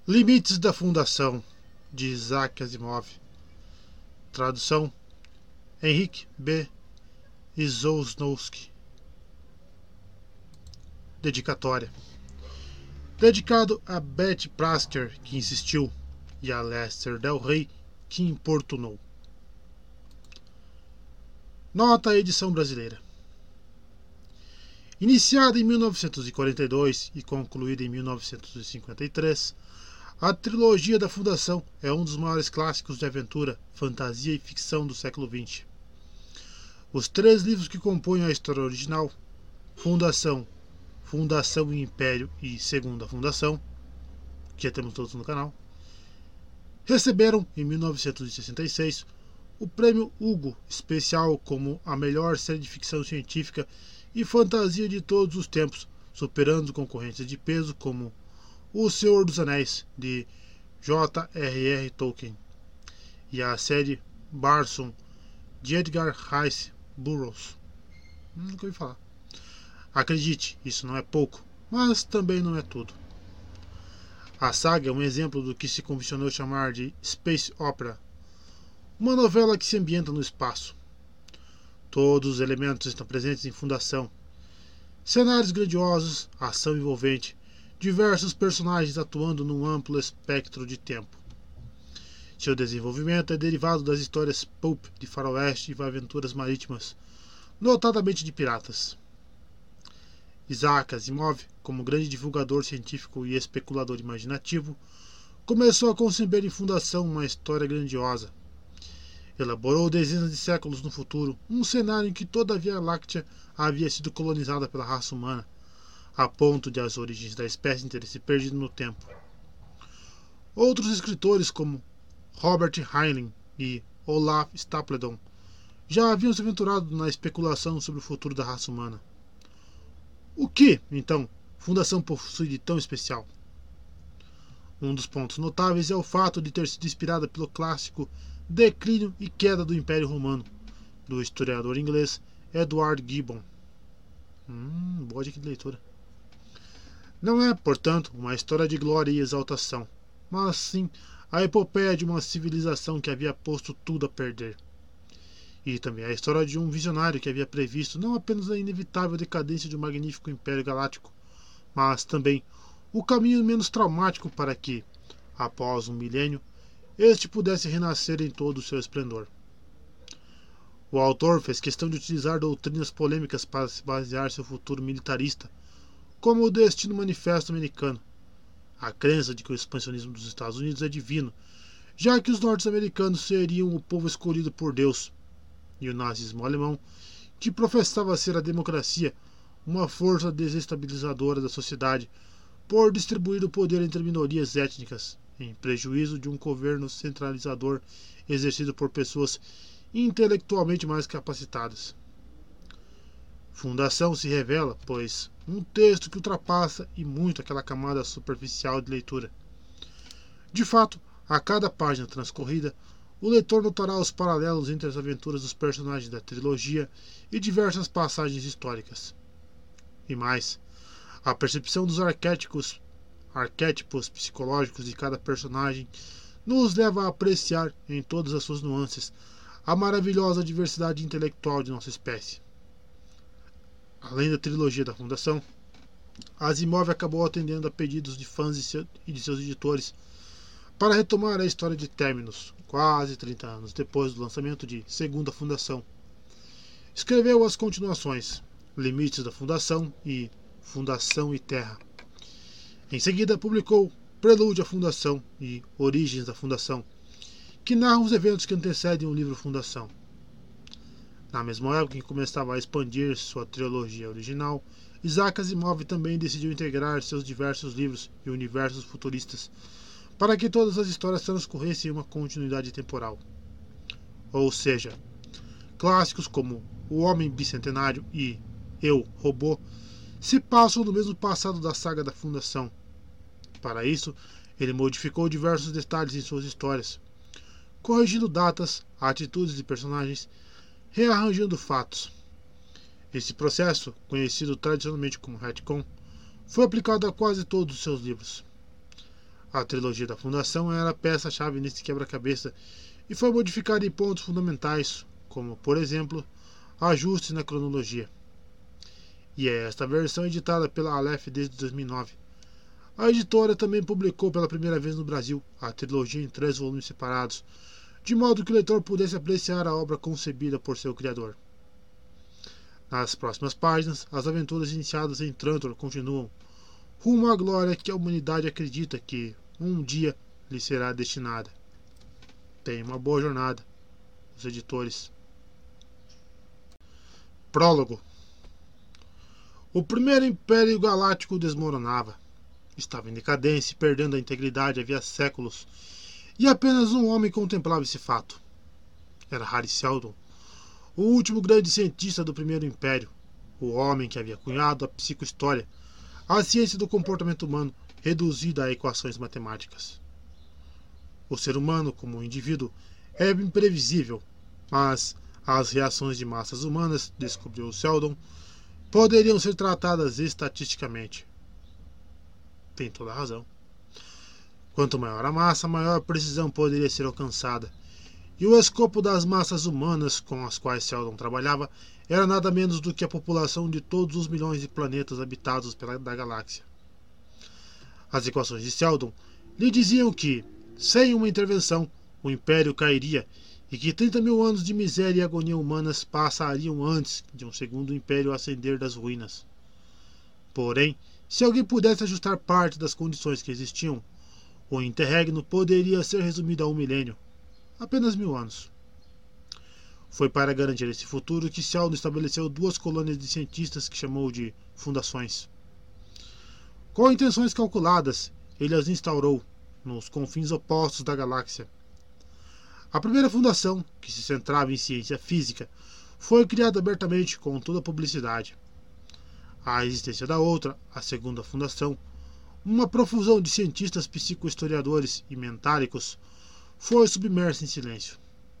Limites da Fundação, de Isaac Asimov. Tradução: Henryk B. Izousnowski. Dedicatória. Dedicado a Betty Prasker, que insistiu, e a Lester Del Rey, que importunou. Nota à edição brasileira. Iniciada em 1942 e concluída em 1953, a trilogia da Fundação é um dos maiores clássicos de aventura, fantasia e ficção do século XX. Os 3 livros que compõem a história original, Fundação, Fundação e Império e Segunda Fundação, que já temos todos no canal, receberam, em 1966, o Prêmio Hugo especial como a melhor série de ficção científica e fantasia de todos os tempos, superando concorrentes de peso como O Senhor dos Anéis, de J.R.R. Tolkien, e a série Barsoom, de Edgar Rice Burroughs. Nunca ouvi falar. Acredite, isso não é pouco, mas também não é tudo. A saga é um exemplo do que se convencionou chamar de Space Opera, uma novela que se ambienta no espaço. Todos os elementos estão presentes em Fundação. Cenários grandiosos, ação envolvente, diversos personagens atuando num amplo espectro de tempo. Seu desenvolvimento é derivado das histórias pulp de faroeste e aventuras marítimas, notadamente de piratas. Isaac Asimov, como grande divulgador científico e especulador imaginativo, começou a conceber em Fundação uma história grandiosa. Elaborou dezenas de séculos no futuro um cenário em que toda a Via Láctea havia sido colonizada pela raça humana, a ponto de as origens da espécie terem se perdido no tempo. Outros escritores como Robert Heinlein e Olaf Stapledon já haviam se aventurado na especulação sobre o futuro da raça humana. O que, então, Fundação possui de tão especial? Um dos pontos notáveis é o fato de ter sido inspirada pelo clássico Declínio e Queda do Império Romano, do historiador inglês Edward Gibbon. Boa dica de leitura. Não é, portanto, uma história de glória e exaltação, mas sim a epopeia de uma civilização que havia posto tudo a perder. E também a história de um visionário que havia previsto não apenas a inevitável decadência de um magnífico Império Galáctico, mas também o caminho menos traumático para que, após um milênio, este pudesse renascer em todo o seu esplendor. O autor fez questão de utilizar doutrinas polêmicas para se basear seu futuro militarista, como o Destino Manifesto americano, a crença de que o expansionismo dos Estados Unidos é divino, já que os norte-americanos seriam o povo escolhido por Deus, e o nazismo alemão, que professava ser a democracia, uma força desestabilizadora da sociedade, por distribuir o poder entre minorias étnicas, em prejuízo de um governo centralizador exercido por pessoas intelectualmente mais capacitadas. Fundação se revela, pois, um texto que ultrapassa e muito aquela camada superficial de leitura. De fato, a cada página transcorrida, o leitor notará os paralelos entre as aventuras dos personagens da trilogia e diversas passagens históricas. E mais, a percepção dos arquétipos psicológicos de cada personagem nos leva a apreciar, em todas as suas nuances, a maravilhosa diversidade intelectual de nossa espécie. Além da trilogia da Fundação, Asimov acabou atendendo a pedidos de fãs e de seus editores para retomar a história de Terminus, quase 30 anos depois do lançamento de Segunda Fundação. Escreveu as continuações Limites da Fundação e Fundação e Terra. Em seguida, publicou Prelúdio à Fundação e Origens da Fundação, que narram os eventos que antecedem o livro Fundação. Na mesma época em que começava a expandir sua trilogia original, Isaac Asimov também decidiu integrar seus diversos livros e universos futuristas para que todas as histórias transcorressem em uma continuidade temporal. Ou seja, clássicos como O Homem Bicentenário e Eu, Robô se passam no mesmo passado da saga da Fundação. Para isso, ele modificou diversos detalhes em suas histórias, corrigindo datas, atitudes de personagens, rearranjando fatos. Esse processo, conhecido tradicionalmente como retcon, foi aplicado a quase todos os seus livros. A trilogia da Fundação era a peça-chave nesse quebra-cabeça e foi modificada em pontos fundamentais, como, por exemplo, ajustes na cronologia. E é esta versão editada pela Aleph desde 2009. A editora também publicou pela primeira vez no Brasil a trilogia em 3 volumes separados, de modo que o leitor pudesse apreciar a obra concebida por seu criador. Nas próximas páginas, as aventuras iniciadas em Trantor continuam, rumo à glória que a humanidade acredita que, um dia, lhe será destinada. Tenha uma boa jornada, os editores. Prólogo. O primeiro Império Galáctico desmoronava. Estava em decadência e perdendo a integridade havia séculos, e apenas um homem contemplava esse fato. Era Hari Seldon, o último grande cientista do primeiro Império, o homem que havia cunhado a psicohistória, a ciência do comportamento humano reduzida a equações matemáticas. O ser humano, como um indivíduo, é imprevisível, mas as reações de massas humanas, descobriu Seldon, poderiam ser tratadas estatisticamente. Tem toda a razão. Quanto maior a massa, maior a precisão poderia ser alcançada. E o escopo das massas humanas com as quais Seldon trabalhava era nada menos do que a população de todos os milhões de planetas habitados da galáxia. As equações de Seldon lhe diziam que, sem uma intervenção, o Império cairia e que 30 mil anos de miséria e agonia humanas passariam antes de um segundo Império ascender das ruínas. Porém, se alguém pudesse ajustar parte das condições que existiam, o interregno poderia ser resumido a 1 milênio, apenas 1000 anos. Foi para garantir esse futuro que Seldon estabeleceu 2 colônias de cientistas que chamou de fundações. Com intenções calculadas, ele as instaurou nos confins opostos da galáxia. A primeira fundação, que se centrava em ciência física, foi criada abertamente com toda a publicidade. A existência da outra, a segunda fundação, uma profusão de cientistas psicohistoriadores e mentáricos, foi submersa em silêncio.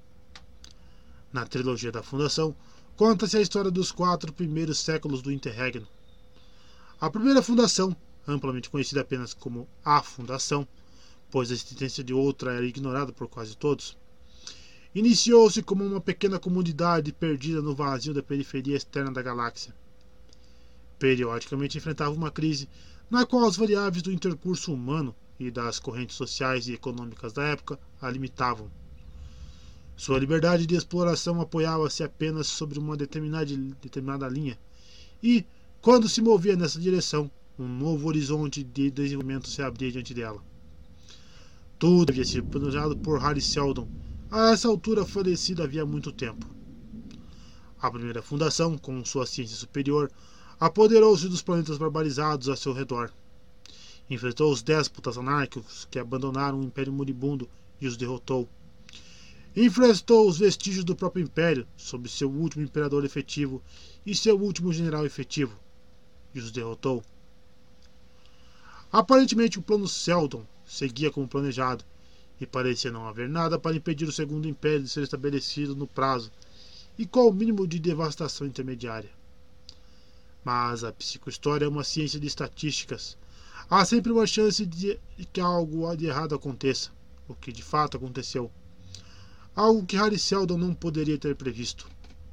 Na trilogia da Fundação, conta-se a história dos 4 primeiros séculos do Interregno. A primeira fundação, amplamente conhecida apenas como a Fundação, pois a existência de outra era ignorada por quase todos, iniciou-se como uma pequena comunidade perdida no vazio da periferia externa da galáxia. Periodicamente enfrentava uma crise na qual as variáveis do intercurso humano e das correntes sociais e econômicas da época a limitavam. Sua liberdade de exploração apoiava-se apenas sobre uma determinada linha, e, quando se movia nessa direção, um novo horizonte de desenvolvimento se abria diante dela. Tudo havia sido planejado por Hari Seldon, a essa altura falecido havia muito tempo. A primeira fundação, com sua ciência superior, apoderou-se dos planetas barbarizados a seu redor. Enfrentou os déspotas anárquicos que abandonaram o Império Moribundo e os derrotou. Enfrentou os vestígios do próprio Império, sob seu último imperador efetivo e seu último general efetivo, e os derrotou. Aparentemente o plano Seldon seguia como planejado, e parecia não haver nada para impedir o Segundo Império de ser estabelecido no prazo e com o mínimo de devastação intermediária. Mas a psicohistória é uma ciência de estatísticas. Há sempre uma chance de que algo de errado aconteça, o que de fato aconteceu. Algo que Hari Seldon não poderia ter previsto.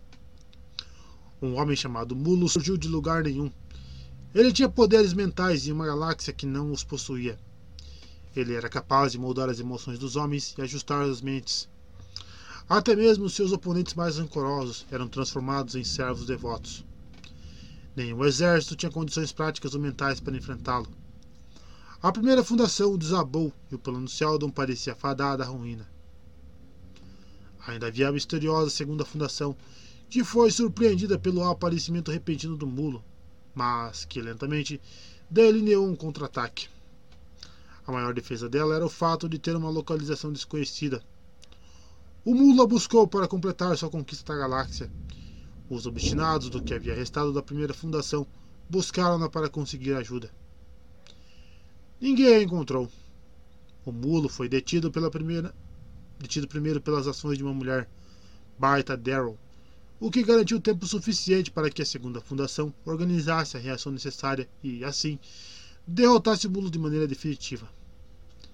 Um homem chamado Mulo surgiu de lugar nenhum. Ele tinha poderes mentais em uma galáxia que não os possuía. Ele era capaz de moldar as emoções dos homens e ajustar as mentes. Até mesmo seus oponentes mais rancorosos eram transformados em servos devotos. Nenhum exército tinha condições práticas ou mentais para enfrentá-lo. A primeira fundação desabou e o plano Seldon parecia fadado à ruína. Ainda havia a misteriosa segunda fundação, que foi surpreendida pelo aparecimento repentino do Mulo, mas que lentamente delineou um contra-ataque. A maior defesa dela era o fato de ter uma localização desconhecida. O Mulo a buscou para completar sua conquista da galáxia. Os obstinados do que havia restado da primeira fundação buscaram-na para conseguir ajuda. Ninguém a encontrou. O Mulo foi detido primeiro pelas ações de uma mulher, Baita Darrow, o que garantiu tempo suficiente para que a segunda fundação organizasse a reação necessária e, assim, derrotasse o Mulo de maneira definitiva.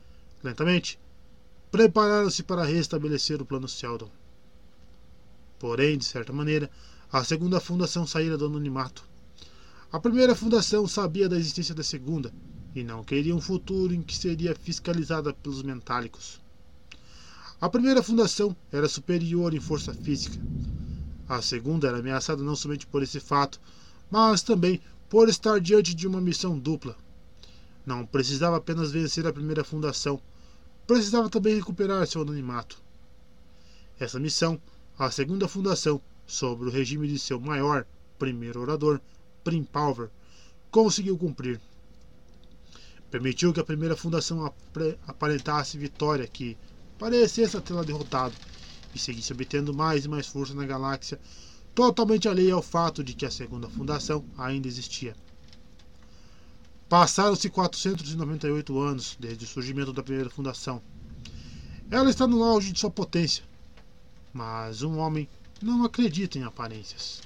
Lentamente, prepararam-se para restabelecer o plano Sheldon. Porém, de certa maneira, a segunda fundação saíra do anonimato. A primeira fundação sabia da existência da segunda e não queria um futuro em que seria fiscalizada pelos mentálicos. A primeira fundação era superior em força física. A segunda era ameaçada não somente por esse fato, mas também por estar diante de uma missão dupla. Não precisava apenas vencer a primeira fundação, precisava também recuperar seu anonimato. Essa missão, a segunda fundação, sob o regime de seu maior, primeiro orador, Prim Pulver, conseguiu cumprir. Permitiu que a primeira fundação aparentasse vitória que parecesse tê-la derrotado e seguisse obtendo mais e mais força na galáxia, totalmente alheia ao fato de que a segunda fundação ainda existia. Passaram-se 498 anos desde o surgimento da primeira fundação. Ela está no auge de sua potência, mas um homem não acredita em aparências.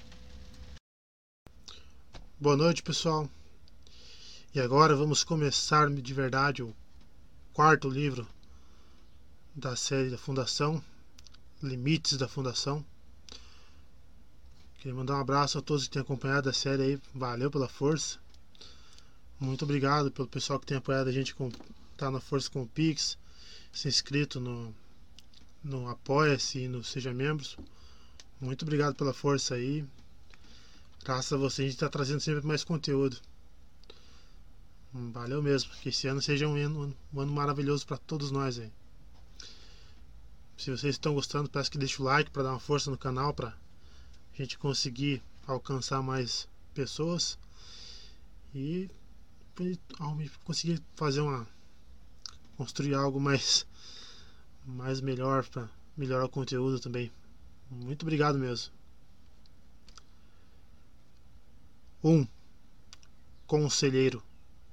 Boa noite, pessoal. E agora vamos começar de verdade o quarto livro da série da Fundação, Limites da Fundação. Queria mandar um abraço a todos que têm acompanhado a série aí. Valeu pela força. Muito obrigado pelo pessoal que tem apoiado a gente, tá na força com o Pix, se inscrito no Apoia-se e no Seja Membros. Muito obrigado pela força aí. Graças a você a gente está trazendo sempre mais conteúdo. Valeu mesmo. Que esse ano seja um ano maravilhoso para todos nós aí. Se vocês estão gostando, peço que deixe o like para dar uma força no canal, para a gente conseguir alcançar mais pessoas e conseguir construir algo mais melhor para melhorar o conteúdo também. Muito obrigado mesmo. 1. Conselheiro.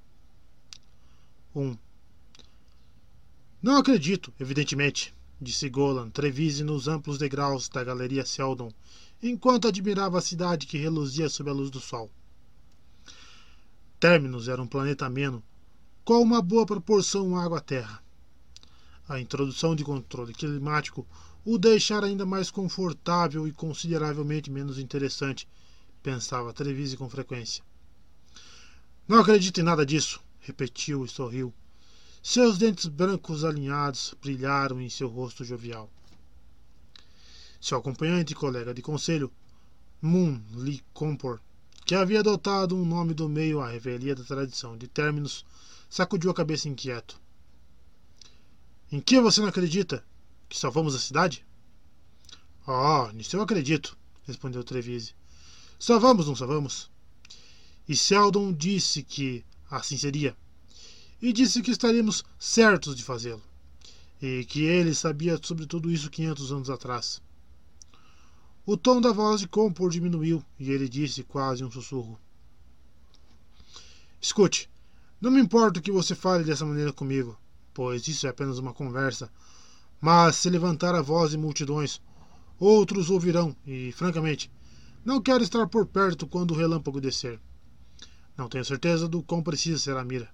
1. Não acredito, evidentemente, disse Golan Trevise nos amplos degraus da galeria Sheldon, enquanto admirava a cidade que reluzia sob a luz do sol. Terminus era um planeta ameno, com uma boa proporção água-terra. A introdução de controle climático o deixara ainda mais confortável e consideravelmente menos interessante, pensava Trevise com frequência. Não acredito em nada disso, repetiu e sorriu. Seus dentes brancos alinhados brilharam em seu rosto jovial. Seu acompanhante e colega de conselho, Moon Lee Compor, que havia adotado um nome do meio à revelia da tradição de Terminus, sacudiu a cabeça inquieto. Em que você não acredita? Que salvamos a cidade? Nisso eu acredito, respondeu Trevise. Salvamos, não salvamos? E Sheldon disse que assim seria. E disse que estaríamos certos de fazê-lo. E que ele sabia sobre tudo isso 500 anos atrás. O tom da voz de Compor diminuiu e ele disse quase um sussurro. Escute, não me importa que você fale dessa maneira comigo, pois isso é apenas uma conversa. Mas se levantar a voz em multidões, outros ouvirão e, francamente, não quero estar por perto quando o relâmpago descer. Não tenho certeza do quão precisa ser a mira.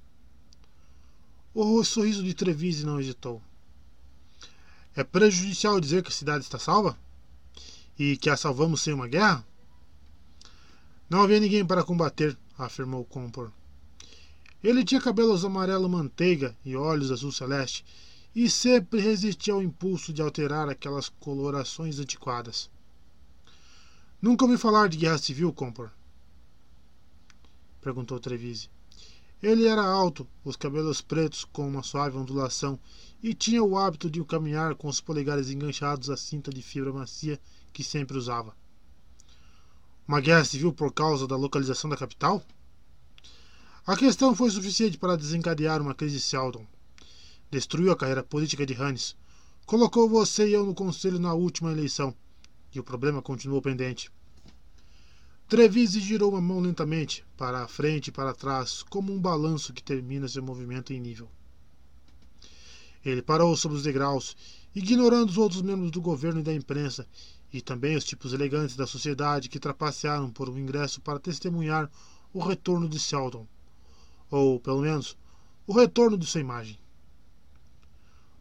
O sorriso de Trevise não hesitou. É prejudicial dizer que a cidade está salva? E que a salvamos sem uma guerra? Não havia ninguém para combater, afirmou Compor. Ele tinha cabelos amarelo manteiga e olhos azul celeste, e sempre resistia ao impulso de alterar aquelas colorações antiquadas. Nunca ouvi falar de guerra civil, Compor? Perguntou Trevise. Ele era alto, os cabelos pretos com uma suave ondulação, e tinha o hábito de caminhar com os polegares enganchados à cinta de fibra macia que sempre usava. Uma guerra civil por causa da localização da capital? A questão foi suficiente para desencadear uma crise Sheldon. Destruiu a carreira política de Hannes. Colocou você e eu no conselho na última eleição. E o problema continuou pendente. Trevise girou uma mão lentamente, para a frente e para trás, como um balanço que termina seu movimento em nível. Ele parou sob os degraus, ignorando os outros membros do governo e da imprensa, e também os tipos elegantes da sociedade que trapacearam por um ingresso para testemunhar o retorno de Sheldon. Ou, pelo menos, o retorno de sua imagem.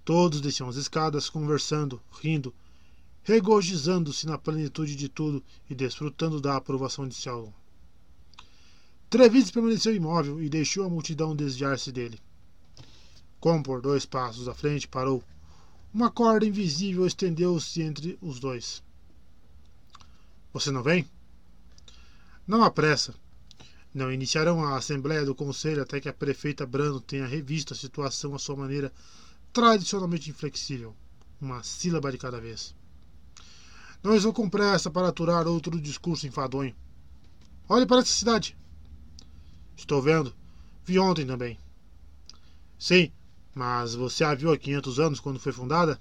Todos desciam as escadas, conversando, rindo, regozijando-se na plenitude de tudo e desfrutando da aprovação de Sheldon. Trevize permaneceu imóvel e deixou a multidão desviar-se dele. Compor, 2 passos à frente, parou. Uma corda invisível estendeu-se entre os dois. Você não vem? Não há pressa. Não iniciarão a Assembleia do Conselho até que a prefeita Brando tenha revisto a situação à sua maneira tradicionalmente inflexível, uma sílaba de cada vez. Não estou com pressa para aturar outro discurso enfadonho. Olhe para essa cidade. Estou vendo. Vi ontem também. Sim, mas você a viu há 500 anos quando foi fundada?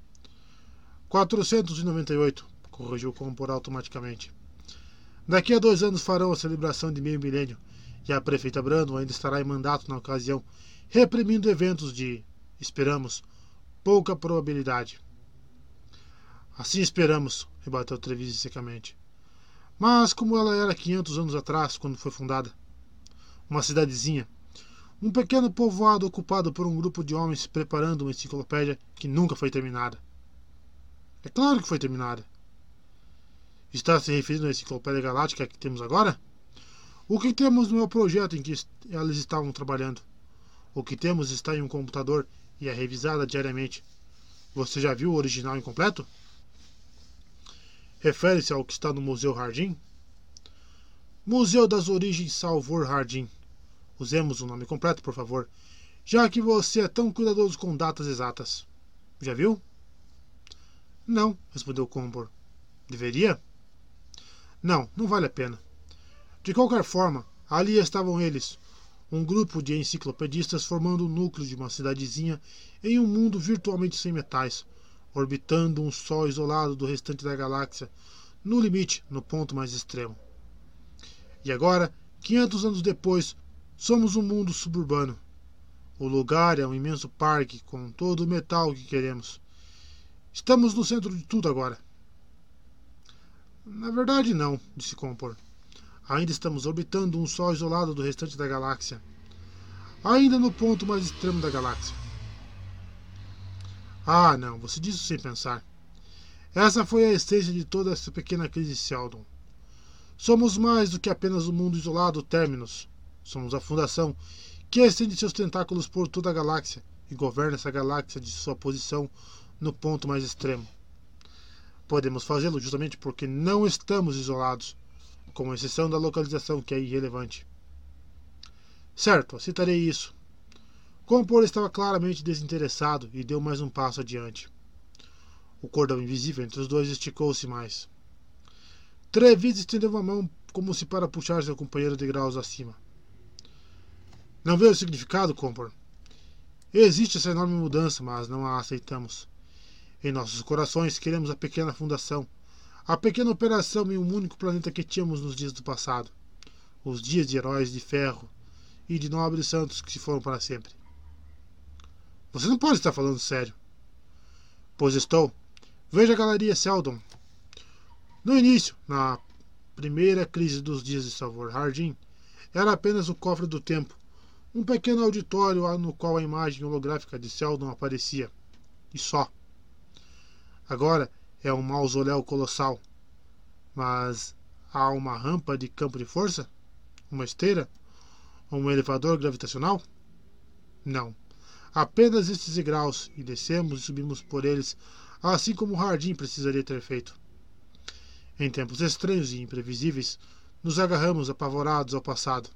498, corrigiu Compor automaticamente. Daqui a 2 anos farão a celebração de meio milênio e a prefeita Brando ainda estará em mandato na ocasião, reprimindo eventos de, esperamos, pouca probabilidade. Assim esperamos, rebateu Trevize secamente. Mas como ela era 500 anos atrás, quando foi fundada? Uma cidadezinha. Um pequeno povoado ocupado por um grupo de homens preparando uma enciclopédia que nunca foi terminada. É claro que foi terminada. Está se referindo à enciclopédia galáctica que temos agora? O que temos no projeto em que elas estavam trabalhando. O que temos está em um computador e é revisada diariamente. Você já viu o original incompleto? Refere-se ao que está no Museu Hardin? Museu das Origens Salvor Hardin. Usemos o nome completo, por favor, já que você é tão cuidadoso com datas exatas. Já viu? Não, respondeu Compor. Deveria? Não, não vale a pena. De qualquer forma, ali estavam eles, um grupo de enciclopedistas formando o núcleo de uma cidadezinha em um mundo virtualmente sem metais, orbitando um sol isolado do restante da galáxia, no limite, no ponto mais extremo. E agora, 500 anos depois, somos um mundo suburbano. O lugar é um imenso parque com todo o metal que queremos. Estamos no centro de tudo agora. Na verdade, não, disse Compor. Ainda estamos orbitando um sol isolado do restante da galáxia. Ainda no ponto mais extremo da galáxia. Ah, não, você disse sem pensar. Essa foi a essência de toda essa pequena crise Sheldon. Somos mais do que apenas um mundo isolado Terminus. Somos a fundação que estende seus tentáculos por toda a galáxia e governa essa galáxia de sua posição no ponto mais extremo. Podemos fazê-lo justamente porque não estamos isolados, com exceção da localização que é irrelevante. Certo, aceitarei isso. Compor estava claramente desinteressado e deu mais um passo adiante. O cordão invisível entre os dois esticou-se mais. Trevize estendeu a mão como se para puxar seu companheiro degraus acima. Não vê o significado, Compor? Existe essa enorme mudança, mas não a aceitamos. Em nossos corações queremos a pequena fundação, a pequena operação em um único planeta que tínhamos nos dias do passado. Os dias de heróis de ferro e de nobres santos que se foram para sempre. Você não pode estar falando sério. Pois estou. Veja a Galeria Sheldon. No início, na primeira crise dos dias de Salvor Hardin, era apenas o cofre do tempo, um pequeno auditório no qual a imagem holográfica de Sheldon aparecia. E só. Agora é um mausoléu colossal. Mas há uma rampa de campo de força? Uma esteira? Um elevador gravitacional? Não. Apenas estes degraus, e descemos e subimos por eles, assim como Hardin precisaria ter feito. Em tempos estranhos e imprevisíveis, nos agarramos apavorados ao passado.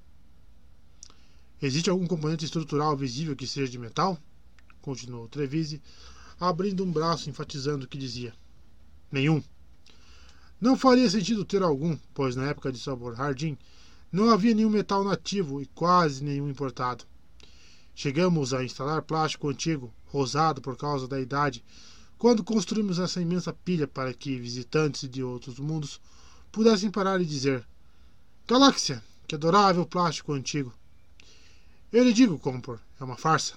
Existe algum componente estrutural visível que seja de metal? Continuou Trevize, abrindo um braço enfatizando o que dizia. Nenhum. Não faria sentido ter algum, pois na época de Salvor Hardin não havia nenhum metal nativo e quase nenhum importado. Chegamos a instalar plástico antigo, rosado por causa da idade, quando construímos essa imensa pilha para que visitantes de outros mundos pudessem parar e dizer: Galáxia, que adorável plástico antigo. Eu lhe digo, Compor, é uma farsa.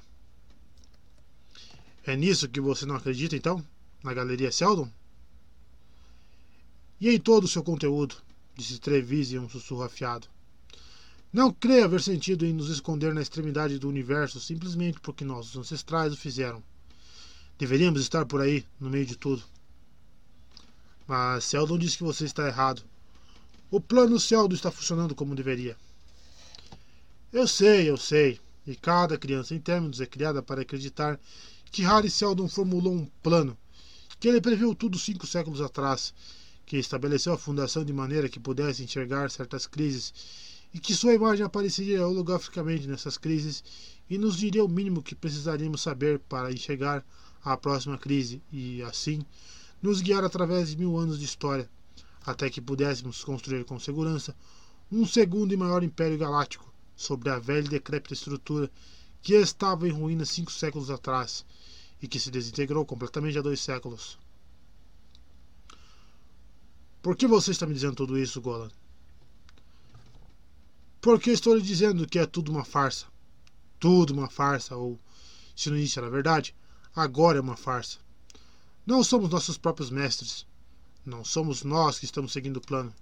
É nisso que você não acredita, então? Na Galeria Sheldon? E em todo o seu conteúdo, disse Trevize em um sussurro afiado. Não creio haver sentido em nos esconder na extremidade do universo simplesmente porque nossos ancestrais o fizeram. Deveríamos estar por aí, no meio de tudo. Mas Sheldon diz que você está errado. O plano Sheldon está funcionando como deveria. Eu sei. E cada criança em Terminus é criada para acreditar que Harry Sheldon formulou um plano, que ele previu tudo 5 séculos atrás, que estabeleceu a fundação de maneira que pudesse enxergar certas crises e que sua imagem apareceria holograficamente nessas crises e nos diria o mínimo que precisaríamos saber para enxergar a próxima crise e, assim, nos guiar através de 1000 anos de história, até que pudéssemos construir com segurança um segundo e maior império galáctico sobre a velha e decrépita estrutura que estava em ruínas 5 séculos atrás e que se desintegrou completamente há 2 séculos. Por que você está me dizendo tudo isso, Golan? Porque estou lhe dizendo que é tudo uma farsa. Tudo uma farsa, ou, se no início era verdade, agora é uma farsa. Não somos nossos próprios mestres. Não somos nós que estamos seguindo o plano.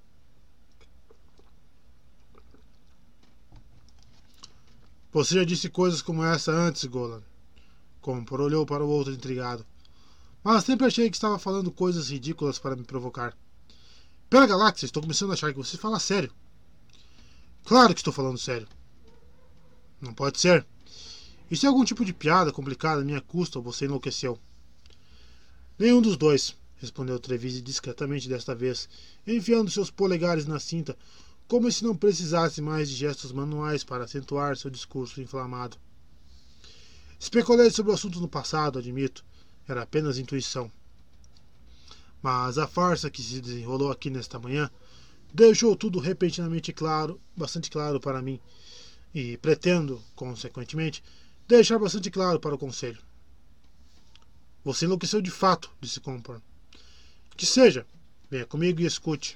Você já disse coisas como essa antes, Golan. Compor olhou para o outro intrigado. Mas sempre achei que estava falando coisas ridículas para me provocar. Pela galáxia, estou começando a achar que você fala sério. Claro que estou falando sério. Não pode ser. Isso é algum tipo de piada complicada à minha custa ou você enlouqueceu? Nenhum dos dois, respondeu Trevise discretamente desta vez, enfiando seus polegares na cinta, como se não precisasse mais de gestos manuais para acentuar seu discurso inflamado. Especulei sobre o assunto no passado, admito. Era apenas intuição. Mas a farsa que se desenrolou aqui nesta manhã deixou tudo repentinamente claro, bastante claro para mim, e pretendo, consequentemente, deixar bastante claro para o Conselho. Você enlouqueceu de fato, disse Compor. Que seja. Venha comigo e escute.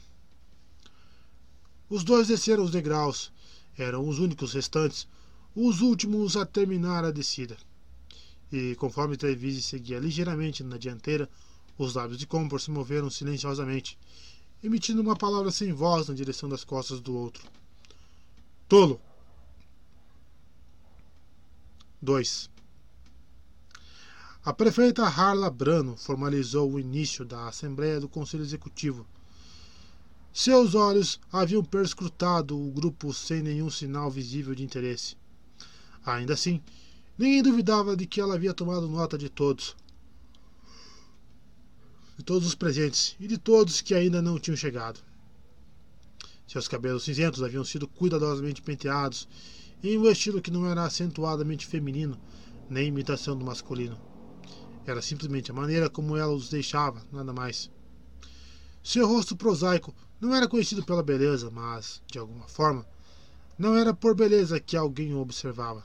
Os dois desceram os degraus. Eram os únicos restantes, os últimos a terminar a descida. E, conforme Trevise seguia ligeiramente na dianteira, os lábios de Compor se moveram silenciosamente, emitindo uma palavra sem voz na direção das costas do outro. Tolo. 2. A prefeita Harla Brano formalizou o início da Assembleia do Conselho Executivo. Seus olhos haviam perscrutado o grupo sem nenhum sinal visível de interesse. Ainda assim, ninguém duvidava de que ela havia tomado nota de todos os presentes e de todos que ainda não tinham chegado. Seus cabelos cinzentos haviam sido cuidadosamente penteados em um estilo que não era acentuadamente feminino, nem imitação do masculino. Era simplesmente a maneira como ela os deixava, nada mais. Seu rosto prosaico não era conhecido pela beleza, mas, de alguma forma, não era por beleza que alguém o observava.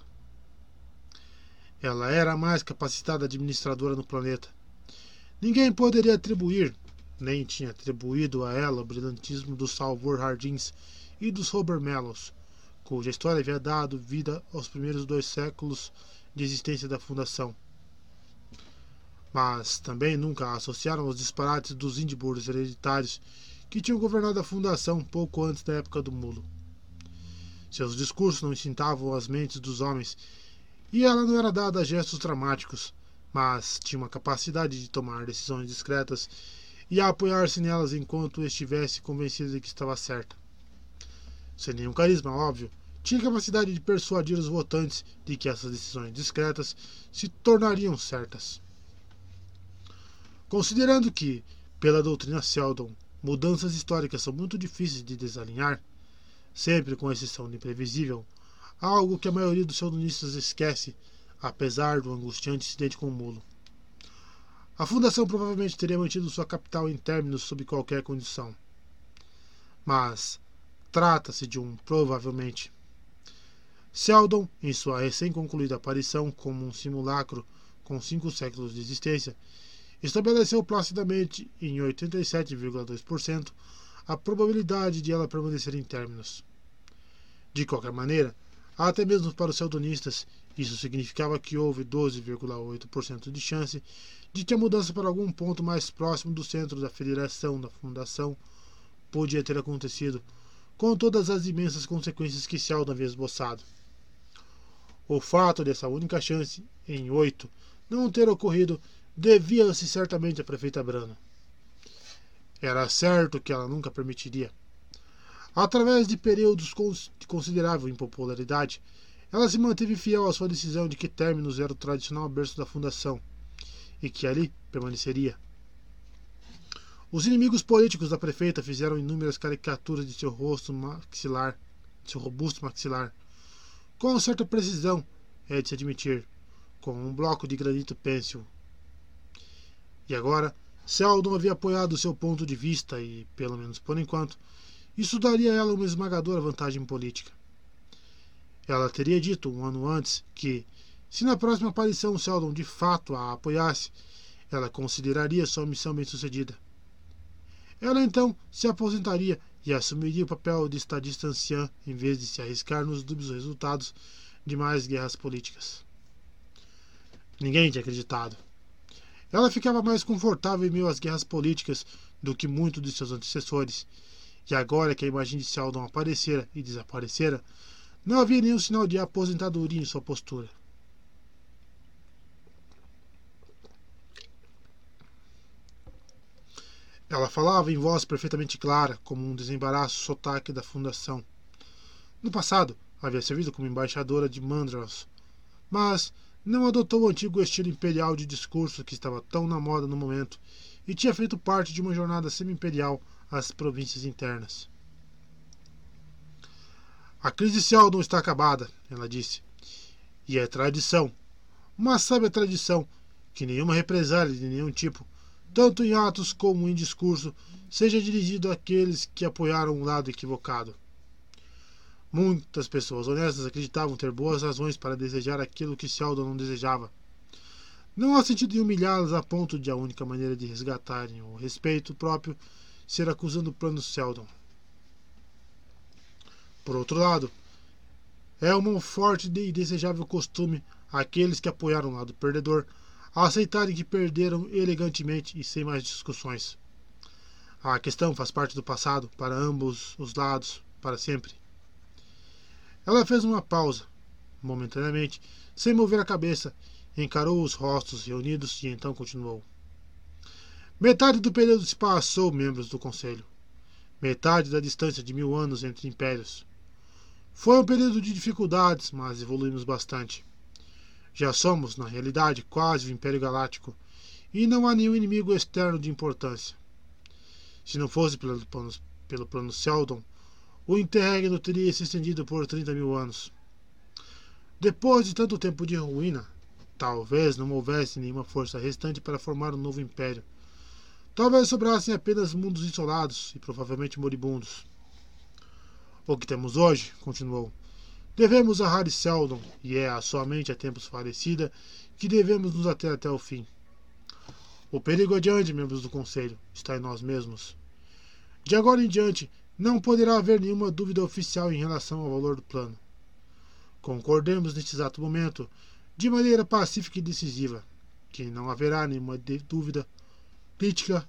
Ela era a mais capacitada administradora no planeta. Ninguém poderia atribuir, nem tinha atribuído a ela o brilhantismo dos Salvor Hardins e dos Robert Mellows, cuja história havia dado vida aos primeiros 2 séculos de existência da Fundação. Mas também nunca a associaram aos disparates dos Indiburs hereditários que tinham governado a Fundação pouco antes da época do Mulo. Seus discursos não instintavam as mentes dos homens, e ela não era dada a gestos dramáticos, mas tinha uma capacidade de tomar decisões discretas e a apoiar-se nelas enquanto estivesse convencida de que estava certa. Sem nenhum carisma, óbvio, tinha capacidade de persuadir os votantes de que essas decisões discretas se tornariam certas. Considerando que, pela doutrina Sheldon, mudanças históricas são muito difíceis de desalinhar, sempre com exceção de imprevisível, algo que a maioria dos sheldonistas esquece, apesar do angustiante incidente com o Mulo. A Fundação provavelmente teria mantido sua capital em Terminus sob qualquer condição. Mas trata-se de um provavelmente. Sheldon, em sua recém-concluída aparição como um simulacro com 5 séculos de existência, estabeleceu placidamente em 87,2% a probabilidade de ela permanecer em Terminus. De qualquer maneira, até mesmo para os sheldonistas, isso significava que houve 12,8% de chance de que a mudança para algum ponto mais próximo do centro da federação da Fundação podia ter acontecido, com todas as imensas consequências que Sheldon havia esboçado. O fato dessa única chance, em 8, não ter ocorrido devia-se certamente à prefeita Brano. Era certo que ela nunca permitiria. Através de períodos de considerável impopularidade, ela se manteve fiel à sua decisão de que Terminus era o tradicional berço da fundação e que ali permaneceria. Os inimigos políticos da prefeita fizeram inúmeras caricaturas de seu rosto maxilar, de seu robusto maxilar, com certa precisão, é de se admitir, com um bloco de granito pêncil. E agora, Seldon havia apoiado seu ponto de vista e, pelo menos por enquanto, isso daria a ela uma esmagadora vantagem política. Ela teria dito um ano antes que, se na próxima aparição Seldon de fato a apoiasse, ela consideraria sua missão bem-sucedida. Ela então se aposentaria e assumiria o papel de estadista anciã em vez de se arriscar nos dúbios resultados de mais guerras políticas. Ninguém tinha acreditado. Ela ficava mais confortável em meio às guerras políticas do que muitos de seus antecessores, e agora que a imagem de Seldon aparecera e desaparecera, não havia nenhum sinal de aposentadoria em sua postura. Ela falava em voz perfeitamente clara, como um desembaraço sotaque da fundação. No passado, havia servido como embaixadora de Mandros, mas não adotou o antigo estilo imperial de discurso que estava tão na moda no momento e tinha feito parte de uma jornada semi-imperial às províncias internas. A crise de Seldon está acabada, ela disse, e é tradição, uma sábia tradição, que nenhuma represália de nenhum tipo, tanto em atos como em discurso, seja dirigido àqueles que apoiaram um lado equivocado. Muitas pessoas honestas acreditavam ter boas razões para desejar aquilo que Seldon não desejava. Não há sentido em humilhá-las a ponto de a única maneira de resgatarem o respeito próprio ser acusando o plano Seldon. Por outro lado, é um forte e desejável costume aqueles que apoiaram o lado perdedor a aceitarem que perderam elegantemente e sem mais discussões. A questão faz parte do passado para ambos os lados, para sempre. Ela fez uma pausa, momentaneamente, sem mover a cabeça, encarou os rostos reunidos e então continuou. Metade do período se passou, membros do Conselho. Metade da distância de 1000 anos entre impérios. Foi um período de dificuldades, mas evoluímos bastante. Já somos, na realidade, quase o Império Galáctico, e não há nenhum inimigo externo de importância. Se não fosse pelo plano Seldon, o interregno teria se estendido por 30.000 anos. Depois de tanto tempo de ruína, talvez não houvesse nenhuma força restante para formar um novo império. Talvez sobrassem apenas mundos isolados e provavelmente moribundos. O que temos hoje, continuou, devemos a Harry Seldon, e é somente a tempos falecida que devemos nos ater até o fim. O perigo adiante, membros do Conselho, está em nós mesmos. De agora em diante, não poderá haver nenhuma dúvida oficial em relação ao valor do plano. Concordemos neste exato momento, de maneira pacífica e decisiva, que não haverá nenhuma dúvida, crítica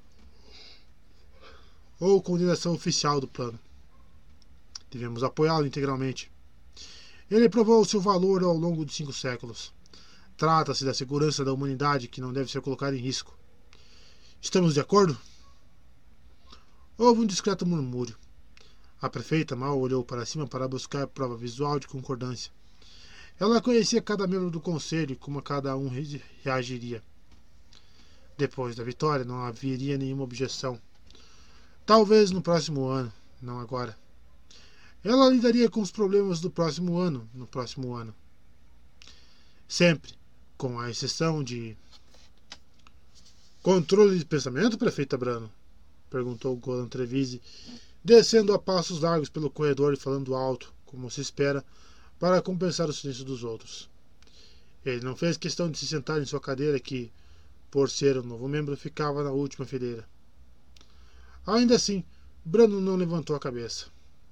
ou condenação oficial do plano. Devemos apoiá-lo integralmente. Ele provou seu valor ao longo de 5 séculos. Trata-se da segurança da humanidade que não deve ser colocada em risco. Estamos de acordo? Houve um discreto murmúrio. A prefeita mal olhou para cima para buscar prova visual de concordância. Ela conhecia cada membro do conselho e como cada um reagiria. Depois da vitória não haveria nenhuma objeção. Talvez no próximo ano, não agora. Ela lidaria com os problemas do próximo ano, no próximo ano. Sempre, com a exceção de... Controle de pensamento, prefeita Brano? Perguntou Golan Trevisi, descendo a passos largos pelo corredor e falando alto, como se espera, para compensar o silêncio dos outros. Ele não fez questão de se sentar em sua cadeira que, por ser um novo membro, ficava na última fileira. Ainda assim, Brano não levantou a cabeça.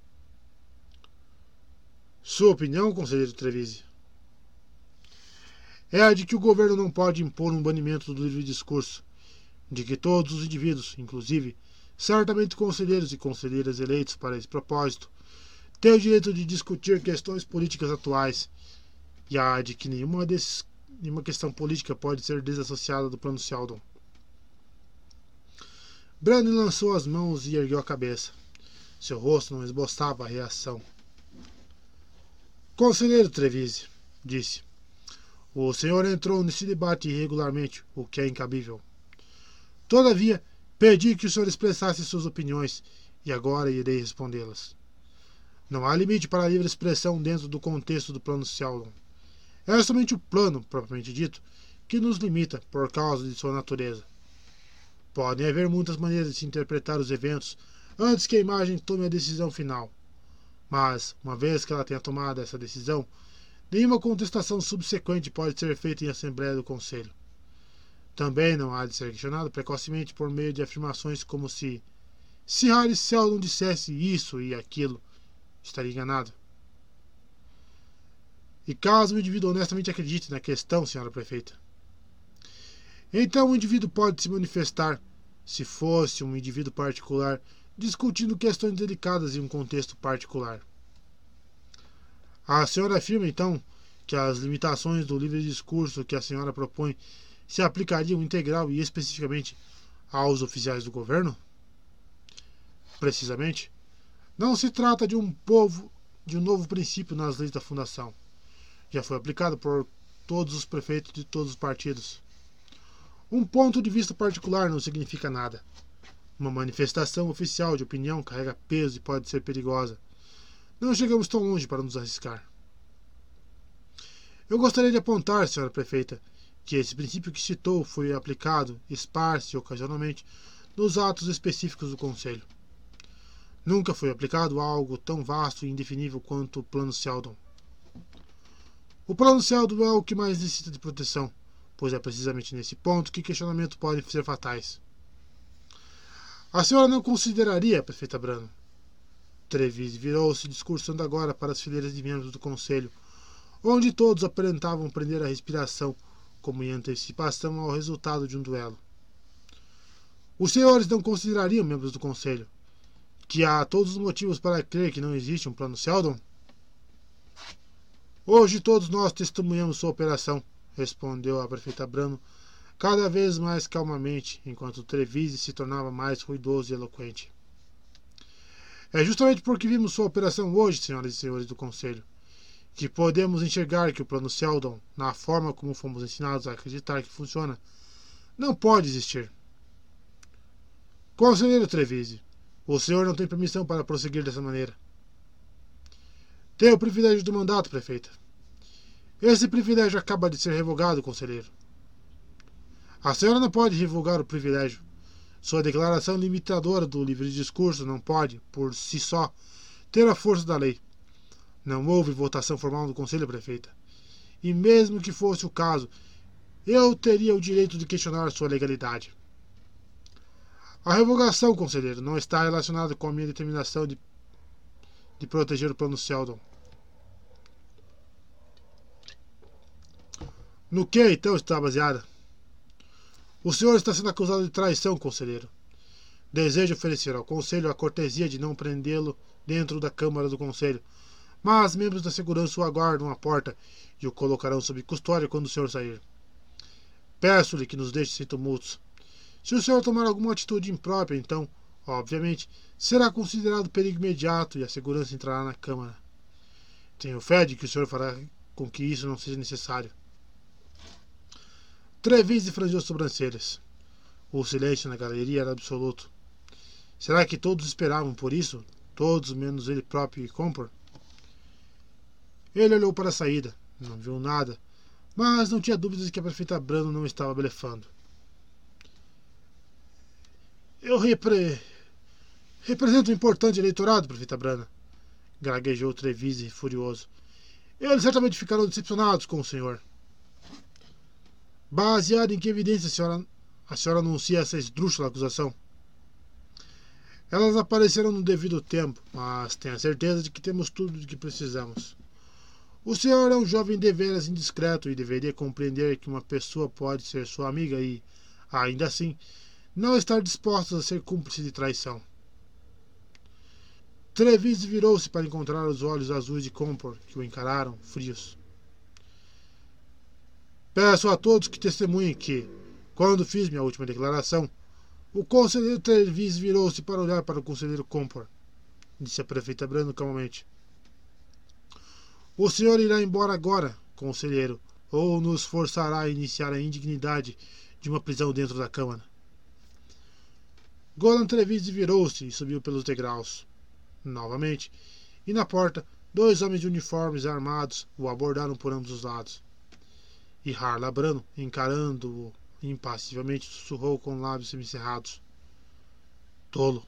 Sua opinião, conselheiro Trevisi? É a de que o governo não pode impor um banimento do livre discurso, de que todos os indivíduos, inclusive, certamente conselheiros e conselheiras eleitos para esse propósito, têm o direito de discutir questões políticas atuais, e a de que nenhuma nenhuma questão política pode ser desassociada do plano Sheldon. Brandon lançou as mãos e ergueu a cabeça. Seu rosto não esboçava a reação. Conselheiro Trevise, disse, o senhor entrou nesse debate irregularmente, o que é incabível. Todavia, pedi que o senhor expressasse suas opiniões, e agora irei respondê-las. Não há limite para a livre expressão dentro do contexto do plano Sheldon. É somente o plano, propriamente dito, que nos limita por causa de sua natureza. Podem haver muitas maneiras de se interpretar os eventos antes que a imagem tome a decisão final. Mas, uma vez que ela tenha tomado essa decisão, nenhuma contestação subsequente pode ser feita em Assembleia do Conselho. Também não há de ser questionado precocemente por meio de afirmações como se Harry Sheldon dissesse isso e aquilo, estaria enganado. E caso o indivíduo honestamente acredite na questão, senhora prefeita, então o indivíduo pode se manifestar, se fosse um indivíduo particular, discutindo questões delicadas em um contexto particular. A senhora afirma, então, que as limitações do livre discurso que a senhora propõe se aplicariam integral e especificamente aos oficiais do governo? Precisamente. Não se trata de um novo princípio nas leis da Fundação. Já foi aplicado por todos os prefeitos de todos os partidos. Um ponto de vista particular não significa nada. Uma manifestação oficial de opinião carrega peso e pode ser perigosa. Não chegamos tão longe para nos arriscar. Eu gostaria de apontar, senhora prefeita, que esse princípio que citou foi aplicado, esparso e ocasionalmente, nos atos específicos do Conselho. Nunca foi aplicado a algo tão vasto e indefinível quanto o Plano Sheldon. O Plano Sheldon é o que mais necessita de proteção, pois é precisamente nesse ponto que questionamentos podem ser fatais. A senhora não consideraria, prefeita Brano? Trevise virou-se, discursando agora para as fileiras de membros do Conselho, onde todos aparentavam prender a respiração, como em antecipação ao resultado de um duelo. Os senhores não considerariam, membros do Conselho, que há todos os motivos para crer que não existe um plano Sheldon? Hoje todos nós testemunhamos sua operação, respondeu a prefeita Brano, cada vez mais calmamente, enquanto Trevise se tornava mais ruidoso e eloquente. É justamente porque vimos sua operação hoje, senhoras e senhores do Conselho, que podemos enxergar que o plano Sheldon, na forma como fomos ensinados a acreditar que funciona, não pode existir. Conselheiro Trevise, o senhor não tem permissão para prosseguir dessa maneira. Tenho o privilégio do mandato, prefeita. Esse privilégio acaba de ser revogado, conselheiro. A senhora não pode revogar o privilégio. Sua declaração limitadora do livre discurso não pode, por si só, ter a força da lei. Não houve votação formal no Conselho, prefeita. E mesmo que fosse o caso, eu teria o direito de questionar sua legalidade. A revogação, conselheiro, não está relacionada com a minha determinação de proteger o plano Sheldon. No que, então, está baseada? O senhor está sendo acusado de traição, conselheiro. Desejo oferecer ao Conselho a cortesia de não prendê-lo dentro da Câmara do Conselho, mas membros da segurança o aguardam à porta e o colocarão sob custódia quando o senhor sair. Peço-lhe que nos deixe sem tumultos. Se o senhor tomar alguma atitude imprópria, então, obviamente, será considerado perigo imediato e a segurança entrará na Câmara. Tenho fé de que o senhor fará com que isso não seja necessário. Trevise franziu as sobrancelhas. O silêncio na galeria era absoluto. Será que todos esperavam por isso? Todos menos ele próprio e Compor? Ele olhou para a saída. Não viu nada, mas não tinha dúvidas de que a prefeita Brano não estava blefando. Eu represento um importante eleitorado, prefeita Brana, gaguejou Trevise, furioso. Eles certamente ficarão decepcionados com o senhor. Baseado em que evidência a senhora anuncia essa esdrúxula acusação? Elas apareceram no devido tempo, mas tenho a certeza de que temos tudo de que precisamos. O senhor é um jovem deveras indiscreto e deveria compreender que uma pessoa pode ser sua amiga e, ainda assim, não estar disposta a ser cúmplice de traição. Trevise virou-se para encontrar os olhos azuis de Compor, que o encararam, frios. Peço a todos que testemunhem que, quando fiz minha última declaração, o conselheiro Trevis virou-se para olhar para o conselheiro Compor. Disse a prefeita Brando calmamente. O senhor irá embora agora, conselheiro, ou nos forçará a iniciar a indignidade de uma prisão dentro da Câmara. Golan Trevis virou-se e subiu pelos degraus. Novamente, e na porta, 2 homens de uniformes armados o abordaram por ambos os lados. E Harla Brando, encarando-o impassivelmente, sussurrou com lábios semicerrados. Tolo.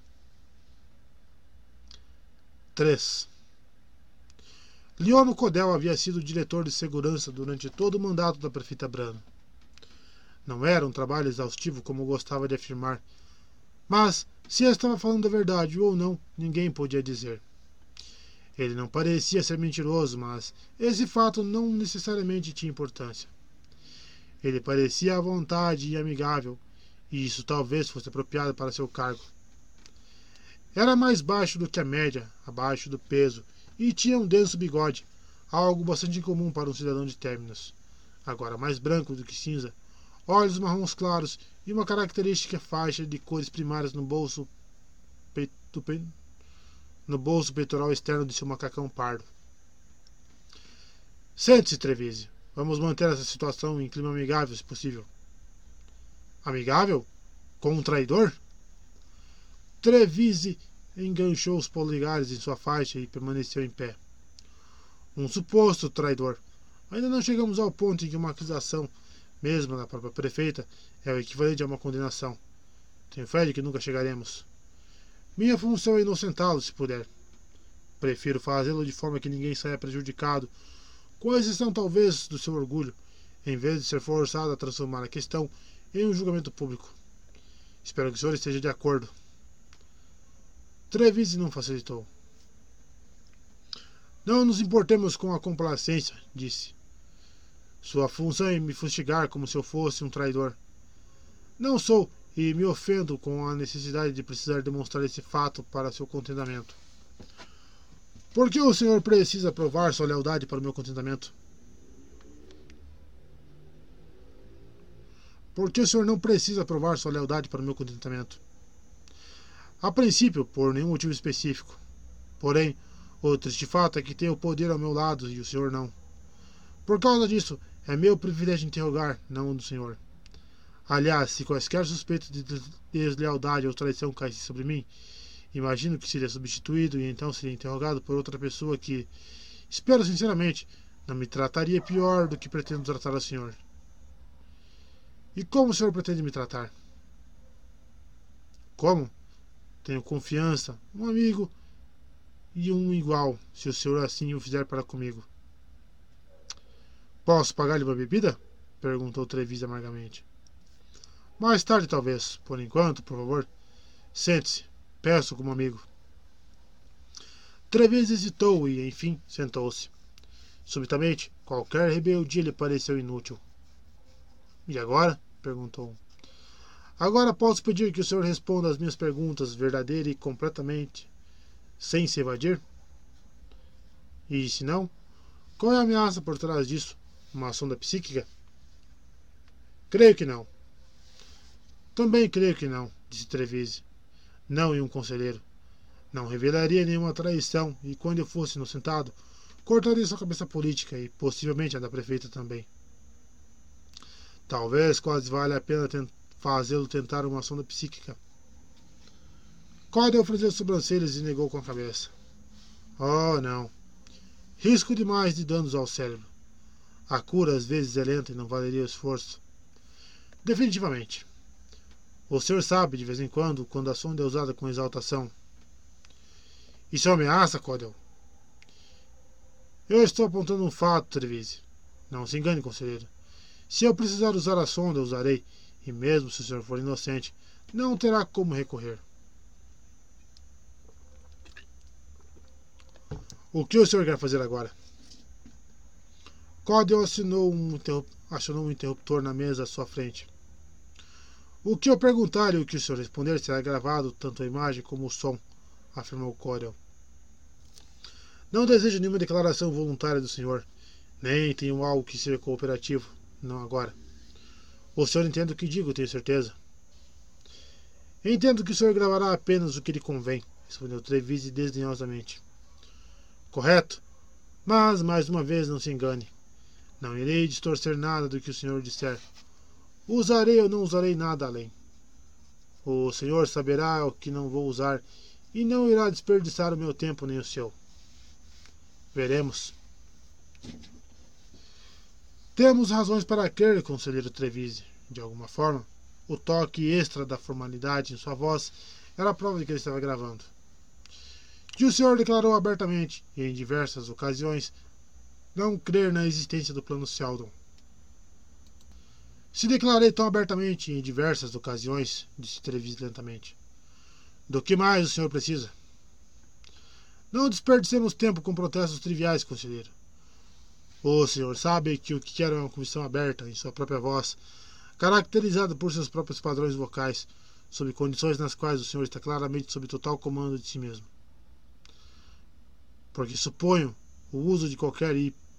3. Leono Codel havia sido diretor de segurança durante todo o mandato da prefeita Brando. Não era um trabalho exaustivo como gostava de afirmar, mas se estava falando a verdade ou não, ninguém podia dizer. Ele não parecia ser mentiroso, mas esse fato não necessariamente tinha importância. Ele parecia à vontade e amigável, e isso talvez fosse apropriado para seu cargo. Era mais baixo do que a média, abaixo do peso, e tinha um denso bigode, algo bastante incomum para um cidadão de Terminus, agora mais branco do que cinza, olhos marrons claros e uma característica faixa de cores primárias no bolso peitoral externo de seu macacão pardo. Sente-se, Treviso. Vamos manter essa situação em clima amigável, se possível. Amigável? Com um traidor? Treviso enganchou os polegares em sua faixa e permaneceu em pé. Um suposto traidor. Ainda não chegamos ao ponto em que uma acusação, mesmo na própria prefeita, é o equivalente a uma condenação. Tenho fé de que nunca chegaremos. Minha função é inocentá-lo, se puder. Prefiro fazê-lo de forma que ninguém saia prejudicado, com exceção talvez do seu orgulho, em vez de ser forçado a transformar a questão em um julgamento público. Espero que o senhor esteja de acordo. Treviso não facilitou. Não nos importemos com a complacência, disse. Sua função é me fustigar como se eu fosse um traidor. Não sou, e me ofendo com a necessidade de precisar demonstrar esse fato para seu contentamento. Por que o senhor precisa provar sua lealdade para o meu contentamento? Por que o senhor não precisa provar sua lealdade para o meu contentamento? A princípio, por nenhum motivo específico. Porém, o triste fato é que tenho o poder ao meu lado e o senhor não. Por causa disso, é meu privilégio interrogar, não o do senhor. Aliás, se quaisquer suspeitos de deslealdade ou traição caíssem sobre mim, imagino que seria substituído e então seria interrogado por outra pessoa que, espero sinceramente, não me trataria pior do que pretendo tratar o senhor. E como o senhor pretende me tratar? Como? Tenho confiança, um amigo e um igual, se o senhor assim o fizer para comigo. Posso pagar-lhe uma bebida? Perguntou Treviso amargamente. Mais tarde, talvez. Por enquanto, por favor, sente-se. Peço como amigo. Treviso hesitou e, enfim, sentou-se. Subitamente, qualquer rebeldia lhe pareceu inútil. E agora? Perguntou. Agora posso pedir que o senhor responda às minhas perguntas verdadeira e completamente, sem se evadir? E se não, qual é a ameaça por trás disso? Uma sonda psíquica? Creio que não. Também creio que não, disse Treviso. Não em um conselheiro. Não revelaria nenhuma traição e, quando eu fosse inocentado, cortaria sua cabeça política e possivelmente a da prefeita também. Talvez quase valha a pena fazê-lo tentar uma sonda psíquica. Codel franziu as sobrancelhas e negou com a cabeça. Oh, não. Risco demais de danos ao cérebro. A cura às vezes é lenta e não valeria o esforço. Definitivamente. O senhor sabe, de vez em quando a sonda é usada com exaltação. Isso é uma ameaça, Codel? Eu estou apontando um fato, Treviso. Não se engane, conselheiro. Se eu precisar usar a sonda, usarei. E mesmo se o senhor for inocente, não terá como recorrer. O que o senhor quer fazer agora? Codel acionou um interruptor na mesa à sua frente. O que eu perguntar e o que o senhor responder será gravado, tanto a imagem como o som, afirmou Codel. Não desejo nenhuma declaração voluntária do senhor, nem tenho algo que seja cooperativo. não agora. O senhor entende o que digo, tenho certeza. Entendo que o senhor gravará apenas o que lhe convém, respondeu Trevize desdenhosamente. Correto, mas mais uma vez não se engane. Não irei distorcer nada do que o senhor disser. Usarei ou não usarei nada além. O senhor saberá o que não vou usar e não irá desperdiçar o meu tempo nem o seu. Veremos. Temos razões para crer, conselheiro Trevize. De alguma forma, o toque extra da formalidade em sua voz era a prova de que ele estava gravando. Que o senhor declarou abertamente, e em diversas ocasiões, não crer na existência do plano Sheldon. Se declarei tão abertamente e em diversas ocasiões, disse Trevize lentamente. Do que mais o senhor precisa? Não desperdicemos tempo com protestos triviais, conselheiro. O senhor sabe que o que quer é uma comissão aberta, em sua própria voz, caracterizada por seus próprios padrões vocais, sob condições nas quais o senhor está claramente sob total comando de si mesmo. Porque suponho o uso de qualquer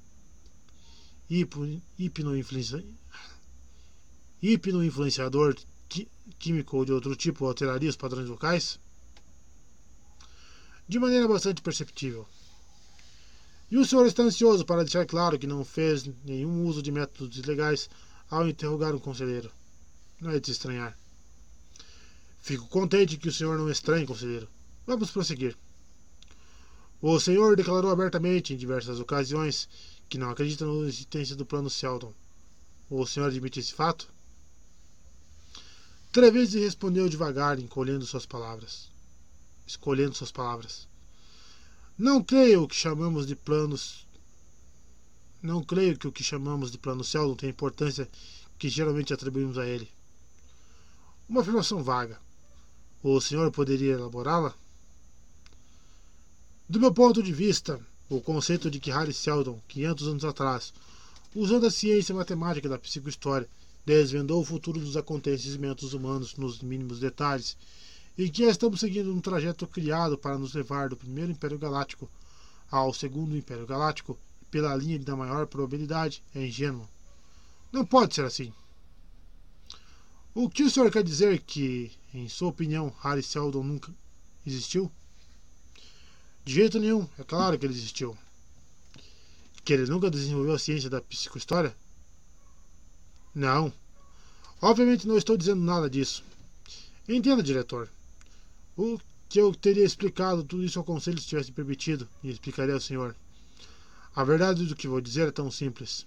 hipnoinfluenciador químico ou de outro tipo alteraria os padrões vocais? De maneira bastante perceptível. E o senhor está ansioso para deixar claro que não fez nenhum uso de métodos ilegais ao interrogar um conselheiro. Não é de se estranhar. Fico contente que o senhor não estranhe, conselheiro. Vamos prosseguir. O senhor declarou abertamente, em diversas ocasiões, que não acredita na existência do plano Sheldon. O senhor admite esse fato? Trevize respondeu devagar, escolhendo suas palavras. Não creio que o que chamamos de plano Sheldon tenha a importância que geralmente atribuímos a ele. Uma afirmação vaga. O senhor poderia elaborá-la? Do meu ponto de vista, o conceito de que Harry Sheldon, 500 anos atrás, usando a ciência matemática da psicohistória, desvendou o futuro dos acontecimentos humanos nos mínimos detalhes, e que estamos seguindo um trajeto criado para nos levar do primeiro Império Galáctico ao segundo Império Galáctico pela linha da maior probabilidade, é ingênuo. Não pode ser assim. O que o senhor quer dizer que, em sua opinião, Harry Sheldon nunca existiu? De jeito nenhum, é claro que ele existiu. Que ele nunca desenvolveu a ciência da psicohistória? Não. Obviamente não estou dizendo nada disso. Entenda, diretor. O que eu teria explicado tudo isso ao conselho se tivesse permitido, e explicaria ao senhor. A verdade do que vou dizer é tão simples.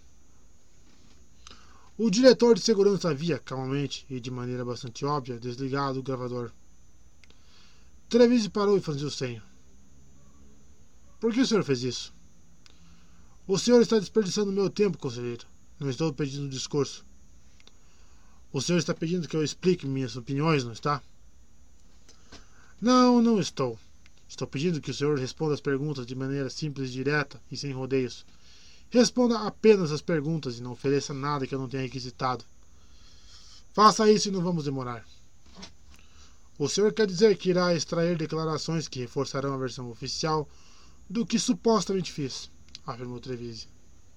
O diretor de segurança havia, calmamente e de maneira bastante óbvia, desligado o gravador. Trevize parou e franziu o senho. Por que o senhor fez isso? O senhor está desperdiçando meu tempo, conselheiro. Não estou pedindo um discurso. O senhor está pedindo que eu explique minhas opiniões, não está? Não, não estou. Estou pedindo que o senhor responda as perguntas de maneira simples, direta e sem rodeios. Responda apenas as perguntas e não ofereça nada que eu não tenha requisitado. Faça isso e não vamos demorar. O senhor quer dizer que irá extrair declarações que reforçarão a versão oficial do que supostamente fiz, afirmou Trevize.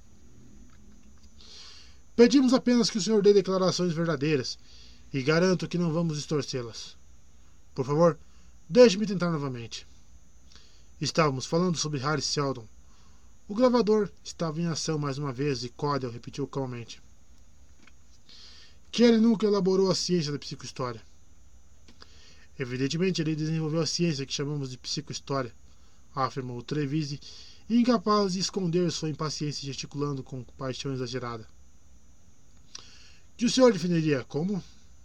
Pedimos apenas que o senhor dê declarações verdadeiras e garanto que não vamos distorcê-las. Por favor, deixe-me tentar novamente. Estávamos falando sobre Harry Sheldon. O gravador estava em ação mais uma vez e Cordell repetiu calmamente. Que ele nunca elaborou a ciência da psicohistória. Evidentemente, ele desenvolveu a ciência que chamamos de psicohistória, afirmou Trevize, incapaz de esconder sua impaciência gesticulando com paixão exagerada. Que o senhor definiria como?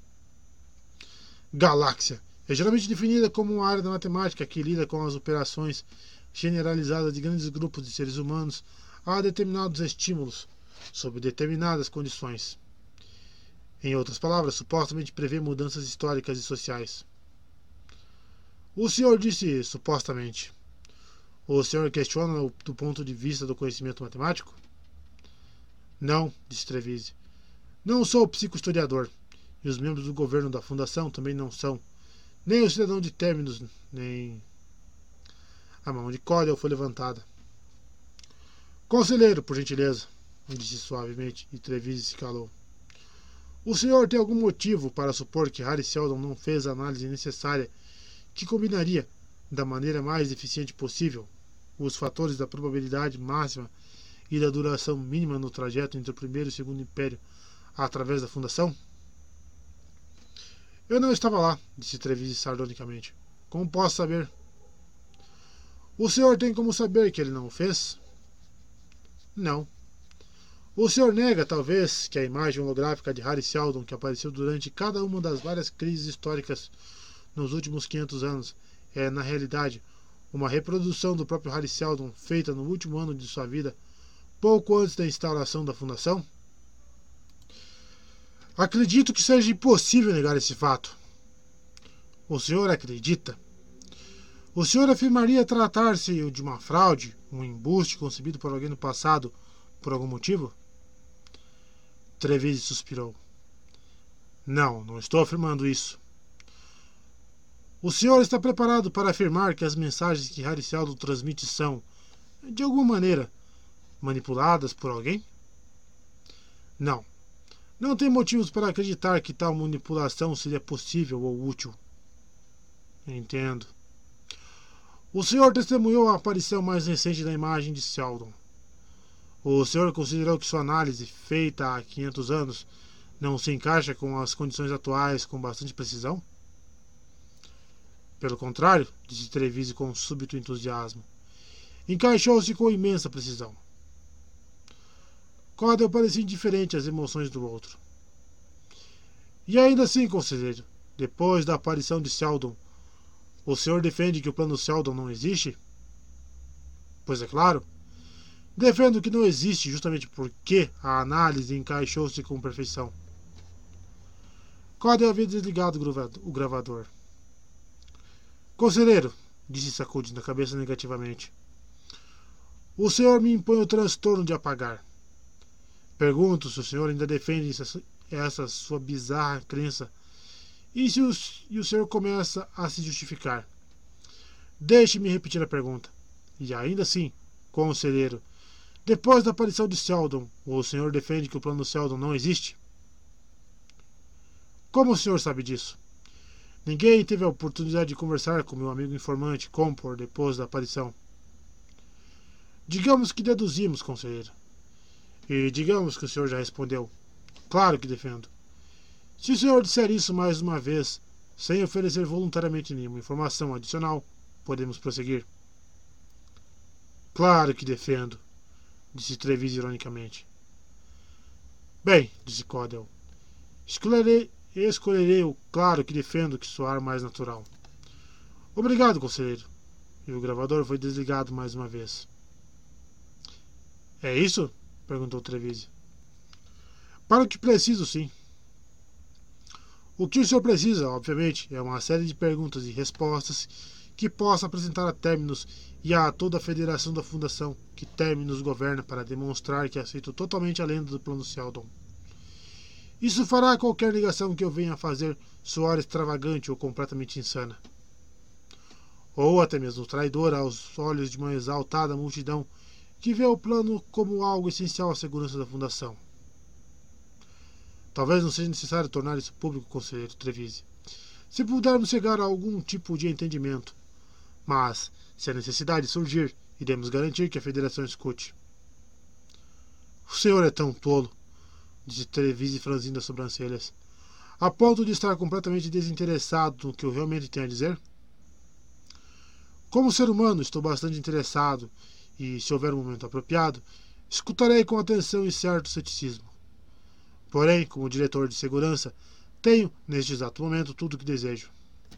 Galáxia é geralmente definida como uma área da matemática que lida com as operações generalizadas de grandes grupos de seres humanos a determinados estímulos, sob determinadas condições. Em outras palavras, supostamente prevê mudanças históricas e sociais. O senhor disse supostamente. O senhor questiona do ponto de vista do conhecimento matemático? Não, disse Trevize. Não sou psicohistoriador, e os membros do governo da fundação também não são, nem o cidadão de Terminus, nem... A mão de Cordell foi levantada. Conselheiro, por gentileza. disse suavemente, e Trevize se calou. O senhor tem algum motivo para supor que Harry Seldon não fez a análise necessária que combinaria, da maneira mais eficiente possível, os fatores da probabilidade máxima e da duração mínima no trajeto entre o primeiro e o segundo império através da fundação? Eu não estava lá, disse Trevize sardonicamente. Como posso saber? O senhor tem como saber que ele não o fez? Não. O senhor nega, talvez, que a imagem holográfica de Harry Seldon, que apareceu durante cada uma das várias crises históricas nos últimos 500 anos, é, na realidade, uma reprodução do próprio Harry Seldon feita no último ano de sua vida, pouco antes da instauração da fundação? Acredito que seja impossível negar esse fato. O senhor acredita? O senhor afirmaria tratar-se de uma fraude, um embuste concebido por alguém no passado, por algum motivo? Trevize suspirou. Não estou afirmando isso. O senhor está preparado para afirmar que as mensagens que Harry Seldon transmite são, de alguma maneira, manipuladas por alguém? Não. Não tem motivos para acreditar que tal manipulação seria possível ou útil. Entendo. O senhor testemunhou a aparição mais recente da imagem de Seldon. O senhor considerou que sua análise, feita há 500 anos, não se encaixa com as condições atuais com bastante precisão? Pelo contrário, disse Trevize com súbito entusiasmo, encaixou-se com imensa precisão. Cordell parecia indiferente às emoções do outro. E ainda assim, conselheiro, depois da aparição de Seldon, o senhor defende que o plano Seldon não existe? Pois é claro. Defendo que não existe justamente porque a análise encaixou-se com perfeição. Cordell havia desligado o gravador. Conselheiro, disse sacudindo a cabeça negativamente, o senhor me impõe o transtorno de apagar. Pergunto se o senhor ainda defende essa sua bizarra crença e o senhor começa a se justificar. Deixe-me repetir a pergunta. E ainda assim, conselheiro, depois da aparição de Seldon, o senhor defende que o plano Seldon não existe? Como o senhor sabe disso? Ninguém teve a oportunidade de conversar com meu amigo informante, Compor, depois da aparição. Digamos que deduzimos, conselheiro. E digamos que o senhor já respondeu. Claro que defendo. Se o senhor disser isso mais uma vez, sem oferecer voluntariamente nenhuma informação adicional, podemos prosseguir. Claro que defendo, disse Trevize ironicamente. Bem, disse Cordell, escolherei o claro que defendo que soar mais natural. Obrigado, conselheiro. E o gravador foi desligado mais uma vez. É isso? Perguntou Trevize. Para o que preciso, sim. O que o senhor precisa, obviamente, é uma série de perguntas e respostas que possa apresentar a Terminus e a toda a federação da Fundação que Terminus governa para demonstrar que aceito totalmente a lenda do plano Seldon. Isso fará qualquer negação que eu venha a fazer soar extravagante ou completamente insana. Ou até mesmo traidora aos olhos de uma exaltada multidão que vê o plano como algo essencial à segurança da Fundação. Talvez não seja necessário tornar isso público, conselheiro Trevize, se pudermos chegar a algum tipo de entendimento. Mas, se a necessidade surgir, iremos garantir que a Federação escute. O senhor é tão tolo, disse Trevize franzindo as sobrancelhas, a ponto de estar completamente desinteressado no que eu realmente tenho a dizer? Como ser humano, estou bastante interessado e, se houver um momento apropriado, escutarei com atenção e certo ceticismo. Porém, como diretor de segurança, tenho, neste exato momento, tudo o que desejo.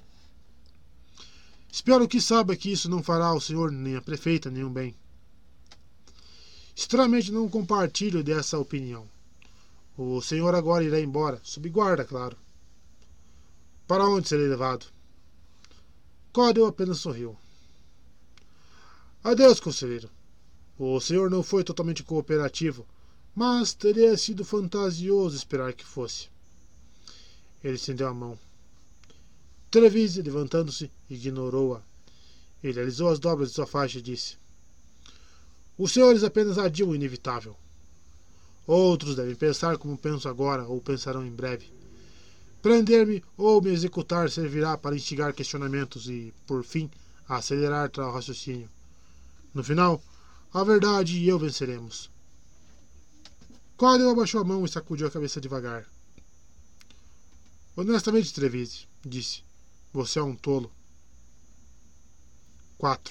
Espero que saiba que isso não fará ao senhor nem à prefeita nenhum bem. Estranhamente não compartilho dessa opinião. O senhor agora irá embora, sob guarda, claro. Para onde serei levado? Cordell apenas sorriu. Adeus, conselheiro. O senhor não foi totalmente cooperativo, mas teria sido fantasioso esperar que fosse. Ele estendeu a mão. Trevize, levantando-se, ignorou-a. Ele alisou as dobras de sua faixa e disse: Os senhores apenas adiam o inevitável. Outros devem pensar como penso agora ou pensarão em breve. Prender-me ou me executar servirá para instigar questionamentos e, por fim, acelerar tal raciocínio. No final, a verdade e eu venceremos. Córdel abaixou a mão e sacudiu a cabeça devagar. Honestamente, Trevise, disse, você é um tolo. 4.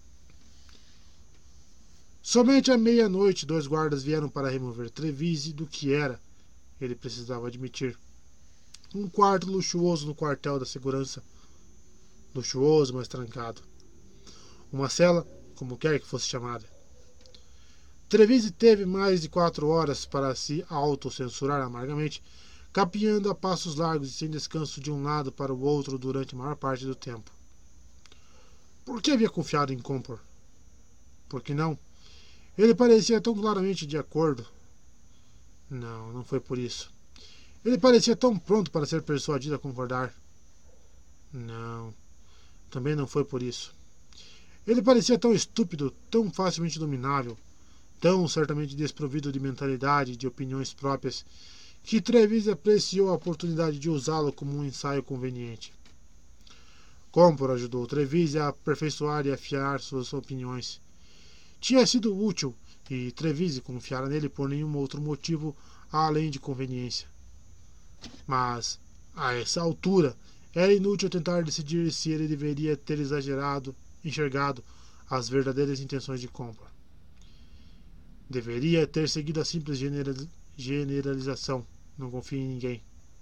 Somente à meia-noite 2 guardas vieram para remover Trevise do que era, ele precisava admitir, um quarto luxuoso no quartel da segurança. Luxuoso, mas trancado. Uma cela, como quer que fosse chamada. Trevise teve mais de 4 horas para se autocensurar amargamente, caminhando a passos largos e sem descanso de um lado para o outro durante a maior parte do tempo. Por que havia confiado em Compor? Por que não? Ele parecia tão claramente de acordo. Não, não foi por isso. Ele parecia tão pronto para ser persuadido a concordar. Não, também não foi por isso. Ele parecia tão estúpido, tão facilmente dominável, tão certamente desprovido de mentalidade e de opiniões próprias, que Trevise apreciou a oportunidade de usá-lo como um ensaio conveniente. Compor ajudou Trevise a aperfeiçoar e afiar suas opiniões. Tinha sido útil e Trevise confiara nele por nenhum outro motivo além de conveniência. Mas, a essa altura, era inútil tentar decidir se ele deveria ter enxergado as verdadeiras intenções de Compor. Deveria ter seguido a simples generalização. Não confie em ninguém.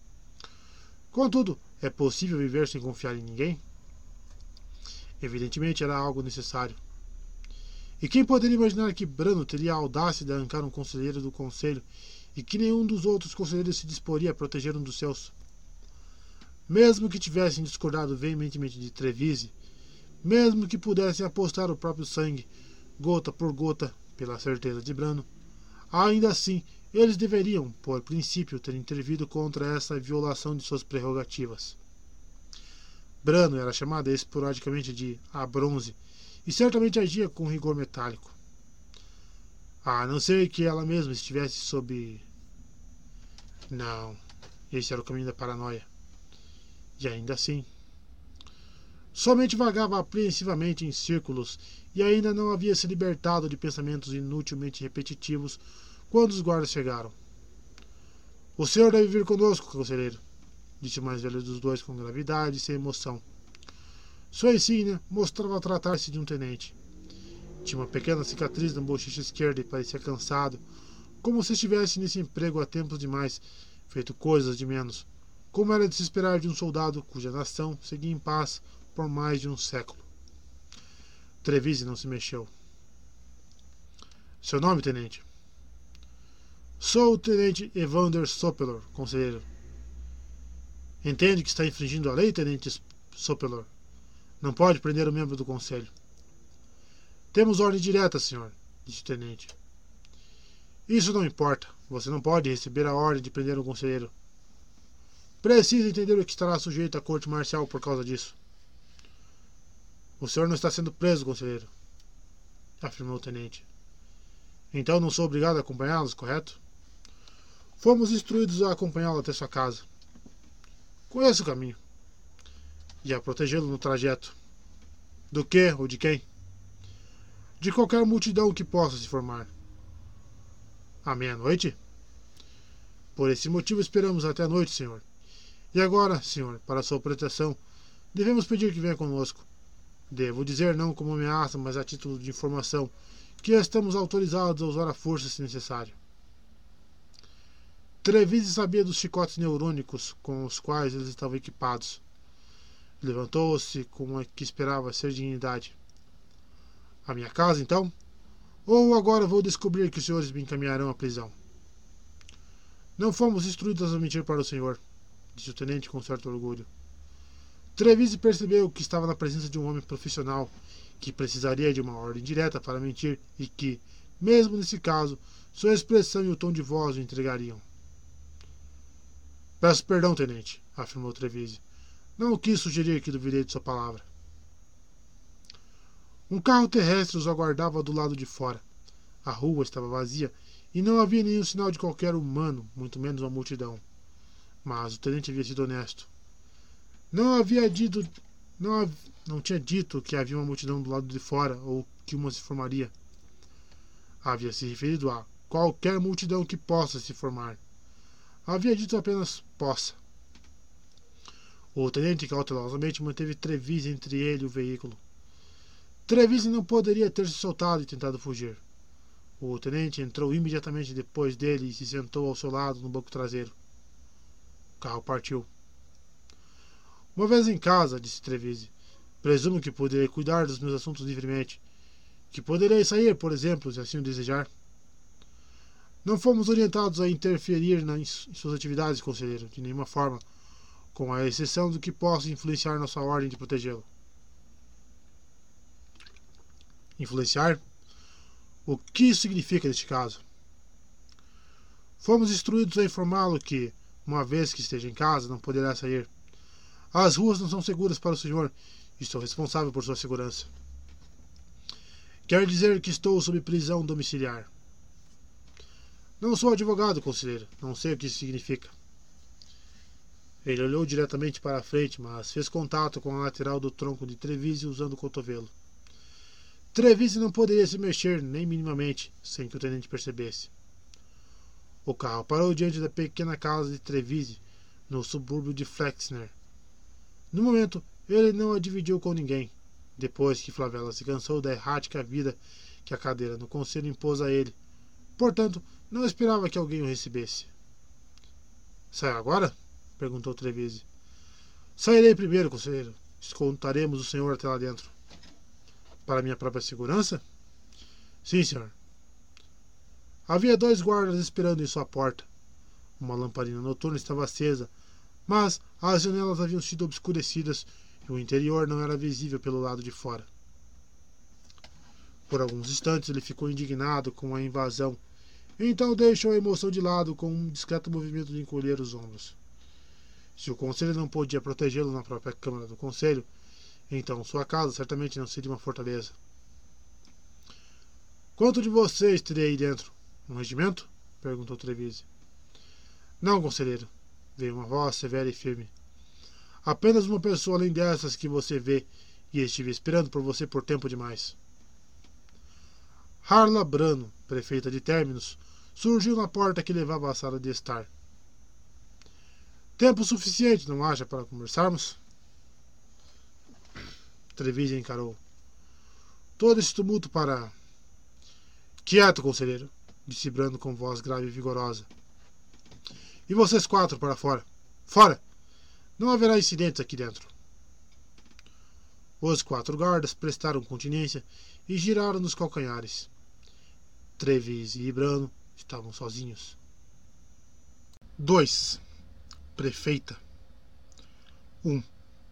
Contudo, é possível viver sem confiar em ninguém? Evidentemente era algo necessário. E quem poderia imaginar que Brano teria a audácia de arrancar um conselheiro do conselho e que nenhum dos outros conselheiros se disporia a proteger um dos seus? Mesmo que tivessem discordado veementemente de Trevise, mesmo que pudessem apostar o próprio sangue, gota por gota, pela certeza de Brano, ainda assim eles deveriam, por princípio, ter intervido contra essa violação de suas prerrogativas. Brano era chamada esporadicamente de A Bronze e certamente agia com rigor metálico. A não ser que ela mesma estivesse sob... Não, esse era o caminho da paranoia. E ainda assim... Somente vagava apreensivamente em círculos e ainda não havia se libertado de pensamentos inutilmente repetitivos quando os guardas chegaram. O senhor deve vir conosco, conselheiro, disse o mais velho dos dois com gravidade e sem emoção. Sua insígnia mostrava tratar-se de um tenente. Tinha uma pequena cicatriz na bochecha esquerda e parecia cansado, como se estivesse nesse emprego há tempos demais, feito coisas de menos, como era de se esperar de um soldado cuja nação seguia em paz por mais de um século. Trevise não se mexeu. Seu nome, tenente? Sou o tenente Evander Sopelor, conselheiro. Entende que está infringindo a lei, tenente Sopelor? Não pode prender um membro do conselho. Temos ordem direta, senhor, disse o tenente. Isso não importa. Você não pode receber a ordem de prender um conselheiro. Precisa entender o que estará sujeito à corte marcial por causa disso. O senhor não está sendo preso, conselheiro, afirmou o tenente. Então não sou obrigado a acompanhá-los, correto? Fomos instruídos a acompanhá-lo até sua casa. Conheço o caminho. E a protegê-lo no trajeto. Do que ou de quem? De qualquer multidão que possa se formar. À meia-noite? Por esse motivo esperamos até a noite, senhor. E agora, senhor, para sua proteção, devemos pedir que venha conosco. Devo dizer não como ameaça, mas a título de informação, que estamos autorizados a usar a força se necessário. Trevise sabia dos chicotes neurônicos com os quais eles estavam equipados. Levantou-se com a que esperava ser dignidade. A minha casa, então? Ou agora vou descobrir que os senhores me encaminharão à prisão? Não fomos instruídos a mentir para o senhor, disse o tenente com certo orgulho. Trevise percebeu que estava na presença de um homem profissional, que precisaria de uma ordem direta para mentir e que, mesmo nesse caso, sua expressão e o tom de voz o entregariam. Peço perdão, tenente, afirmou Trevise. Não quis sugerir que duvidei de sua palavra. Um carro terrestre os aguardava do lado de fora. A rua estava vazia e não havia nenhum sinal de qualquer humano, muito menos uma multidão. Mas o tenente havia sido honesto. Não tinha dito que havia uma multidão do lado de fora ou que uma se formaria. Havia se referido a qualquer multidão que possa se formar. Havia dito apenas possa. O tenente cautelosamente manteve Trevize entre ele e o veículo. Trevize não poderia ter se soltado e tentado fugir. O tenente entrou imediatamente depois dele e se sentou ao seu lado no banco traseiro. O carro partiu. Uma vez em casa, disse Trevize, presumo que poderei cuidar dos meus assuntos livremente. Que poderei sair, por exemplo, se assim o desejar. Não fomos orientados a interferir em suas atividades, conselheiro, de nenhuma forma, com a exceção do que possa influenciar nossa ordem de protegê-lo. Influenciar? O que isso significa neste caso? Fomos instruídos a informá-lo que, uma vez que esteja em casa, não poderá sair. As ruas não são seguras para o senhor e estou responsável por sua segurança. Quer dizer que estou sob prisão domiciliar. Não sou advogado, conselheiro. Não sei o que isso significa. Ele olhou diretamente para a frente, mas fez contato com a lateral do tronco de Trevize usando o cotovelo. Trevize não poderia se mexer nem minimamente, sem que o tenente percebesse. O carro parou diante da pequena casa de Trevize, no subúrbio de Flexner. No momento, ele não a dividiu com ninguém, depois que Flavella se cansou da errática vida que a cadeira no conselho impôs a ele. Portanto, não esperava que alguém o recebesse. Sai agora? Perguntou Trevize. Sairei primeiro, conselheiro. Escoltaremos o senhor até lá dentro. Para minha própria segurança? Sim, senhor. Havia 2 guardas esperando em sua porta. Uma lamparina noturna estava acesa, mas as janelas haviam sido obscurecidas e o interior não era visível pelo lado de fora. Por alguns instantes ele ficou indignado com a invasão, então deixou a emoção de lado com um discreto movimento de encolher os ombros. Se o conselho não podia protegê-lo na própria câmara do conselho, então sua casa certamente não seria uma fortaleza. Quanto de vocês teria aí dentro? Um regimento? Perguntou Trevize. Não, conselheiro, veio uma voz severa e firme. Apenas uma pessoa além dessas que você vê, e estive esperando por você por tempo demais. Harla Brano, prefeita de Terminus, surgiu na porta que levava à sala de estar. Tempo suficiente, não acha, para conversarmos? Trevize encarou. Todo esse tumulto para... Quieto, conselheiro, disse Brano com voz grave e vigorosa. E vocês 4 para fora. Fora! Não haverá incidentes aqui dentro. Os 4 guardas prestaram continência e giraram nos calcanhares. Trevize e Brano estavam sozinhos. 2. Prefeita. 1.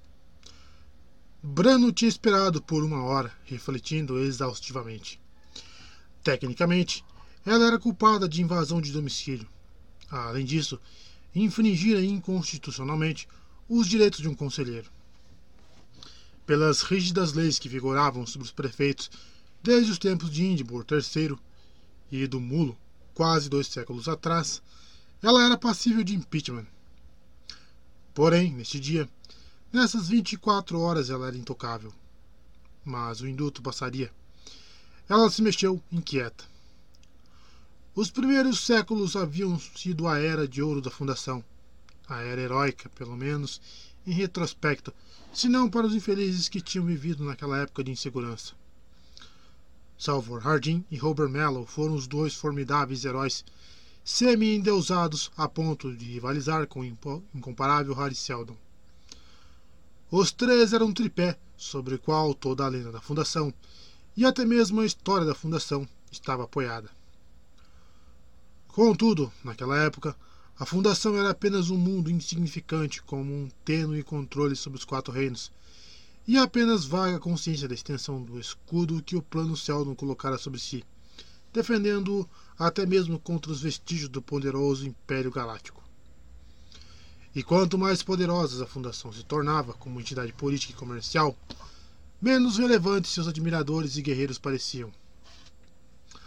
Brano tinha esperado por 1 hora, refletindo exaustivamente. Tecnicamente, ela era culpada de invasão de domicílio. Além disso, infringira inconstitucionalmente os direitos de um conselheiro. Pelas rígidas leis que vigoravam sobre os prefeitos desde os tempos de Indibor III e do Mulo, quase 2 séculos atrás, ela era passível de impeachment. Porém, neste dia, nessas 24 horas ela era intocável. Mas o indulto passaria. Ela se mexeu inquieta. Os primeiros séculos haviam sido a era de ouro da fundação. A era heróica, pelo menos, em retrospecto, se não para os infelizes que tinham vivido naquela época de insegurança. Salvor Hardin e Robert Mello foram os 2 formidáveis heróis semi-endeusados a ponto de rivalizar com o incomparável Harry Seldon. Os 3 eram um tripé sobre o qual toda a lenda da fundação e até mesmo a história da fundação estava apoiada. Contudo, naquela época, a fundação era apenas um mundo insignificante como um tênue controle sobre os 4 reinos, e apenas vaga consciência da extensão do escudo que o plano Seldon colocara sobre si, defendendo-o até mesmo contra os vestígios do poderoso Império Galáctico. E quanto mais poderosa a fundação se tornava como entidade política e comercial, menos relevantes seus admiradores e guerreiros pareciam.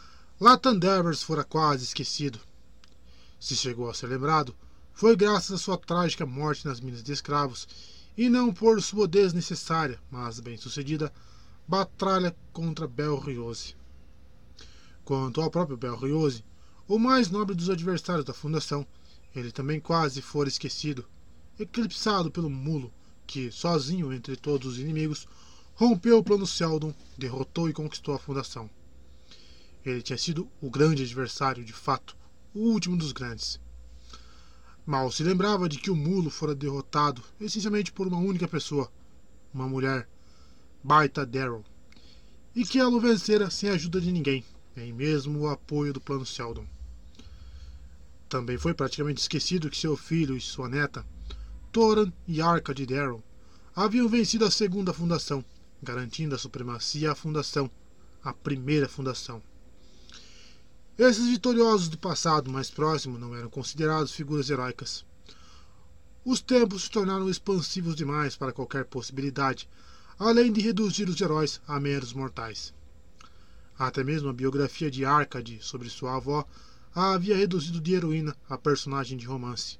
Latam Devers fora quase esquecido. Se chegou a ser lembrado, foi graças à sua trágica morte nas minas de escravos e não por sua desnecessária, mas bem-sucedida, batalha contra Bel-Rose. Quanto ao próprio Bel-Rose, o mais nobre dos adversários da fundação, ele também quase fora esquecido, eclipsado pelo mulo que, sozinho entre todos os inimigos, rompeu o plano Seldon, derrotou e conquistou a fundação. Ele tinha sido o grande adversário, de fato, o último dos grandes. Mal se lembrava de que o mulo fora derrotado essencialmente por uma única pessoa, uma mulher, Baita Darrow, e que ela o vencera sem a ajuda de ninguém, nem mesmo o apoio do plano Seldon. Também foi praticamente esquecido que seu filho e sua neta, Thoran e Arcade Darrow, haviam vencido a segunda fundação, garantindo a supremacia à fundação, a primeira fundação. Esses vitoriosos do passado mais próximo não eram considerados figuras heróicas. Os tempos se tornaram expansivos demais para qualquer possibilidade, além de reduzir os heróis a meros mortais. Até mesmo a biografia de Arcade sobre sua avó a havia reduzido de heroína a personagem de romance.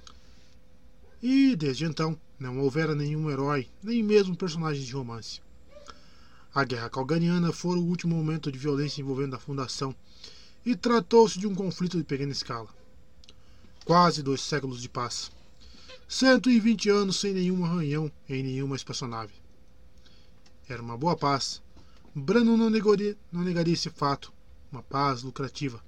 E, desde então, não houvera nenhum herói, nem mesmo personagem de romance. A Guerra Calganiana fora o último momento de violência envolvendo a fundação, e tratou-se de um conflito de pequena escala. Quase 2 séculos de paz. 120 anos sem nenhum arranhão em nenhuma espaçonave. Era uma boa paz. Brano não negaria esse fato. Uma paz lucrativa.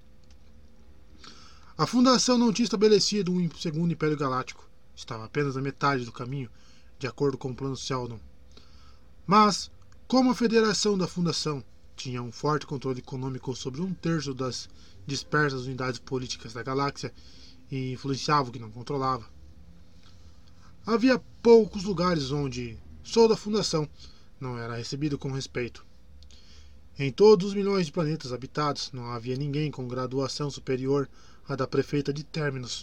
A fundação não tinha estabelecido um segundo Império Galáctico. Estava apenas na metade do caminho, de acordo com o plano Seldon. Mas, como a Federação da Fundação tinha um forte controle econômico sobre 1/3 das dispersas unidades políticas da galáxia e influenciava o que não controlava, havia poucos lugares onde, sou da Fundação, não era recebido com respeito. Em todos os milhões de planetas habitados, não havia ninguém com graduação superior à da prefeita de Terminus.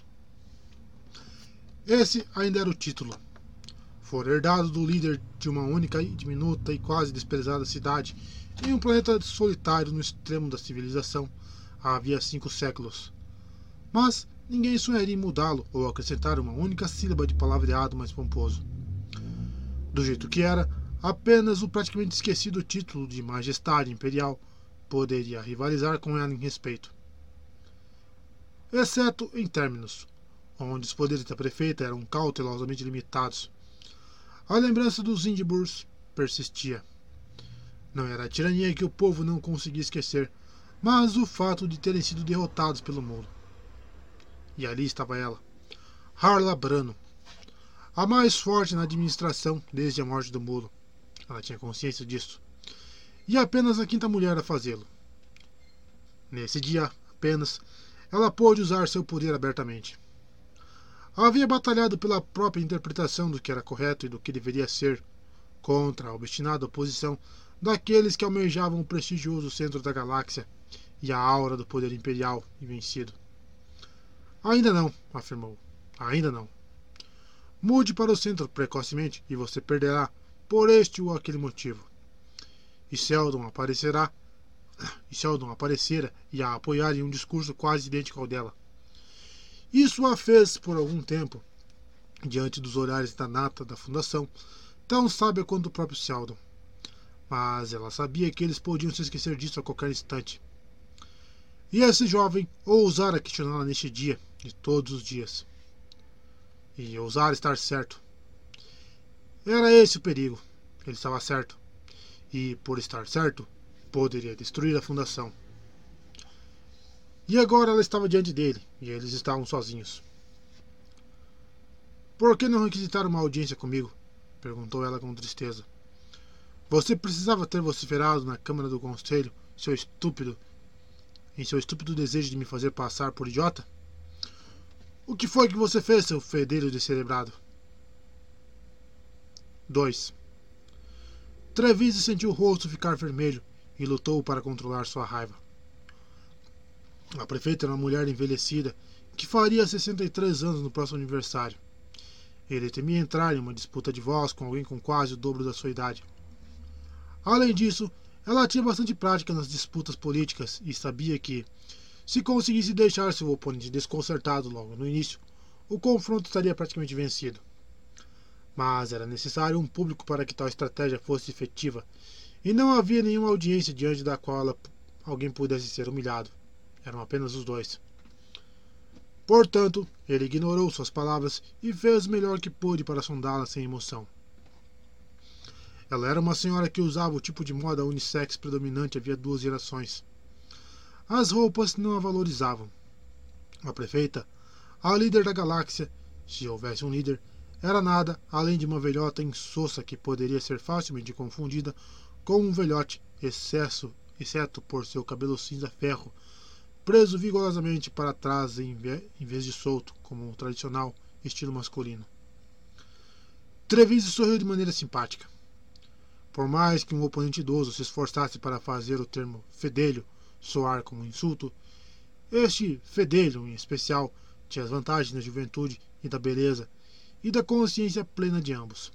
Esse ainda era o título. Fora herdado do líder de uma única e diminuta e quase desprezada cidade em um planeta solitário no extremo da civilização havia 5 séculos. Mas ninguém sonharia em mudá-lo ou acrescentar uma única sílaba de palavreado mais pomposo. Do jeito que era, apenas o praticamente esquecido título de Majestade Imperial poderia rivalizar com ela em respeito. Exceto em Terminus, onde os poderes da prefeita eram cautelosamente limitados. A lembrança dos Indiburs persistia. Não era a tirania que o povo não conseguia esquecer, mas o fato de terem sido derrotados pelo mulo. E ali estava ela, Harla Brano, a mais forte na administração desde a morte do mulo. Ela tinha consciência disso. E apenas a quinta mulher a fazê-lo. Nesse dia, apenas, ela pôde usar seu poder abertamente. Havia batalhado pela própria interpretação do que era correto e do que deveria ser, contra a obstinada oposição daqueles que almejavam o prestigioso centro da galáxia e a aura do poder imperial e vencido. Ainda não, afirmou. Ainda não. Mude para o centro precocemente e você perderá por este ou aquele motivo. E Seldon aparecera e a apoiar em um discurso quase idêntico ao dela. Isso a fez, por algum tempo, diante dos olhares da nata da fundação, tão sábia quanto o próprio Seldon. Mas ela sabia que eles podiam se esquecer disso a qualquer instante. E esse jovem ousara questioná-la neste dia, de todos os dias. E ousara estar certo. Era esse o perigo. Ele estava certo. E, por estar certo, poderia destruir a fundação. E agora ela estava diante dele, e eles estavam sozinhos. Por que não requisitar uma audiência comigo? Perguntou ela com tristeza. Você precisava ter vociferado na Câmara do Conselho em seu estúpido desejo de me fazer passar por idiota? O que foi que você fez, seu fedelho descerebrado? 2. Trevise sentiu o rosto ficar vermelho e lutou para controlar sua raiva. A prefeita era uma mulher envelhecida que faria 63 anos no próximo aniversário. Ele temia entrar em uma disputa de voz com alguém com quase o dobro da sua idade. Além disso, Ela tinha bastante prática nas disputas políticas e sabia que, se conseguisse deixar seu oponente desconcertado logo no início, o confronto estaria praticamente vencido. Mas era necessário um público para que tal estratégia fosse efetiva, e não havia nenhuma audiência diante da qual alguém pudesse ser humilhado. Eram apenas os dois. Portanto, ele ignorou suas palavras e fez o melhor que pôde para sondá-la sem emoção. Ela era uma senhora que usava o tipo de moda unissex predominante havia 2 gerações. As roupas não a valorizavam. A prefeita, a líder da galáxia, se houvesse um líder, era nada além de uma velhota insossa que poderia ser facilmente confundida com um velhote, exceto por seu cabelo cinza ferro, preso vigorosamente para trás em vez de solto, como o tradicional estilo masculino. Treviso sorriu de maneira simpática. Por mais que um oponente idoso se esforçasse para fazer o termo fedelho soar como um insulto, este fedelho, em especial, tinha as vantagens da juventude e da beleza e da consciência plena de ambos.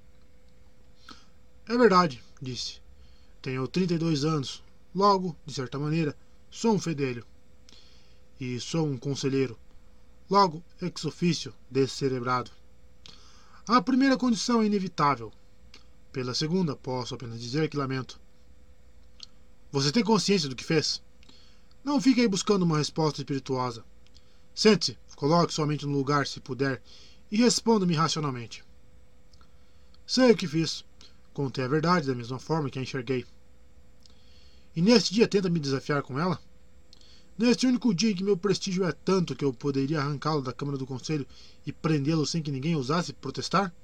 É verdade, disse. Tenho 32 anos. Logo, de certa maneira, sou um fedelho. E sou um conselheiro. Logo, ex officio, descerebrado. A primeira condição é inevitável. Pela segunda, posso apenas dizer que lamento. Você tem consciência do que fez? Não fique aí buscando uma resposta espirituosa. Sente-se, coloque sua mente no lugar, se puder, e responda-me racionalmente. Sei o que fiz. Contei a verdade da mesma forma que a enxerguei. E neste dia tenta me desafiar com ela? Neste único dia em que meu prestígio é tanto que eu poderia arrancá-lo da Câmara do Conselho e prendê-lo sem que ninguém ousasse protestar?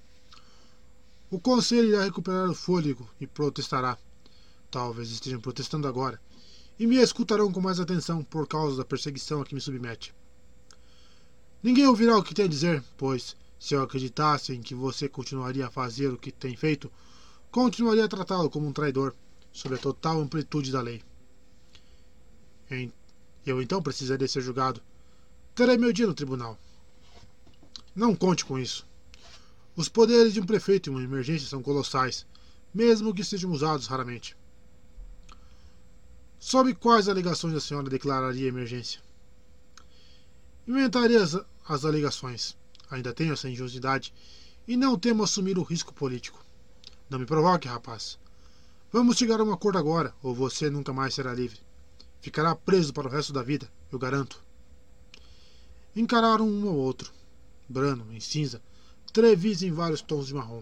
O Conselho irá recuperar o fôlego e protestará. Talvez estejam protestando agora. E me escutarão com mais atenção por causa da perseguição a que me submete. Ninguém ouvirá o que tem a dizer, pois, se eu acreditasse em que você continuaria a fazer o que tem feito, continuaria a tratá-lo como um traidor, sob a total amplitude da lei. Eu então precisaria ser julgado. Terei meu dia no tribunal. Não conte com isso. Os poderes de um prefeito em uma emergência são colossais, mesmo que sejam usados raramente. Sob quais alegações a senhora declararia a emergência? Inventaria as alegações. Ainda tenho essa engenhosidade e não temo assumir o risco político. Não me provoque, rapaz. Vamos chegar a um acordo agora, ou você nunca mais será livre. Ficará preso para o resto da vida, eu garanto. Encararam um ao outro. Brano, em cinza, Trevize em vários tons de marrom.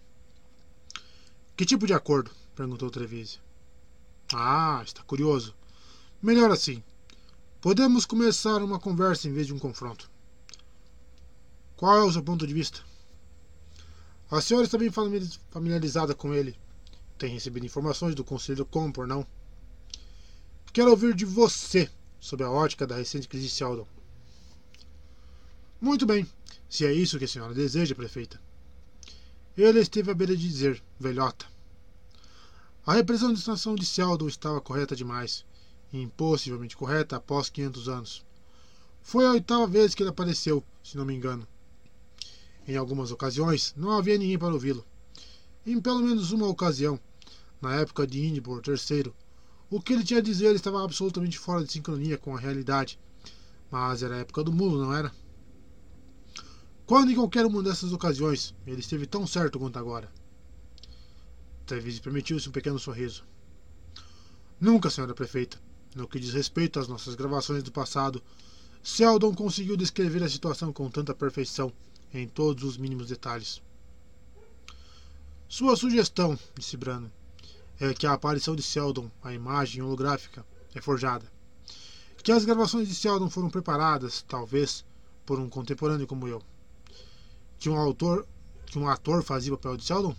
Que tipo de acordo? Perguntou Trevize. Ah, está curioso. Melhor assim. Podemos começar uma conversa em vez de um confronto. Qual é o seu ponto de vista? A senhora está bem familiarizada com ele. Tem recebido informações do conselheiro Compor, não? Quero ouvir de você sob a ótica da recente crise de Seldon. Muito bem, se é isso que a senhora deseja, prefeita. Ele esteve à beira de dizer, velhota. A representação de Seldon estava correta demais, e impossivelmente correta após 500 anos. Foi a 8ª vez que ele apareceu, se não me engano. Em algumas ocasiões, não havia ninguém para ouvi-lo. Em pelo menos uma ocasião, na época de Indibor III, o que ele tinha a dizer estava absolutamente fora de sincronia com a realidade. Mas era a época do mulo, não era? Quando em qualquer uma dessas ocasiões, ele esteve tão certo quanto agora. Trevize permitiu-se um pequeno sorriso. Nunca, senhora prefeita. No que diz respeito às nossas gravações do passado, Seldon conseguiu descrever a situação com tanta perfeição, em todos os mínimos detalhes. Sua sugestão, disse Brano, é que a aparição de Seldon, a imagem holográfica, é forjada. Que as gravações de Seldon foram preparadas, talvez, por um contemporâneo como eu. Que um ator fazia o papel de Seldon?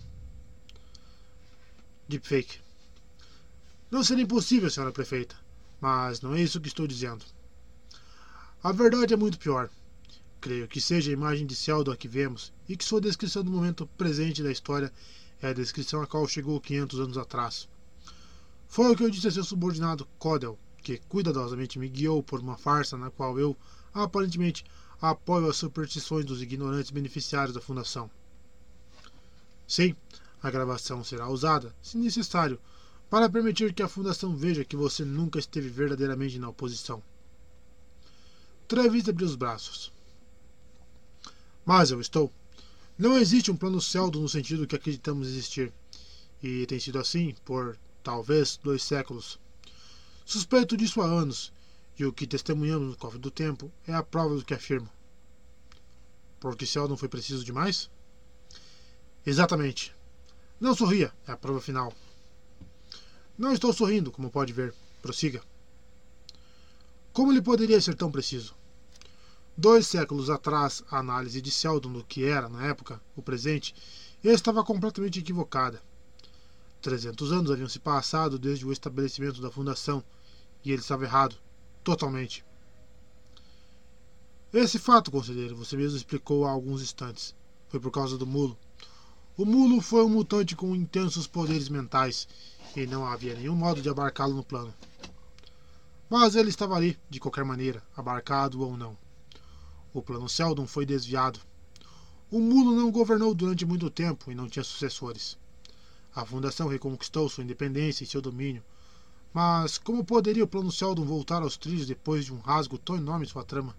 Deepfake. Não seria impossível, senhora prefeita, mas não é isso que estou dizendo. A verdade é muito pior. Creio que seja a imagem de Seldon a que vemos e que sua descrição do momento presente da história é a descrição a qual chegou 500 anos atrás. Foi o que eu disse a seu subordinado Codel, que cuidadosamente me guiou por uma farsa na qual eu, aparentemente, apoio as superstições dos ignorantes beneficiários da Fundação. Sim, a gravação será usada, se necessário, para permitir que a Fundação veja que você nunca esteve verdadeiramente na oposição. Travis abriu os braços. Mas eu estou. Não existe um plano Seldon no sentido que acreditamos existir, e tem sido assim por, talvez, 2 séculos. Suspeito disso há anos, e o que testemunhamos no cofre do tempo é a prova do que afirmo. Porque Seldon foi preciso demais? Exatamente. Não sorria, é a prova final. Não estou sorrindo, como pode ver. Prossiga. Como ele poderia ser tão preciso? 2 séculos atrás, a análise de Seldon do que era, na época, o presente, estava completamente equivocada. 300 anos haviam se passado desde o estabelecimento da Fundação, e ele estava errado. Totalmente. Esse fato, conselheiro, você mesmo explicou há alguns instantes. Foi por causa do mulo. O mulo foi um mutante com intensos poderes mentais, e não havia nenhum modo de abarcá-lo no plano. Mas ele estava ali, de qualquer maneira, abarcado ou não. O plano Seldon foi desviado. O mulo não governou durante muito tempo e não tinha sucessores. A Fundação reconquistou sua independência e seu domínio, mas como poderia o plano Seldon voltar aos trilhos depois de um rasgo tão enorme em sua trama?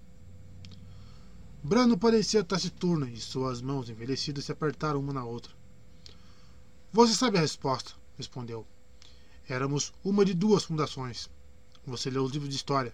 Brano parecia taciturno e suas mãos envelhecidas se apertaram uma na outra. Você sabe a resposta, respondeu. Éramos uma de 2 fundações. Você leu os livros de história.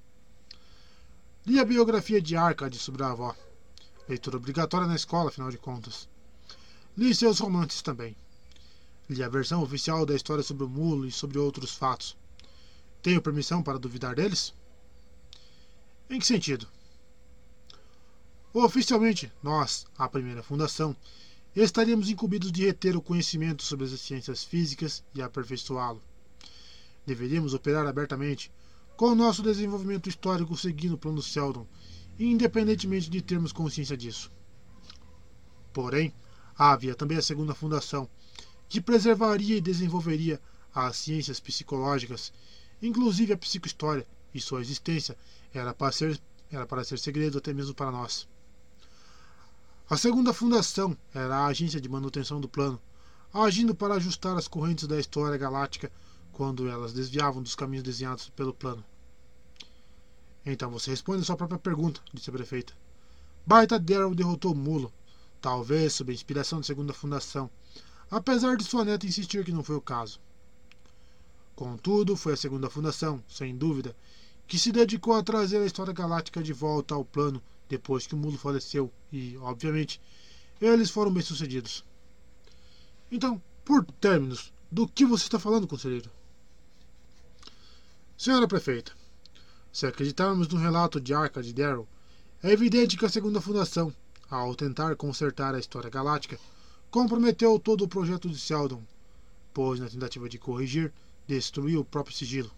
Li a biografia de Arcade sobre a avó. Leitura obrigatória na escola, afinal de contas. Li seus romances também. Li a versão oficial da história sobre o mulo e sobre outros fatos. Tenho permissão para duvidar deles? Em que sentido? Oficialmente, nós, a primeira fundação, estaríamos incumbidos de reter o conhecimento sobre as ciências físicas e aperfeiçoá-lo. Deveríamos operar abertamente, com o nosso desenvolvimento histórico seguindo o plano Seldon, independentemente de termos consciência disso. Porém, havia também a segunda fundação, que preservaria e desenvolveria as ciências psicológicas, inclusive a psicohistória, e sua existência era para ser segredo até mesmo para nós. A segunda fundação era a agência de manutenção do plano, agindo para ajustar as correntes da história galáctica quando elas desviavam dos caminhos desenhados pelo plano. Então você responde a sua própria pergunta, disse a prefeita. Baita Darrow derrotou o mulo, talvez sob a inspiração da segunda fundação, apesar de sua neta insistir que não foi o caso. Contudo, foi a segunda fundação, sem dúvida, que se dedicou a trazer a história galáctica de volta ao plano depois que o mulo faleceu e, obviamente, eles foram bem-sucedidos. Então, por términos, do que você está falando, conselheiro? Senhora prefeita, se acreditarmos no relato de Arcade Darrow, é evidente que a segunda fundação, ao tentar consertar a história galáctica, comprometeu todo o projeto de Seldon, pois, na tentativa de corrigir, destruiu o próprio sigilo.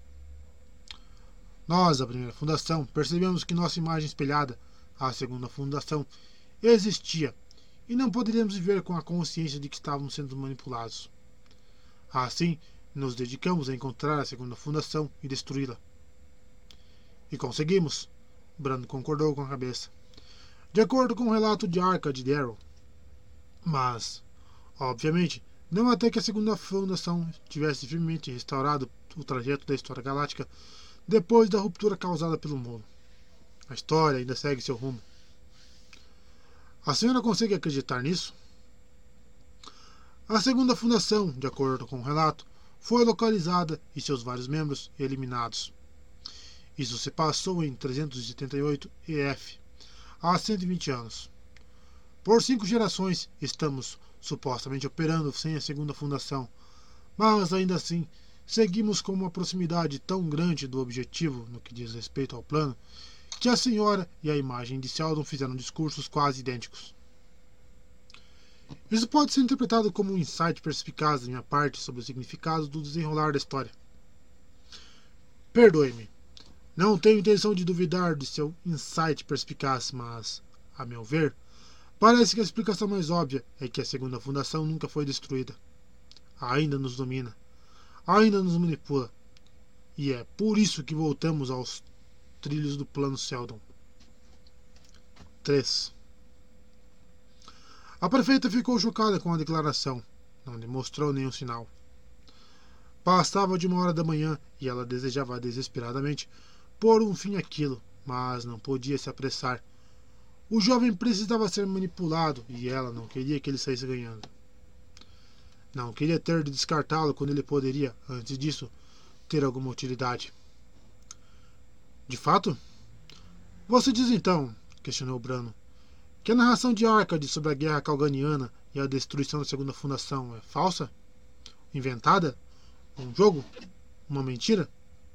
Nós, a primeira fundação, percebemos que nossa imagem espelhada, a segunda fundação, existia, e não poderíamos viver com a consciência de que estávamos sendo manipulados. Assim, nos dedicamos a encontrar a segunda fundação e destruí-la. E conseguimos. Brando concordou com a cabeça. De acordo com o relato de Arcade Darrow. Mas, obviamente, não até que a segunda fundação tivesse firmemente restaurado o trajeto da história galáctica depois da ruptura causada pelo mulo. A história ainda segue seu rumo. A senhora consegue acreditar nisso? A segunda fundação, de acordo com o relato, foi localizada e seus vários membros eliminados. Isso se passou em 378 EF, há 120 anos. Por 5 gerações estamos supostamente operando sem a segunda fundação, mas ainda assim seguimos com uma proximidade tão grande do objetivo no que diz respeito ao plano, que a senhora e a imagem de Seldon fizeram discursos quase idênticos. Isso pode ser interpretado como um insight perspicaz da minha parte sobre o significado do desenrolar da história. Perdoe-me. Não tenho intenção de duvidar de seu insight perspicaz, mas, a meu ver, parece que a explicação mais óbvia é que a segunda fundação nunca foi destruída. Ainda nos domina. Ainda nos manipula. E é por isso que voltamos aos trilhos do plano Seldon. 3. A prefeita ficou chocada com a declaração. Não demonstrou nenhum sinal. Passava de 1 hora da manhã e ela desejava desesperadamente pôr um fim àquilo, mas não podia se apressar. O jovem precisava ser manipulado e ela não queria que ele saísse ganhando. Não queria ter de descartá-lo quando ele poderia, antes disso, ter alguma utilidade. De fato? Você diz então, questionou Brano, que a narração de Arcade sobre a guerra calganiana e a destruição da segunda fundação é falsa? Inventada? Um jogo? Uma mentira?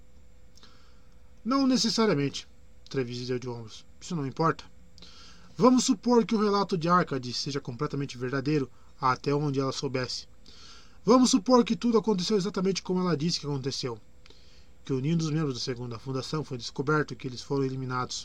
Não necessariamente, Treviso deu de ombros. Isso não importa. Vamos supor que o relato de Arcade seja completamente verdadeiro até onde ela soubesse. Vamos supor que tudo aconteceu exatamente como ela disse que aconteceu. Que nenhum dos membros da segunda fundação foi descoberto e que eles foram eliminados.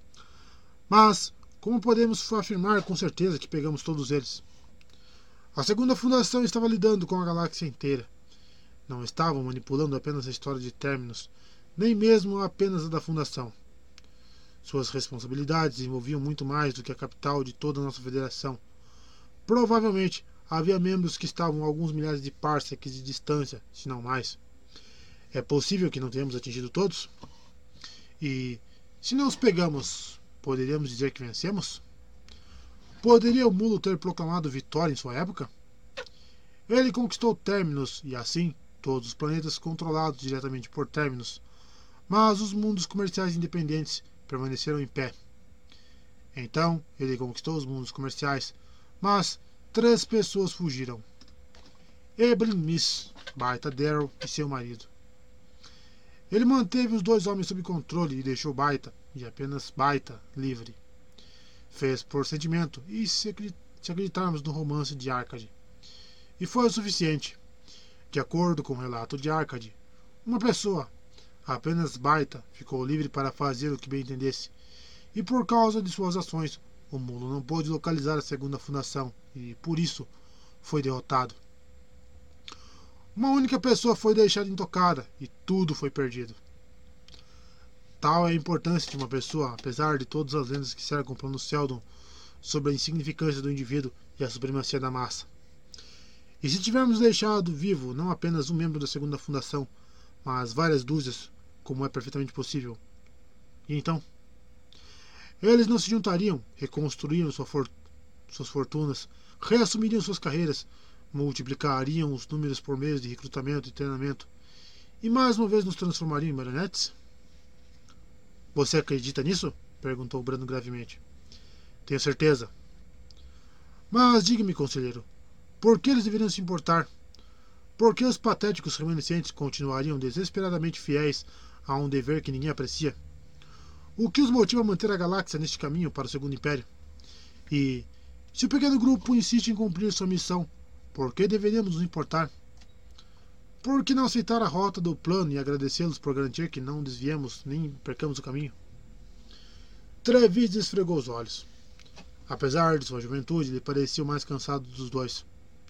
Mas, como podemos afirmar com certeza que pegamos todos eles? A segunda fundação estava lidando com a galáxia inteira. Não estavam manipulando apenas a história de Terminus, nem mesmo apenas a da fundação. Suas responsabilidades envolviam muito mais do que a capital de toda a nossa federação. Provavelmente havia membros que estavam a alguns milhares de parsecs de distância, se não mais. É possível que não tenhamos atingido todos? E, se não os pegamos, poderíamos dizer que vencemos? Poderia o Mulo ter proclamado vitória em sua época? Ele conquistou Terminus e, assim, todos os planetas controlados diretamente por Terminus, mas os mundos comerciais independentes permaneceram em pé. Então, ele conquistou os mundos comerciais, mas 3 pessoas fugiram. Evelyn Miss, Baita Darrow e seu marido. Ele manteve os 2 homens sob controle e deixou Baita, e apenas Baita, livre. Fez por sentimento e se acreditarmos no romance de Arcade. E foi o suficiente. De acordo com o relato de Arcade, uma pessoa, apenas Baita, ficou livre para fazer o que bem entendesse. E por causa de suas ações, o Mulo não pôde localizar a segunda fundação e, por isso, foi derrotado. Uma única pessoa foi deixada intocada e tudo foi perdido. Tal é a importância de uma pessoa, apesar de todas as lendas que cercam o plano Seldon sobre a insignificância do indivíduo e a supremacia da massa. E se tivermos deixado vivo não apenas um membro da segunda fundação, mas várias dúzias, como é perfeitamente possível, e então? Eles não se juntariam, reconstruiriam suas fortunas, reassumiriam suas carreiras, multiplicariam os números por meio de recrutamento e treinamento, e mais uma vez nos transformariam em marionetes? Você acredita nisso? Perguntou Brando gravemente. Tenho certeza. Mas diga-me, conselheiro, por que eles deveriam se importar? Por que os patéticos remanescentes continuariam desesperadamente fiéis a um dever que ninguém aprecia? O que os motiva a manter a galáxia neste caminho para o Segundo Império? E, se o pequeno grupo insiste em cumprir sua missão, por que deveríamos nos importar? Por que não aceitar a rota do plano e agradecê-los por garantir que não desviemos nem percamos o caminho? Treviso esfregou os olhos. Apesar de sua juventude, ele parecia o mais cansado dos 2.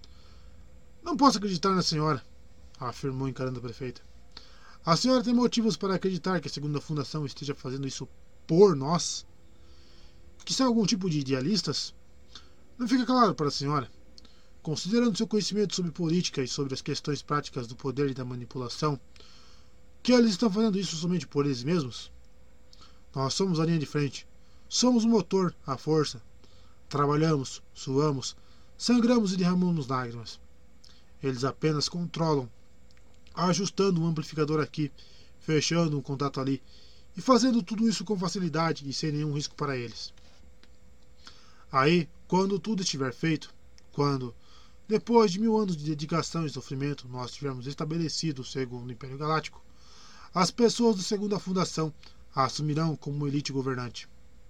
Não posso acreditar na senhora, afirmou encarando a prefeita. A senhora tem motivos para acreditar que a segunda fundação esteja fazendo isso por nós? Que são algum tipo de idealistas? Não fica claro para a senhora? Considerando seu conhecimento sobre política e sobre as questões práticas do poder e da manipulação, que eles estão fazendo isso somente por eles mesmos? Nós somos a linha de frente. Somos o motor, a força. Trabalhamos, suamos, sangramos e derramamos lágrimas. Eles apenas controlam, ajustando um amplificador aqui, fechando um contato ali, e fazendo tudo isso com facilidade e sem nenhum risco para eles. Aí, quando tudo estiver feito, quando, depois de 1000 anos de dedicação e sofrimento, nós tivermos estabelecido o Segundo Império Galáctico, as pessoas da Segunda Fundação a assumirão como elite governante.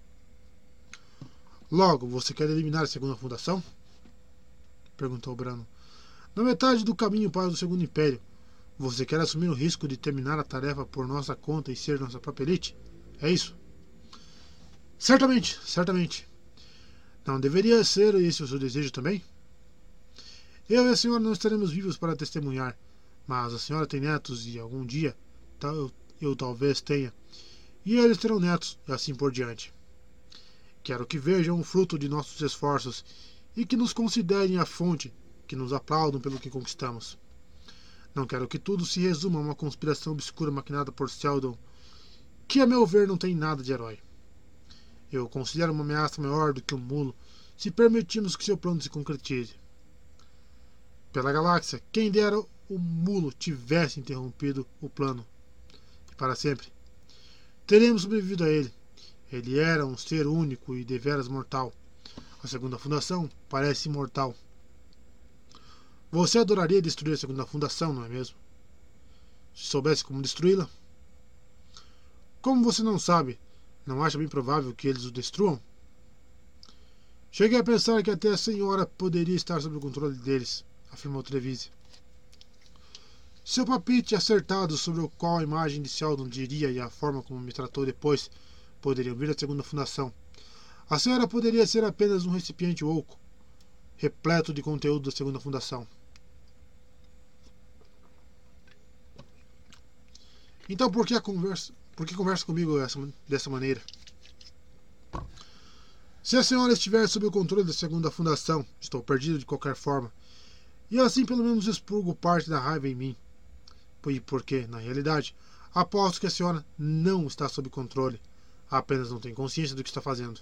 Logo, você quer eliminar a Segunda Fundação? Perguntou Brano. Na metade do caminho para o Segundo Império, você quer assumir o risco de terminar a tarefa por nossa conta e ser nossa própria elite? É isso? Certamente, certamente. Não deveria ser esse o seu desejo também? Eu e a senhora não estaremos vivos para testemunhar, mas a senhora tem netos e algum dia eu talvez tenha, e eles terão netos e assim por diante. Quero que vejam o fruto de nossos esforços e que nos considerem a fonte, que nos aplaudam pelo que conquistamos. Não quero que tudo se resuma a uma conspiração obscura maquinada por Seldon, que a meu ver não tem nada de herói. Eu considero uma ameaça maior do que um mulo se permitirmos que seu plano se concretize. Pela galáxia, quem dera o mulo tivesse interrompido o plano. E para sempre. Teremos sobrevivido a ele. Ele era um ser único e deveras mortal. A segunda fundação parece imortal. Você adoraria destruir a segunda fundação, não é mesmo? Se soubesse como destruí-la? Como você não sabe, não acha bem provável que eles o destruam? Cheguei a pensar que até a senhora poderia estar sob o controle deles, afirmou Trevise. Seu palpite acertado sobre o qual a imagem de Seldon diria e a forma como me tratou depois poderiam vir da segunda fundação. A senhora poderia ser apenas um recipiente oco, repleto de conteúdo da segunda fundação. Então por que conversa comigo dessa maneira? Se a senhora estiver sob o controle da segunda fundação, estou perdido de qualquer forma, e assim pelo menos expurgo parte da raiva em mim. Porque, na realidade, aposto que a senhora não está sob controle, apenas não tem consciência do que está fazendo.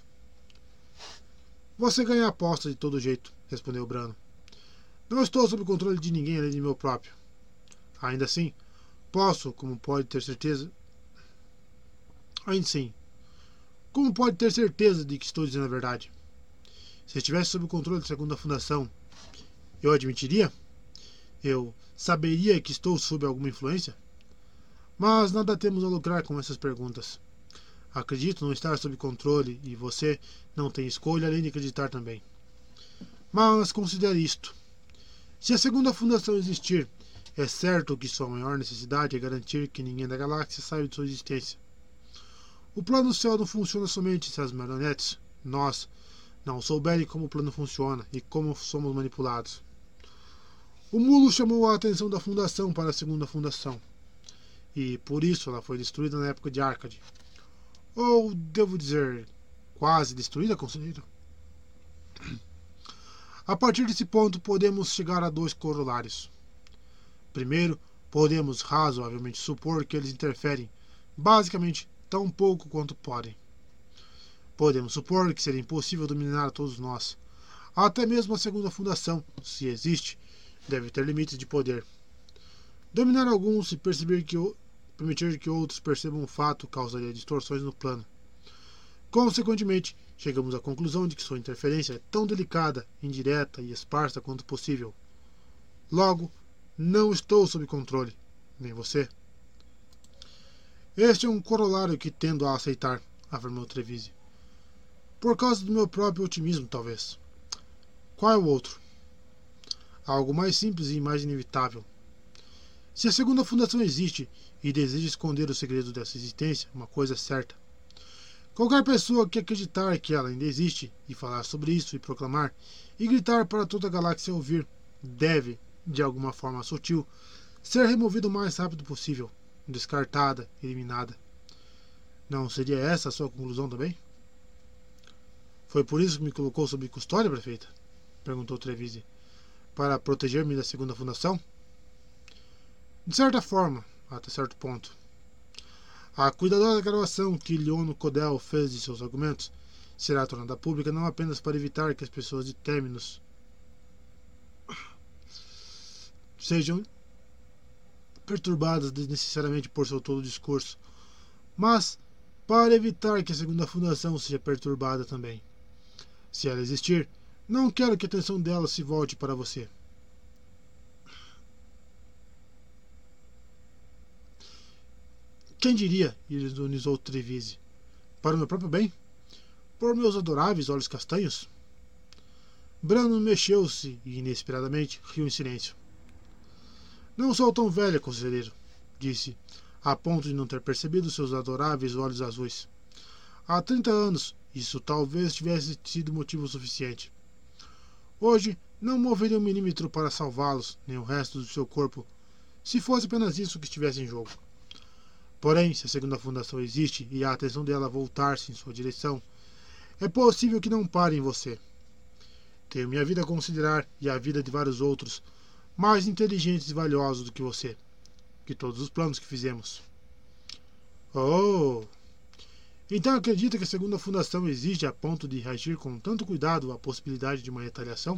Você ganha a aposta de todo jeito, respondeu Brano. Não estou sob controle de ninguém além de meu próprio. Ainda assim, posso, como pode ter certeza de que estou dizendo a verdade? Se estivesse sob o controle da segunda fundação, eu admitiria? Eu saberia que estou sob alguma influência? Mas nada temos a lucrar com essas perguntas. Acredito não estar sob controle e você não tem escolha além de acreditar também. Mas considere isto. Se a segunda fundação existir, é certo que sua maior necessidade é garantir que ninguém da galáxia saiba de sua existência. O plano Seldon funciona somente se as marionetes, nós, não souberem como o plano funciona e como somos manipulados. O mulo chamou a atenção da fundação para a segunda fundação, e por isso ela foi destruída na época de Arcade. Ou, devo dizer, quase destruída, conselheiro? A partir desse ponto, podemos chegar a dois corolários. Primeiro, podemos razoavelmente supor que eles interferem, basicamente, tão pouco quanto podem. Podemos supor que seria impossível dominar a todos nós. Até mesmo a segunda fundação, se existe, deve ter limites de poder. Dominar alguns e permitir que outros percebam o fato causaria distorções no plano. Consequentemente, chegamos à conclusão de que sua interferência é tão delicada, indireta e esparsa quanto possível. Logo, não estou sob controle, nem você. Este é um corolário que tendo a aceitar, afirmou Trevise. Por causa do meu próprio otimismo, talvez. Qual é o outro? Algo mais simples e mais inevitável. Se a segunda fundação existe e deseja esconder o segredo dessa existência, uma coisa é certa. Qualquer pessoa que acreditar que ela ainda existe e falar sobre isso e proclamar e gritar para toda a galáxia ouvir, deve, de alguma forma sutil, ser removida o mais rápido possível, descartada, eliminada. Não seria essa a sua conclusão também? Foi por isso que me colocou sob custódia, prefeita? Perguntou Trevise. Para proteger-me da segunda fundação? De certa forma, até certo ponto. A cuidadosa gravação que Liono Codel fez de seus argumentos será tornada pública não apenas para evitar que as pessoas de términos sejam perturbadas desnecessariamente por seu todo discurso, mas para evitar que a segunda fundação seja perturbada também. Se ela existir, não quero que a atenção dela se volte para você. Quem diria, ironizou Trevise, para o meu próprio bem? Por meus adoráveis olhos castanhos? Brano mexeu-se e, inesperadamente, riu em silêncio. Não sou tão velha, conselheiro, disse, a ponto de não ter percebido seus adoráveis olhos azuis. Há 30 anos, isso talvez tivesse sido motivo suficiente. Hoje, não moveria um milímetro para salvá-los, nem o resto do seu corpo, se fosse apenas isso que estivesse em jogo. Porém, se a segunda fundação existe e a atenção dela voltar-se em sua direção, é possível que não pare em você. Tenho minha vida a considerar e a vida de vários outros, mais inteligentes e valiosos do que você, que todos os planos que fizemos. Oh! Então acredita que a segunda fundação existe a ponto de reagir com tanto cuidado à possibilidade de uma retaliação?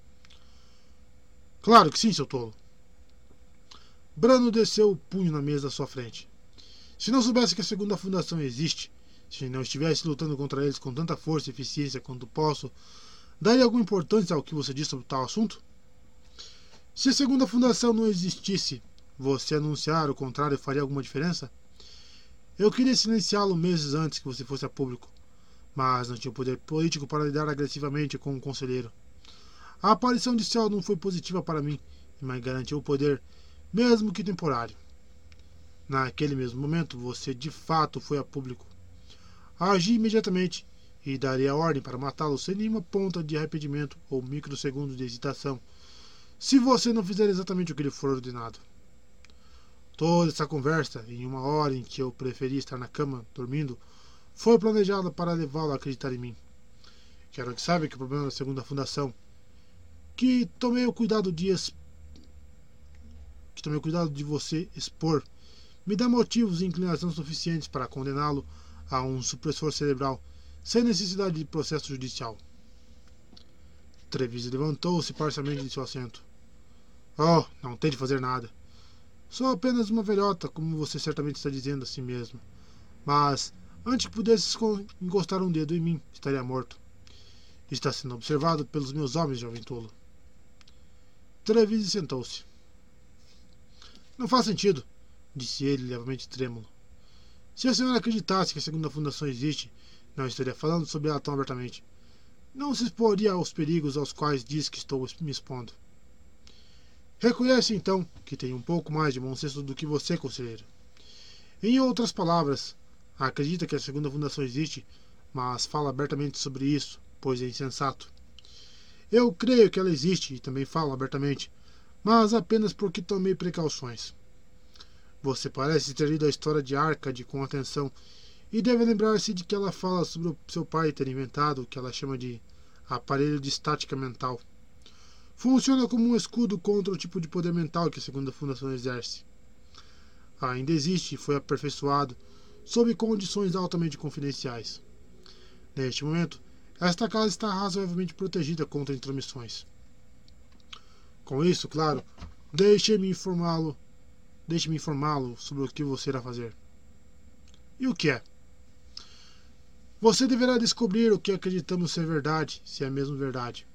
Claro que sim, seu tolo. Brano desceu o punho na mesa à sua frente. Se não soubesse que a segunda fundação existe, se não estivesse lutando contra eles com tanta força e eficiência quanto posso, daria alguma importância ao que você disse sobre tal assunto? Se a segunda fundação não existisse, você anunciar o contrário faria alguma diferença? Eu queria silenciá-lo meses antes que você fosse a público, mas não tinha poder político para lidar agressivamente com um conselheiro. A aparição de Cell não foi positiva para mim, mas garantiu o poder, mesmo que temporário. Naquele mesmo momento, você de fato foi a público. Agi imediatamente e daria a ordem para matá-lo sem nenhuma ponta de arrependimento ou microsegundos de hesitação, se você não fizer exatamente o que lhe for ordenado. Toda essa conversa, em uma hora em que eu preferi estar na cama, dormindo, foi planejada para levá-lo a acreditar em mim. Quero que saiba que o problema da segunda fundação, que tomei o cuidado de você expor, me dá motivos e inclinação suficientes para condená-lo a um supressor cerebral, sem necessidade de processo judicial. Treviso levantou-se parcialmente de seu assento. Oh, não tente fazer nada. Sou apenas uma velhota, como você certamente está dizendo a si mesmo. Mas, antes que pudesse encostar um dedo em mim, estaria morto. Está sendo observado pelos meus homens, jovem tolo. Treviso sentou-se. Não faz sentido, disse ele, levemente trêmulo. Se a senhora acreditasse que a segunda fundação existe, não estaria falando sobre ela tão abertamente. Não se exporia aos perigos aos quais diz que estou me expondo. Reconhece, então, que tem um pouco mais de bom senso do que você, conselheiro. Em outras palavras, acredita que a segunda fundação existe, mas fala abertamente sobre isso, pois é insensato. Eu creio que ela existe e também falo abertamente, mas apenas porque tomei precauções. Você parece ter lido a história de Arcade com atenção e deve lembrar-se de que ela fala sobre o seu pai ter inventado o que ela chama de aparelho de estática mental. Funciona como um escudo contra o tipo de poder mental que a segunda fundação exerce. Ainda existe e foi aperfeiçoado sob condições altamente confidenciais. Neste momento, esta casa está razoavelmente protegida contra intromissões. Com isso, claro, deixe-me informá-lo sobre o que você irá fazer. E o que é? Você deverá descobrir o que acreditamos ser verdade, se é mesmo verdade.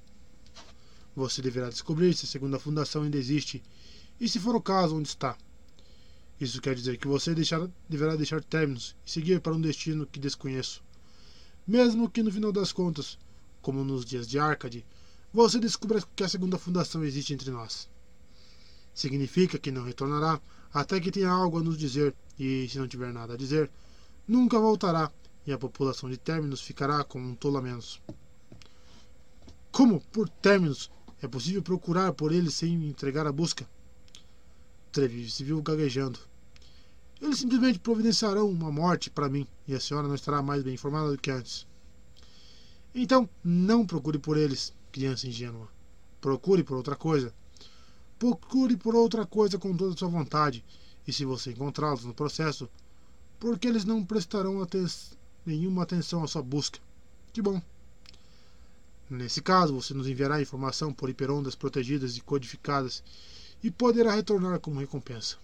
Você deverá descobrir se a segunda fundação ainda existe e, se for o caso, onde está. Isso quer dizer que você deverá deixar Terminus e seguir para um destino que desconheço. Mesmo que no final das contas, como nos dias de Arcade, você descubra que a segunda fundação existe entre nós. Significa que não retornará até que tenha algo a nos dizer e, se não tiver nada a dizer, nunca voltará e a população de Terminus ficará com um tolo a menos. Como, por Terminus, é possível procurar por ele sem entregar a busca? Treviso se viu gaguejando. Eles simplesmente providenciarão uma morte para mim e a senhora não estará mais bem informada do que antes. Então, não procure por eles, criança ingênua. Procure por outra coisa. Procure por outra coisa com toda a sua vontade, e se você encontrá-los no processo, porque eles não prestarão nenhuma atenção à sua busca. Que bom. Nesse caso, você nos enviará informação por hiperondas protegidas e codificadas e poderá retornar como recompensa.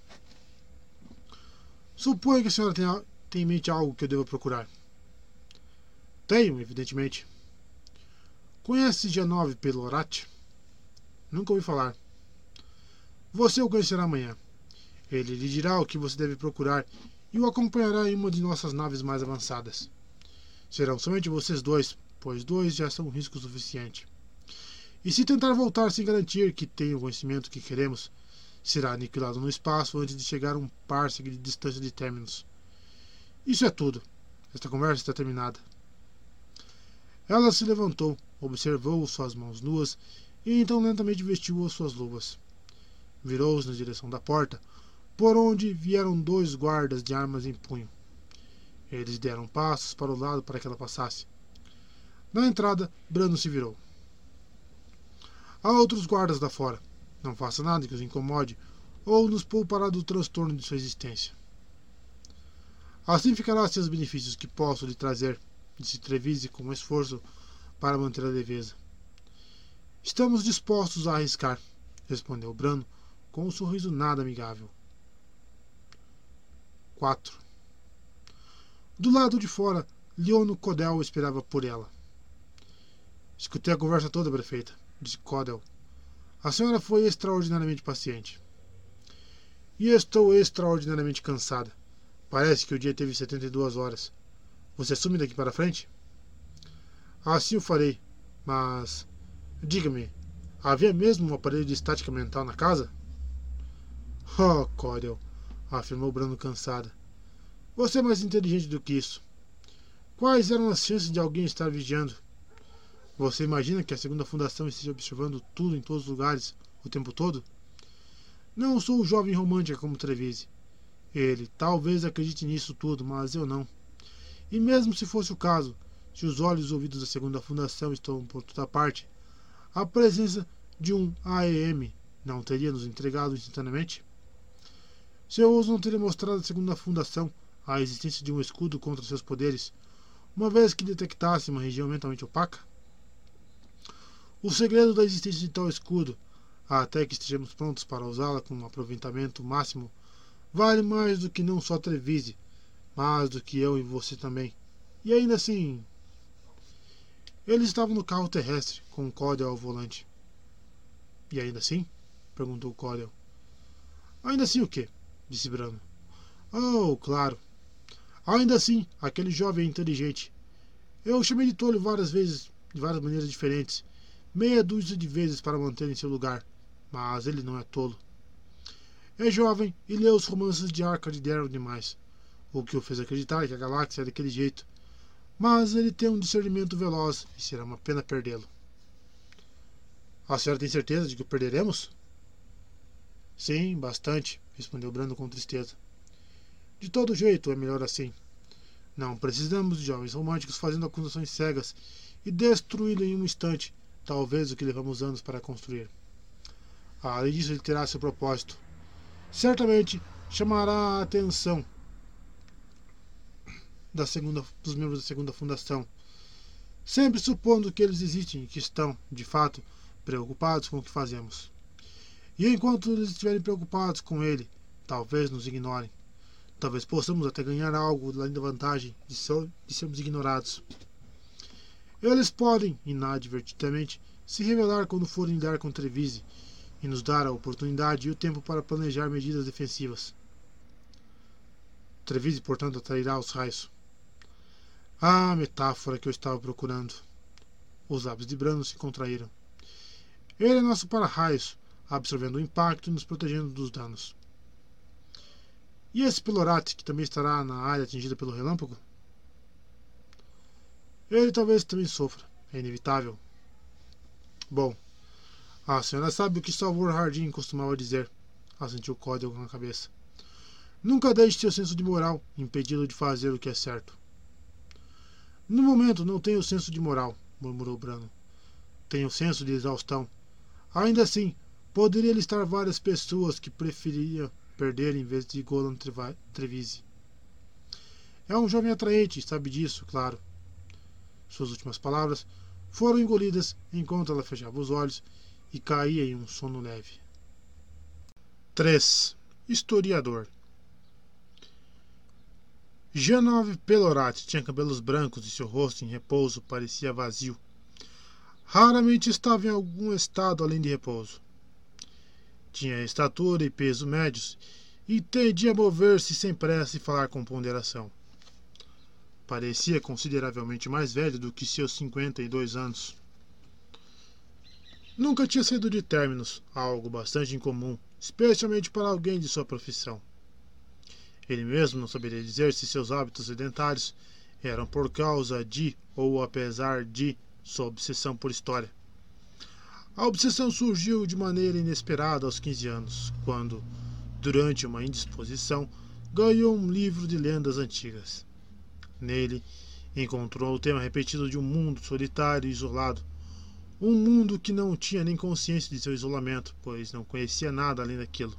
Suponho que a senhora tenha em mente algo que eu deva procurar. Tenho, evidentemente. Conhece G9 Pelorat? Nunca ouvi falar. Você o conhecerá amanhã. Ele lhe dirá o que você deve procurar e o acompanhará em uma de nossas naves mais avançadas. Serão somente vocês dois, pois dois já são um risco suficiente. E se tentar voltar sem garantir que tem o conhecimento que queremos, será aniquilado no espaço antes de chegar a um parsec de distância de Terminus. Isso é tudo. Esta conversa está terminada. Ela se levantou, observou suas mãos nuas e então lentamente vestiu as suas luvas. Virou-se na direção da porta, por onde vieram dois guardas de armas em punho. Eles deram passos para o lado para que ela passasse. Na entrada, Brano se virou. Há outros guardas lá fora. Não faça nada que os incomode ou nos poupará do transtorno de sua existência. Assim ficará sem os benefícios que posso lhe trazer, disse Trevise com esforço para manter a leveza. Estamos dispostos a arriscar, respondeu Brano com um sorriso nada amigável. 4. Do lado de fora, Leono Codel esperava por ela. Escutei a conversa toda, prefeita, disse Codel. A senhora foi extraordinariamente paciente. E estou extraordinariamente cansada. Parece que o dia teve 72 horas. Você assume daqui para frente? Assim o farei, mas... Diga-me, havia mesmo um aparelho de estática mental na casa? Oh, Codel, afirmou Brando cansada. Você é mais inteligente do que isso. Quais eram as chances de alguém estar vigiando? Você imagina que a segunda fundação esteja observando tudo em todos os lugares, o tempo todo? Não sou jovem romântica como Trevise. Ele talvez acredite nisso tudo, mas eu não. E mesmo se fosse o caso, se os olhos e os ouvidos da segunda fundação estão por toda parte, a presença de um AEM não teria nos entregado instantaneamente? Seu uso não teria mostrado à segunda fundação a existência de um escudo contra seus poderes, uma vez que detectasse uma região mentalmente opaca? O segredo da existência de tal escudo, até que estejamos prontos para usá-la com um aproveitamento máximo, vale mais do que não só Trevise, mas do que eu e você também. E ainda assim... Eles estavam no carro terrestre, com Codel ao volante. E ainda assim? Perguntou Codel. Ainda assim o quê? Disse Brano. Oh, claro. Ainda assim, aquele jovem é inteligente. Eu o chamei de tolo várias vezes, de várias maneiras diferentes. Meia dúzia de vezes para manter em seu lugar. Mas ele não é tolo. É jovem e lê os romances de Arcade Darrow demais, o que o fez acreditar que a galáxia é daquele jeito. Mas ele tem um discernimento veloz e será uma pena perdê-lo. A senhora tem certeza de que o perderemos? Sim, bastante, respondeu Brando com tristeza. De todo jeito, é melhor assim. Não precisamos de jovens românticos fazendo acusações cegas e destruí-lo em um instante, talvez o que levamos anos para construir. Além disso, ele terá seu propósito. Certamente chamará a atenção dos membros da segunda fundação, sempre supondo que eles existem e que estão, de fato, preocupados com o que fazemos. E enquanto eles estiverem preocupados com ele, talvez nos ignorem. Talvez possamos até ganhar algo além da vantagem de sermos ignorados. Eles podem, inadvertidamente, se revelar quando forem lidar com Trevise e nos dar a oportunidade e o tempo para planejar medidas defensivas. Trevise, portanto, atrairá os raios. A metáfora que eu estava procurando. Os lábios de Brando se contraíram. Ele é nosso para-raios, absorvendo o impacto e nos protegendo dos danos. E esse Pelorati, que também estará na área atingida pelo relâmpago? Ele talvez também sofra. É inevitável. Bom, a senhora sabe o que Salvor Hardin costumava dizer, assentiu Codel com a cabeça. Nunca deixe seu senso de moral impedi-lo de fazer o que é certo. No momento não tenho senso de moral, murmurou Brano. Tenho senso de exaustão. Ainda assim, poderia listar várias pessoas que preferiria perder em vez de Golan Trevise. É um jovem atraente, sabe disso, claro. Suas últimas palavras foram engolidas enquanto ela fechava os olhos e caía em um sono leve. 3. Historiador. Janov Pelorati tinha cabelos brancos e seu rosto em repouso parecia vazio. Raramente estava em algum estado além de repouso. Tinha estatura e peso médios e tendia a mover-se sem pressa e falar com ponderação. Parecia consideravelmente mais velho do que seus 52 anos. Nunca tinha saído de términos, algo bastante incomum, especialmente para alguém de sua profissão. Ele mesmo não saberia dizer se seus hábitos sedentários eram por causa de ou apesar de sua obsessão por história. A obsessão surgiu de maneira inesperada aos 15 anos, quando, durante uma indisposição, ganhou um livro de lendas antigas. Nele, encontrou o tema repetido de um mundo solitário e isolado, Um mundo que não tinha nem consciência de seu isolamento, pois não conhecia nada além daquilo.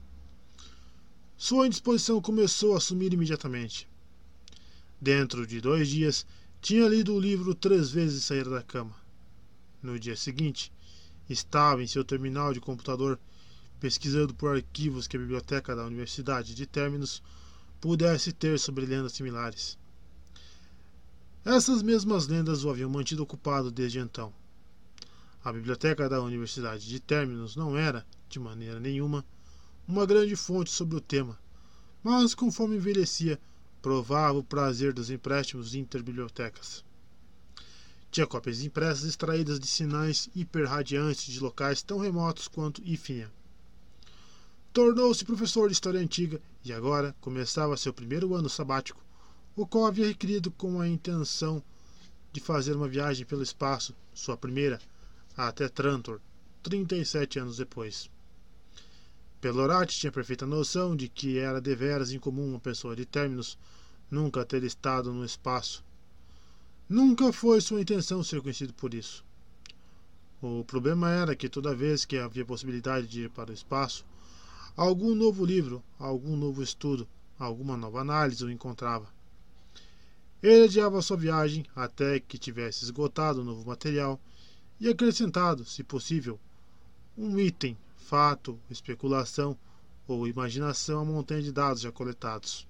Sua indisposição começou a sumir imediatamente. Dentro de 2 dias, tinha lido o livro 3 vezes e saíra da cama. No dia seguinte, estava em seu terminal de computador pesquisando por arquivos que a biblioteca da Universidade de Terminus pudesse ter sobre lendas similares. Essas mesmas lendas o haviam mantido ocupado desde então. A biblioteca da Universidade de Terminus não era, de maneira nenhuma, uma grande fonte sobre o tema, mas, conforme envelhecia, provava o prazer dos empréstimos interbibliotecas. Tinha cópias impressas extraídas de sinais hiperradiantes de locais tão remotos quanto Ifnia. Tornou-se professor de História Antiga e agora começava seu primeiro ano sabático, o qual havia requerido com a intenção de fazer uma viagem pelo espaço, sua primeira, até Trantor, 37 anos depois. Pelorati tinha perfeita noção de que era deveras incomum uma pessoa de Terminus nunca ter estado no espaço. Nunca foi sua intenção ser conhecido por isso. O problema era que toda vez que havia possibilidade de ir para o espaço, algum novo livro, algum novo estudo, alguma nova análise o encontrava. Ele adiava sua viagem até que tivesse esgotado o novo material e acrescentado, se possível, um item, fato, especulação ou imaginação à montanha de dados já coletados.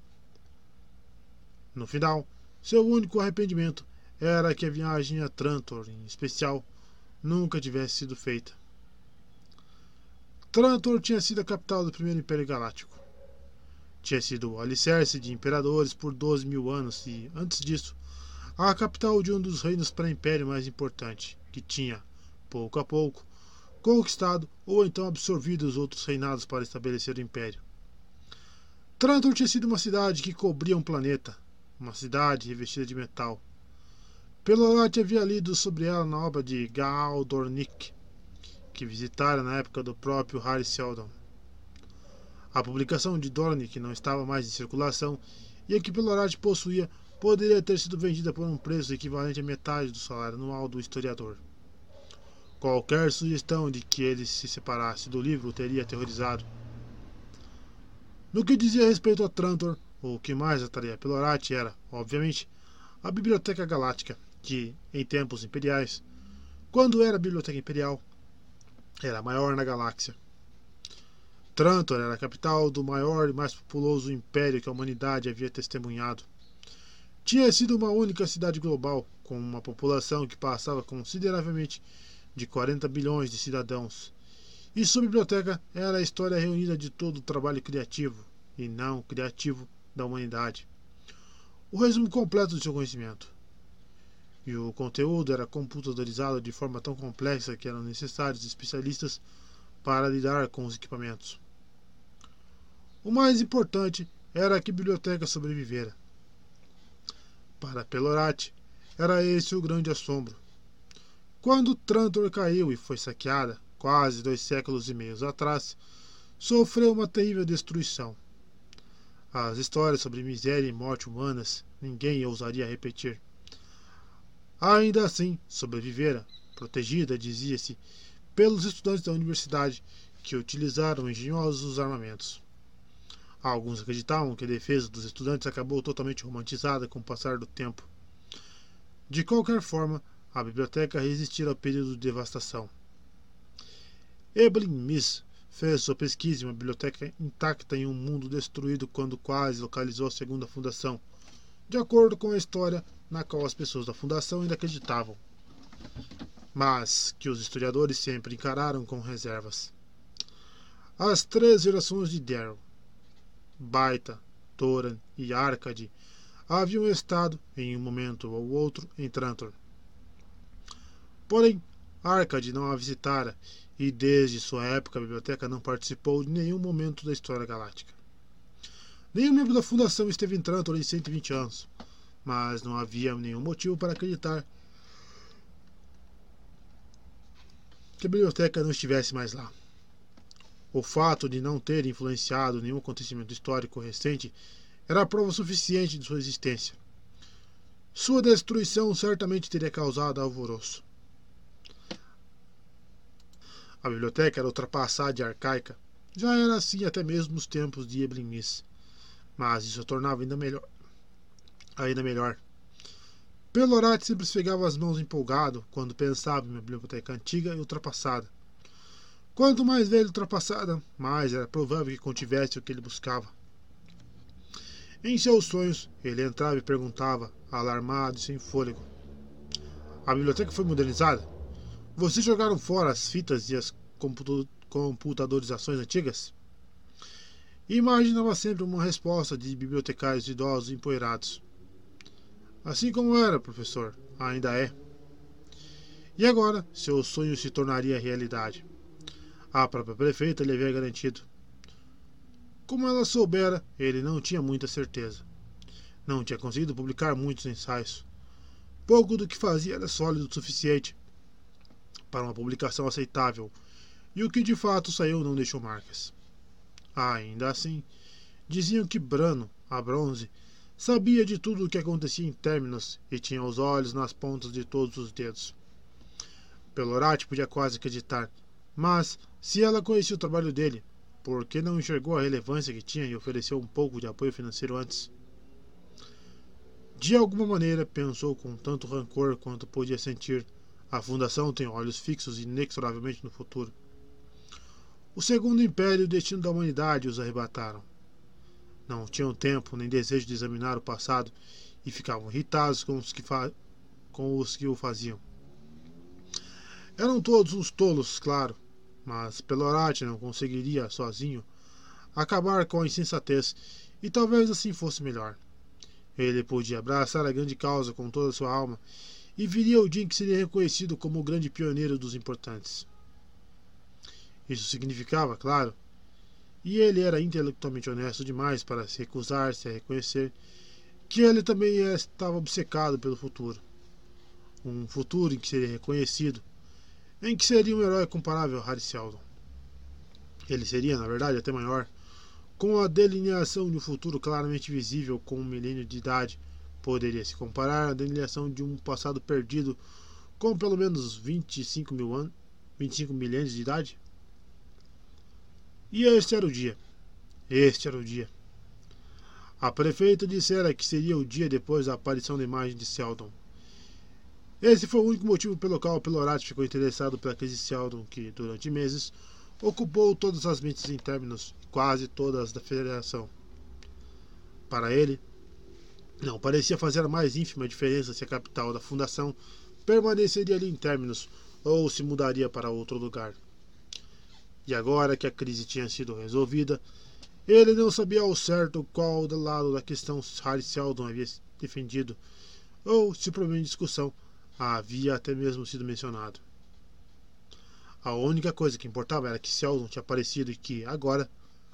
No final, seu único arrependimento era que a viagem a Trantor, em especial, nunca tivesse sido feita. Trantor tinha sido a capital do primeiro Império Galáctico. Tinha sido o alicerce de imperadores por 12.000 anos e, antes disso, a capital de um dos reinos pré-império mais importantes, que tinha, pouco a pouco, conquistado ou então absorvido os outros reinados para estabelecer o império. Trantor tinha sido uma cidade que cobria um planeta, uma cidade revestida de metal. Pelorati havia lido sobre ela na obra de Gaal Dornick, que visitara na época do próprio Harry Seldon. A publicação de Dornick não estava mais em circulação e a que Pelorati possuía poderia ter sido vendida por um preço equivalente à metade do salário anual do historiador. Qualquer sugestão de que ele se separasse do livro o teria aterrorizado. No que dizia respeito a Trantor, o que mais atraía Pelorati era, obviamente, a Biblioteca Galáctica, que, em tempos imperiais, quando era a Biblioteca Imperial, era a maior na galáxia. Trantor era a capital do maior e mais populoso império que a humanidade havia testemunhado. Tinha sido uma única cidade global, com uma população que passava consideravelmente de 40 bilhões de cidadãos. E sua biblioteca era a história reunida de todo o trabalho criativo, e não criativo, da humanidade. O resumo completo do seu conhecimento. E o conteúdo era computadorizado de forma tão complexa que eram necessários especialistas para lidar com os equipamentos. O mais importante era que a biblioteca sobrevivera. Para Pelorati, era esse o grande assombro. Quando Trantor caiu e foi saqueada, quase 2 séculos e meio atrás, sofreu uma terrível destruição. As histórias sobre miséria e morte humanas ninguém ousaria repetir. Ainda assim, sobrevivera, protegida, dizia-se, pelos estudantes da universidade que utilizaram engenhosos armamentos. Alguns acreditavam que a defesa dos estudantes acabou totalmente romantizada com o passar do tempo. De qualquer forma, a biblioteca resistira ao período de devastação. Evelyn Miss fez sua pesquisa em uma biblioteca intacta em um mundo destruído quando quase localizou a segunda fundação, de acordo com a história na qual as pessoas da fundação ainda acreditavam, mas que os historiadores sempre encararam com reservas. As 3 gerações de Darrow, Baita, Toran e Arcade haviam estado, em um momento ou outro, em Trantor. Porém, Arcade não a visitara e desde sua época a biblioteca não participou de nenhum momento da história galáctica. Nenhum membro da fundação esteve em Trantor em 120 anos, mas não havia nenhum motivo para acreditar que a biblioteca não estivesse mais lá. O fato de não ter influenciado nenhum acontecimento histórico recente era prova suficiente de sua existência. Sua destruição certamente teria causado alvoroço. A biblioteca era ultrapassada e arcaica. Já era assim até mesmo nos tempos de Evelyn Miss. Mas isso a tornava ainda melhor. Pelorati sempre esfregava as mãos empolgado quando pensava em uma biblioteca antiga e ultrapassada. Quanto mais velha e ultrapassada, mais era provável que contivesse o que ele buscava. Em seus sonhos, ele entrava e perguntava, alarmado e sem fôlego: a biblioteca foi modernizada? Vocês jogaram fora as fitas e as computadorizações antigas? E imaginava sempre uma resposta de bibliotecários idosos empoeirados: assim como era, professor, ainda é. E agora, seu sonho se tornaria realidade. A própria prefeita lhe havia garantido. Como ela soubera, ele não tinha muita certeza. Não tinha conseguido publicar muitos ensaios. Pouco do que fazia era sólido o suficiente para uma publicação aceitável, e o que de fato saiu não deixou marcas. Ainda assim, diziam que Brano, a bronze, sabia de tudo o que acontecia em Terminus e tinha os olhos nas pontas de todos os dedos. Pelorati podia quase acreditar, mas, se ela conhecia o trabalho dele, por que não enxergou a relevância que tinha e ofereceu um pouco de apoio financeiro antes? De alguma maneira, pensou com tanto rancor quanto podia sentir, a Fundação tem olhos fixos inexoravelmente no futuro. O Segundo Império e o destino da humanidade os arrebataram. Não tinham tempo nem desejo de examinar o passado e ficavam irritados com os que o faziam. Eram todos uns tolos, claro, mas Pelorati não conseguiria, sozinho, acabar com a insensatez, e talvez assim fosse melhor. Ele podia abraçar a grande causa com toda a sua alma, e viria o dia em que seria reconhecido como o grande pioneiro dos importantes. Isso significava, claro, e ele era intelectualmente honesto demais para se recusar-se a reconhecer, que ele também estava obcecado pelo futuro. Um futuro em que seria reconhecido, em que seria um herói comparável a Harry Seldon. Ele seria, na verdade, até maior, com a delineação de um futuro claramente visível com um milênio de idade. Poderia se comparar à delineação de um passado perdido com pelo menos 25 milênios de idade? E este era o dia. Este era o dia. A prefeita dissera que seria o dia depois da aparição da imagem de Seldon. Esse foi o único motivo pelo qual Pelorati ficou interessado pela crise Seldon, que, durante meses, ocupou todas as mentes em Terminus, quase todas da Federação. Para ele, não parecia fazer a mais ínfima diferença se a capital da Fundação permaneceria ali em Terminus ou se mudaria para outro lugar. E agora que a crise tinha sido resolvida, ele não sabia ao certo qual do lado da questão Harry Seldon havia defendido, ou se o problema em discussão havia até mesmo sido mencionado. A única coisa que importava era que Seldon tinha aparecido e que, agora,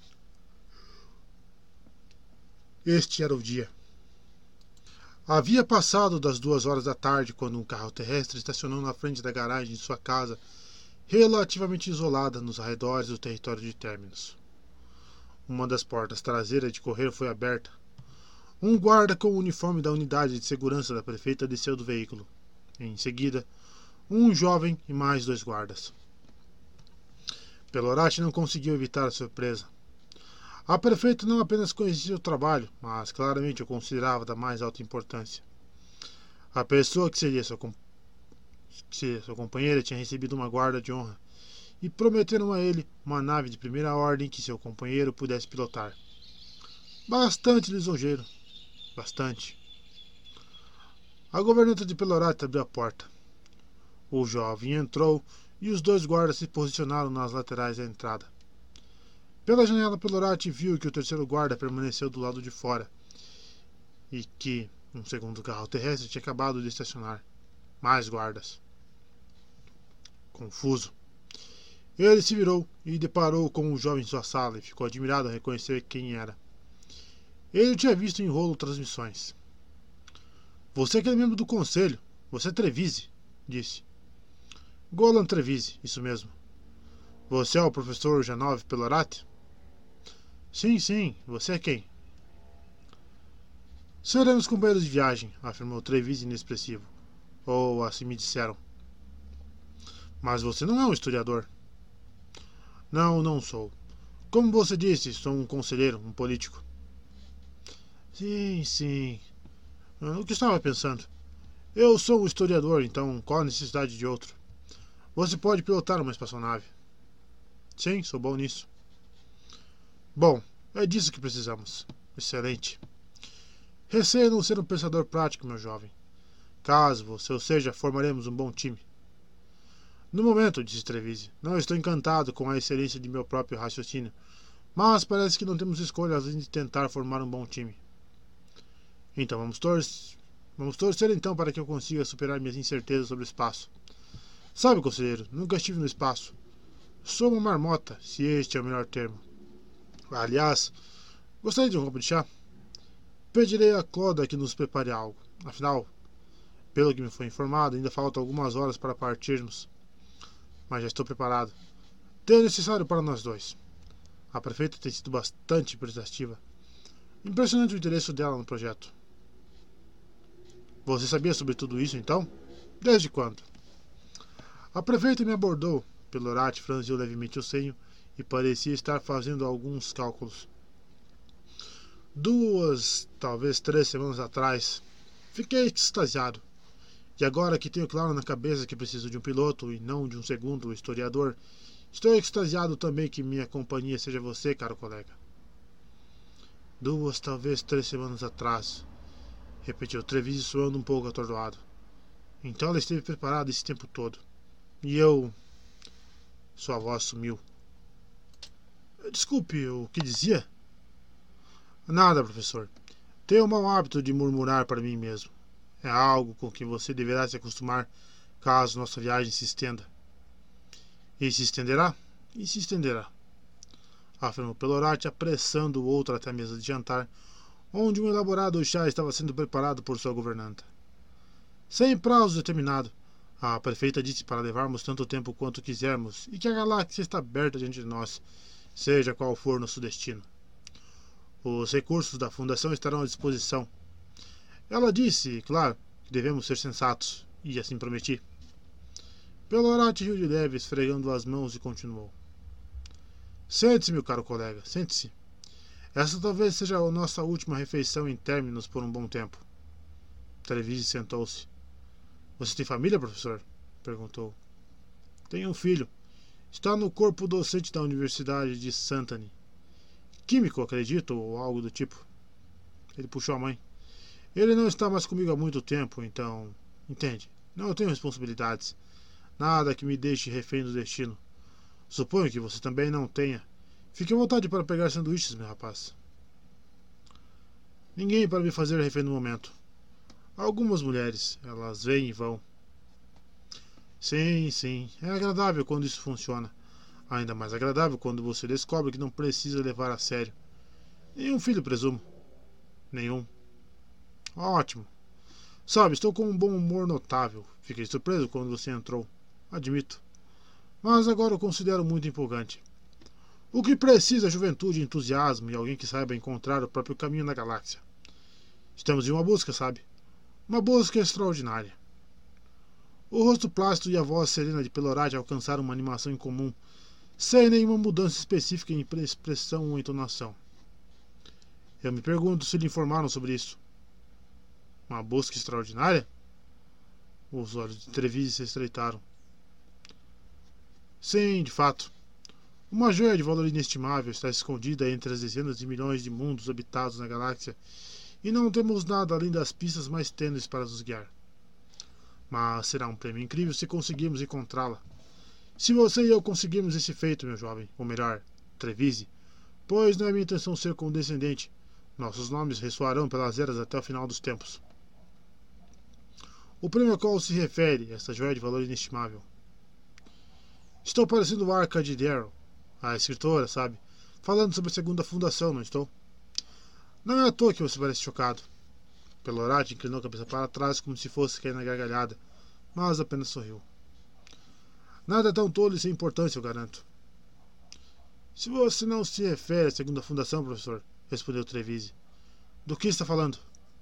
este era o dia. Havia passado das 2 horas da tarde quando um carro terrestre estacionou na frente da garagem de sua casa, relativamente isolada nos arredores do território de Terminus. Uma das portas traseiras de correr foi aberta. Um guarda com o uniforme da unidade de segurança da prefeita desceu do veículo. Em seguida, um jovem e mais 2 guardas. Pelorati não conseguiu evitar a surpresa. A prefeita não apenas conhecia o trabalho, mas claramente o considerava da mais alta importância. A pessoa que seria sua companheira tinha recebido uma guarda de honra e prometeram a ele uma nave de primeira ordem que seu companheiro pudesse pilotar. Bastante lisonjeiro. Bastante. A governanta de Pelorati abriu a porta. O jovem entrou e os 2 guardas se posicionaram nas laterais da entrada. Pela janela, Pelorati viu que o terceiro guarda permaneceu do lado de fora e que um segundo carro terrestre tinha acabado de estacionar. Mais guardas. Confuso. Ele se virou e deparou com o jovem em sua sala e ficou admirado ao reconhecer quem era. Ele tinha visto em rolo transmissões. Você que é membro do conselho. Você é Trevise, disse. Golan Trevise, isso mesmo. Você é o professor Janov Pelorati? Sim, você é quem? Seremos companheiros de viagem, afirmou Trevise inexpressivo. Ou assim me disseram. Mas você não é um historiador. Não, não sou. Como você disse, sou um conselheiro, um político. Sim, sim. O que estava pensando? Eu sou um historiador, então qual a necessidade de outro? Você pode pilotar uma espaçonave. Sim, sou bom nisso. Bom, é disso que precisamos. Excelente. Receio não ser um pensador prático, meu jovem. Caso você ou seja, formaremos um bom time. No momento, disse Trevise, não estou encantado com a excelência de meu próprio raciocínio, mas parece que não temos escolha além de tentar formar um bom time. Então vamos torcer então para que eu consiga superar minhas incertezas sobre o espaço. Sabe, conselheiro, nunca estive no espaço. Sou uma marmota, se este é o melhor termo. Aliás, gostaria de um copo de chá? Pedirei a Cloda que nos prepare algo. Afinal, pelo que me foi informado, ainda faltam algumas horas para partirmos. Mas já estou preparado. Tenho o necessário para nós dois. A prefeita tem sido bastante prestativa. Impressionante o interesse dela no projeto. Você sabia sobre tudo isso, então? Desde quando? A prefeita me abordou. Pelorati franziu levemente o senho e parecia estar fazendo alguns cálculos. 2, talvez 3 semanas atrás. Fiquei extasiado. E agora que tenho claro na cabeça que preciso de um piloto e não de um segundo historiador, estou extasiado também que minha companhia seja você, caro colega. 2, talvez 3 semanas atrás, repetiu Trevise soando um pouco atordoado. Então ela esteve preparada esse tempo todo. E eu... Sua voz sumiu. Desculpe, o que dizia? Nada, professor. Tenho o mau hábito de murmurar para mim mesmo. É algo com que você deverá se acostumar caso nossa viagem se estenda. E se estenderá? E se estenderá, afirmou Pelorati, apressando o outro até a mesa de jantar, onde um elaborado chá estava sendo preparado por sua governanta. Sem prazo determinado, a prefeita disse para levarmos tanto tempo quanto quisermos e que a galáxia está aberta diante de nós, seja qual for nosso destino. Os recursos da fundação estarão à disposição. Ela disse, claro, que devemos ser sensatos, e assim prometi. Pelorati riu de leve, esfregando as mãos e continuou. Sente-se, meu caro colega, sente-se. Essa talvez seja a nossa última refeição em términos por um bom tempo. Trevise sentou-se. Você tem família, professor? Perguntou. Tenho um filho. Está no corpo docente da Universidade de Santani. Químico, acredito, ou algo do tipo. Ele puxou a mãe. Ele não está mais comigo há muito tempo, então... Entende? Não tenho responsabilidades. Nada que me deixe refém do destino. Suponho que você também não tenha. Fique à vontade para pegar sanduíches, meu rapaz. Ninguém para me fazer refém no momento. Algumas mulheres, elas vêm e vão. Sim, sim, é agradável quando isso funciona. Ainda mais agradável quando você descobre que não precisa levar a sério. Nenhum filho, presumo. Nenhum. Ótimo. Sabe, estou com um bom humor notável. Fiquei surpreso quando você entrou. Admito. Mas agora o considero muito empolgante. O que precisa é juventude, entusiasmo e alguém que saiba encontrar o próprio caminho na galáxia. Estamos em uma busca, sabe? Uma busca extraordinária. O rosto plácido e a voz serena de Pelorati alcançaram uma animação em comum, sem nenhuma mudança específica em expressão ou entonação. Eu me pergunto se lhe informaram sobre isso. Uma busca extraordinária? Os olhos de Trevise se estreitaram. Sim, de fato. Uma joia de valor inestimável está escondida entre as dezenas de milhões de mundos habitados na galáxia e não temos nada além das pistas mais tênues para nos guiar. Mas será um prêmio incrível se conseguirmos encontrá-la. Se você e eu conseguirmos esse feito, meu jovem, ou melhor, Trevise, pois não é minha intenção ser condescendente, nossos nomes ressoarão pelas eras até o final dos tempos. O prêmio ao qual se refere esta joia de valor inestimável. Estou parecendo Arca de Darrow, a escritora, sabe? Falando sobre a segunda fundação, não estou? Não é à toa que você parece chocado. Pelorati inclinou a cabeça para trás como se fosse cair na gargalhada, mas apenas sorriu. Nada tão tolo e sem importância, eu garanto. Se você não se refere à segunda fundação, professor, respondeu Trevise. Do que está falando?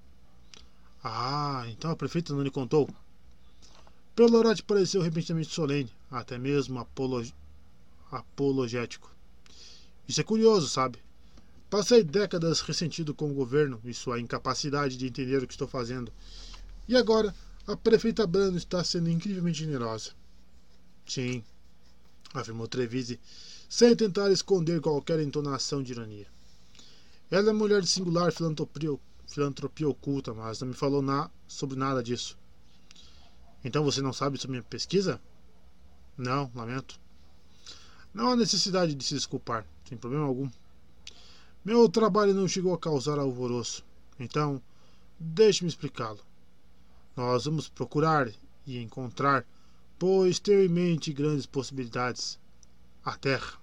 Ah, então a prefeita não lhe contou. Pelorati pareceu repentinamente solene, até mesmo apologético. Isso é curioso, sabe? Passei décadas ressentido com o governo e sua incapacidade de entender o que estou fazendo. E agora, a prefeita Brando está sendo incrivelmente generosa. Sim, afirmou Trevize, sem tentar esconder qualquer entonação de ironia. Ela é mulher de singular filantropia oculta, mas não me falou sobre nada disso. Então você não sabe sobre minha pesquisa? Não, lamento. Não há necessidade de se desculpar, sem problema algum. Meu trabalho não chegou a causar alvoroço. Então, deixe-me explicá-lo. Nós vamos procurar e encontrar, pois tenho em mente grandes possibilidades. A Terra.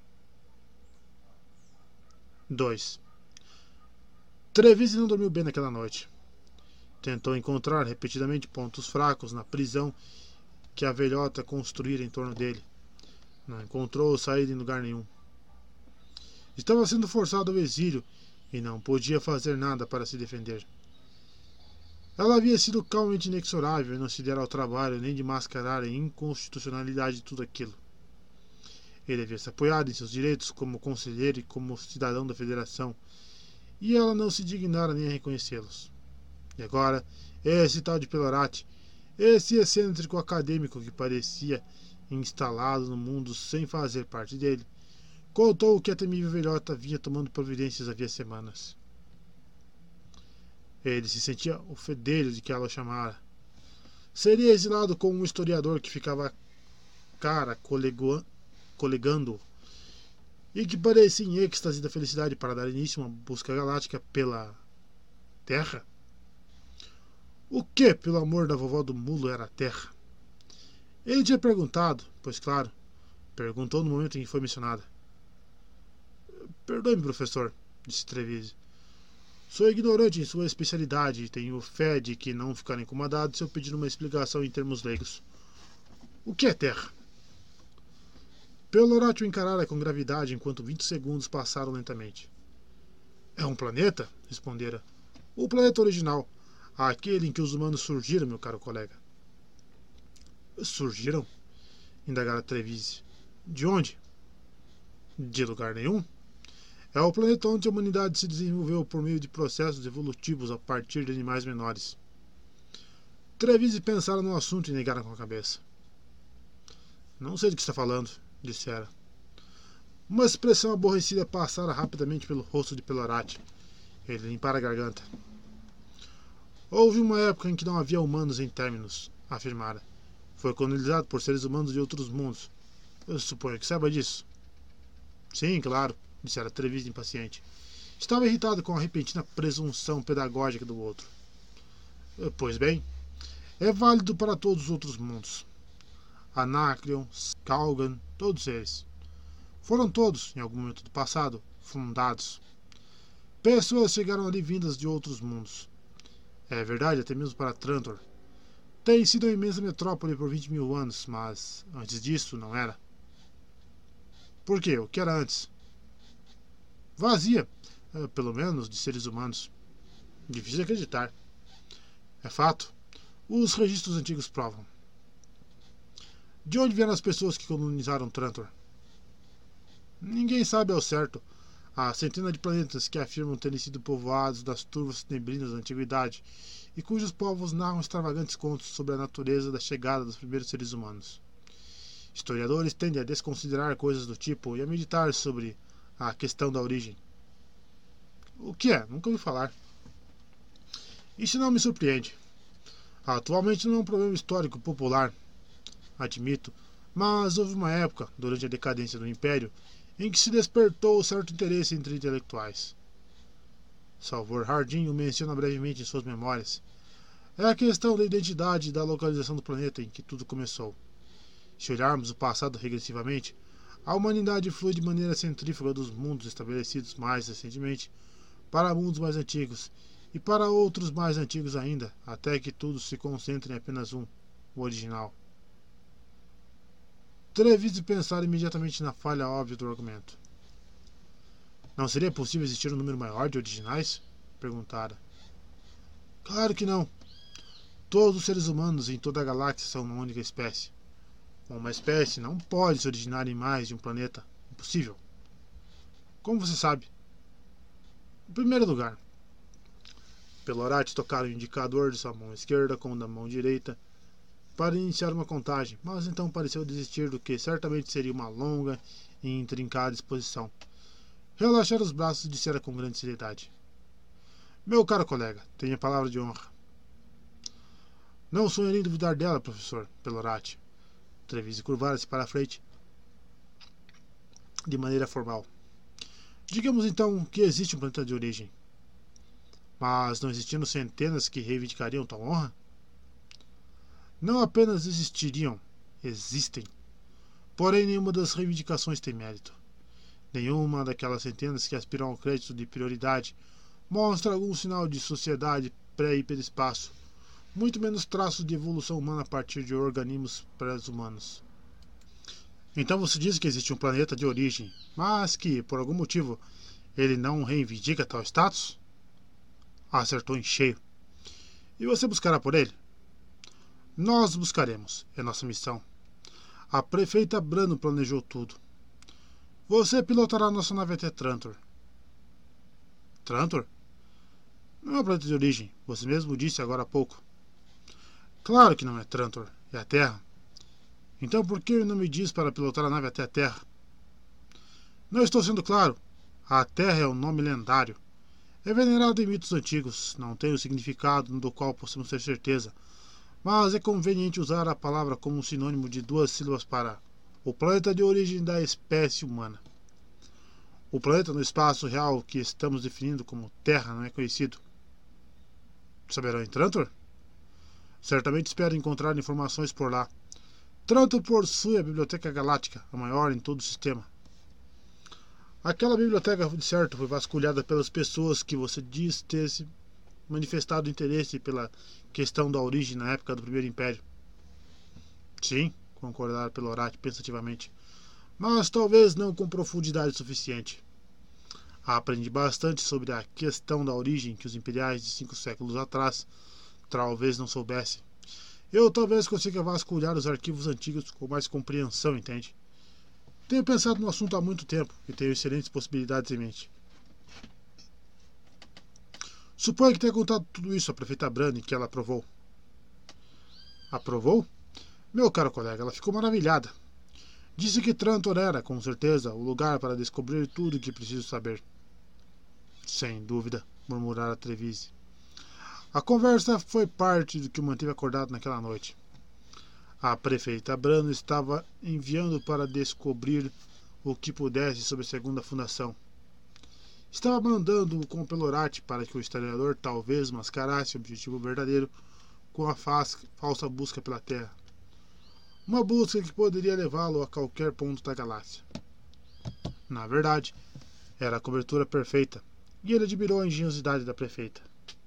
2. Trevize não dormiu bem naquela noite. Tentou encontrar repetidamente pontos fracos na prisão que a velhota construíra em torno dele. Não encontrou saída em lugar nenhum. Estava sendo forçado ao exílio e não podia fazer nada para se defender. Ela havia sido calmamente inexorável e não se dera ao trabalho nem de mascarar a inconstitucionalidade de tudo aquilo. Ele havia se apoiado em seus direitos como conselheiro e como cidadão da federação, e ela não se dignara nem a reconhecê-los. E agora, esse tal de Pelorati, esse excêntrico acadêmico que parecia instalado no mundo sem fazer parte dele, contou que a temível velhota vinha tomando providências havia semanas. Ele se sentia o fedelho de que ela o chamara. Seria exilado como um historiador que ficava cara colegando e que parecia em êxtase da felicidade para dar início a uma busca galáctica pela Terra? O que, pelo amor da vovó do mulo, era a Terra? Ele tinha perguntado, pois claro, perguntou no momento em que foi mencionada. Perdoe-me, professor, disse Trevize. Sou ignorante em sua especialidade e tenho fé de que não ficará incomodado se eu pedir uma explicação em termos leigos. O que é Terra? Pelorati o encarara com gravidade enquanto 20 segundos passaram lentamente. É um planeta? Respondera. O planeta original. Aquele em que os humanos surgiram, meu caro colega. Surgiram? Indagara Trevize. De onde? De lugar nenhum. É o planeta onde a humanidade se desenvolveu por meio de processos evolutivos a partir de animais menores. Trevize pensara no assunto e negara com a cabeça. Não sei do que está falando, dissera. Uma expressão aborrecida passara rapidamente pelo rosto de Pelorati. Ele limpara a garganta. Houve uma época em que não havia humanos em Terminus, afirmara. Foi colonizado por seres humanos de outros mundos. Eu suponho que saiba disso. Sim, claro, dissera Trevize impaciente. Estava irritado com a repentina presunção pedagógica do outro. Pois bem, é válido para todos os outros mundos. Anacreon, Calgan, todos eles. Foram todos, em algum momento do passado, fundados. Pessoas chegaram ali vindas de outros mundos. É verdade, até mesmo para Trantor. Tem sido uma imensa metrópole por 20 mil anos, mas antes disso não era. Por quê? O que era antes? Vazia, pelo menos de seres humanos. Difícil de acreditar. É fato. Os registros antigos provam. De onde vieram as pessoas que colonizaram Trantor? Ninguém sabe ao certo. Há centenas de planetas que afirmam terem sido povoados das turvas neblinas da antiguidade e cujos povos narram extravagantes contos sobre a natureza da chegada dos primeiros seres humanos. Historiadores tendem a desconsiderar coisas do tipo e a meditar sobre a questão da origem. O que é? Nunca ouvi falar. Isso não me surpreende. Atualmente não é um problema histórico popular, admito, mas houve uma época, durante a decadência do Império, em que se despertou certo interesse entre intelectuais. Salvor Hardin o menciona brevemente em suas memórias. É a questão da identidade e da localização do planeta em que tudo começou. Se olharmos o passado regressivamente, a humanidade flui de maneira centrífuga dos mundos estabelecidos mais recentemente para mundos mais antigos e para outros mais antigos ainda, até que tudo se concentre em apenas um, o original. Trevize pensar imediatamente na falha óbvia do argumento. Não seria possível existir um número maior de originais? Perguntara. Claro que não. Todos os seres humanos em toda a galáxia são uma única espécie. Uma espécie não pode se originar em mais de um planeta, impossível. Como você sabe? Em primeiro lugar, Pelorati tocara o indicador de sua mão esquerda com o da mão direita para iniciar uma contagem, mas então pareceu desistir do que certamente seria uma longa e intrincada exposição. Relaxar os braços e dissera com grande seriedade: Meu caro colega, tenha palavra de honra. Não sonharei em duvidar dela, professor Pelorati. Treviso curvara-se para a frente de maneira formal. Digamos então que existe um planeta de origem. Mas não existindo centenas que reivindicariam tal honra? Não apenas existiriam, existem. Porém, nenhuma das reivindicações tem mérito. Nenhuma daquelas centenas que aspiram ao crédito de prioridade mostra algum sinal de sociedade pré-hiperespaço, muito menos traços de evolução humana a partir de organismos pré-humanos. Então você diz que existe um planeta de origem, mas que, por algum motivo, ele não reivindica tal status? Acertou em cheio. E você buscará por ele? Nós buscaremos. É nossa missão. A prefeita Brano planejou tudo. Você pilotará nossa nave até Trantor. Trantor? Não é um planeta de origem. Você mesmo disse agora há pouco. Claro que não é Trantor. É a Terra. Então por que não me diz para pilotar a nave até a Terra? Não estou sendo claro. A Terra é um nome lendário. É venerado em mitos antigos, não tem o significado do qual possamos ter certeza, mas é conveniente usar a palavra como um sinônimo de duas sílabas para o planeta de origem da espécie humana. O planeta no espaço real que estamos definindo como Terra não é conhecido. Saberão em Trantor? Certamente espero encontrar informações por lá. Trantor possui a Biblioteca Galáctica, a maior em todo o sistema. Aquela biblioteca, de certo, foi vasculhada pelas pessoas que você diz ter se manifestado interesse pela questão da origem na época do Primeiro Império. Sim, concordara Pelorati pensativamente, mas talvez não com profundidade suficiente. Aprendi bastante sobre a questão da origem que os imperiais de 5 séculos atrás talvez não soubessem. Eu talvez consiga vasculhar os arquivos antigos com mais compreensão, entende? Tenho pensado no assunto há muito tempo e tenho excelentes possibilidades em mente. Suponho que tenha contado tudo isso à prefeita Brano e que ela aprovou. Aprovou? Meu caro colega, ela ficou maravilhada. Disse que Trantor era, com certeza, o lugar para descobrir tudo o que preciso saber. Sem dúvida, murmurara Treviso. A conversa foi parte do que o manteve acordado naquela noite. A prefeita Brano estava enviando para descobrir o que pudesse sobre a segunda fundação. Estava mandando com o Pelorati para que o historiador talvez mascarasse o objetivo verdadeiro com a falsa busca pela Terra. Uma busca que poderia levá-lo a qualquer ponto da galáxia. Na verdade, era a cobertura perfeita, e ele admirou a engenhosidade da prefeita.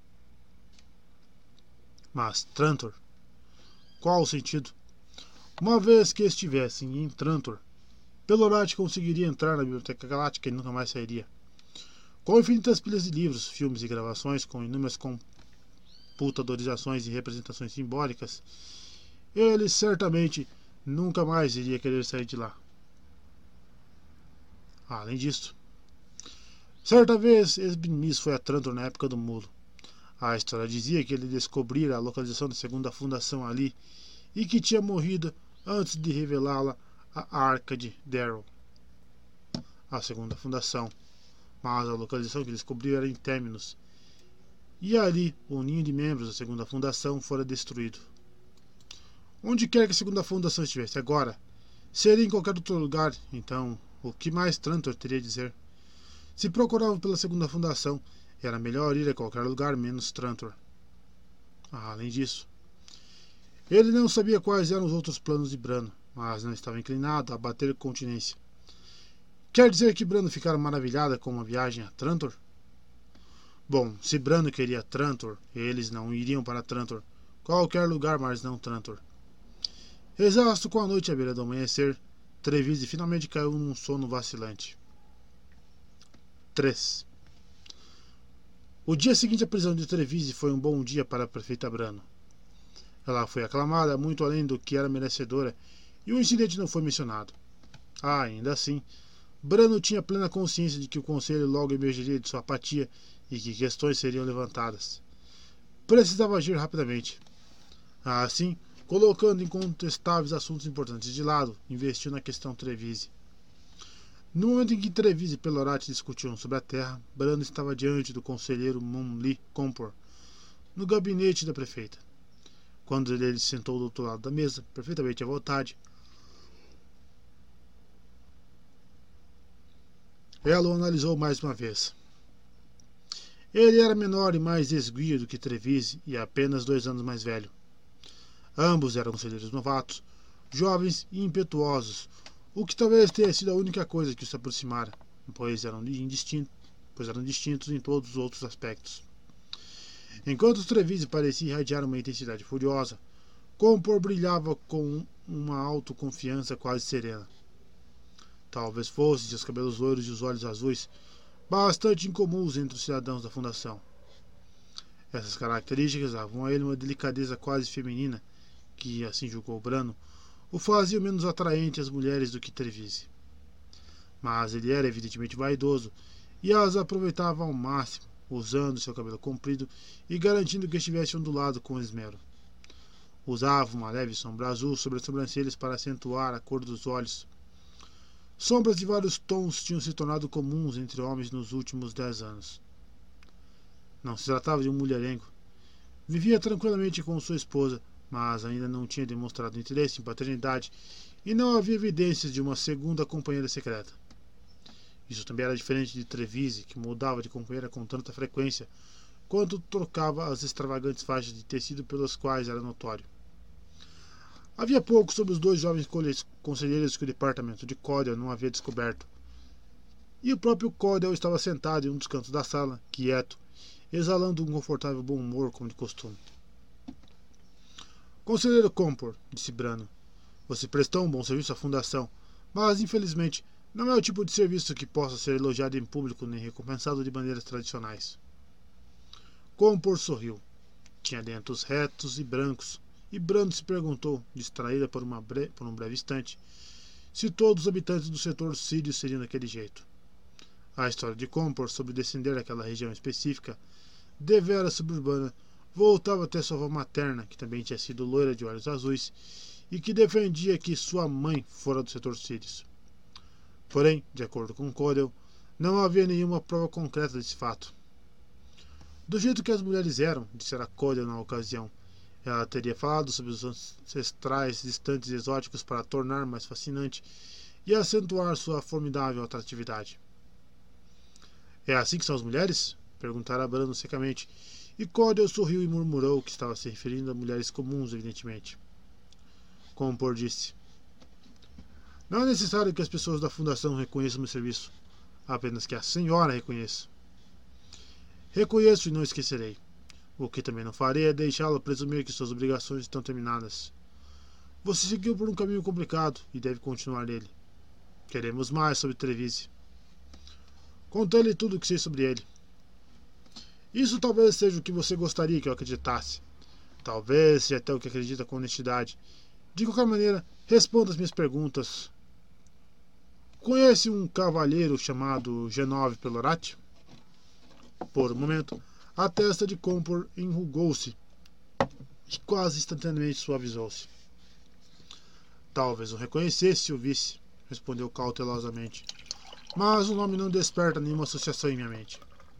Mas Trantor? Qual o sentido? Uma vez que estivessem em Trantor, Pelorati conseguiria entrar na Biblioteca Galáctica e nunca mais sairia. Com infinitas pilhas de livros, filmes e gravações, com inúmeras computadorizações e representações simbólicas, ele certamente nunca mais iria querer sair de lá. Além disso, certa vez Esbiniz foi a Trantor na época do Mulo. A história dizia que ele descobrira a localização da segunda fundação ali e que tinha morrido antes de revelá-la à Arca de Darrow, a segunda fundação. Mas a localização que descobriu era em Terminus, e ali o ninho de membros da segunda fundação fora destruído. Onde quer que a segunda fundação estivesse agora, seria em qualquer outro lugar, então o que mais Trantor teria a dizer? Se procuravam pela segunda fundação, era melhor ir a qualquer lugar menos Trantor. Além disso, ele não sabia quais eram os outros planos de Brano, mas não estava inclinado a bater continência. Quer dizer que Brano ficara maravilhada com uma viagem a Trantor? Bom, se Brano queria Trantor, eles não iriam para Trantor. Qualquer lugar, mas não Trantor. Exausto com a noite à beira do amanhecer, Treviso finalmente caiu num sono vacilante. 3. O dia seguinte à prisão de Treviso foi um bom dia para a prefeita Brano. Ela foi aclamada muito além do que era merecedora e o incidente não foi mencionado. Ainda assim, Brano tinha plena consciência de que o conselho logo emergiria de sua apatia e que questões seriam levantadas. Precisava agir rapidamente. Assim, colocando incontestáveis assuntos importantes de lado, investiu na questão Trevise. No momento em que Trevise e Pelorati discutiam sobre a terra, Brano estava diante do conselheiro Monli Compor, no gabinete da prefeita. Quando ele se sentou do outro lado da mesa, perfeitamente à vontade, ela o analisou mais uma vez. Ele era menor e mais esguio do que Trevise e apenas 2 anos mais velho. Ambos eram conselheiros novatos, jovens e impetuosos, o que talvez tenha sido a única coisa que os aproximara, pois eram distintos em todos os outros aspectos. Enquanto Trevise parecia irradiar uma intensidade furiosa, Compor brilhava com uma autoconfiança quase serena. Talvez fossem seus cabelos loiros e os olhos azuis, bastante incomuns entre os cidadãos da fundação. Essas características davam a ele uma delicadeza quase feminina, que, assim julgou Brano, o fazia menos atraente às mulheres do que Trevise. Mas ele era evidentemente vaidoso e as aproveitava ao máximo, usando seu cabelo comprido e garantindo que estivesse ondulado com esmero. Usava uma leve sombra azul sobre as sobrancelhas para acentuar a cor dos olhos. Sombras de vários tons tinham se tornado comuns entre homens nos últimos 10 anos. Não se tratava de um mulherengo. Vivia tranquilamente com sua esposa, mas ainda não tinha demonstrado interesse em paternidade e não havia evidências de uma segunda companheira secreta. Isso também era diferente de Trevise, que mudava de companheira com tanta frequência quanto trocava as extravagantes faixas de tecido pelas quais era notório. Havia pouco sobre os 2 jovens conselheiros que o departamento de Cordell não havia descoberto. E o próprio Cordell estava sentado em um dos cantos da sala, quieto, exalando um confortável bom humor como de costume. Conselheiro Compor, disse Brano, você prestou um bom serviço à fundação, mas infelizmente não é o tipo de serviço que possa ser elogiado em público nem recompensado de maneiras tradicionais. Compor sorriu. Tinha dentes retos e brancos, e Brano se perguntou, distraída por um breve instante, se todos os habitantes do setor sírio seriam daquele jeito. A história de Compor sobre descender daquela região específica, devera suburbana, voltava até sua avó materna, que também tinha sido loira de olhos azuis, e que defendia que sua mãe fora do setor sírios. Porém, de acordo com Cordell, não havia nenhuma prova concreta desse fato. Do jeito que as mulheres eram, dissera Cordell na ocasião, ela teria falado sobre os ancestrais distantes e exóticos para tornar mais fascinante e acentuar sua formidável atratividade. É assim que são as mulheres? Perguntara Brano secamente, e Cordell sorriu e murmurou que estava se referindo a mulheres comuns, evidentemente. Compor disse: não é necessário que as pessoas da fundação reconheçam meu serviço, apenas que a senhora reconheça. Reconheço e não esquecerei. O que também não farei é deixá-la presumir que suas obrigações estão terminadas. Você seguiu por um caminho complicado e deve continuar nele. Queremos mais sobre Trevise. Contei-lhe tudo o que sei sobre ele. Isso talvez seja o que você gostaria que eu acreditasse. Talvez seja até o que acredita com honestidade. De qualquer maneira, responda as minhas perguntas. Conhece um cavalheiro chamado Genove Pelorati? Por um momento, a testa de Compor enrugou-se e quase instantaneamente suavizou-se. Talvez o reconhecesse se o visse, respondeu cautelosamente. Mas o nome não desperta nenhuma associação em minha mente.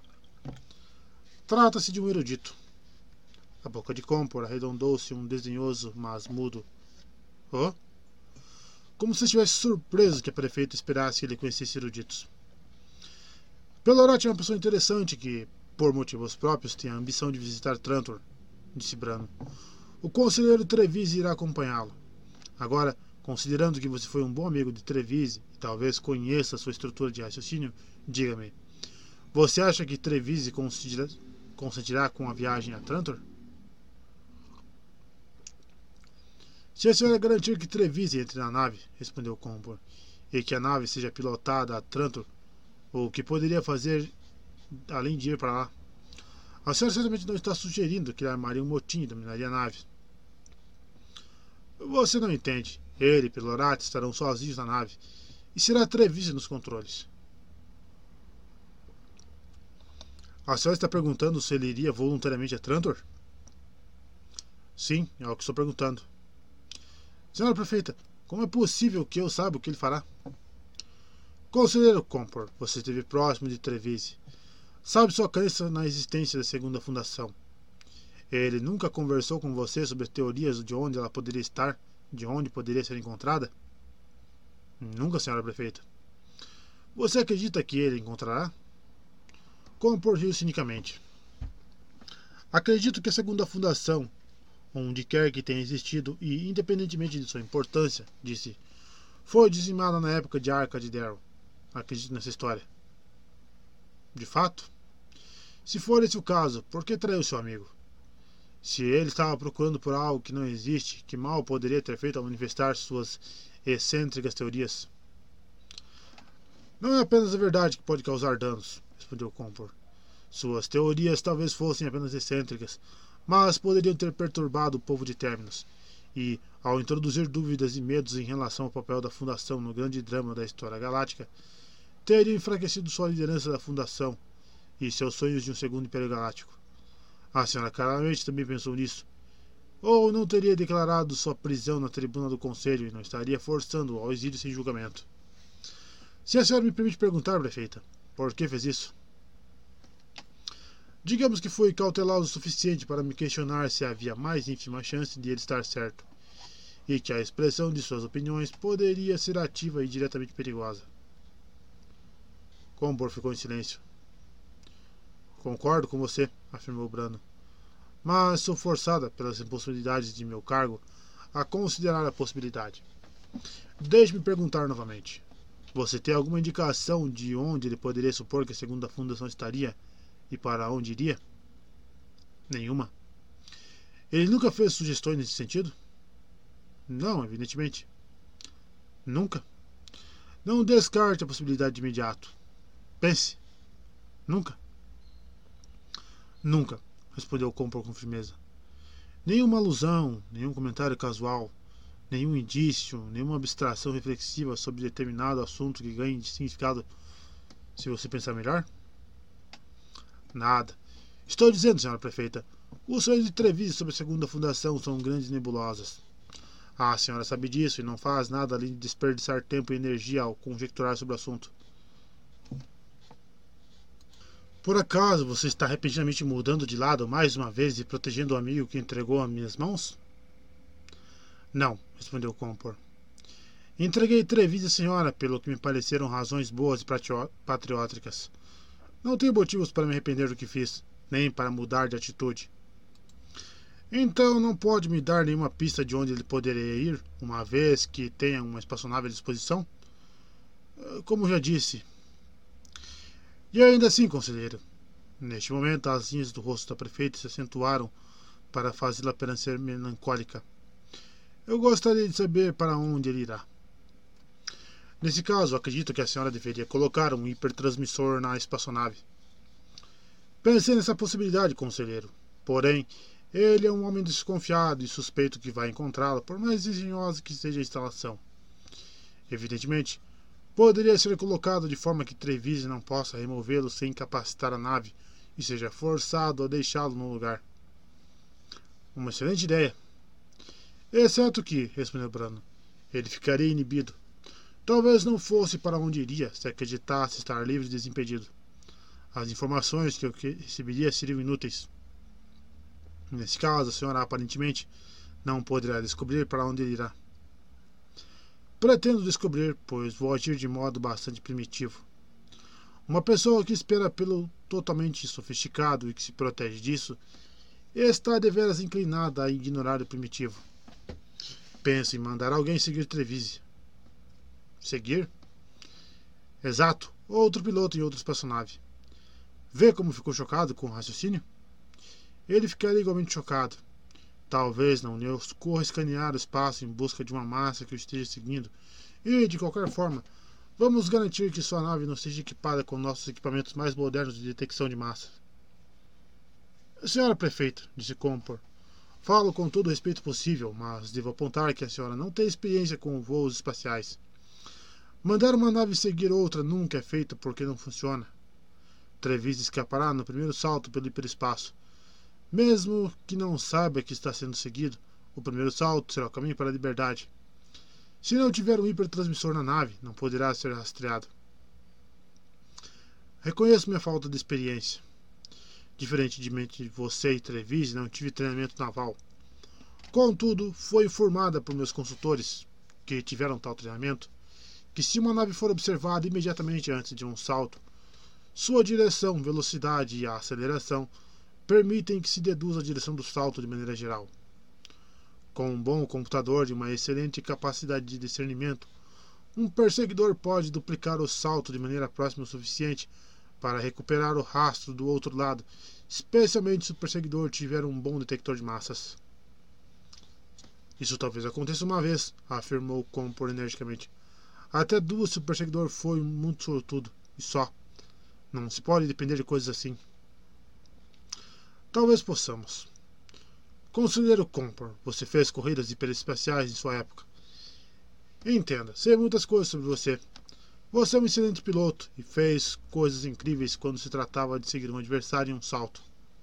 Trata-se de um erudito. A boca de Compor arredondou-se um desdenhoso, mas mudo. Oh? Como se estivesse surpreso que a prefeita esperasse que ele conhecesse eruditos. Pelorati é uma pessoa interessante que, por motivos próprios, tem a ambição de visitar Trantor, disse Brano. O conselheiro Trevise irá acompanhá-lo. Agora, considerando que você foi um bom amigo de Trevise e talvez conheça a sua estrutura de raciocínio, diga-me, você acha que Trevise consentirá com a viagem a Trantor? Se a senhora garantir que Trevise entre na nave, respondeu Compor, e que a nave seja pilotada a Trantor, o que poderia fazer além de ir para lá? A senhora certamente não está sugerindo que ele armaria um motim e dominaria a nave. Você não entende. Ele e Pelorati estarão sozinhos na nave, E será Trevize nos controles. A senhora está perguntando se ele iria voluntariamente a Trantor? Sim, é o que estou perguntando. Senhora prefeita, como é possível que eu saiba o que ele fará? Conselheiro Compor, você esteve próximo de Trevize. Sabe sua crença na existência da segunda fundação. Ele nunca conversou com você sobre teorias de onde ela poderia estar, de onde poderia ser encontrada? Nunca, senhora prefeita. Você acredita que ele encontrará? Compor riu cinicamente. Acredito que a segunda fundação, onde quer que tenha existido e independentemente de sua importância, disse, foi dizimada na época de Arca de Darrow. Acredito nessa história. De fato? Se for esse o caso, por que traiu seu amigo? Se ele estava procurando por algo que não existe, que mal poderia ter feito ao manifestar suas excêntricas teorias? Não é apenas a verdade que pode causar danos, respondeu Compor. Suas teorias talvez fossem apenas excêntricas, mas poderiam ter perturbado o povo de Terminus, e, ao introduzir dúvidas e medos em relação ao papel da Fundação no grande drama da história galáctica, teriam enfraquecido sua liderança da Fundação e seus sonhos de um segundo Império Galáctico. A senhora claramente também pensou nisso. Ou não teria declarado sua prisão na tribuna do Conselho e não estaria forçando-o ao exílio sem julgamento. Se a senhora me permite perguntar, prefeita, por que fez isso? Digamos que fui cauteloso o suficiente para me questionar se havia mais ínfima chance de ele estar certo, e que a expressão de suas opiniões poderia ser ativa e diretamente perigosa. Compor ficou em silêncio. Concordo com você, afirmou Brano, mas sou forçada pelas impossibilidades de meu cargo a considerar a possibilidade. Deixe-me perguntar novamente. Você tem alguma indicação de onde ele poderia supor que a segunda fundação estaria e para onde iria? Nenhuma. Ele nunca fez sugestões nesse sentido? Não, evidentemente. Nunca. Não descarte a possibilidade de imediato. Pense. Nunca. Nunca, respondeu Compor com firmeza. Nenhuma alusão, nenhum comentário casual, nenhum indício, nenhuma abstração reflexiva sobre determinado assunto que ganhe de significado se você pensar melhor? Nada. Estou dizendo, senhora prefeita, os sonhos de Trevize sobre a segunda fundação são grandes nebulosas. A senhora sabe disso e não faz nada além de desperdiçar tempo e energia ao conjecturar sobre o assunto. Por acaso você está repentinamente mudando de lado mais uma vez e protegendo o amigo que entregou a minhas mãos? Não, respondeu Compor. Entreguei Trevize à senhora pelo que me pareceram razões boas e patrióticas. Não tenho motivos para me arrepender do que fiz, nem para mudar de atitude. Então não pode me dar nenhuma pista de onde ele poderia ir, uma vez que tenha uma espaçonave à disposição? Como já disse. E ainda assim, conselheiro. Neste momento, as linhas do rosto da prefeita se acentuaram para fazê-la parecer melancólica. Eu gostaria de saber para onde ele irá. Nesse caso, acredito que a senhora deveria colocar um hipertransmissor na espaçonave. Pensei nessa possibilidade, conselheiro. Porém, ele é um homem desconfiado e suspeito que vai encontrá-la, por mais engenhosa que seja a instalação. Evidentemente, poderia ser colocado de forma que Trevize não possa removê-lo sem incapacitar a nave e seja forçado a deixá-lo no lugar. Uma excelente ideia. Exceto que, respondeu Brano, ele ficaria inibido. Talvez não fosse para onde iria se acreditasse estar livre e desimpedido. As informações que eu receberia seriam inúteis. Nesse caso, a senhora aparentemente não poderá descobrir para onde ele irá. Pretendo descobrir, pois vou agir de modo bastante primitivo. Uma pessoa que espera pelo totalmente sofisticado e que se protege disso está deveras inclinada a ignorar o primitivo. Penso em mandar alguém seguir Trevize. Seguir? Exato, outro piloto em outra espaçonave. Vê como ficou chocado com o raciocínio? Ele ficaria igualmente chocado. Talvez não lhe ocorra escanear o espaço em busca de uma massa que o esteja seguindo. E, de qualquer forma, vamos garantir que sua nave não esteja equipada com nossos equipamentos mais modernos de detecção de massa. Senhora prefeita, disse Compor, falo com todo o respeito possível, mas devo apontar que a senhora não tem experiência com voos espaciais. Mandar uma nave seguir outra nunca é feito porque não funciona. Trevize escapará no primeiro salto pelo hiperespaço. Mesmo que não saiba que está sendo seguido, o primeiro salto será o caminho para a liberdade. Se não tiver um hipertransmissor na nave, não poderá ser rastreado. Reconheço minha falta de experiência. Diferentemente de você e Trevize, não tive treinamento naval. Contudo, foi informada por meus consultores, que tiveram tal treinamento, que se uma nave for observada imediatamente antes de um salto, sua direção, velocidade e a aceleração permitem que se deduza a direção do salto de maneira geral. Com um bom computador e uma excelente capacidade de discernimento, um perseguidor pode duplicar o salto de maneira próxima o suficiente para recuperar o rastro do outro lado, especialmente se o perseguidor tiver um bom detector de massas. Isso talvez aconteça uma vez, afirmou Compor energicamente. Até duas se o perseguidor for muito sortudo, e só. Não se pode depender de coisas assim. Talvez possamos. Conselheiro Compor, você fez corridas hiperespaciais em sua época. Entenda, sei muitas coisas sobre você. Você é um excelente piloto e fez coisas incríveis quando se tratava de seguir um adversário em um salto.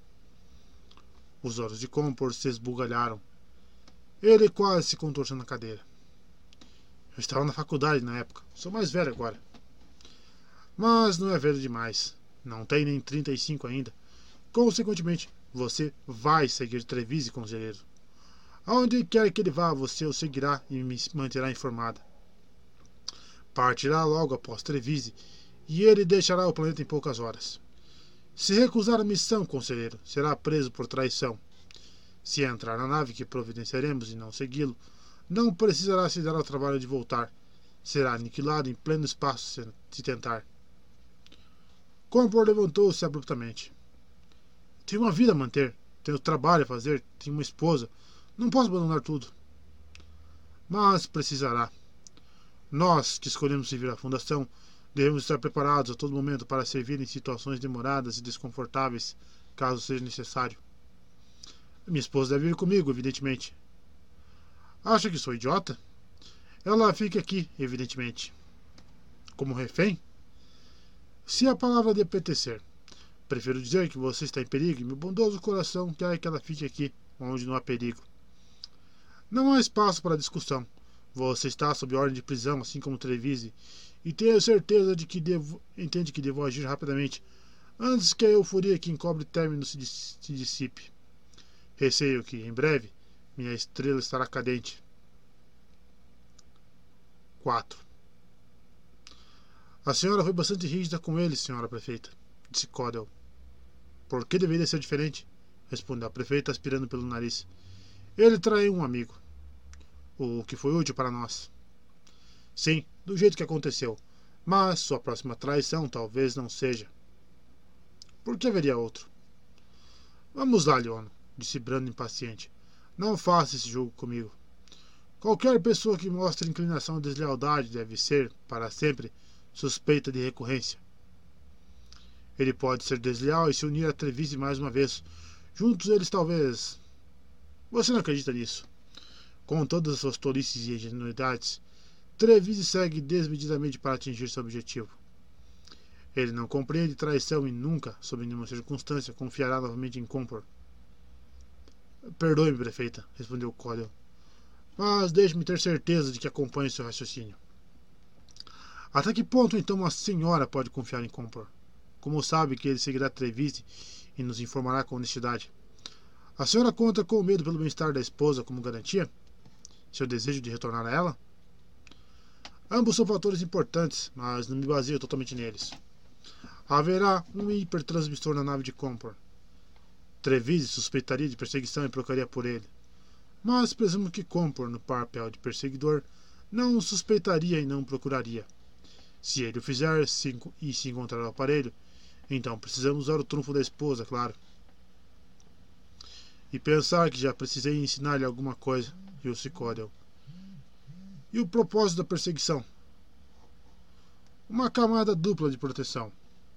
Os olhos de Compor se esbugalharam. Ele quase se contorceu na cadeira. Eu estava na faculdade na época. Sou mais velho agora. Mas não é velho demais. Não tem nem 35 ainda. Consequentemente, você vai seguir Trevize, conselheiro. Aonde quer que ele vá, você o seguirá e me manterá informada. Partirá logo após Trevize e ele deixará o planeta em poucas horas. Se recusar a missão, conselheiro, será preso por traição. Se entrar na nave que providenciaremos e não segui-lo, não precisará se dar ao trabalho de voltar. Será aniquilado em pleno espaço se tentar. Compor levantou-se abruptamente. Tenho uma vida a manter, tenho trabalho a fazer, tenho uma esposa. Não posso abandonar tudo. Mas precisará. Nós, que escolhemos servir a Fundação, devemos estar preparados a todo momento para servir em situações demoradas e desconfortáveis, caso seja necessário. Minha esposa deve ir comigo, evidentemente. Acha que sou idiota? Ela fica aqui, evidentemente. Como refém? Se a palavra lhe apetecer. Prefiro dizer que você está em perigo e meu bondoso coração quer que ela fique aqui, onde não há perigo. Não há espaço para discussão. Você está sob ordem de prisão, assim como Trevize, e tenho certeza de que entende que devo agir rapidamente, antes que a euforia que encobre término se dissipe. Receio que, em breve, minha estrela estará cadente. 4. A senhora foi bastante rígida com ele, senhora prefeita, disse Codell. Por que deveria ser diferente? Respondeu a prefeita, aspirando pelo nariz. Ele traiu um amigo. O que foi útil para nós. Sim, do jeito que aconteceu. Mas sua próxima traição talvez não seja. Por que haveria outro? Vamos lá, Leono, disse Brando impaciente. Não faça esse jogo comigo. Qualquer pessoa que mostre inclinação à deslealdade deve ser, para sempre, suspeita de recorrência. Ele pode ser desleal e se unir a Trevize mais uma vez. Juntos eles talvez... Você não acredita nisso? Com todas as suas tolices e ingenuidades, Trevize segue desmedidamente para atingir seu objetivo. Ele não compreende traição e nunca, sob nenhuma circunstância, confiará novamente em Compor. Perdoe-me, prefeita, respondeu Codell, mas deixe-me ter certeza de que acompanhe seu raciocínio. Até que ponto, então, a senhora pode confiar em Compor? Como sabe que ele seguirá Trevize e nos informará com honestidade? A senhora conta com o medo pelo bem-estar da esposa como garantia? Seu desejo de retornar a ela? Ambos são fatores importantes, mas não me baseio totalmente neles. Haverá um hipertransmissor na nave de Compor. Trevize suspeitaria de perseguição e procuraria por ele. Mas presumo que Compor, no papel de perseguidor, não suspeitaria e não procuraria. Se ele o fizer e se encontrar o aparelho, então precisamos usar o trunfo da esposa, claro. E pensar que já precisei ensinar-lhe alguma coisa, riu-se Codell. E o propósito da perseguição? Uma camada dupla de proteção.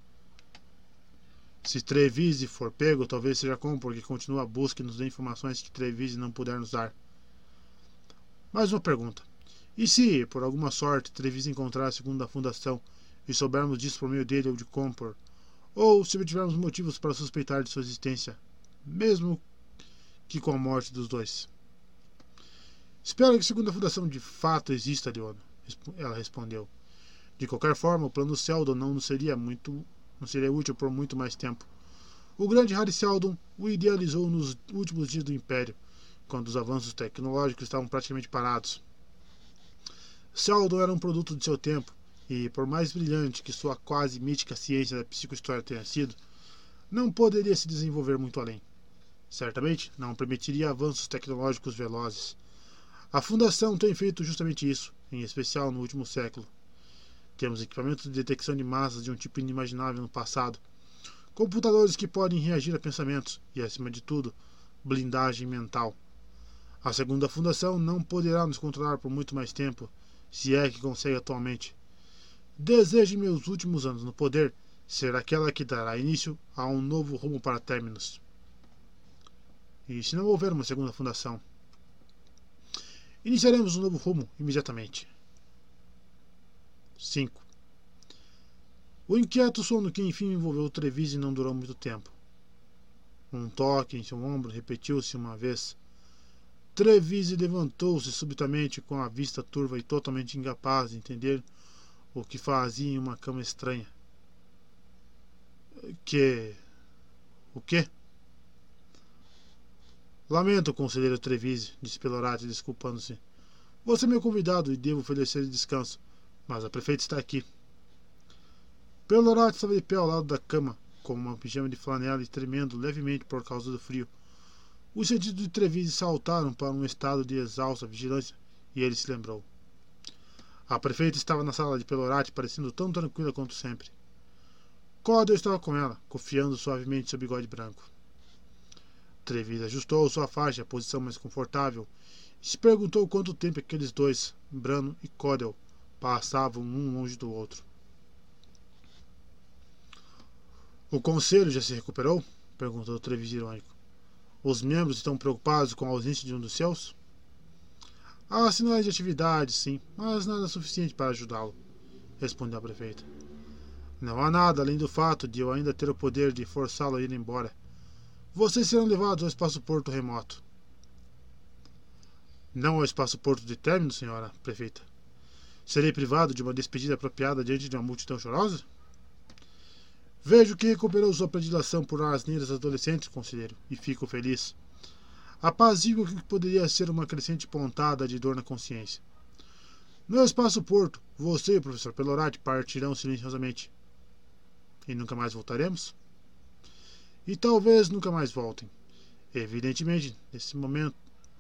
Se Trevize for pego, talvez seja Compor que continue a busca e nos dê informações que Trevize não puder nos dar. Mais uma pergunta. E se, por alguma sorte, Treviso encontrar a segunda fundação e soubermos disso por meio dele ou de Compor, ou se obtivermos motivos para suspeitar de sua existência, mesmo que com a morte dos dois? Espero que a segunda fundação de fato exista, Leona, ela respondeu. De qualquer forma, o plano Seldon não seria útil por muito mais tempo. O grande Harry Seldon o idealizou nos últimos dias do Império, quando os avanços tecnológicos estavam praticamente parados. Seldon era um produto de seu tempo, e, por mais brilhante que sua quase mítica ciência da psicohistória tenha sido, não poderia se desenvolver muito além. Certamente não permitiria avanços tecnológicos velozes. A Fundação tem feito justamente isso, em especial no último século. Temos equipamentos de detecção de massas de um tipo inimaginável no passado, computadores que podem reagir a pensamentos e, acima de tudo, blindagem mental. A segunda fundação não poderá nos controlar por muito mais tempo, se é que consegue atualmente. Desejo meus últimos anos no poder ser aquela que dará início a um novo rumo para Terminus. E se não houver uma segunda fundação? Iniciaremos um novo rumo imediatamente. 5. O inquieto sono que enfim envolveu Treviso não durou muito tempo. Um toque em seu ombro repetiu-se uma vez. Treviso levantou-se subitamente com a vista turva e totalmente incapaz de entender o que fazia em uma cama estranha. O quê? Lamento, conselheiro Treviso, disse Pelorati, desculpando-se. Você é meu convidado e devo oferecer descanso, mas a prefeita está aqui. Pelorati estava de pé ao lado da cama, com uma pijama de flanela e tremendo levemente por causa do frio. Os sentidos de Treviso saltaram para um estado de exausta vigilância e ele se lembrou. A prefeita estava na sala de Pelorati, parecendo tão tranquila quanto sempre. Cordell estava com ela, cofiando suavemente seu bigode branco. Treviso ajustou sua faixa à posição mais confortável e se perguntou quanto tempo aqueles dois, Brano e Cordell, passavam um longe do outro. O conselho já se recuperou? Perguntou Treviso irônico. Os membros estão preocupados com a ausência de um dos seus? Há sinais de atividade, sim, mas nada suficiente para ajudá-lo, respondeu a prefeita. Não há nada além do fato de eu ainda ter o poder de forçá-lo a ir embora. Vocês serão levados ao espaço-porto remoto. Não ao espaço-porto de Terminus, senhora prefeita. Serei privado de uma despedida apropriada diante de uma multidão chorosa? Vejo que recuperou sua predileção por asneiras adolescentes, conselheiro, e fico feliz. Apazigua o que poderia ser uma crescente pontada de dor na consciência. No espaço-porto, você e o professor Pelorati partirão silenciosamente. E nunca mais voltaremos? E talvez nunca mais voltem. Evidentemente, nesse momento,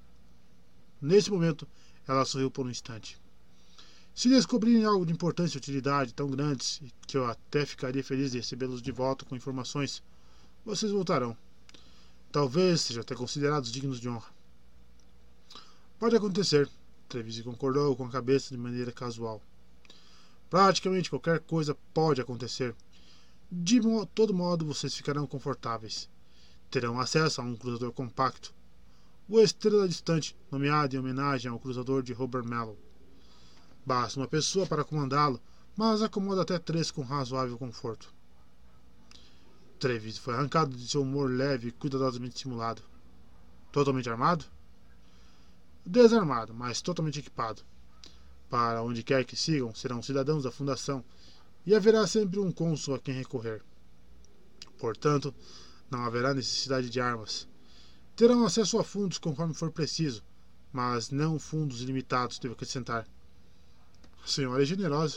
ela sorriu por um instante. Se descobrirem algo de importância e utilidade tão grandes que eu até ficaria feliz de recebê-los de volta com informações, vocês voltarão. Talvez sejam até considerados dignos de honra. Pode acontecer, Treviso concordou com a cabeça de maneira casual. Praticamente qualquer coisa pode acontecer. De todo modo, vocês ficarão confortáveis. Terão acesso a um cruzador compacto. O Estrela Distante, nomeado em homenagem ao cruzador de Robert Mallow. Basta uma pessoa para comandá-lo, mas acomoda até 3 com razoável conforto. Treviso foi arrancado de seu humor leve e cuidadosamente simulado. Totalmente armado? Desarmado, mas totalmente equipado. Para onde quer que sigam, serão cidadãos da Fundação e haverá sempre um cônsul a quem recorrer. Portanto, não haverá necessidade de armas. Terão acesso a fundos conforme for preciso, mas não fundos ilimitados, devo acrescentar. A senhora é generosa.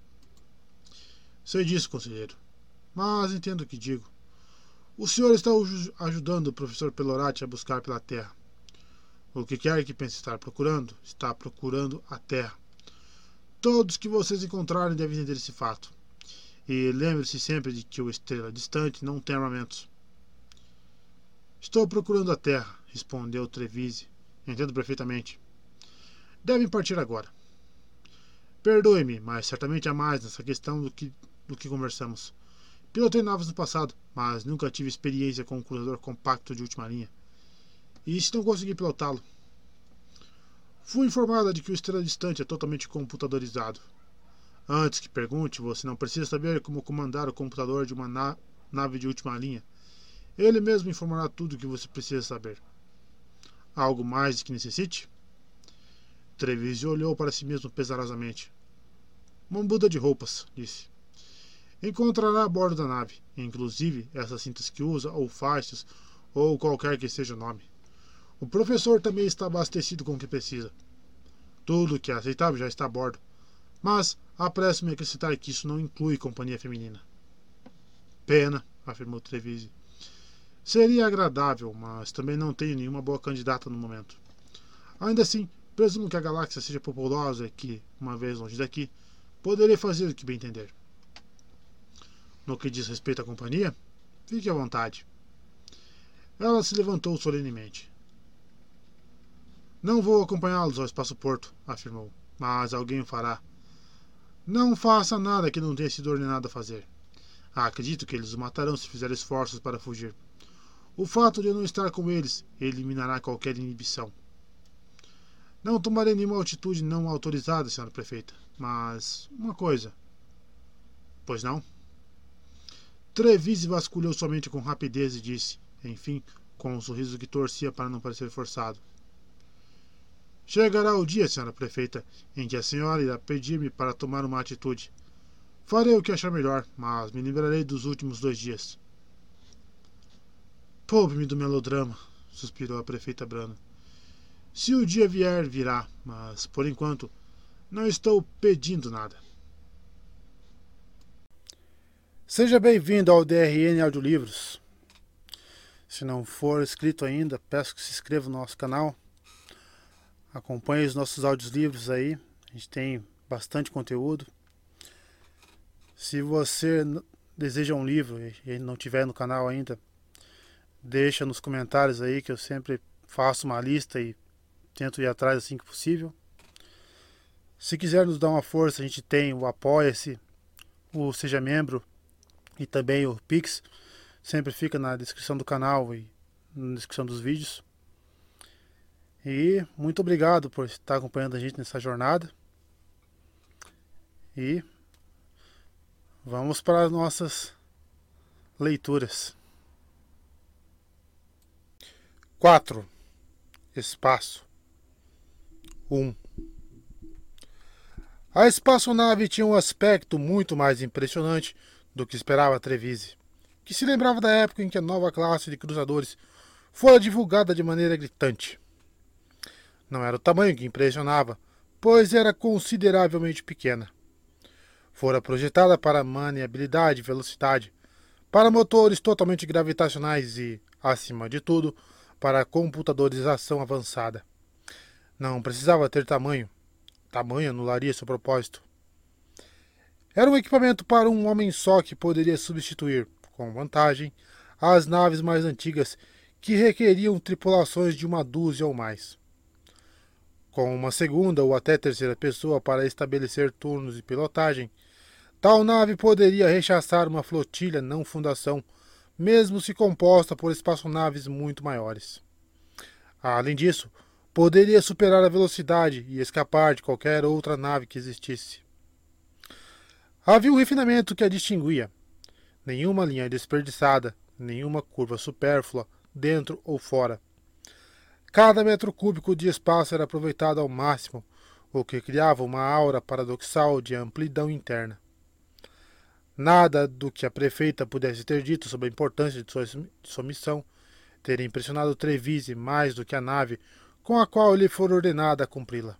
Sei disso, conselheiro. Mas entendo o que digo. O senhor está ajudando o professor Pelorati a buscar pela Terra. O que quer que pense estar procurando, está procurando a Terra. Todos que vocês encontrarem devem entender esse fato. E lembre-se sempre de que o Estrela Distante não tem armamentos. Estou procurando a Terra, respondeu Treviso. Entendo perfeitamente. Devem partir agora. Perdoe-me, mas certamente há mais nessa questão do que conversamos. Pilotei naves no passado, mas nunca tive experiência com um cruzador compacto de última linha. E se não conseguir pilotá-lo? Fui informada de que o Estrela Distante é totalmente computadorizado. Antes que pergunte, você não precisa saber como comandar o computador de uma nave de última linha. Ele mesmo informará tudo o que você precisa saber. Algo mais que necessite? Treviso olhou para si mesmo pesarosamente. Uma muda de roupas, disse. Encontrará a bordo da nave, inclusive essas cintas que usa, ou faixas, ou qualquer que seja o nome. O professor também está abastecido com o que precisa. Tudo que é aceitável já está a bordo, mas apresso-me a acrescentar que isso não inclui companhia feminina. Pena, afirmou Treviso. Seria agradável, mas também não tenho nenhuma boa candidata no momento. Ainda assim, presumo que a galáxia seja populosa e que, uma vez longe daqui, poderei fazer o que bem entender. No que diz respeito à companhia, fique à vontade. Ela se levantou solenemente. Não vou acompanhá-los ao espaço-porto, afirmou, mas alguém o fará. Não faça nada que não tenha sido ordenado a fazer. Acredito que eles o matarão se fizer esforços para fugir. O fato de eu não estar com eles eliminará qualquer inibição. Não tomarei nenhuma atitude não autorizada, senhora prefeita. Mas uma coisa. Pois não? Treviso vasculhou sua mente com rapidez e disse, enfim, com um sorriso que torcia para não parecer forçado. Chegará o dia, senhora prefeita, em que a senhora irá pedir-me para tomar uma atitude. Farei o que achar melhor, mas me lembrarei dos últimos 2 dias. Poupe-me do melodrama, suspirou a prefeita Brana. Se o dia vier, virá, mas, por enquanto, não estou pedindo nada. Seja bem-vindo ao DRN Audiolivros. Se não for inscrito ainda, peço que se inscreva no nosso canal. Acompanhe os nossos audiolivros aí. A gente tem bastante conteúdo. Se você deseja um livro e não tiver no canal ainda, deixa nos comentários aí que eu sempre faço uma lista e tento ir atrás assim que possível. Se quiser nos dar uma força, a gente tem o Apoia-se, o Seja Membro e também o Pix. Sempre fica na descrição do canal e na descrição dos vídeos. E muito obrigado por estar acompanhando a gente nessa jornada. E vamos para as nossas leituras. 4. Espaço. 1. A espaçonave tinha um aspecto muito mais impressionante do que esperava Treviso, que se lembrava da época em que a nova classe de cruzadores fora divulgada de maneira gritante. Não era o tamanho que impressionava, pois era consideravelmente pequena. Fora projetada para maniabilidade e velocidade, para motores totalmente gravitacionais e, acima de tudo, para a computadorização avançada. Não precisava ter tamanho. Tamanho anularia seu propósito. Era um equipamento para um homem só que poderia substituir, com vantagem, as naves mais antigas que requeriam tripulações de 1 dúzia ou mais. Com uma segunda ou até terceira pessoa para estabelecer turnos de pilotagem, tal nave poderia rechaçar uma flotilha não fundação, mesmo se composta por espaçonaves muito maiores. Além disso, poderia superar a velocidade e escapar de qualquer outra nave que existisse. Havia um refinamento que a distinguia. Nenhuma linha desperdiçada, nenhuma curva supérflua, dentro ou fora. Cada metro cúbico de espaço era aproveitado ao máximo, o que criava uma aura paradoxal de amplidão interna. Nada do que a prefeita pudesse ter dito sobre a importância de sua missão teria impressionado Treviso mais do que a nave com a qual lhe for ordenada a cumpri-la.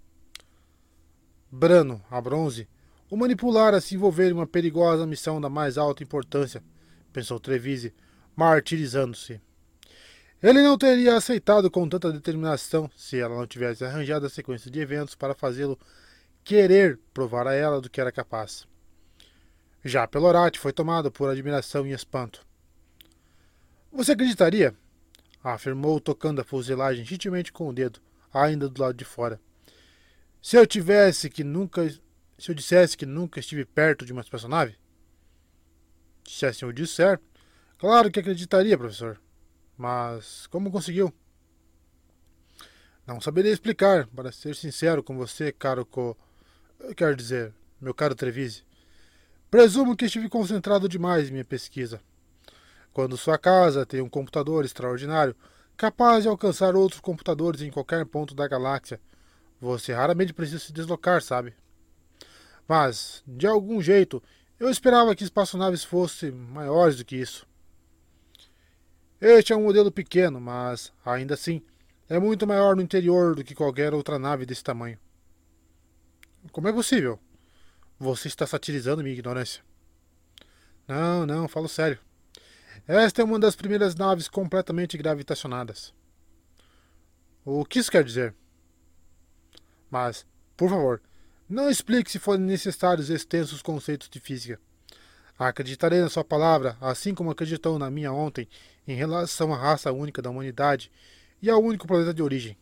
Brano, a bronze, o manipulara a se envolver em uma perigosa missão da mais alta importância, pensou Treviso, martirizando-se. Ele não teria aceitado com tanta determinação se ela não tivesse arranjado a sequência de eventos para fazê-lo querer provar a ela do que era capaz. Já Pelorati foi tomado por admiração e espanto. Você acreditaria? Afirmou, tocando a fuselagem gentilmente com o dedo, ainda do lado de fora. Se eu dissesse que nunca estive perto de uma espaçonave? Se assim o disser, claro que acreditaria, professor. Mas como conseguiu? Não saberia explicar, para ser sincero com você, Quero dizer, meu caro Trevize. Presumo que estive concentrado demais em minha pesquisa. Quando sua casa tem um computador extraordinário, capaz de alcançar outros computadores em qualquer ponto da galáxia, você raramente precisa se deslocar, sabe? Mas, de algum jeito, eu esperava que espaçonaves fossem maiores do que isso. Este é um modelo pequeno, mas, ainda assim, é muito maior no interior do que qualquer outra nave desse tamanho. Como é possível? Você está satirizando minha ignorância. Não, não, falo sério. Esta é uma das primeiras naves completamente gravitacionadas. O que isso quer dizer? Mas, por favor, não explique se forem necessários extensos conceitos de física. Acreditarei na sua palavra, assim como acreditou na minha ontem, em relação à raça única da humanidade e ao único planeta de origem.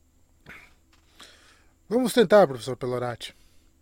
Vamos tentar, professor Pelorati.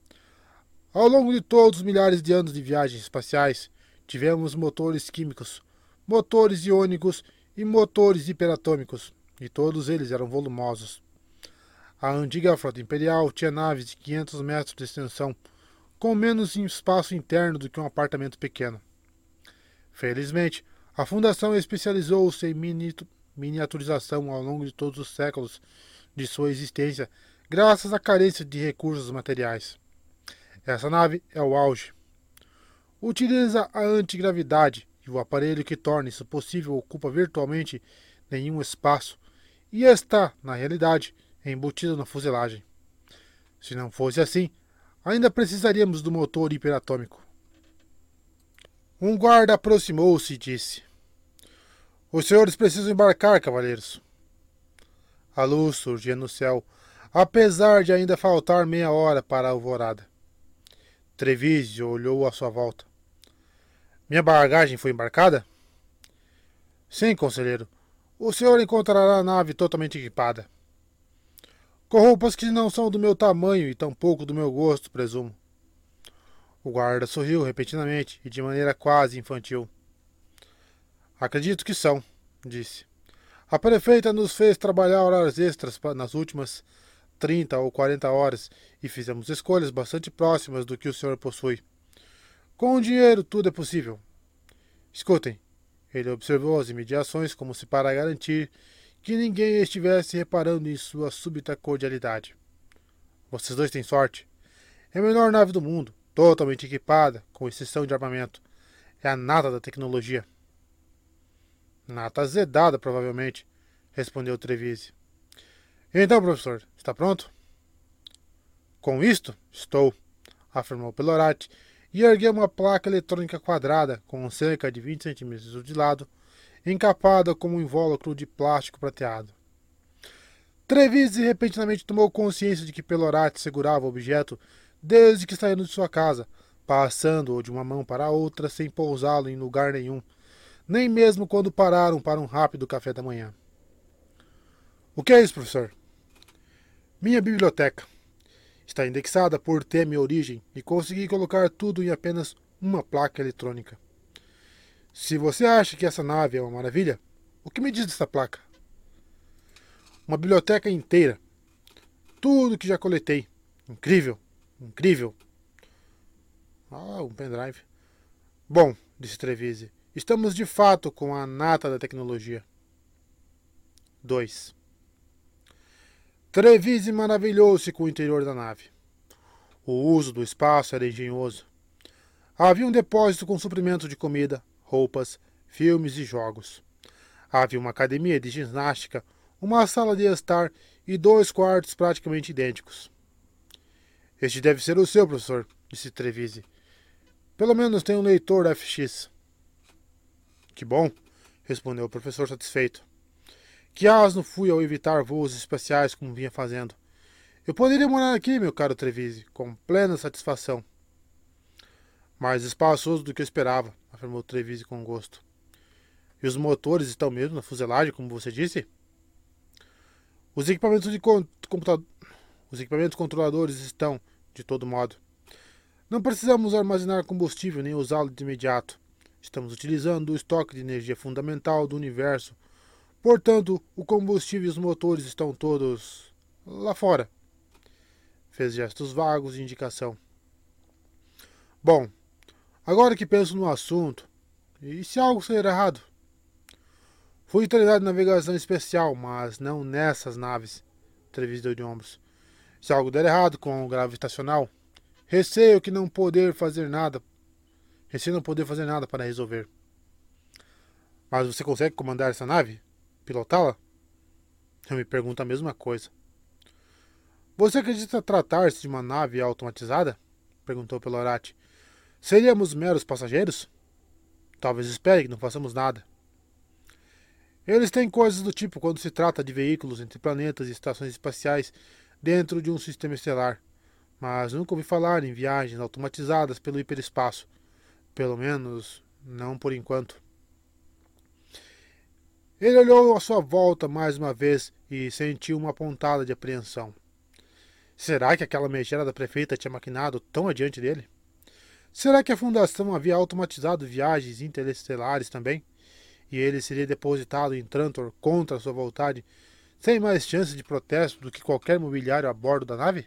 Ao longo de todos os milhares de anos de viagens espaciais, tivemos motores químicos, motores iônicos e motores hiperatômicos, e todos eles eram volumosos. A antiga frota imperial tinha naves de 500 metros de extensão, com menos espaço interno do que um apartamento pequeno. Felizmente, a Fundação especializou-se em miniaturização ao longo de todos os séculos de sua existência, graças à carência de recursos materiais. Essa nave é o auge. Utiliza a antigravidade e o aparelho que torna isso possível ocupa virtualmente nenhum espaço e está, na realidade, embutido na fuselagem. Se não fosse assim, ainda precisaríamos do motor hiperatômico. Um guarda aproximou-se e disse: Os senhores precisam embarcar, cavalheiros. A luz surgia no céu, apesar de ainda faltar meia hora para a alvorada. Treviso olhou à sua volta. Minha bagagem foi embarcada? Sim, conselheiro. O senhor encontrará a nave totalmente equipada. Com roupas que não são do meu tamanho e tampouco do meu gosto, presumo. O guarda sorriu repentinamente e de maneira quase infantil. Acredito que são, disse. A prefeita nos fez trabalhar horas extras nas últimas 30 ou 40 horas e fizemos escolhas bastante próximas do que o senhor possui. Com o dinheiro tudo é possível. Escutem, ele observou as imediações como se para garantir que ninguém estivesse reparando em sua súbita cordialidade. Vocês dois têm sorte. É a melhor nave do mundo, totalmente equipada, com exceção de armamento. É a nata da tecnologia. Nata azedada, provavelmente, respondeu Trevize. Então, professor, está pronto? Com isto, estou, afirmou Pelorati, e ergueu uma placa eletrônica quadrada, com cerca de 20 centímetros de lado, encapada como um invólucro de plástico prateado. Trevize repentinamente tomou consciência de que Pelorati segurava o objeto desde que saiu de sua casa, passando-o de uma mão para a outra sem pousá-lo em lugar nenhum, nem mesmo quando pararam para um rápido café da manhã. O que é isso, professor? Minha biblioteca. Está indexada por tema e origem e consegui colocar tudo em apenas uma placa eletrônica. Se você acha que essa nave é uma maravilha, o que me diz dessa placa? Uma biblioteca inteira. Tudo que já coletei. Incrível, incrível. Ah, um pendrive. Bom, disse Trevize, estamos de fato com a nata da tecnologia. 2. Trevize maravilhou-se com o interior da nave. O uso do espaço era engenhoso. Havia um depósito com suprimento de comida, roupas, filmes e jogos. Havia uma academia de ginástica, uma sala de estar e 2 quartos praticamente idênticos. Este deve ser o seu, professor, disse Trevize. Pelo menos tem um leitor FX. Que bom, respondeu o professor satisfeito. Que asno fui ao evitar voos espaciais como vinha fazendo. Eu poderia morar aqui, meu caro Trevize, com plena satisfação. Mais espaçoso do que eu esperava, afirmou Trevize com gosto. E os motores estão mesmo na fuselagem, como você disse? Os equipamentos Os equipamentos controladores estão, de todo modo. Não precisamos armazenar combustível nem usá-lo de imediato. Estamos utilizando o estoque de energia fundamental do universo. Portanto, o combustível e os motores estão todos Lá fora. Fez gestos vagos de indicação. Bom, agora que penso no assunto, e se algo sair errado? Fui treinado em navegação especial, mas não nessas naves. Trevis deu de ombros. Se algo der errado com o gravitacional, receio não poder fazer nada para resolver. Mas você consegue comandar essa nave? Pilotá-la? Eu me pergunto a mesma coisa. Você acredita tratar-se de uma nave automatizada? Perguntou Pelorati. Seríamos meros passageiros? Talvez espere que não façamos nada. Eles têm coisas do tipo quando se trata de veículos entre planetas e estações espaciais dentro de um sistema estelar, mas nunca ouvi falar em viagens automatizadas pelo hiperespaço. Pelo menos, não por enquanto. Ele olhou à sua volta mais uma vez e sentiu uma pontada de apreensão. Será que aquela megera da prefeita tinha maquinado tão adiante dele? Será que a fundação havia automatizado viagens interestelares também? E ele seria depositado em Trantor contra sua vontade, sem mais chance de protesto do que qualquer mobiliário a bordo da nave?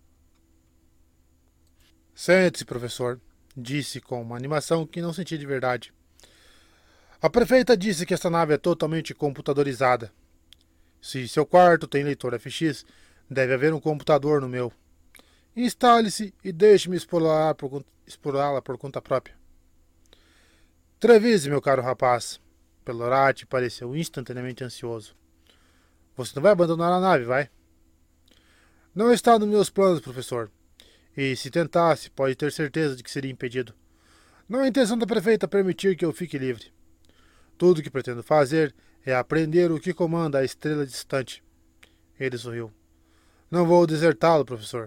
Sente-se, professor, disse com uma animação que não sentia de verdade. A prefeita disse que esta nave é totalmente computadorizada. Se seu quarto tem leitor FX, deve haver um computador no meu. Instale-se e deixe-me explorá-la por conta própria. Trevise, meu caro rapaz. Pelorati pareceu instantaneamente ansioso. Você não vai abandonar a nave, vai? Não está nos meus planos, professor. E se tentasse, pode ter certeza de que seria impedido. Não é intenção da prefeita permitir que eu fique livre. Tudo o que pretendo fazer é aprender o que comanda a estrela distante. Ele sorriu. Não vou desertá-lo, professor.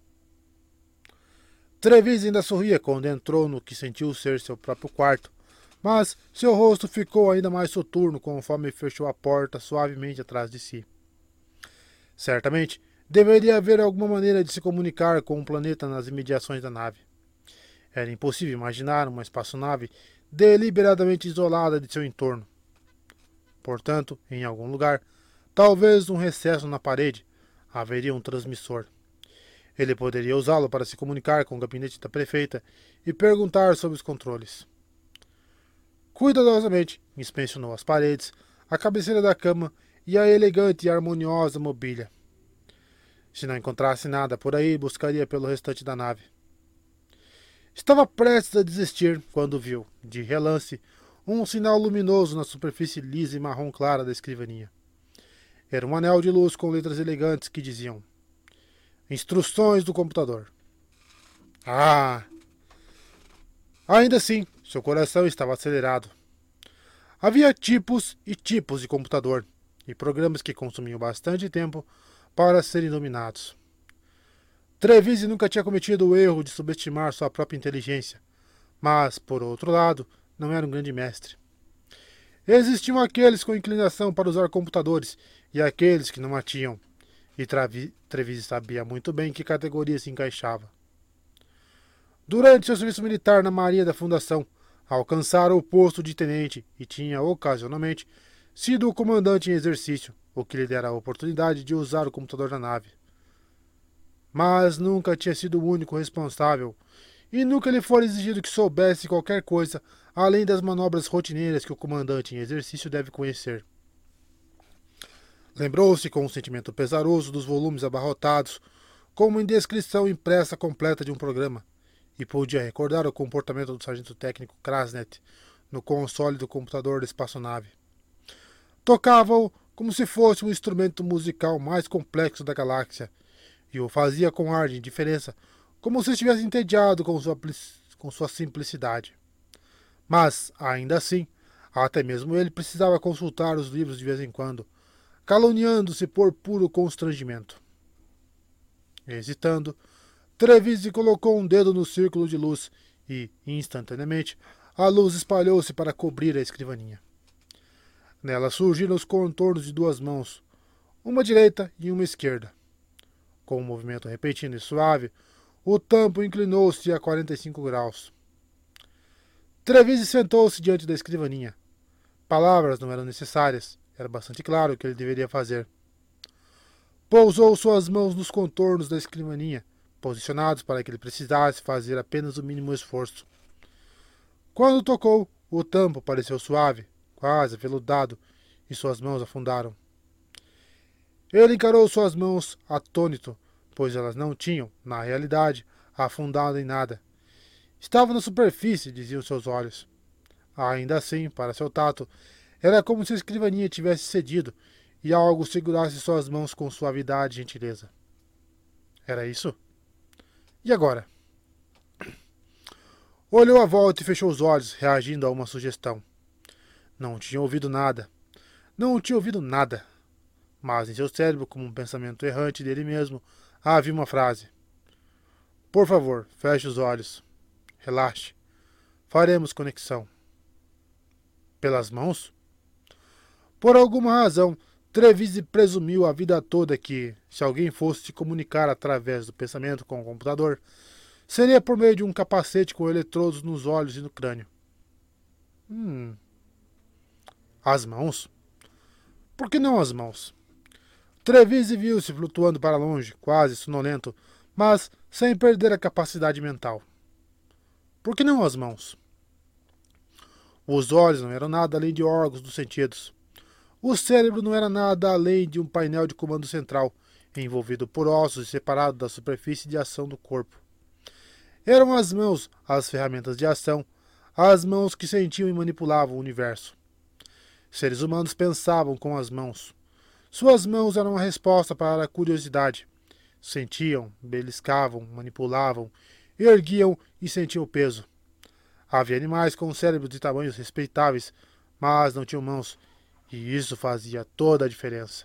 Trevise ainda sorria quando entrou no que sentiu ser seu próprio quarto, mas seu rosto ficou ainda mais soturno conforme fechou a porta suavemente atrás de si. Certamente, deveria haver alguma maneira de se comunicar com o planeta nas imediações da nave. Era impossível imaginar uma espaçonave deliberadamente isolada de seu entorno. Portanto, em algum lugar, talvez num recesso na parede, haveria um transmissor. Ele poderia usá-lo para se comunicar com o gabinete da prefeita e perguntar sobre os controles. Cuidadosamente, inspecionou as paredes, a cabeceira da cama e a elegante e harmoniosa mobília. Se não encontrasse nada por aí, buscaria pelo restante da nave. Estava prestes a desistir quando viu, de relance, um sinal luminoso na superfície lisa e marrom clara da escrivaninha. Era um anel de luz com letras elegantes que diziam: Instruções do computador. Ah! Ainda assim, seu coração estava acelerado. Havia tipos e tipos de computador, e programas que consumiam bastante tempo para serem dominados. Trevise nunca tinha cometido o erro de subestimar sua própria inteligência, mas, por outro lado, não era um grande mestre. Existiam aqueles com inclinação para usar computadores e aqueles que não a tinham, e Trevise sabia muito bem em que categoria se encaixava. Durante seu serviço militar na Marinha da Fundação, alcançara o posto de tenente e tinha, ocasionalmente, sido o comandante em exercício, o que lhe dera a oportunidade de usar o computador da nave. Mas nunca tinha sido o único responsável, e nunca lhe fora exigido que soubesse qualquer coisa além das manobras rotineiras que o comandante em exercício deve conhecer. Lembrou-se com um sentimento pesaroso dos volumes abarrotados, como em descrição impressa completa de um programa, e podia recordar o comportamento do sargento técnico Krasnet no console do computador da espaçonave. Tocava-o como se fosse o instrumento musical mais complexo da galáxia, e o fazia com ar de indiferença, como se estivesse entediado com sua simplicidade. Mas, ainda assim, até mesmo ele precisava consultar os livros de vez em quando, caluniando-se por puro constrangimento. Hesitando, Trevise colocou um dedo no círculo de luz e, instantaneamente, a luz espalhou-se para cobrir a escrivaninha. Nela surgiram os contornos de duas mãos, uma direita e uma esquerda. Com um movimento repentino e suave, o tampo inclinou-se a 45 graus. Trevise sentou-se diante da escrivaninha. Palavras não eram necessárias, era bastante claro o que ele deveria fazer. Pousou suas mãos nos contornos da escrivaninha, posicionados para que ele precisasse fazer apenas o mínimo esforço. Quando tocou, o tampo pareceu suave, quase aveludado, e suas mãos afundaram. Ele encarou suas mãos atônito, pois elas não tinham, na realidade, afundado em nada. Estavam na superfície, diziam seus olhos. Ainda assim, para seu tato, era como se a escrivaninha tivesse cedido e algo segurasse suas mãos com suavidade e gentileza. Era isso? E agora? Olhou à volta e fechou os olhos, reagindo a uma sugestão. Não tinha ouvido nada. Não tinha ouvido nada. Mas em seu cérebro, como um pensamento errante dele mesmo, havia uma frase. Por favor, feche os olhos. Relaxe. Faremos conexão. Pelas mãos? Por alguma razão, Trevise presumiu a vida toda que, se alguém fosse se comunicar através do pensamento com o computador, seria por meio de um capacete com eletrodos nos olhos e no crânio. As mãos? Por que não as mãos? Trevise viu-se flutuando para longe, quase sonolento, mas sem perder a capacidade mental. Por que não as mãos? Os olhos não eram nada além de órgãos dos sentidos. O cérebro não era nada além de um painel de comando central, envolvido por ossos e separado da superfície de ação do corpo. Eram as mãos as ferramentas de ação, as mãos que sentiam e manipulavam o universo. Seres humanos pensavam com as mãos. Suas mãos eram a resposta para a curiosidade. Sentiam, beliscavam, manipulavam, erguiam e sentiam o peso. Havia animais com cérebros de tamanhos respeitáveis, mas não tinham mãos, e isso fazia toda a diferença.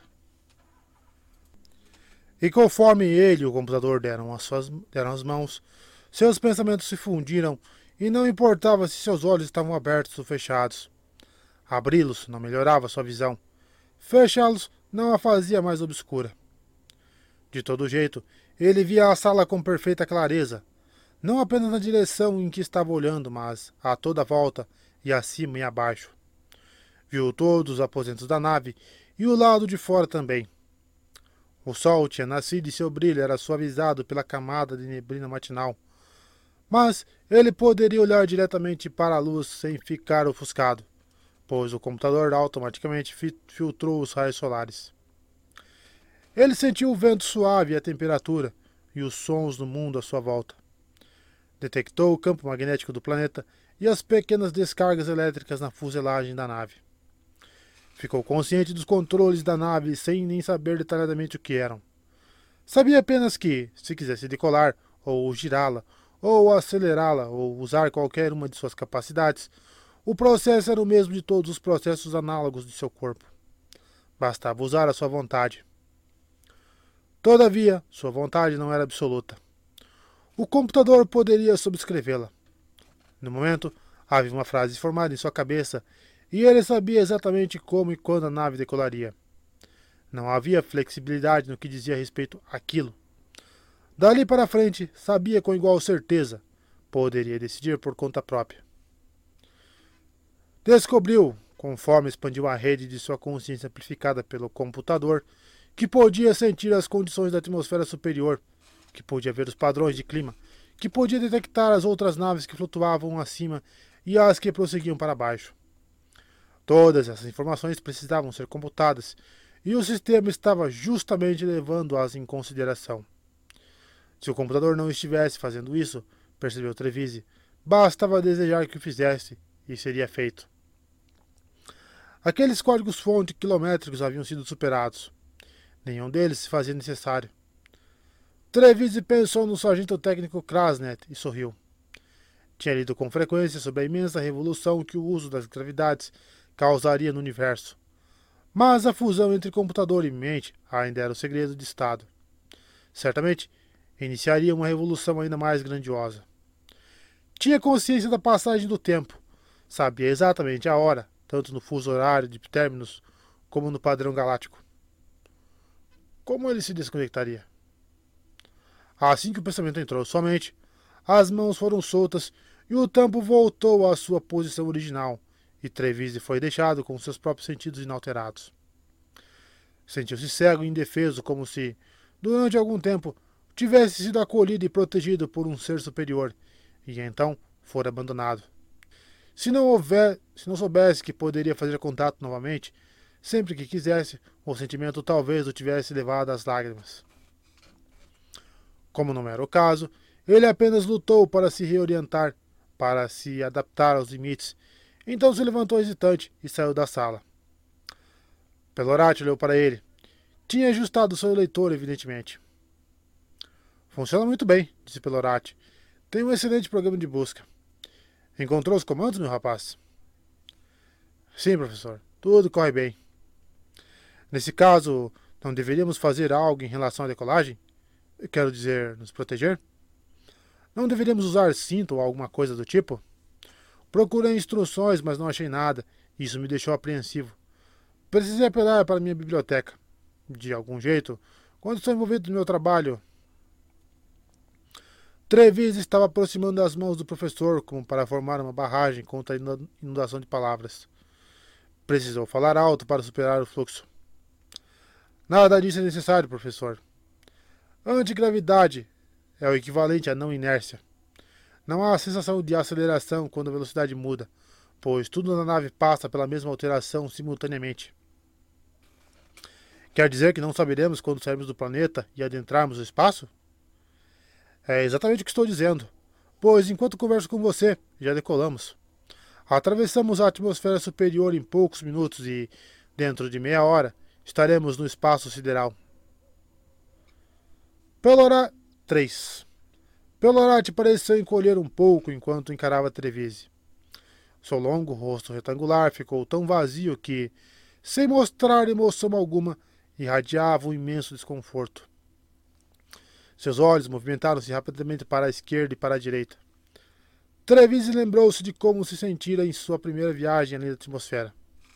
E conforme ele e o computador deram as mãos, seus pensamentos se fundiram e não importava se seus olhos estavam abertos ou fechados. Abri-los não melhorava sua visão. Fechá-los não a fazia mais obscura. De todo jeito, ele via a sala com perfeita clareza, não apenas na direção em que estava olhando, mas a toda a volta, e acima e abaixo. Viu todos os aposentos da nave e o lado de fora também. O sol tinha nascido e seu brilho era suavizado pela camada de neblina matinal. Mas ele poderia olhar diretamente para a luz sem ficar ofuscado, pois o computador automaticamente filtrou os raios solares. Ele sentiu o vento suave e a temperatura, e os sons do mundo à sua volta. Detectou o campo magnético do planeta e as pequenas descargas elétricas na fuselagem da nave. Ficou consciente dos controles da nave sem nem saber detalhadamente o que eram. Sabia apenas que, se quisesse decolar, ou girá-la, ou acelerá-la, ou usar qualquer uma de suas capacidades, o processo era o mesmo de todos os processos análogos de seu corpo. Bastava usar a sua vontade. Todavia, sua vontade não era absoluta. O computador poderia subscrevê-la. No momento, havia uma frase formada em sua cabeça e ele sabia exatamente como e quando a nave decolaria. Não havia flexibilidade no que dizia respeito àquilo. Dali para frente, sabia com igual certeza. Poderia decidir por conta própria. Descobriu, conforme expandiu a rede de sua consciência amplificada pelo computador, que podia sentir as condições da atmosfera superior, que podia ver os padrões de clima, que podia detectar as outras naves que flutuavam acima e as que prosseguiam para baixo. Todas essas informações precisavam ser computadas, e o sistema estava justamente levando-as em consideração. Se o computador não estivesse fazendo isso, percebeu Trevise, bastava desejar que o fizesse, e seria feito. Aqueles códigos-fonte quilométricos haviam sido superados. Nenhum deles se fazia necessário. Trevise pensou no sargento técnico Krasnet e sorriu. Tinha lido com frequência sobre a imensa revolução que o uso das gravidades causaria no universo. Mas a fusão entre computador e mente ainda era o segredo de Estado. Certamente, iniciaria uma revolução ainda mais grandiosa. Tinha consciência da passagem do tempo. Sabia exatamente a hora, tanto no fuso horário de Terminus como no padrão galáctico. Como ele se desconectaria? Assim que o pensamento entrou em sua mente, as mãos foram soltas e o tampo voltou à sua posição original, e Trevise foi deixado com seus próprios sentidos inalterados. Sentiu-se cego e indefeso, como se, durante algum tempo, tivesse sido acolhido e protegido por um ser superior, e então fora abandonado. Se não soubesse que poderia fazer contato novamente, sempre que quisesse, o sentimento talvez o tivesse levado às lágrimas. Como não era o caso, ele apenas lutou para se reorientar, para se adaptar aos limites. Então se levantou hesitante e saiu da sala. Pelorati olhou para ele. Tinha ajustado seu leitor, evidentemente. Funciona muito bem, disse Pelorati. Tem um excelente programa de busca. Encontrou os comandos, meu rapaz? Sim, professor. Tudo corre bem. Nesse caso, não deveríamos fazer algo em relação à decolagem? Quero dizer, nos proteger? Não deveríamos usar cinto ou alguma coisa do tipo? Procurei instruções, mas não achei nada. Isso me deixou apreensivo. Precisei apelar para minha biblioteca. De algum jeito, quando estou envolvido no meu trabalho... Trevis estava aproximando as mãos do professor como para formar uma barragem contra a inundação de palavras. Precisou falar alto para superar o fluxo. Nada disso é necessário, professor. Antigravidade é o equivalente à não inércia. Não há sensação de aceleração quando a velocidade muda, pois tudo na nave passa pela mesma alteração simultaneamente. Quer dizer que não saberemos quando sairmos do planeta e adentrarmos o espaço? É exatamente o que estou dizendo, pois enquanto converso com você, já decolamos. Atravessamos a atmosfera superior em poucos minutos e, dentro de meia hora, estaremos no espaço sideral. Pelora 3. Pelorati pareceu encolher um pouco enquanto encarava Trevize. Seu longo rosto retangular ficou tão vazio que, sem mostrar emoção alguma, irradiava um imenso desconforto. Seus olhos movimentaram-se rapidamente para a esquerda e para a direita. Trevize lembrou-se de como se sentira em sua primeira viagem além da atmosfera.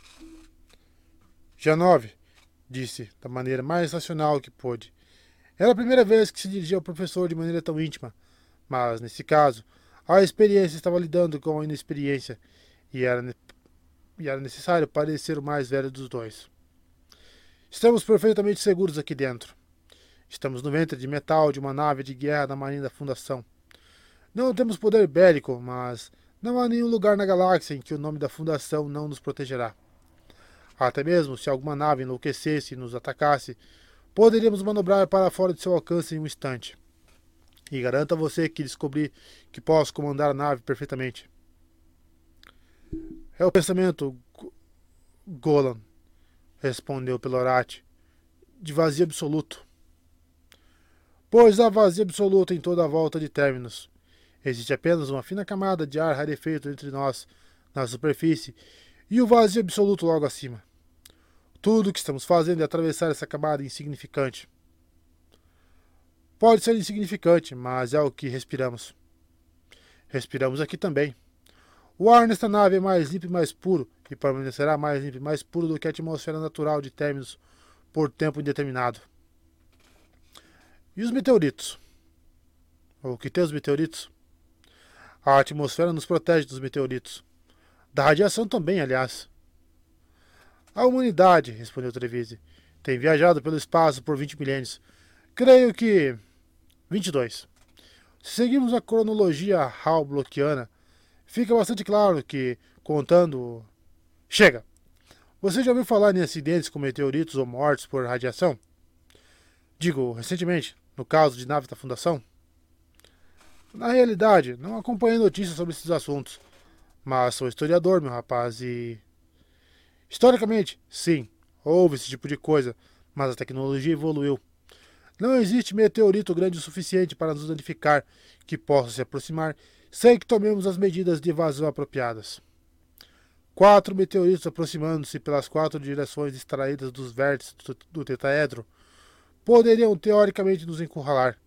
Janove, disse, da maneira mais racional que pôde. Era a primeira vez que se dirigia ao professor de maneira tão íntima, mas, nesse caso, a experiência estava lidando com a inexperiência e era necessário parecer o mais velho dos dois. Estamos perfeitamente seguros aqui dentro. Estamos no ventre de metal de uma nave de guerra da Marinha da Fundação. Não temos poder bélico, mas não há nenhum lugar na galáxia em que o nome da Fundação não nos protegerá. Até mesmo se alguma nave enlouquecesse e nos atacasse, poderíamos manobrar para fora de seu alcance em um instante. E garanto a você que descobri que posso comandar a nave perfeitamente. É o pensamento, Golan, respondeu Pelorati, de vazio absoluto. Pois há vazio absoluto em toda a volta de Terminus. Existe apenas uma fina camada de ar rarefeito entre nós, na superfície, e o vazio absoluto logo acima. Tudo o que estamos fazendo é atravessar essa camada insignificante. Pode ser insignificante, mas é o que respiramos. Respiramos aqui também. O ar nesta nave é mais limpo e mais puro, e permanecerá mais limpo e mais puro do que a atmosfera natural de Terminus por tempo indeterminado. E os meteoritos? O que tem os meteoritos? A atmosfera nos protege dos meteoritos. Da radiação também, aliás. A humanidade, respondeu Trevize, tem viajado pelo espaço por 20 milênios. Creio que 22. Se seguirmos a cronologia Hall-Blockiana, fica bastante claro que, contando... Chega! Você já ouviu falar em acidentes com meteoritos ou mortes por radiação? Digo, recentemente, no caso de naves da Fundação? Na realidade, não acompanhei notícias sobre esses assuntos, mas sou historiador, meu rapaz, e... Historicamente, sim, houve esse tipo de coisa, mas a tecnologia evoluiu. Não existe meteorito grande o suficiente para nos danificar que possa se aproximar sem que tomemos as medidas de evasão apropriadas. 4 meteoritos aproximando-se pelas 4 direções extraídas dos vértices do tetraedro poderiam teoricamente nos encurralar,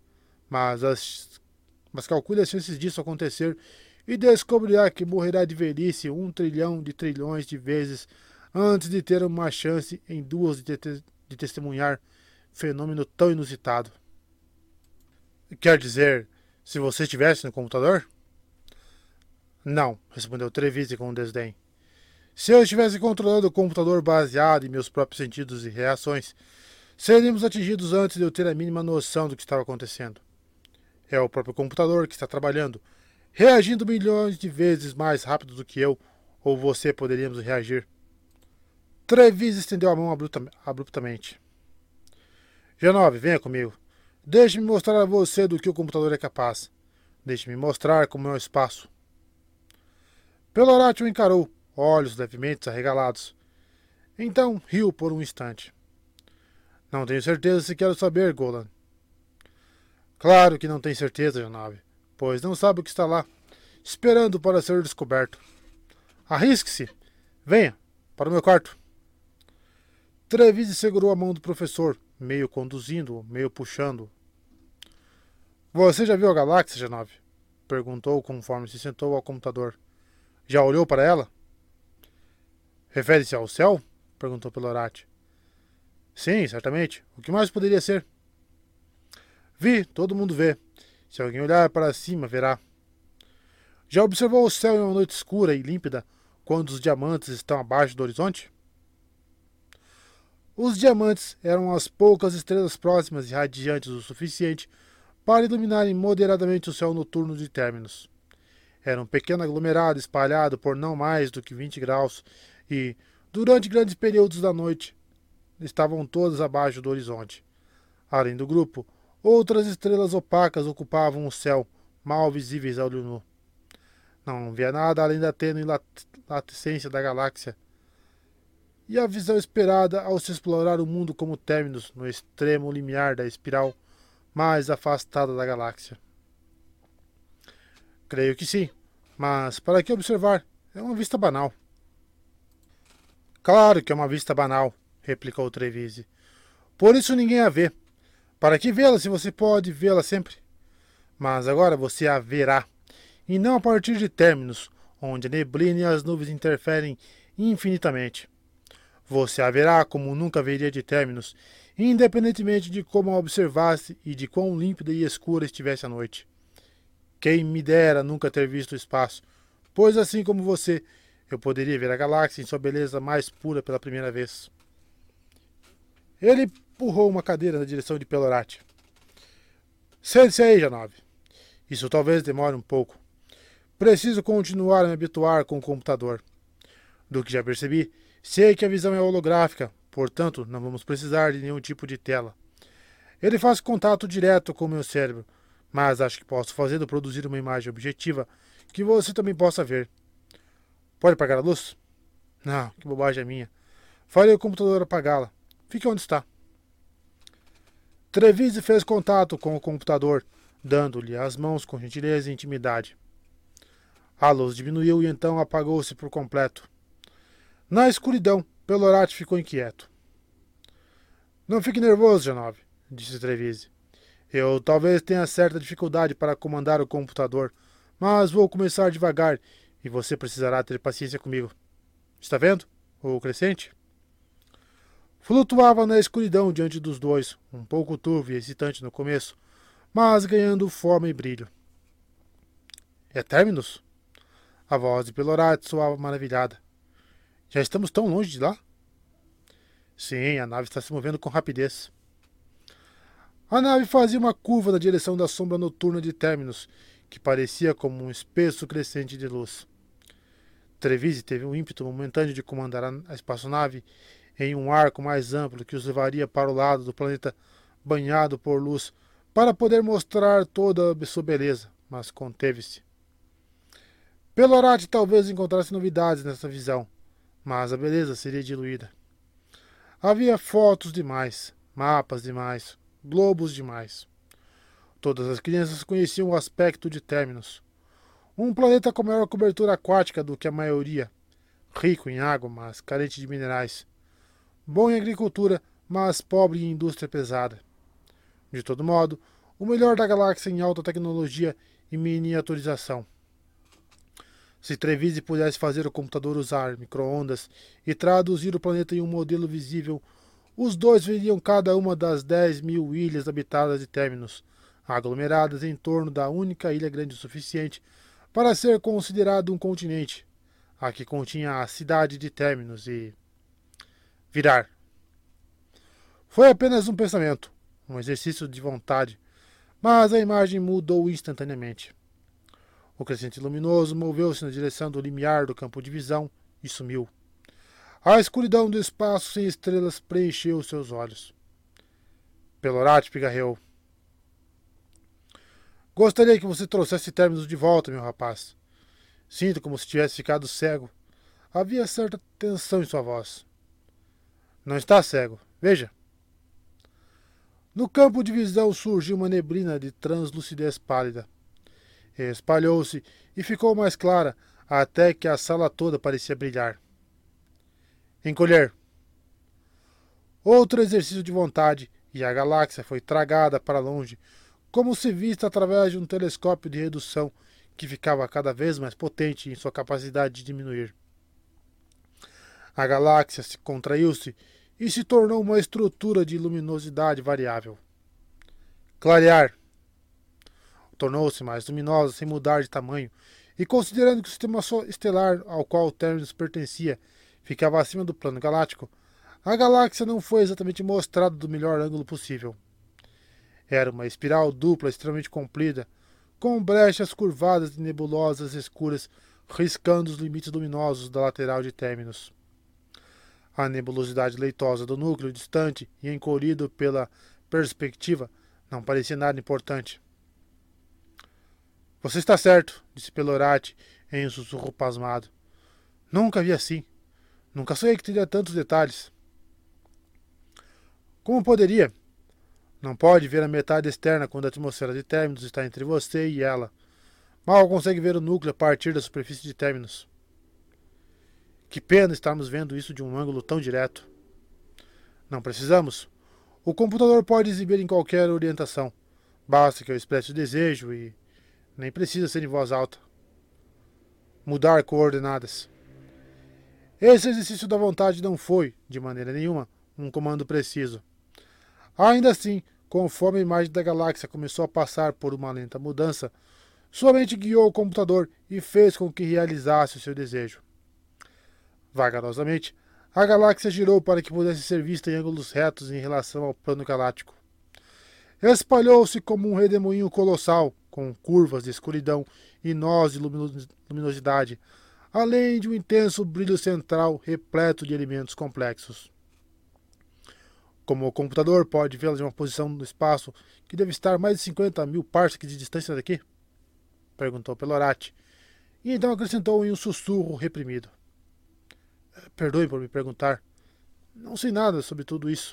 mas calcule as chances disso acontecer e descobrirá que morrerá de velhice 1 trilhão de trilhões de vezes antes de ter uma chance em duas de testemunhar fenômeno tão inusitado. Quer dizer, se você estivesse no computador? Não, respondeu Trevize com desdém. Se eu estivesse controlando o computador baseado em meus próprios sentidos e reações, seríamos atingidos antes de eu ter a mínima noção do que estava acontecendo. É o próprio computador que está trabalhando, reagindo milhões de vezes mais rápido do que eu ou você poderíamos reagir. Trevis estendeu a mão abruptamente. G9, venha comigo. Deixe-me mostrar a você do que o computador é capaz. Deixe-me mostrar como é o espaço. Pelorati o encarou, olhos levemente arregalados. Então riu por um instante. Não tenho certeza se quero saber, Golan. Claro que não tem certeza, G9, pois não sabe o que está lá, esperando para ser descoberto. Arrisque-se. Venha, para o meu quarto. Trevis segurou a mão do professor, meio conduzindo-o, meio puxando-o. Você já viu a galáxia, G9? Perguntou conforme se sentou ao computador. Já olhou para ela? Refere-se ao céu? Perguntou Pelorati. Sim, certamente. O que mais poderia ser? Vi, todo mundo vê. Se alguém olhar para cima, verá. Já observou o céu em uma noite escura e límpida, quando os diamantes estão abaixo do horizonte? Os diamantes eram as poucas estrelas próximas e radiantes o suficiente para iluminarem moderadamente o céu noturno de Terminus. Era um pequeno aglomerado espalhado por não mais do que 20 graus e, durante grandes períodos da noite, estavam todas abaixo do horizonte. Além do grupo, outras estrelas opacas ocupavam o céu, mal visíveis a olho nu. Não via nada além da tênue latência da galáxia e a visão esperada ao se explorar o mundo como Terminus no extremo limiar da espiral mais afastada da galáxia. Creio que sim, mas para que observar? É uma vista banal. Claro que é uma vista banal, replicou Trevise. Por isso ninguém a vê. Para que vê-la se você pode vê-la sempre? Mas agora você a verá, e não a partir de Terminus, onde a neblina e as nuvens interferem infinitamente. Você a verá como nunca veria de Terminus, independentemente de como a observasse e de quão límpida e escura estivesse a noite. Quem me dera nunca ter visto o espaço, pois assim como você, eu poderia ver a galáxia em sua beleza mais pura pela primeira vez. Ele empurrou uma cadeira na direção de Pelorati. Sente-se aí, G9. Isso talvez demore um pouco. Preciso continuar a me habituar com o computador. Do que já percebi, sei que a visão é holográfica, portanto não vamos precisar de nenhum tipo de tela. Ele faz contato direto com o meu cérebro, mas acho que posso fazê-lo produzir uma imagem objetiva que você também possa ver. Pode apagar a luz? Não, que bobagem é minha. Farei o computador apagá-la. Fique onde está. Trevise fez contato com o computador, dando-lhe as mãos com gentileza e intimidade. A luz diminuiu e então apagou-se por completo. Na escuridão, Pelorati ficou inquieto. Não fique nervoso, G9, disse Trevise. Eu talvez tenha certa dificuldade para comandar o computador, mas vou começar devagar e você precisará ter paciência comigo. Está vendo? O crescente? Flutuava na escuridão diante dos dois, um pouco turvo e excitante no começo, mas ganhando forma e brilho. É Terminus? A voz de Pelorati soava maravilhada. Já estamos tão longe de lá? Sim, a nave está se movendo com rapidez. A nave fazia uma curva na direção da sombra noturna de Terminus, que parecia como um espesso crescente de luz. Trevise teve um ímpeto momentâneo de comandar a espaçonave em um arco mais amplo que os levaria para o lado do planeta banhado por luz, para poder mostrar toda a sua beleza, mas conteve-se. Pelorati talvez encontrasse novidades nessa visão, mas a beleza seria diluída. Havia fotos demais, mapas demais, globos demais. Todas as crianças conheciam o aspecto de Terminus. Um planeta com maior cobertura aquática do que a maioria, rico em água, mas carente de minerais. Bom em agricultura, mas pobre em indústria pesada. De todo modo, o melhor da galáxia em alta tecnologia e miniaturização. Se Trevise pudesse fazer o computador usar micro-ondas e traduzir o planeta em um modelo visível, os dois veriam cada uma das 10.000 ilhas habitadas de Terminus, aglomeradas em torno da única ilha grande o suficiente para ser considerado um continente, a que continha a cidade de Terminus, e virar. Foi apenas um pensamento, um exercício de vontade, mas a imagem mudou instantaneamente. O crescente luminoso moveu-se na direção do limiar do campo de visão e sumiu. A escuridão do espaço sem estrelas preencheu seus olhos. Pelorati pigarreou. Gostaria que você trouxesse Terminus de volta, meu rapaz. Sinto como se tivesse ficado cego. Havia certa tensão em sua voz. Não está cego. Veja. No campo de visão surgiu uma neblina de translucidez pálida. Espalhou-se e ficou mais clara, até que a sala toda parecia brilhar. Encolher. Outro exercício de vontade, e a galáxia foi tragada para longe, como se vista através de um telescópio de redução que ficava cada vez mais potente em sua capacidade de diminuir. A galáxia se contraiu-se e se tornou uma estrutura de luminosidade variável. Clarear. Tornou-se mais luminosa sem mudar de tamanho, e considerando que o sistema estelar ao qual Terminus pertencia ficava acima do plano galáctico, a galáxia não foi exatamente mostrada do melhor ângulo possível. Era uma espiral dupla extremamente comprida, com brechas curvadas e nebulosas escuras riscando os limites luminosos da lateral de Terminus. A nebulosidade leitosa do núcleo distante e encolhido pela perspectiva não parecia nada importante. Você está certo, disse Pelorati em um sussurro pasmado. Nunca vi assim. Nunca sonhei que teria tantos detalhes. Como poderia? Não pode ver a metade externa quando a atmosfera de Terminus está entre você e ela. Mal consegue ver o núcleo a partir da superfície de Terminus. Que pena estarmos vendo isso de um ângulo tão direto. Não precisamos. O computador pode exibir em qualquer orientação. Basta que eu expresse o desejo e nem precisa ser em voz alta. Mudar coordenadas. Esse exercício da vontade não foi, de maneira nenhuma, um comando preciso. Ainda assim, conforme a imagem da galáxia começou a passar por uma lenta mudança, sua mente guiou o computador e fez com que realizasse o seu desejo. Vagarosamente, a galáxia girou para que pudesse ser vista em ângulos retos em relação ao plano galáctico. Espalhou-se como um redemoinho colossal, com curvas de escuridão e nós de luminosidade, além de um intenso brilho central repleto de elementos complexos. Como o computador pode vê-la de uma posição no espaço que deve estar mais de 50 mil parsecs de distância daqui? Perguntou Pelorati, e então acrescentou em um sussurro reprimido. Perdoe por me perguntar. Não sei nada sobre tudo isso.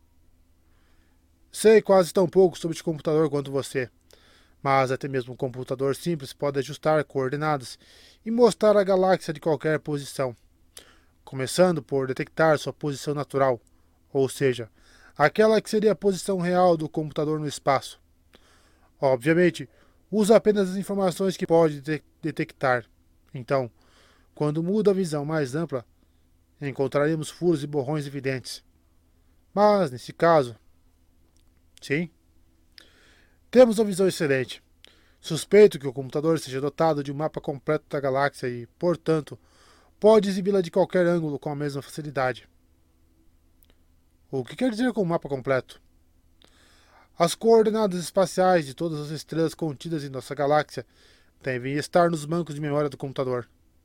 Sei quase tão pouco sobre este computador quanto você, mas até mesmo um computador simples pode ajustar coordenadas e mostrar a galáxia de qualquer posição, começando por detectar sua posição natural, ou seja, aquela que seria a posição real do computador no espaço. Obviamente, usa apenas as informações que pode detectar. Então, quando muda a visão mais ampla, encontraremos furos e borrões evidentes. Mas, nesse caso, sim, temos uma visão excelente. Suspeito que o computador seja dotado de um mapa completo da galáxia e, portanto, pode exibi-la de qualquer ângulo com a mesma facilidade. O que quer dizer com mapa completo? As coordenadas espaciais de todas as estrelas contidas em nossa galáxia devem estar nos bancos de memória do computador.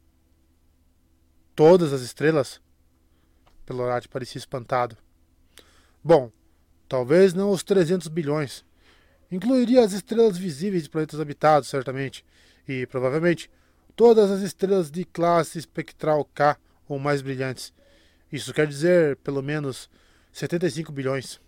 Todas as estrelas? Pelorati parecia espantado. Bom, talvez não os 300 bilhões. Incluiria as estrelas visíveis de planetas habitados, certamente, e, provavelmente, todas as estrelas de classe espectral K ou mais brilhantes. Isso quer dizer, pelo menos, 75 bilhões.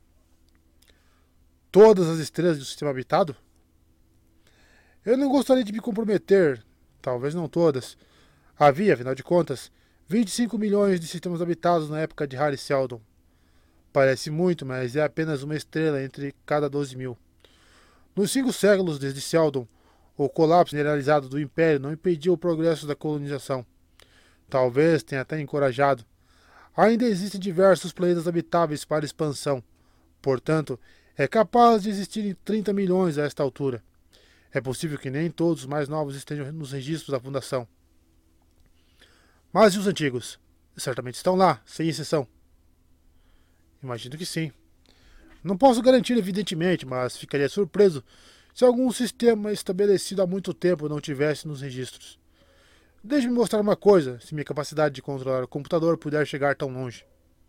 Todas as estrelas do sistema habitado? Eu não gostaria de me comprometer, talvez não todas. Havia, afinal de contas, 25 milhões de sistemas habitados na época de Halley Seldon. Parece muito, mas é apenas uma estrela entre cada 12 mil. Nos 5 séculos desde Seldon, o colapso generalizado do Império não impediu o progresso da colonização. Talvez tenha até encorajado. Ainda existem diversos planetas habitáveis para expansão. Portanto, é capaz de existirem 30 milhões a esta altura. É possível que nem todos os mais novos estejam nos registros da Fundação. Mas e os antigos? Certamente estão lá, sem exceção. Imagino que sim. Não posso garantir, evidentemente, mas ficaria surpreso se algum sistema estabelecido há muito tempo não tivesse nos registros. Deixe-me mostrar uma coisa, se minha capacidade de controlar o computador puder chegar tão longe.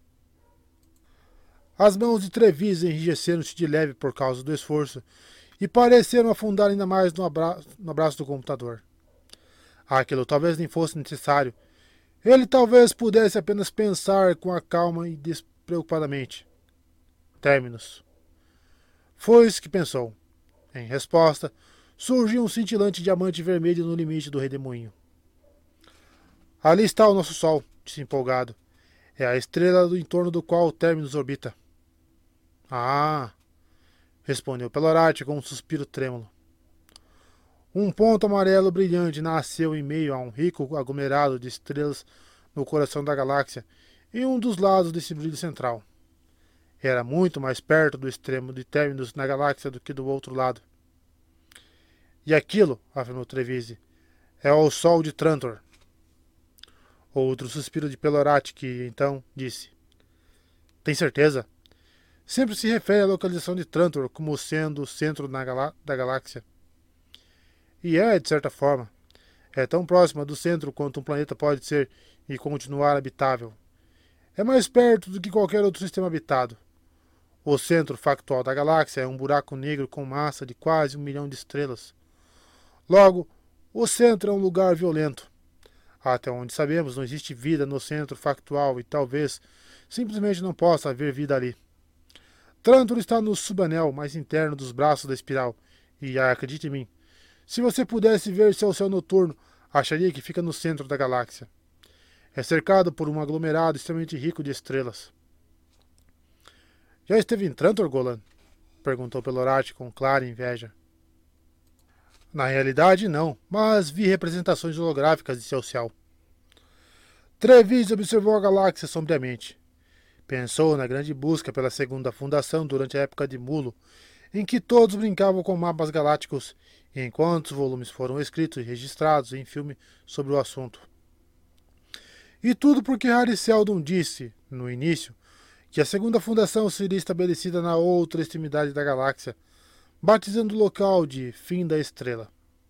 As mãos de Treviso enrijeceram-se de leve por causa do esforço e pareceram afundar ainda mais no abraço do computador. Aquilo talvez nem fosse necessário. Ele talvez pudesse apenas pensar com a calma e despreocupadamente. Términos. Foi isso que pensou. Em resposta, surgiu um cintilante diamante vermelho no limite do redemoinho. Ali está o nosso Sol, disse empolgado. É a estrela do entorno do qual o Terminus orbita. Ah, respondeu Pelorati com um suspiro trêmulo. Um ponto amarelo brilhante nasceu em meio a um rico aglomerado de estrelas no coração da galáxia, em um dos lados desse brilho central. Era muito mais perto do extremo de Terminus na galáxia do que do outro lado. E aquilo, afirmou Trevise, é o Sol de Trantor. Outro suspiro de Pelorati que, então, disse. Tem certeza? Sempre se refere à localização de Trantor como sendo o centro da galáxia. E é, de certa forma. É tão próxima do centro quanto um planeta pode ser e continuar habitável. É mais perto do que qualquer outro sistema habitado. O centro factual da galáxia é um buraco negro com massa de quase 1 milhão de estrelas. Logo, o centro é um lugar violento. Até onde sabemos, não existe vida no centro factual e talvez simplesmente não possa haver vida ali. Trantor está no subanel mais interno dos braços da espiral, e acredite em mim, se você pudesse ver seu céu noturno, acharia que fica no centro da galáxia. É cercado por um aglomerado extremamente rico de estrelas. Já esteve em Trantor, Golan? Perguntou Pelorati com clara inveja. Na realidade, não, mas vi representações holográficas de seu céu. Treviso observou a galáxia sombriamente. Pensou na grande busca pela segunda fundação durante a época de Mulo, em que todos brincavam com mapas galácticos, e em quantos volumes foram escritos e registrados em filme sobre o assunto. E tudo porque Harry Seldon disse, no início, que a segunda fundação seria estabelecida na outra extremidade da galáxia, batizando o local de Fim da Estrela.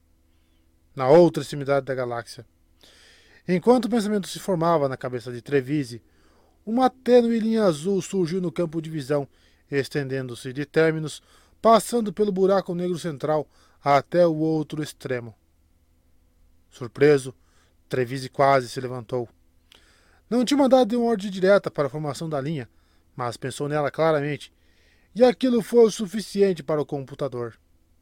Na outra extremidade da galáxia. Enquanto o pensamento se formava na cabeça de Trevise, uma tênue linha azul surgiu no campo de visão, estendendo-se de Terminus, passando pelo buraco negro central até o outro extremo. Surpreso, Trevise quase se levantou. Não tinha mandado uma ordem direta para a formação da linha, mas pensou nela claramente, e aquilo foi o suficiente para o computador.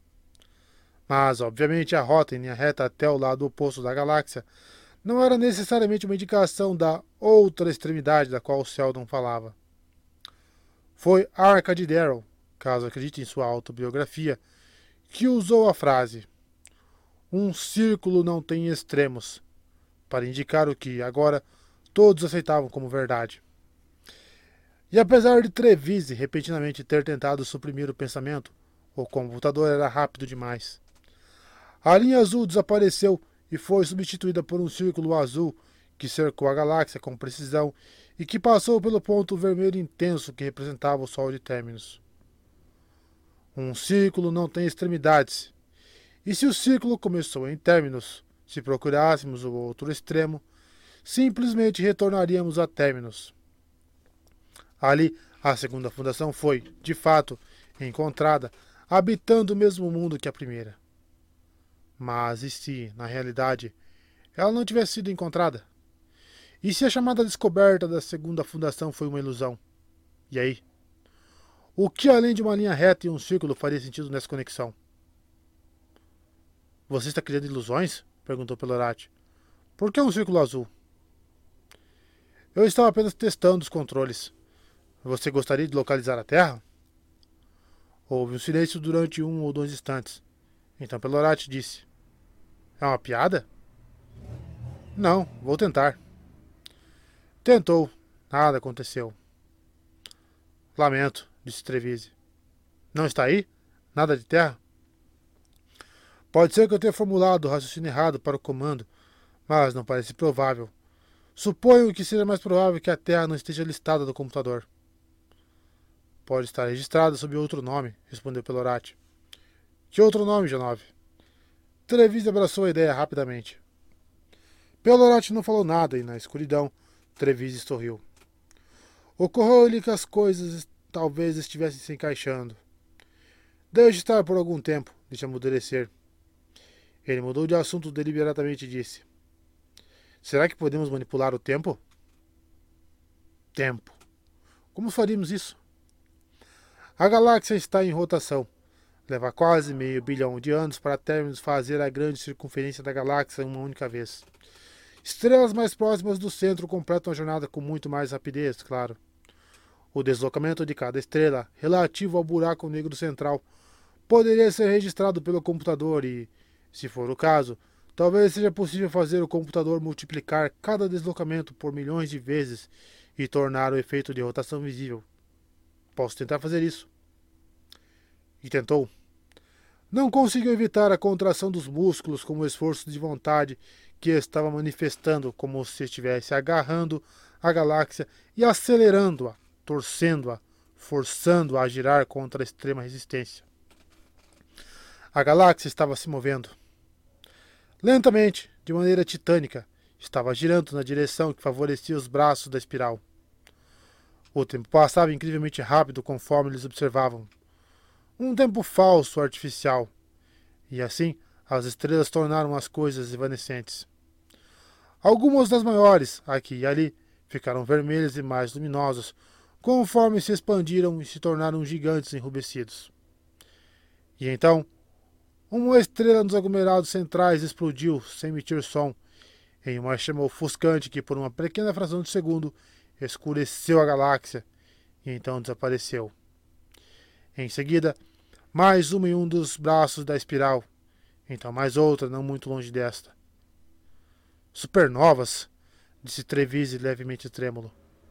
Mas, obviamente, a rota em linha reta até o lado oposto da galáxia não era necessariamente uma indicação da outra extremidade da qual Seldon falava. Foi Arcade Darrow, caso acredite em sua autobiografia, que usou a frase "um círculo não tem extremos", para indicar o que, agora, todos aceitavam como verdade. E apesar de Trevise repentinamente ter tentado suprimir o pensamento, o computador era rápido demais. A linha azul desapareceu e foi substituída por um círculo azul que cercou a galáxia com precisão e que passou pelo ponto vermelho intenso que representava o Sol de Terminus. Um círculo não tem extremidades. E se o círculo começou em Terminus, se procurássemos o outro extremo, simplesmente retornaríamos a Terminus. Ali, a segunda fundação foi, de fato, encontrada, habitando o mesmo mundo que a primeira. Mas e se, na realidade, ela não tivesse sido encontrada? E se a chamada descoberta da segunda fundação foi uma ilusão? E aí? O que além de uma linha reta e um círculo faria sentido nessa conexão? Você está criando ilusões? Perguntou Pelorati. Por que um círculo azul? Eu estava apenas testando os controles. Você gostaria de localizar a Terra? Houve um silêncio durante 1 ou 2 instantes. Então Pelorati disse: É uma piada? Não, vou tentar. Tentou. Nada aconteceu. Lamento, disse Trevise. Não está aí? Nada de terra? Pode ser que eu tenha formulado o raciocínio errado para o comando, mas não parece provável. Suponho que seja mais provável que a Terra não esteja listada no computador. Pode estar registrada sob outro nome, respondeu Pelorati. Que outro nome, G9? Treviso abraçou a ideia rapidamente. Pelorati não falou nada e, na escuridão, Treviso sorriu. Ocorreu-lhe que as coisas talvez estivessem se encaixando. Deixe estar por algum tempo, deixa amadurecer. Ele mudou de assunto deliberadamente e disse. Será que podemos manipular o tempo? Tempo. Como faríamos isso? A galáxia está em rotação. Leva quase meio bilhão de anos para Terminus fazer a grande circunferência da galáxia uma única vez. Estrelas mais próximas do centro completam a jornada com muito mais rapidez, claro. O deslocamento de cada estrela, relativo ao buraco negro central, poderia ser registrado pelo computador e, se for o caso, talvez seja possível fazer o computador multiplicar cada deslocamento por milhões de vezes e tornar o efeito de rotação visível. Posso tentar fazer isso. E tentou. Não conseguiu evitar a contração dos músculos com o esforço de vontade que estava manifestando, como se estivesse agarrando a galáxia e acelerando-a, torcendo-a, forçando-a a girar contra a extrema resistência. A galáxia estava se movendo. Lentamente, de maneira titânica, estava girando na direção que favorecia os braços da espiral. O tempo passava incrivelmente rápido conforme eles observavam. Um tempo falso, artificial. E assim, as estrelas tornaram as coisas evanescentes. Algumas das maiores, aqui e ali, ficaram vermelhas e mais luminosas, conforme se expandiram e se tornaram gigantes enrubescidos. E então, uma estrela nos aglomerados centrais explodiu, sem emitir som, em uma chama ofuscante que, por uma pequena fração de segundo, escureceu a galáxia e então desapareceu. Em seguida, mais uma em um dos braços da espiral, então mais outra não muito longe desta. Supernovas, disse Treviso levemente trêmulo.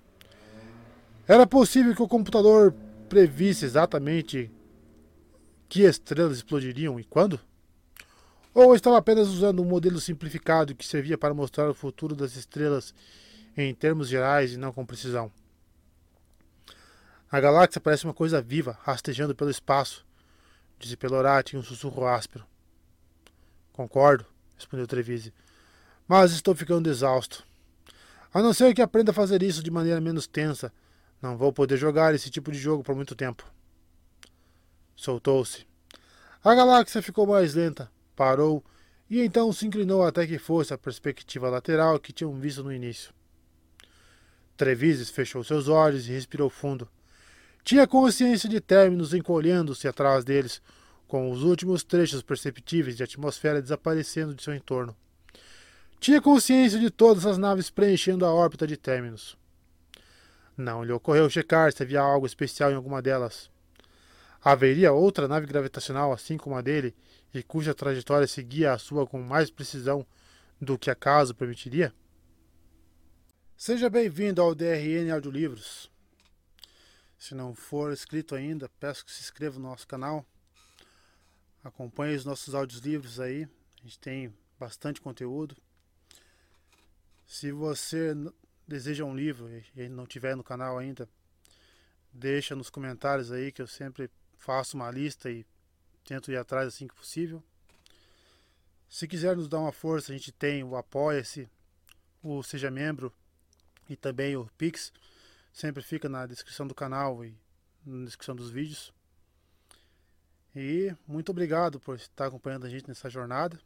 Era possível que o computador previsse exatamente que estrelas explodiriam e quando? Ou estava apenas usando um modelo simplificado que servia para mostrar o futuro das estrelas em termos gerais e não com precisão? A galáxia parece uma coisa viva, rastejando pelo espaço, disse Pelorati em um sussurro áspero. Concordo, respondeu Treviso, mas estou ficando exausto. A não ser que aprenda a fazer isso de maneira menos tensa, não vou poder jogar esse tipo de jogo por muito tempo. Soltou-se. A galáxia ficou mais lenta, parou e então se inclinou até que fosse a perspectiva lateral que tinham visto no início. Treviso fechou seus olhos e respirou fundo. Tinha consciência de Terminus encolhendo-se atrás deles, com os últimos trechos perceptíveis de atmosfera desaparecendo de seu entorno. Tinha consciência de todas as naves preenchendo a órbita de Terminus. Não lhe ocorreu checar se havia algo especial em alguma delas. Haveria outra nave gravitacional assim como a dele, e cuja trajetória seguia a sua com mais precisão do que acaso permitiria? Seja bem-vindo ao DRN Audiolivros. Se não for inscrito ainda, peço que se inscreva no nosso canal. Acompanhe os nossos audiolivros aí. A gente tem bastante conteúdo. Se você deseja um livro e não tiver no canal ainda, deixa nos comentários aí que eu sempre faço uma lista e tento ir atrás assim que possível. Se quiser nos dar uma força, a gente tem o Apoia-se, o Seja Membro e também o Pix. Sempre fica na descrição do canal e na descrição dos vídeos. E muito obrigado por estar acompanhando a gente nessa jornada.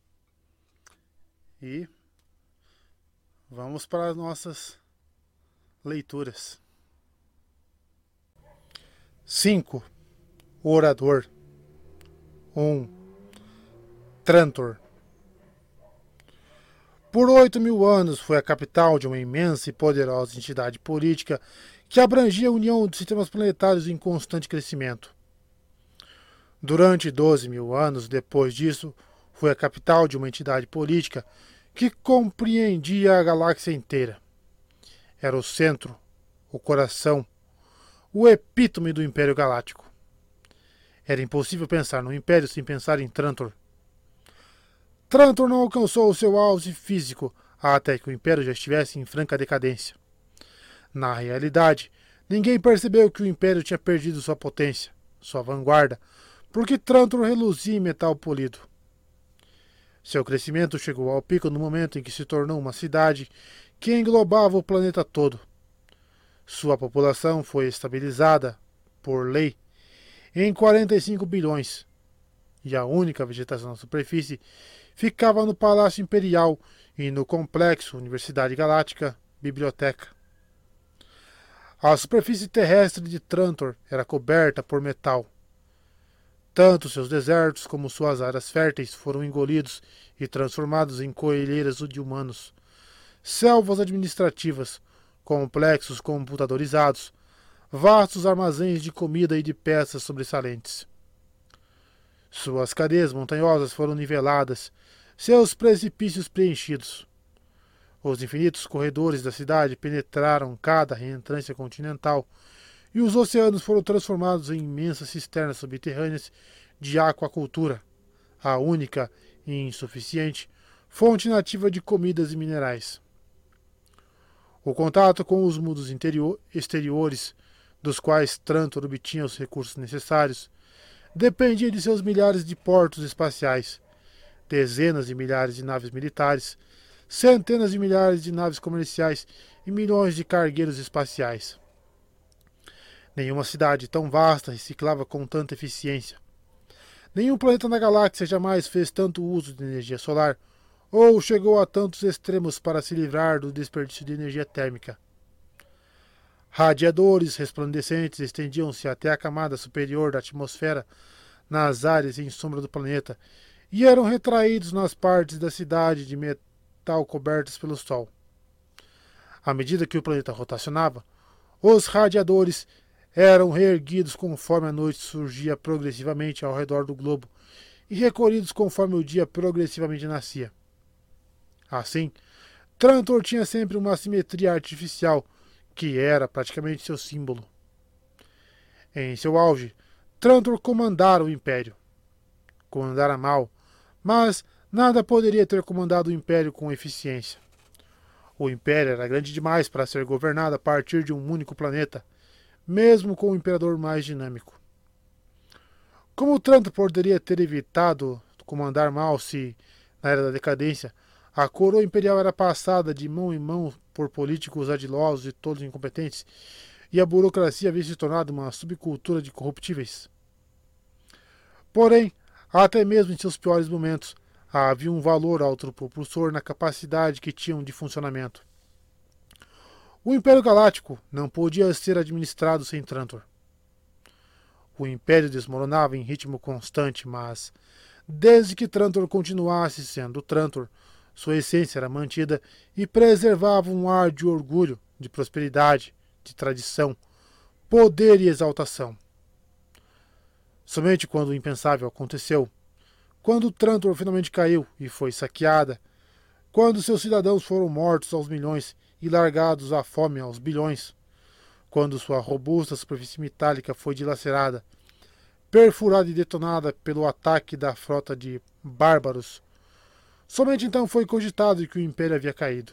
E vamos para as nossas leituras. 5. O Orador. 1. Trantor. Por 8.000 anos foi a capital de uma imensa e poderosa entidade política que abrangia a união dos sistemas planetários em constante crescimento. Durante 12.000 anos depois disso, foi a capital de uma entidade política que compreendia a galáxia inteira. Era o centro, o coração, o epítome do Império Galáctico. Era impossível pensar no Império sem pensar em Trantor. Trantor não alcançou o seu auge físico até que o Império já estivesse em franca decadência. Na realidade, ninguém percebeu que o Império tinha perdido sua potência, sua vanguarda, porque Trantor reluzia em metal polido. Seu crescimento chegou ao pico no momento em que se tornou uma cidade que englobava o planeta todo. Sua população foi estabilizada, por lei, em 45 bilhões, e a única vegetação na superfície ficava no Palácio Imperial e no complexo Universidade Galáctica Biblioteca. A superfície terrestre de Trantor era coberta por metal. Tanto seus desertos como suas áreas férteis foram engolidos e transformados em coelheiras de humanos, selvas administrativas, complexos computadorizados, vastos armazéns de comida e de peças sobressalentes. Suas cadeias montanhosas foram niveladas, seus precipícios preenchidos. Os infinitos corredores da cidade penetraram cada reentrância continental, e os oceanos foram transformados em imensas cisternas subterrâneas de aquacultura, a única e insuficiente fonte nativa de comidas e minerais. O contato com os mundos exteriores, dos quais Trantor obtinha os recursos necessários, dependia de seus milhares de portos espaciais, dezenas de milhares de naves militares, centenas de milhares de naves comerciais e milhões de cargueiros espaciais. Nenhuma cidade tão vasta reciclava com tanta eficiência. Nenhum planeta na galáxia jamais fez tanto uso de energia solar ou chegou a tantos extremos para se livrar do desperdício de energia térmica. Radiadores resplandecentes estendiam-se até a camada superior da atmosfera nas áreas em sombra do planeta e eram retraídos nas partes da cidade de metal cobertas pelo Sol. À medida que o planeta rotacionava, os radiadores eram reerguidos conforme a noite surgia progressivamente ao redor do globo e recolhidos conforme o dia progressivamente nascia. Assim, Trantor tinha sempre uma simetria artificial, que era praticamente seu símbolo. Em seu auge, Trantor comandara o Império. Comandara mal, mas nada poderia ter comandado o Império com eficiência. O Império era grande demais para ser governado a partir de um único planeta, mesmo com o Imperador mais dinâmico. Como Trantor poderia ter evitado comandar mal se, na Era da Decadência, a coroa imperial era passada de mão em mão por políticos ardilosos e todos incompetentes, e a burocracia havia se tornado uma subcultura de corruptíveis? Porém, até mesmo em seus piores momentos, havia um valor autopropulsor na capacidade que tinham de funcionamento. O Império Galáctico não podia ser administrado sem Trantor. O Império desmoronava em ritmo constante, mas, desde que Trantor continuasse sendo Trantor, sua essência era mantida e preservava um ar de orgulho, de prosperidade, de tradição, poder e exaltação. Somente quando o impensável aconteceu, quando Trantor finalmente caiu e foi saqueada, quando seus cidadãos foram mortos aos milhões e largados à fome aos bilhões, quando sua robusta superfície metálica foi dilacerada, perfurada e detonada pelo ataque da frota de bárbaros, somente então foi cogitado que o Império havia caído.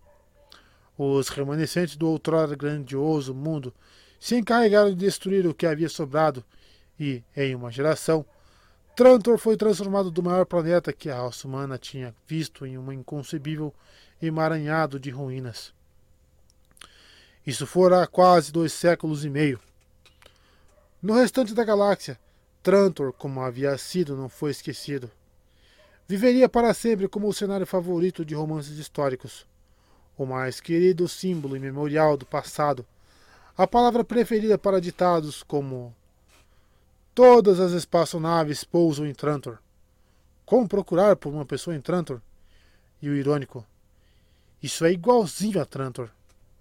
Os remanescentes do outrora grandioso mundo se encarregaram de destruir o que havia sobrado e, em uma geração, Trantor foi transformado do maior planeta que a raça humana tinha visto em um inconcebível emaranhado de ruínas. Isso fora há quase 2 séculos e meio. No restante da galáxia, Trantor, como havia sido, não foi esquecido. Viveria para sempre como o cenário favorito de romances históricos, o mais querido símbolo e memorial do passado, a palavra preferida para ditados como todas as espaçonaves pousam em Trantor. Como procurar por uma pessoa em Trantor? E o irônico, isso é igualzinho a Trantor.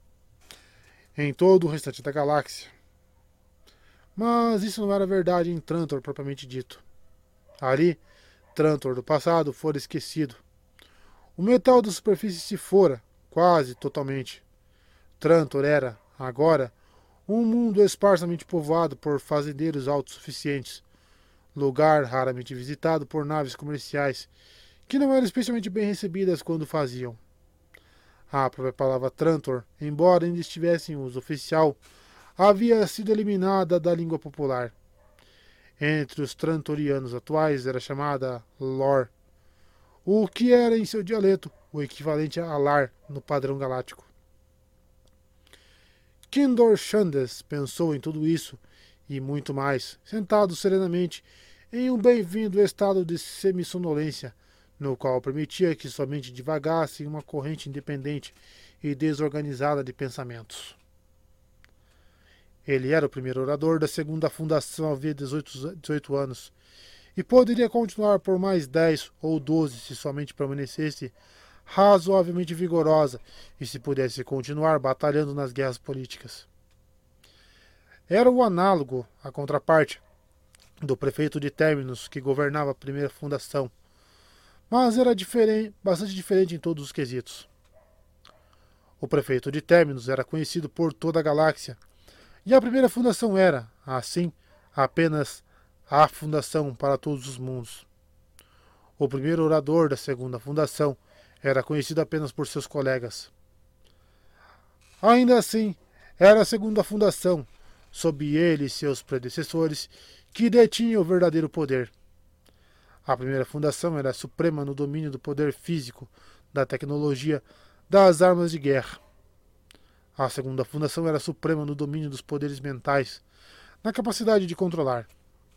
Em todo o restante da galáxia. Mas isso não era verdade em Trantor propriamente dito. Ali, Trantor do passado fora esquecido. O metal da superfície se fora, quase totalmente. Trantor era, agora, um mundo esparsamente povoado por fazendeiros autossuficientes, lugar raramente visitado por naves comerciais, que não eram especialmente bem recebidas quando faziam. A própria palavra Trantor, embora ainda estivesse em uso oficial, havia sido eliminada da língua popular. Entre os trantorianos atuais era chamada Lor, o que era em seu dialeto o equivalente a Lar no padrão galáctico. Kindor Shandes pensou em tudo isso e muito mais, sentado serenamente em um bem-vindo estado de semissonolência, no qual permitia que sua mente divagasse em uma corrente independente e desorganizada de pensamentos. Ele era o primeiro orador da segunda fundação havia 18 anos, e poderia continuar por mais 10 ou 12 se sua mente permanecesse razoavelmente vigorosa e se pudesse continuar batalhando nas guerras políticas. Era o análogo, a contraparte, do prefeito de Terminus que governava a primeira fundação, mas era bastante diferente em todos os quesitos. O prefeito de Terminus era conhecido por toda a galáxia, e a primeira fundação era, assim, apenas a fundação para todos os mundos. O primeiro orador da segunda fundação era conhecido apenas por seus colegas. Ainda assim, era a segunda fundação, sob ele e seus predecessores, que detinha o verdadeiro poder. A primeira fundação era suprema no domínio do poder físico, da tecnologia, das armas de guerra. A segunda fundação era suprema no domínio dos poderes mentais, na capacidade de controlar.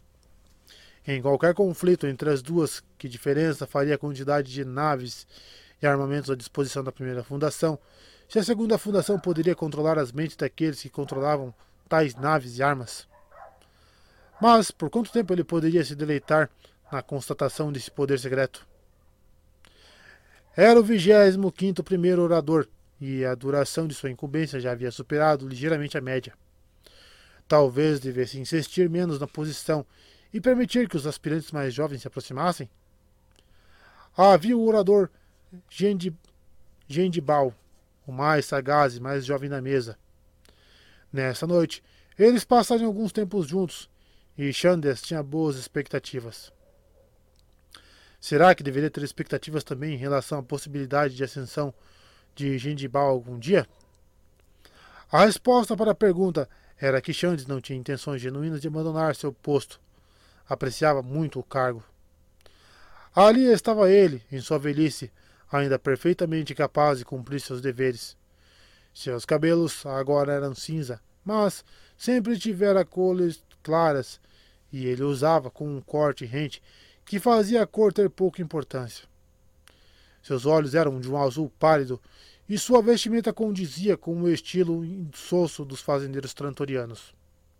Em qualquer conflito entre as duas, que diferença faria a quantidade de naves e armamentos à disposição da primeira fundação, se a segunda fundação poderia controlar as mentes daqueles que controlavam tais naves e armas? Mas por quanto tempo ele poderia se deleitar na constatação desse poder secreto? Era o 25º primeiro orador, e a duração de sua incumbência já havia superado ligeiramente a média. Talvez devesse insistir menos na posição e permitir que os aspirantes mais jovens se aproximassem. Havia o orador Gendibal, o mais sagaz e mais jovem da mesa. Nessa noite, eles passaram alguns tempos juntos, e Shandes tinha boas expectativas. Será que deveria ter expectativas também em relação à possibilidade de ascensão de Gendibal algum dia? A resposta para a pergunta era que Shandes não tinha intenções genuínas de abandonar seu posto. Apreciava muito o cargo. Ali estava ele, em sua velhice, ainda perfeitamente capaz de cumprir seus deveres. Seus cabelos agora eram cinza, mas sempre tivera cores claras, e ele usava com um corte rente que fazia a cor ter pouca importância. Seus olhos eram de um azul pálido, e sua vestimenta condizia com o estilo insosso dos fazendeiros trantorianos.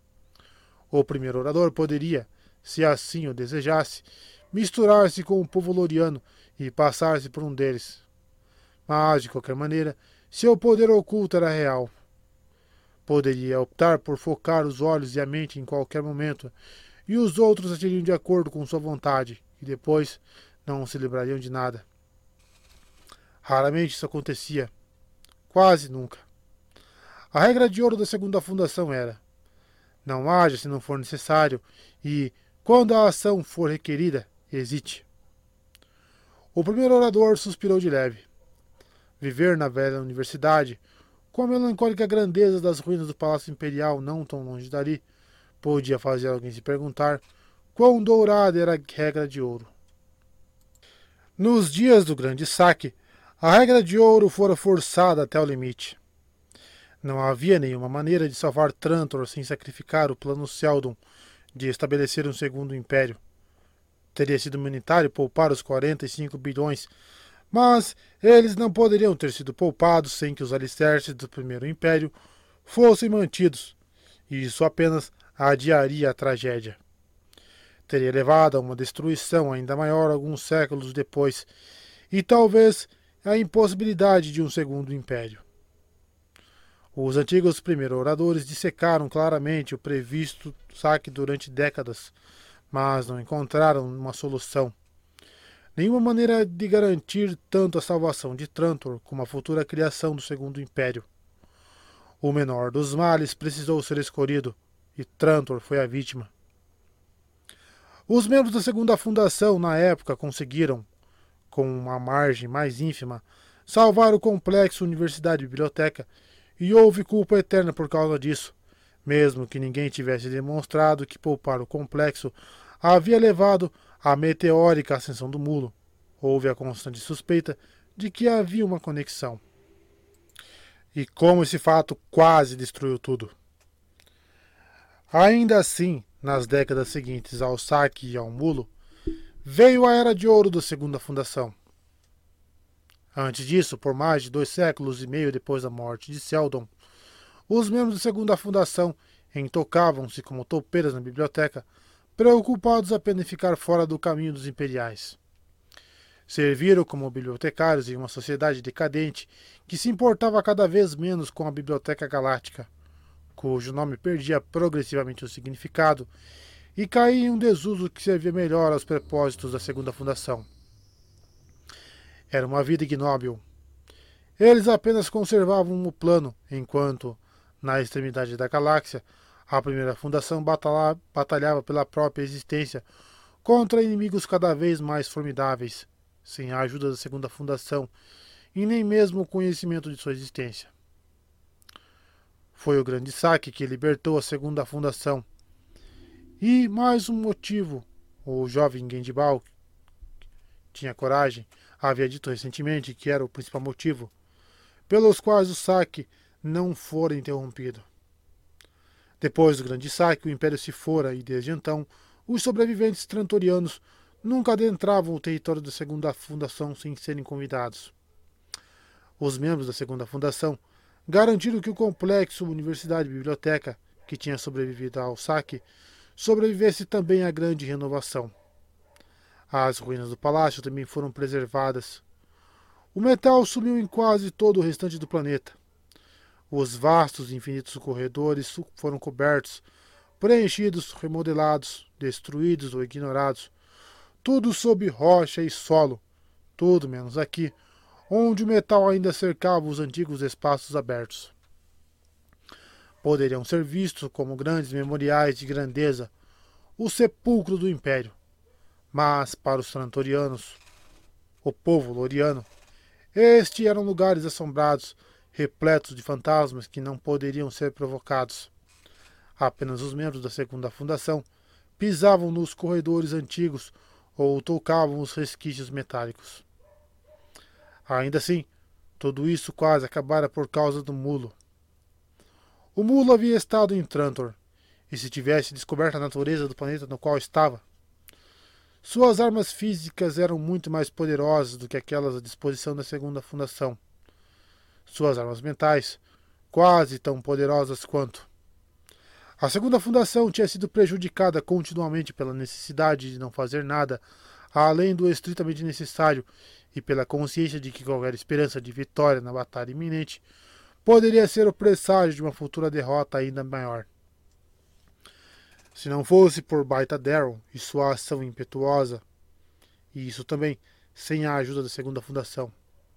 O primeiro orador poderia, se assim o desejasse, misturar-se com o povo loriano e passar-se por um deles. Mas, de qualquer maneira, seu poder oculto era real. Poderia optar por focar os olhos e a mente em qualquer momento, e os outros agiriam de acordo com sua vontade, e depois não se livrariam de nada. Raramente isso acontecia. Quase nunca. A regra de ouro da segunda fundação era: não haja se não for necessário, e, quando a ação for requerida, hesite. O primeiro orador suspirou de leve. Viver na velha universidade, com a melancólica grandeza das ruínas do Palácio Imperial não tão longe dali, podia fazer alguém se perguntar quão dourada era a regra de ouro. Nos dias do grande saque, a regra de ouro fora forçada até o limite. Não havia nenhuma maneira de salvar Trantor sem sacrificar o plano Seldon de estabelecer um segundo império. Teria sido humanitário poupar os 45 bilhões, mas eles não poderiam ter sido poupados sem que os alicerces do primeiro império fossem mantidos, e isso apenas adiaria a tragédia. Teria levado a uma destruição ainda maior alguns séculos depois, e talvez a impossibilidade de um segundo império. Os antigos primeiros oradores dissecaram claramente o previsto saque durante décadas, mas não encontraram uma solução. Nenhuma maneira de garantir tanto a salvação de Trantor como a futura criação do segundo império. O menor dos males precisou ser escolhido, e Trantor foi a vítima. Os membros da segunda fundação, na época, conseguiram, com uma margem mais ínfima, salvar o complexo Universidade-Biblioteca, e houve culpa eterna por causa disso, mesmo que ninguém tivesse demonstrado que poupar o complexo havia levado à meteórica ascensão do mulo. Houve a constante suspeita de que havia uma conexão. E como esse fato quase destruiu tudo. Ainda assim, nas décadas seguintes ao saque e ao mulo, veio a Era de Ouro da Segunda Fundação. Antes disso, por mais de 2 séculos e meio depois da morte de Seldon, os membros da Segunda Fundação entocavam-se como toupeiras na biblioteca, preocupados apenas em ficar fora do caminho dos imperiais. Serviram como bibliotecários em uma sociedade decadente que se importava cada vez menos com a Biblioteca Galáctica, cujo nome perdia progressivamente o significado e caía em um desuso que servia melhor aos propósitos da Segunda Fundação. Era uma vida ignóbil. Eles apenas conservavam o plano, enquanto, na extremidade da galáxia, a Primeira Fundação batalhava pela própria existência contra inimigos cada vez mais formidáveis, sem a ajuda da Segunda Fundação e nem mesmo o conhecimento de sua existência. Foi o grande saque que libertou a Segunda Fundação. E mais um motivo, o jovem Gendibal tinha coragem, havia dito recentemente que era o principal motivo, pelos quais o saque não fora interrompido. Depois do grande saque, o Império se fora e, desde então, os sobreviventes trantorianos nunca adentravam o território da Segunda Fundação sem serem convidados. Os membros da Segunda Fundação garantiram que o complexo Universidade-Biblioteca, que tinha sobrevivido ao saque, sobrevivesse também à grande renovação. As ruínas do palácio também foram preservadas. O metal sumiu em quase todo o restante do planeta. Os vastos e infinitos corredores foram cobertos, preenchidos, remodelados, destruídos ou ignorados. Tudo sob rocha e solo, tudo menos aqui, onde o metal ainda cercava os antigos espaços abertos. Poderiam ser vistos como grandes memoriais de grandeza, o sepulcro do Império. Mas, para os trantorianos, o povo loriano, estes eram lugares assombrados, repletos de fantasmas que não poderiam ser provocados. Apenas os membros da Segunda Fundação pisavam nos corredores antigos ou tocavam os resquícios metálicos. Ainda assim, tudo isso quase acabara por causa do mulo. O mulo havia estado em Trantor, e se tivesse descoberto a natureza do planeta no qual estava, suas armas físicas eram muito mais poderosas do que aquelas à disposição da Segunda Fundação. Suas armas mentais, quase tão poderosas quanto. A Segunda Fundação tinha sido prejudicada continuamente pela necessidade de não fazer nada além do estritamente necessário e pela consciência de que qualquer esperança de vitória na batalha iminente poderia ser o presságio de uma futura derrota ainda maior. Se não fosse por Baita Darrow e sua ação impetuosa, e isso também sem a ajuda da Segunda Fundação.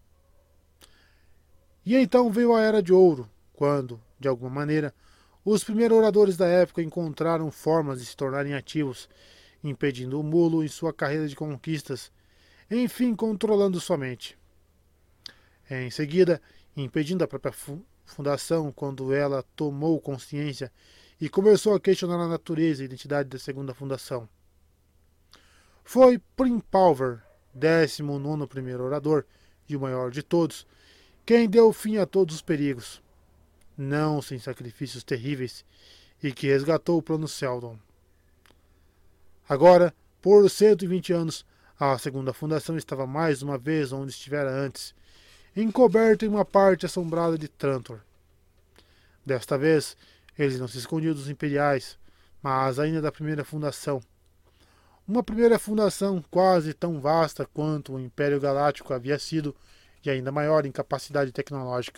E então veio a Era de Ouro, quando, de alguma maneira, os primeiros oradores da época encontraram formas de se tornarem ativos, impedindo o mulo em sua carreira de conquistas, enfim controlando sua mente. Em seguida, impedindo a própria fundação quando ela tomou consciência e começou a questionar a natureza e a identidade da Segunda Fundação. Foi Prim Pulver, 19º primeiro orador e o maior de todos, quem deu fim a todos os perigos, não sem sacrifícios terríveis, e que resgatou o plano Seldon. Agora, por 120 anos, a Segunda Fundação estava mais uma vez onde estivera antes, encoberta em uma parte assombrada de Trantor. Desta vez, eles não se escondiam dos imperiais, mas ainda da Primeira Fundação. Uma Primeira Fundação quase tão vasta quanto o Império Galáctico havia sido, e ainda maior em capacidade tecnológica.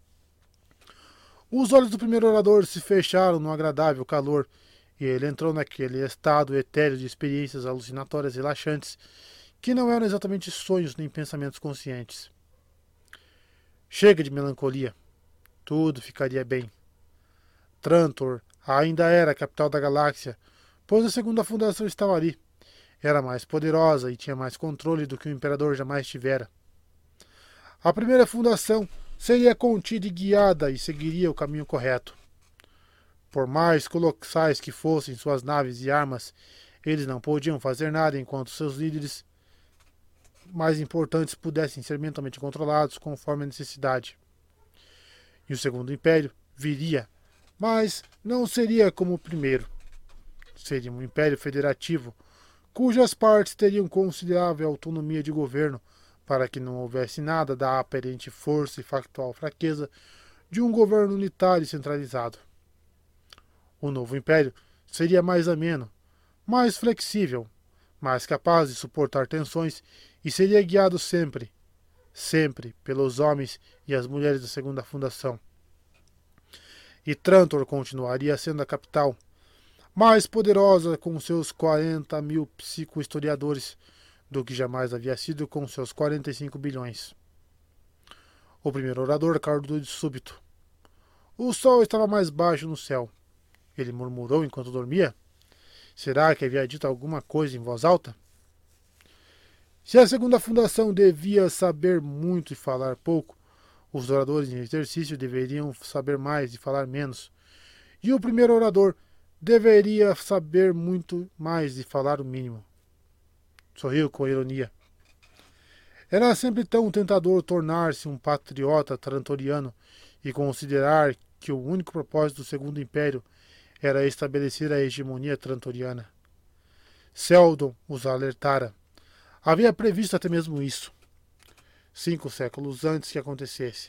Os olhos do primeiro orador se fecharam no agradável calor, e ele entrou naquele estado etéreo de experiências alucinatórias relaxantes, que não eram exatamente sonhos nem pensamentos conscientes. Chega de melancolia. Tudo ficaria bem. Trantor ainda era a capital da galáxia, pois a Segunda Fundação estava ali. Era mais poderosa e tinha mais controle do que o Imperador jamais tivera. A primeira fundação seria contida e guiada e seguiria o caminho correto. Por mais colossais que fossem suas naves e armas, eles não podiam fazer nada enquanto seus líderes mais importantes pudessem ser mentalmente controlados conforme a necessidade. E o Segundo Império viria, mas não seria como o primeiro. Seria um império federativo, cujas partes teriam considerável autonomia de governo para que não houvesse nada da aparente força e factual fraqueza de um governo unitário e centralizado. O novo império seria mais ameno, mais flexível, mais capaz de suportar tensões e seria guiado sempre, sempre pelos homens e as mulheres da segunda fundação. E Trantor continuaria sendo a capital, mais poderosa com seus 40 mil psicohistoriadores do que jamais havia sido com seus 45 bilhões. O primeiro orador acordou de súbito. O sol estava mais baixo no céu. Ele murmurou enquanto dormia. Será que havia dito alguma coisa em voz alta? Se a segunda fundação devia saber muito e falar pouco, os oradores em exercício deveriam saber mais e falar menos. E o primeiro orador deveria saber muito mais e falar o mínimo. Sorriu com ironia. Era sempre tão tentador tornar-se um patriota trantoriano e considerar que o único propósito do Segundo Império era estabelecer a hegemonia trantoriana. Seldon os alertara. Havia previsto até mesmo isso, 5 séculos antes que acontecesse.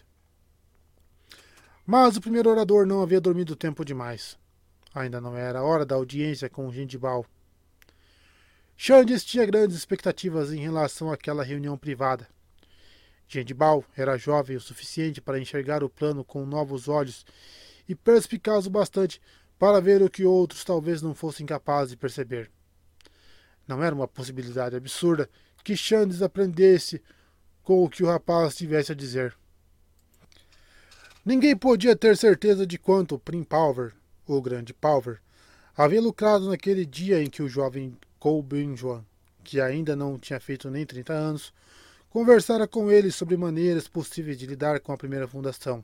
Mas o primeiro orador não havia dormido tempo demais. Ainda não era a hora da audiência com Gengibal. Xandes tinha grandes expectativas em relação àquela reunião privada. Gengibal era jovem o suficiente para enxergar o plano com novos olhos e perspicaz o bastante para ver o que outros talvez não fossem capazes de perceber. Não era uma possibilidade absurda que Xandes aprendesse com o que o rapaz tivesse a dizer. Ninguém podia ter certeza de quanto Prim Pulver, o grande Pulver, havia lucrado naquele dia em que o jovem Cole Benjuan, que ainda não tinha feito nem 30 anos, conversara com ele sobre maneiras possíveis de lidar com a primeira fundação.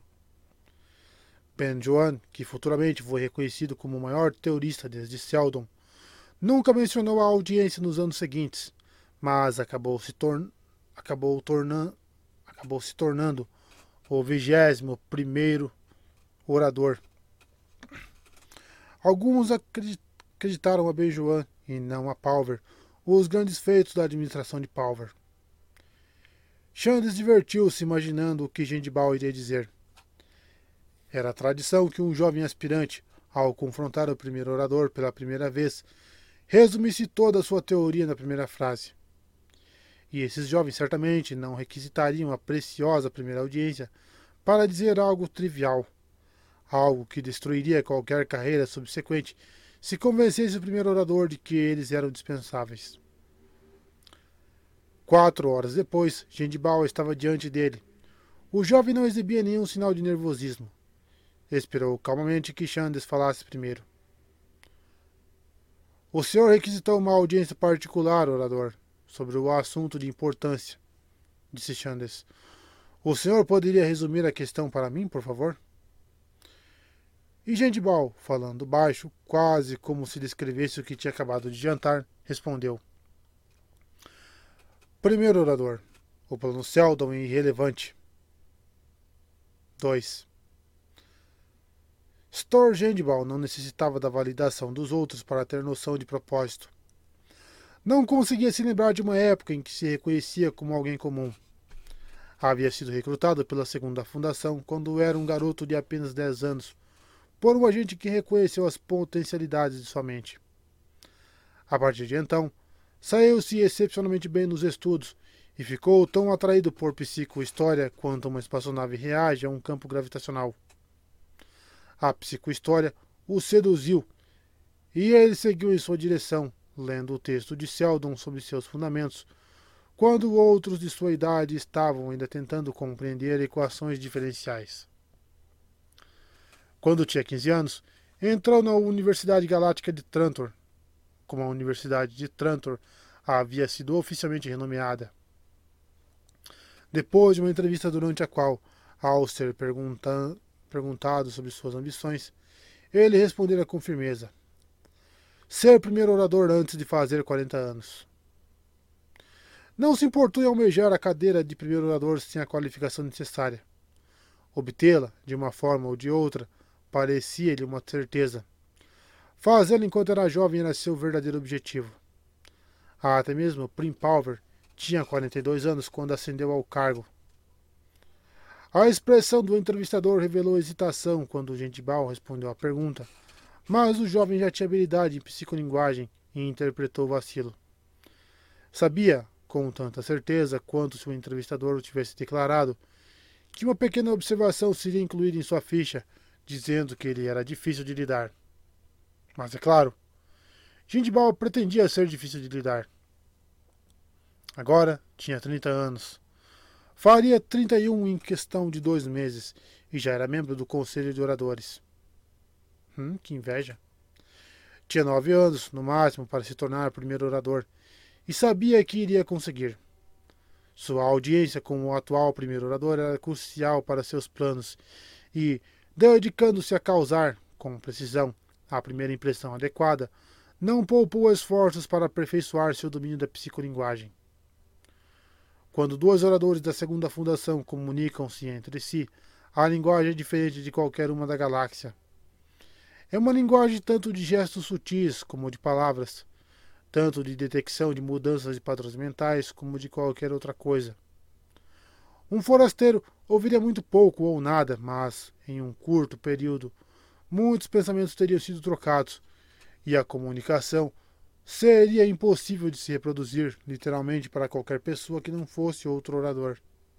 Benjuan, que futuramente foi reconhecido como o maior teorista desde Seldon, nunca mencionou a audiência nos anos seguintes, mas acabou se tornando o 21º orador. Alguns acreditaram a Benjuan e não a Pulver os grandes feitos da administração de Pulver. Xandes divertiu-se imaginando o que Gengibal iria dizer. Era a tradição que um jovem aspirante, ao confrontar o primeiro orador pela primeira vez, resumisse toda a sua teoria na primeira frase. E esses jovens certamente não requisitariam a preciosa primeira audiência para dizer algo trivial, algo que destruiria qualquer carreira subsequente se convencesse o primeiro orador de que eles eram dispensáveis. 4 horas depois, Gengibal estava diante dele. O jovem não exibia nenhum sinal de nervosismo. Esperou calmamente que Xandes falasse primeiro. O senhor requisitou uma audiência particular, orador, sobre o assunto de importância, disse Xandes. O senhor poderia resumir a questão para mim, por favor? E Gengibal, falando baixo, quase como se descrevesse o que tinha acabado de jantar, respondeu. Primeiro orador, o plano Seldon é irrelevante. 2. Stor Gengibal não necessitava da validação dos outros para ter noção de propósito. Não conseguia se lembrar de uma época em que se reconhecia como alguém comum. Havia sido recrutado pela segunda fundação quando era um garoto de apenas 10 anos, por um agente que reconheceu as potencialidades de sua mente. A partir de então, saiu-se excepcionalmente bem nos estudos e ficou tão atraído por psicohistória quanto uma espaçonave reage a um campo gravitacional. A psicohistória o seduziu e ele seguiu em sua direção, lendo o texto de Seldon sobre seus fundamentos, quando outros de sua idade estavam ainda tentando compreender equações diferenciais. Quando tinha 15 anos, entrou na Universidade Galáctica de Trantor, como a Universidade de Trantor havia sido oficialmente renomeada. Depois de uma entrevista durante a qual, ao ser perguntado sobre suas ambições, ele respondera com firmeza: ser primeiro orador antes de fazer 40 anos. Não se importou em almejar a cadeira de primeiro orador sem a qualificação necessária. Obtê-la, de uma forma ou de outra, parecia-lhe uma certeza. Fazê-lo enquanto era jovem era seu verdadeiro objetivo. Até mesmo Prim Pulver tinha 42 anos quando ascendeu ao cargo. A expressão do entrevistador revelou hesitação quando Gentibal respondeu à pergunta, mas o jovem já tinha habilidade em psicolinguagem e interpretou o vacilo. Sabia, com tanta certeza quanto se o entrevistador o tivesse declarado, que uma pequena observação seria incluída em sua ficha, dizendo que ele era difícil de lidar. Mas, é claro, Gentibal pretendia ser difícil de lidar. Agora tinha 30 anos. Faria 31 em questão de 2 meses e já era membro do Conselho de Oradores. Que inveja. Tinha 9 anos, no máximo, para se tornar primeiro orador e sabia que iria conseguir. Sua audiência com o atual primeiro orador era crucial para seus planos e, dedicando-se a causar, com precisão, a primeira impressão adequada, não poupou esforços para aperfeiçoar seu domínio da psicolinguagem. Quando dois oradores da segunda fundação comunicam-se entre si, a linguagem é diferente de qualquer uma da galáxia. É uma linguagem tanto de gestos sutis como de palavras, tanto de detecção de mudanças de padrões mentais como de qualquer outra coisa. Um forasteiro ouviria muito pouco ou nada, mas, em um curto período, muitos pensamentos teriam sido trocados, e a comunicação seria impossível de se reproduzir, literalmente, para qualquer pessoa que não fosse outro orador.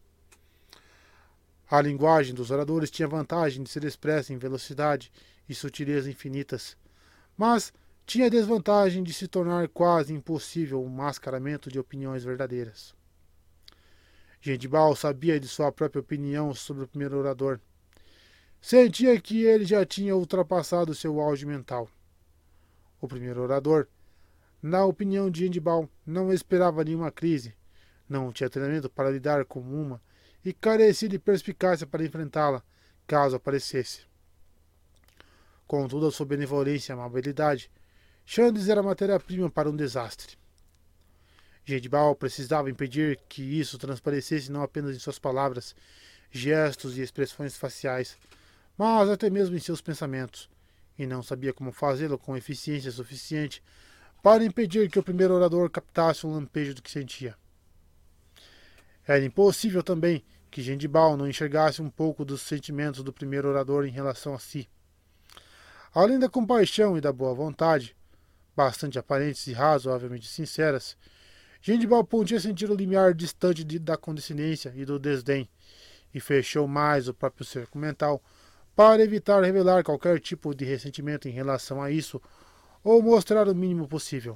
A linguagem dos oradores tinha vantagem de ser expressa em velocidade e sutileza infinitas, mas tinha a desvantagem de se tornar quase impossível o mascaramento de opiniões verdadeiras. Gentibal sabia de sua própria opinião sobre o primeiro orador. Sentia que ele já tinha ultrapassado seu auge mental. O primeiro orador, na opinião de Gentibal, não esperava nenhuma crise, não tinha treinamento para lidar com uma e carecia de perspicácia para enfrentá-la, caso aparecesse. Com toda a sua benevolência e amabilidade, Xandes era matéria-prima para um desastre. Gentibal precisava impedir que isso transparecesse não apenas em suas palavras, gestos e expressões faciais, mas até mesmo em seus pensamentos, e não sabia como fazê-lo com eficiência suficiente para impedir que o primeiro orador captasse um lampejo do que sentia. Era impossível também que Gentibal não enxergasse um pouco dos sentimentos do primeiro orador em relação a si. Além da compaixão e da boa vontade, bastante aparentes e razoavelmente sinceras, Gentibal podia sentir o limiar distante da condescendência e do desdém, e fechou mais o próprio cerco mental para evitar revelar qualquer tipo de ressentimento em relação a isso ou mostrar o mínimo possível.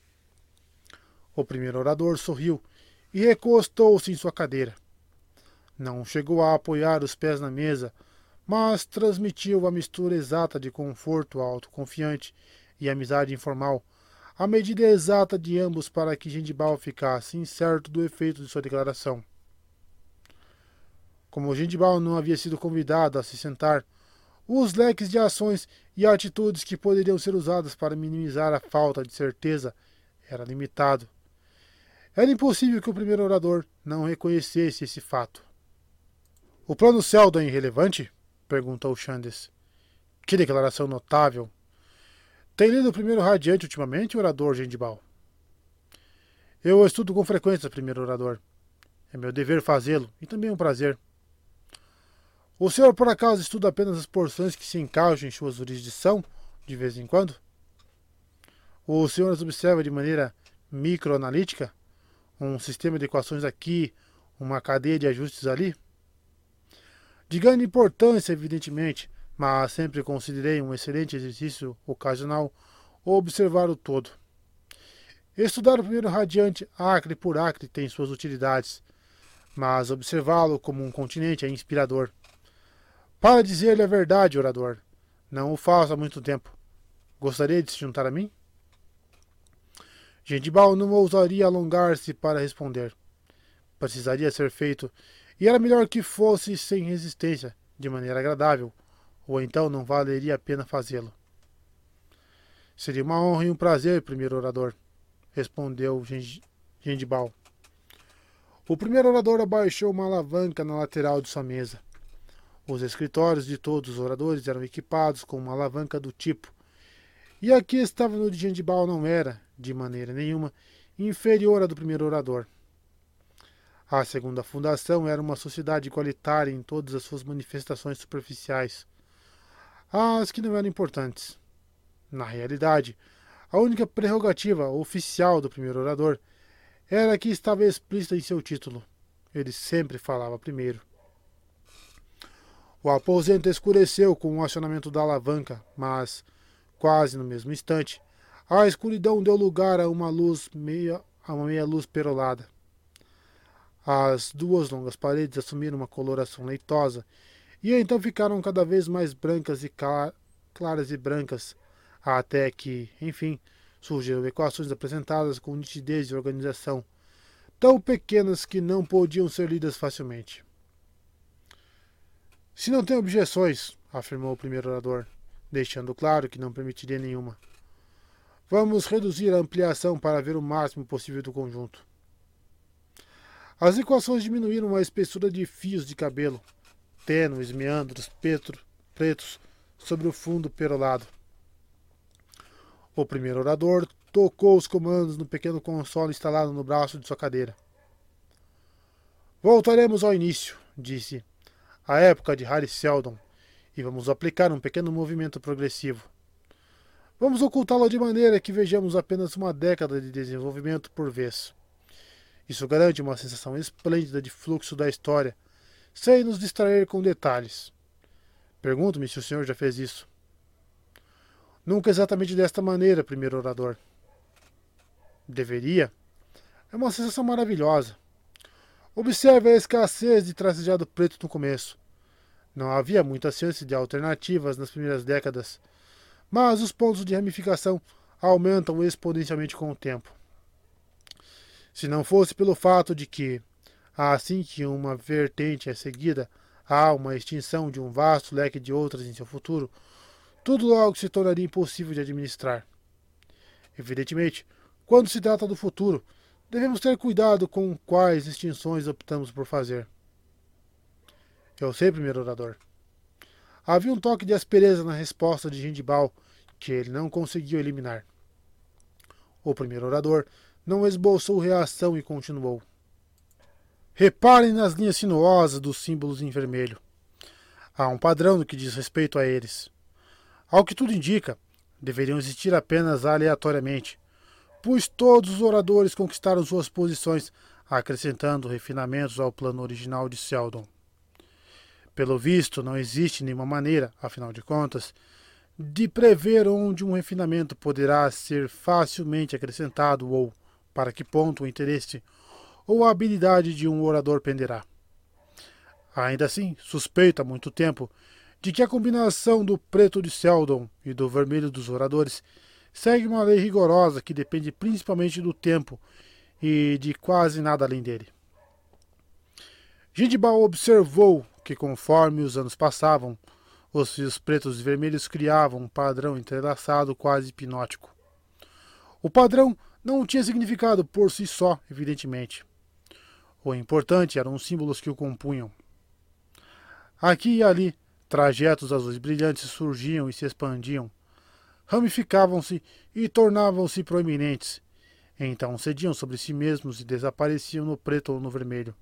O primeiro orador sorriu e recostou-se em sua cadeira. Não chegou a apoiar os pés na mesa, mas transmitiu a mistura exata de conforto autoconfiante e amizade informal, a medida exata de ambos para que Gentibal ficasse incerto do efeito de sua declaração. Como Gentibal não havia sido convidado a se sentar, os leques de ações e atitudes que poderiam ser usadas para minimizar a falta de certeza era limitado. Era impossível que o primeiro orador não reconhecesse esse fato. O plano Seldon é irrelevante? Perguntou Xandes. Que declaração notável! Tem lido o primeiro Radiante ultimamente, orador Gentibal? Eu estudo com frequência, primeiro orador. É meu dever fazê-lo, e também um prazer. O senhor, por acaso, estuda apenas as porções que se encaixam em sua jurisdição, de vez em quando? O senhor as observa de maneira microanalítica? Um sistema de equações aqui, uma cadeia de ajustes ali? De grande importância, evidentemente, mas sempre considerei um excelente exercício ocasional observar o todo. Estudar o primeiro Radiante acre por acre tem suas utilidades, mas observá-lo como um continente é inspirador. Para dizer-lhe a verdade, orador, não o faço há muito tempo. Gostaria de se juntar a mim? Gentibal não ousaria alongar-se para responder. precisaria ser feito, e era melhor que fosse sem resistência, de maneira agradável, ou então não valeria a pena fazê-lo. Seria uma honra e um prazer, primeiro orador, respondeu Gendibal. O primeiro orador abaixou uma alavanca na lateral de sua mesa. Os escritórios de todos os oradores eram equipados com uma alavanca do tipo, e a que estava no de Gendibal não era, de maneira nenhuma, inferior à do primeiro orador. A segunda fundação era uma sociedade igualitária em todas as suas manifestações superficiais, as que não eram importantes. Na realidade, a única prerrogativa oficial do primeiro orador era a que estava explícita em seu título. Ele sempre falava primeiro. O aposento escureceu com o acionamento da alavanca, mas, quase no mesmo instante, a escuridão deu lugar a uma meia luz perolada. As duas longas paredes assumiram uma coloração leitosa e então ficaram cada vez mais brancas e claras e brancas, até que, enfim, surgiram equações apresentadas com nitidez e organização, tão pequenas que não podiam ser lidas facilmente. Se não tem objeções, afirmou o primeiro orador, deixando claro que não permitiria nenhuma. Vamos reduzir a ampliação para ver o máximo possível do conjunto. As equações diminuíram a espessura de fios de cabelo, tênues meandros pretos sobre o fundo perolado. O primeiro orador tocou os comandos no pequeno console instalado no braço de sua cadeira. Voltaremos ao início, disse, a época de Harry Seldon, e vamos aplicar um pequeno movimento progressivo. Vamos ocultá-lo de maneira que vejamos apenas uma década de desenvolvimento por vez. Isso garante uma sensação esplêndida de fluxo da história, sem nos distrair com detalhes. Pergunto-me se o senhor já fez isso. Nunca exatamente desta maneira, primeiro orador. Deveria. É uma sensação maravilhosa. Observe a escassez de tracejado preto no começo. Não havia muita chance de alternativas nas primeiras décadas, mas os pontos de ramificação aumentam exponencialmente com o tempo. Se não fosse pelo fato de que, assim que uma vertente é seguida, há uma extinção de um vasto leque de outras em seu futuro, tudo logo se tornaria impossível de administrar. Evidentemente, quando se trata do futuro, devemos ter cuidado com quais extinções optamos por fazer. Eu sei, primeiro orador. Havia um toque de aspereza na resposta de Gendibal que ele não conseguiu eliminar. O primeiro orador não esboçou reação e continuou. Reparem nas linhas sinuosas dos símbolos em vermelho. Há um padrão no que diz respeito a eles. Ao que tudo indica, deveriam existir apenas aleatoriamente, pois todos os oradores conquistaram suas posições, acrescentando refinamentos ao plano original de Seldon. Pelo visto, não existe nenhuma maneira, afinal de contas, de prever onde um refinamento poderá ser facilmente acrescentado ou para que ponto o interesse ou a habilidade de um orador penderá. Ainda assim, suspeito há muito tempo de que a combinação do preto de Seldon e do vermelho dos oradores segue uma lei rigorosa que depende principalmente do tempo e de quase nada além dele. Gendibal observou que, conforme os anos passavam, os fios pretos e vermelhos criavam um padrão entrelaçado quase hipnótico. O padrão não tinha significado por si só, evidentemente. O importante eram os símbolos que o compunham. Aqui e ali, trajetos azuis brilhantes surgiam e se expandiam, ramificavam-se e tornavam-se proeminentes, então cediam sobre si mesmos e desapareciam no preto ou no vermelho.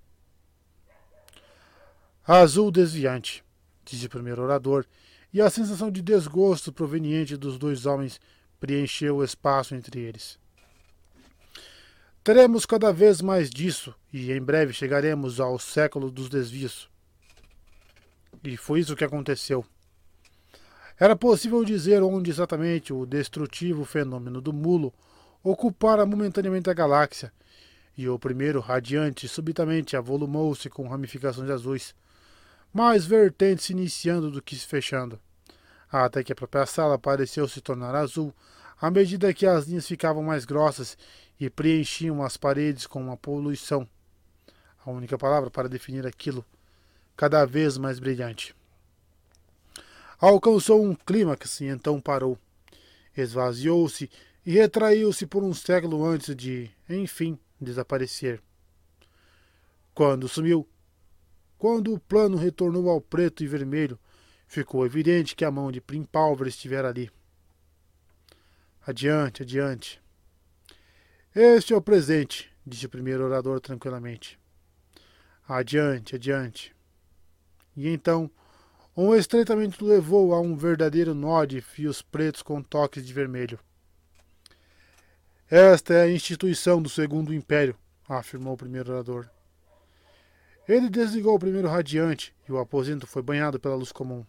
Azul desviante, disse o primeiro orador, e a sensação de desgosto proveniente dos dois homens preencheu o espaço entre eles. Teremos cada vez mais disso, e em breve chegaremos ao século dos desvios. E foi isso que aconteceu. Era possível dizer onde exatamente o destrutivo fenômeno do mulo ocupara momentaneamente a galáxia, e o primeiro radiante subitamente avolumou-se com ramificações azuis, mais vertentes se iniciando do que se fechando, até que a própria sala pareceu se tornar azul à medida que as linhas ficavam mais grossas e preenchiam as paredes com uma poluição. a única palavra para definir aquilo cada vez mais brilhante. Alcançou um clímax e então parou. Esvaziou-se e retraiu-se por um século antes de, enfim, desaparecer. Quando sumiu, quando o plano retornou ao preto e vermelho, ficou evidente que a mão de Primpalver estivera ali. Adiante, adiante. Este é o presente, disse o primeiro orador tranquilamente. Adiante, adiante. E então, um estreitamento levou a um verdadeiro nó de fios pretos com toques de vermelho. Esta é a instituição do Segundo Império, afirmou o primeiro orador. Ele desligou o primeiro radiante e o aposento foi banhado pela luz comum.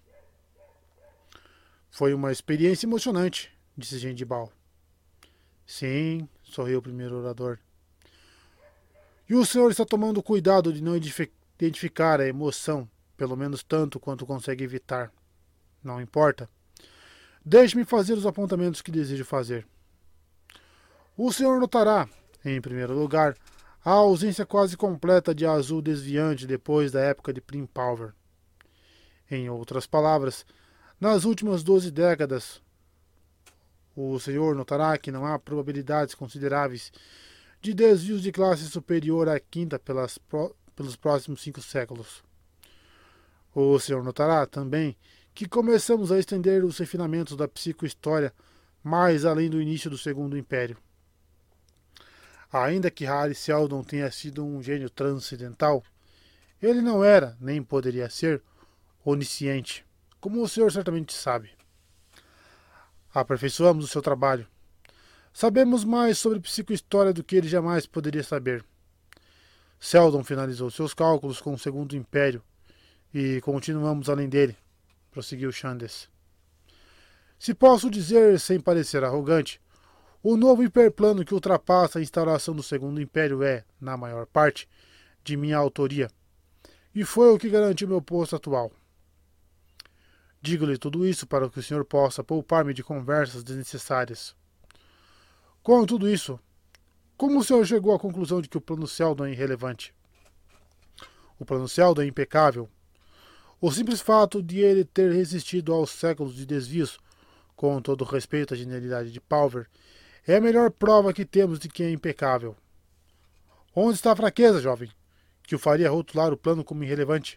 Foi uma experiência emocionante, disse Gendibal. Sim, sorriu o primeiro orador. E o senhor está tomando cuidado de não identificar a emoção, pelo menos tanto quanto consegue evitar. Não importa. Deixe-me fazer os apontamentos que desejo fazer. O senhor notará, em primeiro lugar, a ausência quase completa de azul desviante depois da época de Primpalver. Em outras palavras, nas últimas 12 décadas, o senhor notará que não há probabilidades consideráveis de desvios de classe superior à quinta pelos próximos 5 séculos. O senhor notará também que começamos a estender os refinamentos da psicohistória mais além do início do Segundo Império. Ainda que Harry Seldon tenha sido um gênio transcendental, ele não era, nem poderia ser, onisciente, como o senhor certamente sabe. Aperfeiçoamos o seu trabalho. Sabemos mais sobre psicohistória do que ele jamais poderia saber. Seldon finalizou seus cálculos com o Segundo Império e continuamos além dele, prosseguiu Chandes. Se posso dizer, sem parecer arrogante, o novo hiperplano que ultrapassa a instauração do Segundo Império é, na maior parte, de minha autoria, e foi o que garantiu meu posto atual. Digo-lhe tudo isso para que o senhor possa poupar-me de conversas desnecessárias. Com tudo isso, como o senhor chegou à conclusão de que o plano Seldon é irrelevante? O plano Seldon é impecável. O simples fato de ele ter resistido aos séculos de desvios, com todo respeito à genialidade de Palver, é a melhor prova que temos de que é impecável. Onde está a fraqueza, jovem, que o faria rotular o plano como irrelevante?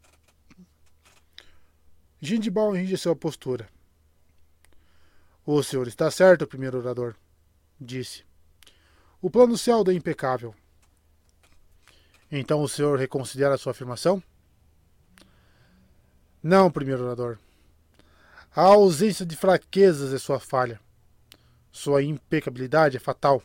Gendibal enrijeceu a postura. O senhor está certo, primeiro orador, disse. O plano Seldon é impecável. Então o senhor reconsidera a sua afirmação? Não, primeiro orador. A ausência de fraquezas é sua falha. Sua impecabilidade é fatal.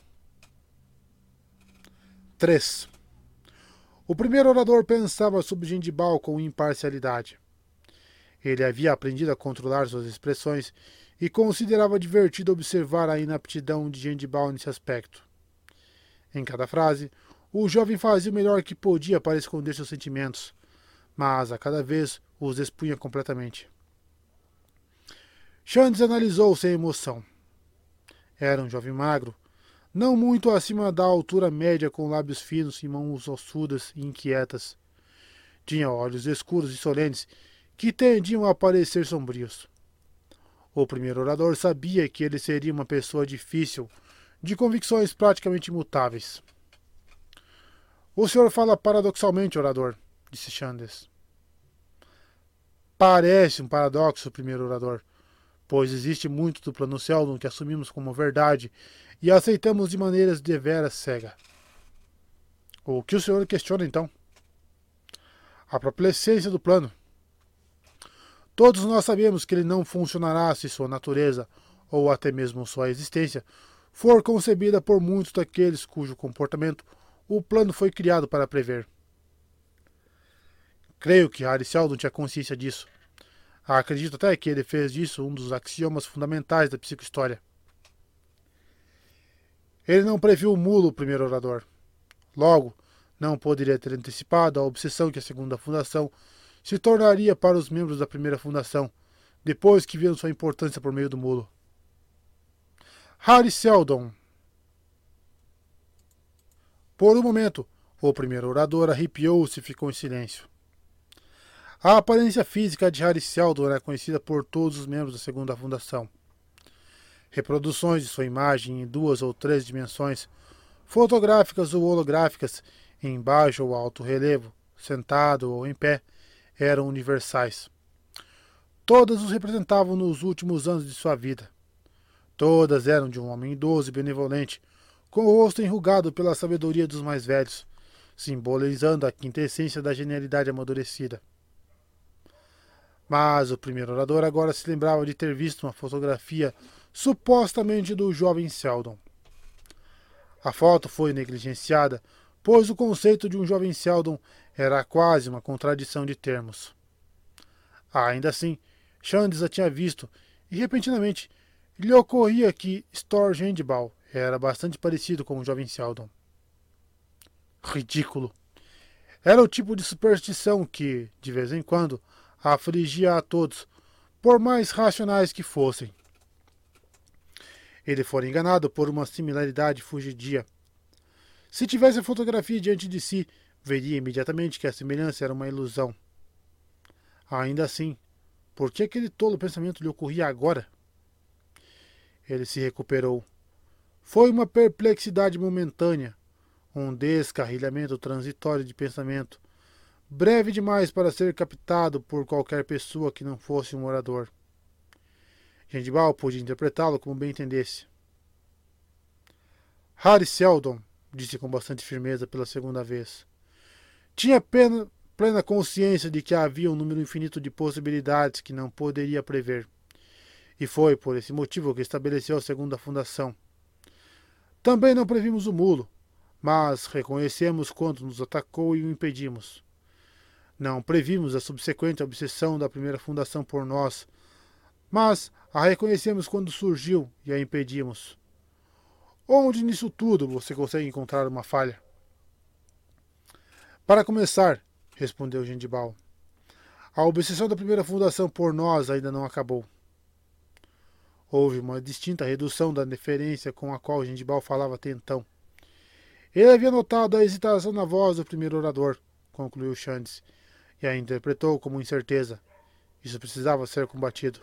3. O primeiro orador pensava sobre Gendibal com imparcialidade. Ele havia aprendido a controlar suas expressões e considerava divertido observar a inaptidão de Gendibal nesse aspecto. Em cada frase, o jovem fazia o melhor que podia para esconder seus sentimentos, mas a cada vez os expunha completamente. Chandes analisou sem emoção. Era um jovem magro, não muito acima da altura média, com lábios finos e mãos ossudas e inquietas. Tinha olhos escuros e solenes que tendiam a parecer sombrios. O primeiro orador sabia que ele seria uma pessoa difícil, de convicções praticamente imutáveis. O senhor fala paradoxalmente, orador, disse Chandes. Parece um paradoxo, primeiro orador, pois existe muito do plano Seldon que assumimos como verdade e aceitamos de maneiras deveras cega. O que o senhor questiona, então? A própria essência do plano. Todos nós sabemos que ele não funcionará se sua natureza, ou até mesmo sua existência, for concebida por muitos daqueles cujo comportamento o plano foi criado para prever. Creio que Harry Seldon tinha consciência disso. Acredito até que ele fez disso um dos axiomas fundamentais da psicohistória. Ele não previu o mulo, primeiro orador. Logo, não poderia ter antecipado a obsessão que a segunda fundação se tornaria para os membros da primeira fundação, depois que viram sua importância por meio do mulo. Harry Seldon. Por um momento, O primeiro orador arrepiou-se e ficou em silêncio. A aparência física de Harry Seldon era conhecida por todos os membros da segunda fundação. Reproduções de sua imagem em 2 ou 3 dimensões, fotográficas ou holográficas, em baixo ou alto relevo, sentado ou em pé, eram universais. Todas os representavam nos últimos anos de sua vida. Todas eram de um homem idoso e benevolente, com o rosto enrugado pela sabedoria dos mais velhos, simbolizando a quintessência da genialidade amadurecida. Mas o primeiro orador agora se lembrava de ter visto uma fotografia supostamente do jovem Seldon. A foto foi negligenciada, pois o conceito de um jovem Seldon era quase uma contradição de termos. Ainda assim, Shandes a tinha visto, e repentinamente lhe ocorria que Stor Gendibal era bastante parecido com o jovem Seldon. Ridículo! Era o tipo de superstição que, de vez em quando, afligia a todos, por mais racionais que fossem. Ele fora enganado por uma similaridade fugidia. Se tivesse a fotografia diante de si, veria imediatamente que a semelhança era uma ilusão. Ainda assim, por que aquele tolo pensamento lhe ocorria agora? Ele se recuperou. Foi uma perplexidade momentânea, um descarrilhamento transitório de pensamento, breve demais para ser captado por qualquer pessoa que não fosse um orador. Gendibal pôde interpretá-lo como bem entendesse. Harry Seldon, disse com bastante firmeza pela segunda vez, tinha plena consciência de que havia um número infinito de possibilidades que não poderia prever. E foi por esse motivo que estabeleceu a segunda fundação. Também não previmos o mulo, mas reconhecemos quando nos atacou e o impedimos. Não previmos a subsequente obsessão da primeira fundação por nós, mas a reconhecemos quando surgiu e a impedimos. Onde nisso tudo você consegue encontrar uma falha? Para começar, respondeu Gendibal, a obsessão da primeira fundação por nós ainda não acabou. Houve uma distinta redução da deferência com a qual Gendibal falava até então. Ele havia notado a hesitação na voz do primeiro orador, concluiu Shandes, e a interpretou como incerteza. Isso precisava ser combatido.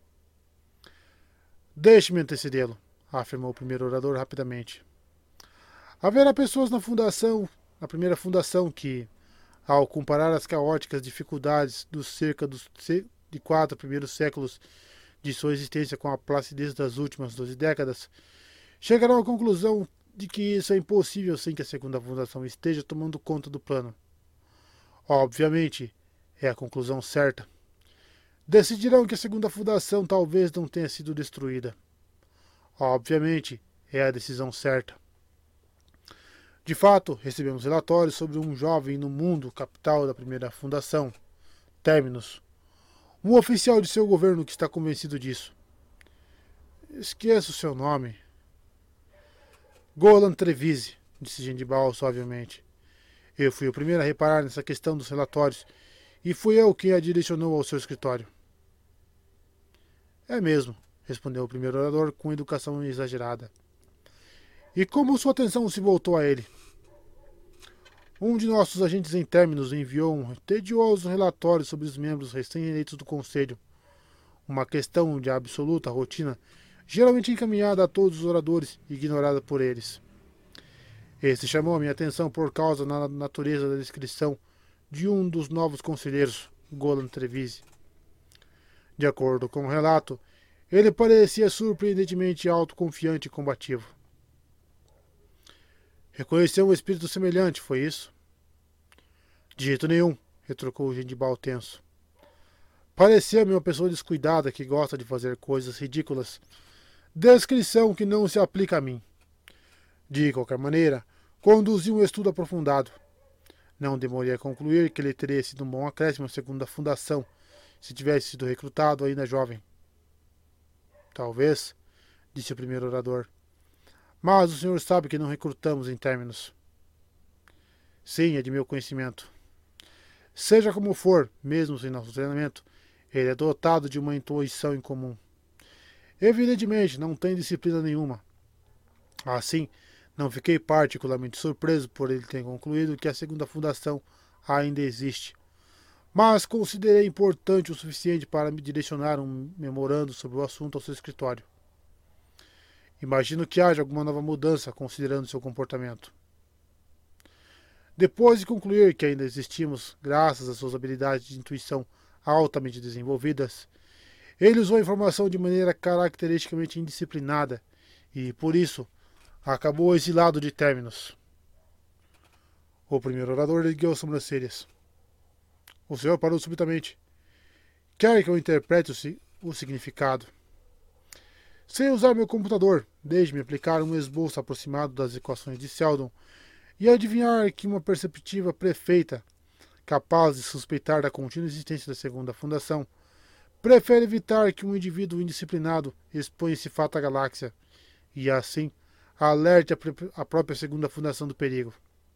Deixe-me antecedê-lo, afirmou o primeiro orador rapidamente. Haverá pessoas na primeira fundação que, ao comparar as caóticas dificuldades dos cerca de 4 primeiros séculos de sua existência com a placidez das últimas 12 décadas, chegarão à conclusão de que isso é impossível sem que a segunda fundação esteja tomando conta do plano. Obviamente, é a conclusão certa. Decidirão que a segunda fundação talvez não tenha sido destruída. Obviamente, é a decisão certa. De fato, recebemos relatórios sobre um jovem no mundo capital da primeira fundação, Terminus. Um oficial de seu governo que está convencido disso. Esqueça o seu nome. Golan Trevise, disse Gendibal suavemente. Eu fui o primeiro a reparar nessa questão dos relatórios, e fui eu quem a direcionou ao seu escritório. É mesmo, respondeu o primeiro orador com educação exagerada. E como sua atenção se voltou a ele? Um de nossos agentes em Terminus enviou um tedioso relatório sobre os membros recém-eleitos do Conselho. Uma questão de absoluta rotina, geralmente encaminhada a todos os oradores e ignorada por eles. Esse chamou a minha atenção por causa da natureza da descrição de um dos novos conselheiros, Golan Trevise. De acordo com o relato, ele parecia surpreendentemente autoconfiante e combativo. Reconheceu um espírito semelhante, foi isso? De jeito nenhum, retrucou Gendibal tenso. Parecia-me uma pessoa descuidada que gosta de fazer coisas ridículas. Descrição que não se aplica a mim. De qualquer maneira, conduziu um estudo aprofundado. Não demorei a concluir que ele teria sido um bom acréscimo à segunda fundação, se tivesse sido recrutado ainda jovem. Talvez, disse o primeiro orador. Mas o senhor sabe que não recrutamos em Terminus. Sim, é de meu conhecimento. Seja como for, mesmo sem nosso treinamento, ele é dotado de uma intuição incomum. Evidentemente, não tem disciplina nenhuma. Assim, Não fiquei particularmente surpreso por ele ter concluído que a segunda fundação ainda existe, mas considerei importante o suficiente para me direcionar um memorando sobre o assunto ao seu escritório. Imagino que haja alguma nova mudança considerando seu comportamento. Depois de concluir que ainda existimos, graças às suas habilidades de intuição altamente desenvolvidas, ele usou a informação de maneira caracteristicamente indisciplinada e, por isso, acabou exilado de Terminus. O primeiro orador ergueu as sobrancelhas. O senhor parou subitamente. Quer que eu interprete o significado? Sem usar meu computador, deixe-me aplicar um esboço aproximado das equações de Sheldon e adivinhar que uma perceptiva prefeita, capaz de suspeitar da contínua existência da segunda fundação, prefere evitar que um indivíduo indisciplinado exponha esse fato à galáxia e, assim, alerte a própria segunda fundação do perigo.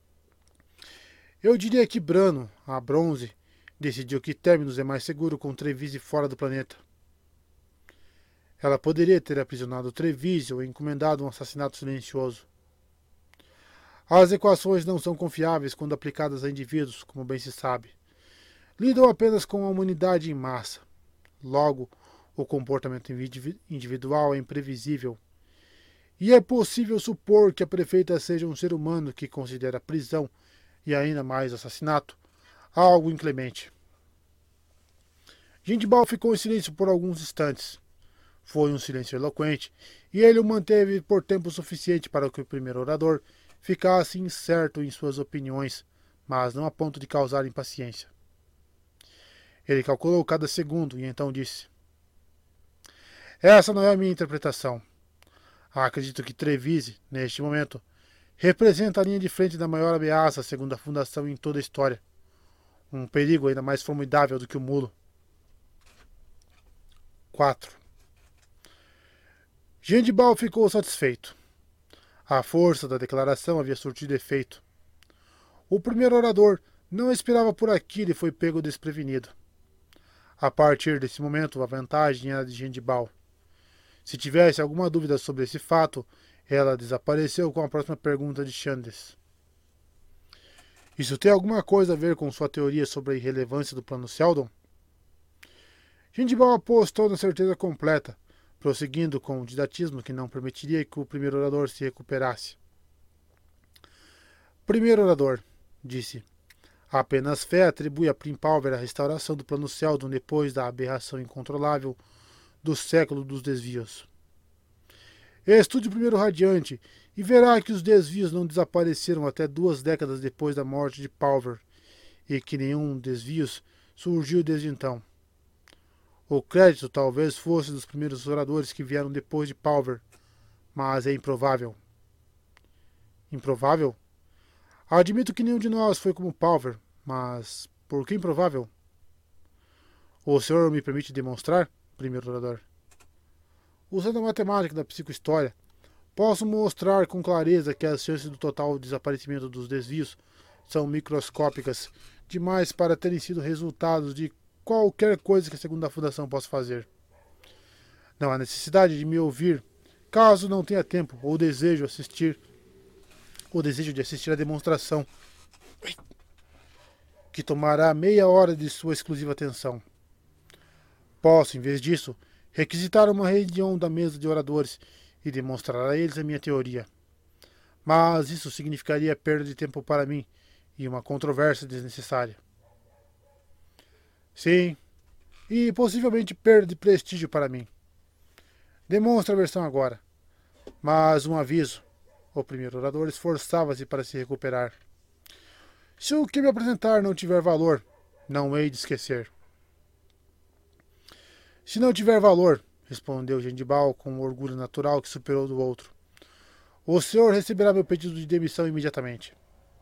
Eu diria que Brano, a Bronze, decidiu que Terminus é mais seguro com Trevise fora do planeta. Ela poderia ter aprisionado Trevise ou encomendado um assassinato silencioso. As equações não são confiáveis quando aplicadas a indivíduos, como bem se sabe. Lidam apenas com a humanidade em massa. Logo, o comportamento individual é imprevisível. E é possível supor que a prefeita seja um ser humano que considera prisão e ainda mais assassinato algo inclemente. Gindibal ficou em silêncio por alguns instantes. Foi um silêncio eloquente, e ele o manteve por tempo suficiente para que o primeiro orador ficasse incerto em suas opiniões, mas não a ponto de causar impaciência. Ele calculou cada segundo e então disse: Essa não é a minha interpretação. Acredito que Trevise, neste momento, representa a linha de frente da maior ameaça segundo a fundação em toda a história. Um perigo ainda mais formidável do que o mulo. 4. Gindibal ficou satisfeito. A força da declaração havia surtido efeito. O primeiro orador não esperava por aquilo e foi pego desprevenido. A partir desse momento, a vantagem era de Gindibal. Se tivesse alguma dúvida sobre esse fato, ela desapareceu com a próxima pergunta de Chandes. Isso tem alguma coisa a ver com sua teoria sobre a irrelevância do plano Sheldon? Gindibal apostou na certeza completa, prosseguindo com um didatismo que não permitiria que o primeiro orador se recuperasse. Primeiro orador, disse, apenas fé atribui a Primpalver a restauração do plano Sheldon depois da aberração incontrolável do século dos desvios. Estude o primeiro radiante e verá que os desvios não desapareceram até 2 décadas depois da morte de Palver, e que nenhum desvios surgiu desde então. O crédito talvez fosse dos primeiros oradores que vieram depois de Palver, mas é improvável. Improvável? Admito que nenhum de nós foi como Palver, mas por que improvável? O senhor me permite demonstrar, primeiro orador? Usando a matemática da psicohistória, posso mostrar com clareza que as chances do total desaparecimento dos desvios são microscópicas demais para terem sido resultados de qualquer coisa que a segunda fundação possa fazer. Não há necessidade de me ouvir, caso não tenha tempo ou desejo de assistir à demonstração, que tomará meia hora de sua exclusiva atenção. Posso, em vez disso, requisitar uma reunião da mesa de oradores e demonstrar a eles a minha teoria. Mas isso significaria perda de tempo para mim e uma controvérsia desnecessária. Sim, e possivelmente perda de prestígio para mim. Demonstre a versão agora. Mas um aviso. O primeiro orador esforçava-se para se recuperar. Se o que me apresentar não tiver valor, não hei de esquecer. Se não tiver valor, respondeu Gindibal com um orgulho natural que superou do outro, o senhor receberá meu pedido de demissão imediatamente.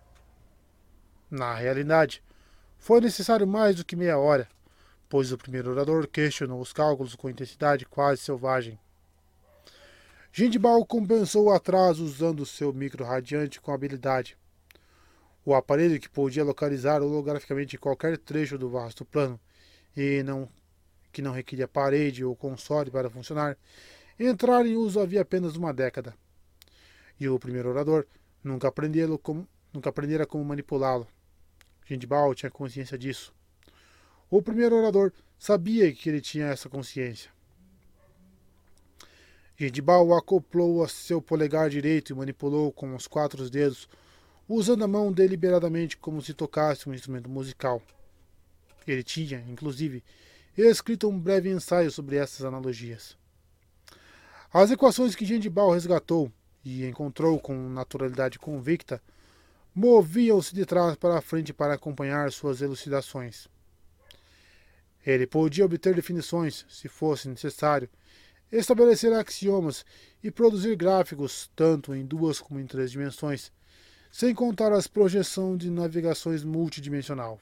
Na realidade, foi necessário mais do que meia hora, pois o primeiro orador questionou os cálculos com intensidade quase selvagem. Gindibal compensou o atraso usando seu micro-radiante com habilidade. O aparelho, que podia localizar holograficamente qualquer trecho do vasto plano e que não requeria parede ou console para funcionar, entrar em uso havia apenas uma década. e o primeiro orador nunca aprendera como manipulá-lo. Gendibal tinha consciência disso. O primeiro orador sabia que ele tinha essa consciência. Gendibal o acoplou a seu polegar direito e manipulou com os 4 dedos, usando a mão deliberadamente como se tocasse um instrumento musical. Ele tinha, inclusive, escrito um breve ensaio sobre essas analogias. As equações que Gendibal resgatou e encontrou com naturalidade convicta moviam-se de trás para a frente para acompanhar suas elucidações. Ele podia obter definições, se fosse necessário, estabelecer axiomas e produzir gráficos tanto em 2 como em 3 dimensões, sem contar as projeções de navegações multidimensional.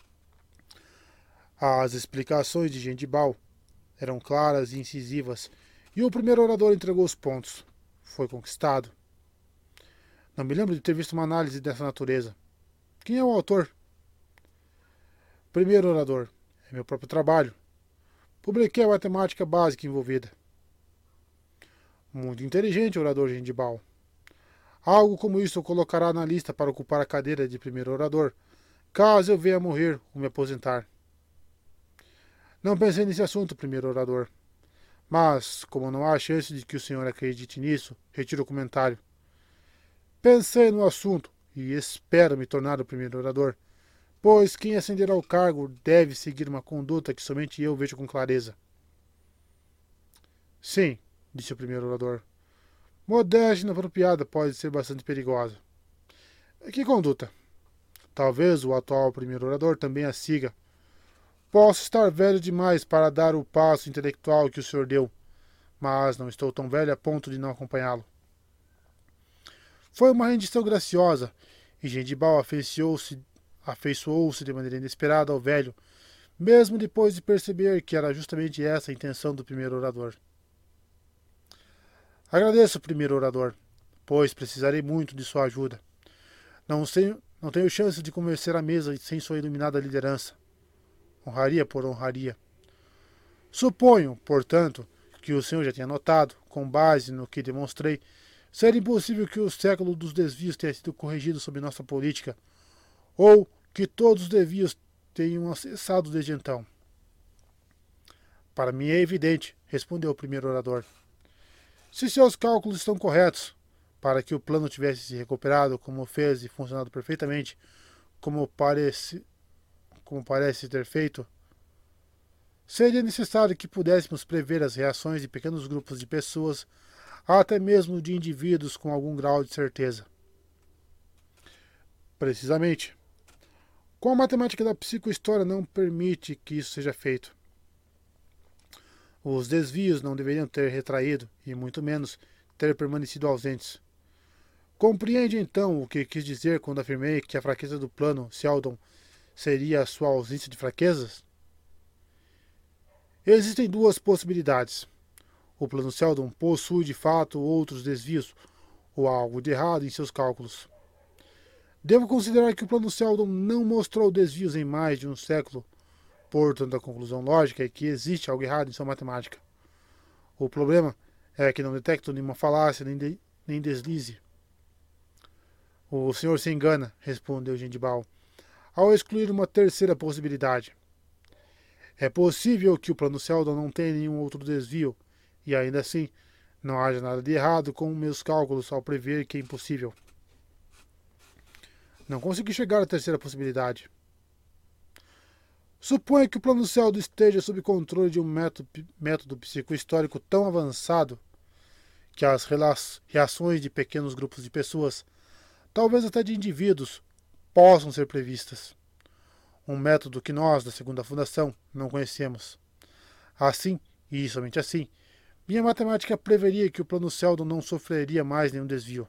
As explicações de Gendibal eram claras e incisivas, e o primeiro orador entregou os pontos. Foi conquistado. Não me lembro de ter visto uma análise dessa natureza. Quem é o autor? Primeiro orador. É meu próprio trabalho. Publiquei a matemática básica envolvida. Muito inteligente, orador Gendibal. Algo como isso o colocará na lista para ocupar a cadeira de primeiro orador, caso eu venha a morrer ou me aposentar. Não pensei nesse assunto, primeiro orador. Mas, como não há chance de que o senhor acredite nisso, retiro o comentário. Pensei no assunto e espero me tornar o primeiro orador, pois quem ascender ao cargo deve seguir uma conduta que somente eu vejo com clareza. Sim, disse o primeiro orador. Modéstia inapropriada pode ser bastante perigosa. Que conduta? Talvez o atual primeiro orador também a siga. Posso estar velho demais para dar o passo intelectual que o senhor deu, mas não estou tão velho a ponto de não acompanhá-lo. Foi uma rendição graciosa, e Gendibal afeiçoou-se de maneira inesperada ao velho, mesmo depois de perceber que era justamente essa a intenção do primeiro orador. Agradeço, primeiro orador, pois precisarei muito de sua ajuda. Não tenho chance de convencer a mesa sem sua iluminada liderança. Honraria por honraria. Suponho, portanto, que o senhor já tenha notado, com base no que demonstrei, ser impossível que o século dos desvios tenha sido corrigido sob nossa política, ou que todos os desvios tenham cessado desde então. Para mim é evidente, respondeu o primeiro orador. Se seus cálculos estão corretos, para que o plano tivesse se recuperado como fez e funcionado perfeitamente, como parece ter feito, seria necessário que pudéssemos prever as reações de pequenos grupos de pessoas, até mesmo de indivíduos com algum grau de certeza. Precisamente. Com a matemática da psicohistória não permite que isso seja feito. Os desvios não deveriam ter retraído, e muito menos ter permanecido ausentes. Compreende então o que quis dizer quando afirmei que a fraqueza do plano Sheldon seria a sua ausência de fraquezas? Existem 2 possibilidades. O plano Sheldon possui de fato outros desvios, ou algo de errado em seus cálculos. Devo considerar que o plano Sheldon não mostrou desvios em mais de um século, portanto a conclusão lógica é que existe algo errado em sua matemática. O problema é que não detecto nenhuma falácia nem deslize. O senhor se engana, respondeu Gendibal, ao excluir uma terceira possibilidade. É possível que o plano Sheldon não tenha nenhum outro desvio, e ainda assim não haja nada de errado com meus cálculos ao prever que é impossível. Não consegui chegar à terceira possibilidade. Suponha que o plano Sheldon esteja sob controle de um método psicohistórico tão avançado que as reações de pequenos grupos de pessoas, talvez até de indivíduos, possam ser previstas. Um método que nós, da segunda fundação, não conhecemos. Assim, e somente assim, minha matemática preveria que o plano Sheldon não sofreria mais nenhum desvio.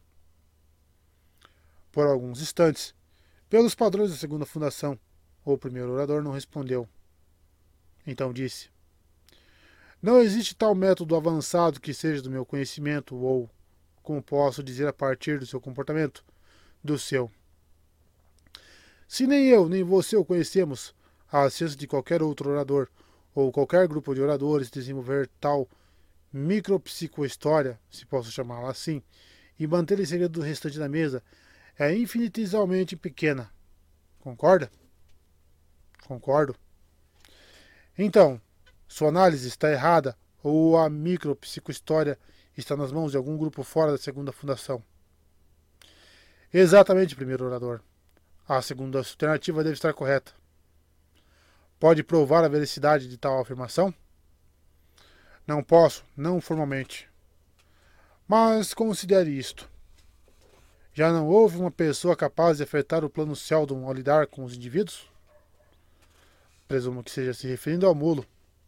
Por alguns instantes, pelos padrões da segunda fundação, o primeiro orador não respondeu. Então disse: Não existe tal método avançado que seja do meu conhecimento ou, como posso dizer a partir do seu comportamento, do seu. Se nem eu nem você o conhecemos, há chance de qualquer outro orador ou qualquer grupo de oradores desenvolver tal micropsicohistória, se posso chamá-la assim, e manter em segredo o restante da mesa é infinitesimamente pequena. Concorda? Concordo. Então, sua análise está errada ou a micropsicohistória está nas mãos de algum grupo fora da segunda fundação? Exatamente, primeiro orador. A segunda alternativa deve estar correta. Pode provar a veracidade de tal afirmação? Não posso, não formalmente. Mas considere isto. Já não houve uma pessoa capaz de afetar o plano Seldon ao lidar com os indivíduos? Presumo que seja se referindo ao mulo.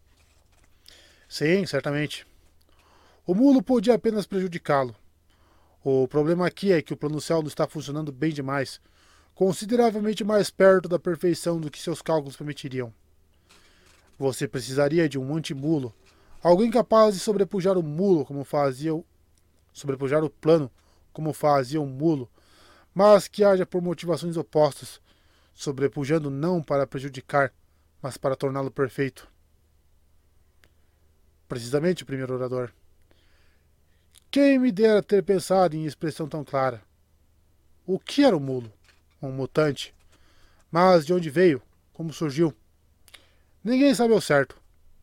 Sim, certamente. O mulo podia apenas prejudicá-lo. O problema aqui é que o plano Seldon está funcionando bem demais, consideravelmente mais perto da perfeição do que seus cálculos permitiriam. Você precisaria de um antimulo, alguém capaz de sobrepujar o mulo como fazia sobrepujar o plano como fazia um mulo, mas que haja por motivações opostas, sobrepujando não para prejudicar, mas para torná-lo perfeito. Precisamente, primeiro orador. Quem me dera ter pensado em expressão tão clara? O que era o mulo? Um mutante. Mas de onde veio? Como surgiu? Ninguém sabe ao certo.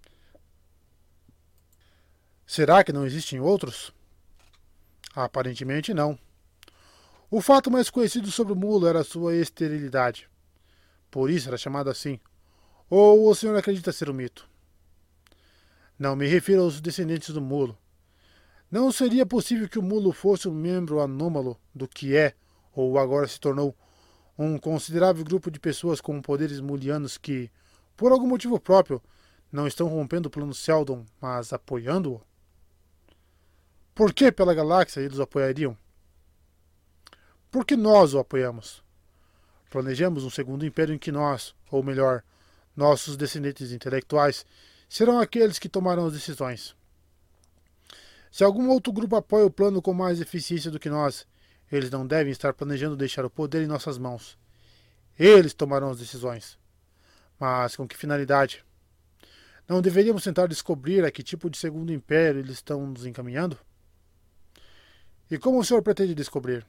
Será que não existem outros? Aparentemente não. O fato mais conhecido sobre o mulo era sua esterilidade. Por isso era chamado assim. Ou o senhor acredita ser um mito? Não me refiro aos descendentes do mulo. Não seria possível que o mulo fosse um membro anômalo do que é, ou agora se tornou, um considerável grupo de pessoas com poderes mulianos que, por algum motivo próprio, não estão rompendo o plano Seldon, mas apoiando-o? Por que pela galáxia eles o apoiariam? Porque nós o apoiamos. Planejamos um segundo império em que nós, ou melhor, nossos descendentes intelectuais, serão aqueles que tomarão as decisões. Se algum outro grupo apoia o plano com mais eficiência do que nós, eles não devem estar planejando deixar o poder em nossas mãos. Eles tomarão as decisões. Mas com que finalidade? Não deveríamos tentar descobrir a que tipo de segundo império eles estão nos encaminhando? E como o senhor pretende descobrir?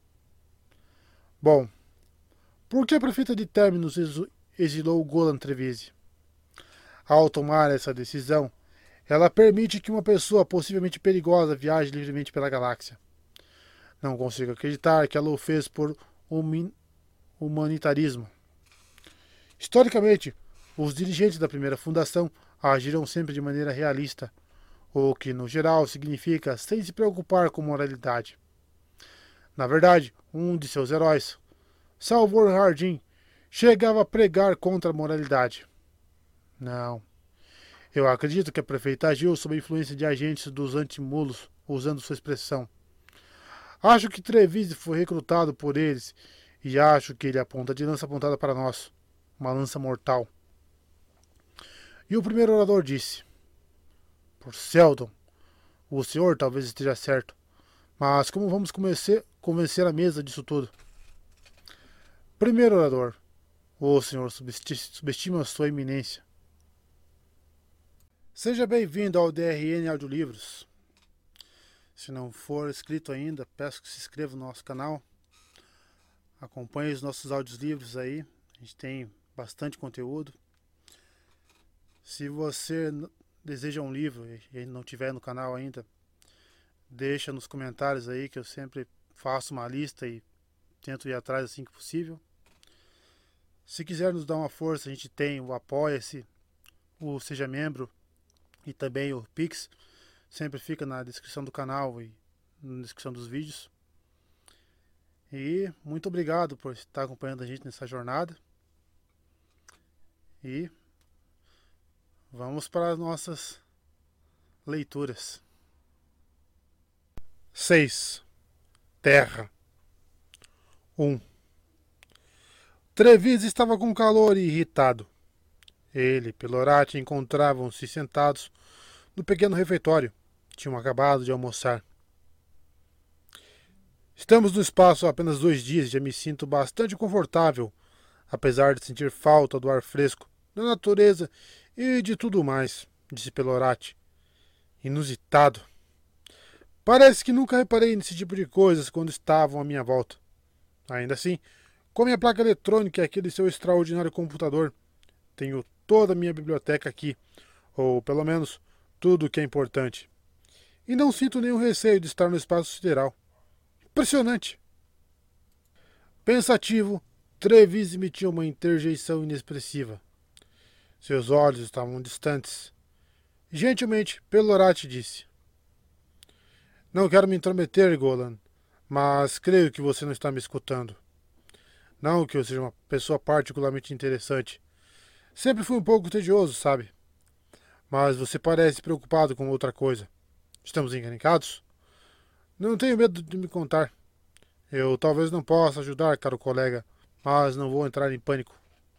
Bom, por que a prefeita de Terminus exilou Golan Trevize? Ao tomar essa decisão, ela permite que uma pessoa possivelmente perigosa viaje livremente pela galáxia. Não consigo acreditar que ela o fez por humanitarismo. Historicamente, os dirigentes da primeira fundação agiram sempre de maneira realista, o que, no geral, significa sem se preocupar com moralidade. Na verdade, um de seus heróis, Salvor Hardin, chegava a pregar contra a moralidade. Não. Eu acredito que a prefeita agiu sob a influência de agentes dos antimulos, usando sua expressão. Acho que Trevize foi recrutado por eles e acho que ele aponta de lança apontada para nós. Uma lança mortal. E o primeiro orador disse: Por Seldon, o senhor talvez esteja certo, mas como vamos convencer a mesa disso tudo? Primeiro orador, o senhor subestima sua eminência. Seja bem-vindo ao DRN Audiolivros. Se não for inscrito ainda, peço que se inscreva no nosso canal. Acompanhe os nossos audiolivros aí. A gente tem bastante conteúdo. Se você deseja um livro e não tiver no canal ainda, deixa nos comentários aí que eu sempre faço uma lista e tento ir atrás assim que possível. Se quiser nos dar uma força, a gente tem o Apoia-se, o Seja Membro e também o Pix. Sempre fica na descrição do canal e na descrição dos vídeos. E muito obrigado por estar acompanhando a gente nessa jornada. E vamos para as nossas leituras. 6. Terra. 1. Trevize estava com calor e irritado. Ele e Pelorati encontravam-se sentados no pequeno refeitório. Tinham acabado de almoçar. Estamos no espaço há apenas 2 dias e já me sinto bastante confortável, apesar de sentir falta do ar fresco, da natureza e de tudo mais, disse Pelorati. Inusitado. Parece que nunca reparei nesse tipo de coisas quando estavam à minha volta. Ainda assim, com a minha placa eletrônica e aquele seu extraordinário computador, tenho toda a minha biblioteca aqui, ou pelo menos tudo o que é importante. E não sinto nenhum receio de estar no espaço sideral. Impressionante! Pensativo, Trevis emitiu uma interjeição inexpressiva. Seus olhos estavam distantes. Gentilmente, Pelorati disse: Não quero me intrometer, Golan, mas creio que você não está me escutando. Não que eu seja uma pessoa particularmente interessante. Sempre fui um pouco tedioso, sabe? Mas você parece preocupado com outra coisa. Estamos encrencados? Não tenho medo de me contar. Eu talvez não possa ajudar, caro colega, mas não vou entrar em pânico.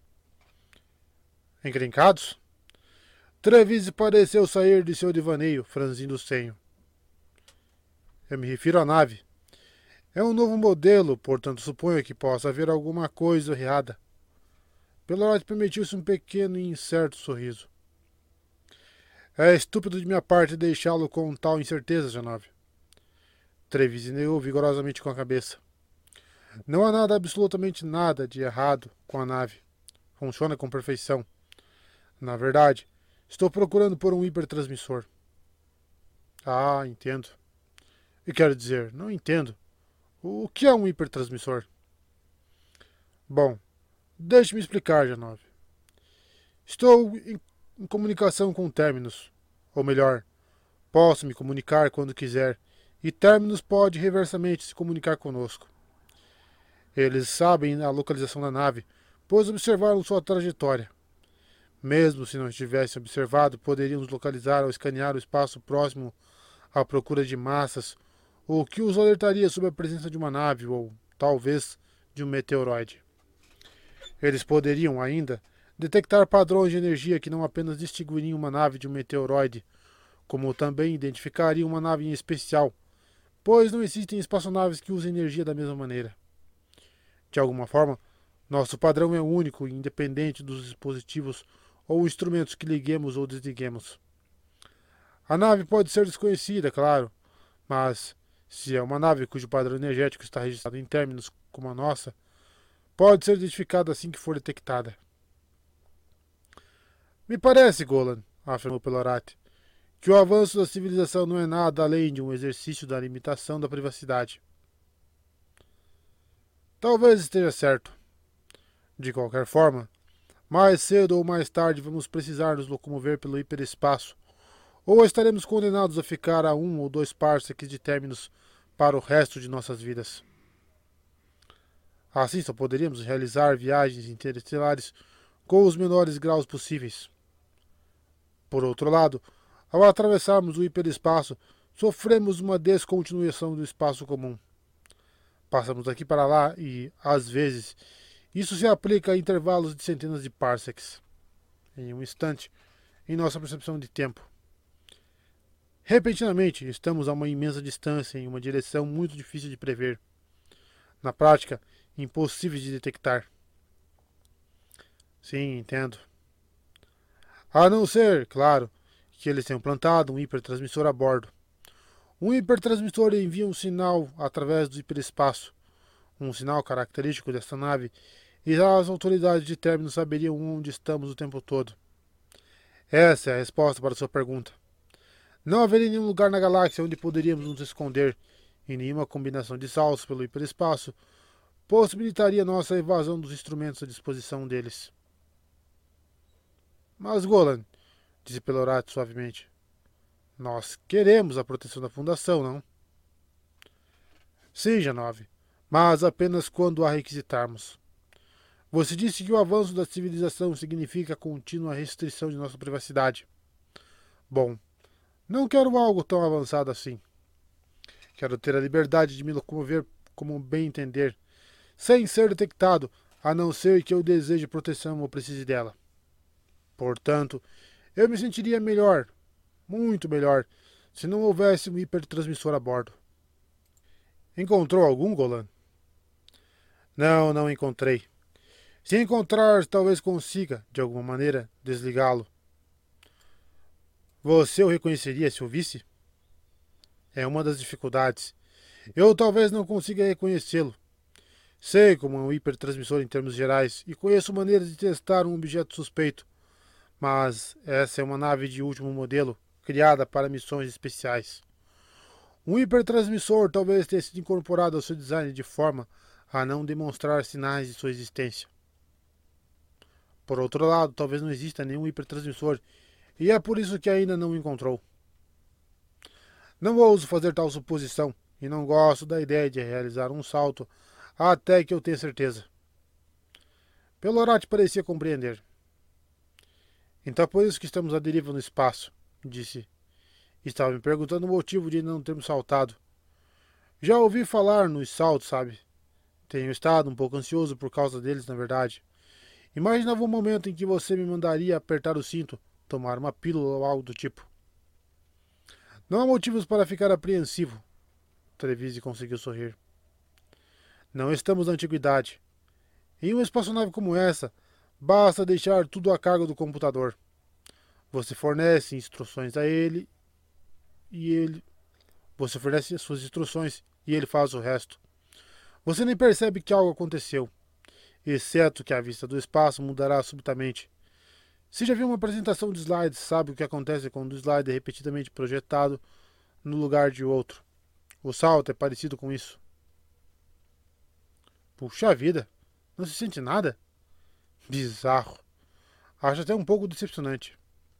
Encrencados? Trevise pareceu sair de seu devaneio, franzindo o senho. Eu me refiro à nave. É um novo modelo, portanto suponho que possa haver alguma coisa errada. Pelorati permitiu-se um pequeno e incerto sorriso. É estúpido de minha parte deixá-lo com tal incerteza, Janove. Trevise negou vigorosamente com a cabeça. Não há nada, absolutamente nada de errado com a nave. Funciona com perfeição. Na verdade, estou procurando por um hipertransmissor. Ah, entendo. E quero dizer, não entendo. O que é um hipertransmissor? Bom, deixe-me explicar, Janove. Estou em comunicação com Terminus. Ou melhor, posso me comunicar quando quiser, e Terminus pode reversamente se comunicar conosco. Eles sabem a localização da nave, pois observaram sua trajetória. Mesmo se não estivessem observado, poderiam nos localizar ao escanear o espaço próximo à procura de massas, o que os alertaria sobre a presença de uma nave ou, talvez, de um meteoroide. Eles poderiam, ainda, detectar padrões de energia que não apenas distinguiriam uma nave de um meteoroide, como também identificariam uma nave em especial, pois não existem espaçonaves que usem energia da mesma maneira. De alguma forma, nosso padrão é único e independente dos dispositivos ou instrumentos que liguemos ou desliguemos. A nave pode ser desconhecida, claro, mas se é uma nave cujo padrão energético está registrado em términos como a nossa, pode ser identificada assim que for detectada. Me parece, Golan, afirmou Pelorati, que o avanço da civilização não é nada além de um exercício da limitação da privacidade. Talvez esteja certo. De qualquer forma, mais cedo ou mais tarde vamos precisar nos locomover pelo hiperespaço, ou estaremos condenados a ficar a 1 ou 2 parsecs de términos para o resto de nossas vidas. Assim só poderíamos realizar viagens interestelares com os menores graus possíveis. Por outro lado, ao atravessarmos o hiperespaço, sofremos uma descontinuação do espaço comum. Passamos daqui para lá e, às vezes, isso se aplica a intervalos de centenas de parsecs, em um instante, em nossa percepção de tempo. Repentinamente, estamos a uma imensa distância em uma direção muito difícil de prever. Na prática, impossível de detectar. Sim, entendo. A não ser, claro, que eles tenham plantado um hipertransmissor a bordo. Um hipertransmissor envia um sinal através do hiperespaço, um sinal característico desta nave, e as autoridades de término saberiam onde estamos o tempo todo. Essa é a resposta para sua pergunta. Não haveria nenhum lugar na galáxia onde poderíamos nos esconder, e nenhuma combinação de saltos pelo hiperespaço possibilitaria nossa evasão dos instrumentos à disposição deles. Mas, Golan, disse Pelorati suavemente, nós queremos a proteção da Fundação, não? Sim, Janove, mas apenas quando a requisitarmos. Você disse que o avanço da civilização significa a contínua restrição de nossa privacidade. Bom, não quero algo tão avançado assim. Quero ter a liberdade de me locomover como bem entender, sem ser detectado, a não ser que eu deseje proteção ou precise dela. Portanto, eu me sentiria melhor, muito melhor, se não houvesse um hipertransmissor a bordo. Encontrou algum, Golan? Não, não encontrei. Se encontrar, talvez consiga, de alguma maneira, desligá-lo. Você o reconheceria se o visse? É uma das dificuldades. Eu talvez não consiga reconhecê-lo. Sei como é um hipertransmissor em termos gerais e conheço maneiras de testar um objeto suspeito, mas essa é uma nave de último modelo, criada para missões especiais. Um hipertransmissor talvez tenha sido incorporado ao seu design de forma a não demonstrar sinais de sua existência. Por outro lado, talvez não exista nenhum hipertransmissor e é por isso que ainda não o encontrou. Não ouso fazer tal suposição e não gosto da ideia de realizar um salto até que eu tenha certeza. Pelorat parecia compreender. Então é por isso que estamos à deriva no espaço, disse. Estava me perguntando o motivo de não termos saltado. Já ouvi falar nos saltos, sabe? Tenho estado um pouco ansioso por causa deles, na verdade. Imaginava um momento em que você me mandaria apertar o cinto, tomar uma pílula ou algo do tipo. Não há motivos para ficar apreensivo. Trevise conseguiu sorrir. Não estamos na antiguidade. Em uma espaçonave como essa, basta deixar tudo a cargo do computador. Você fornece instruções a ele e ele. Você fornece as suas instruções e ele faz o resto. Você nem percebe que algo aconteceu, exceto que a vista do espaço mudará subitamente. Se já viu uma apresentação de slides, sabe o que acontece quando o slide é repetidamente projetado no lugar de outro. O salto é parecido com isso. Puxa vida, não se sente nada? Bizarro. Acho até um pouco decepcionante.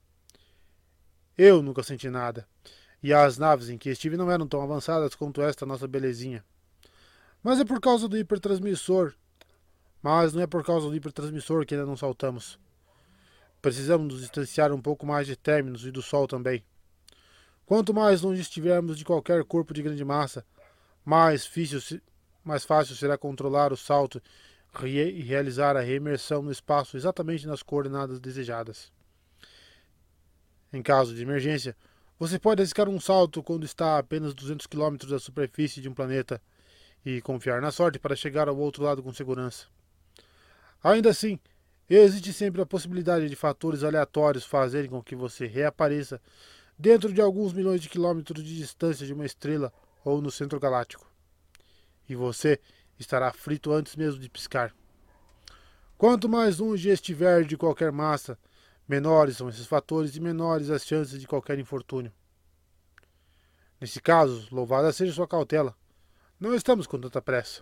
Eu nunca senti nada. E as naves em que estive não eram tão avançadas quanto esta nossa belezinha. Mas é por causa do hipertransmissor. Mas não é por causa do hipertransmissor que ainda não saltamos. Precisamos nos distanciar um pouco mais de Terminus e do Sol também. Quanto mais longe estivermos de qualquer corpo de grande massa, mais fácil será controlar o salto e realizar a reimersão no espaço exatamente nas coordenadas desejadas. Em caso de emergência, você pode arriscar um salto quando está a apenas 200 km da superfície de um planeta e confiar na sorte para chegar ao outro lado com segurança. Ainda assim, existe sempre a possibilidade de fatores aleatórios fazerem com que você reapareça dentro de alguns milhões de quilômetros de distância de uma estrela ou no centro galáctico. E você estará frito antes mesmo de piscar. Quanto mais longe estiver de qualquer massa, menores são esses fatores e menores as chances de qualquer infortúnio. Nesse caso, louvada seja sua cautela. Não estamos com tanta pressa.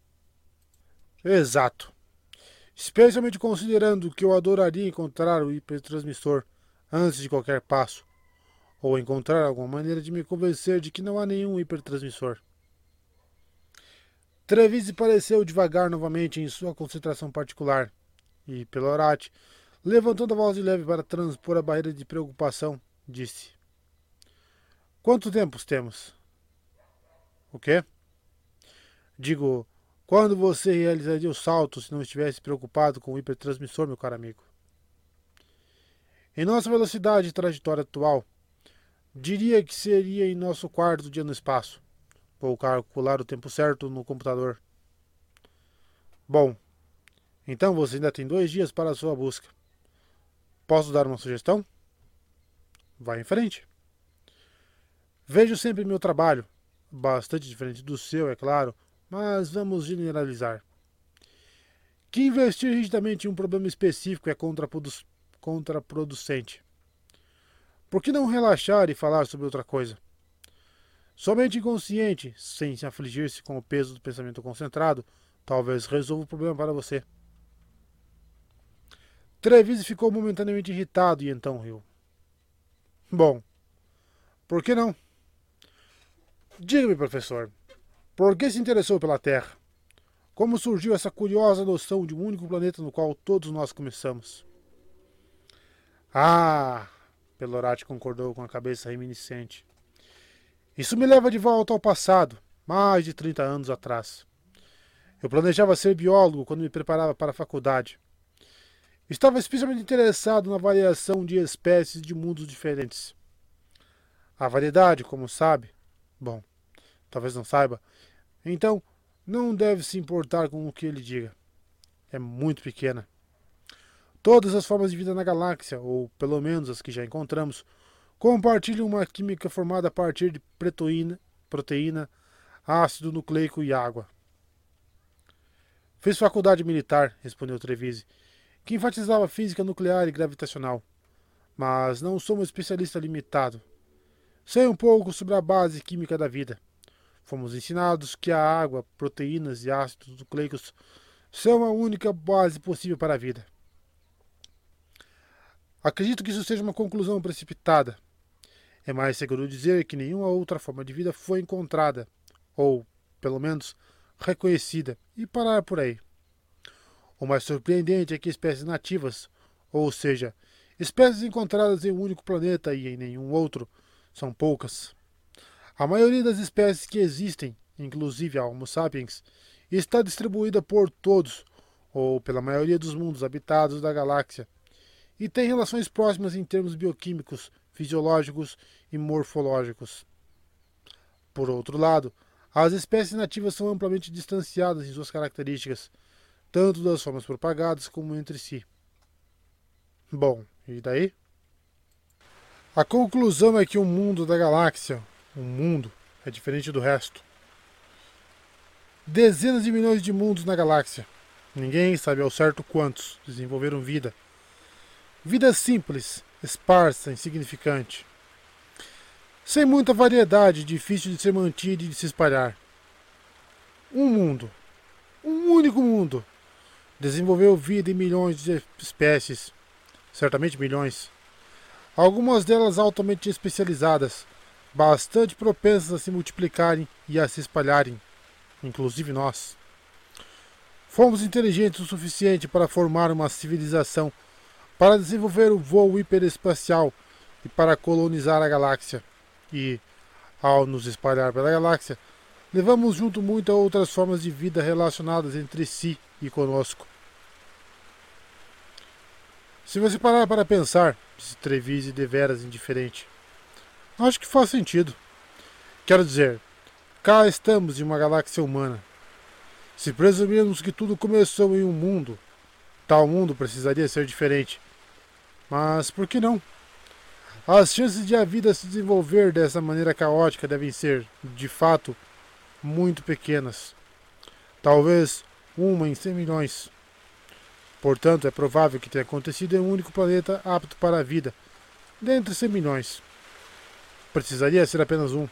Exato. Especialmente considerando que eu adoraria encontrar o hipertransmissor antes de qualquer passo, ou encontrar alguma maneira de me convencer de que não há nenhum hipertransmissor. Trevise pareceu devagar novamente em sua concentração particular, e Pelorat, levantando a voz de leve para transpor a barreira de preocupação, disse: Quanto tempo temos? O quê? Digo, quando você realizaria o salto se não estivesse preocupado com o hipertransmissor, meu caro amigo? Em nossa velocidade e trajetória atual, diria que seria em nosso quarto dia no espaço. Vou calcular o tempo certo no computador. Bom, então você ainda tem 2 dias para a sua busca. Posso dar uma sugestão? Vá em frente. Vejo sempre meu trabalho, bastante diferente do seu, é claro, mas vamos generalizar. Que investir rigidamente em um problema específico é contraproducente. Por que não relaxar e falar sobre outra coisa? Somente inconsciente, sem se afligir-se com o peso do pensamento concentrado, talvez resolva o problema para você. Trevise ficou momentaneamente irritado e então riu. Bom, por que não? Diga-me, professor, por que se interessou pela Terra? Como surgiu essa curiosa noção de um único planeta no qual todos nós começamos? Ah, Pelorat concordou com a cabeça reminiscente. Isso me leva de volta ao passado, mais de 30 anos atrás. Eu planejava ser biólogo quando me preparava para a faculdade. Estava especialmente interessado na variação de espécies de mundos diferentes. A variedade, como sabe, bom, talvez não saiba, então não deve se importar com o que ele diga. É muito pequena. Todas as formas de vida na galáxia, ou pelo menos as que já encontramos, compartilham uma química formada a partir de proteína, ácido nucleico e água. Fiz faculdade militar, respondeu Trevize, que enfatizava física nuclear e gravitacional, mas não sou um especialista limitado. Sei um pouco sobre a base química da vida. Fomos ensinados que a água, proteínas e ácidos nucleicos são a única base possível para a vida. Acredito que isso seja uma conclusão precipitada. É mais seguro dizer que nenhuma outra forma de vida foi encontrada, ou, pelo menos, reconhecida, e parar por aí. O mais surpreendente é que espécies nativas, ou seja, espécies encontradas em um único planeta e em nenhum outro, são poucas. A maioria das espécies que existem, inclusive a Homo sapiens, está distribuída por todos, ou pela maioria dos mundos habitados da galáxia, e tem relações próximas em termos bioquímicos, fisiológicos e morfológicos. Por outro lado, as espécies nativas são amplamente distanciadas em suas características, tanto das formas propagadas como entre si. Bom, e daí? A conclusão é que o mundo da galáxia, o mundo, é diferente do resto. Dezenas de milhões de mundos na galáxia. Ninguém sabe ao certo quantos desenvolveram vida. Vida simples, esparsa, insignificante. Sem muita variedade, difícil de ser mantida e de se espalhar. Um mundo, um único mundo, desenvolveu vida em milhões de espécies, certamente milhões. Algumas delas altamente especializadas, bastante propensas a se multiplicarem e a se espalharem, inclusive nós. Fomos inteligentes o suficiente para formar uma civilização, para desenvolver o voo hiperespacial e para colonizar a galáxia. E, ao nos espalhar pela galáxia, levamos junto muitas outras formas de vida relacionadas entre si e conosco. Se você parar para pensar, disse Trevize deveras indiferente, acho que faz sentido. Quero dizer, cá estamos em uma galáxia humana. Se presumirmos que tudo começou em um mundo, tal mundo precisaria ser diferente. Mas por que não? As chances de a vida se desenvolver dessa maneira caótica devem ser, de fato, muito pequenas. Talvez 1 em 100 milhões. Portanto, é provável que tenha acontecido em um único planeta apto para a vida, dentre 100 milhões. Precisaria ser apenas um.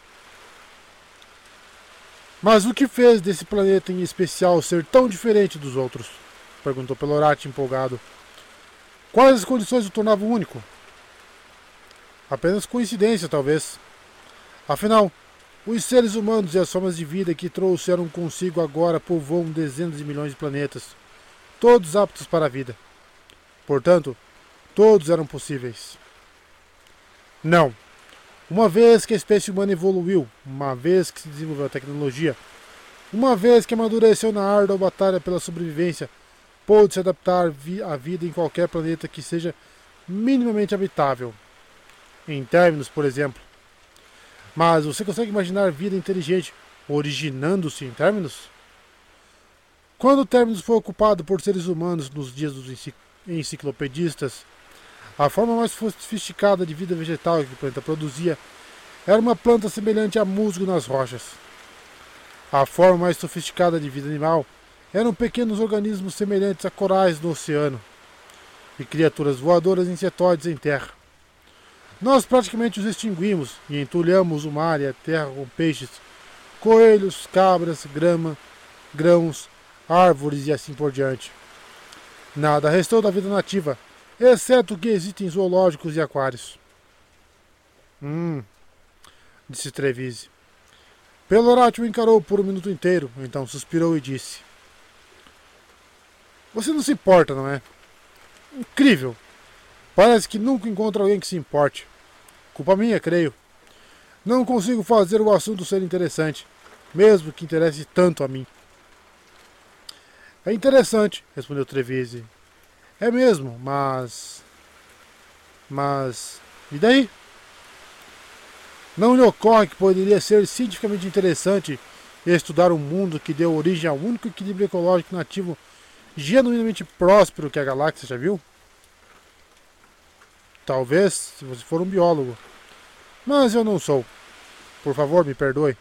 Mas o que fez desse planeta em especial ser tão diferente dos outros? Perguntou Pelorati empolgado. Quais as condições o tornavam único? Apenas coincidência, talvez. Afinal, os seres humanos e as formas de vida que trouxeram consigo agora povoam dezenas de milhões de planetas, todos aptos para a vida. Portanto, todos eram possíveis. Não. Uma vez que a espécie humana evoluiu, uma vez que se desenvolveu a tecnologia, uma vez que amadureceu na árdua batalha pela sobrevivência, pôde se adaptar à vida em qualquer planeta que seja minimamente habitável. Em Terminus, por exemplo. Mas você consegue imaginar vida inteligente originando-se em Terminus? Quando Terminus foi ocupado por seres humanos nos dias dos enciclopedistas, a forma mais sofisticada de vida vegetal que o planeta produzia era uma planta semelhante a musgo nas rochas. A forma mais sofisticada de vida animal eram pequenos organismos semelhantes a corais no oceano e criaturas voadoras insetóides em terra. Nós praticamente os extinguimos e entulhamos o mar e a terra com peixes, coelhos, cabras, grama, grãos, árvores e assim por diante. Nada restou da vida nativa, exceto o que existe em zoológicos e aquários. Disse Trevize. Pelorati o encarou por um minuto inteiro, então suspirou e disse: Você não se importa, não é? Incrível! Parece que nunca encontro alguém que se importe. Culpa minha, creio. Não consigo fazer o assunto ser interessante, mesmo que interesse tanto a mim. É interessante, respondeu Trevize. É mesmo, mas... E daí? Não lhe ocorre que poderia ser cientificamente interessante estudar um mundo que deu origem ao único equilíbrio ecológico nativo genuinamente próspero que a galáxia já viu? Talvez, se você for um biólogo. Mas eu não sou. Por favor, me perdoe.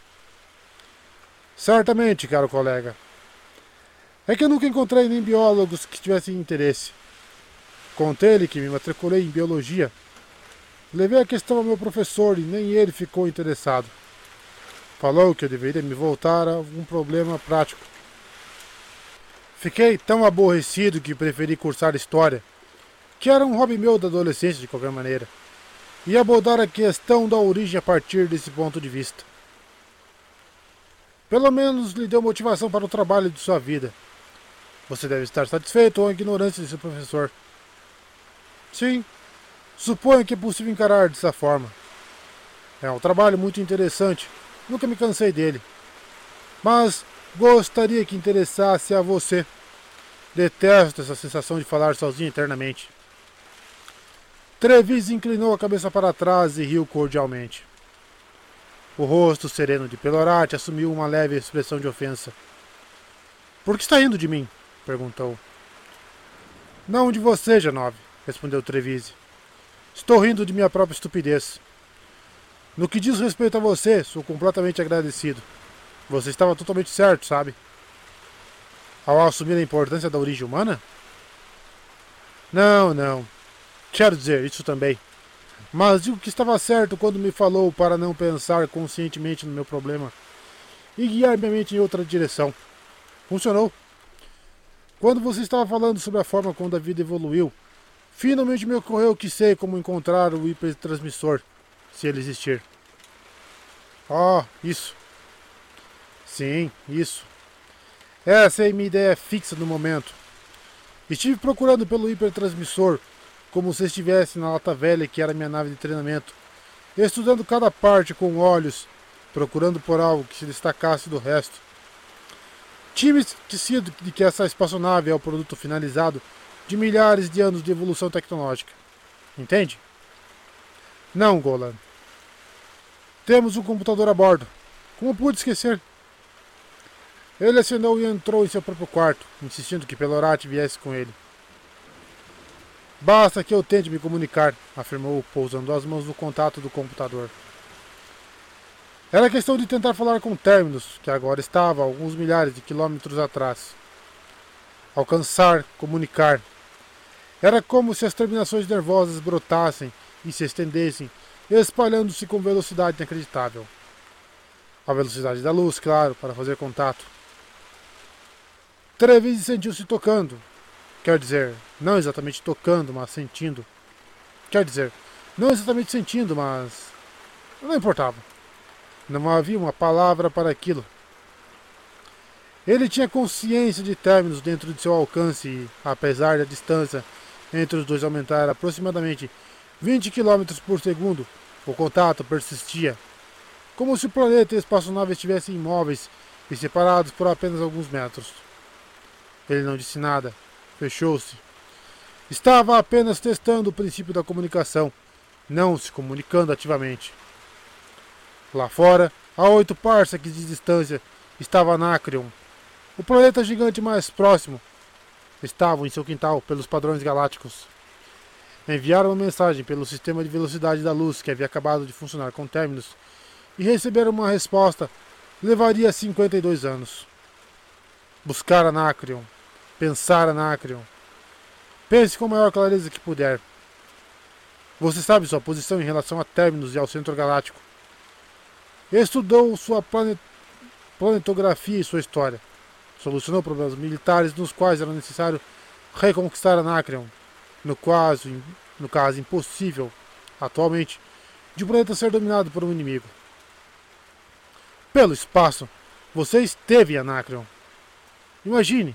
Certamente, caro colega. É que eu nunca encontrei nem biólogos que tivessem interesse. Contei-lhe que me matriculei em biologia. Levei a questão ao meu professor e nem ele ficou interessado. Falou que eu deveria me voltar a algum problema prático. Fiquei tão aborrecido que preferi cursar história, que era um hobby meu da adolescência de qualquer maneira, e abordar a questão da origem a partir desse ponto de vista. Pelo menos lhe deu motivação para o trabalho de sua vida. Você deve estar satisfeito com a ignorância de seu professor. Sim, suponho que é possível encarar dessa forma. É um trabalho muito interessante, nunca me cansei dele. Mas gostaria que interessasse a você. Detesto essa sensação de falar sozinho internamente. Trevis inclinou a cabeça para trás e riu cordialmente. O rosto sereno de Pelorati assumiu uma leve expressão de ofensa. Por que está rindo de mim? Perguntou. Não de você, Janove, respondeu Trevise. Estou rindo de minha própria estupidez. No que diz respeito a você, sou completamente agradecido. Você estava totalmente certo, sabe? Ao assumir a importância da origem humana? Não. Quero dizer, isso também. Mas digo que estava certo quando me falou para não pensar conscientemente no meu problema e guiar minha mente em outra direção. Funcionou. Quando você estava falando sobre a forma como a vida evoluiu, finalmente me ocorreu que sei como encontrar o hipertransmissor, se ele existir. Isso. Sim, isso. Essa é a minha ideia fixa no momento. Estive procurando pelo hipertransmissor, como se estivesse na lata velha que era minha nave de treinamento, estudando cada parte com olhos, procurando por algo que se destacasse do resto. Tinha me esquecido de que essa espaçonave é o produto finalizado de milhares de anos de evolução tecnológica. Entende? Não, Golan. Temos um computador a bordo. Como pude esquecer? Ele acenou e entrou em seu próprio quarto, insistindo que Pelorati viesse com ele. Basta que eu tente me comunicar, afirmou, pousando as mãos no contato do computador. Era questão de tentar falar com Terminus, que agora estava a alguns milhares de quilômetros atrás. Alcançar, comunicar. Era como se as terminações nervosas brotassem e se estendessem, espalhando-se com velocidade inacreditável. A velocidade da luz, claro, para fazer contato. Trevis sentiu-se tocando. Quer dizer, não exatamente tocando, mas sentindo. Quer dizer, não exatamente sentindo, mas... não importava. Não havia uma palavra para aquilo. Ele tinha consciência de Terminus dentro de seu alcance e, apesar da distância entre os dois aumentar aproximadamente 20 km por segundo, o contato persistia, como se o planeta e a espaçonave estivessem imóveis e separados por apenas alguns metros. Ele não disse nada. Fechou-se. Estava apenas testando o princípio da comunicação, não se comunicando ativamente. Lá fora, a 8 parsecs de distância, estava Anacreon, o planeta gigante mais próximo. Estavam em seu quintal pelos padrões galácticos. Enviaram uma mensagem pelo sistema de velocidade da luz que havia acabado de funcionar com Terminus e receberam uma resposta. Levaria 52 anos. Buscar Anacreon. Pensar Anacreon. Pense com a maior clareza que puder. Você sabe sua posição em relação a Terminus e ao Centro Galáctico. Estudou sua planetografia e sua história. Solucionou problemas militares nos quais era necessário reconquistar Anacreon. No caso impossível, atualmente, de o planeta ser dominado por um inimigo. Pelo espaço, você esteve em Anacreon. Imagine.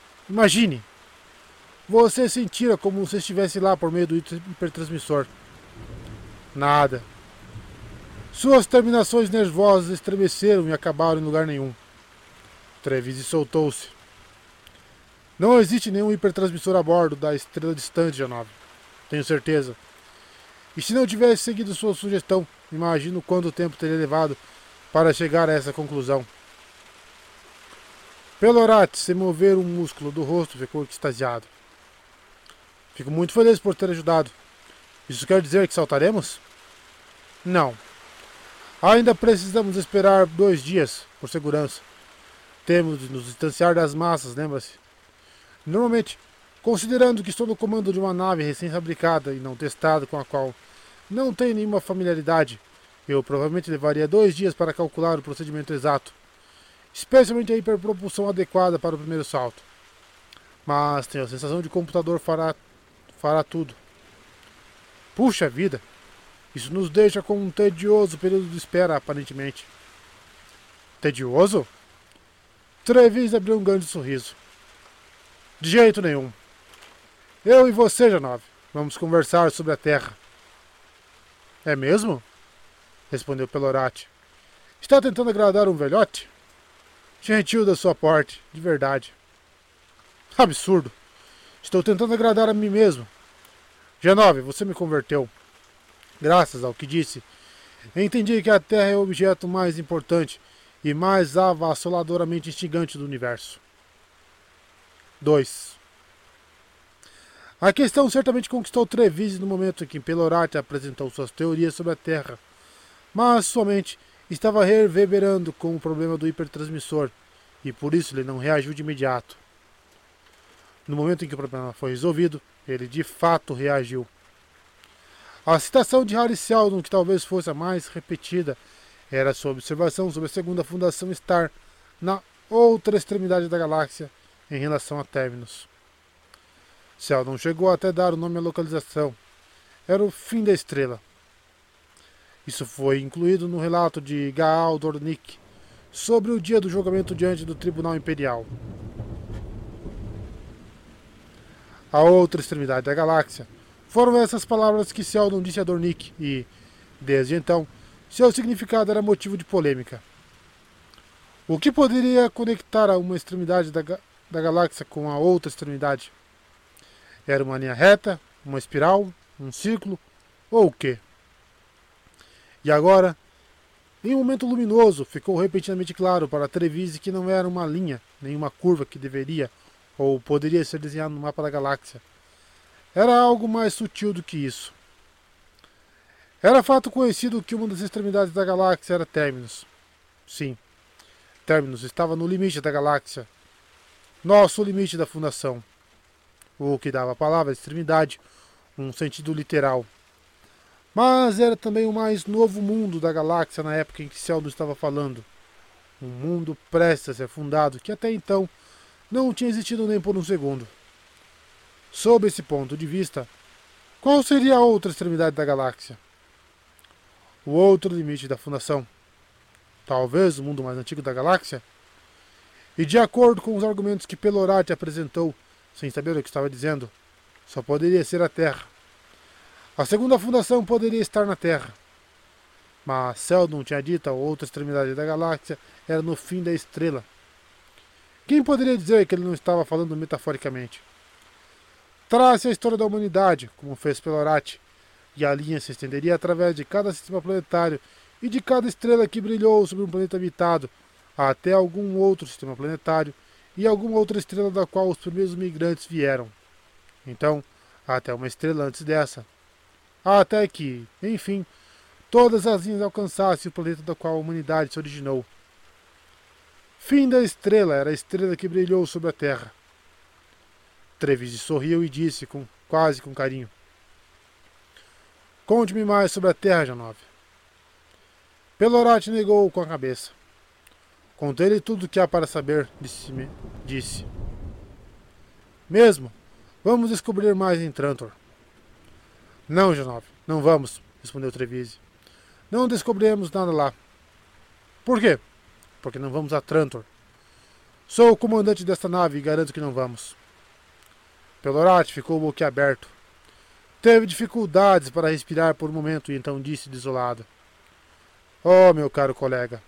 Você sentira como se estivesse lá por meio do hipertransmissor. Nada. Suas terminações nervosas estremeceram e acabaram em lugar nenhum. Trevis soltou-se. Não existe nenhum hipertransmissor a bordo da estrela distante, J9. Tenho certeza. E se não tivesse seguido sua sugestão, imagino quanto tempo teria levado para chegar a essa conclusão. Pelorati, sem mover um músculo do rosto, ficou extasiado. Fico muito feliz por ter ajudado. Isso quer dizer que saltaremos? Não. Ainda precisamos esperar 2 dias, por segurança. Temos de nos distanciar das massas, lembra-se? Normalmente, considerando que estou no comando de uma nave recém-fabricada e não testada, com a qual não tenho nenhuma familiaridade, eu provavelmente levaria 2 dias para calcular o procedimento exato, especialmente a hiperpropulsão adequada para o primeiro salto. Mas tenho a sensação de que o computador fará tudo. Puxa vida! Isso nos deixa com um tedioso período de espera, aparentemente. Tedioso? Trevis abriu um grande sorriso. De jeito nenhum. Eu e você, Janov, vamos conversar sobre a Terra. É mesmo? Respondeu Pelorati. Está tentando agradar um velhote? Gentil da sua parte, de verdade. Absurdo. Estou tentando agradar a mim mesmo. Janov, você me converteu. Graças ao que disse, entendi que a Terra é o objeto mais importante e mais avassaladoramente instigante do universo. 2. A questão certamente conquistou Trevize no momento em que Pelorati apresentou suas teorias sobre a Terra, mas sua mente estava reverberando com o problema do hipertransmissor e por isso ele não reagiu de imediato. No momento em que o problema foi resolvido, ele de fato reagiu. A citação de Harry Seldon, que talvez fosse a mais repetida, era sua observação sobre a segunda fundação estar na outra extremidade da galáxia em relação a Terminus. Seldon chegou até dar o nome à localização. Era o fim da estrela. Isso foi incluído no relato de Gaal Dornick sobre o dia do julgamento diante do Tribunal Imperial. A outra extremidade da galáxia foram essas palavras que Seldon disse a Dornick e, desde então, seu significado era motivo de polêmica. O que poderia conectar a uma extremidade da galáxia com a outra extremidade? Era uma linha reta, uma espiral, um círculo ou o quê? E agora, em um momento luminoso, ficou repentinamente claro para Trevize que não era uma linha, nem uma curva que deveria ou poderia ser desenhado no mapa da galáxia. Era algo mais sutil do que isso. Era fato conhecido que uma das extremidades da galáxia era Terminus. Sim, Terminus estava no limite da galáxia, nosso limite da fundação, o que dava à palavra extremidade um sentido literal. Mas era também o mais novo mundo da galáxia na época em que Seldon estava falando. Um mundo prestes a ser fundado que até então não tinha existido nem por um segundo. Sob esse ponto de vista, qual seria a outra extremidade da galáxia? O outro limite da fundação? Talvez o mundo mais antigo da galáxia? E de acordo com os argumentos que Pelorati apresentou, sem saber o que estava dizendo, só poderia ser a Terra. A segunda fundação poderia estar na Terra. Mas Seldon tinha dito a outra extremidade da galáxia era no fim da estrela. Quem poderia dizer que ele não estava falando metaforicamente? Trace a história da humanidade, como fez Pelorati, e a linha se estenderia através de cada sistema planetário e de cada estrela que brilhou sobre um planeta habitado, até algum outro sistema planetário e alguma outra estrela da qual os primeiros migrantes vieram. Então, até uma estrela antes dessa. Até que, enfim, todas as linhas alcançassem o planeta da qual a humanidade se originou. Fim da estrela era a estrela que brilhou sobre a Terra. Trevize sorriu e disse, quase com carinho: Conte-me mais sobre a Terra, Janov. Pelorati negou com a cabeça. Contei-lhe tudo o que há para saber, disse. Mesmo, vamos descobrir mais em Trantor. Não, Janov, não vamos, respondeu Trevize. Não descobriremos nada lá. Por quê? Porque não vamos a Trantor. Sou o comandante desta nave e garanto que não vamos. Pelorati ficou boquiaberto. Teve dificuldades para respirar por um momento e então disse desolado: Oh, meu caro colega.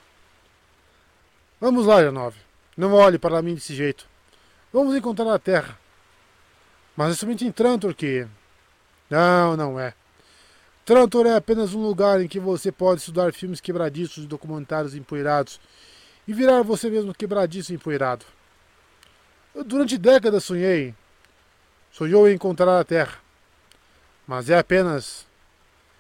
Vamos lá, Janov. Não olhe para mim desse jeito. Vamos encontrar a Terra. Mas é somente em Trantor que... Não, não é. Trantor é apenas um lugar em que você pode estudar filmes quebradiços e documentários empoeirados e virar você mesmo quebradiço e empoeirado. Eu, durante décadas sonhou em encontrar a Terra. Mas é apenas...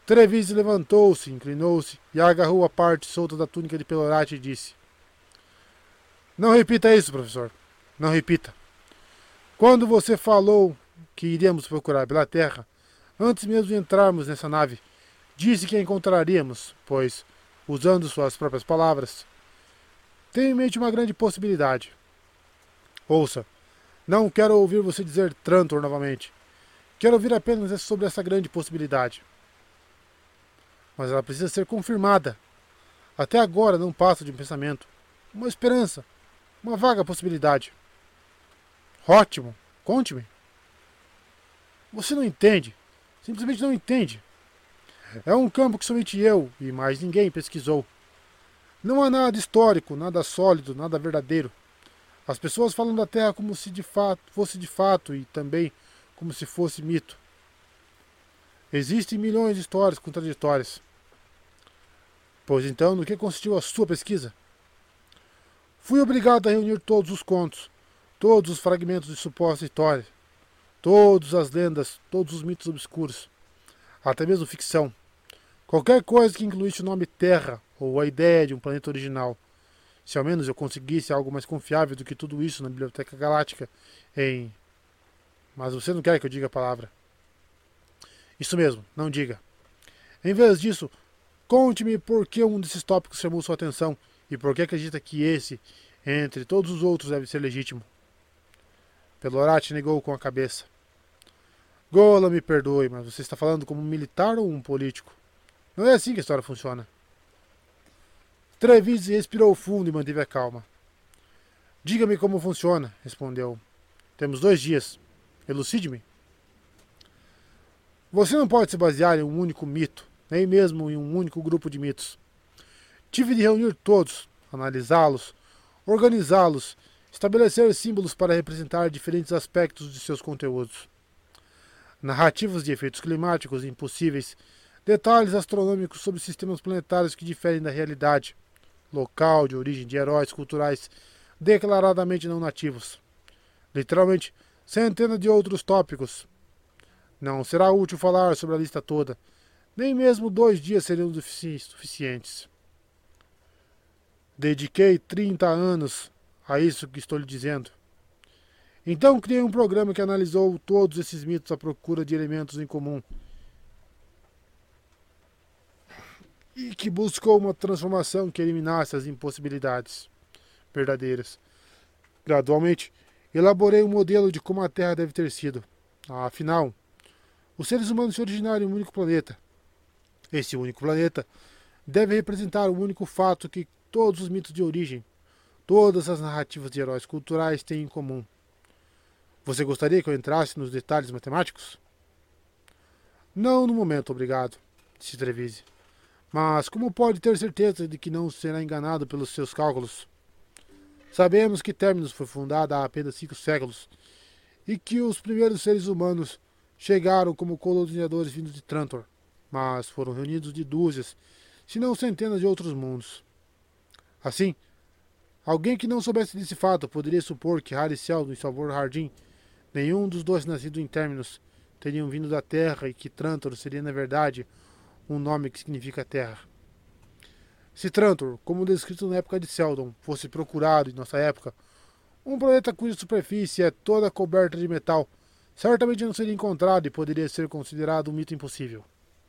Treviso levantou-se, inclinou-se e agarrou a parte solta da túnica de Pelorati e disse: Não repita isso, professor. Não repita. Quando você falou que iríamos procurar pela terra, antes mesmo de entrarmos nessa nave, disse que a encontraríamos, pois, usando suas próprias palavras, tenho em mente uma grande possibilidade. Ouça, não quero ouvir você dizer Trantor novamente. Quero ouvir apenas sobre essa grande possibilidade. Mas ela precisa ser confirmada. Até agora não passa de um pensamento, uma esperança, uma vaga possibilidade. Ótimo, conte-me. Você não entende, simplesmente não entende. É um campo que somente eu e mais ninguém pesquisou. Não há nada histórico, nada sólido, nada verdadeiro. As pessoas falam da Terra como se de fato fosse de fato e também como se fosse mito. Existem milhões de histórias contraditórias. Pois então, no que consistiu a sua pesquisa? Fui obrigado a reunir todos os contos, todos os fragmentos de suposta história, todas as lendas, todos os mitos obscuros, até mesmo ficção. Qualquer coisa que incluísse o nome Terra ou a ideia de um planeta original. Se ao menos eu conseguisse algo mais confiável do que tudo isso na Biblioteca Galáctica em... Mas você não quer que eu diga a palavra. Isso mesmo, não diga. Em vez disso, conte-me por que um desses tópicos chamou sua atenção e por que acredita que esse, entre todos os outros, deve ser legítimo. Pelorati negou com a cabeça. Gola, me perdoe, mas você está falando como um militar ou um político? Não é assim que a história funciona. Treviso respirou fundo e manteve a calma. Diga-me como funciona, respondeu. Temos 2 dias. Elucide-me. Você não pode se basear em um único mito, nem mesmo em um único grupo de mitos. Tive de reunir todos, analisá-los, organizá-los, estabelecer símbolos para representar diferentes aspectos de seus conteúdos. Narrativas de efeitos climáticos impossíveis, detalhes astronômicos sobre sistemas planetários que diferem da realidade, local de origem de heróis culturais declaradamente não nativos. Literalmente, centenas de outros tópicos. Não será útil falar sobre a lista toda. Nem mesmo 2 dias seriam suficientes. Dediquei 30 anos a isso que estou lhe dizendo. Então criei um programa que analisou todos esses mitos à procura de elementos em comum e que buscou uma transformação que eliminasse as impossibilidades verdadeiras. Gradualmente, elaborei um modelo de como a Terra deve ter sido. Afinal, os seres humanos se originaram em um único planeta. Esse único planeta deve representar o único fato que todos os mitos de origem, todas as narrativas de heróis culturais têm em comum. Você gostaria que eu entrasse nos detalhes matemáticos? Não no momento, obrigado, disse Treviso. Mas como pode ter certeza de que não será enganado pelos seus cálculos? Sabemos que Terminus foi fundada há apenas 5 séculos e que os primeiros seres humanos chegaram como colonizadores vindos de Trantor, mas foram reunidos de dúzias, se não centenas de outros mundos. Assim, alguém que não soubesse desse fato poderia supor que Harry Seldon e Salvador Hardin, nenhum dos 2 nascidos em Terminus, teriam vindo da Terra e que Trantor seria, na verdade, um nome que significa Terra. Se Trantor, como descrito na época de Seldon, fosse procurado em nossa época, um planeta cuja superfície é toda coberta de metal, certamente não seria encontrado e poderia ser considerado um mito impossível.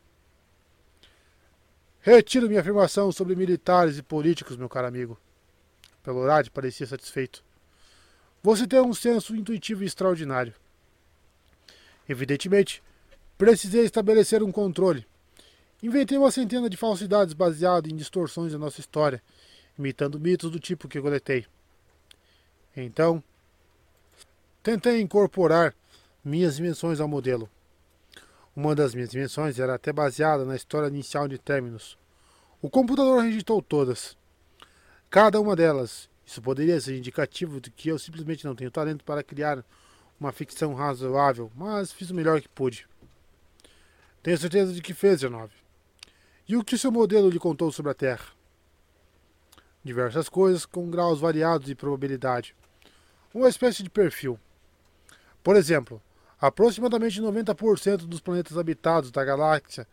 Retiro minha afirmação sobre militares e políticos, meu caro amigo. Pelorati parecia satisfeito. Você tem um senso intuitivo e extraordinário. Evidentemente, precisei estabelecer um controle. Inventei uma centena de falsidades baseadas em distorções da nossa história, imitando mitos do tipo que eu coletei. Então, tentei incorporar minhas invenções ao modelo. Uma das minhas invenções era até baseada na história inicial de Terminus. O computador rejeitou todas. Cada uma delas. Isso poderia ser indicativo de que eu simplesmente não tenho talento para criar uma ficção razoável, mas fiz o melhor que pude. Tenho certeza de que fez, 19. E o que seu modelo lhe contou sobre a Terra? Diversas coisas com graus variados de probabilidade. Uma espécie de perfil. Por exemplo, aproximadamente 90% dos planetas habitados da galáxia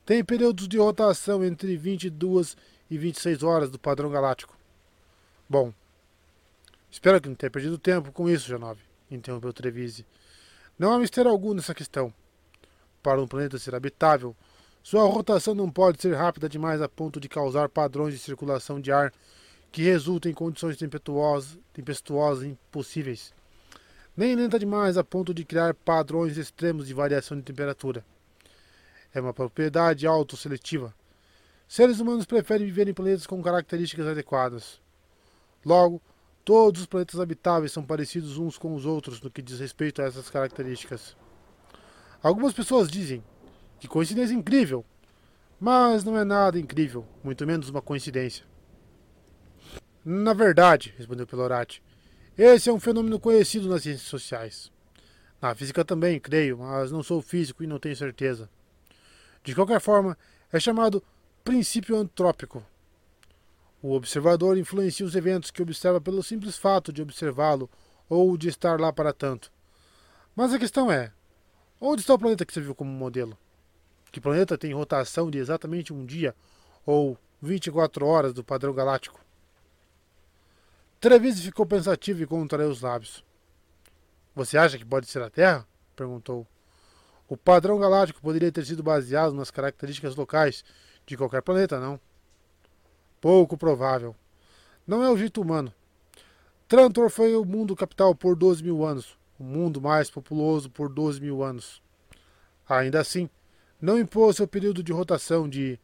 tem períodos de rotação entre 22 e 26 horas do padrão galáctico. Bom, espero que não tenha perdido tempo com isso, Janove, interrompeu Trevise. Não há mistério algum nessa questão. Para um planeta ser habitável, sua rotação não pode ser rápida demais a ponto de causar padrões de circulação de ar que resultem em condições tempestuosas impossíveis, nem lenta demais a ponto de criar padrões extremos de variação de temperatura. É uma propriedade autosseletiva. Seres humanos preferem viver em planetas com características adequadas. Logo, todos os planetas habitáveis são parecidos uns com os outros no que diz respeito a essas características. Algumas pessoas dizem que coincidência incrível, mas não é nada incrível, muito menos uma coincidência. Na verdade, respondeu Pelorati, esse é um fenômeno conhecido nas ciências sociais. Na física também, creio, mas não sou físico e não tenho certeza. De qualquer forma, é chamado princípio antrópico. O observador influencia os eventos que observa pelo simples fato de observá-lo ou de estar lá para tanto. Mas a questão é, onde está o planeta que você viu como modelo? Que planeta tem rotação de exatamente um dia ou 24 horas do padrão galáctico? Trevise ficou pensativo e contraiu os lábios. Você acha que pode ser a Terra? Perguntou. O padrão galáctico poderia ter sido baseado nas características locais de qualquer planeta, não? Pouco provável. Não é o jeito humano. Trantor foi o mundo capital por 12 mil anos, o mundo mais populoso por 12 mil anos. Ainda assim, não impôs seu período de rotação de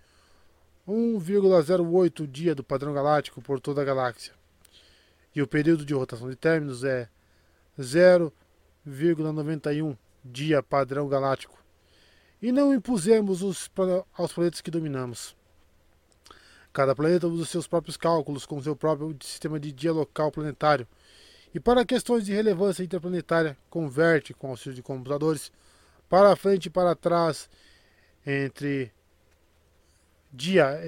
1,08 dia do padrão galáctico por toda a galáxia. E o período de rotação de términos é 0,91 dia padrão galáctico. E não impusemos aos planetas que dominamos. Cada planeta usa seus próprios cálculos com seu próprio sistema de dia local planetário. E para questões de relevância interplanetária, converte, com auxílio de computadores, para frente e para trás entre dia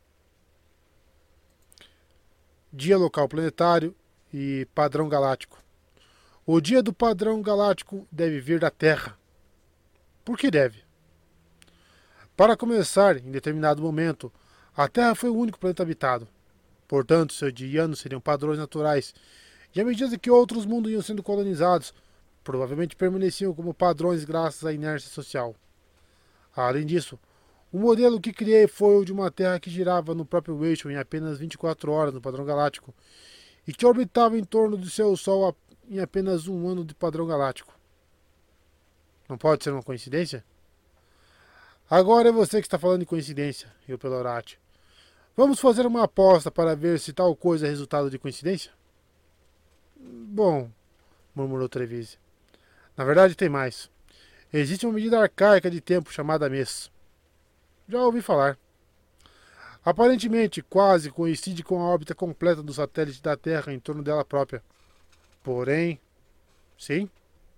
local planetário e padrão galáctico. O dia do padrão galáctico deve vir da Terra. Por que deve? Para começar, em determinado momento, a Terra foi o único planeta habitado. Portanto, seus dianos seriam padrões naturais, e à medida que outros mundos iam sendo colonizados, provavelmente permaneciam como padrões graças à inércia social. Além disso, o modelo que criei foi o de uma Terra que girava no próprio eixo em apenas 24 horas no padrão galáctico e que orbitava em torno do seu Sol em apenas um ano de padrão galáctico. Não pode ser uma coincidência? Agora é você que está falando de coincidência, riu Pelorati. Vamos fazer uma aposta para ver se tal coisa é resultado de coincidência? Bom, murmurou Trevise. Na verdade tem mais. Existe uma medida arcaica de tempo chamada mês. Já ouvi falar. Aparentemente, quase coincide com a órbita completa do satélite da Terra em torno dela própria. Porém, sim.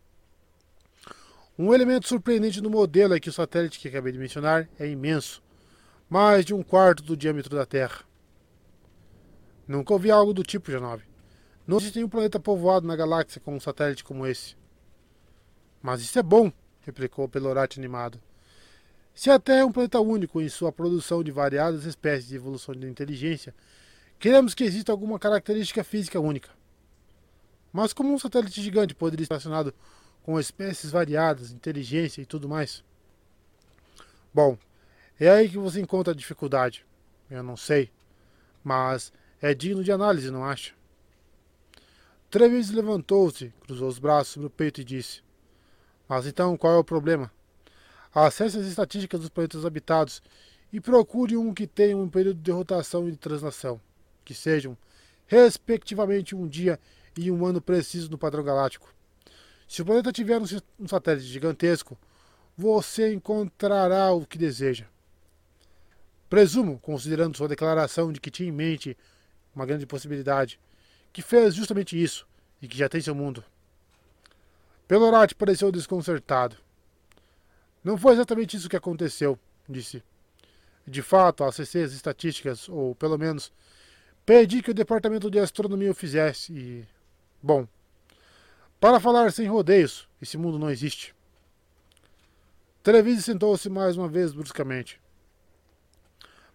Um elemento surpreendente no modelo é que o satélite que acabei de mencionar é imenso, mais de um quarto do diâmetro da Terra. Nunca ouvi algo do tipo, Janove. Não existe nenhum planeta povoado na galáxia com um satélite como esse. Mas isso é bom, replicou Pelorati animado. Se a Terra é um planeta único em sua produção de variadas espécies de evolução de inteligência, queremos que exista alguma característica física única. Mas como um satélite gigante poderia estar relacionado com espécies variadas, inteligência e tudo mais? Bom, é aí que você encontra a dificuldade. Eu não sei, mas é digno de análise, não acha? Trevise levantou-se, cruzou os braços sobre o peito e disse: Mas então, qual é o problema? Acesse as estatísticas dos planetas habitados e procure um que tenha um período de rotação e de translação, que sejam, respectivamente, um dia e um ano preciso no padrão galáctico. Se o planeta tiver um satélite gigantesco, você encontrará o que deseja. Presumo, considerando sua declaração de que tinha em mente uma grande possibilidade, que fez justamente isso e que já tem seu mundo. Pelorati pareceu desconcertado. Não foi exatamente isso que aconteceu, disse. De fato, acessei as estatísticas, ou pelo menos pedi que o departamento de astronomia o fizesse e... Bom, para falar sem rodeios, esse mundo não existe. Trevise sentou-se mais uma vez bruscamente.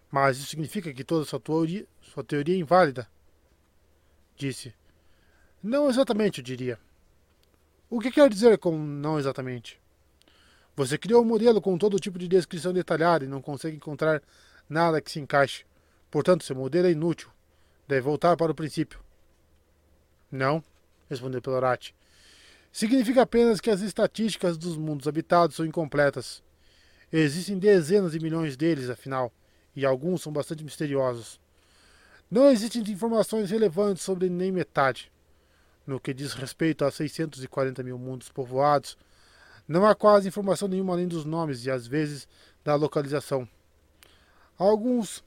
Mas isso significa que toda sua teoria é inválida, disse. Não exatamente, eu diria. O que quer dizer com não exatamente? Você criou um modelo com todo tipo de descrição detalhada e não consegue encontrar nada que se encaixe. Portanto, seu modelo é inútil. Deve voltar para o princípio. Não, respondeu Pelorati. Significa apenas que as estatísticas dos mundos habitados são incompletas. Existem dezenas de milhões deles, afinal, e alguns são bastante misteriosos. Não existem informações relevantes sobre nem metade. No que diz respeito a 640 mil mundos povoados, não há quase informação nenhuma além dos nomes e, às vezes, da localização. Alguns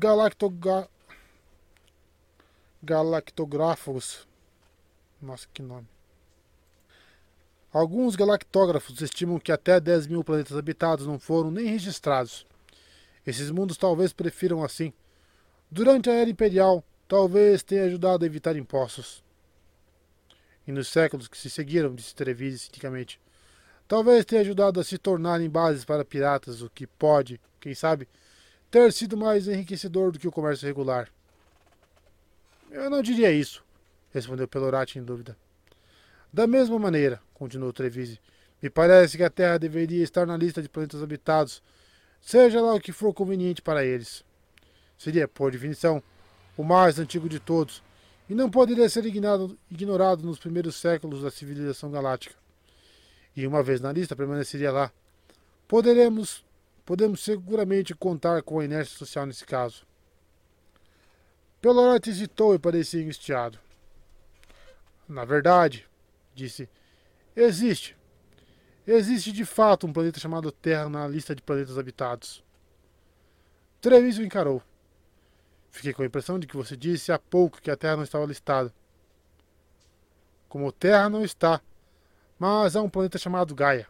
galactógrafos. Nossa, que nome. Alguns galactógrafos estimam que até 10 mil planetas habitados não foram nem registrados. Esses mundos talvez prefiram assim. Durante a Era Imperial, talvez tenha ajudado a evitar impostos. E nos séculos que se seguiram, disse Trevize cinicamente, talvez tenha ajudado a se tornarem bases para piratas, o que pode, quem sabe, ter sido mais enriquecedor do que o comércio regular. Eu não diria isso, respondeu Pelorati em dúvida. Da mesma maneira, continuou Trevize, me parece que a Terra deveria estar na lista de planetas habitados, seja lá o que for conveniente para eles. Seria, por definição, o mais antigo de todos, e não poderia ser ignorado nos primeiros séculos da civilização galáctica. E uma vez na lista, permaneceria lá. Podemos seguramente contar com a inércia social nesse caso. Pelorati hesitou e parecia angustiado. Na verdade, disse, existe de fato um planeta chamado Terra na lista de planetas habitados. Treviso encarou. Fiquei com a impressão de que você disse há pouco que a Terra não estava listada. Como Terra não está, mas há um planeta chamado Gaia.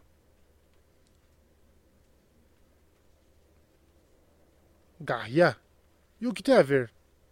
Gaia? E o que tem a ver?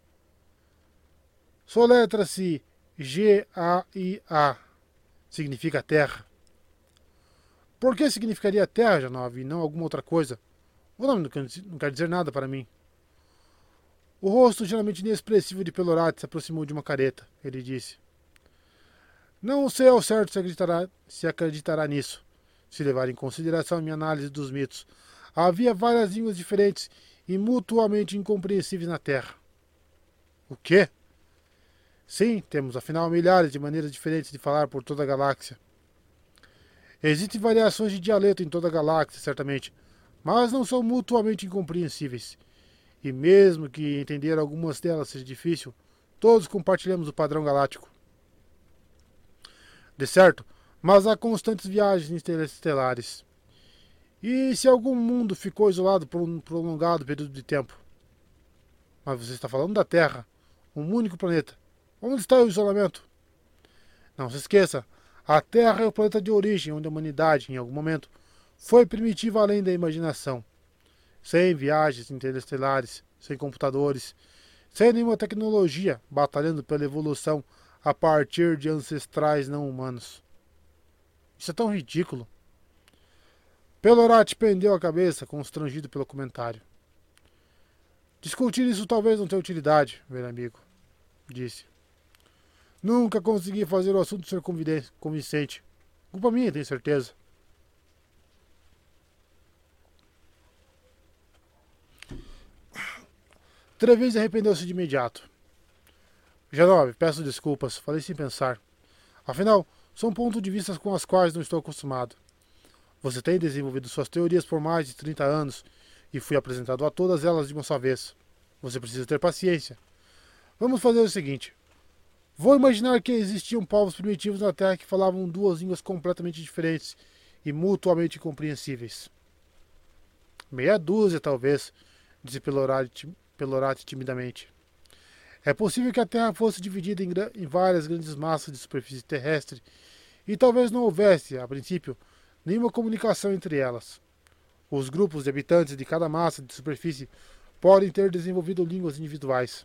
Soletra-se G-A-I-A. Significa Terra. Por que significaria Terra, Janov, e não alguma outra coisa? O nome não quer dizer nada para mim. O rosto geralmente inexpressivo de Pelorati se aproximou de uma careta. Ele disse. Não sei ao certo se acreditará nisso, se levar em consideração a minha análise dos mitos. Havia várias línguas diferentes e mutuamente incompreensíveis na Terra. O quê? Sim, temos afinal milhares de maneiras diferentes de falar por toda a galáxia. Existem variações de dialeto em toda a galáxia, certamente, mas não são mutuamente incompreensíveis. E mesmo que entender algumas delas seja difícil, todos compartilhamos o padrão galáctico. De certo, mas há constantes viagens interestelares. E se algum mundo ficou isolado por um prolongado período de tempo? Mas você está falando da Terra, um único planeta. Onde está o isolamento? Não se esqueça, a Terra é o planeta de origem onde a humanidade, em algum momento, foi primitiva além da imaginação. Sem viagens interestelares, sem computadores, sem nenhuma tecnologia, batalhando pela evolução a partir de ancestrais não humanos. Isso é tão ridículo. Pelorati pendeu a cabeça, constrangido pelo comentário. Discutir isso talvez não tenha utilidade, velho amigo, disse. Nunca consegui fazer o assunto ser convincente. Culpa minha, tenho certeza. Trevize arrependeu-se de imediato. Janov, peço desculpas, falei sem pensar. Afinal, são pontos de vista com os quais não estou acostumado. Você tem desenvolvido suas teorias por mais de 30 anos e fui apresentado a todas elas de uma só vez. Você precisa ter paciência. Vamos fazer o seguinte. Vou imaginar que existiam povos primitivos na Terra que falavam duas línguas completamente diferentes e mutuamente incompreensíveis. Meia dúzia, talvez, disse Pelorati timidamente. É possível que a Terra fosse dividida em várias grandes massas de superfície terrestre e talvez não houvesse, a princípio, nenhuma comunicação entre elas. Os grupos de habitantes de cada massa de superfície podem ter desenvolvido línguas individuais.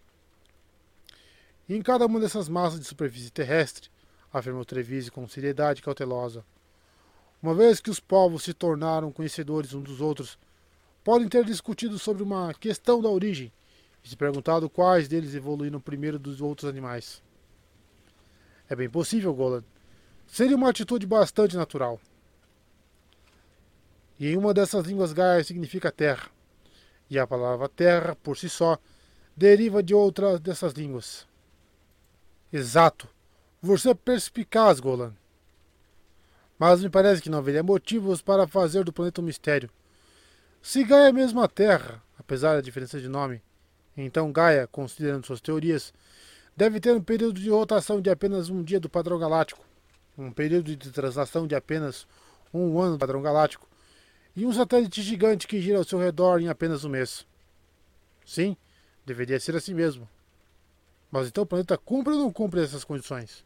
E em cada uma dessas massas de superfície terrestre, afirmou Trevize com seriedade cautelosa, uma vez que os povos se tornaram conhecedores uns dos outros, podem ter discutido sobre uma questão da origem e se perguntado quais deles evoluíram primeiro dos outros animais. É bem possível, Golan. Seria uma atitude bastante natural. E em uma dessas línguas Gaia significa terra. E a palavra terra, por si só, deriva de outra dessas línguas. Exato. Você é perspicaz, Golan. Mas me parece que não haveria motivos para fazer do planeta um mistério. Se Gaia é mesmo a Terra, apesar da diferença de nome, então Gaia, considerando suas teorias, deve ter um período de rotação de apenas um dia do padrão galáctico, um período de translação de apenas um ano do padrão galáctico, e um satélite gigante que gira ao seu redor em apenas um mês. Sim, deveria ser assim mesmo. Mas então o planeta cumpre ou não cumpre essas condições?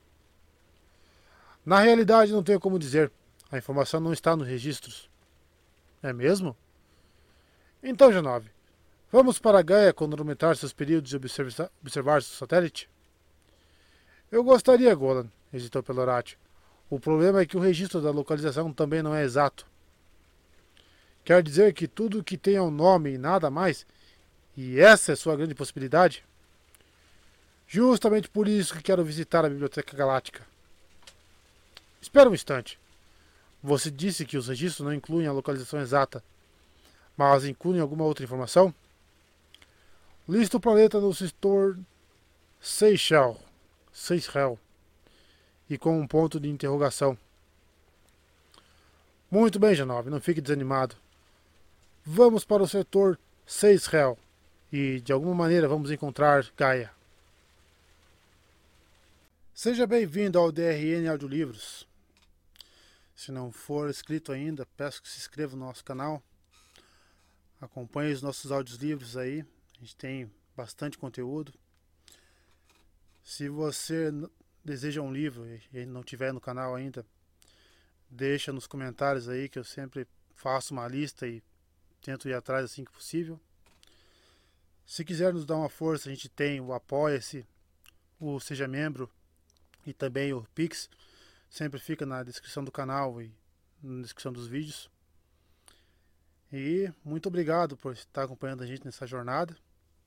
Na realidade, não tenho como dizer. A informação não está nos registros. É mesmo? Então, G9, vamos para Gaia cronometrar seus períodos e observar seu satélite? Eu gostaria, Golan, hesitou Pelorati. O problema é que o registro da localização também não é exato. Quer dizer que tudo que tem é um nome e nada mais? E essa é sua grande possibilidade? Justamente por isso que quero visitar a Biblioteca Galáctica. Espera um instante. Você disse que os registros não incluem a localização exata, mas incluem alguma outra informação? Lista o planeta no setor Seychelles, e com um ponto de interrogação. Muito bem, G9, não fique desanimado. Vamos para o setor Seychelles e, de alguma maneira, vamos encontrar Gaia. Seja bem-vindo ao DRN Audiolivros. Se não for inscrito ainda, peço que se inscreva no nosso canal. Acompanhe os nossos audiolivros aí. A gente tem bastante conteúdo. Se você deseja um livro e não tiver no canal ainda, deixa nos comentários aí que eu sempre faço uma lista e tento ir atrás assim que possível. Se quiser nos dar uma força, a gente tem o Apoia-se, o Seja Membro e também o Pix. Sempre fica na descrição do canal e na descrição dos vídeos. E muito obrigado por estar acompanhando a gente nessa jornada.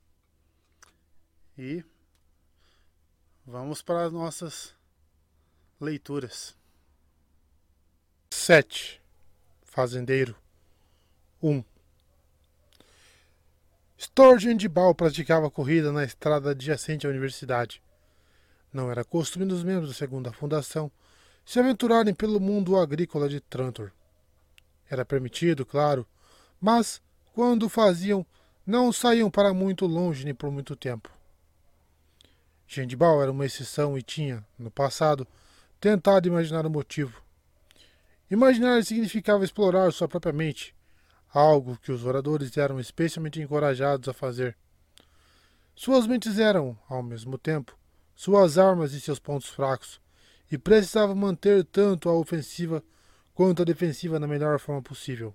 E vamos para as nossas leituras. 7. Fazendeiro 1. Sturgeon de Ball praticava corrida na estrada adjacente à universidade. Não era costume dos membros da segunda fundação se aventurarem pelo mundo agrícola de Trantor. Era permitido, claro, mas, quando o faziam, não saíam para muito longe nem por muito tempo. Gendibal era uma exceção e tinha, no passado, tentado imaginar o motivo. Imaginar significava explorar sua própria mente, algo que os oradores eram especialmente encorajados a fazer. Suas mentes eram, ao mesmo tempo, suas armas e seus pontos fracos, e precisavam manter tanto a ofensiva quanto a defensiva na melhor forma possível.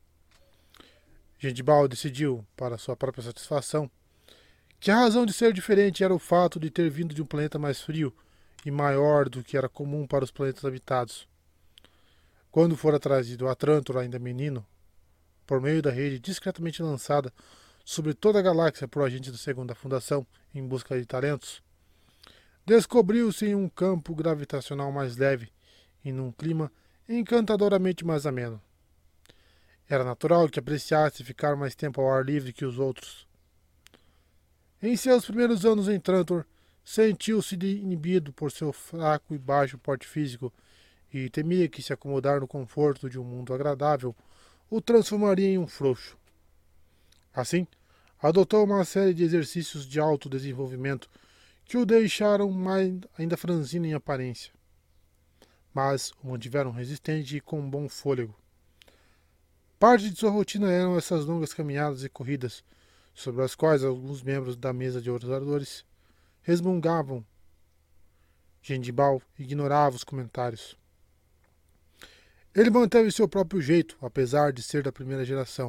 Gendibal decidiu, para sua própria satisfação, que a razão de ser diferente era o fato de ter vindo de um planeta mais frio e maior do que era comum para os planetas habitados. Quando fora trazido a Trantor ainda menino, por meio da rede discretamente lançada sobre toda a galáxia por agentes da segunda fundação em busca de talentos, descobriu-se em um campo gravitacional mais leve e num clima encantadoramente mais ameno. Era natural que apreciasse ficar mais tempo ao ar livre que os outros. Em seus primeiros anos em Trantor, sentiu-se inibido por seu fraco e baixo porte físico e temia que se acomodar no conforto de um mundo agradável o transformaria em um frouxo. Assim, adotou uma série de exercícios de autodesenvolvimento que o deixaram ainda franzino em aparência, mas o mantiveram resistente e com bom fôlego. Parte de sua rotina eram essas longas caminhadas e corridas, sobre as quais alguns membros da mesa de oradores resmungavam. Gendibal ignorava os comentários. Ele manteve seu próprio jeito, apesar de ser da primeira geração.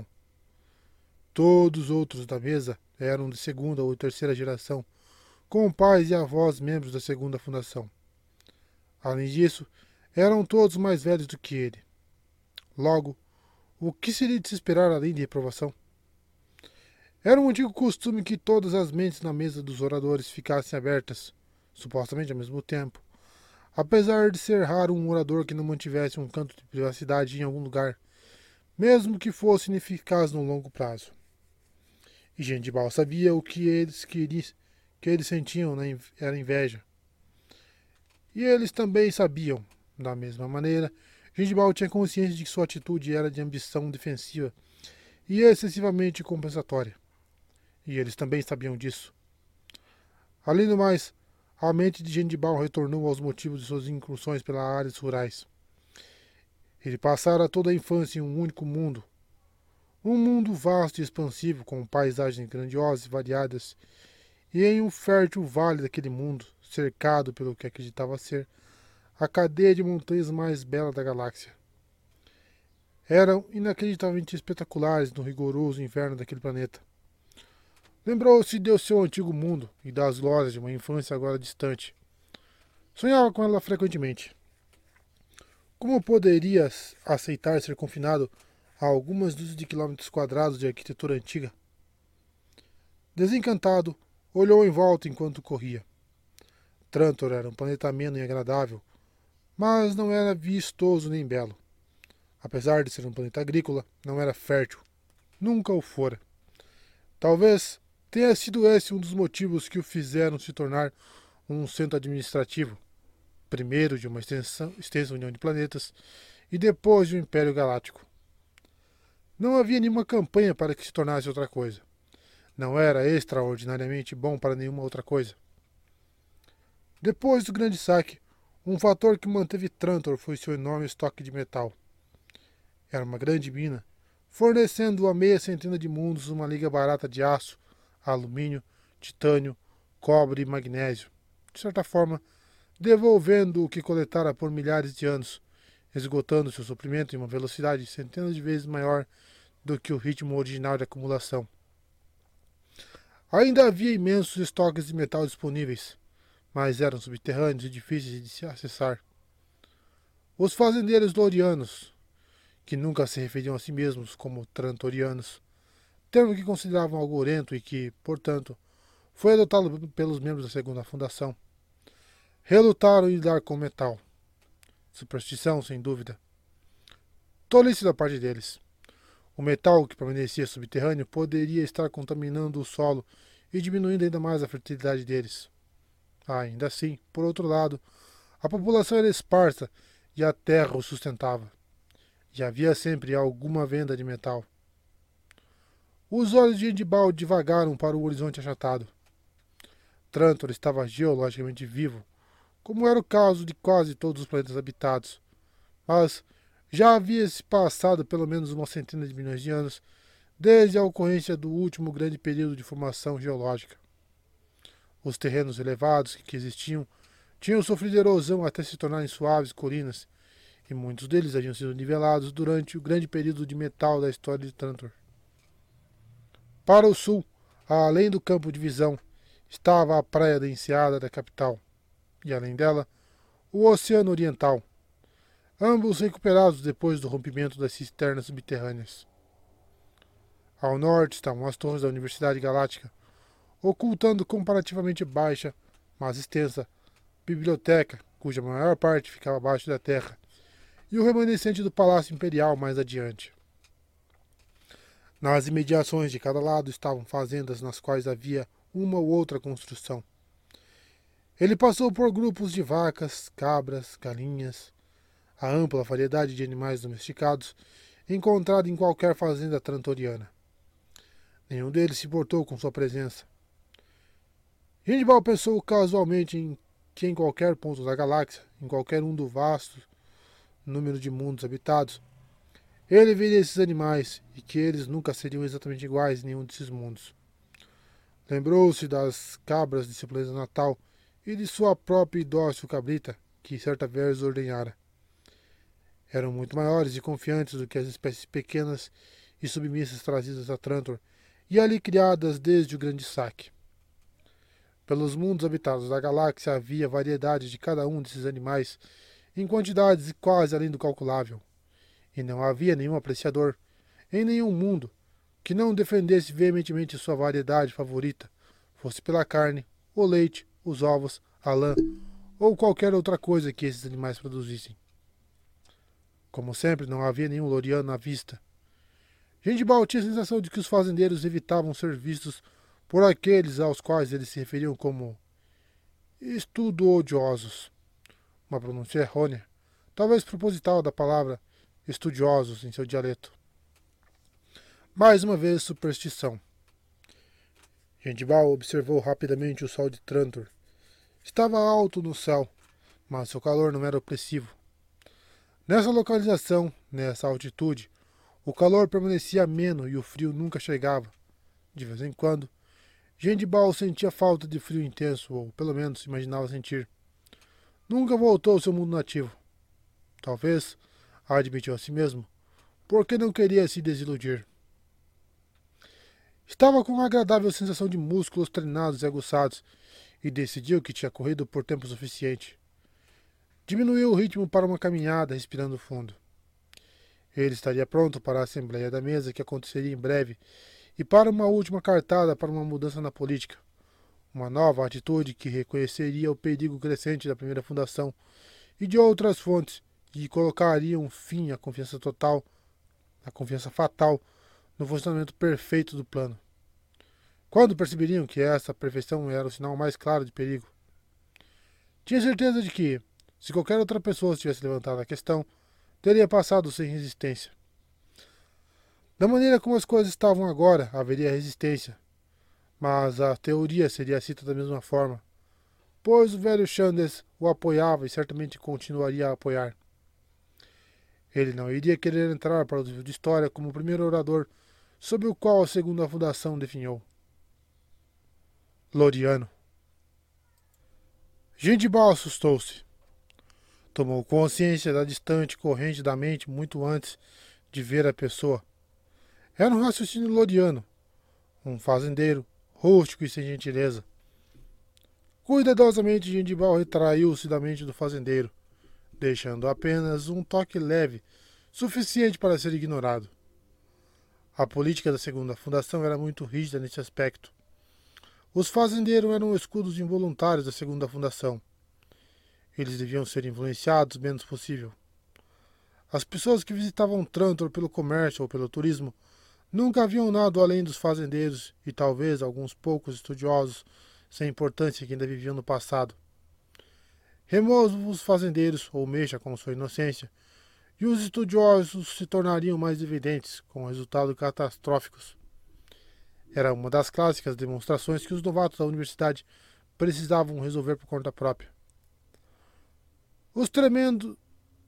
Todos os outros da mesa eram de segunda ou terceira geração, com pais e avós membros da segunda fundação. Além disso, eram todos mais velhos do que ele. Logo, O que seria de se esperar além de reprovação? Era um antigo costume que todas as mentes na mesa dos oradores ficassem abertas, supostamente ao mesmo tempo, apesar de ser raro um orador que não mantivesse um canto de privacidade em algum lugar, mesmo que fosse ineficaz no longo prazo. E Gendibal sabia o que eles sentiam era inveja. E eles também sabiam, da mesma maneira, Gendibal tinha consciência de que sua atitude era de ambição defensiva e excessivamente compensatória. E eles também sabiam disso. Além do mais, a mente de Gendibal retornou aos motivos de suas incursões pelas áreas rurais. Ele passara toda a infância em um único mundo. Um mundo vasto e expansivo, com paisagens grandiosas e variadas, e em um fértil vale daquele mundo, cercado pelo que acreditava ser a cadeia de montanhas mais bela da galáxia. Eram inacreditavelmente espetaculares no rigoroso inverno daquele planeta. Lembrou-se de seu antigo mundo e das glórias de uma infância agora distante. Sonhava com ela frequentemente. Como poderia aceitar ser confinado a algumas dúzias de quilômetros quadrados de arquitetura antiga? Desencantado, olhou em volta enquanto corria. Trantor era um planeta ameno e agradável, mas não era vistoso nem belo. Apesar de ser um planeta agrícola, não era fértil. Nunca o fora. Talvez tenha sido esse um dos motivos que o fizeram se tornar um centro administrativo, primeiro de uma extensa união de planetas e depois de um império galáctico. Não havia nenhuma campanha para que se tornasse outra coisa. Não era extraordinariamente bom para nenhuma outra coisa. Depois do grande saque, um fator que manteve Trantor foi seu enorme estoque de metal. Era uma grande mina, fornecendo a meia centena de mundos uma liga barata de aço, alumínio, titânio, cobre e magnésio. De certa forma, devolvendo o que coletara por milhares de anos, esgotando seu suprimento em uma velocidade centenas de vezes maior do que o ritmo original de acumulação. Ainda havia imensos estoques de metal disponíveis, mas eram subterrâneos e difíceis de se acessar. Os fazendeiros lorianos, que nunca se referiam a si mesmos como trantorianos, termo que consideravam algo orento e que, portanto, foi adotado pelos membros da segunda fundação, relutaram em lidar com metal. Superstição, sem dúvida. Tolice da parte deles. O metal que permanecia subterrâneo poderia estar contaminando o solo e diminuindo ainda mais a fertilidade deles. Ainda assim, por outro lado, a população era esparsa e a terra o sustentava. E havia sempre alguma venda de metal. Os olhos de Endibal divagaram para o horizonte achatado. Trantor estava geologicamente vivo, como era o caso de quase todos os planetas habitados, mas já havia se passado pelo menos uma centena de milhões de anos desde a ocorrência do último grande período de formação geológica. Os terrenos elevados que existiam tinham sofrido erosão até se tornarem suaves colinas, e muitos deles haviam sido nivelados durante o grande período de metal da história de Trantor. Para o sul, além do campo de visão, estava a praia da enseada da capital, e além dela, o Oceano Oriental, ambos recuperados depois do rompimento das cisternas subterrâneas. Ao norte estavam as torres da Universidade Galáctica, ocultando comparativamente baixa, mas extensa, biblioteca, cuja maior parte ficava abaixo da terra, e o remanescente do Palácio Imperial mais adiante. Nas imediações de cada lado estavam fazendas nas quais havia uma ou outra construção. Ele passou por grupos de vacas, cabras, galinhas, a ampla variedade de animais domesticados encontrada em qualquer fazenda trantoriana. Nenhum deles se importou com sua presença. Gendibal pensou casualmente em que em qualquer ponto da galáxia, em qualquer um do vasto número de mundos habitados, ele veria esses animais e que eles nunca seriam exatamente iguais em nenhum desses mundos. Lembrou-se das cabras de seu planeta natal e de sua própria e dócil cabrita, que certa vez ordenhara. Eram muito maiores e confiantes do que as espécies pequenas e submissas trazidas a Trantor e ali criadas desde o grande saque. Pelos mundos habitados da galáxia havia variedade de cada um desses animais em quantidades quase além do calculável, e não havia nenhum apreciador em nenhum mundo que não defendesse veementemente sua variedade favorita, fosse pela carne, o leite, os ovos, a lã ou qualquer outra coisa que esses animais produzissem. Como sempre, não havia nenhum loriano à vista. Gendibal tinha a sensação de que os fazendeiros evitavam ser vistos por aqueles aos quais eles se referiam como estudiosos, uma pronúncia errônea, talvez proposital da palavra estudiosos em seu dialeto. Mais uma vez, superstição. Gendibal observou rapidamente o sol de Trantor. Estava alto no céu, mas seu calor não era opressivo. Nessa localização, nessa altitude, o calor permanecia ameno e o frio nunca chegava. De vez em quando, Gendibal sentia falta de frio intenso, ou pelo menos imaginava sentir. Nunca voltou ao seu mundo nativo. Talvez, admitiu a si mesmo, porque não queria se desiludir. Estava com uma agradável sensação de músculos treinados e aguçados, e decidiu que tinha corrido por tempo suficiente. Diminuiu o ritmo para uma caminhada, respirando fundo. Ele estaria pronto para a assembleia da mesa que aconteceria em breve e para uma última cartada para uma mudança na política. Uma nova atitude que reconheceria o perigo crescente da primeira fundação e de outras fontes e colocaria um fim à confiança total, à confiança fatal no funcionamento perfeito do plano. Quando perceberiam que essa perfeição era o sinal mais claro de perigo? Tinha certeza de que, se qualquer outra pessoa tivesse levantado a questão, teria passado sem resistência. Da maneira como as coisas estavam agora, haveria resistência, mas a teoria seria aceita da mesma forma, pois o velho Chandes o apoiava e certamente continuaria a apoiar. Ele não iria querer entrar para o livro de história como o primeiro orador sob o qual a segunda fundação definhou. Loriano. Gendibal assustou-se. Tomou consciência da distante corrente da mente muito antes de ver a pessoa. Era um raciocínio loriano, um fazendeiro, rústico e sem gentileza. Cuidadosamente, Gendibal retraiu-se da mente do fazendeiro, deixando apenas um toque leve, suficiente para ser ignorado. A política da segunda fundação era muito rígida nesse aspecto. Os fazendeiros eram escudos involuntários da segunda fundação. Eles deviam ser influenciados o menos possível. As pessoas que visitavam Trantor pelo comércio ou pelo turismo nunca haviam nada além dos fazendeiros e talvez alguns poucos estudiosos sem importância que ainda viviam no passado. Remova os fazendeiros, ou mexa com sua inocência, e os estudiosos se tornariam mais evidentes, com resultados catastróficos. Era uma das clássicas demonstrações que os novatos da universidade precisavam resolver por conta própria. Os tremendos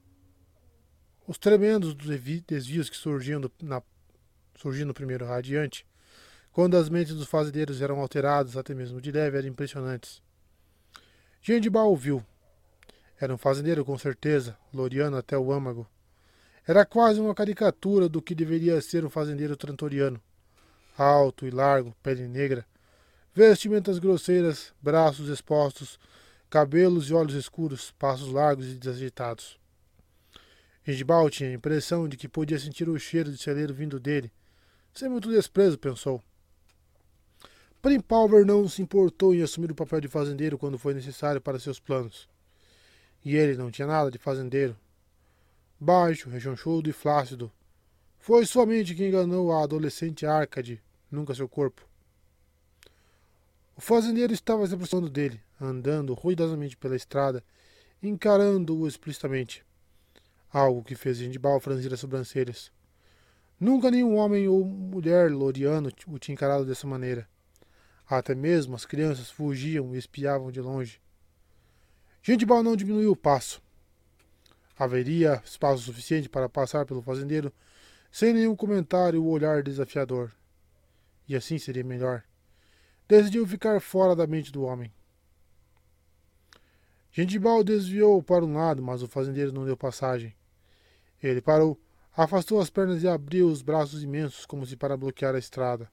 desvios que surgiam no primeiro radiante, quando as mentes dos fazendeiros eram alteradas até mesmo de leve, eram impressionantes. Gendibal ouviu. Era um fazendeiro com certeza, loriano até o âmago. Era quase uma caricatura do que deveria ser um fazendeiro trantoriano. Alto e largo, pele negra, vestimentas grosseiras, braços expostos, cabelos e olhos escuros, passos largos e desajeitados. Gendibal tinha a impressão de que podia sentir o cheiro de celeiro vindo dele. Sem muito desprezo, pensou. Primpalver não se importou em assumir o papel de fazendeiro quando foi necessário para seus planos. E ele não tinha nada de fazendeiro. Baixo, rechonchudo e flácido. Foi sua mente que enganou a adolescente Arcade, nunca seu corpo. O fazendeiro estava se aproximando dele, andando ruidosamente pela estrada, encarando-o explicitamente. Algo que fez Gendibal franzir as sobrancelhas. Nunca nenhum homem ou mulher loriano o tinha encarado dessa maneira. Até mesmo as crianças fugiam e espiavam de longe. Gendibal não diminuiu o passo. Haveria espaço suficiente para passar pelo fazendeiro sem nenhum comentário ou olhar desafiador. E assim seria melhor. Decidiu ficar fora da mente do homem. Gendibal desviou para um lado, mas o fazendeiro não deu passagem. Ele parou, afastou as pernas e abriu os braços imensos como se para bloquear a estrada.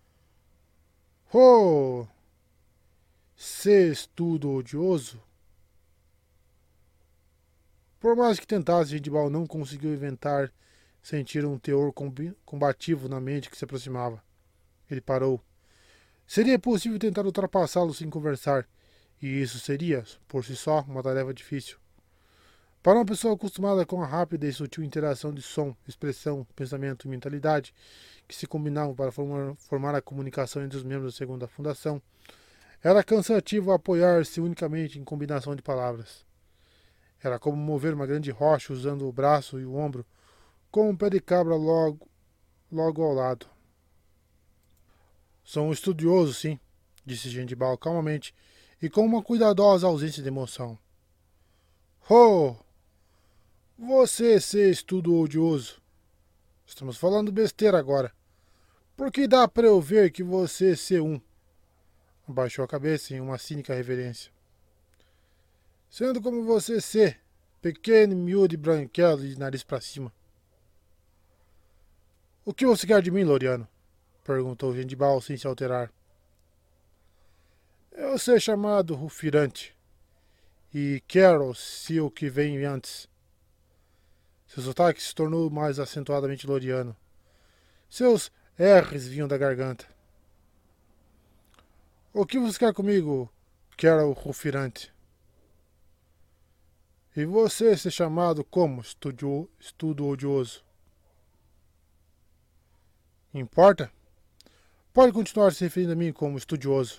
Oh! Se estudo odioso! Por mais que tentasse, Gendibal não conseguiu inventar sentiram um teor combativo na mente que se aproximava. Ele parou. Seria possível tentar ultrapassá-lo sem conversar, e isso seria, por si só, uma tarefa difícil. Para uma pessoa acostumada com a rápida e sutil interação de som, expressão, pensamento e mentalidade, que se combinavam para formar a comunicação entre os membros da segunda fundação, era cansativo apoiar-se unicamente em combinação de palavras. Era como mover uma grande rocha usando o braço e o ombro, com um pé de cabra logo ao lado. Sou um estudioso, sim, disse Gendibal calmamente e com uma cuidadosa ausência de emoção. Oh! Você ser estudioso. Estamos falando besteira agora. Porque dá para eu ver que você ser um. Abaixou a cabeça em uma cínica reverência. Sendo como você ser, pequeno, miúdo e branquelo e de nariz para cima. O que você quer de mim, Loriano? Perguntou Gendibal sem se alterar. Eu ser chamado Rufirante. E quero se o que vem antes. Seu sotaque se tornou mais acentuadamente loriano. Seus R's vinham da garganta. O que você quer comigo, quero Rufirante? E você ser chamado como estudioso? Importa? Pode continuar se referindo a mim como estudioso.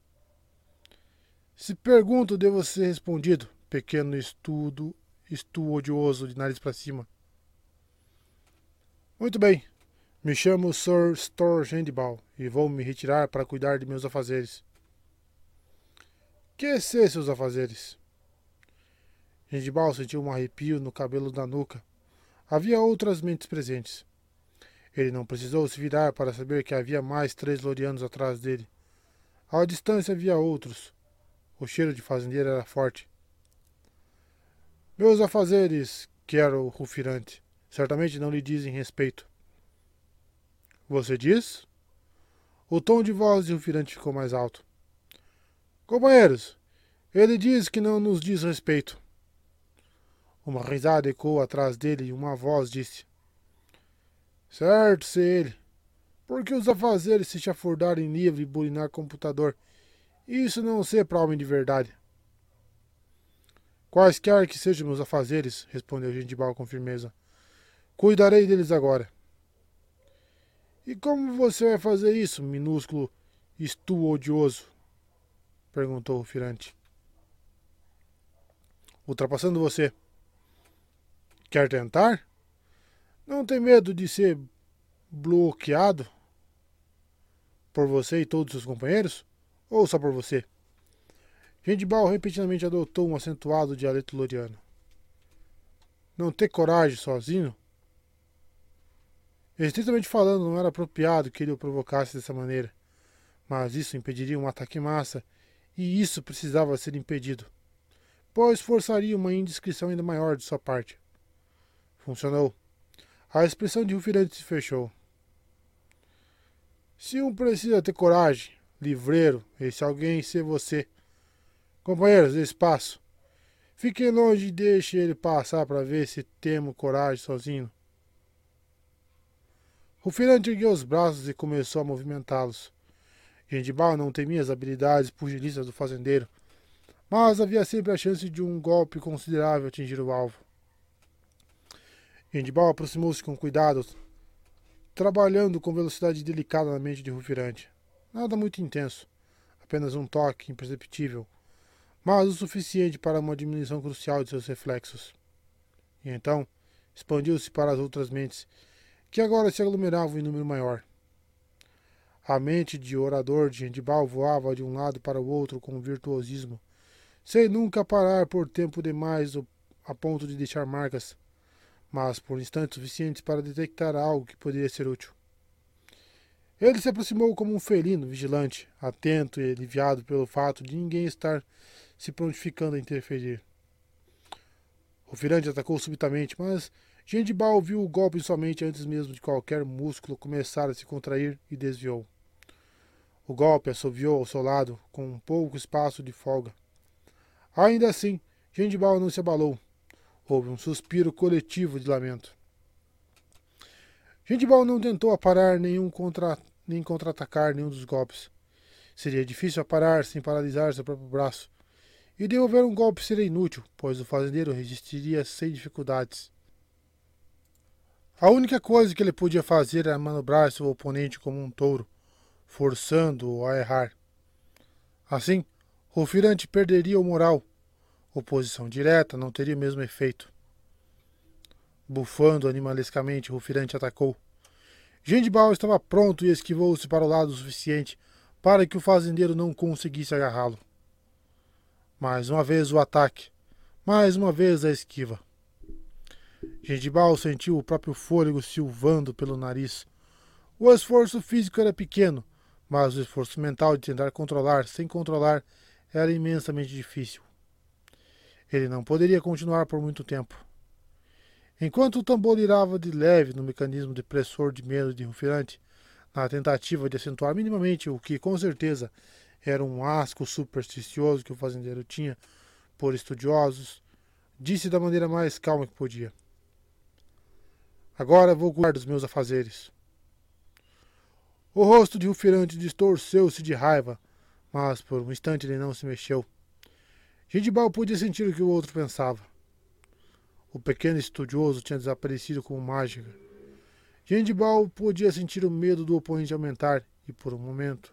Se pergunto, devo ser respondido, pequeno estudioso de nariz para cima. Muito bem. Me chamo Sir Stor Gendibal e vou me retirar para cuidar de meus afazeres. Que ser seus afazeres? Gendibal sentiu um arrepio no cabelo da nuca. Havia outras mentes presentes. Ele não precisou se virar para saber que havia mais 3 lorianos atrás dele. À distância havia outros. O cheiro de fazendeiro era forte. Meus afazeres, quero Rufirante, certamente não lhe dizem respeito. Você diz? O tom de voz de Rufirante ficou mais alto. Companheiros, ele diz que não nos diz respeito. Uma risada ecoou atrás dele e uma voz disse. Certo, se ele. Por que os afazeres se chafurdarem livre e burinar computador? Isso não ser para homem de verdade. Quaisquer que sejam meus afazeres, respondeu Gendibal com firmeza. Cuidarei deles agora. E como você vai fazer isso, minúsculo odioso? Perguntou o Firante. Ultrapassando você. Quer tentar? Não tem medo de ser bloqueado por você e todos os seus companheiros? Ou só por você? Gendibal repentinamente adotou um acentuado dialeto loriano. Não ter coragem sozinho? Estritamente falando, não era apropriado que ele o provocasse dessa maneira, mas isso impediria um ataque em massa, e isso precisava ser impedido, pois forçaria uma indiscrição ainda maior de sua parte. Funcionou. A expressão de Rufirante se fechou. Se um precisa ter coragem, livreiro, esse alguém ser você. Companheiros, espaço. Fiquem longe e deixe ele passar para ver se temo coragem sozinho. Rufirante ergueu os braços e começou a movimentá-los. Gendibal não temia as habilidades pugilistas do fazendeiro, mas havia sempre a chance de um golpe considerável atingir o alvo. Gendibal aproximou-se com cuidado, trabalhando com velocidade delicada na mente de Rufirante. Nada muito intenso, apenas um toque imperceptível, mas o suficiente para uma diminuição crucial de seus reflexos. E então, expandiu-se para as outras mentes, que agora se aglomeravam em número maior. A mente de orador de Gendibal voava de um lado para o outro com virtuosismo, sem nunca parar por tempo demais a ponto de deixar marcas, mas por instantes suficientes para detectar algo que poderia ser útil. Ele se aproximou como um felino vigilante, atento e aliviado pelo fato de ninguém estar se prontificando a interferir. O Firante atacou subitamente, mas Gendibal viu o golpe somente antes mesmo de qualquer músculo começar a se contrair e desviou. O golpe assoviou ao seu lado, com um pouco espaço de folga. Ainda assim, Gendibal não se abalou. Houve um suspiro coletivo de lamento. Gendival não tentou aparar nem contra-atacar nenhum dos golpes. Seria difícil aparar sem paralisar seu próprio braço. E devolver um golpe seria inútil, pois o fazendeiro resistiria sem dificuldades. A única coisa que ele podia fazer era manobrar seu oponente como um touro, forçando-o a errar. Assim, o Rufirante perderia o moral. Oposição direta não teria o mesmo efeito. Bufando animalescamente, Rufirante atacou. Gendival estava pronto e esquivou-se para o lado o suficiente para que o fazendeiro não conseguisse agarrá-lo. Mais uma vez o ataque. Mais uma vez a esquiva. Gendival sentiu o próprio fôlego silvando pelo nariz. O esforço físico era pequeno, mas o esforço mental de tentar controlar sem controlar era imensamente difícil. Ele não poderia continuar por muito tempo. Enquanto o tambor irava de leve no mecanismo depressor de medo de Rufirante, na tentativa de acentuar minimamente o que, com certeza, era um asco supersticioso que o fazendeiro tinha por estudiosos, disse da maneira mais calma que podia: Agora vou cuidar dos meus afazeres. O rosto de Rufirante distorceu-se de raiva, mas por um instante ele não se mexeu. Gendival podia sentir o que o outro pensava. O pequeno estudioso tinha desaparecido como mágica. Gendival podia sentir o medo do oponente aumentar, e por um momento.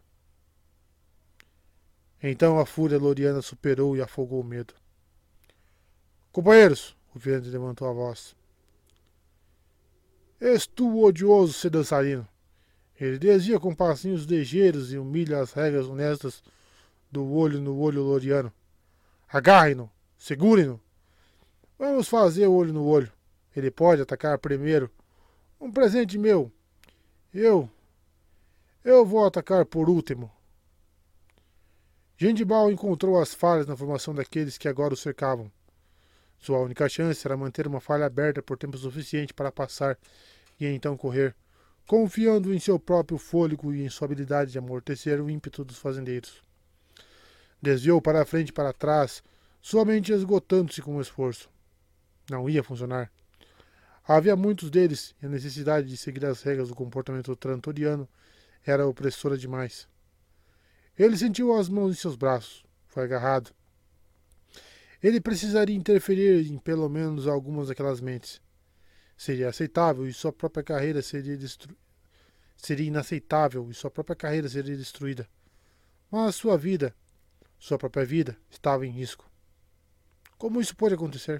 Então a fúria loriana superou e afogou o medo. Companheiros, o Rufirante levantou a voz. És tu o odioso ser dançarino. Ele desvia com passinhos ligeiros e humilha as regras honestas do olho no olho loriano. Agarrem-no! Segurem-no! Vamos fazer olho no olho. Ele pode atacar primeiro. Um presente meu. Eu vou atacar por último. Gendival encontrou as falhas na formação daqueles que agora o cercavam. Sua única chance era manter uma falha aberta por tempo suficiente para passar e então correr, confiando em seu próprio fôlego e em sua habilidade de amortecer o ímpeto dos fazendeiros. Desviou para a frente e para trás, sua mente esgotando-se com o esforço. Não ia funcionar. Havia muitos deles e a necessidade de seguir as regras do comportamento trantoriano era opressora demais. Ele sentiu as mãos em seus braços. Foi agarrado. Ele precisaria interferir em pelo menos algumas daquelas mentes. Seria aceitável e sua própria carreira seria inaceitável e sua própria carreira seria destruída. Mas sua própria vida, estava em risco. Como isso pode acontecer?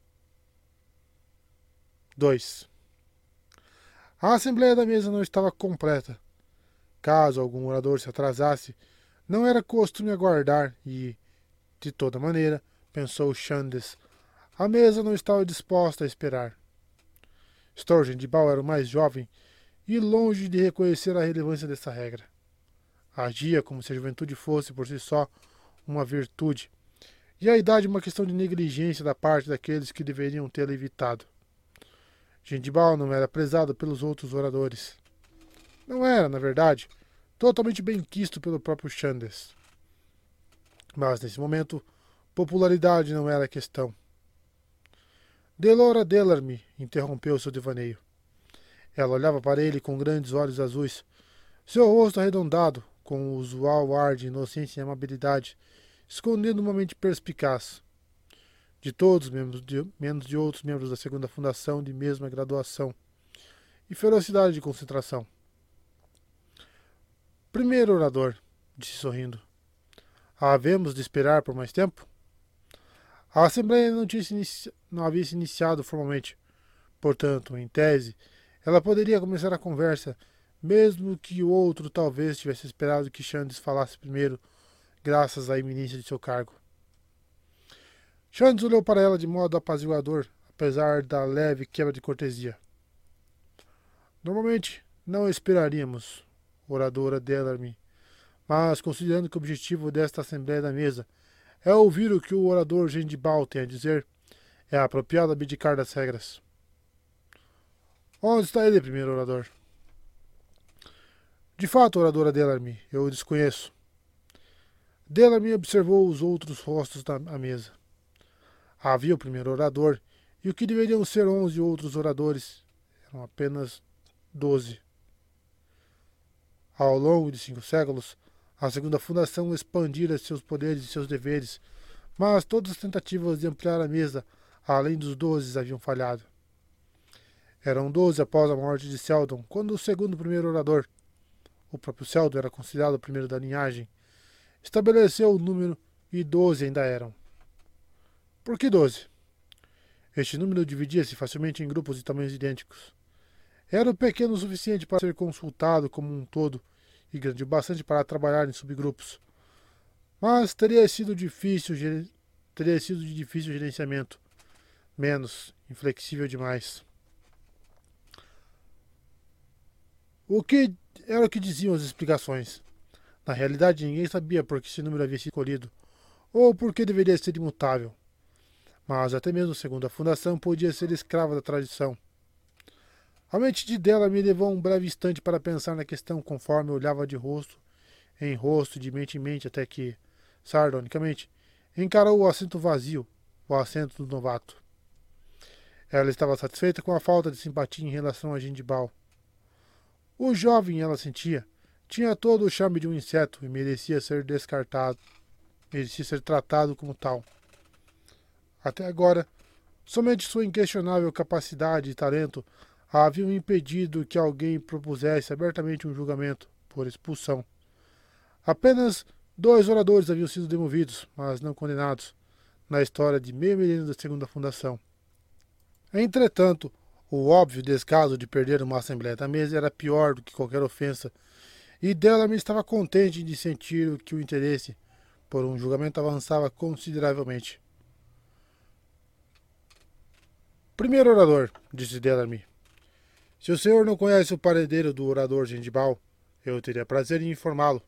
2. A assembleia da mesa não estava completa. Caso algum orador se atrasasse, não era costume aguardar e, de toda maneira, pensou Xandes, a mesa não estava disposta a esperar. Gendival era o mais jovem e longe de reconhecer a relevância dessa regra. Agia como se a juventude fosse, por si só, uma virtude, e a idade uma questão de negligência da parte daqueles que deveriam tê-la evitado. Gendival não era prezado pelos outros oradores. Não era, na verdade, totalmente benquisto pelo próprio Xandes. Mas, nesse momento, popularidade não era a questão. Delora Delorme interrompeu seu devaneio. Ela olhava para ele com grandes olhos azuis. Seu rosto arredondado, com o usual ar de inocência e amabilidade, escondendo uma mente perspicaz. De todos, menos de outros membros da segunda fundação de mesma graduação. E ferocidade de concentração. Primeiro orador, disse sorrindo. Havemos de esperar por mais tempo? A Assembleia não havia se iniciado formalmente. Portanto, em tese, ela poderia começar a conversa, mesmo que o outro talvez tivesse esperado que Xandes falasse primeiro, graças à iminência de seu cargo. Xandes olhou para ela de modo apaziguador, apesar da leve quebra de cortesia. Normalmente, não esperaríamos, oradora Delorme, mas considerando que o objetivo desta Assembleia da Mesa é ouvir o que o orador Gendival tem a dizer, é apropriado abdicar das regras. Onde está ele, primeiro orador? De fato, oradora Delorme, eu o desconheço. Delorme observou os outros rostos à mesa. Havia o primeiro orador e o que deveriam ser 11 outros oradores eram apenas 12. Ao longo de 5 séculos, a segunda fundação expandira seus poderes e seus deveres, mas todas as tentativas de ampliar a mesa, além dos 12, haviam falhado. Eram 12 após a morte de Seldon, quando o segundo primeiro orador, o próprio Seldon era considerado o primeiro da linhagem, estabeleceu o número e 12 ainda eram. Por que 12? Este número dividia-se facilmente em grupos de tamanhos idênticos. Era pequeno o suficiente para ser consultado como um todo e grande o bastante para trabalhar em subgrupos. Mas teria sido de difícil gerenciamento, menos inflexível demais. O que era o que diziam as explicações? Na realidade, ninguém sabia por que esse número havia sido escolhido, ou por que deveria ser imutável. Mas até mesmo segundo a fundação podia ser escrava da tradição. A mente de Della me levou um breve instante para pensar na questão conforme olhava de rosto em rosto, de mente em mente, até que, sardonicamente, encarou o assento vazio, o assento do novato. Ela estava satisfeita com a falta de simpatia em relação a Gindibal. O jovem, ela sentia, tinha todo o charme de um inseto e merecia ser tratado como tal. Até agora, somente sua inquestionável capacidade e talento haviam impedido que alguém propusesse abertamente um julgamento por expulsão. Apenas 2 oradores haviam sido demovidos, mas não condenados, na história de meio milênio da segunda fundação. Entretanto, o óbvio descaso de perder uma assembleia da mesa era pior do que qualquer ofensa, e Della me estava contente de sentir que o interesse por um julgamento avançava consideravelmente. Primeiro orador, disse Delamy. Se o senhor não conhece o paradeiro do orador Gindibal, eu teria prazer em informá-lo.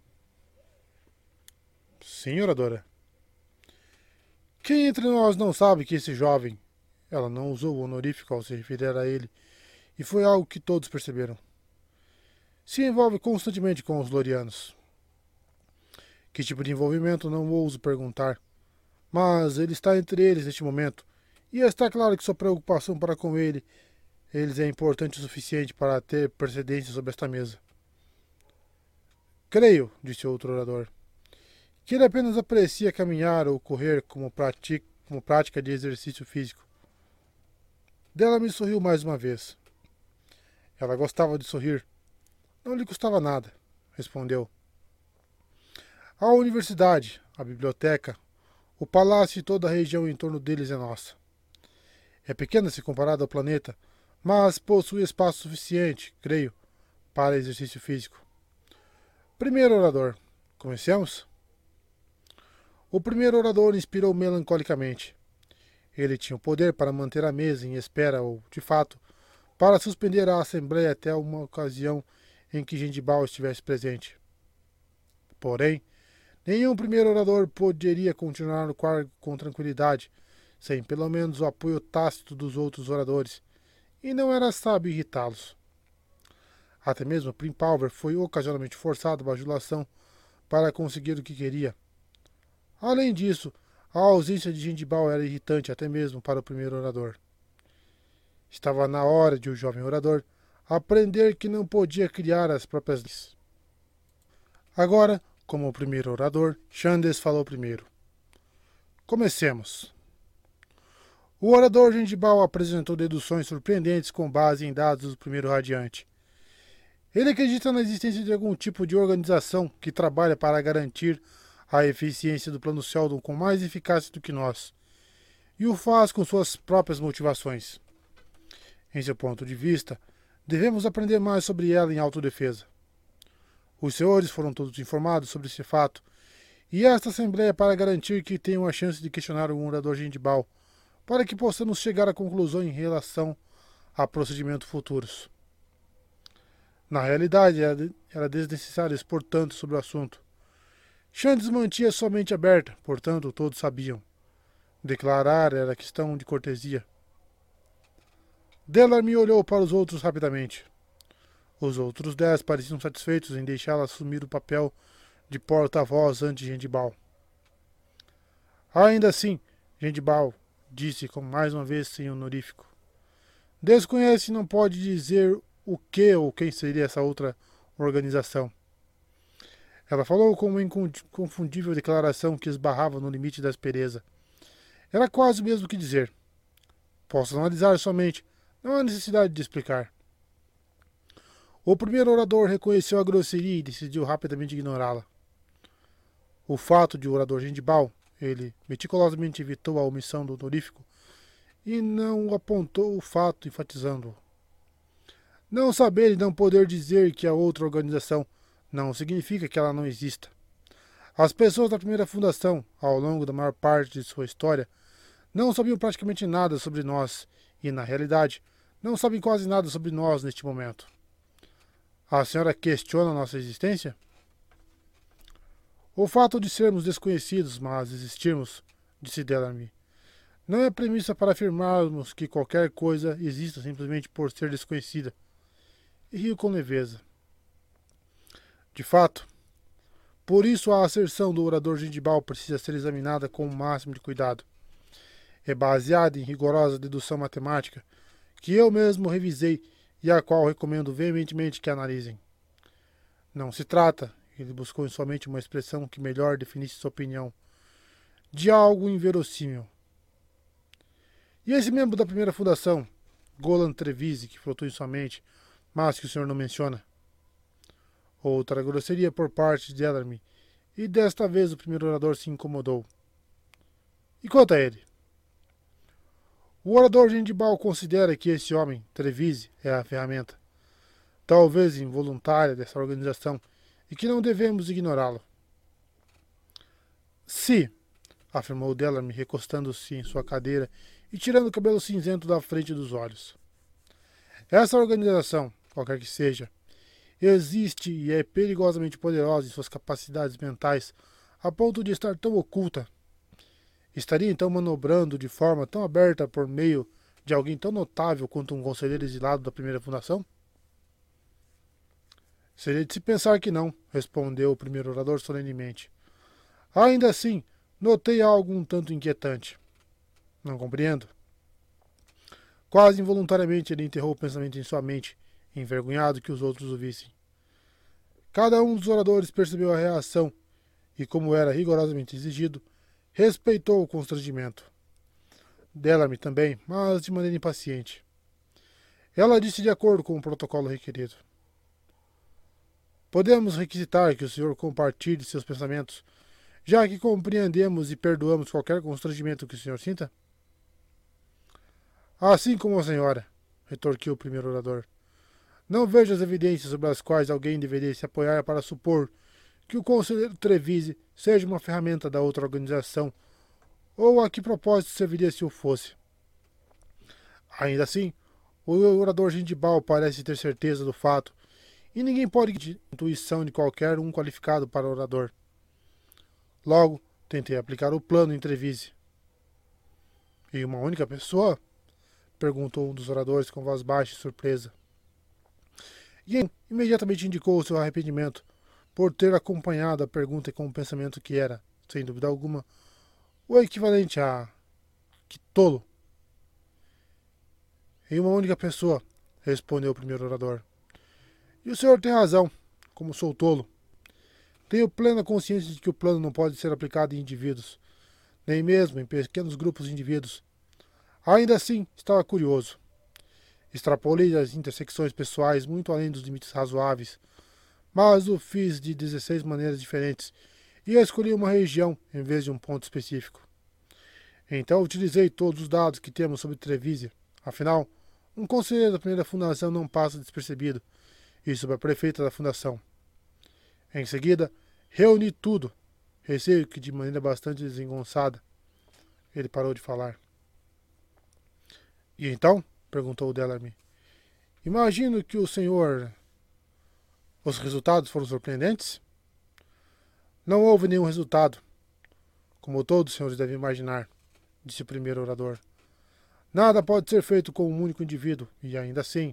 Sim, oradora. Quem entre nós não sabe que esse jovem, ela não usou o honorífico ao se referir a ele, e foi algo que todos perceberam, se envolve constantemente com os Lorianos. Que tipo de envolvimento não ouso perguntar, mas ele está entre eles neste momento, e está claro que sua preocupação para com eles é importante o suficiente para ter precedência sobre esta mesa. Creio, disse outro orador, que ele apenas aprecia caminhar ou correr como prática de exercício físico. Della me sorriu mais uma vez. Ela gostava de sorrir. Não lhe custava nada, respondeu. A universidade, a biblioteca, o palácio e toda a região em torno deles é nossa. É pequena se comparada ao planeta, mas possui espaço suficiente, creio, para exercício físico. Primeiro orador, comecemos? O primeiro orador inspirou melancolicamente. Ele tinha o poder para manter a mesa em espera ou, de fato, para suspender a assembleia até uma ocasião em que Gindibal estivesse presente. Porém, nenhum primeiro orador poderia continuar no cargo com tranquilidade, sem pelo menos o apoio tácito dos outros oradores, e não era sábio irritá-los. Até mesmo Primpalver foi ocasionalmente forçado à bajulação para conseguir o que queria. Além disso, a ausência de Gindibal era irritante até mesmo para o primeiro orador. Estava na hora de o jovem orador aprender que não podia criar as próprias leis. Agora, como o primeiro orador, Chandes falou primeiro. Comecemos. O orador Gindibal apresentou deduções surpreendentes com base em dados do primeiro radiante. Ele acredita na existência de algum tipo de organização que trabalha para garantir a eficiência do plano Seldon com mais eficácia do que nós, e o faz com suas próprias motivações. Em seu ponto de vista, devemos aprender mais sobre ela em autodefesa. Os senhores foram todos informados sobre esse fato, e esta assembleia é para garantir que tenham a chance de questionar o orador Gindibal, para que possamos chegar a conclusão em relação a procedimentos futuros. Na realidade, era desnecessário expor tanto sobre o assunto. Chandes mantinha sua mente aberta, portanto, todos sabiam. Declarar era questão de cortesia. Delamy olhou para os outros rapidamente. Os outros 10 pareciam satisfeitos em deixá-la assumir o papel de porta-voz ante Gindibal. Ainda assim, Gindibal disse com mais uma vez sem honorífico. Desconhece e não pode dizer o que ou quem seria essa outra organização. Ela falou com uma inconfundível declaração que esbarrava no limite da aspereza. Era quase o mesmo que dizer: posso analisar somente, não há necessidade de explicar. O primeiro orador reconheceu a grosseria e decidiu rapidamente ignorá-la. O fato de o orador gengival, ele meticulosamente evitou a omissão do honorífico e não apontou o fato, enfatizando-o. Não saber e não poder dizer que a outra organização não significa que ela não exista. As pessoas da primeira fundação, ao longo da maior parte de sua história, não sabiam praticamente nada sobre nós e, na realidade, não sabem quase nada sobre nós neste momento. A senhora questiona nossa existência? O fato de sermos desconhecidos, mas existirmos, disse Delamy, não é premissa para afirmarmos que qualquer coisa exista simplesmente por ser desconhecida. E riu com leveza. De fato, por isso a asserção do orador gengibal precisa ser examinada com o máximo de cuidado. É baseada em rigorosa dedução matemática, que eu mesmo revisei e a qual recomendo veementemente que analisem. Não se trata, ele buscou em sua mente uma expressão que melhor definisse sua opinião, de algo inverossímil. E esse membro da primeira fundação, Golan Trevize, que flotou em sua mente, mas que o senhor não menciona? Outra grosseria por parte de Delamy, e desta vez o primeiro orador se incomodou. E quanto a ele? O orador gengibal considera que esse homem, Trevize, é a ferramenta, talvez involuntária, dessa organização, e que não devemos ignorá-lo. Se, afirmou Delamy, recostando-se em sua cadeira e tirando o cabelo cinzento da frente dos olhos. Essa organização, qualquer que seja, existe e é perigosamente poderosa em suas capacidades mentais, a ponto de estar tão oculta. Estaria então manobrando de forma tão aberta por meio de alguém tão notável quanto um conselheiro exilado da primeira fundação? Seria de se pensar que não, respondeu o primeiro orador solenemente. Ainda assim, notei algo um tanto inquietante. Não compreendo. Quase involuntariamente ele enterrou o pensamento em sua mente, envergonhado que os outros o vissem. Cada um dos oradores percebeu a reação e, como era rigorosamente exigido, respeitou o constrangimento. Delamy também, mas de maneira impaciente. Ela disse de acordo com o protocolo requerido. Podemos requisitar que o senhor compartilhe seus pensamentos, já que compreendemos e perdoamos qualquer constrangimento que o senhor sinta? Assim como a senhora, retorquiu o primeiro orador. Não vejo as evidências sobre as quais alguém deveria se apoiar para supor que o conselheiro Trevize seja uma ferramenta da outra organização, ou a que propósito serviria se o fosse. Ainda assim, o orador gengibal parece ter certeza do fato, e ninguém pode de intuição de qualquer um qualificado para orador. Logo, tentei aplicar o plano em Trevize. E uma única pessoa? Perguntou um dos oradores com voz baixa e surpresa. E imediatamente indicou o seu arrependimento por ter acompanhado a pergunta com o pensamento que era, sem dúvida alguma, o equivalente a que tolo. Em uma única pessoa, respondeu o primeiro orador. E o senhor tem razão, como sou tolo. Tenho plena consciência de que o plano não pode ser aplicado em indivíduos, nem mesmo em pequenos grupos de indivíduos. Ainda assim, estava curioso. Extrapolei as intersecções pessoais muito além dos limites razoáveis, mas o fiz de 16 maneiras diferentes e escolhi uma região em vez de um ponto específico. Então utilizei todos os dados que temos sobre Trevize. Afinal, um conselheiro da primeira fundação não passa despercebido, e sobre a prefeita da fundação. Em seguida, reuni tudo, receio que de maneira bastante desengonçada. Ele parou de falar. E então? Perguntou Delamy. Imagino que o senhor... Os resultados foram surpreendentes? Não houve nenhum resultado, como todos os senhores devem imaginar, disse o primeiro orador. Nada pode ser feito com um único indivíduo, e ainda assim...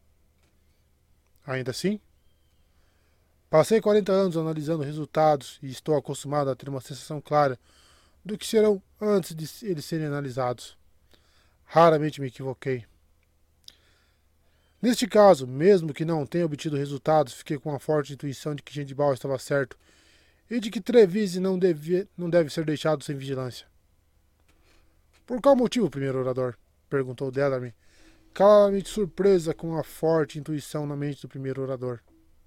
Ainda assim? Passei 40 anos analisando resultados e estou acostumado a ter uma sensação clara do que serão antes de eles serem analisados. Raramente me equivoquei. Neste caso, mesmo que não tenha obtido resultados, fiquei com uma forte intuição de que Gendibal estava certo e de que Trevize não deve ser deixado sem vigilância. Por qual motivo, primeiro orador? Perguntou Delamy, claramente surpresa com a forte intuição na mente do primeiro orador.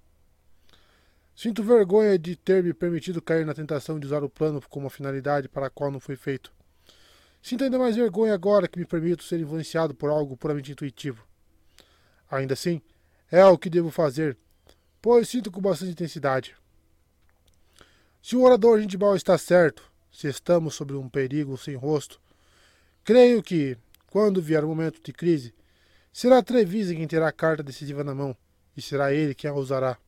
Sinto vergonha de ter me permitido cair na tentação de usar o plano como uma finalidade para a qual não foi feito. Sinto ainda mais vergonha agora que me permito ser influenciado por algo puramente intuitivo. Ainda assim, é o que devo fazer, pois sinto com bastante intensidade. Se o orador Gendibal está certo, se estamos sob um perigo sem rosto, creio que, quando vier o momento de crise, será Trevize quem terá a carta decisiva na mão, e será ele quem a usará.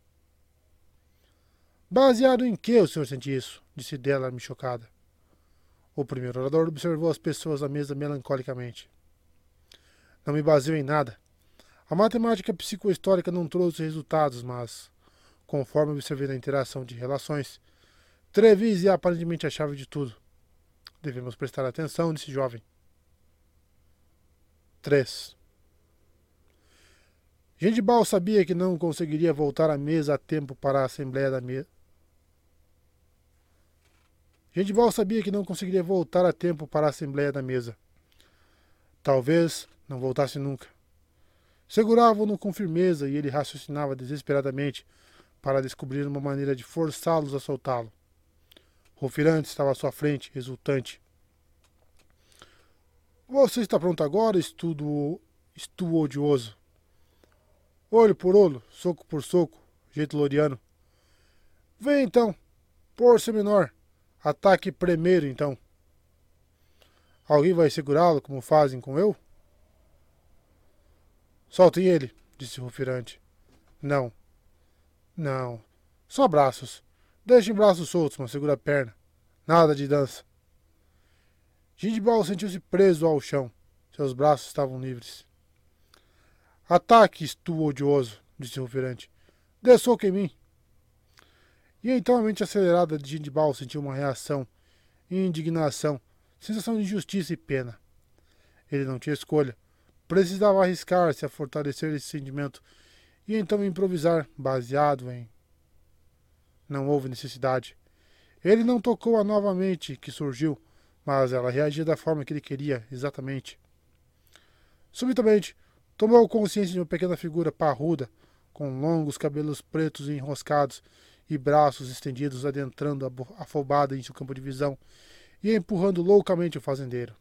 Baseado em que o senhor sente isso? Disse Delamy chocada. O primeiro orador observou as pessoas à mesa melancolicamente. Não me baseio em nada. A matemática psicohistórica não trouxe resultados, mas, conforme observei na interação de relações, Trevize é aparentemente a chave de tudo. Devemos prestar atenção nesse jovem. 3. Gendibal sabia que não conseguiria voltar à mesa a tempo para a Assembleia da Mesa. Gendibal sabia que não conseguiria voltar a tempo para a Assembleia da Mesa. Talvez não voltasse nunca. Seguravam-no com firmeza e ele raciocinava desesperadamente para descobrir uma maneira de forçá-los a soltá-lo. Rofirante estava à sua frente, exultante. Você está pronto agora, estudioso? Olho por olho, soco por soco, jeito loriano. Vem então, por menor. Ataque primeiro, então. Alguém vai segurá-lo, como fazem com eu? Soltem ele, disse Rufirante. Não. Não. Só braços. Deixem braços soltos, mas segura a perna. Nada de dança. Gendibal sentiu-se preso ao chão. Seus braços estavam livres. Ataque, odioso, disse Rufirante. Dê soco em mim. E então a mente acelerada de Gendibal sentiu uma reação, indignação, sensação de injustiça e pena. Ele não tinha escolha. Precisava arriscar-se a fortalecer esse sentimento e então improvisar, baseado em... Não houve necessidade. Ele não tocou a nova mente que surgiu, mas ela reagia da forma que ele queria, exatamente. Subitamente, tomou consciência de uma pequena figura parruda, com longos cabelos pretos enroscados e braços estendidos adentrando afobada em seu campo de visão e empurrando loucamente o fazendeiro.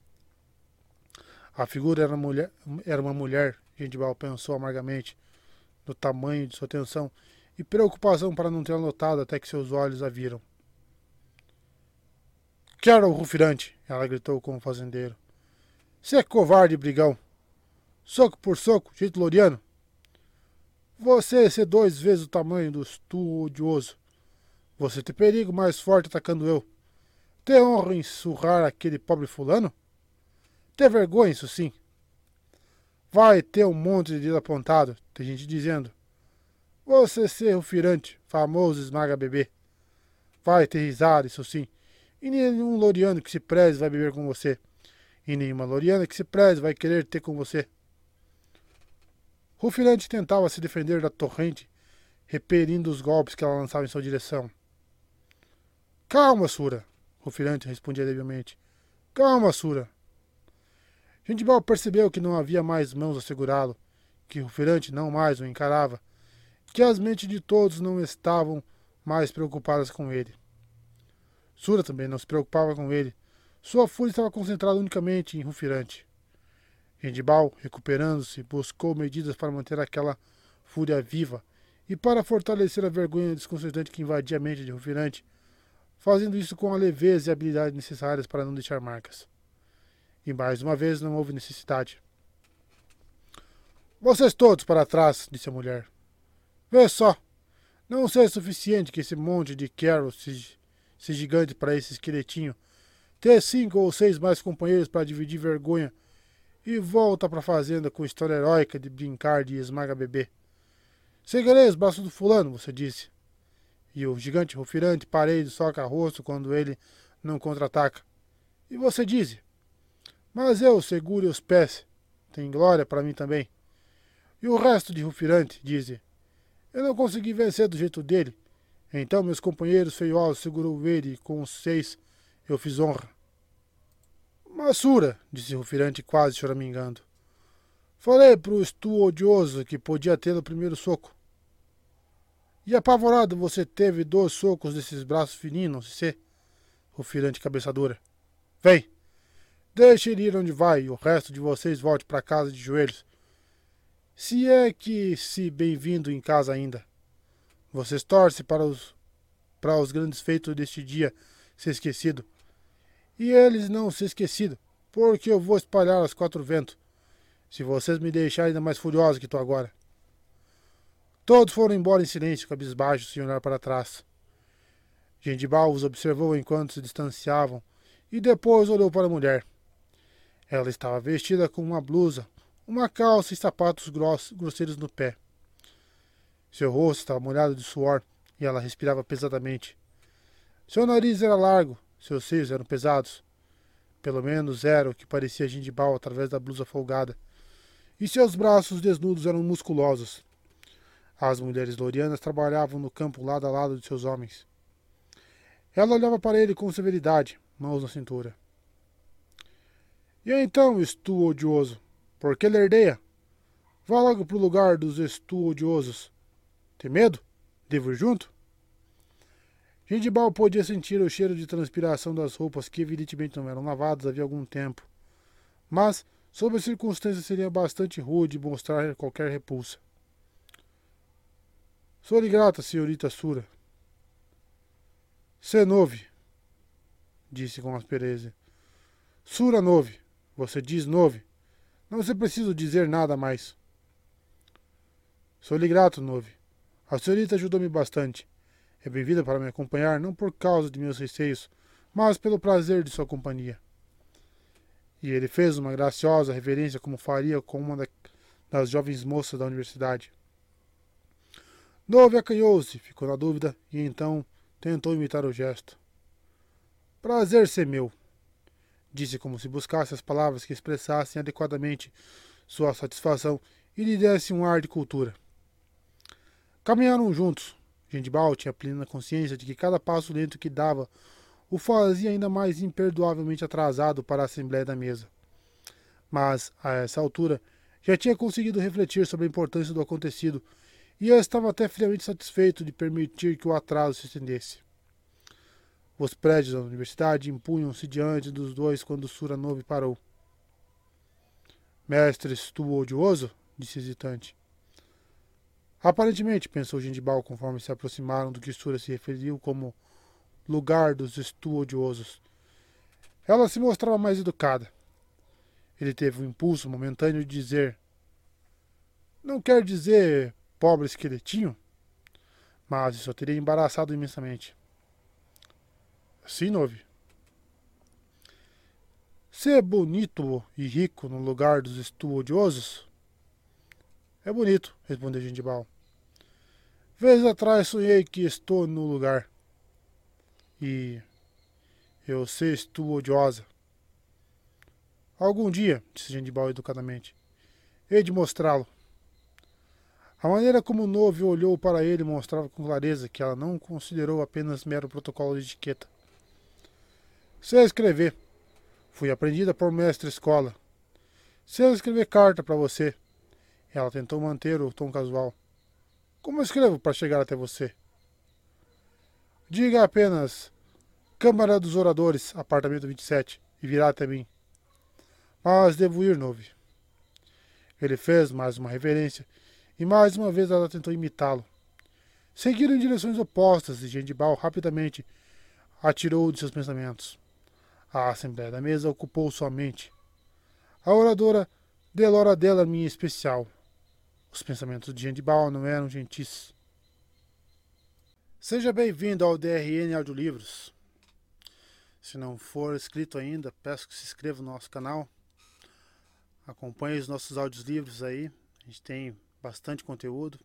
A figura era uma mulher, Gendibal pensou amargamente, do tamanho de sua tensão e preocupação para não ter notado até que seus olhos a viram. Quero o Rufirante, ela gritou com o fazendeiro. Você é covarde, brigão. Soco por soco, jeito loriano. Você ser 2 vezes o tamanho do estudioso. Você tem perigo mais forte atacando eu. Ter honra em surrar aquele pobre fulano? Ter vergonha, isso sim. Vai ter um monte de dedo apontado, tem gente dizendo. Você ser Rufirante, famoso esmaga-bebê. Vai ter risada, isso sim. E nenhum loriano que se preze vai beber com você. E nenhuma loriana que se preze vai querer ter com você. Rufirante tentava se defender da torrente, repelindo os golpes que ela lançava em sua direção. Calma, Sura, Rufirante respondia debilmente. Calma, Sura. Gendibal percebeu que não havia mais mãos a segurá-lo, que Rufirante não mais o encarava, que as mentes de todos não estavam mais preocupadas com ele. Sura também não se preocupava com ele. Sua fúria estava concentrada unicamente em Rufirante. Gendibal, recuperando-se, buscou medidas para manter aquela fúria viva e para fortalecer a vergonha desconcertante que invadia a mente de Rufirante, fazendo isso com a leveza e a habilidade necessárias para não deixar marcas. E mais uma vez não houve necessidade. Vocês todos para trás, disse a mulher. Vê só, não sei o suficiente que esse monte de Carol se gigante para esse esqueletinho, ter 5 ou 6 mais companheiros para dividir vergonha e volta para a fazenda com história heróica de brincar de esmaga-bebê. Segurei os braços do fulano, você disse. E o gigante Rufirante parede soca rosto quando ele não contra-ataca. E você diz, mas eu segure os pés. Tem glória para mim também. E o resto de Rufirante, dize. Eu não consegui vencer do jeito dele. Então meus companheiros feiosos segurou ele e com os 6 eu fiz honra. Massura, disse Rufirante quase choramingando. Falei pro Stu odioso que podia ter o primeiro soco. E apavorado você teve 2 socos desses braços fininhos, se Rufirante cabeça dura. Vem, deixe ele ir onde vai e o resto de vocês volte para casa de joelhos. Se é que se bem-vindo em casa ainda. Vocês torcem para os grandes feitos deste dia ser esquecido. E eles não ser esquecido, porque eu vou espalhar aos 4 ventos, se vocês me deixarem ainda mais furioso que estou agora. Todos foram embora em silêncio, cabisbaixos, sem olhar para trás. Gendibal os observou enquanto se distanciavam e depois olhou para a mulher. Ela estava vestida com uma blusa, uma calça e sapatos grosseiros no pé. Seu rosto estava molhado de suor e ela respirava pesadamente. Seu nariz era largo, seus seios eram pesados. Pelo menos era o que parecia Gendibal através da blusa folgada. E seus braços desnudos eram musculosos. As mulheres lorianas trabalhavam no campo lado a lado de seus homens. Ela olhava para ele com severidade, mãos na cintura. E então, Stu odioso, por que lerdeia? Vá logo para o lugar dos Stu odiosos. Tem medo? Devo ir junto? Gendibal podia sentir o cheiro de transpiração das roupas que evidentemente não eram lavadas havia algum tempo. Mas, sob as circunstâncias, seria bastante rude mostrar qualquer repulsa. Sou-lhe grata, senhorita Sura. Senove, disse com aspereza. Sura Nove. Você diz Nove. Não se precisa dizer nada mais. Sou-lhe grato, Nove. A senhorita ajudou-me bastante. É bem-vinda para me acompanhar, não por causa de meus receios, mas pelo prazer de sua companhia. E ele fez uma graciosa reverência como faria com uma das jovens moças da universidade. Nove acanhou-se, ficou na dúvida e então tentou imitar o gesto. Prazer ser meu, disse como se buscasse as palavras que expressassem adequadamente sua satisfação e lhe dessem um ar de cultura. Caminharam juntos. Gendibal tinha plena consciência de que cada passo lento que dava o fazia ainda mais imperdoavelmente atrasado para a assembléia da mesa. Mas, a essa altura, já tinha conseguido refletir sobre a importância do acontecido e estava até friamente satisfeito de permitir que o atraso se estendesse. Os prédios da universidade impunham-se diante dos dois quando Sura Nove parou. Mestre Stu odioso? Disse hesitante. Aparentemente, pensou Gendibal conforme se aproximaram do que Sura se referiu como lugar dos Stu odiosos. Ela se mostrava mais educada. Ele teve um impulso momentâneo de dizer: não quer dizer pobre esqueletinho? Mas isso o teria embaraçado imensamente. Sim, Nove. Ser bonito e rico no lugar dos Stu odiosos? É bonito, respondeu Gendibal. Vezes atrás sonhei que estou no lugar. E eu sei Stu odiosa. Algum dia, disse Gendibal educadamente, hei de mostrá-lo. A maneira como Nove olhou para ele mostrava com clareza que ela não considerou apenas mero protocolo de etiqueta. Sei escrever. Fui aprendida por mestre escola. Sei escrever carta para você. Ela tentou manter o tom casual. Como escrevo para chegar até você? Diga apenas Câmara dos Oradores, apartamento 27, e virá até mim. Mas devo ir, Nove. Ele fez mais uma reverência, e mais uma vez ela tentou imitá-lo. Seguiram em direções opostas e Gendibal rapidamente atirou de seus pensamentos. A assembleia da mesa ocupou sua mente. A oradora Delora Delamy em especial. Os pensamentos de Gendibal não eram gentis. Seja bem-vindo ao DRN Audiolivros. Se não for inscrito ainda, peço que se inscreva no nosso canal. Acompanhe os nossos audiolivros aí. A gente tem bastante conteúdo.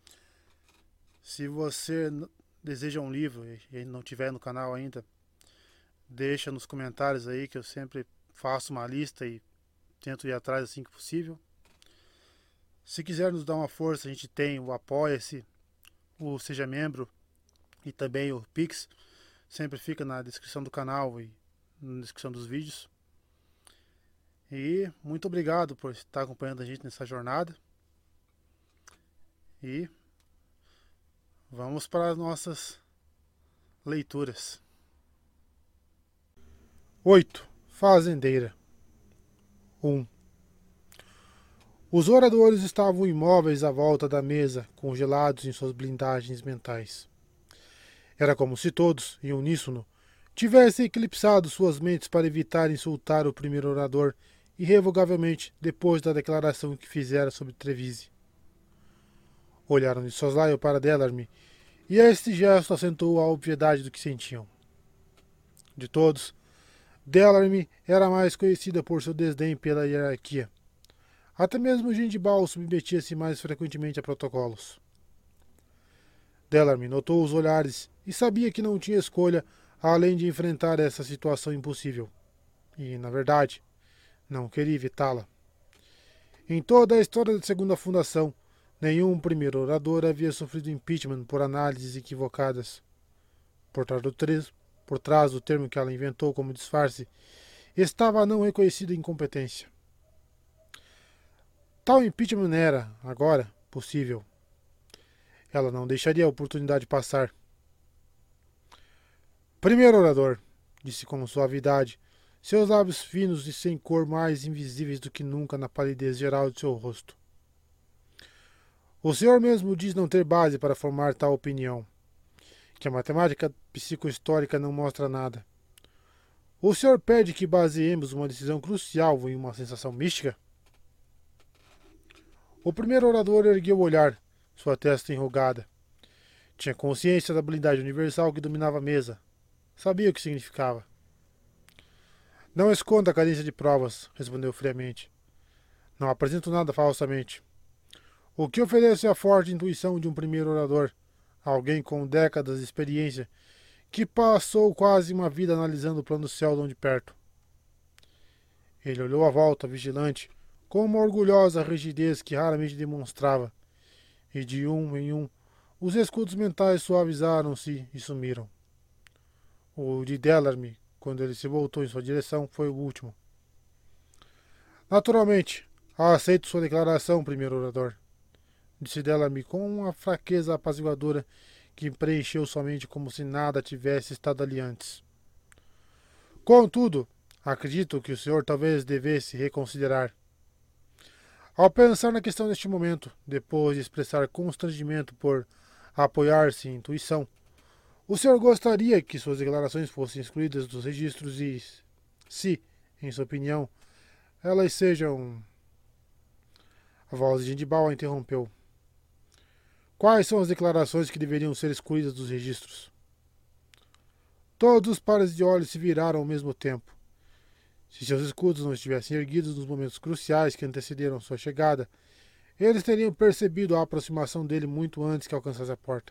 Se você deseja um livro e não tiver no canal ainda, deixa nos comentários aí que eu sempre faço uma lista e tento ir atrás assim que possível. Se quiser nos dar uma força, a gente tem o Apoia-se, o Seja Membro e também o Pix. Sempre fica na descrição do canal e na descrição dos vídeos. E muito obrigado por estar acompanhando a gente nessa jornada. E vamos para as nossas leituras. 8. Fazendeira 1. Os oradores estavam imóveis à volta da mesa, congelados em suas blindagens mentais. Era como se todos, em uníssono, tivessem eclipsado suas mentes para evitar insultar o primeiro orador irrevogavelmente depois da declaração que fizera sobre Trevise. Olharam de soslaio para Delorme, e este gesto acentuou a obviedade do que sentiam. De todos, Delorme era mais conhecida por seu desdém pela hierarquia. Até mesmo Gendibal submetia-se mais frequentemente a protocolos. Delorme notou os olhares e sabia que não tinha escolha além de enfrentar essa situação impossível. E, na verdade, não queria evitá-la. Em toda a história da Segunda Fundação, nenhum primeiro orador havia sofrido impeachment por análises equivocadas. Por trás do termo que ela inventou como disfarce, estava a não reconhecida incompetência. Tal impeachment era, agora, possível. Ela não deixaria a oportunidade passar. Primeiro orador, disse com suavidade, seus lábios finos e sem cor mais invisíveis do que nunca na palidez geral de seu rosto. O senhor mesmo diz não ter base para formar tal opinião, que a matemática psicohistórica não mostra nada. O senhor pede que baseemos uma decisão crucial em uma sensação mística? O primeiro orador ergueu o olhar, sua testa enrugada. Tinha consciência da blindagem universal que dominava a mesa. Sabia o que significava. Não esconda a carência de provas, respondeu friamente. Não apresento nada falsamente. O que ofereço é a forte intuição de um primeiro orador, alguém com décadas de experiência, que passou quase uma vida analisando o plano Seldon de perto. Ele olhou à volta, vigilante, com uma orgulhosa rigidez que raramente demonstrava, e de um em um, os escudos mentais suavizaram-se e sumiram. O de Delorme, quando ele se voltou em sua direção, foi o último. Naturalmente, aceito sua declaração, primeiro orador, disse Delorme com uma fraqueza apaziguadora que preencheu sua mente como se nada tivesse estado ali antes. Contudo, acredito que o senhor talvez devesse reconsiderar. Ao pensar na questão neste momento, depois de expressar constrangimento por apoiar-se em intuição, o senhor gostaria que suas declarações fossem excluídas dos registros e, se, em sua opinião, elas sejam... A voz de Gendibal a interrompeu. Quais são as declarações que deveriam ser excluídas dos registros? Todos os pares de olhos se viraram ao mesmo tempo. Se seus escudos não estivessem erguidos nos momentos cruciais que antecederam sua chegada, eles teriam percebido a aproximação dele muito antes que alcançasse a porta.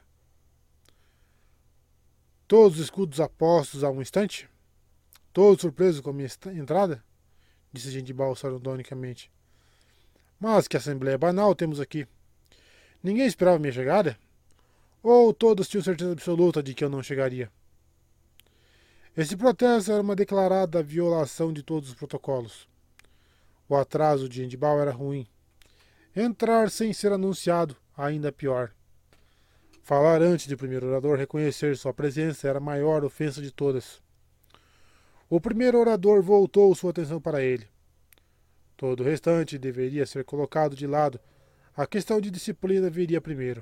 Todos os escudos apostos a um instante? Todos surpresos com a minha entrada? Disse Gendibal sardonicamente. Mas que assembleia banal temos aqui. Ninguém esperava minha chegada? Ou todos tinham certeza absoluta de que eu não chegaria? Esse protesto era uma declarada violação de todos os protocolos. O atraso de Gendibal era ruim. Entrar sem ser anunciado, ainda pior. Falar antes de o primeiro orador reconhecer sua presença era a maior ofensa de todas. O primeiro orador voltou sua atenção para ele. Todo o restante deveria ser colocado de lado. A questão de disciplina viria primeiro.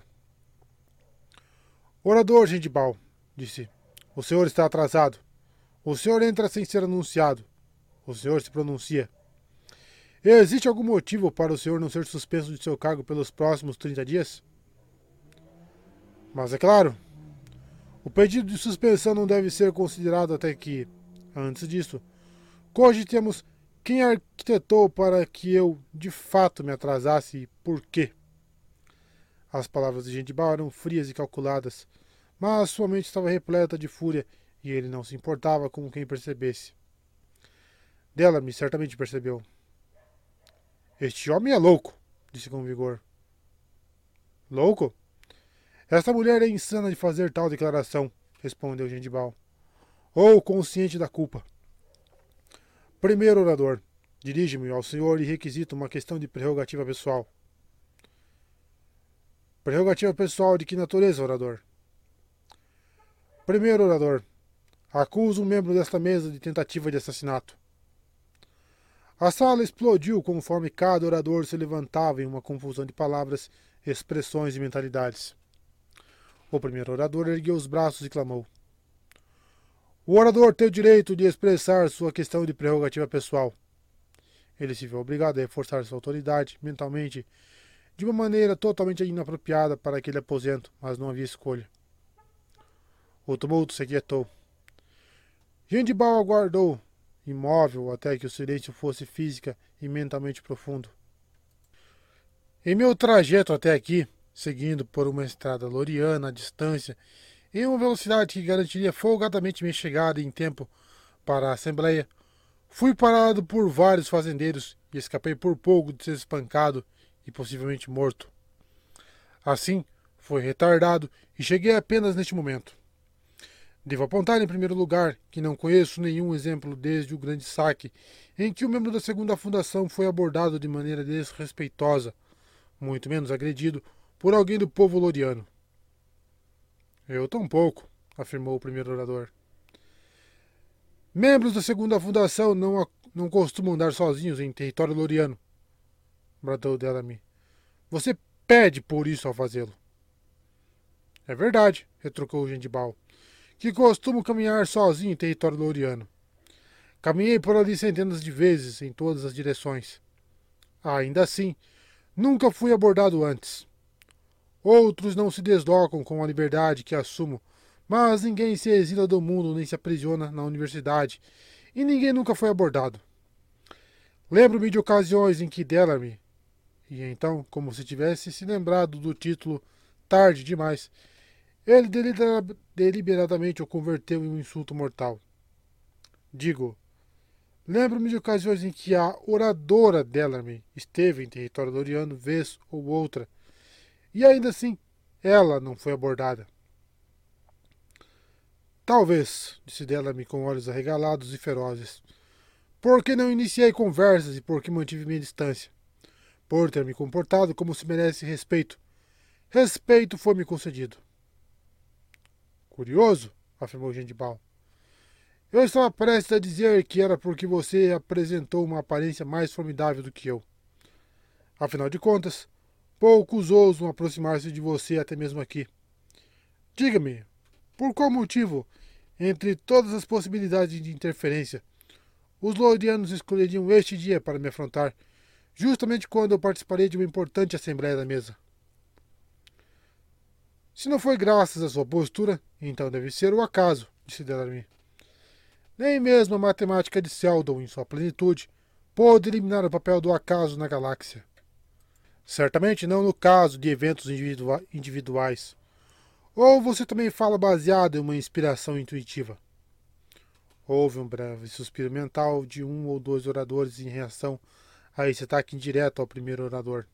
Orador Gendibal, disse, o senhor está atrasado. O senhor entra sem ser anunciado. O senhor se pronuncia. Existe algum motivo para o senhor não ser suspenso de seu cargo pelos próximos 30 dias? Mas é claro, o pedido de suspensão não deve ser considerado até que, antes disso, cogitemos quem arquitetou para que eu, de fato, me atrasasse e por quê. As palavras de Gendibal eram frias e calculadas, mas sua mente estava repleta de fúria e ele não se importava com quem percebesse. Delorme certamente percebeu. Este homem é louco, disse com vigor. Louco? Esta mulher é insana de fazer tal declaração, respondeu Gendibal. Ou consciente da culpa. Primeiro orador, dirige-me ao senhor e requisito uma questão de prerrogativa pessoal. Prerrogativa pessoal de que natureza, orador? Primeiro orador, acuso um membro desta mesa de tentativa de assassinato. A sala explodiu conforme cada orador se levantava em uma confusão de palavras, expressões e mentalidades. O primeiro orador ergueu os braços e clamou. O orador tem o direito de expressar sua questão de prerrogativa pessoal. Ele se viu obrigado a reforçar sua autoridade mentalmente de uma maneira totalmente inapropriada para aquele aposento, mas não havia escolha. O tumulto se aquietou. Gendibal aguardou, imóvel até que o silêncio fosse física e mentalmente profundo. Em meu trajeto até aqui, seguindo por uma estrada loriana à distância, em uma velocidade que garantiria folgadamente minha chegada em tempo para a Assembleia, fui parado por vários fazendeiros e escapei por pouco de ser espancado e possivelmente morto. Assim, fui retardado e cheguei apenas neste momento. Devo apontar em primeiro lugar que não conheço nenhum exemplo desde o grande saque em que o membro da segunda fundação foi abordado de maneira desrespeitosa, muito menos agredido, por alguém do povo loriano. Eu tampouco, afirmou o primeiro orador. Membros da segunda fundação não costumam andar sozinhos em território loriano, bradou Delamy. Você pede por isso ao fazê-lo. É verdade, retrucou Gendibal, que costumo caminhar sozinho em território loriano. Caminhei por ali centenas de vezes em todas as direções. Ainda assim, nunca fui abordado antes. Outros não se deslocam com a liberdade que assumo, mas ninguém se exila do mundo nem se aprisiona na universidade, e ninguém nunca foi abordado. Lembro-me de ocasiões em que Delamy, e então, como se tivesse se lembrado do título tarde demais, ele deliberadamente o converteu em um insulto mortal. Digo, lembro-me de ocasiões em que a oradora Delamy esteve em território loriano vez ou outra, e ainda assim, ela não foi abordada. Talvez, disse Delamy com olhos arregalados e ferozes, porque não iniciei conversas e porque mantive minha distância. Por ter me comportado como se merece respeito. Respeito foi-me concedido. Curioso, afirmou Gendibal. Eu estava prestes a dizer que era porque você apresentou uma aparência mais formidável do que eu. Afinal de contas, poucos ousam aproximar-se de você até mesmo aqui. Diga-me, por qual motivo, entre todas as possibilidades de interferência, os lorianos escolheriam este dia para me afrontar, justamente quando eu participarei de uma importante assembleia da mesa? Se não foi graças à sua postura, então deve ser o acaso, disse Delamy. Nem mesmo a matemática de Seldon, em sua plenitude, pôde eliminar o papel do acaso na galáxia. Certamente não no caso de eventos individuais. Ou você também fala baseado em uma inspiração intuitiva? Houve um breve suspiro mental de um ou dois oradores em reação a esse ataque indireto ao primeiro orador.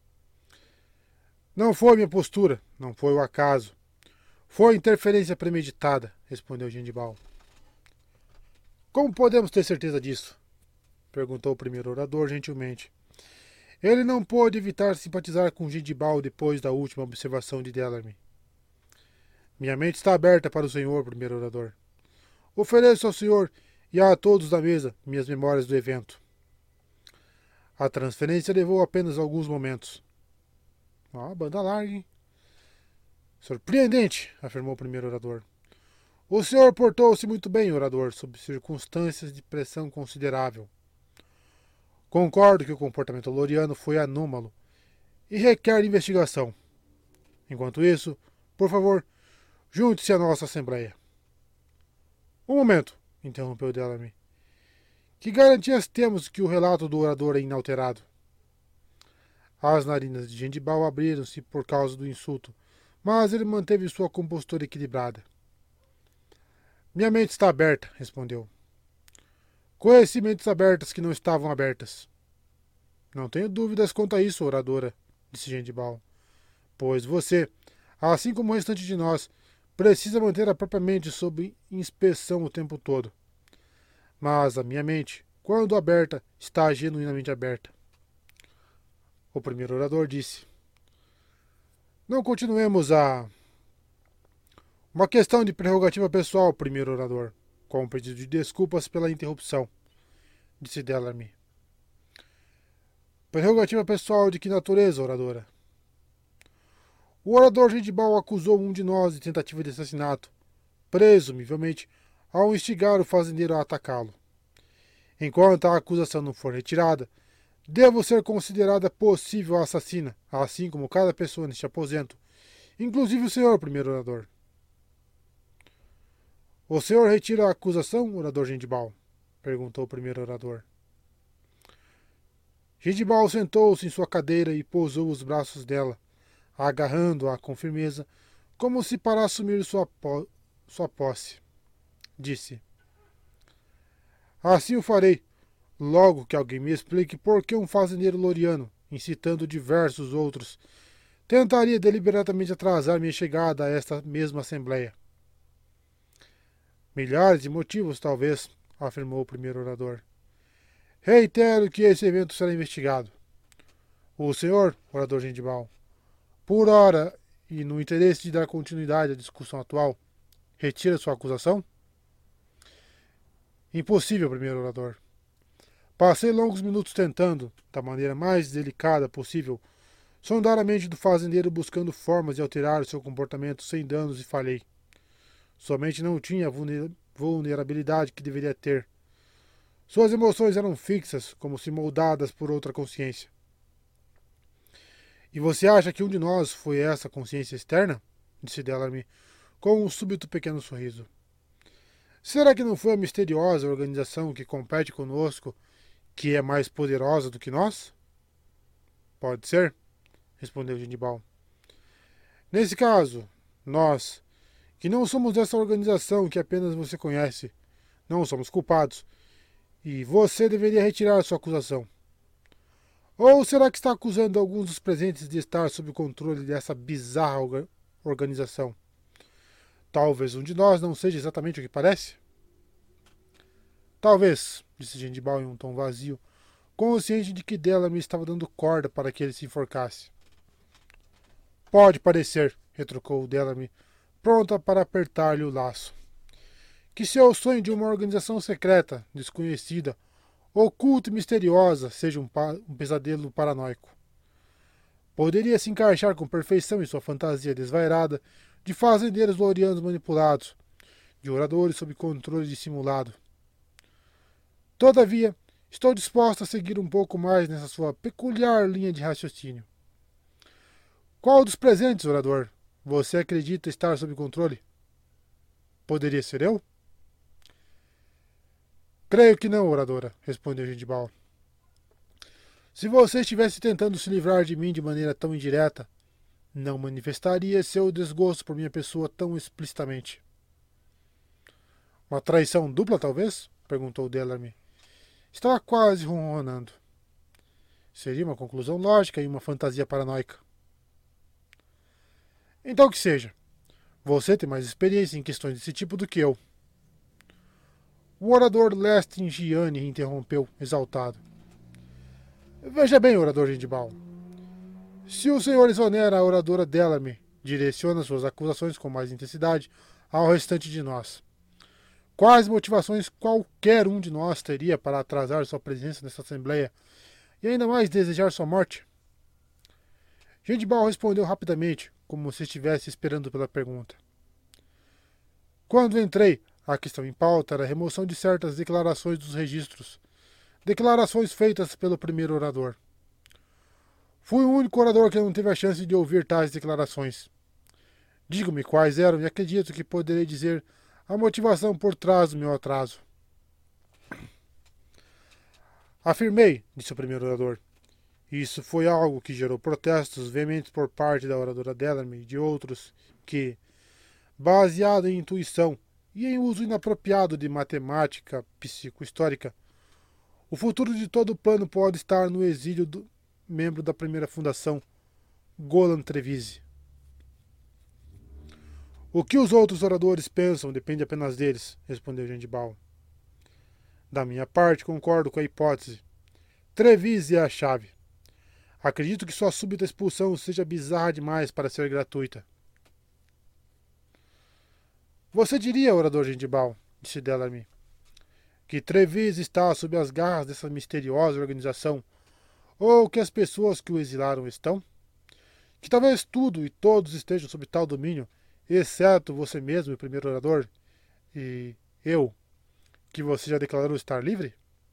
Não foi minha postura, não foi o acaso. Foi interferência premeditada, respondeu Gendibal. Como podemos ter certeza disso? Perguntou o primeiro orador gentilmente. Ele não pôde evitar simpatizar com Gendibal depois da última observação de Delamy. Minha mente está aberta para o senhor, primeiro orador. Ofereço ao senhor e a todos da mesa minhas memórias do evento. A transferência levou apenas alguns momentos. Banda larga, hein? Surpreendente, afirmou o primeiro orador. O senhor portou-se muito bem, orador, sob circunstâncias de pressão considerável. Concordo que o comportamento loriano foi anômalo e requer investigação. Enquanto isso, por favor, junte-se à nossa assembleia. Um momento, interrompeu Delamy. Que garantias temos que o relato do orador é inalterado? As narinas de Gendibal abriram-se por causa do insulto, mas ele manteve sua compostura equilibrada. Minha mente está aberta, respondeu. Conheci mentes abertas que não estavam abertas. Não tenho dúvidas quanto a isso, oradora, disse Gendibal. Pois você, assim como o restante de nós, precisa manter a própria mente sob inspeção o tempo todo. Mas a minha mente, quando aberta, está genuinamente aberta. O primeiro orador disse. Não continuemos a... Uma questão de prerrogativa pessoal, primeiro orador, com um pedido de desculpas pela interrupção, disse Delamy. Prerrogativa pessoal de que natureza, oradora? O orador Gendibal acusou um de nós de tentativa de assassinato, presumivelmente ao instigar o fazendeiro a atacá-lo. Enquanto a acusação não for retirada, devo ser considerada possível assassina, assim como cada pessoa neste aposento, inclusive o senhor, primeiro orador. O senhor retira a acusação, orador Gendibal? Perguntou o primeiro orador. Gendibal sentou-se em sua cadeira e pousou os braços dela, agarrando-a com firmeza, como se para assumir sua posse. Disse. Assim o farei, logo que alguém me explique por que um fazendeiro loriano, incitando diversos outros, tentaria deliberadamente atrasar minha chegada a esta mesma assembleia. Milhares de motivos, talvez, afirmou o primeiro orador. Reitero que esse evento será investigado. O senhor, orador Gendibal, por hora e no interesse de dar continuidade à discussão atual, retira sua acusação? Impossível, primeiro orador. Passei longos minutos tentando, da maneira mais delicada possível, sondar a mente do fazendeiro buscando formas de alterar o seu comportamento sem danos e falhei. Somente não tinha a vulnerabilidade que deveria ter. Suas emoções eram fixas, como se moldadas por outra consciência. E você acha que um de nós foi essa consciência externa? Disse Delamy, com um súbito pequeno sorriso. Será que não foi a misteriosa organização que compete conosco, que é mais poderosa do que nós? Pode ser, respondeu Gendibal. Nesse caso, nós, que não somos dessa organização que apenas você conhece, não somos culpados, e você deveria retirar sua acusação. Ou será que está acusando alguns dos presentes de estar sob o controle dessa bizarra organização? Talvez um de nós não seja exatamente o que parece? Talvez, disse Gendibal em um tom vazio, consciente de que dela me estava dando corda para que ele se enforcasse. Pode parecer, retrucou Delamy, pronta para apertar-lhe o laço. Que seu sonho de uma organização secreta, desconhecida, oculta e misteriosa seja um pesadelo paranoico. Poderia se encaixar com perfeição em sua fantasia desvairada de fazendeiros lorianos manipulados, de oradores sob controle dissimulado. Todavia, estou disposto a seguir um pouco mais nessa sua peculiar linha de raciocínio. Qual dos presentes, orador, você acredita estar sob controle? Poderia ser eu? Creio que não, oradora, respondeu Gendibal. Se você estivesse tentando se livrar de mim de maneira tão indireta, não manifestaria seu desgosto por minha pessoa tão explicitamente. Uma traição dupla, talvez? Perguntou Delamy. Estava quase ronronando. Seria uma conclusão lógica e uma fantasia paranoica. Então que seja. Você tem mais experiência em questões desse tipo do que eu. O orador Lestingiani interrompeu, exaltado. Veja bem, orador Gendibal. Se o senhor exonera a oradora Delamy, direciona suas acusações com mais intensidade ao restante de nós. Quais motivações qualquer um de nós teria para atrasar sua presença nessa assembleia e ainda mais desejar sua morte? Gendibal respondeu rapidamente, como se estivesse esperando pela pergunta. Quando entrei, a questão em pauta era a remoção de certas declarações dos registros. Declarações feitas pelo primeiro orador. Fui o único orador que não teve a chance de ouvir tais declarações. Digo-me quais eram e acredito que poderei dizer a motivação por trás do meu atraso. Afirmei, disse o primeiro orador. Isso foi algo que gerou protestos veementes por parte da oradora Delamy e de outros que, baseado em intuição e em uso inapropriado de matemática psicohistórica, O futuro de todo o plano pode estar no exílio do membro da primeira fundação, Golan Trevize. O que os outros oradores pensam depende apenas deles, respondeu Gendibal. Da minha parte, concordo com a hipótese. Trevize é a chave. Acredito que sua súbita expulsão seja bizarra demais para ser gratuita. Você diria, orador Gendibal, disse Delamy, que Trevize está sob as garras dessa misteriosa organização, ou que as pessoas que o exilaram estão? Que talvez tudo e todos estejam sob tal domínio, exceto você mesmo, o primeiro orador, e eu, que você já declarou estar livre?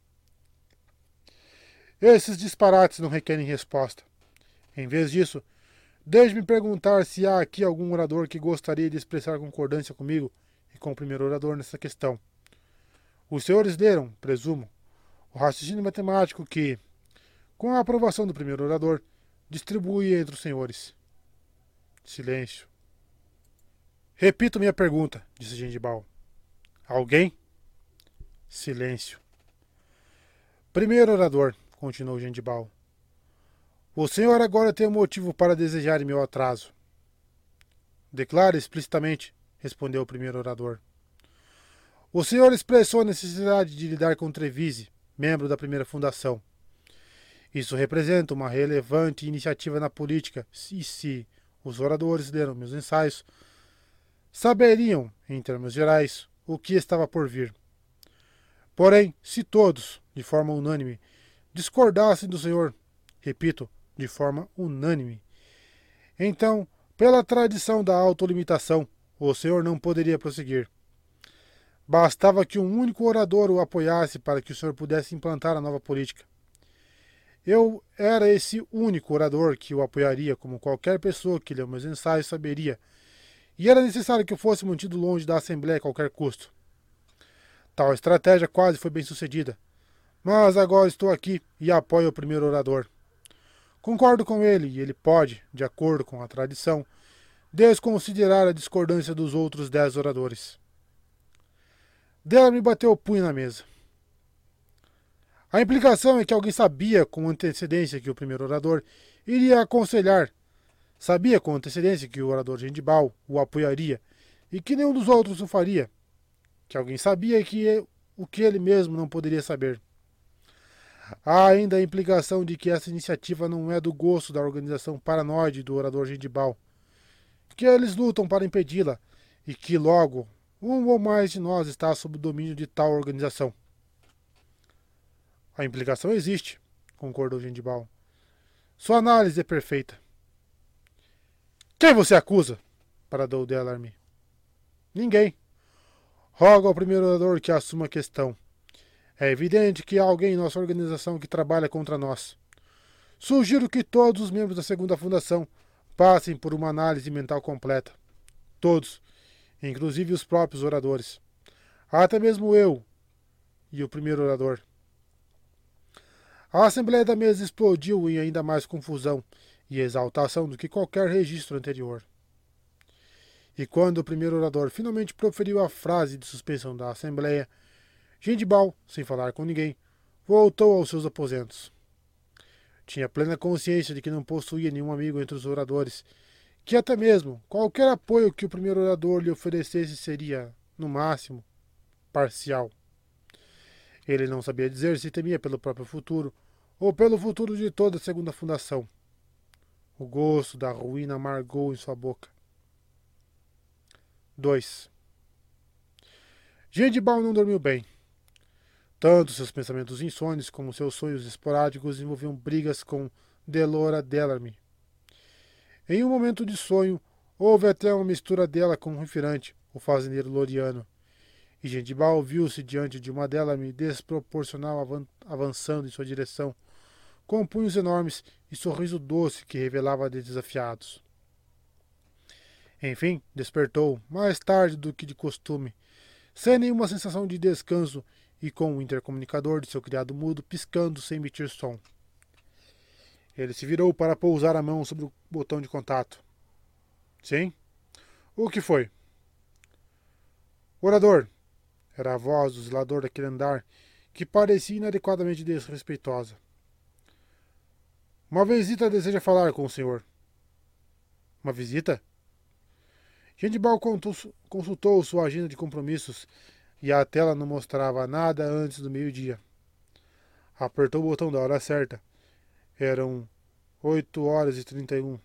Esses disparates não requerem resposta. Em vez disso, deixe-me perguntar se há aqui algum orador que gostaria de expressar concordância comigo e com o primeiro orador nessa questão. Os senhores leram, presumo, o raciocínio matemático que, com a aprovação do primeiro orador, distribui entre os senhores. Silêncio. Repito minha pergunta, disse Gendibal. Alguém? Silêncio. Primeiro orador, continuou Gendibal. O senhor agora tem um motivo para desejar meu atraso. Declare explicitamente, respondeu o primeiro orador. O senhor expressou a necessidade de lidar com Trevize, membro da primeira fundação. Isso representa uma relevante iniciativa na política, e se os oradores leram meus ensaios, saberiam, em termos gerais, o que estava por vir. Porém, se todos, de forma unânime, discordassem do senhor, repito, de forma unânime, então, pela tradição da autolimitação, o senhor não poderia prosseguir. Bastava que um único orador o apoiasse para que o senhor pudesse implantar a nova política. Eu era esse único orador que o apoiaria, como qualquer pessoa que leu meus ensaios saberia, e era necessário que eu fosse mantido longe da Assembleia a qualquer custo. Tal estratégia quase foi bem sucedida, mas agora estou aqui e apoio o primeiro orador. Concordo com ele e ele pode, de acordo com a tradição, desconsiderar a discordância dos outros 10 oradores. Delamy bateu o punho na mesa. A implicação é que alguém sabia com antecedência que o primeiro orador iria aconselhar, sabia com antecedência que o orador Gendibal o apoiaria e que nenhum dos outros o faria, que alguém sabia o que ele mesmo não poderia saber. Há ainda a implicação de que essa iniciativa não é do gosto da organização paranoide do orador Gendibal, que eles lutam para impedi-la e que, logo, um ou mais de nós está sob o domínio de tal organização. A implicação existe, concordou Gendibal. Sua análise é perfeita. Quem você acusa? Bradou Delamy. Ninguém. Rogo ao primeiro orador que assuma a questão. É evidente que há alguém em nossa organização que trabalha contra nós. Sugiro que todos os membros da segunda fundação passem por uma análise mental completa. Todos, inclusive os próprios oradores. Até mesmo eu e o primeiro orador. A Assembleia da Mesa explodiu em ainda mais confusão e exaltação do que qualquer registro anterior. E quando o primeiro orador finalmente proferiu a frase de suspensão da Assembleia, Gendibal, sem falar com ninguém, voltou aos seus aposentos. Tinha plena consciência de que não possuía nenhum amigo entre os oradores, que até mesmo qualquer apoio que o primeiro orador lhe oferecesse seria, no máximo, parcial. Ele não sabia dizer se temia pelo próprio futuro ou pelo futuro de toda a segunda fundação. O gosto da ruína amargou em sua boca. 2. Gendibal não dormiu bem. Tanto seus pensamentos insones como seus sonhos esporádicos envolviam brigas com Delora Delamy. Em um momento de sonho, houve até uma mistura dela com um refirante, o fazendeiro Loriano, e Gendibal viu-se diante de uma Delamy desproporcional avançando em sua direção, com punhos enormes e sorriso doce que revelava desafiados. Enfim, despertou, mais tarde do que de costume, sem nenhuma sensação de descanso e com o intercomunicador de seu criado mudo piscando sem emitir som. Ele se virou para pousar a mão sobre o botão de contato. Sim? O que foi? Orador, era a voz do zelador daquele andar que parecia inadequadamente desrespeitosa. Uma visita deseja falar com o senhor. Uma visita? Gendibal consultou sua agenda de compromissos e a tela não mostrava nada antes do meio-dia. Apertou o botão da hora certa. Eram 8h31.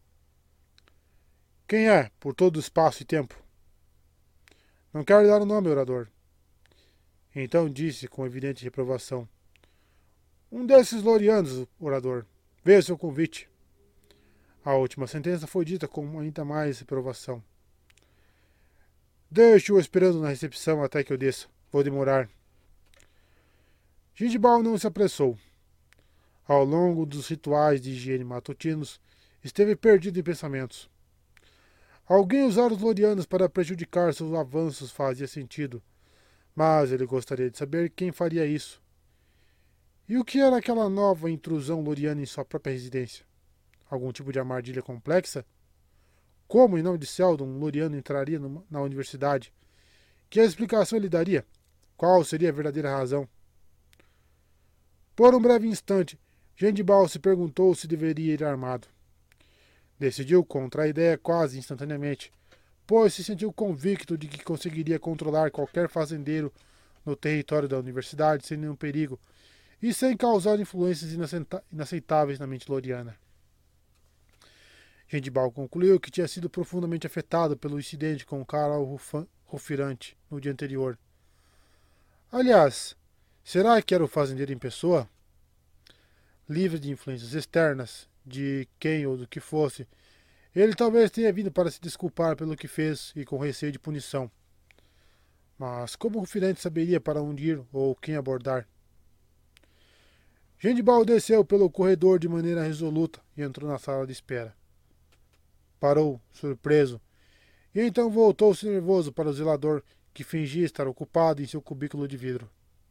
Quem é, por todo o espaço e tempo? Não quero dar o nome, orador. Então disse com evidente reprovação. Um desses lorianos, orador. Veja seu convite. A última sentença foi dita com ainda mais reprovação. Deixe-o esperando na recepção até que eu desça. Vou demorar. Gendibal não se apressou. Ao longo dos rituais de higiene matutinos, esteve perdido em pensamentos. Alguém usar os lorianos para prejudicar seus avanços fazia sentido, mas ele gostaria de saber quem faria isso. E o que era aquela nova intrusão loriana em sua própria residência? Algum tipo de armadilha complexa? Como, em nome de Seldon, um loriano entraria na universidade? Que explicação ele daria? Qual seria a verdadeira razão? Por um breve instante, Gendibal se perguntou se deveria ir armado. Decidiu contra a ideia quase instantaneamente, pois se sentiu convicto de que conseguiria controlar qualquer fazendeiro no território da universidade sem nenhum perigo e sem causar influências inaceitáveis na mente loriana. Gendibal concluiu que tinha sido profundamente afetado pelo incidente com Carl Rufirante no dia anterior. Aliás, será que era o fazendeiro em pessoa? Livre de influências externas, de quem ou do que fosse, ele talvez tenha vindo para se desculpar pelo que fez e com receio de punição. Mas como Rufirante saberia para onde ir ou quem abordar? Gendibal desceu pelo corredor de maneira resoluta e entrou na sala de espera. Parou, surpreso, e então voltou-se nervoso para o zelador, que fingia estar ocupado em seu cubículo de vidro.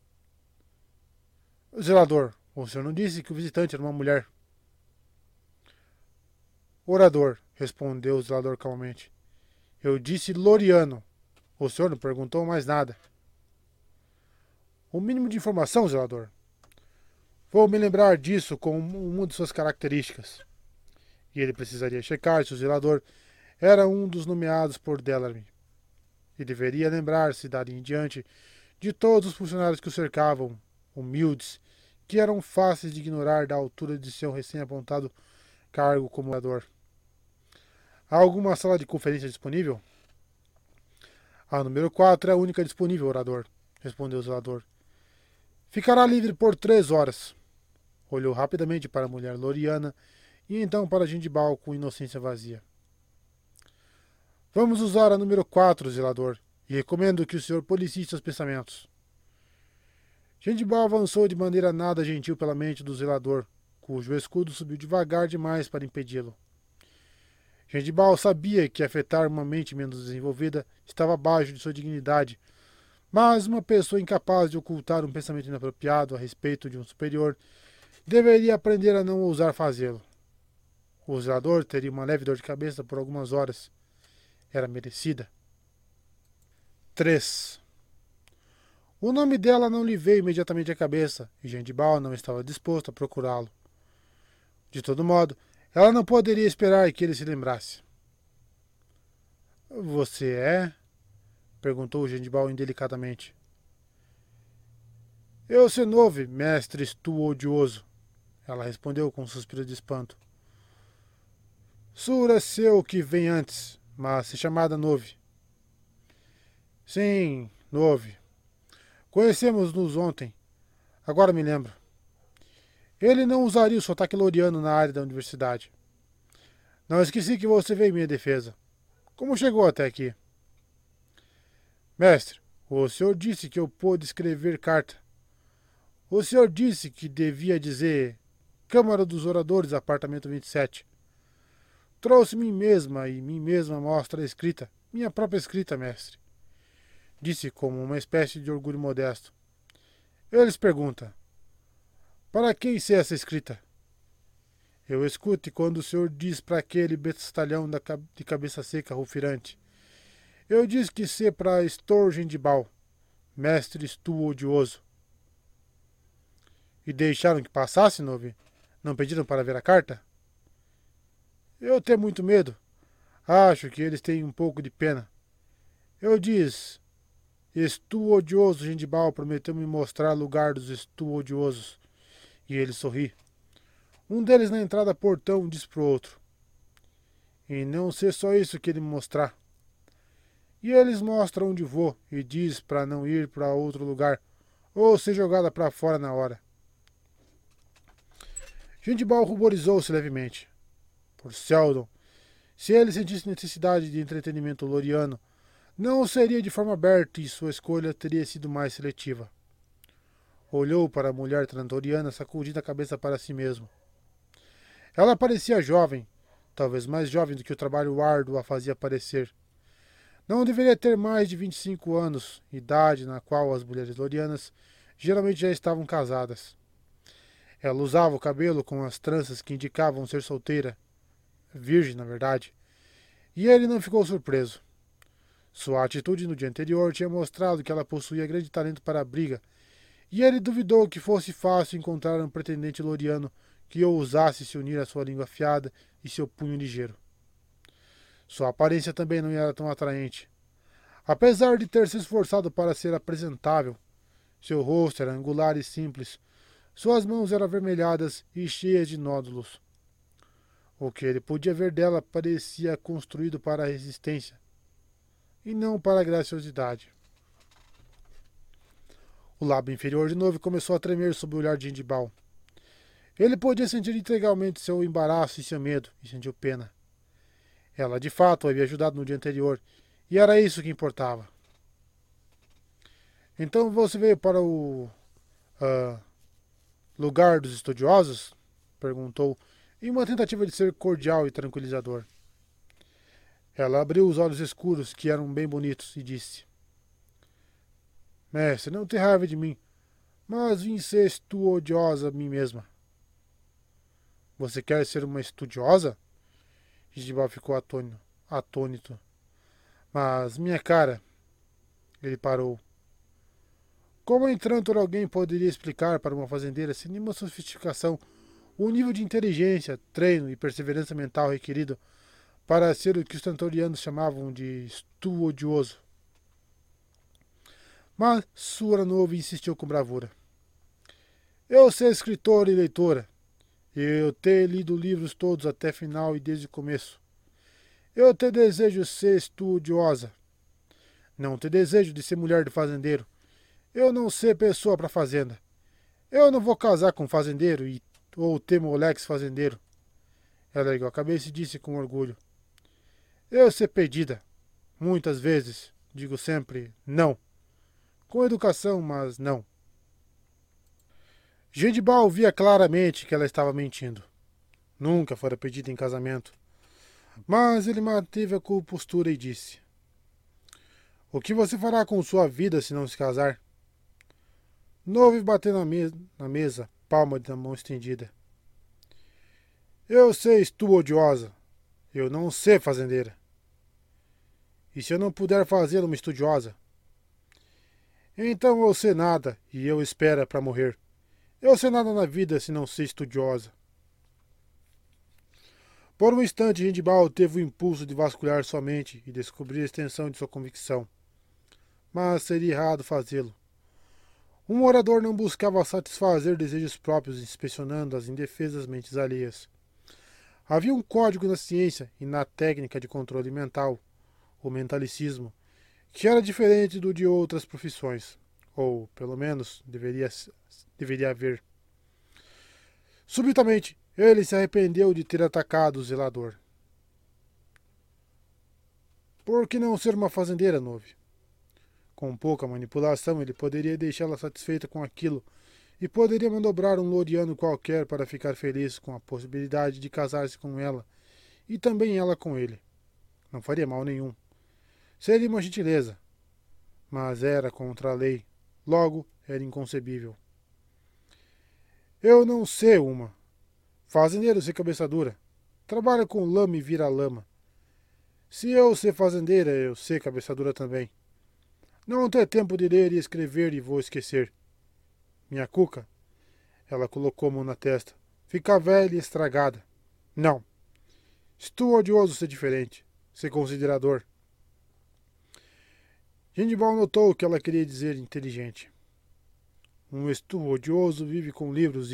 Zelador, o senhor não disse que o visitante era uma mulher? Orador, respondeu o zelador calmamente. Eu disse loriano. O senhor não perguntou mais nada. O mínimo de informação, zelador. Vou me lembrar disso com uma de suas características. E ele precisaria checar se o zelador era um dos nomeados por Delamy. E deveria lembrar-se, dali em diante, de todos os funcionários que o cercavam, humildes, que eram fáceis de ignorar da altura de seu recém-apontado cargo como orador. Há alguma sala de conferência disponível? A número 4 é a única disponível, orador, respondeu o zelador. Ficará livre por 3 horas. Olhou rapidamente para a mulher loriana e então para Gendibal com inocência vazia. Vamos usar a número 4, zelador, e recomendo que o senhor policie seus pensamentos. Gendibal avançou de maneira nada gentil pela mente do zelador, cujo escudo subiu devagar demais para impedi-lo. Gendibal sabia que afetar uma mente menos desenvolvida estava abaixo de sua dignidade, mas uma pessoa incapaz de ocultar um pensamento inapropriado a respeito de um superior deveria aprender a não ousar fazê-lo. O zelador teria uma leve dor de cabeça por algumas horas. Era merecida. 3. O nome dela não lhe veio imediatamente à cabeça, e Gendibal não estava disposto a procurá-lo. De todo modo, ela não poderia esperar que ele se lembrasse. Você é? Perguntou Gendibal indelicadamente. Eu se nove, mestre tu odioso, ela respondeu com um suspiro de espanto. Sura é seu que vem antes, mas se chamada Nove. Sim, Nove. Conhecemos-nos ontem. Agora me lembro. Ele não usaria o sotaque loriano na área da universidade. Não esqueci que você veio em minha defesa. Como chegou até aqui? Mestre, o senhor disse que eu pude escrever carta. O senhor disse que devia dizer Câmara dos Oradores, apartamento 27. Trouxe mim mesma e mim mesma mostra a escrita, minha própria escrita, mestre. Disse como uma espécie de orgulho modesto. Ele lhes pergunta, para quem ser essa escrita? Eu escute quando o senhor diz para aquele bestalhão de cabeça seca rufirante. Eu disse que ser para Estor Gendibal, mestre tu odioso. E deixaram que passasse, Nove? Não pediram para ver a carta? Eu tenho muito medo. Acho que eles têm um pouco de pena. Eu disse, Estu odioso Gengibal prometeu me mostrar lugar dos Estu odiosos. E ele sorri. Um deles na entrada portão disse pro outro. E não ser só isso que ele me mostrar. E eles mostram onde vou e diz para não ir para outro lugar ou ser jogada para fora na hora. Gengibal ruborizou-se levemente. Por Seldon, se ele sentisse necessidade de entretenimento loriano, não seria de forma aberta e sua escolha teria sido mais seletiva. Olhou para a mulher trantoriana sacudindo a cabeça para si mesmo. Ela parecia jovem, talvez mais jovem do que o trabalho árduo a fazia parecer. Não deveria ter mais de 25 anos, idade na qual as mulheres lorianas geralmente já estavam casadas. Ela usava o cabelo com as tranças que indicavam ser solteira, virgem na verdade, e ele não ficou surpreso. Sua atitude no dia anterior tinha mostrado que ela possuía grande talento para a briga, e ele duvidou que fosse fácil encontrar um pretendente loriano que ousasse se unir à sua língua afiada e seu punho ligeiro. Sua aparência também não era tão atraente. Apesar de ter se esforçado para ser apresentável, seu rosto era angular e simples, suas mãos eram avermelhadas e cheias de nódulos. O que ele podia ver dela parecia construído para a resistência, e não para a graciosidade. O lábio inferior de novo começou a tremer sob o olhar de Gengibal. Ele podia sentir integralmente seu embaraço e seu medo, e sentiu pena. Ela de fato o havia ajudado no dia anterior, e era isso que importava. Então você veio para o lugar dos estudiosos? Perguntou, em uma tentativa de ser cordial e tranquilizador. Ela abriu os olhos escuros, que eram bem bonitos, e disse: Mestre, não tem raiva de mim, mas vim ser estudiosa a mim mesma. Você quer ser uma estudiosa? Gengibal ficou atônito. Mas, minha cara... Ele parou. Como em Trantor alguém poderia explicar para uma fazendeira sem nenhuma sofisticação o nível de inteligência, treino e perseverança mental requerido para ser o que os trantorianos chamavam de estudioso? Mas Suranov insistiu com bravura. Eu sou escritora e leitora. Eu tenho lido livros todos até final e desde o começo. Eu te desejo ser estudiosa. Não te desejo de ser mulher de fazendeiro. Eu não ser pessoa para fazenda. Eu não vou casar com fazendeiro ou ter moleques fazendeiro. Ela ergueu a cabeça e disse com orgulho. Eu ser pedida. Muitas vezes. Digo sempre não. Com educação, mas não. Gengibal via claramente que ela estava mentindo. Nunca fora pedida em casamento. Mas ele manteve a compostura e disse: O que você fará com sua vida se não se casar? Nove bateu na mesa, palma da mão estendida. Eu sei, tu odiosa. Eu não sei, fazendeira. E se eu não puder fazê-lo uma estudiosa? Então eu sei nada, e eu espero para morrer. Eu sei nada na vida se não ser estudiosa. Por um instante, Gengibal teve o impulso de vasculhar sua mente e descobrir a extensão de sua convicção. Mas seria errado fazê-lo. Um orador não buscava satisfazer desejos próprios inspecionando as indefesas mentes alheias. Havia um código na ciência e na técnica de controle mental, o mentalicismo, que era diferente do de outras profissões, ou, pelo menos, deveria haver. Subitamente, ele se arrependeu de ter atacado o zelador. Por que não ser uma fazendeira, Nove? Com pouca manipulação, ele poderia deixá-la satisfeita com aquilo e poderia manobrar um loriano qualquer para ficar feliz com a possibilidade de casar-se com ela e também ela com ele. Não faria mal nenhum. Seria uma gentileza, mas era contra a lei. Logo, era inconcebível. Eu não sei uma. Fazendeiro sem cabeça dura. Trabalha com lama e vira lama. Se eu ser fazendeira, eu ser cabeça dura também. Não tenho tempo de ler e escrever e vou esquecer. Minha cuca. Ela colocou a mão na testa. Fica velha e estragada. Não. Estudioso ser diferente. Ser considerador. Gendival notou o que ela queria dizer inteligente. Um estudioso vive com livros e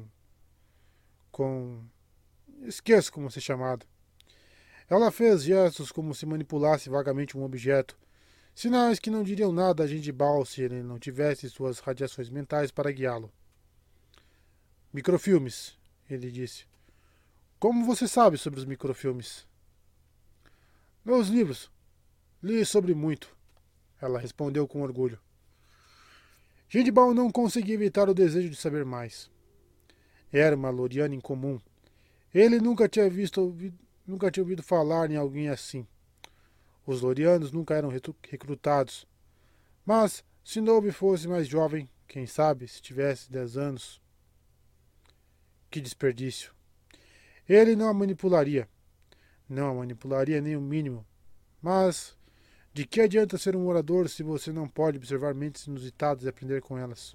com... Esqueço como ser chamado. Ela fez gestos como se manipulasse vagamente um objeto. Sinais que não diriam nada a Gendival se ele não tivesse suas radiações mentais para guiá-lo. Microfilmes, ele disse. Como você sabe sobre os microfilmes? Meus livros. Li sobre muito. Ela respondeu com orgulho. Gendival não conseguia evitar o desejo de saber mais. Era uma Loriana incomum. Ele nunca tinha ouvido falar em alguém assim. Os Lorianos nunca eram recrutados. Mas, se Nove fosse mais jovem, quem sabe, se tivesse 10 anos... Que desperdício. Ele não a manipularia. Não a manipularia nem o mínimo. Mas, de que adianta ser um orador se você não pode observar mentes inusitadas e aprender com elas?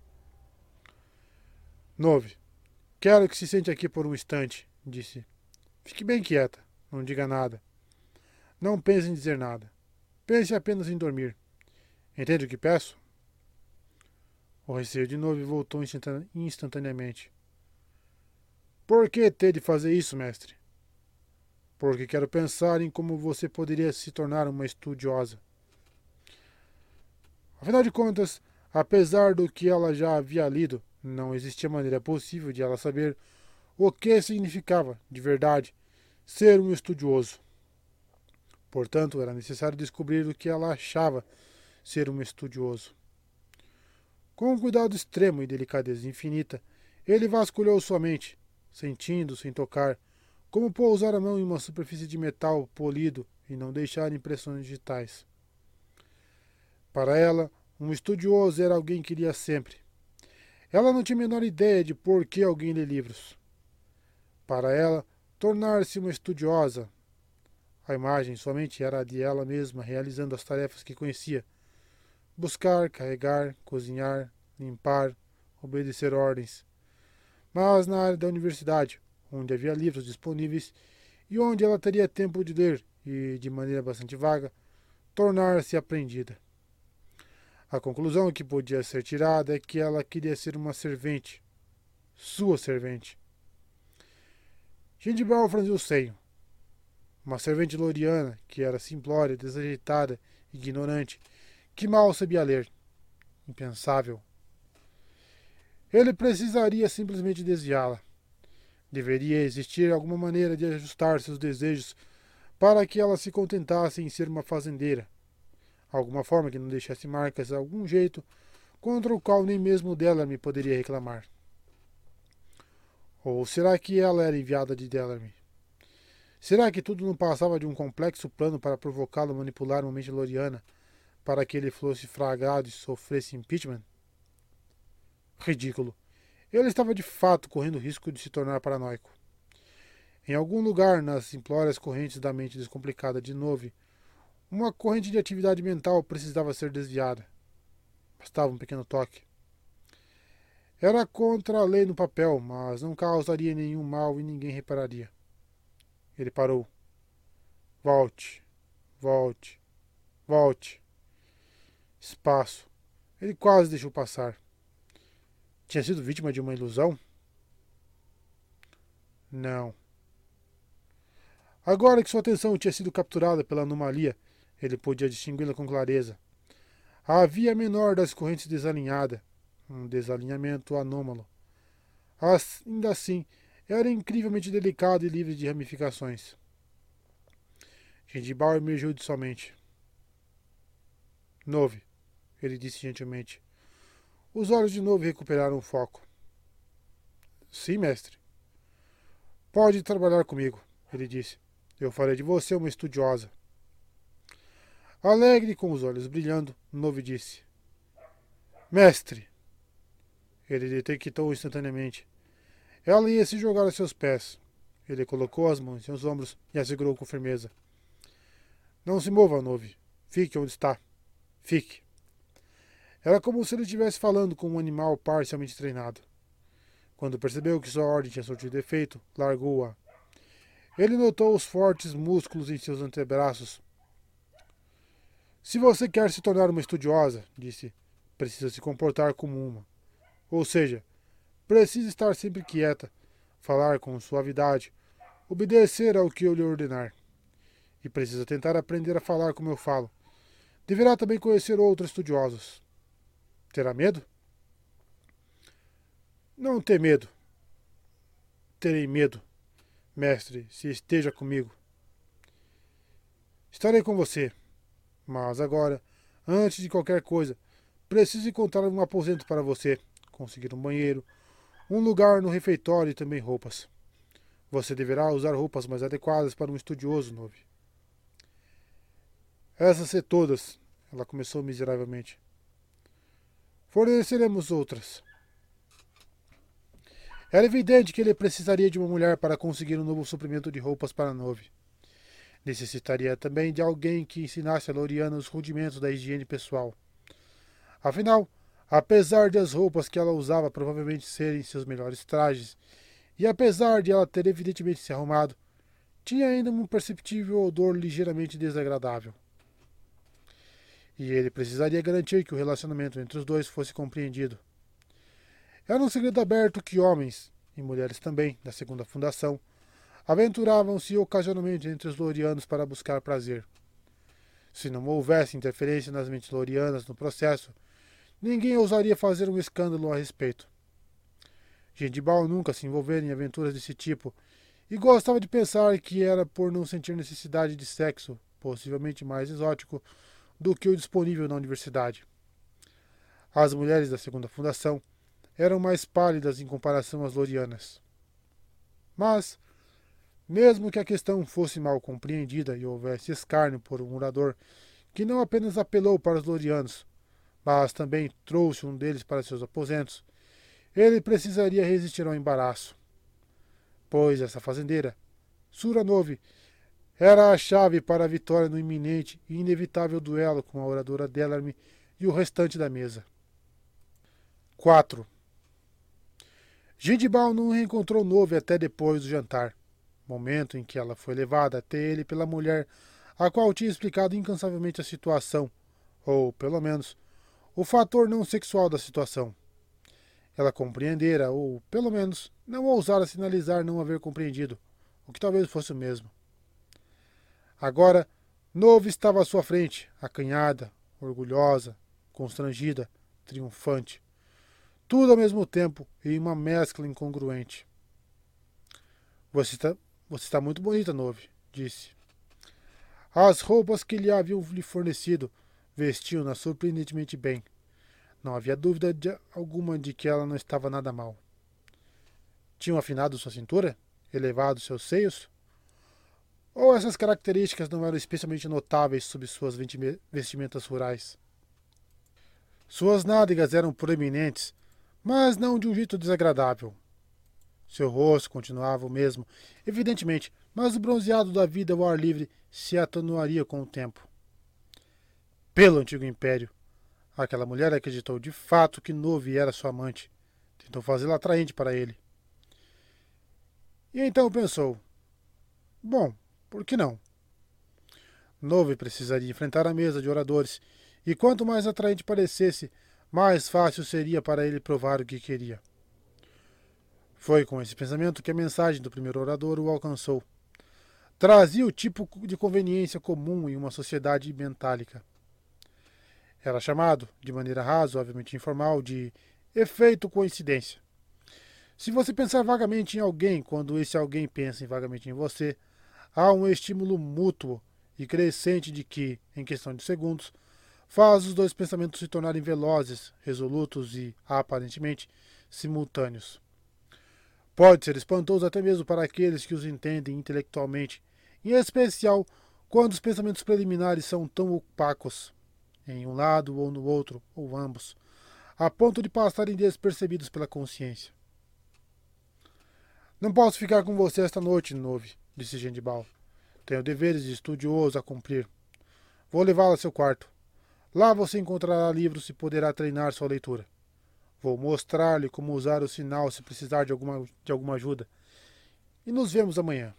9. Quero que se sente aqui por um instante, disse. Fique bem quieta. Não diga nada. Não pense em dizer nada. Pense apenas em dormir. Entende o que peço? O receio de Nove voltou instantaneamente. Por que ter de fazer isso, mestre? Porque quero pensar em como você poderia se tornar uma estudiosa. Afinal de contas, apesar do que ela já havia lido, não existia maneira possível de ela saber o que significava, de verdade, ser um estudioso. Portanto, era necessário descobrir o que ela achava ser um estudioso. Com um cuidado extremo e delicadeza infinita, ele vasculhou sua mente, sentindo, sem tocar, como pousar a mão em uma superfície de metal polido e não deixar impressões digitais. Para ela, um estudioso era alguém que lia sempre. Ela não tinha a menor ideia de por que alguém lê livros. Para ela, tornar-se uma estudiosa, a imagem somente era a de ela mesma realizando as tarefas que conhecia. Buscar, carregar, cozinhar, limpar, obedecer ordens. Mas na área da universidade, onde havia livros disponíveis e onde ela teria tempo de ler e, de maneira bastante vaga, tornar-se aprendida. A conclusão que podia ser tirada é que ela queria ser uma servente, sua servente. Gendival franziu o seio. Uma servente loriana, que era simplória, desajeitada, ignorante, que mal sabia ler. Impensável. Ele precisaria simplesmente desviá-la. Deveria existir alguma maneira de ajustar seus desejos para que ela se contentasse em ser uma fazendeira. Alguma forma que não deixasse marcas, algum jeito contra o qual nem mesmo Delamy poderia reclamar. Ou será que ela era enviada de Delamy? Será que tudo não passava de um complexo plano para provocá-lo a manipular uma mente loriana para que ele fosse flagrado e sofresse impeachment? Ridículo. Ele estava de fato correndo o risco de se tornar paranoico. Em algum lugar nas simplórias correntes da mente descomplicada de Nove, uma corrente de atividade mental precisava ser desviada. Bastava um pequeno toque. Era contra a lei no papel, mas não causaria nenhum mal e ninguém repararia. Ele parou. Volte, volte, volte. Espaço. Ele quase deixou passar. Tinha sido vítima de uma ilusão? Não. Agora que sua atenção tinha sido capturada pela anomalia, ele podia distingui-la com clareza. Havia a menor das correntes desalinhada, um desalinhamento anômalo. Ainda assim, era incrivelmente delicado e livre de ramificações. Gendival emergiu de sua mente. Nove, ele disse gentilmente. Os olhos de Nove recuperaram o foco. Sim, mestre. Pode trabalhar comigo, ele disse. Eu farei de você uma estudiosa. Alegre, com os olhos brilhando, Nove disse. Mestre! Ele detectou instantaneamente. Ela ia se jogar a seus pés. Ele colocou as mãos em seus ombros e a segurou com firmeza. Não se mova, Nove. Fique onde está. Fique. Era como se ele estivesse falando com um animal parcialmente treinado. Quando percebeu que sua ordem tinha surtido efeito, largou-a. Ele notou os fortes músculos em seus antebraços. Se você quer se tornar uma estudiosa, disse, precisa se comportar como uma. Ou seja, precisa estar sempre quieta, falar com suavidade, obedecer ao que eu lhe ordenar. E precisa tentar aprender a falar como eu falo. Deverá também conhecer outros estudiosos. Terá medo? Não ter medo. Terei medo, mestre, se esteja comigo. Estarei com você. Mas agora, antes de qualquer coisa, preciso encontrar um aposento para você, conseguir um banheiro, um lugar no refeitório e também roupas. Você deverá usar roupas mais adequadas para um estudioso, Nove. Essas ser todas, ela começou miseravelmente. Forneceremos outras. Era evidente que ele precisaria de uma mulher para conseguir um novo suprimento de roupas para Nove. Necessitaria também de alguém que ensinasse a Loriana os rudimentos da higiene pessoal. Afinal, apesar de as roupas que ela usava provavelmente serem seus melhores trajes, e apesar de ela ter evidentemente se arrumado, tinha ainda um perceptível odor ligeiramente desagradável. E ele precisaria garantir que o relacionamento entre os dois fosse compreendido. Era um segredo aberto que homens, e mulheres também, da segunda fundação, aventuravam-se ocasionalmente entre os lorianos para buscar prazer. Se não houvesse interferência nas mentes lorianas no processo, ninguém ousaria fazer um escândalo a respeito. Gendibal nunca se envolvera em aventuras desse tipo e gostava de pensar que era por não sentir necessidade de sexo, possivelmente mais exótico, do que o disponível na universidade. As mulheres da segunda fundação eram mais pálidas em comparação às lorianas. Mas, mesmo que a questão fosse mal compreendida e houvesse escárnio por um orador que não apenas apelou para os lorianos, mas também trouxe um deles para seus aposentos, ele precisaria resistir ao embaraço. Pois essa fazendeira, Sura Nove, era a chave para a vitória no iminente e inevitável duelo com a oradora Delarme e o restante da mesa. 4. Gendibal não reencontrou Nove até depois do jantar, momento em que ela foi levada até ele pela mulher a qual tinha explicado incansavelmente a situação, ou, pelo menos, o fator não sexual da situação. Ela compreendera, ou, pelo menos, não ousara sinalizar não haver compreendido, o que talvez fosse o mesmo. Agora, Nove estava à sua frente, acanhada, orgulhosa, constrangida, triunfante. Tudo ao mesmo tempo, em uma mescla incongruente. Você está muito bonita, Nove, disse. As roupas que lhe haviam lhe fornecido vestiam-na surpreendentemente bem. Não havia dúvida alguma de que ela não estava nada mal. Tinham afinado sua cintura? Elevado seus seios? Ou essas características não eram especialmente notáveis sob suas vestimentas rurais? Suas nádegas eram proeminentes, mas não de um jeito desagradável. Seu rosto continuava o mesmo, evidentemente, mas o bronzeado da vida ao ar livre se atenuaria com o tempo. Pelo antigo império, aquela mulher acreditou de fato que Nove era sua amante. Tentou fazê-la atraente para ele. E então pensou: bom, por que não? Nove precisaria enfrentar a mesa de oradores, e quanto mais atraente parecesse, mais fácil seria para ele provar o que queria. Foi com esse pensamento que a mensagem do primeiro orador o alcançou. Trazia o tipo de conveniência comum em uma sociedade mentálica. Era chamado, de maneira razoavelmente informal, de efeito coincidência. Se você pensar vagamente em alguém quando esse alguém pensa vagamente em você, há um estímulo mútuo e crescente de que, em questão de segundos, faz os dois pensamentos se tornarem velozes, resolutos e, aparentemente, simultâneos. Pode ser espantoso até mesmo para aqueles que os entendem intelectualmente, em especial quando os pensamentos preliminares são tão opacos, em um lado ou no outro, ou ambos, a ponto de passarem despercebidos pela consciência. Não posso ficar com você esta noite, Nove, disse Gendibal. Tenho deveres de estudioso a cumprir. Vou levá-la a seu quarto. Lá você encontrará livros e poderá treinar sua leitura. Vou mostrar-lhe como usar o sinal se precisar de alguma ajuda. E nos vemos amanhã.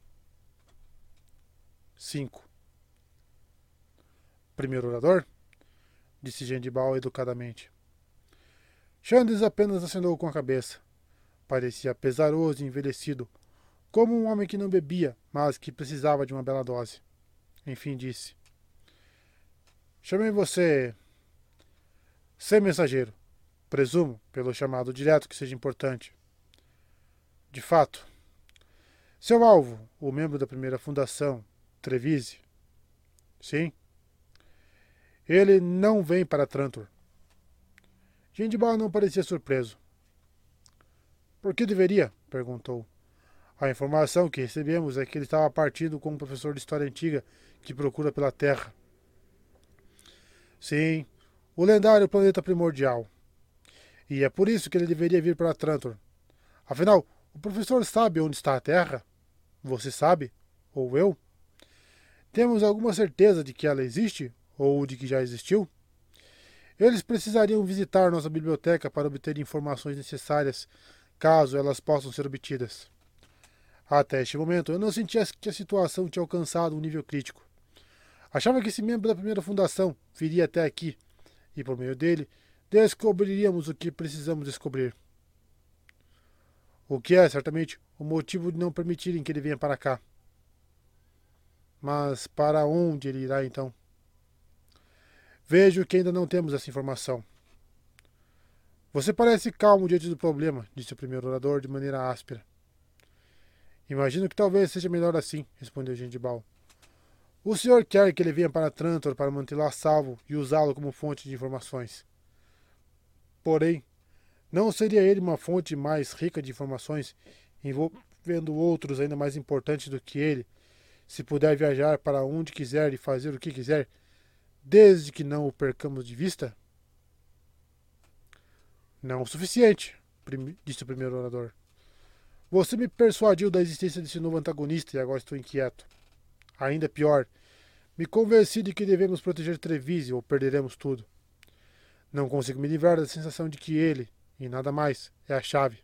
5. Primeiro orador? Disse Gendibal educadamente. Xandes apenas acenou com a cabeça. Parecia pesaroso e envelhecido, como um homem que não bebia, mas que precisava de uma bela dose. Enfim disse. Chamei você... Ser mensageiro. Presumo, pelo chamado direto, que seja importante. De fato. Seu alvo, o membro da primeira fundação, Trevise. Sim. Ele não vem para Trantor. Gendibal não parecia surpreso. Por que deveria? Perguntou. A informação que recebemos é que ele estava partindo com um professor de história antiga que procura pela Terra. Sim, o lendário planeta primordial. E é por isso que ele deveria vir para Trantor. Afinal, o professor sabe onde está a Terra? Você sabe? Ou eu? Temos alguma certeza de que ela existe? Ou de que já existiu? Eles precisariam visitar nossa biblioteca para obter informações necessárias, caso elas possam ser obtidas. Até este momento, eu não sentia que a situação tinha alcançado um nível crítico. Achava que esse membro da primeira fundação viria até aqui, e por meio dele, descobriríamos o que precisamos descobrir. O que é, certamente, o motivo de não permitirem que ele venha para cá. Mas para onde ele irá, então? Vejo que ainda não temos essa informação. Você parece calmo diante do problema, disse o primeiro orador de maneira áspera. Imagino que talvez seja melhor assim, respondeu Gendibal. O senhor quer que ele venha para Trantor para mantê-lo a salvo e usá-lo como fonte de informações. Porém, não seria ele uma fonte mais rica de informações, envolvendo outros ainda mais importantes do que ele, se puder viajar para onde quiser e fazer o que quiser, desde que não o percamos de vista? Não o suficiente, disse o primeiro orador. Você me persuadiu da existência desse novo antagonista e agora estou inquieto. Ainda pior, me convenci de que devemos proteger Trevise ou perderemos tudo. Não consigo me livrar da sensação de que ele, e nada mais, é a chave.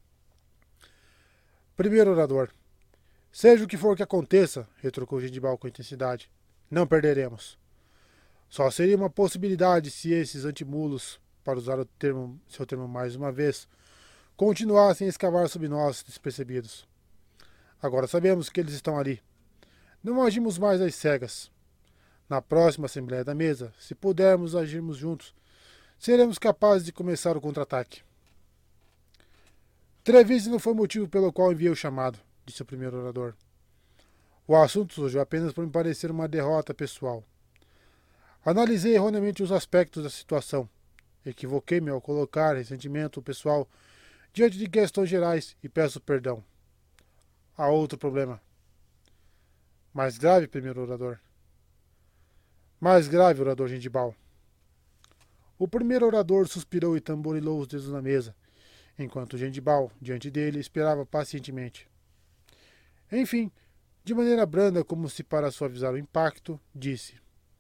Primeiro orador. Seja o que for que aconteça, retrucou Gendibal com intensidade, não perderemos. Só seria uma possibilidade se esses antimulos, para usar seu termo mais uma vez, continuassem a escavar sob nós despercebidos. Agora sabemos que eles estão ali. Não agimos mais às cegas. Na próxima Assembleia da Mesa, se pudermos agirmos juntos, seremos capazes de começar o contra-ataque. Trevise não foi o motivo pelo qual enviei o chamado, disse o primeiro orador. O assunto surgiu apenas por me parecer uma derrota pessoal. Analisei erroneamente os aspectos da situação. Equivoquei-me ao colocar ressentimento pessoal diante de questões gerais e peço perdão. Há outro problema. Mais grave, primeiro orador. Mais grave, orador Gendibal. O primeiro orador suspirou e tamborilou os dedos na mesa, enquanto Gendibal, diante dele, esperava pacientemente. Enfim, de maneira branda, como se para suavizar o impacto, disse.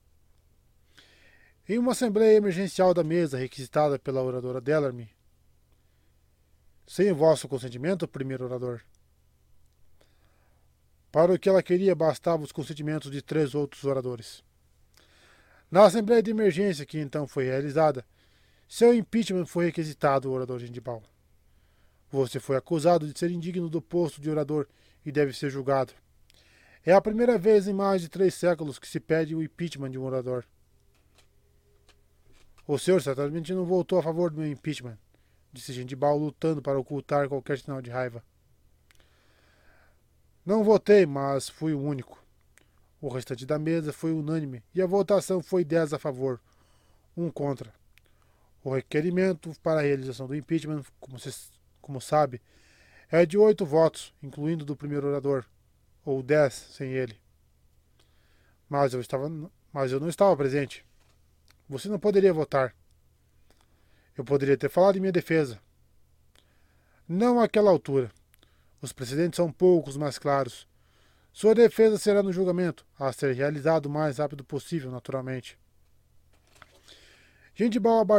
Em uma assembleia emergencial da mesa requisitada pela oradora Dellarme, sem o vosso consentimento, primeiro orador. Para o que ela queria, bastava os consentimentos de 3 outros oradores. Na assembleia de emergência que então foi realizada, seu impeachment foi requisitado, orador Gendibal. Você foi acusado de ser indigno do posto de orador e deve ser julgado. É a primeira vez em mais de 3 séculos que se pede o impeachment de um orador. O senhor certamente não votou a favor do meu impeachment, disse Gendibal, lutando para ocultar qualquer sinal de raiva. Não votei, mas fui o único. O restante da mesa foi unânime e a votação foi 10 a favor, 1 contra. O requerimento para a realização do impeachment, como sabe, é de 8 votos, incluindo do primeiro orador, ou 10 sem ele. Mas eu não estava presente. Você não poderia votar. Eu poderia ter falado em minha defesa. Não àquela altura. Os precedentes são poucos, mas claros. Sua defesa será no julgamento, a ser realizado o mais rápido possível, naturalmente. Gendibal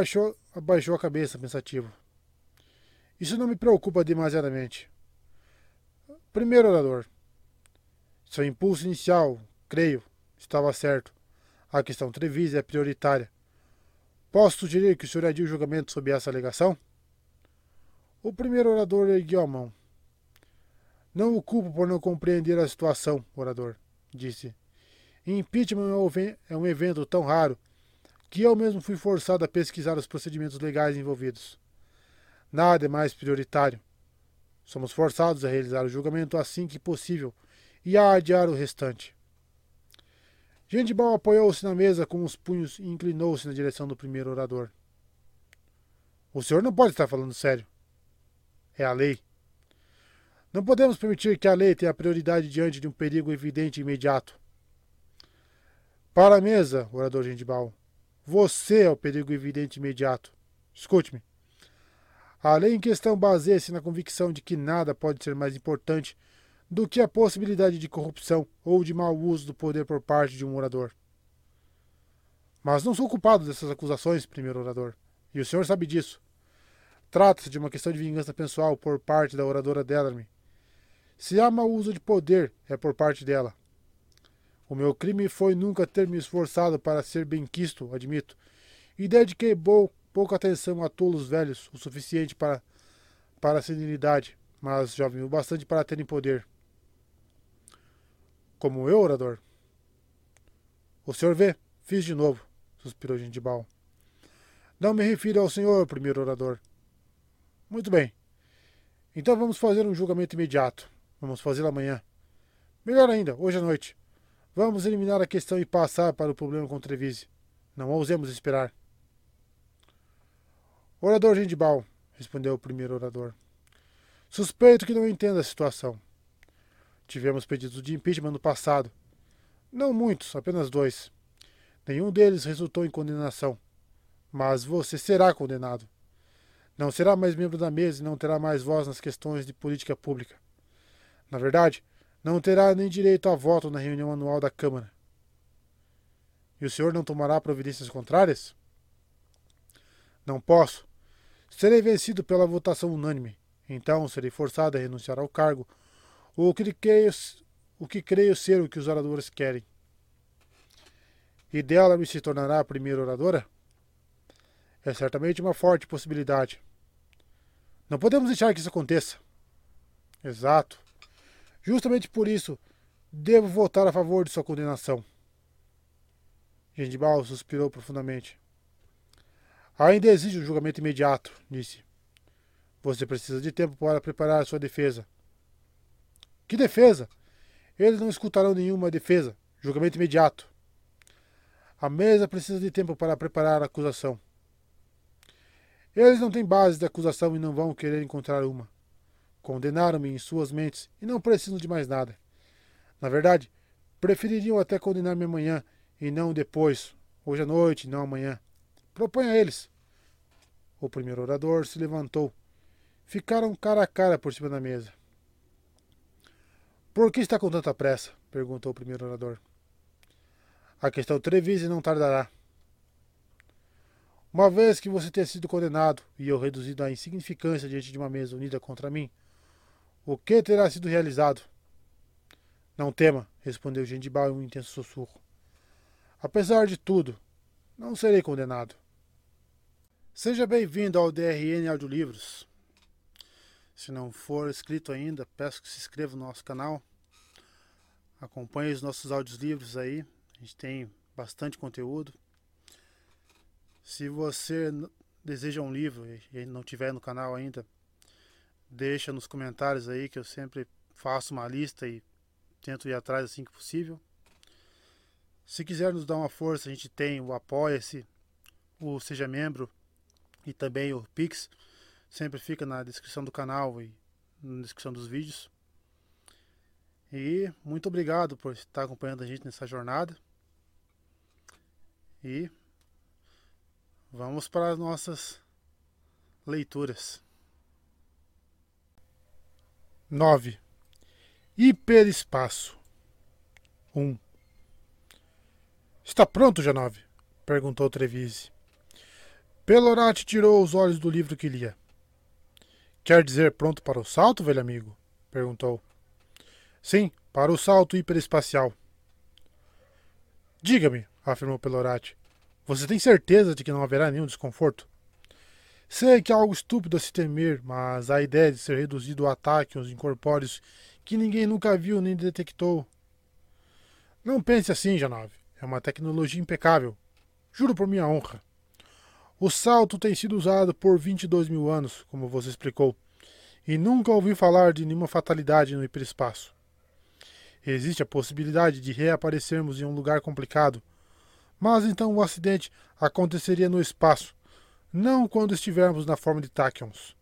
abaixou a cabeça, pensativo. Isso não me preocupa demasiadamente. Primeiro orador. Seu impulso inicial, creio, estava certo. A questão Treviso é prioritária. Posso sugerir que o senhor adie o julgamento sob essa alegação? O primeiro orador ergueu a mão. Não o culpo por não compreender a situação, orador, disse. Impeachment é um evento tão raro que eu mesmo fui forçado a pesquisar os procedimentos legais envolvidos. Nada é mais prioritário. Somos forçados a realizar o julgamento assim que possível e a adiar o restante. Gendibaum apoiou-se na mesa com os punhos e inclinou-se na direção do primeiro orador. O senhor não pode estar falando sério. É a lei. Não podemos permitir que a lei tenha prioridade diante de um perigo evidente e imediato. Para a mesa, orador Gendibaum, você é o perigo evidente e imediato. Escute-me. A lei em questão baseia-se na convicção de que nada pode ser mais importante do que a possibilidade de corrupção ou de mau uso do poder por parte de um orador. Mas não sou culpado dessas acusações, primeiro orador, e o senhor sabe disso. Trata-se de uma questão de vingança pessoal por parte da oradora Delamy. Se há mau uso de poder, é por parte dela. O meu crime foi nunca ter me esforçado para ser benquisto, admito, e dediquei pouca atenção a tolos velhos, o suficiente para a senilidade, mas jovem o bastante para terem poder. Como eu, orador? O senhor vê, fiz de novo, suspirou Gendibaum. Não me refiro ao senhor, primeiro orador. Muito bem. Então vamos fazer um julgamento imediato. Vamos fazê-lo amanhã. Melhor ainda, hoje à noite. Vamos eliminar a questão e passar para o problema com Treviso. Não ousemos esperar. Orador Gendibaum, respondeu o primeiro orador. Suspeito que não entenda a situação. Tivemos pedidos de impeachment no passado. Não muitos, apenas 2. Nenhum deles resultou em condenação. Mas você será condenado. Não será mais membro da mesa e não terá mais voz nas questões de política pública. Na verdade, não terá nem direito a voto na reunião anual da Câmara. E o senhor não tomará providências contrárias? Não posso. Serei vencido pela votação unânime. Então serei forçado a renunciar ao cargo, o que creio ser o que os oradores querem. E dela me se tornará a primeira oradora? É certamente uma forte possibilidade. Não podemos deixar que isso aconteça. Exato. Justamente por isso, devo votar a favor de sua condenação. Gendibaum suspirou profundamente. Ainda exige um julgamento imediato, disse. Você precisa de tempo para preparar sua defesa. Que defesa? Eles não escutarão nenhuma defesa. Julgamento imediato. A mesa precisa de tempo para preparar a acusação. Eles não têm base de acusação e não vão querer encontrar uma. Condenaram-me em suas mentes e não precisam de mais nada. Na verdade, prefeririam até condenar-me amanhã e não depois, hoje à noite e não amanhã. Proponha a eles. O primeiro orador se levantou. Ficaram cara a cara por cima da mesa. Por que está com tanta pressa? Perguntou o primeiro orador. A questão Treviso não tardará. Uma vez que você tenha sido condenado e eu reduzido à insignificância diante de uma mesa unida contra mim, o que terá sido realizado? Não tema, respondeu Gendibaum em um intenso sussurro. Apesar de tudo, não serei condenado. Seja bem-vindo ao DRN Audiolivros. Se não for inscrito ainda, peço que se inscreva no nosso canal. Acompanhe os nossos audiolivros aí. A gente tem bastante conteúdo. Se você deseja um livro e não tiver no canal ainda, deixa nos comentários aí que eu sempre faço uma lista e tento ir atrás assim que possível. Se quiser nos dar uma força, a gente tem o Apoia-se, o Seja Membro e também o Pix. Sempre fica na descrição do canal e na descrição dos vídeos. E muito obrigado por estar acompanhando a gente nessa jornada. E vamos para as nossas leituras. 9. Hiperespaço. 1. Está pronto, G9? Perguntou Treviso. Pelorati tirou os olhos do livro que lia. Quer dizer pronto para o salto, velho amigo? Perguntou. Sim, para o salto hiperespacial. Diga-me, afirmou Pelorati, você tem certeza de que não haverá nenhum desconforto? Sei que é algo estúpido a se temer, mas a ideia de ser reduzido a táquions incorpóreos que ninguém nunca viu nem detectou. Não pense assim, Janove. É uma tecnologia impecável. Juro por minha honra. O salto tem sido usado por 22 mil anos, como você explicou, e nunca ouvi falar de nenhuma fatalidade no hiperespaço. Existe a possibilidade de reaparecermos em um lugar complicado, mas então o acidente aconteceria no espaço, não quando estivermos na forma de táquions.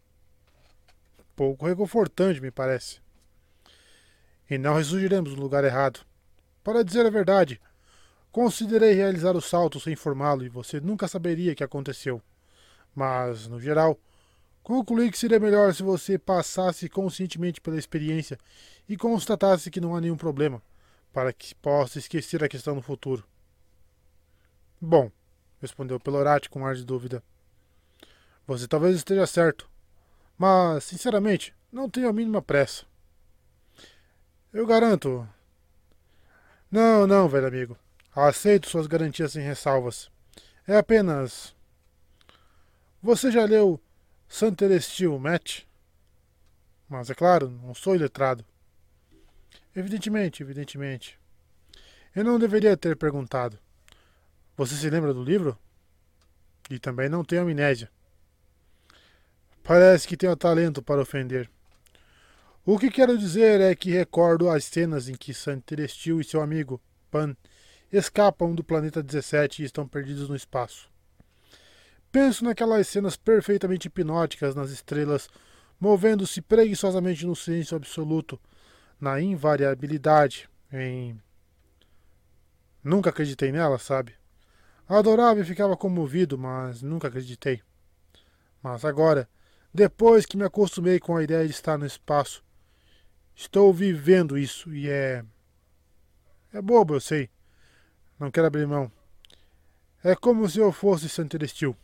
Pouco reconfortante, me parece. E não ressurgiremos no lugar errado. Para dizer a verdade, considerei realizar o salto sem informá-lo e você nunca saberia o que aconteceu. Mas, no geral, concluí que seria melhor se você passasse conscientemente pela experiência e constatasse que não há nenhum problema, para que possa esquecer a questão no futuro. Bom, respondeu Pelorati com ar de dúvida. Você talvez esteja certo, mas, sinceramente, não tenho a mínima pressa. Eu garanto. Não, não, velho amigo. Aceito suas garantias sem ressalvas. É apenas. Você já leu Santerestil Match? Mas é claro, não sou iletrado. Evidentemente, evidentemente. Eu não deveria ter perguntado. Você se lembra do livro? E também não tenho amnésia. Parece que tenho talento para ofender. O que quero dizer é que recordo as cenas em que Santerestil e seu amigo, Pan, escapam do planeta 17 e estão perdidos no espaço. Penso naquelas cenas perfeitamente hipnóticas nas estrelas, movendo-se preguiçosamente no silêncio absoluto, na invariabilidade, em... Nunca acreditei nela, sabe? Adorava e ficava comovido, mas nunca acreditei. Mas agora, depois que me acostumei com a ideia de estar no espaço, estou vivendo isso e é... É bobo, eu sei. Não quero abrir mão. É como se eu fosse Santerestil.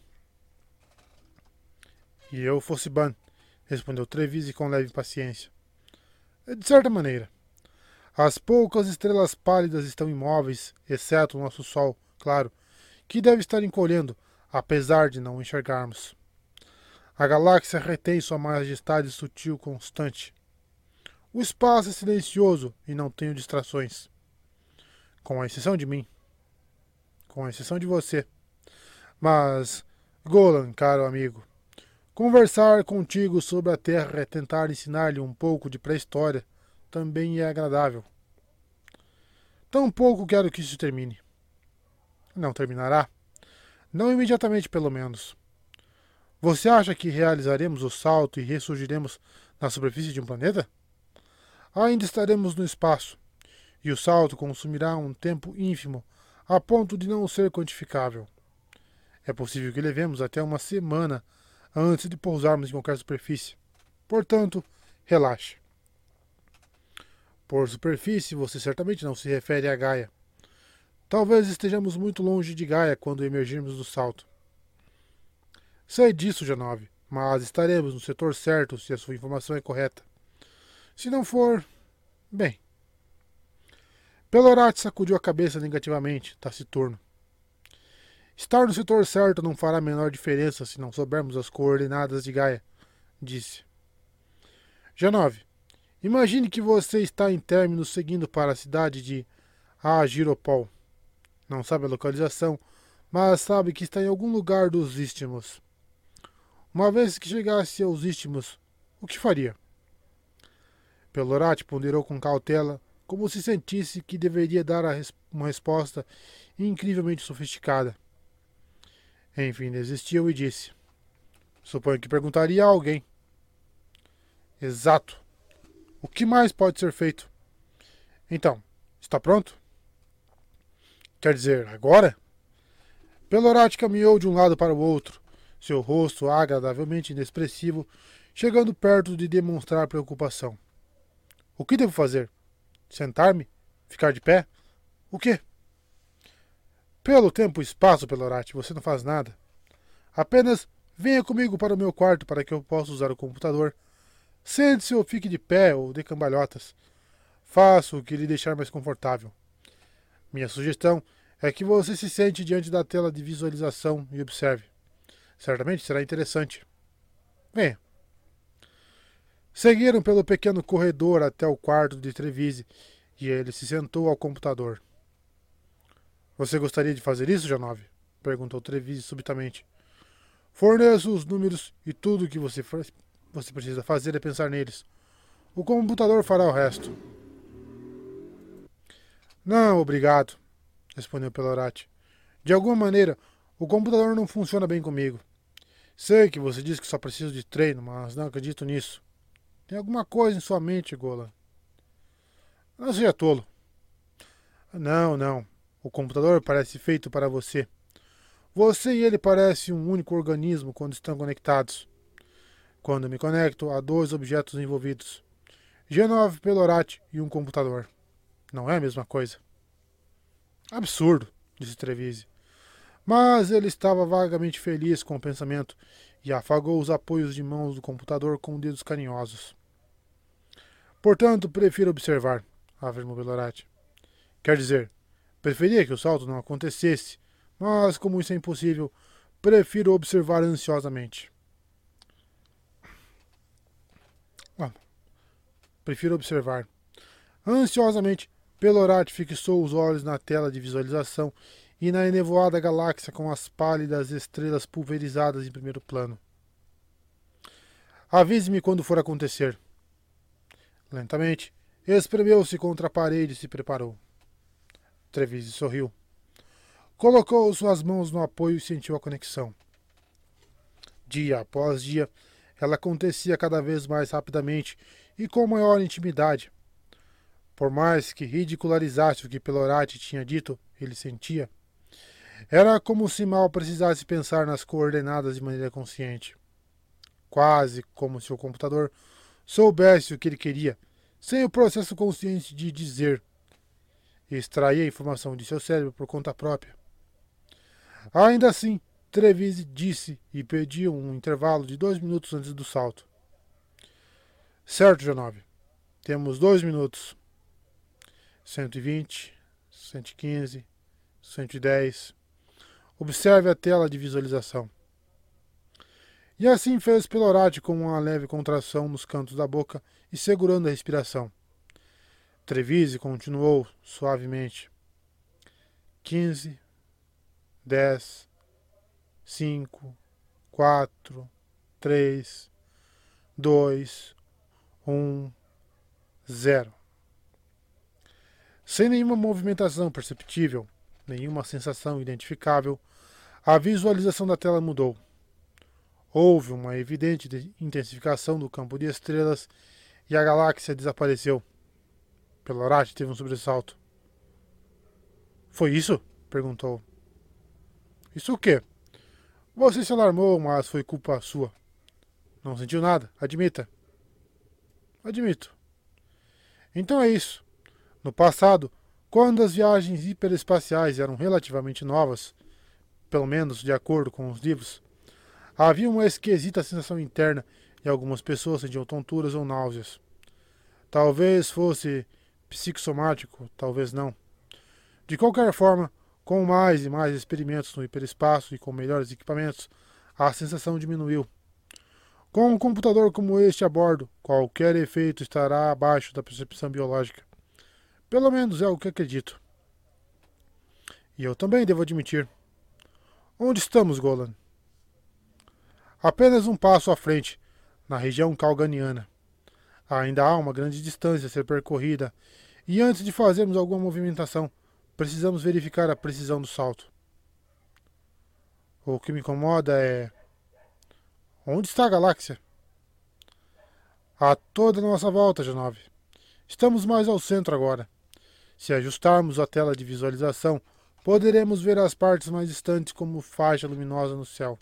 E eu fosse Ban, respondeu Treviso com leve impaciência. De certa maneira. As poucas estrelas pálidas estão imóveis, exceto o nosso Sol, claro, que deve estar encolhendo, apesar de não enxergarmos. A galáxia retém sua majestade sutil constante. O espaço é silencioso e não tenho distrações. Com exceção de mim. Com exceção de você. Mas, Golan, caro amigo, conversar contigo sobre a Terra é tentar ensinar-lhe um pouco de pré-história. Também é agradável. Tampouco quero que isso termine. Não terminará. Não imediatamente, pelo menos. Você acha que realizaremos o salto e ressurgiremos na superfície de um planeta? Ainda estaremos no espaço, e o salto consumirá um tempo ínfimo, a ponto de não ser quantificável. É possível que levemos até uma semana antes de pousarmos em qualquer superfície. Portanto, relaxe. Por superfície, você certamente não se refere a Gaia. Talvez estejamos muito longe de Gaia quando emergirmos do salto. Sei disso, Janove, mas estaremos no setor certo se a sua informação é correta. Se não for, bem. Pelorati sacudiu a cabeça negativamente, taciturno. Estar no setor certo não fará a menor diferença se não soubermos as coordenadas de Gaia, disse. Janove, imagine que você está em término seguindo para a cidade de Agiropol. Não sabe a localização, mas sabe que está em algum lugar dos Istmos. Uma vez que chegasse aos Istmos, o que faria? Pelorati ponderou com cautela, como se sentisse que deveria dar uma resposta incrivelmente sofisticada. Enfim, desistiu e disse. Suponho que perguntaria a alguém. Exato. O que mais pode ser feito? Então, está pronto? Quer dizer, agora? Pelorati caminhou de um lado para o outro, seu rosto agradavelmente inexpressivo, chegando perto de demonstrar preocupação. O que devo fazer? Sentar-me? Ficar de pé? O quê? Pelo tempo e espaço, Pelorati, você não faz nada. Apenas venha comigo para o meu quarto para que eu possa usar o computador. Sente-se ou fique de pé ou de cambalhotas. Faça o que lhe deixar mais confortável. Minha sugestão é que você se sente diante da tela de visualização e observe. Certamente será interessante. Venha. Seguiram pelo pequeno corredor até o quarto de Trevize e ele se sentou ao computador. Você gostaria de fazer isso, Janove? Perguntou Trevize subitamente. Forneço os números e tudo o que você precisa fazer é pensar neles. O computador fará o resto. Não, obrigado, respondeu Pelorati. De alguma maneira, o computador não funciona bem comigo. Sei que você diz que só preciso de treino, mas não acredito nisso. Tem alguma coisa em sua mente, Golan. Não seja tolo. Não, não. O computador parece feito para você. Você e ele parecem um único organismo quando estão conectados. Quando me conecto, há dois objetos envolvidos. G9 Pelorati e um computador. Não é a mesma coisa. Absurdo, disse Trevize. Mas ele estava vagamente feliz com o pensamento e afagou os apoios de mãos do computador com dedos carinhosos. Portanto, prefiro observar, afirmou Pelorati. Quer dizer, preferia que o salto não acontecesse, mas como isso é impossível, prefiro observar ansiosamente. Prefiro observar. Ansiosamente, Pelorati fixou os olhos na tela de visualização e na enevoada galáxia com as pálidas estrelas pulverizadas em primeiro plano. Avise-me quando for acontecer. Lentamente, espremeu-se contra a parede e se preparou. Trevize sorriu. Colocou suas mãos no apoio e sentiu a conexão. Dia após dia, ela acontecia cada vez mais rapidamente e com maior intimidade. Por mais que ridicularizasse o que Pelorati tinha dito, ele sentia. Era como se mal precisasse pensar nas coordenadas de maneira consciente. Quase como se o computador soubesse o que ele queria, sem o processo consciente de dizer. E extraía a informação de seu cérebro por conta própria. Ainda assim, Trevize disse e pediu um intervalo de 2 minutos antes do salto. Certo, G9. Temos 2 minutos. 120, 115, 110. Observe a tela de visualização. E assim fez Pelorati com uma leve contração nos cantos da boca e segurando a respiração. Trevize continuou suavemente. 15, 10, 5, 4, 3, 2, 1, 0. Sem nenhuma movimentação perceptível, nenhuma sensação identificável, a visualização da tela mudou. Houve uma evidente intensificação do campo de estrelas e a galáxia desapareceu. Pelorati teve um sobressalto. Foi isso? Perguntou. Isso o quê? Você se alarmou, mas foi culpa sua. Não sentiu nada, admita. Admito. Então é isso. No passado, quando as viagens hiperespaciais eram relativamente novas, pelo menos de acordo com os livros, havia uma esquisita sensação interna e algumas pessoas sentiam tonturas ou náuseas. Talvez fosse psicossomático, talvez não. De qualquer forma, com mais e mais experimentos no hiperespaço e com melhores equipamentos, a sensação diminuiu. Com um computador como este a bordo, qualquer efeito estará abaixo da percepção biológica. Pelo menos é o que acredito. E eu também devo admitir. Onde estamos, Golan? Apenas um passo à frente, na região calganiana. Ainda há uma grande distância a ser percorrida, e antes de fazermos alguma movimentação, precisamos verificar a precisão do salto. O que me incomoda é... Onde está a galáxia? A toda a nossa volta, G9. Estamos mais ao centro agora. Se ajustarmos a tela de visualização, poderemos ver as partes mais distantes como faixa luminosa no céu.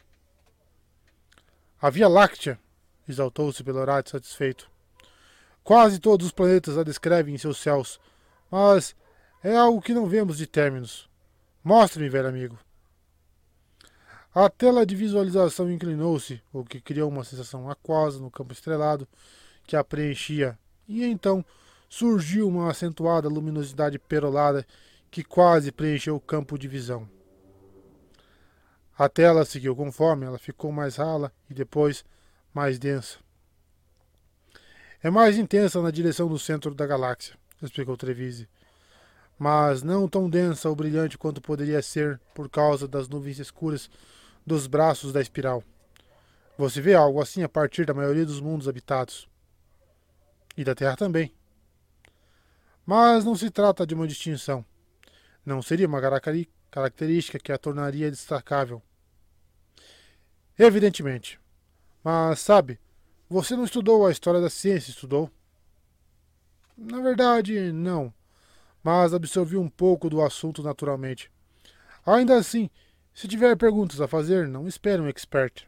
A Via Láctea, exaltou-se Pelorati satisfeito. Quase todos os planetas a descrevem em seus céus, mas é algo que não vemos de términos. Mostre-me, velho amigo. A tela de visualização inclinou-se, o que criou uma sensação aquosa no campo estrelado que a preenchia, e então surgiu uma acentuada luminosidade perolada que quase preencheu o campo de visão. A tela seguiu conforme, ela ficou mais rala e depois mais densa. É mais intensa na direção do centro da galáxia, explicou Trevise, mas não tão densa ou brilhante quanto poderia ser por causa das nuvens escuras dos braços da espiral. Você vê algo assim a partir da maioria dos mundos habitados. E da Terra também. Mas não se trata de uma distinção. Não seria uma característica que a tornaria destacável. Evidentemente. Mas, sabe, você não estudou a história da ciência, estudou? Na verdade, não. Mas absorvi um pouco do assunto naturalmente. Ainda assim, se tiver perguntas a fazer, não espere um expert.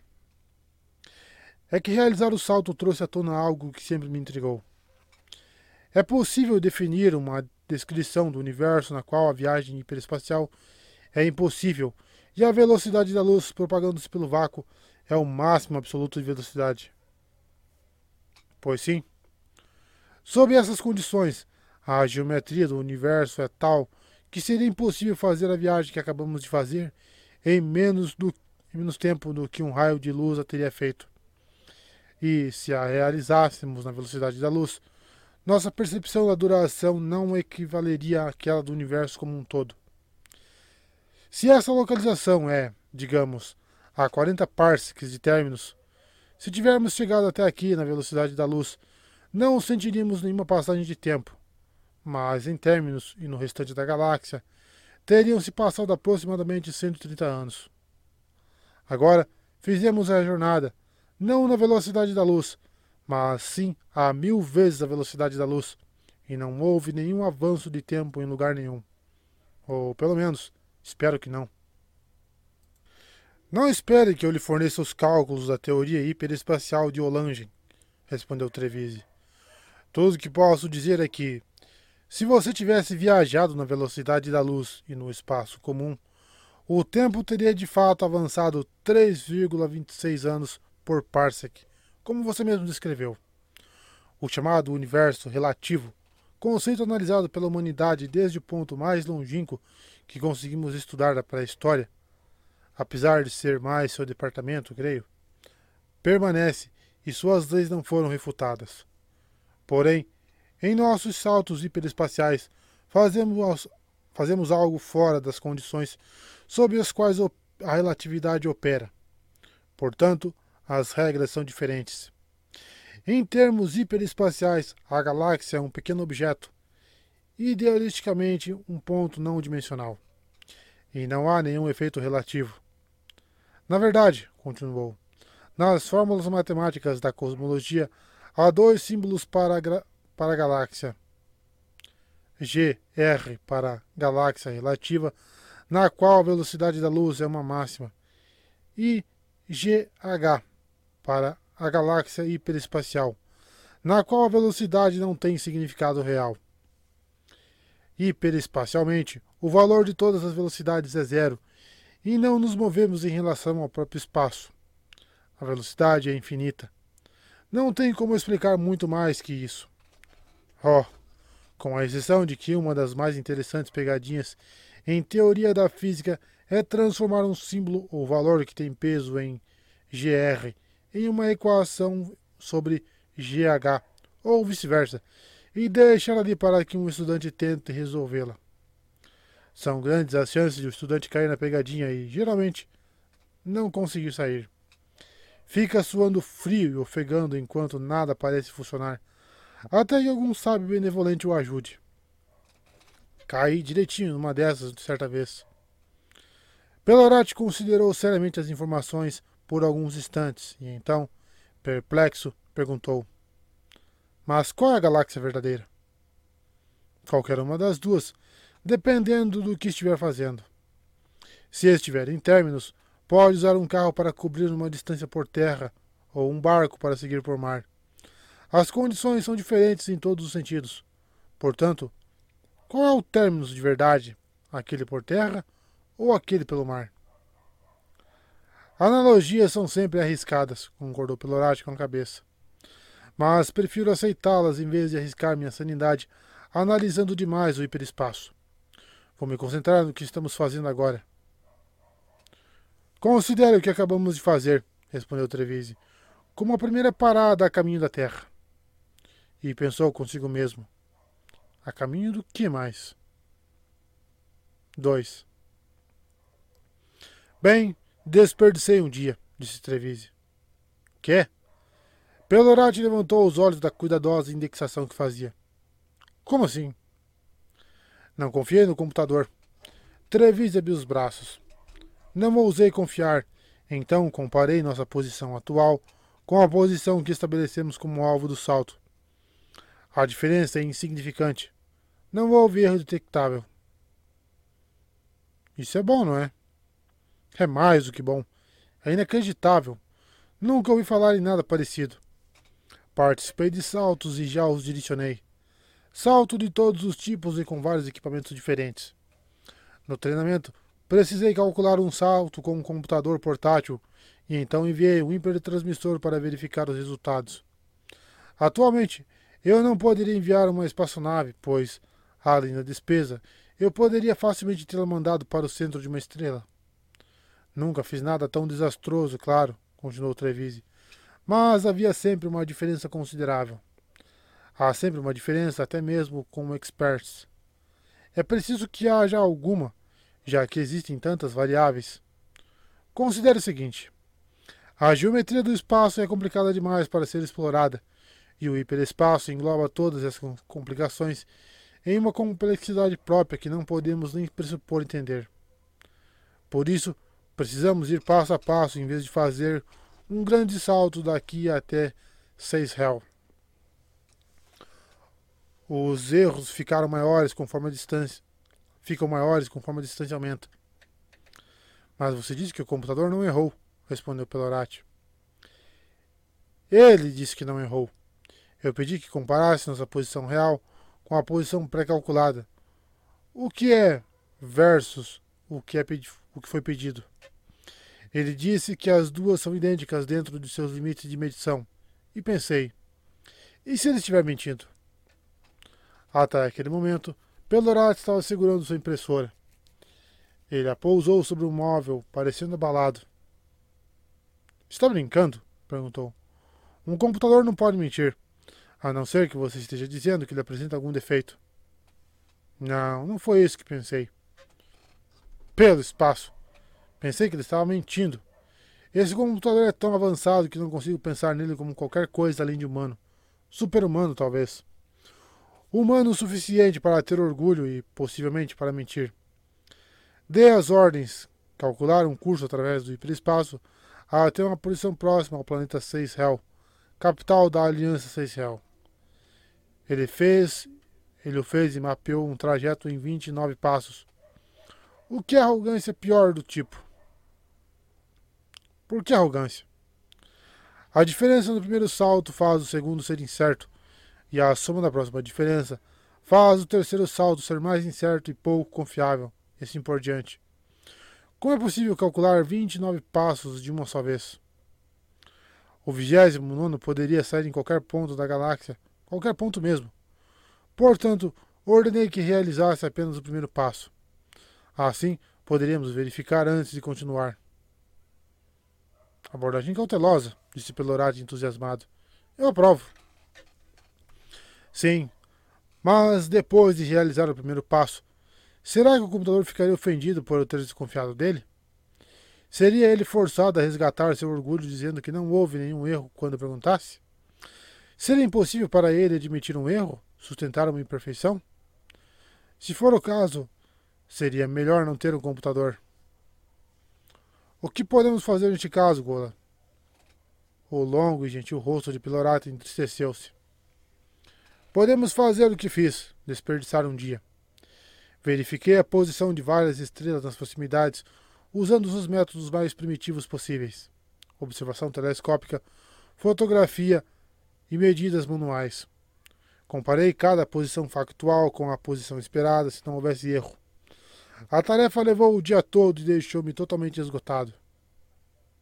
É que realizar o salto trouxe à tona algo que sempre me intrigou. É possível definir uma descrição do universo na qual a viagem hiperespacial é impossível e a velocidade da luz propagando-se pelo vácuo é o máximo absoluto de velocidade. Pois sim. Sob essas condições, a geometria do universo é tal que seria impossível fazer a viagem que acabamos de fazer em menos tempo do que um raio de luz a teria feito. E se a realizássemos na velocidade da luz, nossa percepção da duração não equivaleria àquela do universo como um todo. Se essa localização é, digamos, a 40 parsecs de términos, se tivermos chegado até aqui na velocidade da luz, não sentiríamos nenhuma passagem de tempo, mas em términos e no restante da galáxia, teriam se passado aproximadamente 130 anos. Agora, fizemos a jornada, não na velocidade da luz, mas sim a 1000 vezes a velocidade da luz, e não houve nenhum avanço de tempo em lugar nenhum. Ou, pelo menos, espero que não. Não espere que eu lhe forneça os cálculos da teoria hiperespacial de Olangen, respondeu Trevise. Tudo o que posso dizer é que, se você tivesse viajado na velocidade da luz e no espaço comum, o tempo teria de fato avançado 3,26 anos por parsec, como você mesmo descreveu. O chamado universo relativo, conceito analisado pela humanidade desde o ponto mais longínquo que conseguimos estudar da pré-história, apesar de ser mais seu departamento, creio, permanece e suas leis não foram refutadas. Porém, em nossos saltos hiperespaciais, fazemos algo fora das condições sob as quais a relatividade opera. Portanto, as regras são diferentes. Em termos hiperespaciais, a galáxia é um pequeno objeto, idealisticamente um ponto não dimensional. E não há nenhum efeito relativo. Na verdade, continuou, nas fórmulas matemáticas da cosmologia há dois símbolos para a galáxia. GR para galáxia relativa, na qual a velocidade da luz é uma máxima, e GH para a galáxia hiperespacial, na qual a velocidade não tem significado real. Hiperespacialmente, o valor de todas as velocidades é zero, e não nos movemos em relação ao próprio espaço. A velocidade é infinita. Não tem como explicar muito mais que isso. Oh, com a exceção de que uma das mais interessantes pegadinhas em teoria da física é transformar um símbolo ou valor que tem peso em GR em uma equação sobre GH, ou vice-versa, e deixar ali para que um estudante tente resolvê-la. São grandes as chances de o estudante cair na pegadinha e, geralmente, não conseguir sair. Fica suando frio e ofegando enquanto nada parece funcionar, até que algum sábio benevolente o ajude. Caí direitinho numa dessas certa vez. Pelorat considerou seriamente as informações por alguns instantes e então, perplexo, perguntou: Mas qual é a galáxia verdadeira? Qualquer uma das duas, dependendo do que estiver fazendo. Se estiver em términos, pode usar um carro para cobrir uma distância por terra ou um barco para seguir por mar. As condições são diferentes em todos os sentidos. Portanto, qual é o término de verdade? Aquele por terra ou aquele pelo mar? Analogias são sempre arriscadas, concordou Pelorati com a cabeça. Mas prefiro aceitá-las em vez de arriscar minha sanidade analisando demais o hiperespaço. Vou me concentrar no que estamos fazendo agora. Considere o que acabamos de fazer, respondeu Trevise, como a primeira parada a caminho da Terra. E pensou consigo mesmo. A caminho do que mais? 2. Bem, desperdicei um dia, disse Trevise. Quê? Pelorati levantou os olhos da cuidadosa indexação que fazia. Como assim? Não confiei no computador. Trevise abriu os braços. Não ousei confiar, então comparei nossa posição atual com a posição que estabelecemos como alvo do salto. A diferença é insignificante. Não houve erro detectável. Isso é bom, não é? É mais do que bom. É inacreditável. Nunca ouvi falar em nada parecido. Participei de saltos e já os direcionei. Salto de todos os tipos e com vários equipamentos diferentes. No treinamento, precisei calcular um salto com um computador portátil e então enviei um hipertransmissor para verificar os resultados. Atualmente, eu não poderia enviar uma espaçonave, pois, além da despesa, eu poderia facilmente tê-la mandado para o centro de uma estrela. Nunca fiz nada tão desastroso, claro, continuou Trevise, mas havia sempre uma diferença considerável. Há sempre uma diferença, até mesmo com experts. É preciso que haja alguma, já que existem tantas variáveis. Considere o seguinte: a geometria do espaço é complicada demais para ser explorada, e o hiperespaço engloba todas essas complicações em uma complexidade própria que não podemos nem pressupor entender. Por isso, precisamos ir passo a passo em vez de fazer um grande salto daqui até 6 Hell. Os erros ficaram maiores conforme a distância. Ficam maiores conforme a distância aumenta. Mas você disse que o computador não errou, respondeu Pelorati. Ele disse que não errou. Eu pedi que comparasse nossa posição real com a posição pré-calculada. O que é versus o que foi pedido. Ele disse que as duas são idênticas dentro de seus limites de medição. E pensei, e se ele estiver mentindo? Até aquele momento, Pelorati estava segurando sua impressora. Ele a pousou sobre um móvel, parecendo abalado. Está brincando? Perguntou. Um computador não pode mentir, a não ser que você esteja dizendo que ele apresenta algum defeito. Não, não foi isso que pensei. Pelo espaço. Pensei que ele estava mentindo. Esse computador é tão avançado que não consigo pensar nele como qualquer coisa além de humano. Super-humano, talvez. Humano o suficiente para ter orgulho e, possivelmente, para mentir. Dê as ordens, calcular um curso através do hiperespaço até uma posição próxima ao planeta 6 Hell, capital da Aliança 6 Hell. Ele o fez e mapeou um trajeto em 29 passos. O que é arrogância pior do tipo? Por que arrogância? A diferença no primeiro salto faz o segundo ser incerto, e a soma da próxima diferença faz o terceiro salto ser mais incerto e pouco confiável, e assim por diante. Como é possível calcular 29 passos de uma só vez? O 29º poderia sair em qualquer ponto da galáxia, qualquer ponto mesmo. Portanto, ordenei que realizasse apenas o primeiro passo. Assim, poderíamos verificar antes de continuar. Abordagem cautelosa, disse Pelorati entusiasmado. Eu aprovo. Sim, mas depois de realizar o primeiro passo, será que o computador ficaria ofendido por eu ter desconfiado dele? Seria ele forçado a resgatar seu orgulho dizendo que não houve nenhum erro quando perguntasse? Seria impossível para ele admitir um erro, sustentar uma imperfeição? Se for o caso, seria melhor não ter um computador. O que podemos fazer neste caso, Golan? O longo e gentil rosto de Pelorati entristeceu-se. Podemos fazer o que fiz, desperdiçar um dia. Verifiquei a posição de várias estrelas nas proximidades, usando os métodos mais primitivos possíveis. Observação telescópica, fotografia e medidas manuais. Comparei cada posição factual com a posição esperada se não houvesse erro. A tarefa levou o dia todo e deixou-me totalmente esgotado.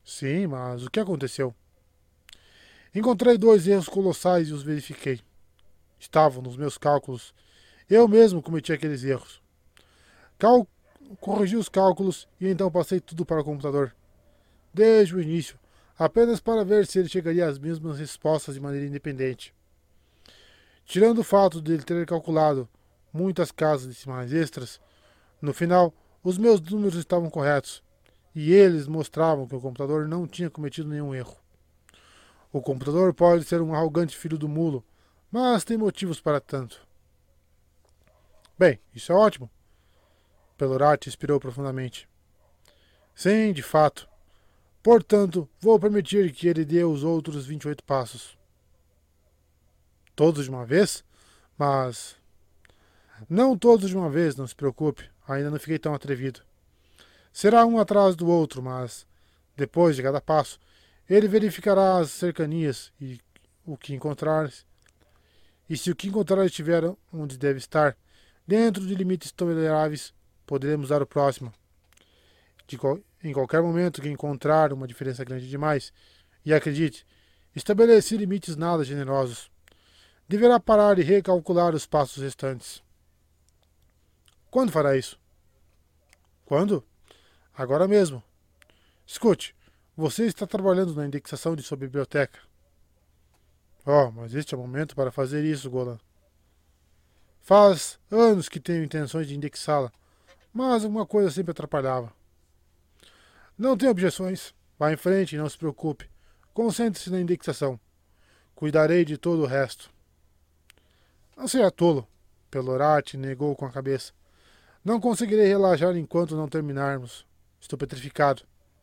Sim, mas o que aconteceu? Encontrei dois erros colossais e os verifiquei. Estavam nos meus cálculos. Eu mesmo cometi aqueles erros. Cal... Corrigi os cálculos e então passei tudo para o computador. Desde o início, apenas para ver se ele chegaria às mesmas respostas de maneira independente. Tirando o fato de ele ter calculado muitas casas decimais extras, no final, os meus números estavam corretos e eles mostravam que o computador não tinha cometido nenhum erro. O computador pode ser um arrogante filho do mulo, mas tem motivos para tanto. Bem, isso é ótimo. Pelorati expirou profundamente. Sim, de fato. Portanto, vou permitir que ele dê os outros 28 passos. Todos de uma vez? Mas... Não todos de uma vez, não se preocupe. Ainda não fiquei tão atrevido. Será um atrás do outro, mas... Depois de cada passo, ele verificará as cercanias e o que encontrar. E se o que encontrar estiver onde deve estar, dentro de limites toleráveis, poderemos dar o próximo. Em qualquer momento que encontrar uma diferença grande demais, e acredite, estabeleci limites nada generosos, deverá parar e recalcular os passos restantes. Quando fará isso? Quando? Agora mesmo. Escute, você está trabalhando na indexação de sua biblioteca. Oh, mas este é o momento para fazer isso, Golan. Faz anos que tenho intenções de indexá-la, mas alguma coisa sempre atrapalhava. Não tenho objeções. Vá em frente e não se preocupe. Concentre-se na indexação. Cuidarei de todo o resto. Não seja tolo. Pelorati negou com a cabeça. Não conseguirei relaxar enquanto não terminarmos. Estou petrificado.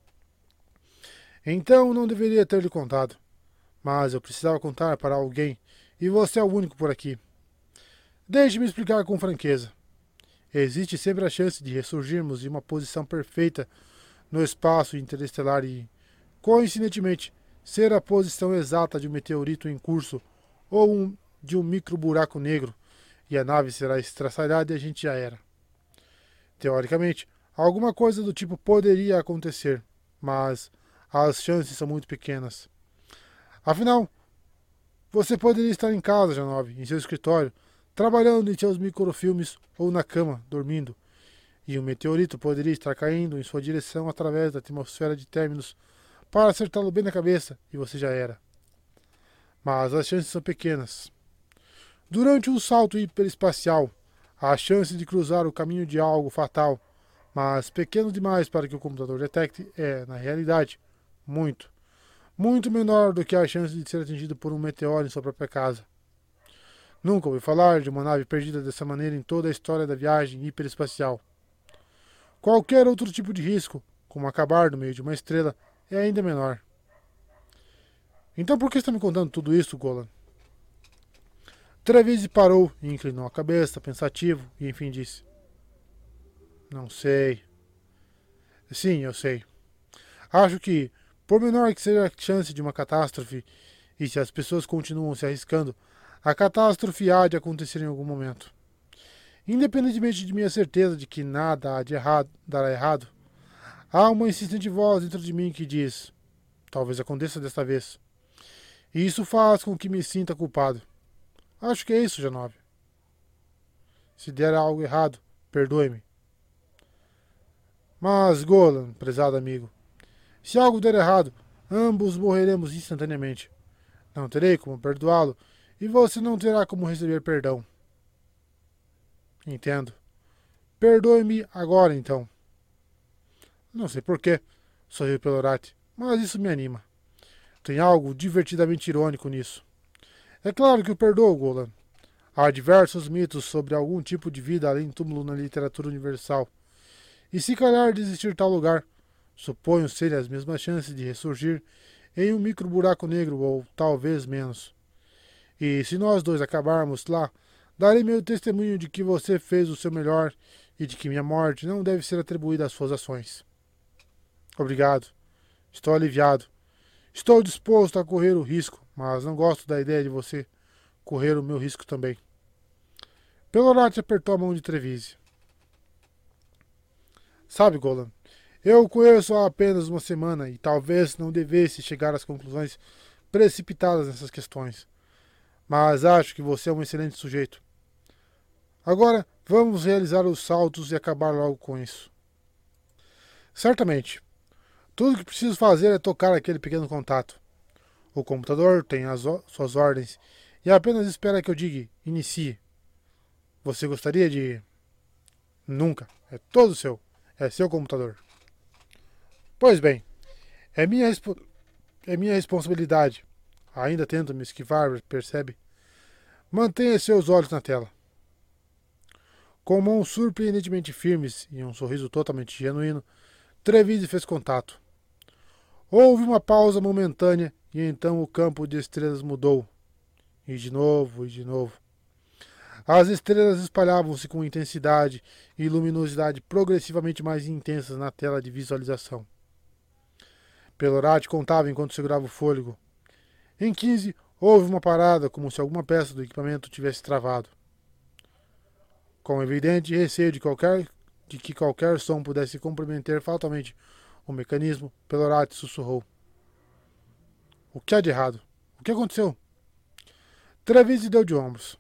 Então não deveria ter lhe contado. Mas eu precisava contar para alguém, e você é o único por aqui. Deixe-me explicar com franqueza. Existe sempre a chance de ressurgirmos de uma posição perfeita no espaço interestelar e, coincidentemente, ser a posição exata de um meteorito em curso ou de um micro buraco negro, e a nave será estraçalhada e a gente já era. Teoricamente, alguma coisa do tipo poderia acontecer, mas as chances são muito pequenas. Afinal, você poderia estar em casa, Janove, em seu escritório, trabalhando em seus microfilmes ou na cama, dormindo, e um meteorito poderia estar caindo em sua direção através da atmosfera de términos para acertá-lo bem na cabeça, e você já era. Mas as chances são pequenas. Durante um salto hiperespacial, há a chance de cruzar o caminho de algo fatal, mas pequeno demais para que o computador detecte, é, na realidade, muito, muito menor do que a chance de ser atingido por um meteoro em sua própria casa. Nunca ouvi falar de uma nave perdida dessa maneira em toda a história da viagem hiperespacial. Qualquer outro tipo de risco, como acabar no meio de uma estrela, é ainda menor. Então por que está me contando tudo isso, Golan? Trevise parou e inclinou a cabeça, pensativo, e enfim disse. Não sei. Sim, eu sei. Acho que, por menor que seja a chance de uma catástrofe, e se as pessoas continuam se arriscando, a catástrofe há de acontecer em algum momento. Independentemente de minha certeza de que nada há de errado, dará errado, há uma insistente voz dentro de mim que diz: talvez aconteça desta vez. E isso faz com que me sinta culpado. Acho que é isso, Janove. Se der algo errado, perdoe-me. Mas, Golan, prezado amigo, se algo der errado, ambos morreremos instantaneamente. Não terei como perdoá-lo e você não terá como receber perdão. Entendo. Perdoe-me agora, então. Não sei porquê, sorriu Pelorati, mas isso me anima. Tem algo divertidamente irônico nisso. É claro que o perdoo, Golan. Há diversos mitos sobre algum tipo de vida além do túmulo na literatura universal. E se calhar desistir tal lugar, suponho ser as mesmas chances de ressurgir em um micro buraco negro ou talvez menos. E se nós dois acabarmos lá, darei meu testemunho de que você fez o seu melhor e de que minha morte não deve ser atribuída às suas ações. Obrigado. Estou aliviado. Estou disposto a correr o risco, mas não gosto da ideia de você correr o meu risco também. Pelorati apertou a mão de Trevise. Sabe, Golan, Eu o conheço há apenas uma semana e talvez não devesse chegar às conclusões precipitadas nessas questões. Mas acho que você é um excelente sujeito. Agora, vamos realizar os saltos e acabar logo com isso. Certamente. Tudo que preciso fazer é tocar aquele pequeno contato. O computador tem suas ordens e apenas espera que eu diga inicie. Você gostaria de... Nunca. É todo seu. É seu computador. Pois bem, é minha responsabilidade. Ainda tento me esquivar, percebe? Mantenha seus olhos na tela. Com mãos surpreendentemente firmes e um sorriso totalmente genuíno, Trevise fez contato. Houve uma pausa momentânea e então o campo de estrelas mudou. E de novo, e de novo. As estrelas espalhavam-se com intensidade e luminosidade progressivamente mais intensas na tela de visualização. Pelorati contava enquanto segurava o fôlego. Em 15, houve uma parada, como se alguma peça do equipamento tivesse travado. Com evidente receio de que qualquer som pudesse comprometer fatalmente o mecanismo, Pelorati sussurrou. O que há de errado? O que aconteceu? Trevise deu de ombros.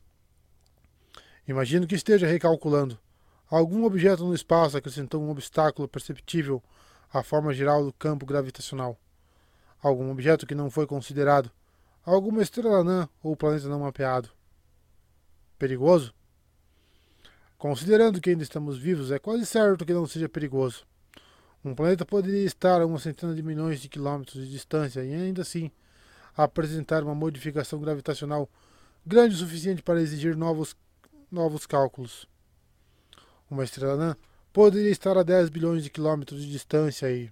Imagino que esteja recalculando. Algum objeto no espaço acrescentou um obstáculo perceptível à forma geral do campo gravitacional. Algum objeto que não foi considerado. Alguma estrela anã ou planeta não mapeado. Perigoso? Considerando que ainda estamos vivos, é quase certo que não seja perigoso. Um planeta poderia estar a uma centena de milhões de quilômetros de distância e ainda assim apresentar uma modificação gravitacional grande o suficiente para exigir novos cálculos. Uma estrela anã poderia estar a 10 bilhões de quilômetros de distância e...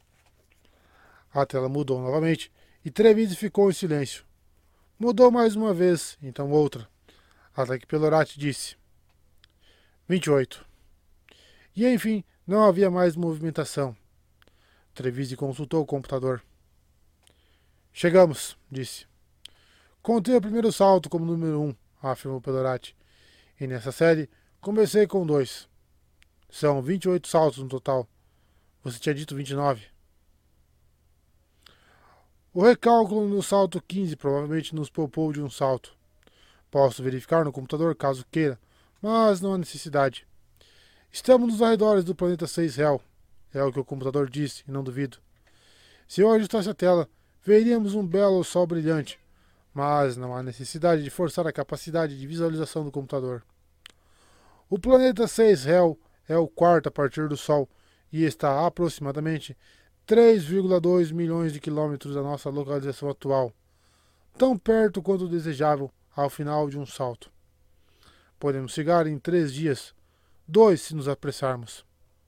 A tela mudou novamente e Trevise ficou em silêncio. Mudou mais uma vez, então outra, até que Pelorati disse: 28. E enfim, não havia mais movimentação. Trevise consultou o computador. Chegamos, disse. Contei o primeiro salto como número 1, afirmou Pelorati. E nessa série, comecei com 2. São 28 saltos no total. Você tinha dito 29. O recálculo no salto 15 provavelmente nos poupou de um salto. Posso verificar no computador caso queira, mas não há necessidade. Estamos nos arredores do planeta 6 Hell. É o que o computador disse, e não duvido. Se eu ajustasse a tela, veríamos um belo sol brilhante, mas não há necessidade de forçar a capacidade de visualização do computador. O planeta 6 Hell é o quarto a partir do Sol e está a aproximadamente 3,2 milhões de quilômetros da nossa localização atual, tão perto quanto desejável ao final de um salto. Podemos chegar em 3 dias, 2 se nos apressarmos.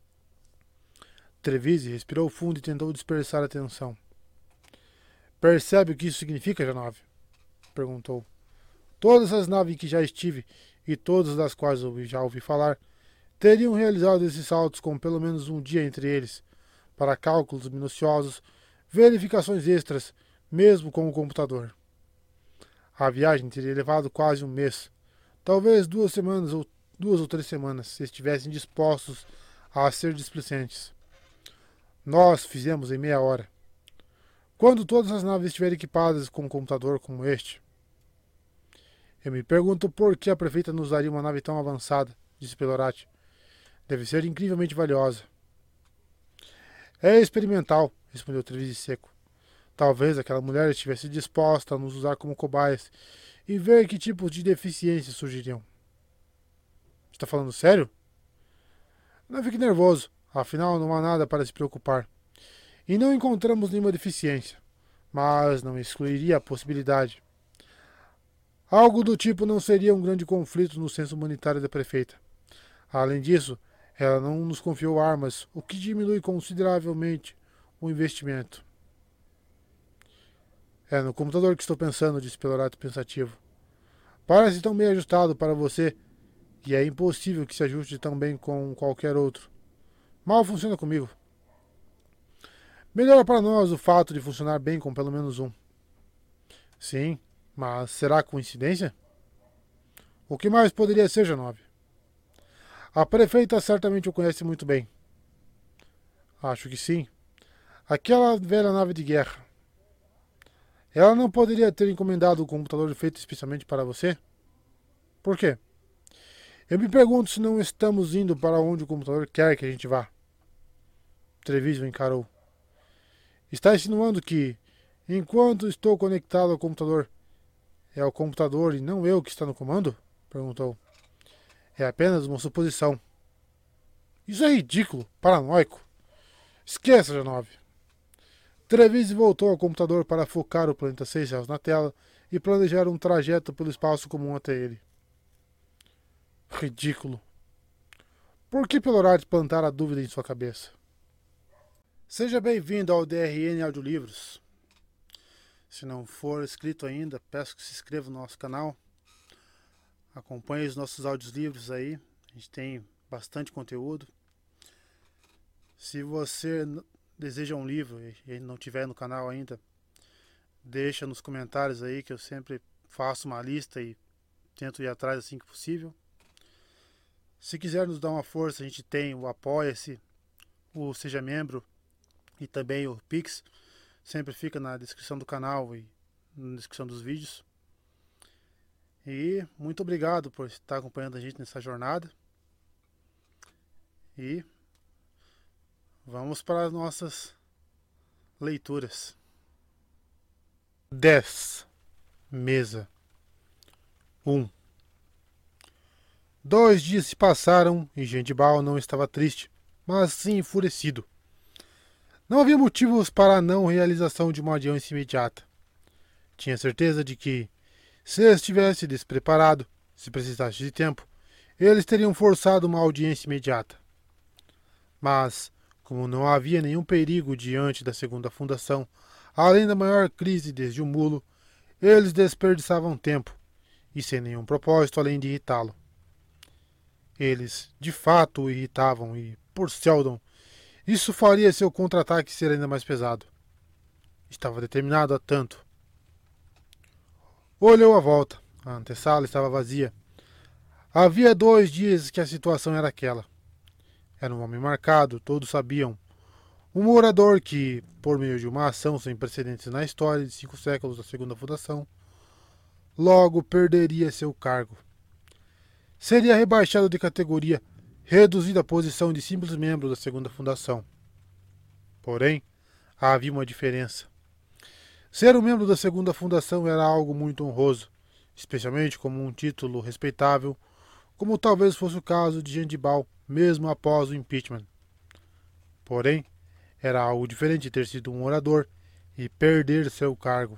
Trevise respirou fundo e tentou dispersar a tensão. Percebe o que isso significa, J9? Perguntou. Todas as naves em que já estive, e todas das quais já ouvi falar, teriam realizado esses saltos com pelo menos um dia entre eles, para cálculos minuciosos, verificações extras, mesmo com o computador. A viagem teria levado quase um mês, talvez 2 semanas ou 2 ou 3 semanas, se estivessem dispostos a ser displicentes. Nós fizemos em meia hora. Quando todas as naves estiverem equipadas com um computador como este. Eu me pergunto por que a prefeita nos daria uma nave tão avançada, disse Pelorati. Deve ser incrivelmente valiosa. É experimental, respondeu Trevise seco. Talvez aquela mulher estivesse disposta a nos usar como cobaias e ver que tipos de deficiências surgiriam. Está falando sério? Não fique nervoso, afinal não há nada para se preocupar. E não encontramos nenhuma deficiência, mas não excluiria a possibilidade. Algo do tipo não seria um grande conflito no senso humanitário da prefeita. Além disso, ela não nos confiou armas, o que diminui consideravelmente o investimento. É no computador que estou pensando, disse Pelorati pensativo. Parece tão bem ajustado para você, e é impossível que se ajuste tão bem com qualquer outro. Mal funciona comigo. Melhora para nós o fato de funcionar bem com pelo menos um. Sim, mas será coincidência? O que mais poderia ser, J9? A prefeita certamente o conhece muito bem. Acho que sim. Aquela velha nave de guerra. Ela não poderia ter encomendado o computador feito especialmente para você? Por quê? Eu me pergunto se não estamos indo para onde o computador quer que a gente vá. Treviso encarou. Está insinuando que, enquanto estou conectado ao computador, é o computador e não eu que está no comando? Perguntou. É apenas uma suposição. Isso é ridículo, paranoico. Esqueça, G9. Treviso voltou ao computador para focar o planeta Seychelles na tela e planejar um trajeto pelo espaço comum até ele. Ridículo. Por que Pelorati plantar a dúvida em sua cabeça? Seja bem-vindo ao DRN Audiolivros. Se não for inscrito ainda, peço que se inscreva no nosso canal. Acompanhe os nossos audiolivros aí. A gente tem bastante conteúdo. Se você deseja um livro e não tiver no canal ainda, deixa nos comentários aí que eu sempre faço uma lista e tento ir atrás assim que possível. Se quiser nos dar uma força, a gente tem o Apoia-se, o Seja Membro e também o Pix. Sempre fica na descrição do canal e na descrição dos vídeos. E muito obrigado por estar acompanhando a gente nessa jornada. E vamos para as nossas leituras. 10. Mesa 1. 2 dias se passaram e Gendibal não estava triste, mas sim enfurecido. Não havia motivos para a não realização de uma audiência imediata. Tinha certeza de que, se estivesse despreparado, se precisasse de tempo, eles teriam forçado uma audiência imediata. Mas, como não havia nenhum perigo diante da segunda fundação, além da maior crise desde o mulo, eles desperdiçavam tempo, e sem nenhum propósito além de irritá-lo. Eles, de fato, o irritavam e, por Seldon, isso faria seu contra-ataque ser ainda mais pesado. Estava determinado a tanto. Olhou à volta. A antessala estava vazia. Havia 2 dias que a situação era aquela. Era um homem marcado, todos sabiam. Um morador que, por meio de uma ação sem precedentes na história de 5 séculos da segunda fundação, logo perderia seu cargo. Seria rebaixado de categoria, reduzido à posição de simples membro da segunda fundação. Porém, havia uma diferença. Ser um membro da segunda fundação era algo muito honroso, especialmente como um título respeitável, como talvez fosse o caso de Gendibal, mesmo após o impeachment. Porém, era algo diferente de ter sido um orador e perder seu cargo.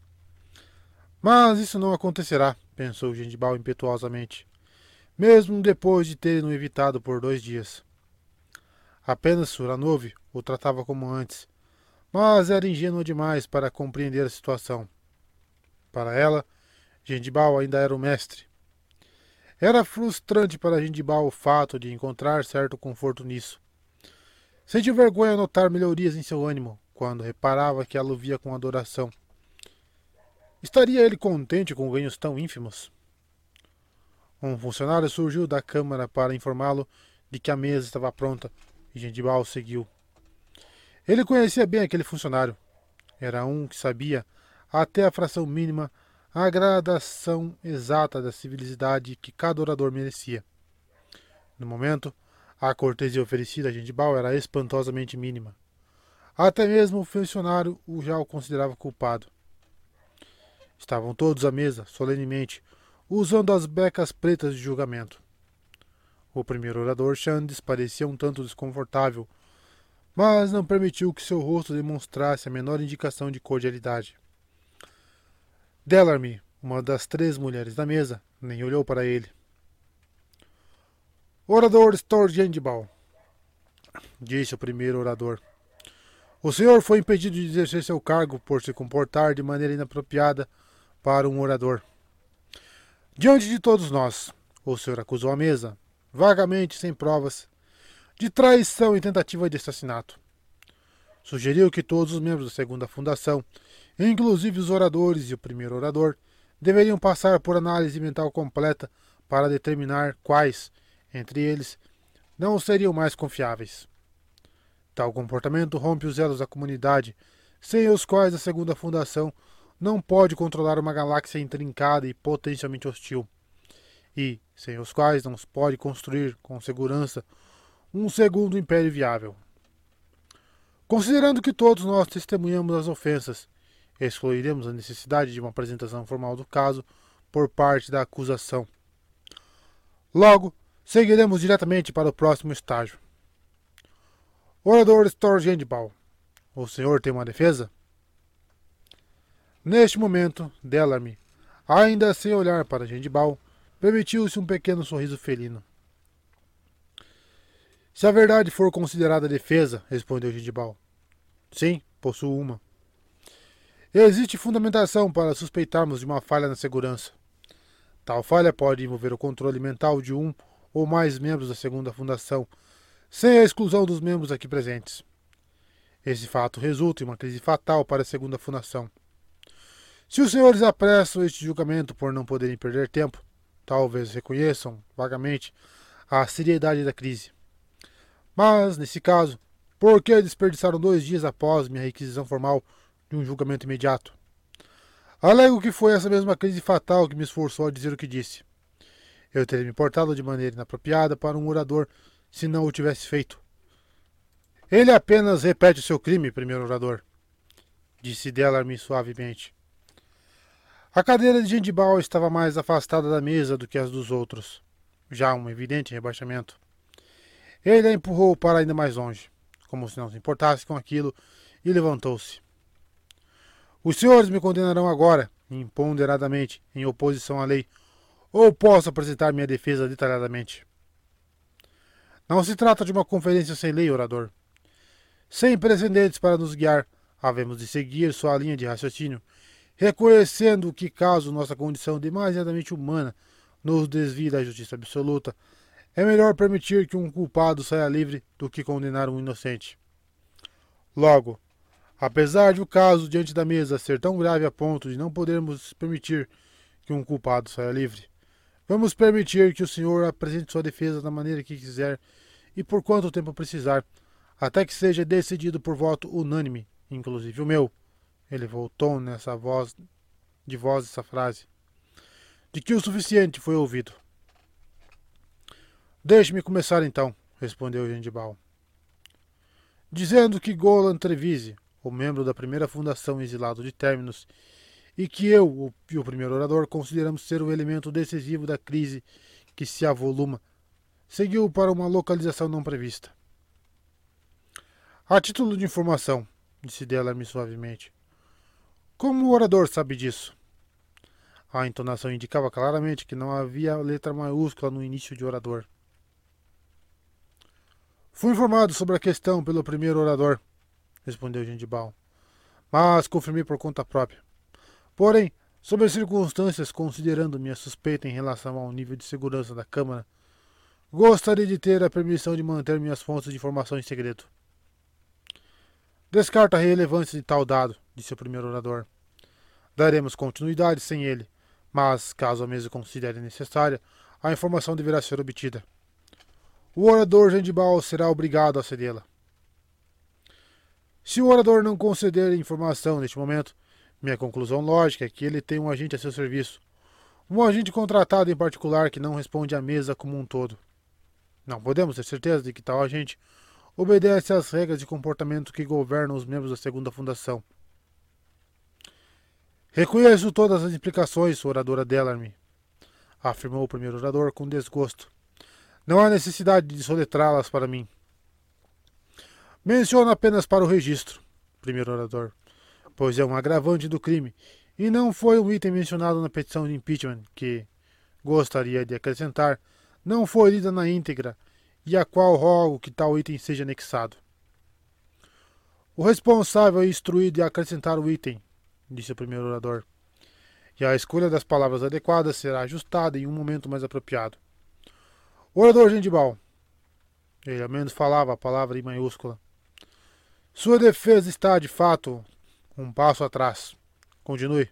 Mas isso não acontecerá, pensou Gendibal impetuosamente, mesmo depois de terem o evitado por 2 dias. Apenas Suranov o tratava como antes, mas era ingênua demais para compreender a situação. Para ela, Gendibal ainda era o mestre. Era frustrante para Gendibal o fato de encontrar certo conforto nisso. Sentiu vergonha ao notar melhorias em seu ânimo, quando reparava que ela o via com adoração. Estaria ele contente com ganhos tão ínfimos? Um funcionário surgiu da câmara para informá-lo de que a mesa estava pronta, e Gendibal seguiu. Ele conhecia bem aquele funcionário. Era um que sabia, até a fração mínima, a gradação exata da civilidade que cada orador merecia. No momento, a cortesia oferecida a Gendibal era espantosamente mínima. Até mesmo o funcionário já o considerava culpado. Estavam todos à mesa, solenemente, usando as becas pretas de julgamento. O primeiro orador, Chandes, parecia um tanto desconfortável, mas não permitiu que seu rosto demonstrasse a menor indicação de cordialidade. Dellarme, uma das 3 mulheres da mesa, nem olhou para ele. Orador Stor Gendibal, disse o primeiro orador. O senhor foi impedido de exercer seu cargo por se comportar de maneira inapropriada para um orador. Diante de todos nós, o senhor acusou a mesa, vagamente, sem provas, de traição e tentativa de assassinato. Sugeriu que todos os membros da segunda fundação, inclusive os oradores e o primeiro orador, deveriam passar por análise mental completa para determinar quais, entre eles, não seriam mais confiáveis. Tal comportamento rompe os elos da comunidade, sem os quais a segunda fundação não pode controlar uma galáxia intrincada e potencialmente hostil, e sem os quais não se pode construir com segurança um segundo império viável. Considerando que todos nós testemunhamos as ofensas, excluiremos a necessidade de uma apresentação formal do caso por parte da acusação. Logo, seguiremos diretamente para o próximo estágio. Orador Storgendbaum, o senhor tem uma defesa? Neste momento, Delamy, ainda sem olhar para Gendbaum, permitiu-se um pequeno sorriso felino. Se a verdade for considerada defesa, respondeu Gendbaum. Sim, possuo uma. Existe fundamentação para suspeitarmos de uma falha na segurança. Tal falha pode envolver o controle mental de um ou mais membros da segunda fundação, sem a exclusão dos membros aqui presentes. Esse fato resulta em uma crise fatal para a segunda fundação. Se os senhores apressam este julgamento por não poderem perder tempo, talvez reconheçam, vagamente, a seriedade da crise. Mas, nesse caso, por que desperdiçaram 2 dias após minha requisição formal de um julgamento imediato? Alego que foi essa mesma crise fatal que me esforçou a dizer o que disse. Eu teria me portado de maneira inapropriada para um orador se não o tivesse feito. Ele apenas repete o seu crime, primeiro orador, disse Delamy suavemente. A cadeira de Gendbaum estava mais afastada da mesa do que as dos outros, já um evidente rebaixamento. Ele a empurrou para ainda mais longe, como se não se importasse com aquilo, e levantou-se. Os senhores me condenarão agora, imponderadamente, em oposição à lei, ou posso apresentar minha defesa detalhadamente. Não se trata de uma conferência sem lei, orador. Sem precedentes para nos guiar, havemos de seguir sua linha de raciocínio, reconhecendo que, caso nossa condição demasiadamente humana nos desvie da justiça absoluta, é melhor permitir que um culpado saia livre do que condenar um inocente. Logo, apesar de o caso diante da mesa ser tão grave a ponto de não podermos permitir que um culpado saia livre, vamos permitir que o senhor apresente sua defesa da maneira que quiser e por quanto tempo precisar, até que seja decidido por voto unânime, inclusive o meu. Ele voltou nessa voz essa frase, de que o suficiente foi ouvido. Deixe-me começar então, respondeu Gendbaum. Dizendo que Golan Trevize, o membro da primeira fundação exilado de Terminus, e que eu e o primeiro orador consideramos ser o elemento decisivo da crise que se avoluma, seguiu para uma localização não prevista. A título de informação, disse Delamy suavemente, como o orador sabe disso? A entonação indicava claramente que não havia letra maiúscula no início de orador. Fui informado sobre a questão pelo primeiro orador, respondeu Gendbaum, mas confirmei por conta própria. Porém, sob as circunstâncias, considerando minha suspeita em relação ao nível de segurança da Câmara, gostaria de ter a permissão de manter minhas fontes de informação em segredo. Descarto a relevância de tal dado, disse o primeiro orador. Daremos continuidade sem ele, mas, caso a mesa considere necessária, a informação deverá ser obtida. O orador Gendbaum será obrigado a cedê-la. Se o orador não conceder a informação neste momento, minha conclusão lógica é que ele tem um agente a seu serviço. Um agente contratado em particular que não responde à mesa como um todo. Não podemos ter certeza de que tal agente obedece às regras de comportamento que governam os membros da segunda fundação. Reconheço todas as implicações, oradora Delamy, afirmou o primeiro orador com desgosto. Não há necessidade de soletrá-las para mim. Menciono apenas para o registro, primeiro orador, pois é um agravante do crime e não foi um item mencionado na petição de impeachment que, gostaria de acrescentar, não foi lida na íntegra e a qual rogo que tal item seja anexado. O responsável é instruído de acrescentar o item, disse o primeiro orador, e a escolha das palavras adequadas será ajustada em um momento mais apropriado. Orador Gendbaum. Ele ao menos falava a palavra em maiúscula. Sua defesa está, de fato, um passo atrás. Continue.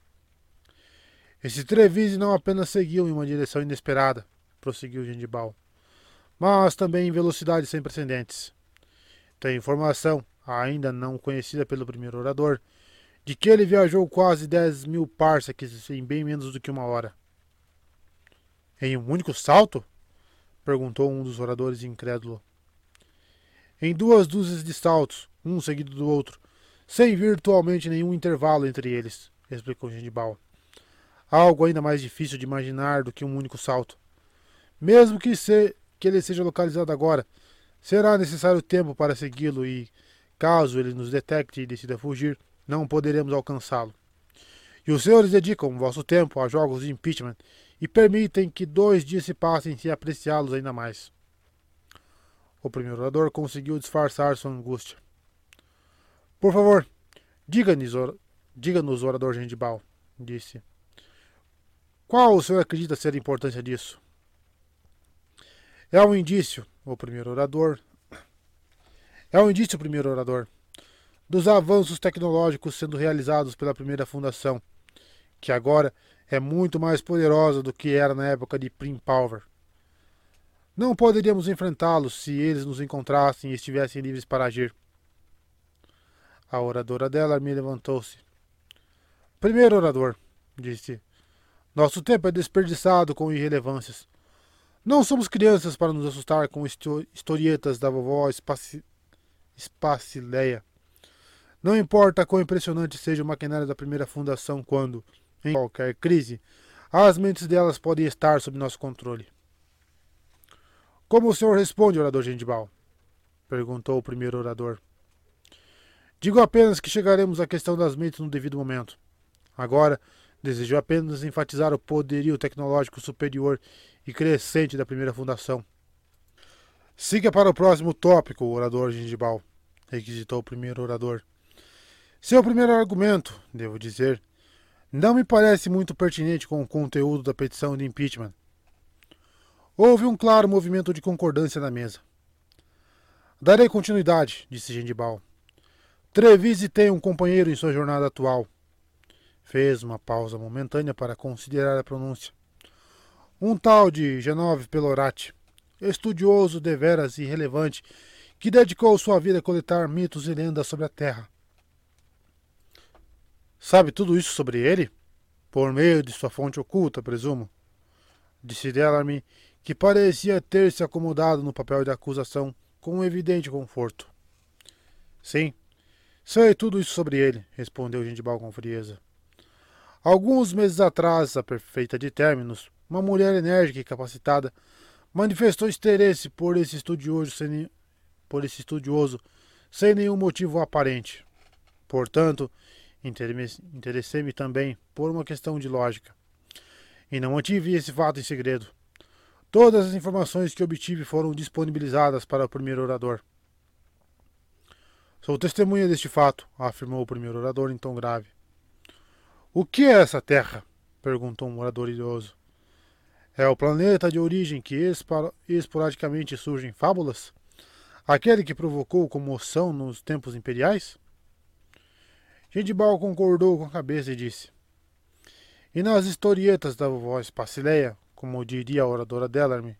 Esse Trevize não apenas seguiu em uma direção inesperada, prosseguiu Gendbaum, mas também em velocidade sem precedentes. Tem informação, ainda não conhecida pelo primeiro orador, de que ele viajou quase 10.000 parsecs em bem menos do que uma hora. Em um único salto? Perguntou um dos oradores incrédulo. Em 2 dúzias de saltos, um seguido do outro, sem virtualmente nenhum intervalo entre eles, explicou Gendibal. Algo ainda mais difícil de imaginar do que um único salto. Mesmo que ele seja localizado agora, será necessário tempo para segui-lo e, caso ele nos detecte e decida fugir, não poderemos alcançá-lo. E os senhores dedicam vosso tempo a jogos de impeachment e permitem que 2 dias se passem sem apreciá-los ainda mais. O primeiro orador conseguiu disfarçar sua angústia. Por favor, diga-nos, orador Gendibal, disse. Qual o senhor acredita ser a importância disso? É um indício, primeiro orador, dos avanços tecnológicos sendo realizados pela primeira fundação, que agora é muito mais poderosa do que era na época de Prim Power. Não poderíamos enfrentá-los se eles nos encontrassem e estivessem livres para agir. A oradora dela me levantou-se. Primeiro orador, disse, nosso tempo é desperdiçado com irrelevâncias. Não somos crianças para nos assustar com historietas da vovó Espacileia. Não importa quão impressionante seja o maquinário da primeira fundação quando, em qualquer crise, as mentes delas podem estar sob nosso controle. Como o senhor responde, orador Gendibal? Perguntou o primeiro orador. Digo apenas que chegaremos à questão das mentes no devido momento. Agora, desejo apenas enfatizar o poderio tecnológico superior e crescente da primeira fundação. Siga para o próximo tópico, orador Gendibal, requisitou o primeiro orador. Seu primeiro argumento, devo dizer, não me parece muito pertinente com o conteúdo da petição de impeachment. Houve um claro movimento de concordância na mesa. Darei continuidade, disse Gendibal. Trevise tem um companheiro em sua jornada atual. Fez uma pausa momentânea para considerar a pronúncia. Um tal de Genove Pelorati, estudioso deveras e relevante, que dedicou sua vida a coletar mitos e lendas sobre a Terra. Sabe tudo isso sobre ele? Por meio de sua fonte oculta, presumo. Disse Delamy, que parecia ter se acomodado no papel de acusação com um evidente conforto. Sim, sei tudo isso sobre ele, respondeu Gendibal com frieza. Alguns meses atrás, a perfeita de términos, uma mulher enérgica e capacitada manifestou interesse por esse estudioso sem nenhum motivo aparente. Portanto, interessei-me também por uma questão de lógica. E não mantive esse fato em segredo. Todas as informações que obtive foram disponibilizadas para o primeiro orador. Sou testemunha deste fato, afirmou o primeiro orador em tom grave. O que é essa Terra? Perguntou um orador idoso. É o planeta de origem que esporadicamente surge em fábulas? Aquele que provocou comoção nos tempos imperiais? Gendibal concordou com a cabeça e disse. E nas historietas da vovó Espacileia, como diria a oradora Delamy.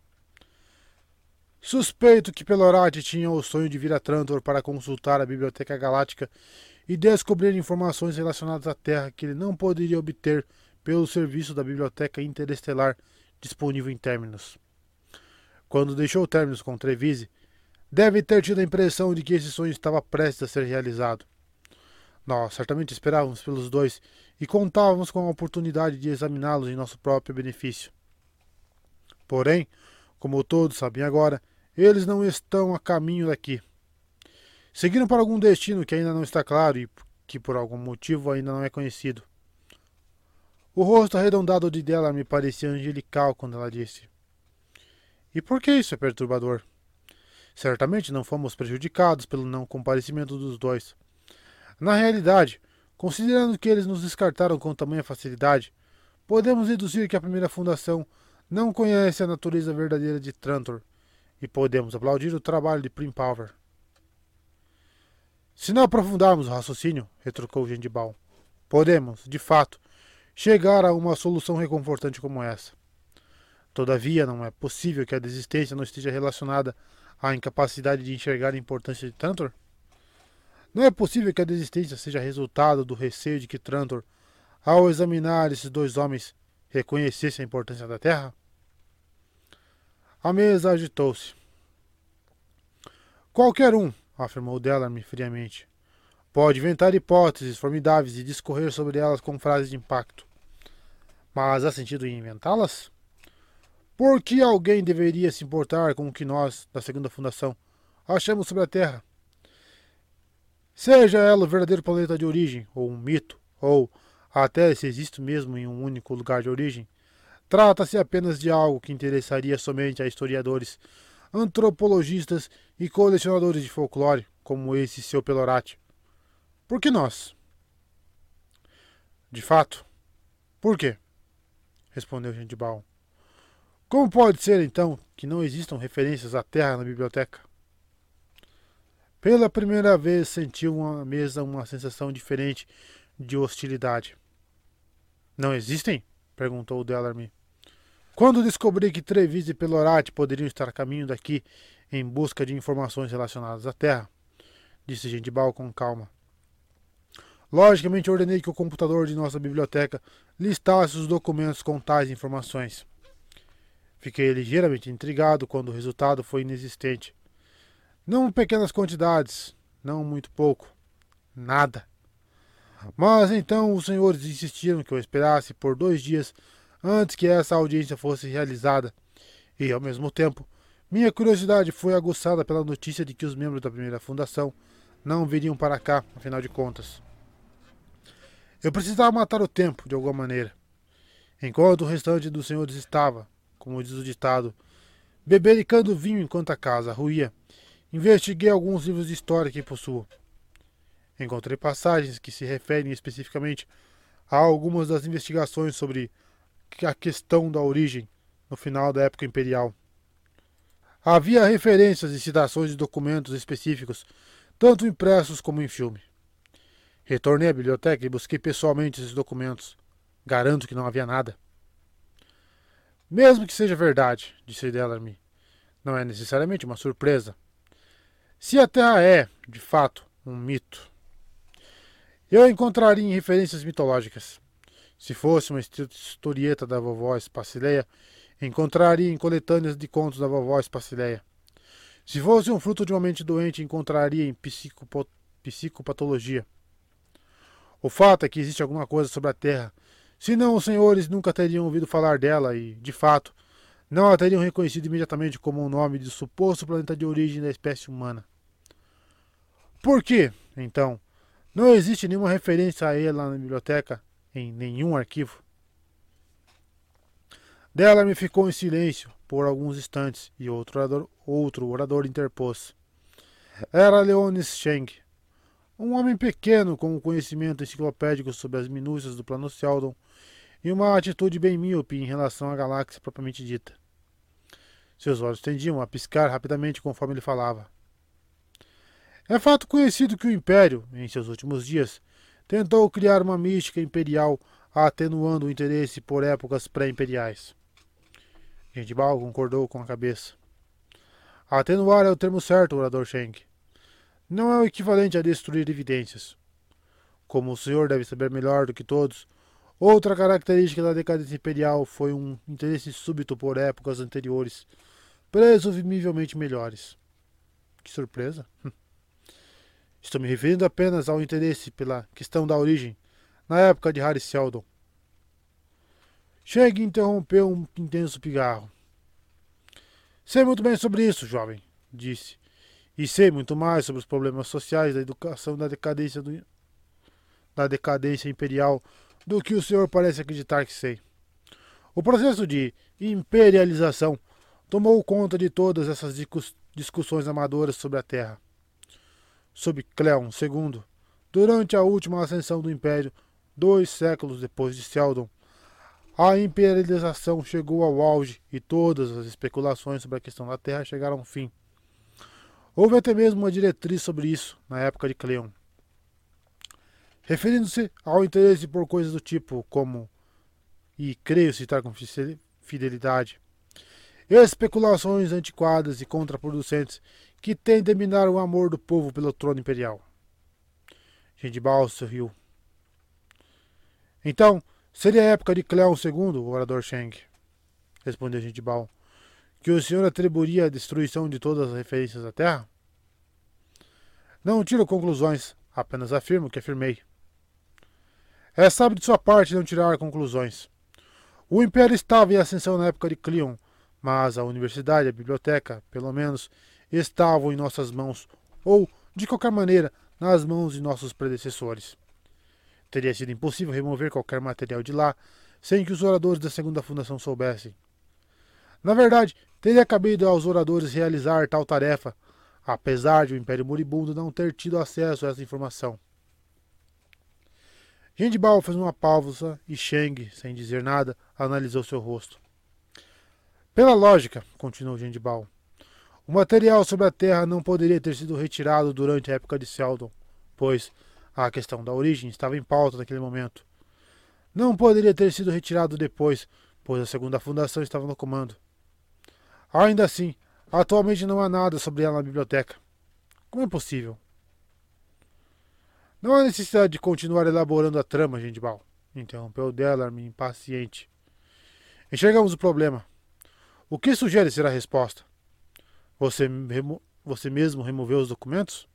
Suspeito que Pelorati tinha o sonho de vir a Trantor para consultar a Biblioteca Galáctica e descobrir informações relacionadas à Terra que ele não poderia obter pelo serviço da Biblioteca Interestelar disponível em Terminus. Quando deixou Terminus com Trevise, deve ter tido a impressão de que esse sonho estava prestes a ser realizado. Nós certamente esperávamos pelos dois e contávamos com a oportunidade de examiná-los em nosso próprio benefício. Porém, como todos sabem agora, eles não estão a caminho daqui. Seguiram para algum destino que ainda não está claro e que por algum motivo ainda não é conhecido. O rosto arredondado de Della me parecia angelical quando ela disse. E por que isso é perturbador? Certamente não fomos prejudicados pelo não comparecimento dos dois. Na realidade, considerando que eles nos descartaram com tamanha facilidade, podemos deduzir que a primeira fundação não conhece a natureza verdadeira de Trantor e podemos aplaudir o trabalho de Prim Power. Se não aprofundarmos o raciocínio, retrucou Gendibal, podemos, de fato, chegar a uma solução reconfortante como essa. Todavia, não é possível que a desistência não esteja relacionada a incapacidade de enxergar a importância de Trantor? Não é possível que a desistência seja resultado do receio de que Trantor, ao examinar esses dois homens, reconhecesse a importância da Terra? A mesa agitou-se. Qualquer um, afirmou Delamy friamente, pode inventar hipóteses formidáveis e discorrer sobre elas com frases de impacto. Mas há sentido em inventá-las? Por que alguém deveria se importar com o que nós, da segunda fundação, achamos sobre a Terra? Seja ela o verdadeiro planeta de origem, ou um mito, ou até se existe mesmo em um único lugar de origem, trata-se apenas de algo que interessaria somente a historiadores, antropologistas e colecionadores de folclore, como esse seu Pelorati. Por que nós? De fato. Por quê? Respondeu Gentibal. Como pode ser, então, que não existam referências à Terra na biblioteca? Pela primeira vez sentiu à mesa uma sensação diferente de hostilidade. Não existem? Perguntou Delamy. Quando descobri que Treviso e Pelorati poderiam estar a caminho daqui em busca de informações relacionadas à Terra, disse Gentibal com calma. Logicamente ordenei que o computador de nossa biblioteca listasse os documentos com tais informações. Fiquei ligeiramente intrigado quando o resultado foi inexistente. Não pequenas quantidades, não muito pouco, nada. Mas então os senhores insistiram que eu esperasse por 2 dias antes que essa audiência fosse realizada, e, ao mesmo tempo, minha curiosidade foi aguçada pela notícia de que os membros da primeira fundação não viriam para cá, afinal de contas. Eu precisava matar o tempo, de alguma maneira. Enquanto o restante dos senhores estava, como diz o ditado, bebericando vinho enquanto a casa ruía, investiguei alguns livros de história que possuo. Encontrei passagens que se referem especificamente a algumas das investigações sobre a questão da origem no final da época imperial. Havia referências e citações de documentos específicos, tanto impressos como em filme. Retornei à biblioteca e busquei pessoalmente esses documentos. Garanto que não havia nada. Mesmo que seja verdade, disse Delamy, não é necessariamente uma surpresa. Se a Terra é, de fato, um mito, eu a encontraria em referências mitológicas. Se fosse uma historieta da vovó Espacileia, encontraria em coletâneas de contos da vovó Espacileia. Se fosse um fruto de uma mente doente, encontraria em psicopatologia. O fato é que existe alguma coisa sobre a Terra, senão os senhores nunca teriam ouvido falar dela e, de fato, não a teriam reconhecido imediatamente como o nome do suposto planeta de origem da espécie humana. Por que, então, não existe nenhuma referência a ela na biblioteca, em nenhum arquivo? Delamy ficou em silêncio por alguns instantes e outro orador interpôs. Era Leonis Cheng, um homem pequeno com um conhecimento enciclopédico sobre as minúcias do plano Seldon e uma atitude bem míope em relação à galáxia propriamente dita. Seus olhos tendiam a piscar rapidamente conforme ele falava. É fato conhecido que o Império, em seus últimos dias, tentou criar uma mística imperial atenuando o interesse por épocas pré-imperiais. Gentibal concordou com a cabeça. Atenuar é o termo certo, orador Cheng. Não é o equivalente a destruir evidências. Como o senhor deve saber melhor do que todos, outra característica da decadência imperial foi um interesse súbito por épocas anteriores, presumivelmente melhores. Que surpresa! Estou me referindo apenas ao interesse pela questão da origem, na época de Harry Seldon. Cheng interrompeu um intenso pigarro. Sei muito bem sobre isso, jovem, disse. E sei muito mais sobre os problemas sociais da educação da decadência imperial do que o senhor parece acreditar que sei. O processo de imperialização tomou conta de todas essas discussões amadoras sobre a Terra. Sob Cleon II, durante a última ascensão do Império, 2 séculos depois de Seldon, a imperialização chegou ao auge e todas as especulações sobre a questão da Terra chegaram ao fim. Houve até mesmo uma diretriz sobre isso na época de Cleon. Referindo-se ao interesse por coisas do tipo como, e creio citar com fidelidade, especulações antiquadas e contraproducentes que tendem a minar o amor do povo pelo trono imperial. Gengibal sorriu. Então, seria a época de Cleon II, o orador Sheng, respondeu Gengibal, que o senhor atribuiria a destruição de todas as referências à Terra? Não tiro conclusões, apenas afirmo que afirmei. É sábio de sua parte não tirar conclusões. O Império estava em ascensão na época de Cleon, mas a universidade e a biblioteca, pelo menos, estavam em nossas mãos, ou, de qualquer maneira, nas mãos de nossos predecessores. Teria sido impossível remover qualquer material de lá sem que os oradores da segunda fundação soubessem. Na verdade, teria cabido aos oradores realizar tal tarefa, apesar de o Império Moribundo não ter tido acesso a essa informação. Gengibal fez uma pausa e Sheng, sem dizer nada, analisou seu rosto. Pela lógica, continuou Gengibal, o material sobre a Terra não poderia ter sido retirado durante a época de Seldon, pois a questão da origem estava em pauta naquele momento. Não poderia ter sido retirado depois, pois a segunda fundação estava no comando. Ainda assim, atualmente não há nada sobre ela na biblioteca. Como é possível? Não há necessidade de continuar elaborando a trama, Gengibal, interrompeu Delaarmid impaciente. Enxergamos o problema. O que sugere ser a resposta? Você mesmo removeu os documentos?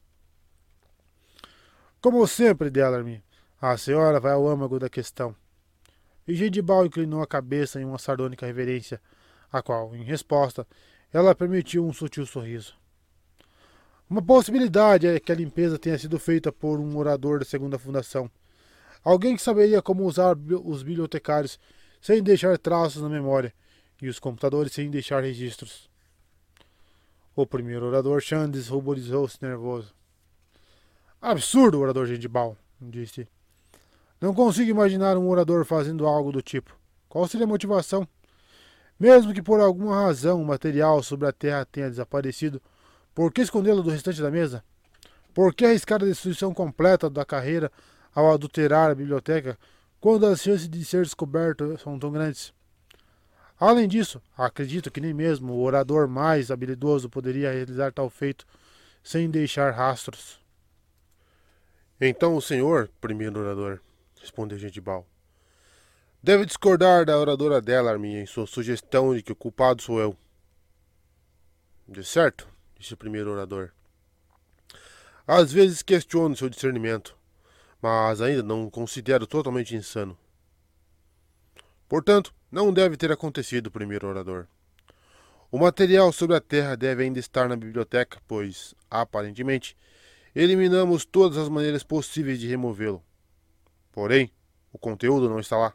Como sempre, Delaarmid, a senhora vai ao âmago da questão. E Gengibal inclinou a cabeça em uma sardônica reverência, a qual, em resposta, ela permitiu um sutil sorriso. Uma possibilidade é que a limpeza tenha sido feita por um orador da segunda fundação. Alguém que saberia como usar os bibliotecários sem deixar traços na memória e os computadores sem deixar registros. O primeiro orador Chandes ruborizou-se nervoso. Absurdo, orador Gengibal, disse. Não consigo imaginar um orador fazendo algo do tipo. Qual seria a motivação? Mesmo que por alguma razão o material sobre a Terra tenha desaparecido, por que escondê-lo do restante da mesa? Por que arriscar a destruição completa da carreira ao adulterar a biblioteca quando as chances de ser descoberto são tão grandes? Além disso, acredito que nem mesmo o orador mais habilidoso poderia realizar tal feito sem deixar rastros. Então o senhor, primeiro orador, respondeu Gengibal, deve discordar da oradora Delaarmid em sua sugestão de que o culpado sou eu. De certo, disse o primeiro orador. Às vezes questiono seu discernimento, mas ainda não o considero totalmente insano. Portanto, não deve ter acontecido, primeiro orador. O material sobre a Terra deve ainda estar na biblioteca, pois, aparentemente, eliminamos todas as maneiras possíveis de removê-lo. Porém, o conteúdo não está lá.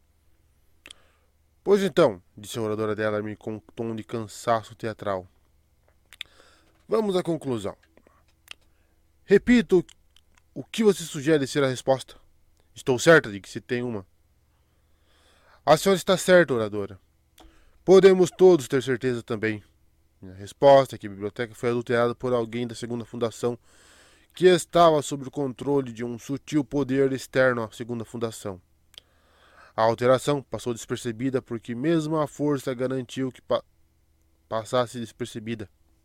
Pois então, disse a oradora Delaarmid com um tom de cansaço teatral. Vamos à conclusão. Repito o que você sugere ser a resposta. Estou certa de que se tem uma. A senhora está certa, oradora. Podemos todos ter certeza também. Minha resposta é que a biblioteca foi adulterada por alguém da segunda fundação que estava sob o controle de um sutil poder externo à segunda fundação. A alteração passou despercebida porque mesmo a força garantiu que passasse despercebida.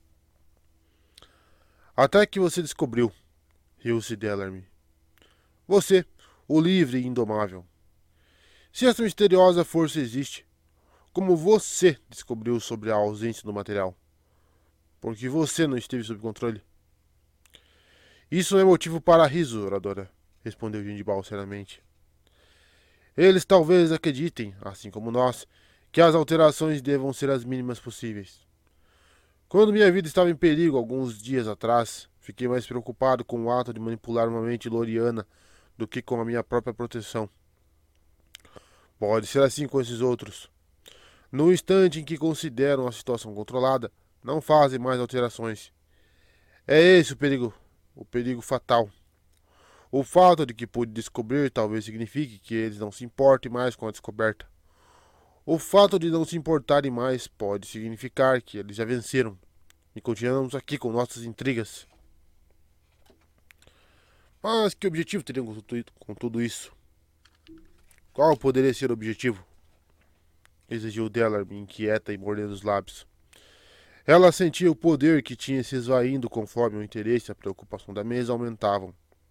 Até que você descobriu, riu-se Delaarmid. Você, o livre e indomável. Se essa misteriosa força existe, como você descobriu sobre a ausência do material? Porque você não esteve sob controle. Isso não é motivo para riso, oradora, respondeu Gengibal seriamente. Eles talvez acreditem, assim como nós, que as alterações devam ser as mínimas possíveis. Quando minha vida estava em perigo alguns dias atrás, fiquei mais preocupado com o ato de manipular uma mente loriana do que com a minha própria proteção. Pode ser assim com esses outros. No instante em que consideram a situação controlada, não fazem mais alterações. É esse o perigo fatal. O fato de que pude descobrir talvez signifique que eles não se importem mais com a descoberta. O fato de não se importarem mais pode significar que eles já venceram e continuamos aqui com nossas intrigas. Mas que objetivo teriam com tudo isso? Qual poderia ser o objetivo? exigiu Dellarme, inquieta e mordendo os lábios. Ela sentia o poder que tinha se esvaindo conforme o interesse e a preocupação da mesa aumentavam.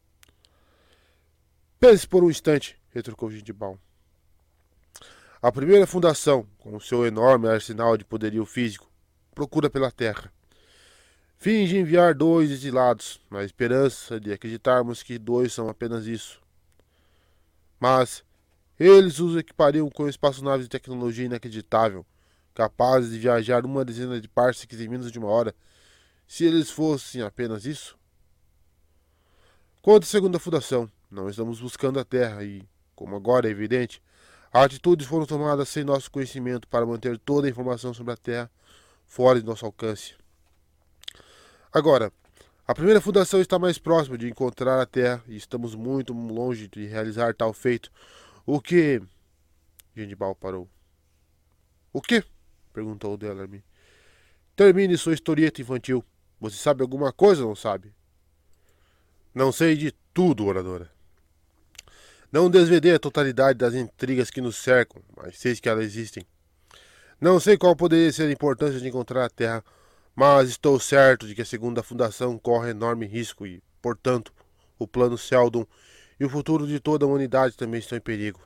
Pense por um instante, retrucou Gindibal. A primeira fundação, com o seu enorme arsenal de poderio físico, procura pela Terra. Finge enviar 2 exilados, na esperança de acreditarmos que 2 são apenas isso. Mas eles os equipariam com espaçonaves de tecnologia inacreditável, capazes de viajar 10 de parsecs em menos de 1 hora, se eles fossem apenas isso? Quanto à segunda fundação, não estamos buscando a Terra e, como agora é evidente, atitudes foram tomadas sem nosso conhecimento para manter toda a informação sobre a Terra fora de nosso alcance. Agora, a primeira fundação está mais próxima de encontrar a Terra e estamos muito longe de realizar tal feito. O que... Gindibal parou. O que? Perguntou Dellarme. Termine sua historieta infantil. Você sabe alguma coisa ou não sabe? Não sei de tudo, oradora. Não desvendei a totalidade das intrigas que nos cercam, mas sei que elas existem. Não sei qual poderia ser a importância de encontrar a Terra, mas estou certo de que a segunda fundação corre enorme risco e, portanto, o plano Seldon e o futuro de toda a humanidade também estão em perigo.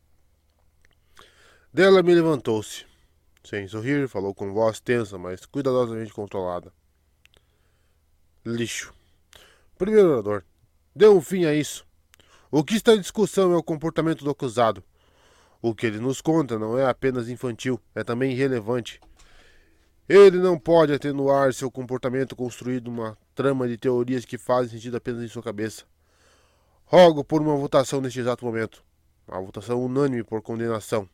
Dellarme levantou-se. Sem sorrir, falou com voz tensa, mas cuidadosamente controlada. Lixo. Primeiro orador, dê um fim a isso. O que está em discussão é o comportamento do acusado. O que ele nos conta não é apenas infantil, é também irrelevante. Ele não pode atenuar seu comportamento construído numa trama de teorias que fazem sentido apenas em sua cabeça. Rogo por uma votação neste exato momento. Uma votação unânime por condenação.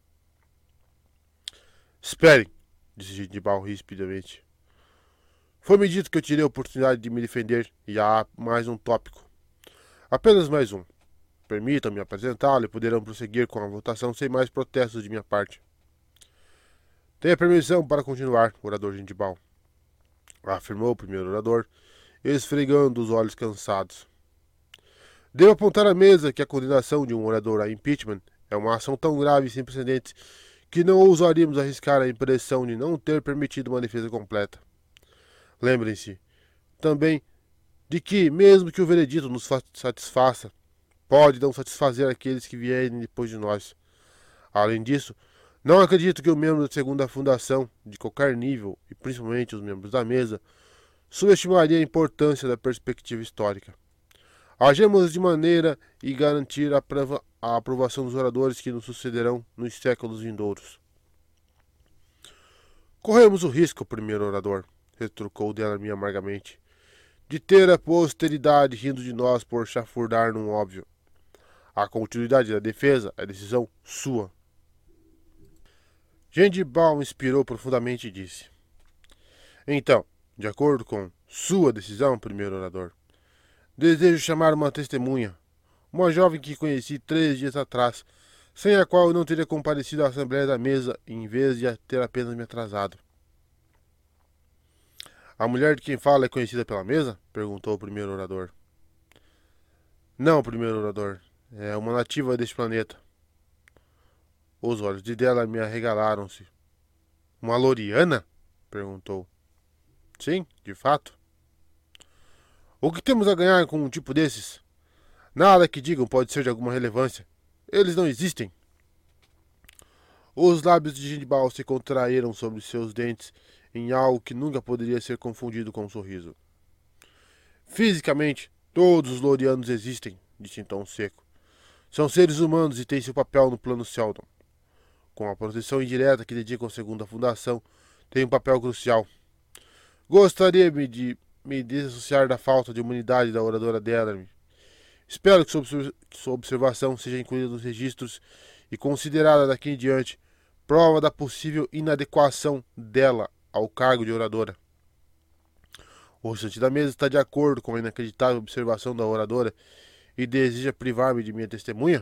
Esperem, disse Gindibal rispidamente. Foi-me dito que eu tirei a oportunidade de me defender e há mais um tópico. Apenas mais um. Permitam-me apresentá-lo e poderão prosseguir com a votação sem mais protestos de minha parte. Tenha permissão para continuar, orador Gindibal, afirmou o primeiro orador, esfregando os olhos cansados. Devo apontar à mesa que a condenação de um orador a impeachment é uma ação tão grave e sem precedentes que não ousaríamos arriscar a impressão de não ter permitido uma defesa completa. Lembrem-se também de que, mesmo que o veredito nos satisfaça, pode não satisfazer aqueles que vierem depois de nós. Além disso, não acredito que o membro da segunda fundação, de qualquer nível, e principalmente os membros da mesa, subestimaria a importância da perspectiva histórica. Agemos de maneira a garantir a aprovação dos oradores que nos sucederão nos séculos vindouros. Corremos o risco, primeiro orador, retrucou Dellarme amargamente, de ter a posteridade rindo de nós por chafurdar num óbvio. A continuidade da defesa é decisão sua. Gindibal inspirou profundamente e disse: Então, de acordo com sua decisão, primeiro orador, desejo chamar uma testemunha, uma jovem que conheci 3 dias atrás, sem a qual eu não teria comparecido à Assembleia da Mesa, em vez de ter apenas me atrasado. A mulher de quem fala é conhecida pela mesa? Perguntou o primeiro orador. Não, primeiro orador. É uma nativa deste planeta. Os olhos de Dellarme arregalaram-se. Uma Loriana? Perguntou. Sim, de fato. O que temos a ganhar com um tipo desses? Nada que digam pode ser de alguma relevância. Eles não existem. Os lábios de Gindibal se contraíram sobre seus dentes em algo que nunca poderia ser confundido com um sorriso. Fisicamente, todos os Lorianos existem, disse em tom seco. São seres humanos e têm seu papel no plano Seldon. Com a proteção indireta que dedicam à segunda fundação, tem um papel crucial. Gostaria de me desassociar da falta de humanidade da oradora Dellarme. Espero que sua observação seja incluída nos registros e considerada daqui em diante prova da possível inadequação dela ao cargo de oradora. O restante da mesa está de acordo com a inacreditável observação da oradora e deseja privar-me de minha testemunha?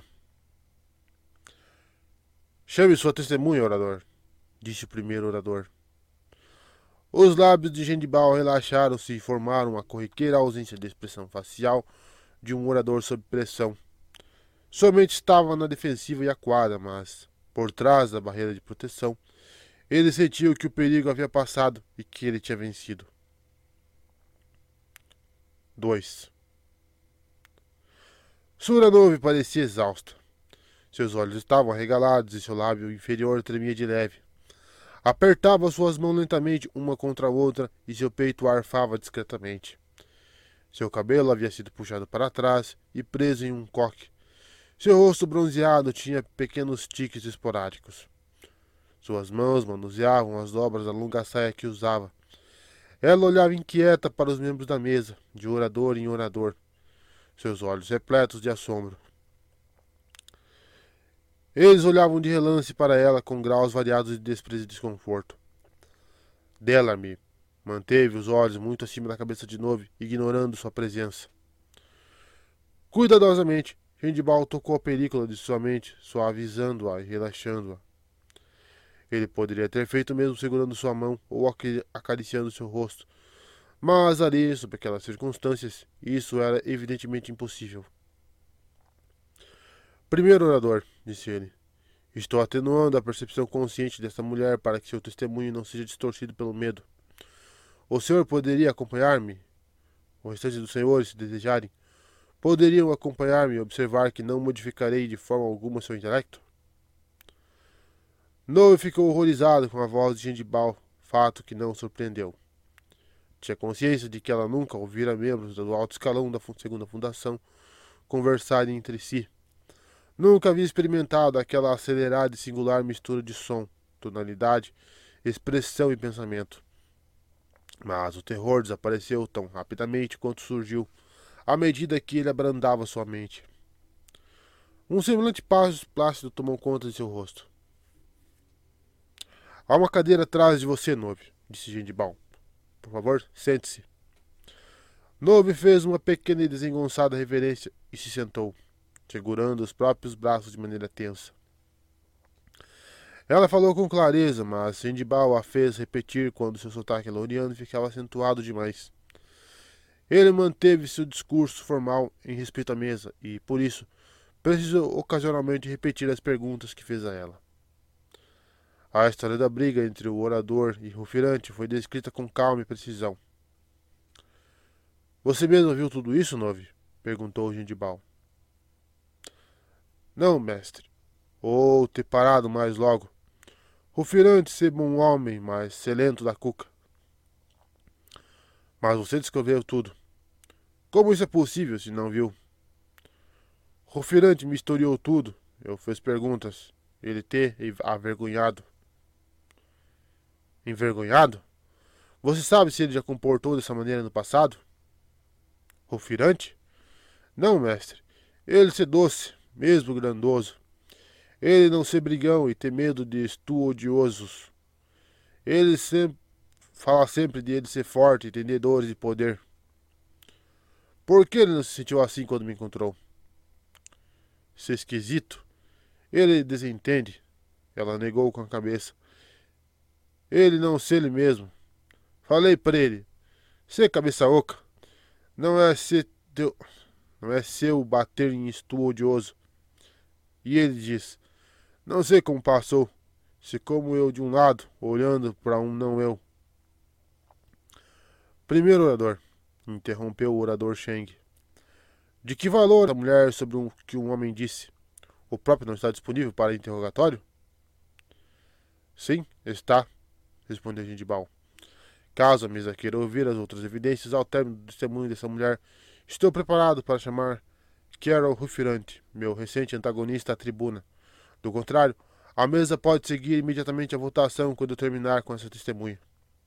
Chame sua testemunha, orador, disse o primeiro orador. Os lábios de Gindibal relaxaram-se e formaram uma corriqueira ausência de expressão facial de um orador sob pressão. Somente estava na defensiva e acuada, mas, por trás da barreira de proteção, Ele sentiu que o perigo havia passado e que ele tinha vencido. 2. Suranove parecia exausta. Seus olhos estavam arregalados e seu lábio inferior tremia de leve. Apertava suas mãos lentamente uma contra a outra e seu peito arfava discretamente. Seu cabelo havia sido puxado para trás e preso em um coque. Seu rosto bronzeado tinha pequenos tiques esporádicos. Suas mãos manuseavam as dobras da longa saia que usava. Ela olhava inquieta para os membros da mesa, de orador em orador, seus olhos repletos de assombro. Eles olhavam de relance para ela com graus variados de desprezo e desconforto. Delamy manteve os olhos muito acima da cabeça de Nove, ignorando sua presença. Cuidadosamente, Gendibal tocou a película de sua mente, suavizando-a e relaxando-a. Ele poderia ter feito mesmo segurando sua mão ou acariciando seu rosto, mas ali, sob aquelas circunstâncias, isso era evidentemente impossível. Primeiro orador, disse ele, estou atenuando a percepção consciente desta mulher para que seu testemunho não seja distorcido pelo medo. O senhor poderia acompanhar-me? O restante dos senhores, se desejarem, poderiam acompanhar-me e observar que não modificarei de forma alguma seu intelecto? Nove ficou horrorizado com a voz de Gendibal, fato que não o surpreendeu. Tinha consciência de que ela nunca ouvira membros do alto escalão da segunda fundação conversarem entre si. Nunca havia experimentado aquela acelerada e singular mistura de som, tonalidade, expressão e pensamento. Mas o terror desapareceu tão rapidamente quanto surgiu, à medida que ele abrandava sua mente. Um semblante plácido tomou conta de seu rosto. Há uma cadeira atrás de você, Nove, disse Gendibal. Por favor, sente-se. Nove fez uma pequena e desengonçada reverência e se sentou, segurando os próprios braços de maneira tensa. Ela falou com clareza, mas Gendibal a fez repetir quando seu sotaque loriano ficava acentuado demais. Ele manteve seu discurso formal em respeito à mesa e, por isso, precisou ocasionalmente repetir as perguntas que fez a ela. A história da briga entre o orador e Rufirante foi descrita com calma e precisão. Você mesmo viu tudo isso, Nove? Perguntou Gendibal. Não, mestre. Ou ter parado mais logo. Rufirante ser bom homem, mas selento da cuca. Mas você descreveu tudo. Como isso é possível se não viu? Rufirante me historiou tudo. Eu fiz perguntas. Ele ter avergonhado. Envergonhado? Você sabe se ele já comportou dessa maneira no passado? Rufirante? Não, mestre. Ele ser doce, mesmo grandoso. Ele não ser brigão e ter medo de estudiosos. Ele fala sempre de ele ser forte e ter dores de poder. Por que ele não se sentiu assim quando me encontrou? Isso é esquisito. Ele desentende. Ela negou com a cabeça. Ele não ser ele mesmo. Falei para ele. Ser cabeça oca. Não é seu bater em estudioso. E ele diz. Não sei como passou. Se como eu de um lado, olhando para um não eu. Primeiro orador. Interrompeu o orador Sheng. De que valor a mulher sobre o que um homem disse? O próprio não está disponível para interrogatório? Sim, está, respondeu Gendibal. Caso a mesa queira ouvir as outras evidências ao término do testemunho dessa mulher, estou preparado para chamar Carol Rufirante, meu recente antagonista à tribuna. Do contrário, a mesa pode seguir imediatamente a votação quando eu terminar com essa testemunha.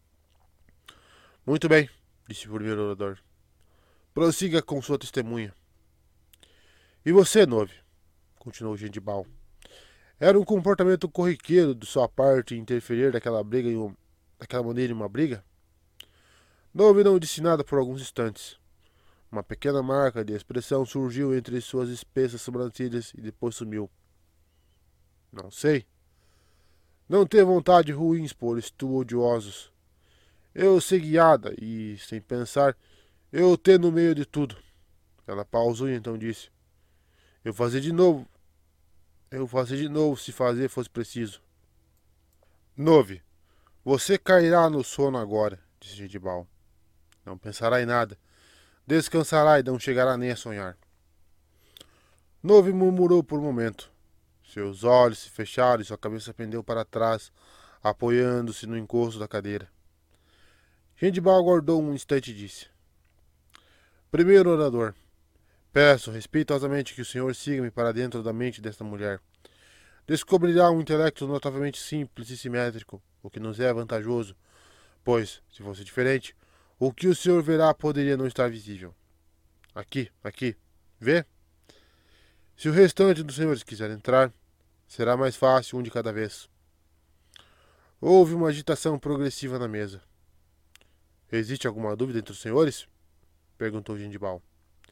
Muito bem, disse o primeiro orador. Prossiga com sua testemunha. E você, Nove? Continuou Gendibal. Era um comportamento corriqueiro de sua parte interferir daquela maneira em uma briga? Nove não disse nada por alguns instantes. Uma pequena marca de expressão surgiu entre suas espessas sobrancelhas e depois sumiu. Não sei. Não ter vontade ruins por estudiosos. Eu ser guiada e, sem pensar, eu ter no meio de tudo. Ela pausou e então disse. Eu fazer de novo se fazer fosse preciso. 9. Você cairá no sono agora, disse Gengibal. Não pensará em nada. Descansará e não chegará nem a sonhar. Nove murmurou por um momento. Seus olhos se fecharam e sua cabeça pendeu para trás, apoiando-se no encosto da cadeira. Gengibal aguardou um instante e disse: Primeiro orador, peço respeitosamente que o senhor siga-me para dentro da mente desta mulher. Descobrirá um intelecto notavelmente simples e simétrico, o que nos é vantajoso, pois, se fosse diferente, o que o senhor verá poderia não estar visível. Aqui, vê? Se o restante dos senhores quiser entrar, será mais fácil um de cada vez. Houve uma agitação progressiva na mesa. Existe alguma dúvida entre os senhores? Perguntou Gengibal.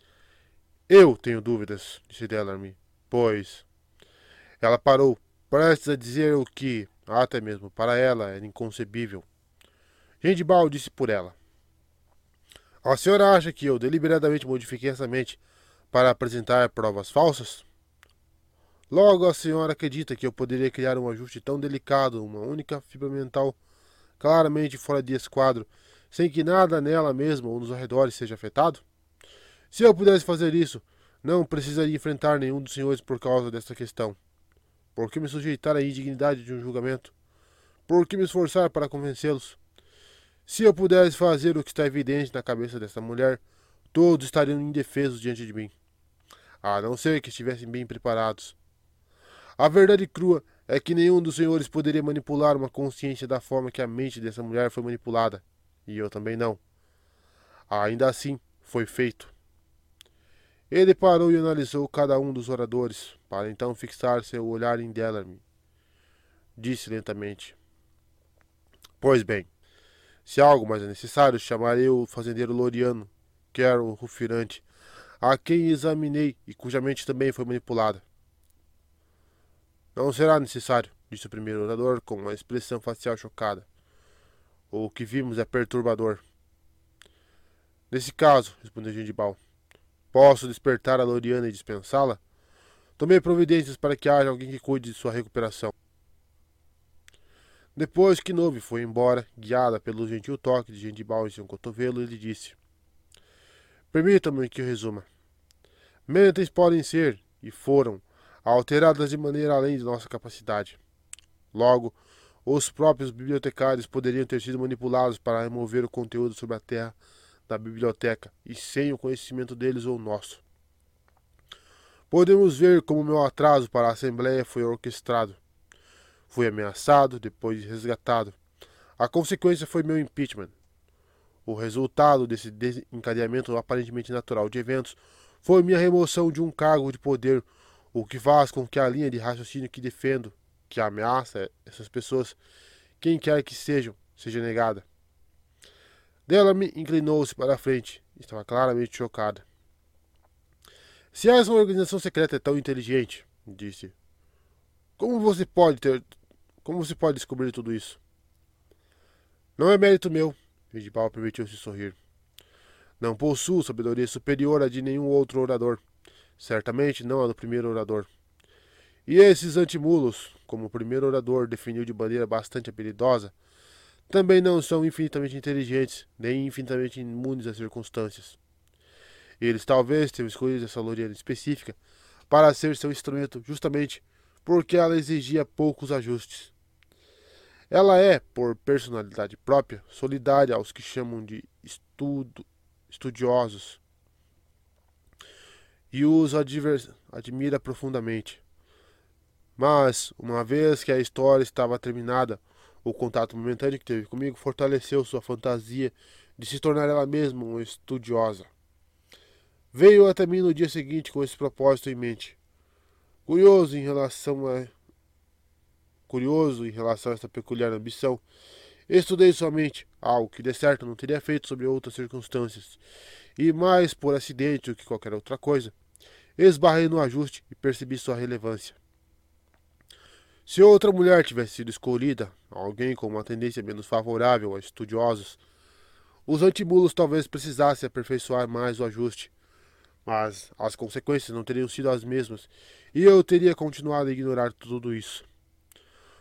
Eu tenho dúvidas, disse Delamy, pois... Ela parou, prestes a dizer o que, até mesmo para ela, era inconcebível. Gengibal disse por ela: A senhora acha que eu deliberadamente modifiquei essa mente para apresentar provas falsas? Logo, a senhora acredita que eu poderia criar um ajuste tão delicado, uma única fibra mental claramente fora de esquadro, sem que nada nela mesma ou nos arredores seja afetado? Se eu pudesse fazer isso, não precisaria enfrentar nenhum dos senhores por causa dessa questão. Por que me sujeitar à indignidade de um julgamento? Por que me esforçar para convencê-los? Se eu pudesse fazer o que está evidente na cabeça dessa mulher, todos estariam indefesos diante de mim, a não ser que estivessem bem preparados. A verdade crua é que nenhum dos senhores poderia manipular uma consciência da forma que a mente dessa mulher foi manipulada, e eu também não. Ainda assim, foi feito. Ele parou e analisou cada um dos oradores, para então fixar seu olhar em Delamy. Disse lentamente: Pois bem, se algo mais é necessário, chamarei o fazendeiro Loriano, que era o rufirante, a quem examinei e cuja mente também foi manipulada. Não será necessário, disse o primeiro orador com uma expressão facial chocada. O que vimos é perturbador. Nesse caso, respondeu Gengibal, posso despertar a Loriana e dispensá-la? Tomei providências para que haja alguém que cuide de sua recuperação. Depois que Nove foi embora, guiada pelo gentil toque de Gengibal em seu cotovelo, ele disse: Permitam-me que eu resuma. Mentes podem ser, e foram, alteradas de maneira além de nossa capacidade. Logo, os próprios bibliotecários poderiam ter sido manipulados para remover o conteúdo sobre a terra da biblioteca, e sem o conhecimento deles ou nosso. Podemos ver como meu atraso para a Assembleia foi orquestrado. Fui ameaçado, depois resgatado. A consequência foi meu impeachment. O resultado desse desencadeamento aparentemente natural de eventos foi minha remoção de um cargo de poder, o que faz com que a linha de raciocínio que defendo, que ameaça essas pessoas, quem quer que sejam, seja negada. Delamy inclinou-se para a frente. Estava claramente chocada. Se essa organização secreta é tão inteligente, disse, como você pode descobrir tudo isso? Não é mérito meu, Gengibal permitiu-se sorrir. Não possuo sabedoria superior a de nenhum outro orador. Certamente não a do primeiro orador. E esses antimulos, como o primeiro orador definiu de maneira bastante habilidosa, também não são infinitamente inteligentes, nem infinitamente imunes às circunstâncias. Eles talvez tenham escolhido essa Loriana específica para ser seu instrumento justamente porque ela exigia poucos ajustes. Ela é, por personalidade própria, solidária aos que chamam de estudiosos e os admira profundamente. Mas, uma vez que a história estava terminada, o contato momentâneo que teve comigo fortaleceu sua fantasia de se tornar ela mesma uma estudiosa. Veio até mim no dia seguinte com esse propósito em mente. Curioso em relação a essa peculiar ambição, estudei somente algo que de certo não teria feito sob outras circunstâncias, e mais por acidente do que qualquer outra coisa, esbarrei no ajuste e percebi sua relevância. Se outra mulher tivesse sido escolhida, alguém com uma tendência menos favorável a estudiosos, os antimulos talvez precisassem aperfeiçoar mais o ajuste, mas as consequências não teriam sido as mesmas, e eu teria continuado a ignorar tudo isso.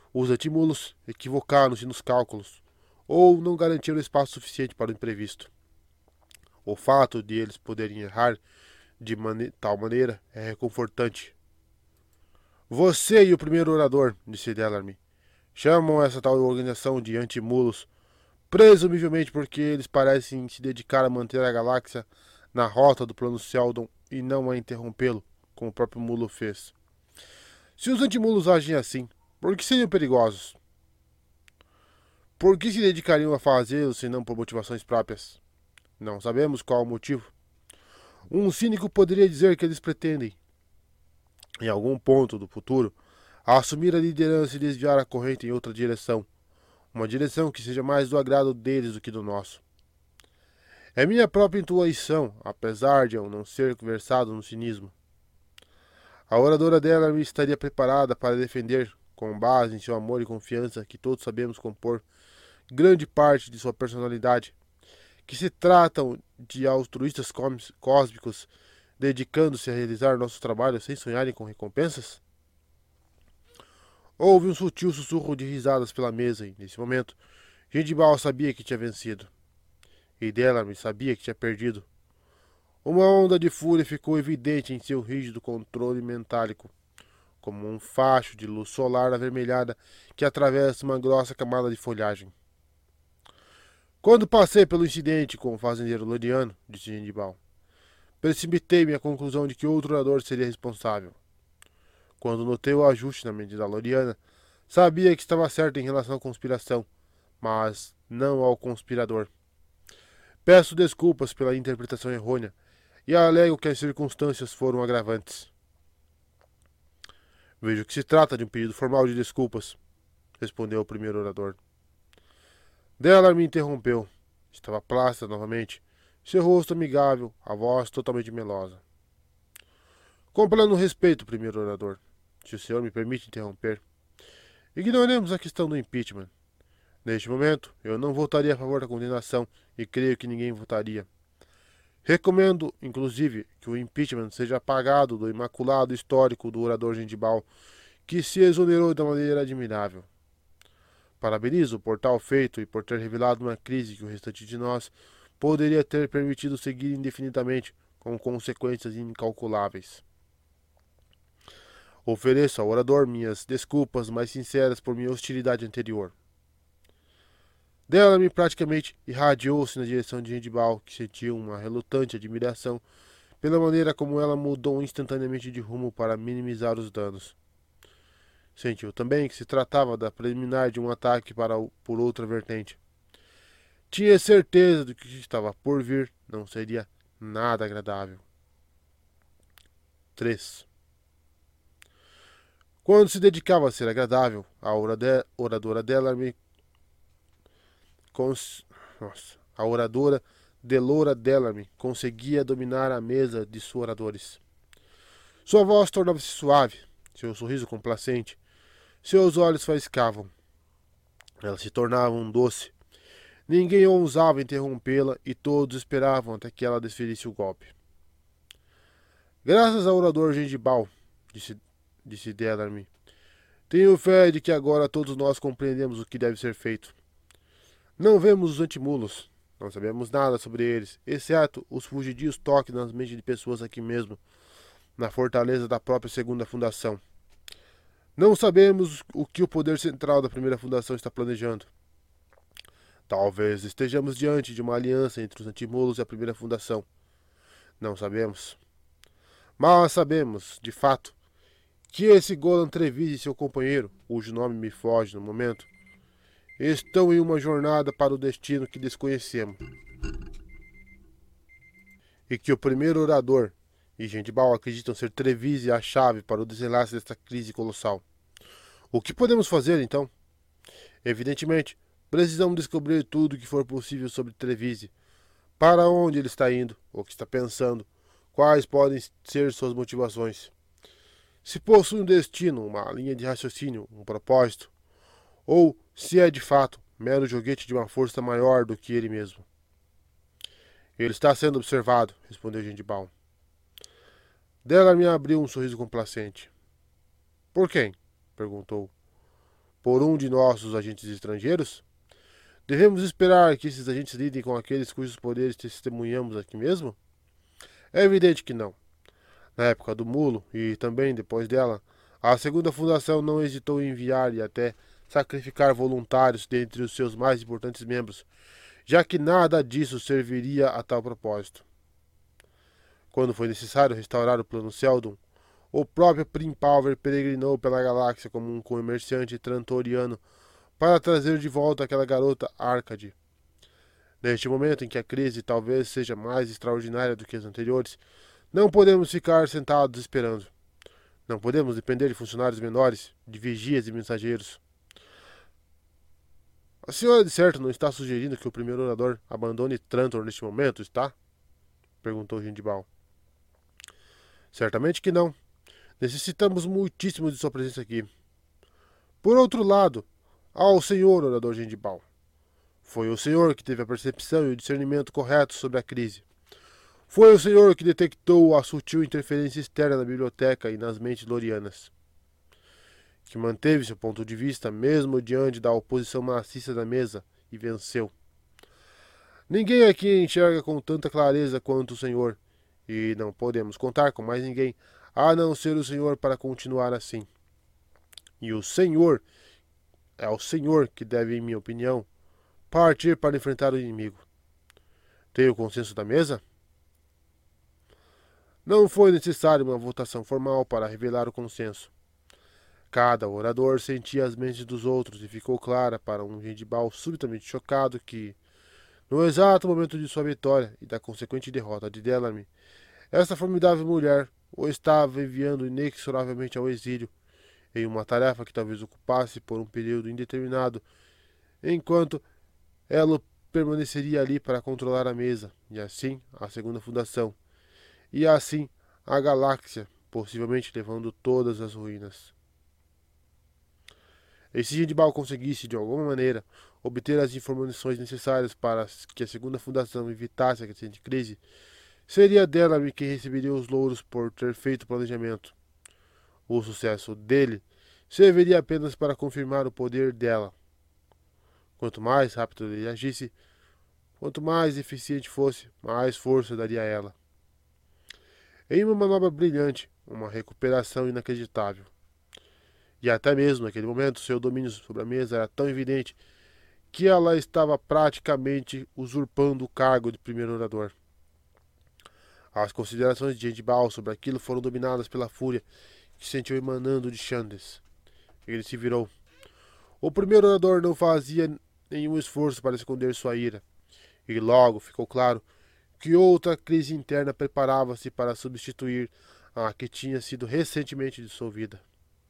Os antimulos equivocaram-se nos cálculos, ou não garantiram espaço suficiente para o imprevisto. O fato de eles poderem errar de tal maneira é reconfortante. Você e o primeiro orador, disse Dellarme, chamam essa tal organização de antimulos, presumivelmente porque eles parecem se dedicar a manter a galáxia na rota do plano Seldon e não a interrompê-lo, como o próprio mulo fez. Se os antimulos agem assim, por que seriam perigosos? Por que se dedicariam a fazê-lo se não por motivações próprias? Não sabemos qual o motivo. Um cínico poderia dizer que eles pretendem, em algum ponto do futuro, assumir a liderança e desviar a corrente em outra direção, uma direção que seja mais do agrado deles do que do nosso. É minha própria intuição, apesar de eu não ser versado no cinismo. A oradora dela me estaria preparada para defender, com base em seu amor e confiança que todos sabemos compor grande parte de sua personalidade, que se tratam de altruístas cósmicos dedicando-se a realizar nosso trabalho sem sonharem com recompensas? Houve um sutil sussurro de risadas pela mesa e, nesse momento, Gindibal sabia que tinha vencido. E Dellarme sabia que tinha perdido. Uma onda de fúria ficou evidente em seu rígido controle metálico, como um facho de luz solar avermelhada que atravessa uma grossa camada de folhagem. Quando passei pelo incidente com o fazendeiro Loriano, disse Gindibal, precipitei-me à conclusão de que outro orador seria responsável. Quando notei o ajuste na medida loriana, sabia que estava certo em relação à conspiração, mas não ao conspirador. Peço desculpas pela interpretação errônea e alego que as circunstâncias foram agravantes. Vejo que se trata de um pedido formal de desculpas, respondeu o primeiro orador. Dellar me interrompeu. Estava plácida novamente, seu rosto amigável, a voz totalmente melosa. Com pleno respeito, primeiro orador, se o senhor me permite interromper, ignoremos a questão do impeachment. Neste momento, eu não votaria a favor da condenação e creio que ninguém votaria. Recomendo, inclusive, que o impeachment seja apagado do imaculado histórico do orador Gindibal, que se exonerou de maneira admirável. Parabenizo por tal feito e por ter revelado uma crise que o restante de nós poderia ter permitido seguir indefinidamente, com consequências incalculáveis. Ofereço ao orador minhas desculpas mais sinceras por minha hostilidade anterior. Dellarme praticamente irradiou-se na direção de Gindibal, que sentiu uma relutante admiração pela maneira como ela mudou instantaneamente de rumo para minimizar os danos. Sentiu também que se tratava da preliminar de um ataque por outra vertente. Tinha certeza de que o que estava por vir não seria nada agradável. 3. Quando se dedicava a ser agradável, a oradora Dellarme a oradora Delora Dellarme conseguia dominar a mesa de seus oradores. Sua voz tornava-se suave, seu sorriso complacente, seus olhos faiscavam. Ela se tornava um doce. Ninguém ousava interrompê-la e todos esperavam até que ela desferisse o golpe. Graças ao orador Gindibal, disse Dellarme, tenho fé de que agora todos nós compreendemos o que deve ser feito. Não vemos os antimulos, não sabemos nada sobre eles, exceto os fugidios toques nas mentes de pessoas aqui mesmo, na fortaleza da própria segunda fundação. Não sabemos o que o poder central da primeira fundação está planejando. Talvez estejamos diante de uma aliança entre os antimulos e a primeira fundação. Não sabemos. Mas sabemos, de fato, que esse Golan Trevize e seu companheiro, cujo nome me foge no momento, estão em uma jornada para o destino que desconhecemos. E que o primeiro orador e Gindibal acreditam ser Trevize a chave para o desenlace desta crise colossal. O que podemos fazer, então? Evidentemente, precisamos descobrir tudo o que for possível sobre Trevize. Para onde ele está indo, o que está pensando, quais podem ser suas motivações. Se possui um destino, uma linha de raciocínio, um propósito, ou se é de fato mero joguete de uma força maior do que ele mesmo. Ele está sendo observado, respondeu Gindibal. Dellarme abriu um sorriso complacente. Por quem? Perguntou. por um de nossos agentes estrangeiros? Devemos esperar que esses agentes lidem com aqueles cujos poderes testemunhamos aqui mesmo? É evidente que não. Na época do Mulo, e também depois dela, a segunda fundação não hesitou em enviar e até sacrificar voluntários dentre os seus mais importantes membros, já que nada disso serviria a tal propósito. Quando foi necessário restaurar o plano Seldon, o próprio Primpalver peregrinou pela galáxia como um comerciante trantoriano para trazer de volta aquela garota Arcade. Neste momento em que a crise talvez seja mais extraordinária do que as anteriores, não podemos ficar sentados esperando. Não podemos depender de funcionários menores, de vigias e mensageiros. A senhora de certo não está sugerindo que o primeiro orador abandone Trantor neste momento, está? Perguntou Gindibal. Certamente que não. Necessitamos muitíssimo de sua presença aqui. Por outro lado, ao senhor orador Gindibal. Foi o senhor que teve a percepção e o discernimento correto sobre a crise. Foi o senhor que detectou a sutil interferência externa na biblioteca e nas mentes lorianas. Que manteve seu ponto de vista mesmo diante da oposição maciça da mesa e venceu. Ninguém aqui enxerga com tanta clareza quanto o senhor, e não podemos contar com mais ninguém a não ser o senhor para continuar assim. E o senhor é ao senhor que deve, em minha opinião, partir para enfrentar o inimigo. Tem o consenso da mesa? Não foi necessária uma votação formal para revelar o consenso. Cada orador sentia as mentes dos outros e ficou clara para um Gindibal subitamente chocado que, no exato momento de sua vitória e da consequente derrota de Delamy, essa formidável mulher o estava enviando inexoravelmente ao exílio, em uma tarefa que talvez ocupasse por um período indeterminado, enquanto ela permaneceria ali para controlar a mesa, e assim a segunda fundação, e assim a galáxia, possivelmente levando todas as ruínas. E se Gindibal conseguisse, de alguma maneira, obter as informações necessárias para que a segunda fundação evitasse a crescente crise, seria Delamy quem receberia os louros por ter feito o planejamento. O sucesso dele serviria apenas para confirmar o poder dela. Quanto mais rápido ele agisse, quanto mais eficiente fosse, mais força daria a ela. Em uma manobra brilhante, uma recuperação inacreditável. E até mesmo naquele momento seu domínio sobre a mesa era tão evidente que ela estava praticamente usurpando o cargo de primeiro orador. As considerações de Gindibal sobre aquilo foram dominadas pela fúria que sentiu emanando de Shandes. Ele se virou. O primeiro orador não fazia nenhum esforço para esconder sua ira, e logo ficou claro que outra crise interna preparava-se para substituir a que tinha sido recentemente dissolvida.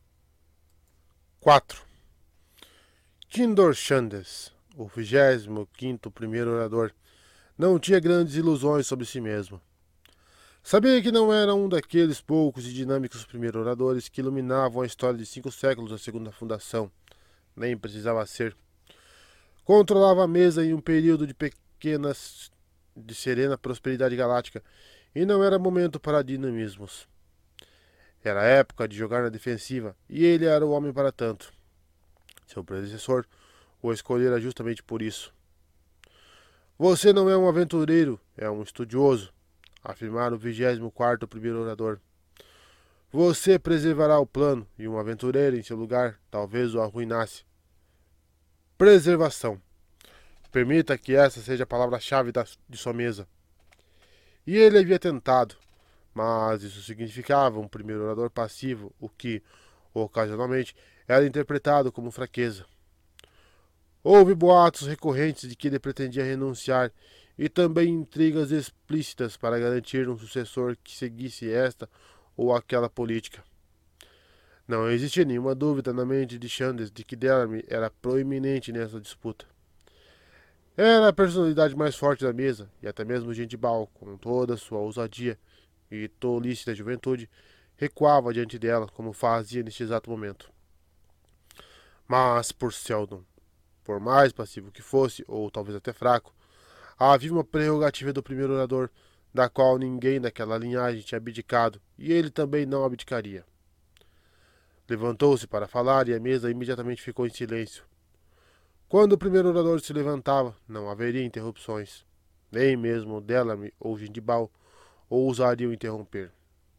4. Tindor Shandes, o 25º primeiro orador, não tinha grandes ilusões sobre si mesmo. Sabia que não era um daqueles poucos e dinâmicos primeiros oradores que iluminavam a história de 5 séculos da segunda fundação. Nem precisava ser. Controlava a mesa em um período de serena prosperidade galáctica, e não era momento para dinamismos. Era época de jogar na defensiva, e ele era o homem para tanto. Seu predecessor o escolhera justamente por isso. Você não é um aventureiro, é um estudioso, afirmara o 24º primeiro orador. Você preservará o plano, e um aventureiro em seu lugar talvez o arruinasse. Preservação. Permita que essa seja a palavra-chave de sua mesa. E ele havia tentado, mas isso significava um primeiro orador passivo, o que, ocasionalmente, era interpretado como fraqueza. Houve boatos recorrentes de que ele pretendia renunciar e também intrigas explícitas para garantir um sucessor que seguisse esta ou aquela política. Não existia nenhuma dúvida na mente de Shandes de que Delamy era proeminente nessa disputa. Era a personalidade mais forte da mesa, e até mesmo Gindibal, com toda sua ousadia e tolice da juventude, recuava diante dela, como fazia neste exato momento. Mas por Seldon, por mais passivo que fosse, ou talvez até fraco, havia uma prerrogativa do primeiro orador, da qual ninguém daquela linhagem tinha abdicado, e ele também não abdicaria. Levantou-se para falar e a mesa imediatamente ficou em silêncio. Quando o primeiro orador se levantava, não haveria interrupções. Nem mesmo Delamy ou Gindibal ousariam interromper.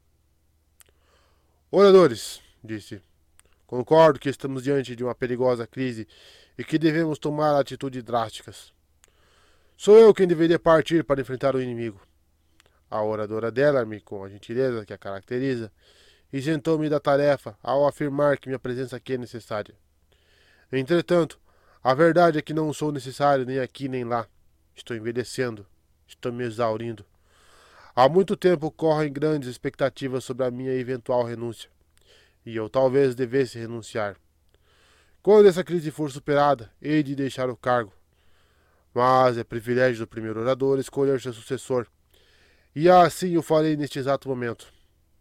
Oradores, disse, concordo que estamos diante de uma perigosa crise e que devemos tomar atitudes drásticas. Sou eu quem deveria partir para enfrentar o inimigo. A oradora Delamy, com a gentileza que a caracteriza, isentou-me da tarefa ao afirmar que minha presença aqui é necessária. Entretanto, a verdade é que não sou necessário nem aqui nem lá. Estou envelhecendo. Estou me exaurindo. Há muito tempo correm grandes expectativas sobre a minha eventual renúncia. E eu talvez devesse renunciar. Quando essa crise for superada, hei de deixar o cargo. Mas é privilégio do primeiro orador escolher seu sucessor. E assim o farei neste exato momento.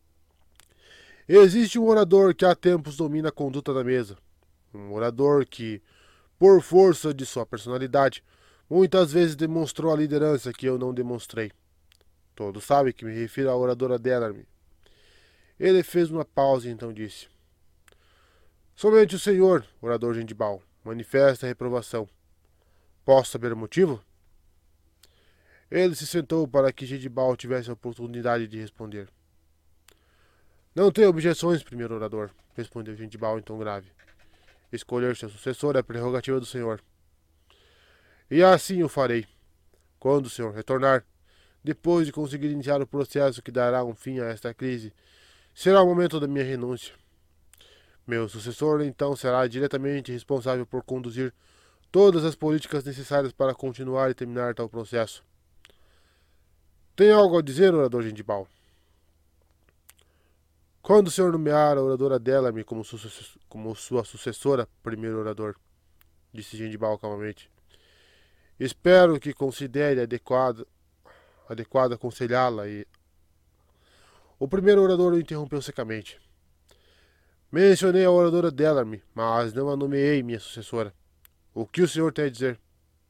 Existe um orador que há tempos domina a conduta da mesa. Um orador que, por força de sua personalidade, muitas vezes demonstrou a liderança que eu não demonstrei. Todos sabem que me refiro à oradora Delamy. Ele fez uma pausa e então disse: somente o senhor, orador Gindibal, manifesta a reprovação. Posso saber o motivo? Ele se sentou para que Gindibal tivesse a oportunidade de responder. Não tenho objeções, primeiro orador, respondeu Gindibal em tom grave. Escolher seu sucessor é prerrogativa do senhor. E assim o farei. Quando o senhor retornar, depois de conseguir iniciar o processo que dará um fim a esta crise, será o momento da minha renúncia. Meu sucessor, então, será diretamente responsável por conduzir todas as políticas necessárias para continuar e terminar tal processo. Tem algo a dizer, orador Gindibal? Quando o senhor nomear a oradora Delamy como sua sucessora, primeiro orador, disse Gindibal calmamente, espero que considere adequado aconselhá-la e... O primeiro orador o interrompeu secamente. Mencionei a oradora Delamy, mas não a nomeei minha sucessora. O que o senhor tem a dizer?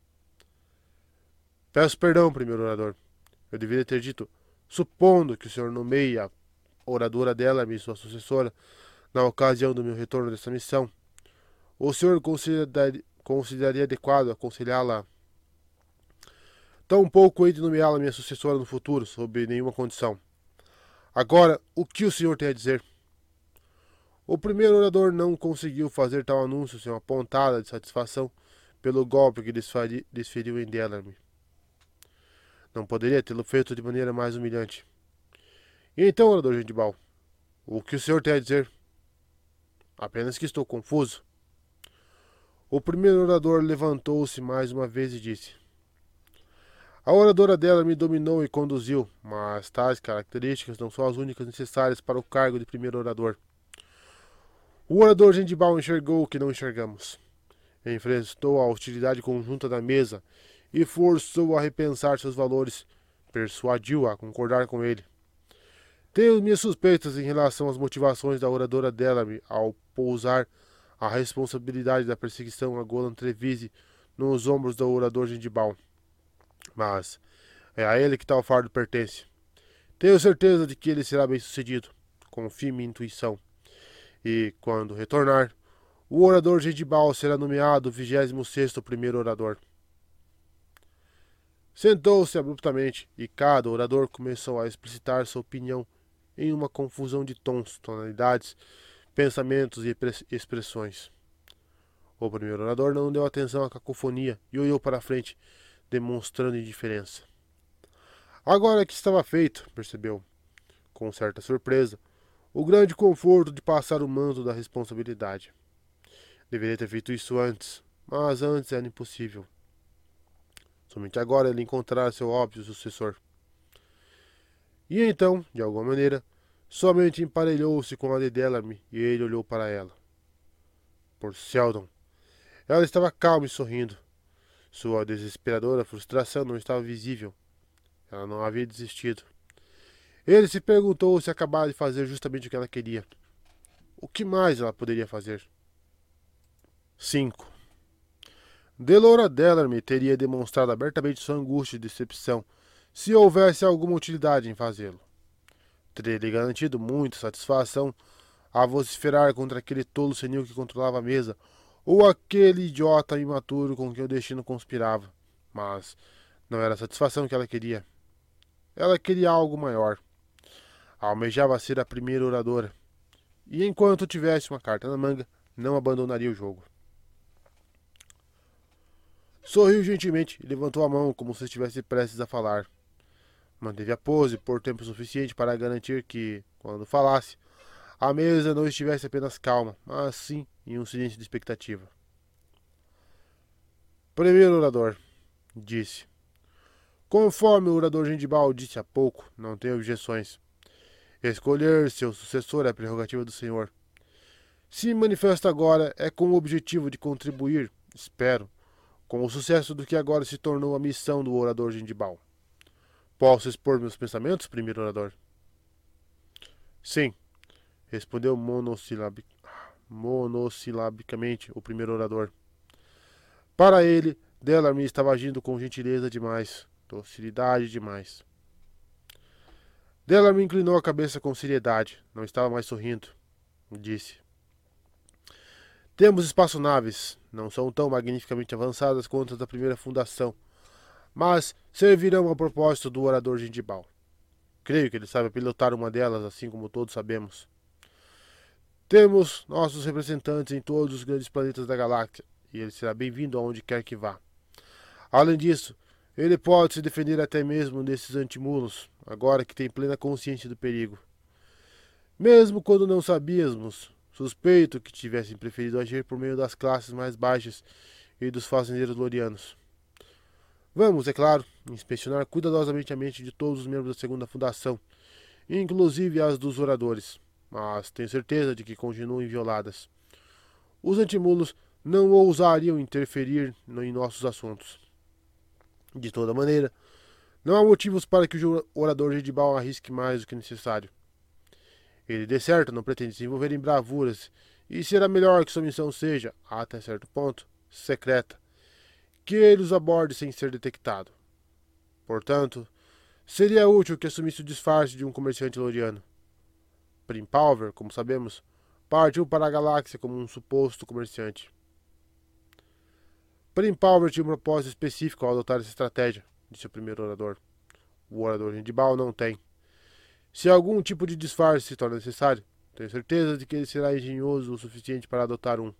Peço perdão, primeiro orador. Eu deveria ter dito, supondo que o senhor nomeie a oradora Delamy sua sucessora, na ocasião do meu retorno dessa missão, o senhor consideraria adequado aconselhá-la? Tampouco hei de nomeá-la minha sucessora no futuro, sob nenhuma condição. Agora, o que o senhor tem a dizer? O primeiro orador não conseguiu fazer tal anúncio sem uma pontada de satisfação pelo golpe que desferiu em Delamy. Não poderia tê-lo feito de maneira mais humilhante. E então, orador Gindibal, o que o senhor tem a dizer? Apenas que estou confuso. O primeiro orador levantou-se mais uma vez e disse: a oradora dela me dominou e conduziu, mas tais características não são as únicas necessárias para o cargo de primeiro orador. O orador Gindibal enxergou o que não enxergamos. Enfrentou a hostilidade conjunta da mesa e forçou a repensar seus valores, persuadiu-a a concordar com ele. Tenho minhas suspeitas em relação às motivações da oradora Delamy ao pousar a responsabilidade da perseguição a Golan Trevize nos ombros do orador Gindibal. Mas é a ele que tal fardo pertence. Tenho certeza de que ele será bem sucedido. Confio em minha intuição. E, quando retornar, o orador Gindibal será nomeado o 26º primeiro orador. Sentou-se abruptamente e cada orador começou a explicitar sua opinião em uma confusão de tons, tonalidades, pensamentos e expressões. O primeiro orador não deu atenção à cacofonia e olhou para a frente, demonstrando indiferença. Agora que estava feito, percebeu, com certa surpresa, o grande conforto de passar o manto da responsabilidade. Deveria ter feito isso antes, mas antes era impossível. Somente agora ele encontrara seu óbvio sucessor. E então, de alguma maneira, somente emparelhou-se com a de Delamy e ele olhou para ela. Por Seldon. Ela estava calma e sorrindo. Sua desesperadora frustração não estava visível. Ela não havia desistido. Ele se perguntou se acabara de fazer justamente o que ela queria. O que mais ela poderia fazer? 5. Delora Delamy teria demonstrado abertamente sua angústia e decepção se houvesse alguma utilidade em fazê-lo. Teria lhe garantido muita satisfação a vociferar contra aquele tolo senil que controlava a mesa, ou aquele idiota imaturo com quem o destino conspirava. Mas não era a satisfação que ela queria. Ela queria algo maior. Almejava ser a primeira oradora. E enquanto tivesse uma carta na manga, não abandonaria o jogo. Sorriu gentilmente e levantou a mão como se estivesse prestes a falar. Manteve a pose por tempo suficiente para garantir que, quando falasse, a mesa não estivesse apenas calma, mas sim em um silêncio de expectativa. Primeiro orador, disse. Conforme o orador Gengibal disse há pouco, não tem objeções. Escolher seu sucessor é a prerrogativa do senhor. Se manifesta agora é com o objetivo de contribuir, espero, com o sucesso do que agora se tornou a missão do orador Gengibal. Posso expor meus pensamentos, primeiro orador? Sim, respondeu monossilabicamente o primeiro orador. Para ele, Delamy estava agindo com gentileza demais, docilidade demais. Delamy inclinou a cabeça com seriedade, não estava mais sorrindo. Disse. Temos espaçonaves, não são tão magnificamente avançadas quanto as da primeira fundação, mas servirão ao propósito do orador Gengibal. Creio que ele sabe pilotar uma delas, assim como todos sabemos. Temos nossos representantes em todos os grandes planetas da galáxia, e ele será bem-vindo aonde quer que vá. Além disso, ele pode se defender até mesmo desses antimulos, agora que tem plena consciência do perigo. Mesmo quando não sabíamos, suspeito que tivessem preferido agir por meio das classes mais baixas e dos fazendeiros lorianos. Vamos, é claro, inspecionar cuidadosamente a mente de todos os membros da segunda fundação, inclusive as dos oradores, mas tenho certeza de que continuem violadas. Os antimulos não ousariam interferir em nossos assuntos. De toda maneira, não há motivos para que o orador Gengibal arrisque mais do que necessário. Ele, de certo, não pretende se envolver em bravuras, e será melhor que sua missão seja, até certo ponto, secreta, que ele os aborde sem ser detectado. Portanto, seria útil que assumisse o disfarce de um comerciante loriano. Primpalver, como sabemos, partiu para a galáxia como um suposto comerciante. Primpalver tinha um propósito específico ao adotar essa estratégia, disse o primeiro orador. O orador Gengibal não tem. Se algum tipo de disfarce se torna necessário, tenho certeza de que ele será engenhoso o suficiente para adotar um.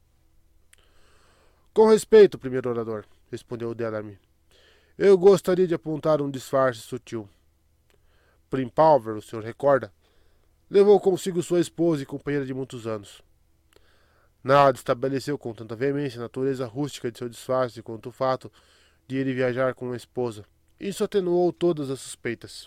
Com respeito, primeiro orador, respondeu Delamy. Eu gostaria de apontar um disfarce sutil. Primpalver, o senhor recorda, levou consigo sua esposa e companheira de muitos anos. Nada estabeleceu com tanta veemência a natureza rústica de seu disfarce quanto o fato de ele viajar com uma esposa. Isso atenuou todas as suspeitas.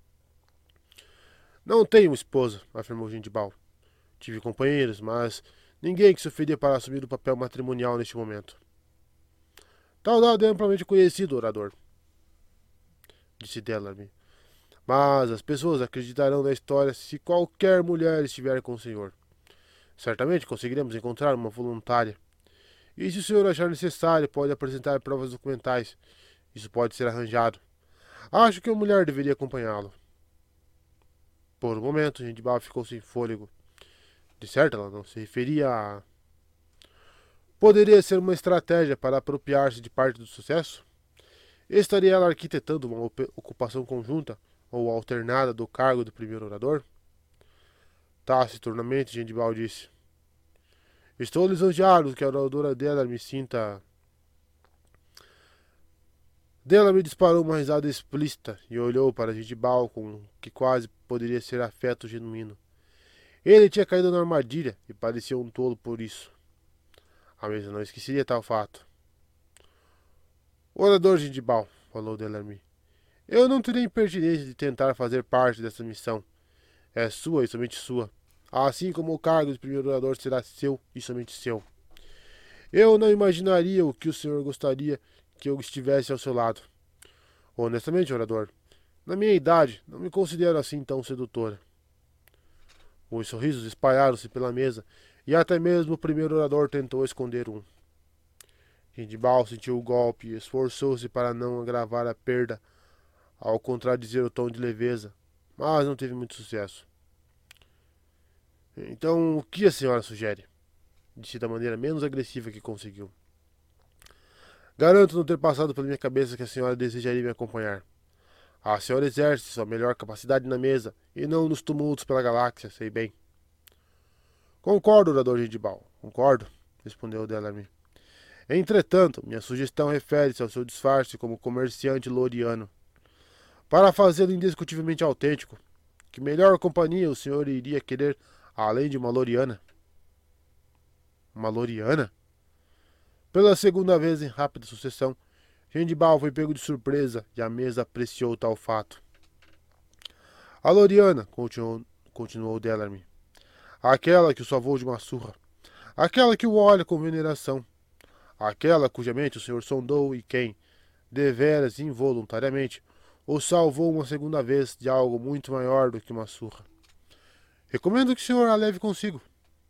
Não tenho esposa, afirmou Gengibal. Tive companheiros, mas ninguém que se oferia para assumir o papel matrimonial neste momento. Tal dado é amplamente conhecido, orador, disse Delamy. Mas as pessoas acreditarão na história se qualquer mulher estiver com o senhor. Certamente conseguiremos encontrar uma voluntária. E se o senhor achar necessário, pode apresentar provas documentais. Isso pode ser arranjado. Acho que uma mulher deveria acompanhá-lo. Por um momento, Gengibal ficou sem fôlego. De certo, ela não se referia a... Poderia ser uma estratégia para apropriar-se de parte do sucesso? Estaria ela arquitetando uma ocupação conjunta ou alternada do cargo do primeiro orador? Taciturnamente, Gengibal disse. Estou lisonjeado que a oradora dela me sinta... Delamy disparou uma risada explícita e olhou para Gengibal com o que quase poderia ser afeto genuíno. Ele tinha caído na armadilha e parecia um tolo por isso. A mesa não esqueceria tal fato. Orador Gengibal, falou Delamy, eu não terei impertinência de tentar fazer parte dessa missão. É sua e somente sua. Assim como o cargo de primeiro orador será seu e somente seu. Eu não imaginaria o que o senhor gostaria que eu estivesse ao seu lado. Honestamente, orador, na minha idade, não me considero assim tão sedutora. Os sorrisos espalharam-se pela mesa, e até mesmo o primeiro orador tentou esconder um. Gengibal sentiu o golpe e esforçou-se para não agravar a perda, ao contradizer o tom de leveza, mas não teve muito sucesso. Então, o que a senhora sugere? Disse da maneira menos agressiva que conseguiu. Garanto não ter passado pela minha cabeça que a senhora desejaria me acompanhar. A senhora exerce sua melhor capacidade na mesa e não nos tumultos pela galáxia, sei bem. Concordo, orador Gengibal, concordo, respondeu Delamy. Entretanto, minha sugestão refere-se ao seu disfarce como comerciante loriano. Para fazê-lo indiscutivelmente autêntico, que melhor companhia o senhor iria querer além de uma loriana? Uma loriana? Pela segunda vez em rápida sucessão, Gengibal foi pego de surpresa e a mesa apreciou tal fato. A loriana, continuou Delamy, aquela que o salvou de uma surra, aquela que o olha com veneração, aquela cuja mente o senhor sondou e quem, deveras involuntariamente, o salvou uma segunda vez de algo muito maior do que uma surra. Recomendo que o senhor a leve consigo.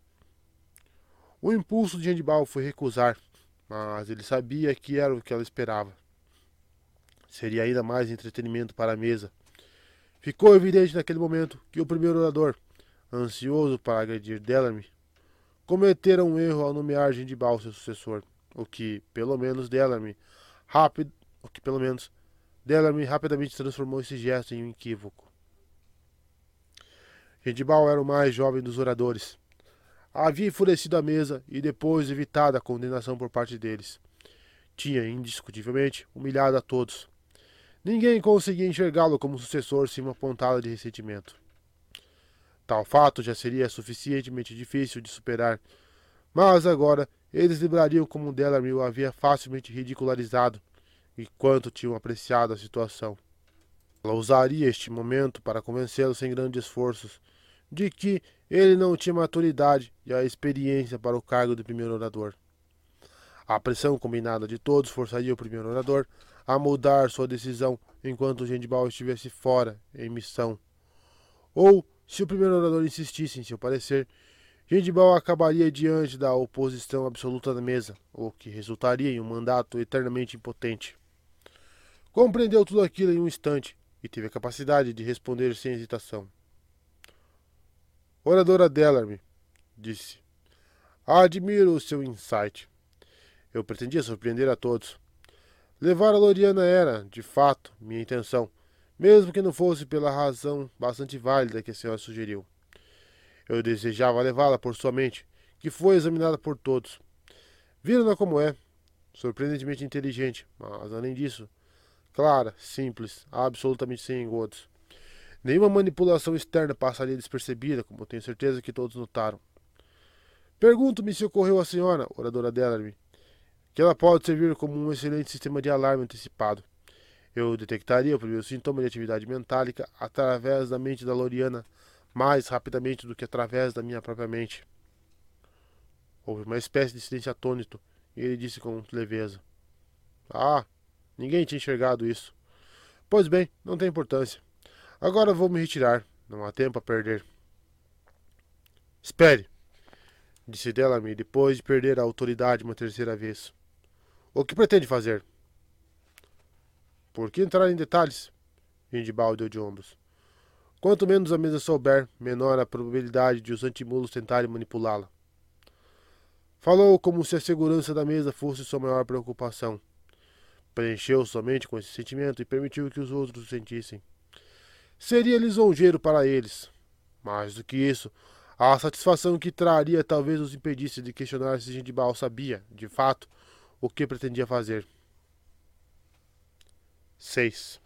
O impulso de Gengibal foi recusar, mas ele sabia que era o que ela esperava. Seria ainda mais entretenimento para a mesa. Ficou evidente naquele momento que o primeiro orador, ansioso para agredir Delamy, cometera um erro ao nomear Gengibal seu sucessor, o que, pelo menos, Delamy rapidamente transformou esse gesto em um equívoco. Gengibal era o mais jovem dos oradores. Havia enfurecido a mesa e depois evitado a condenação por parte deles. Tinha, indiscutivelmente, humilhado a todos. Ninguém conseguia enxergá-lo como sucessor sem uma pontada de ressentimento. Tal fato já seria suficientemente difícil de superar, mas agora eles lembrariam como Delamy o havia facilmente ridicularizado e quanto tinham apreciado a situação. Ela usaria este momento para convencê-lo sem grandes esforços de que ele não tinha maturidade e a experiência para o cargo de primeiro orador. A pressão combinada de todos forçaria o primeiro orador a mudar sua decisão enquanto Gengibal estivesse fora, em missão. Ou, se o primeiro orador insistisse em seu parecer, Gengibal acabaria diante da oposição absoluta da mesa, o que resultaria em um mandato eternamente impotente. Compreendeu tudo aquilo em um instante e teve a capacidade de responder sem hesitação. Oradora Delamy, disse, admiro o seu insight. Eu pretendia surpreender a todos. Levar a Loriana era, de fato, minha intenção, mesmo que não fosse pela razão bastante válida que a senhora sugeriu. Eu desejava levá-la por sua mente, que foi examinada por todos. Viram-na como é, surpreendentemente inteligente, mas, além disso, clara, simples, absolutamente sem engodos. Nenhuma manipulação externa passaria despercebida, como tenho certeza que todos notaram. Pergunto-me se ocorreu à senhora, oradora Delamy, que ela pode servir como um excelente sistema de alarme antecipado. Eu detectaria o primeiro sintoma de atividade mentálica através da mente da Loriana mais rapidamente do que através da minha própria mente. Houve uma espécie de silêncio atônito e ele disse com leveza. Ah, ninguém tinha enxergado isso. Pois bem, não tem importância. Agora vou me retirar. Não há tempo a perder. Espere, disse Delamy depois de perder a autoridade uma terceira vez. O que pretende fazer? Por que entrar em detalhes? Gengibal deu de ombros. Quanto menos a mesa souber, menor a probabilidade de os antimulos tentarem manipulá-la. Falou como se a segurança da mesa fosse sua maior preocupação. Preencheu somente com esse sentimento e permitiu que os outros o sentissem. Seria lisonjeiro para eles. Mais do que isso, a satisfação que traria talvez os impedisse de questionar se Gengibal sabia, de fato, o que pretendia fazer. 6.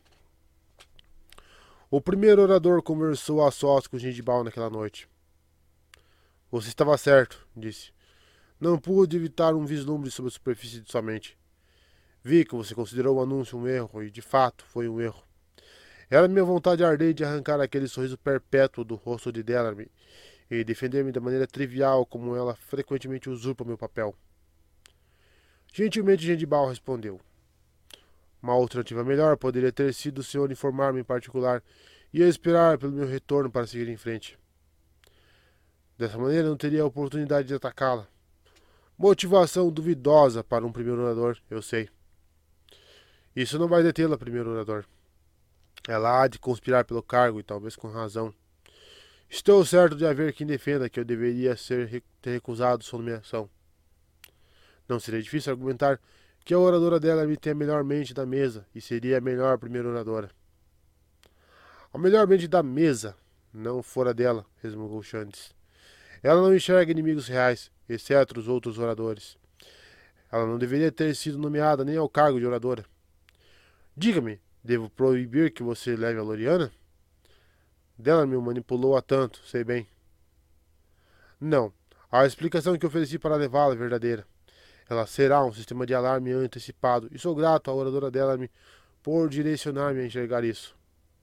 O primeiro orador conversou a sós com Gengibal naquela noite. Você estava certo, disse. Não pude evitar um vislumbre sobre a superfície de sua mente. Vi que você considerou o anúncio um erro, e de fato foi um erro. Era minha vontade ardente de arrancar aquele sorriso perpétuo do rosto de Delamy e defender-me da maneira trivial como ela frequentemente usurpa meu papel. Gentilmente Gengibal respondeu. Uma alternativa melhor poderia ter sido o senhor informar-me em particular e esperar pelo meu retorno para seguir em frente. Dessa maneira não teria a oportunidade de atacá-la. Motivação duvidosa para um primeiro orador, eu sei. Isso não vai detê-la, primeiro orador. Ela há de conspirar pelo cargo e talvez com razão. Estou certo de haver quem defenda que eu deveria ter recusado sua nomeação. Não seria difícil argumentar que a oradora dela me tem a melhor mente da mesa e seria a melhor primeira oradora. A melhor mente da mesa, não fora dela, resmungou Xandes. Ela não enxerga inimigos reais, exceto os outros oradores. Ela não deveria ter sido nomeada nem ao cargo de oradora. Diga-me, devo proibir que você leve a Loriana? Dela me manipulou há tanto, sei bem. Não. A explicação que ofereci para levá-la é verdadeira. Ela será um sistema de alarme antecipado e sou grato à oradora dela por direcionar-me a enxergar isso.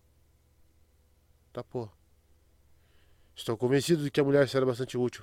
Tá, pô. Estou convencido de que a mulher será bastante útil.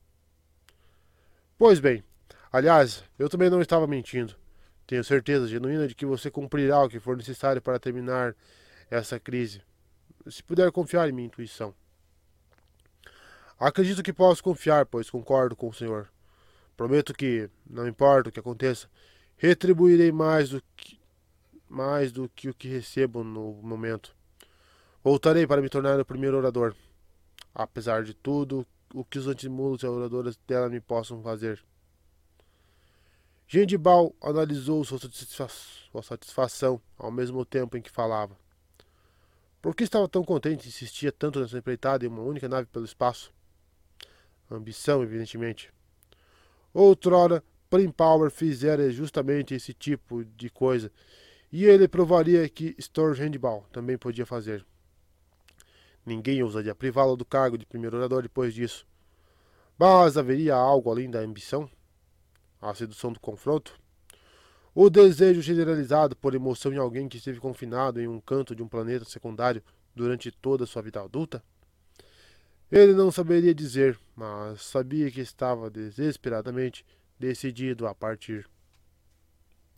Pois bem, aliás, eu também não estava mentindo. Tenho certeza genuína de que você cumprirá o que for necessário para terminar essa crise. Se puder confiar em minha intuição. Acredito que posso confiar, pois concordo com o senhor. Prometo que, não importa o que aconteça, retribuirei mais do que o que recebo no momento. Voltarei para me tornar o primeiro orador. Apesar de tudo o que os antimulos e oradoras dela me possam fazer. Gendibal analisou sua satisfação ao mesmo tempo em que falava. Por que estava tão contente e insistia tanto nessa empreitada em uma única nave pelo espaço? Ambição, evidentemente. Outrora, Prim Power fizera justamente esse tipo de coisa, e ele provaria que Storge Gendibal também podia fazer. Ninguém ousaria privá-lo do cargo de primeiro orador depois disso. Mas haveria algo além da ambição? A sedução do confronto? O desejo generalizado por emoção em alguém que esteve confinado em um canto de um planeta secundário durante toda a sua vida adulta? Ele não saberia dizer, mas sabia que estava desesperadamente decidido a partir.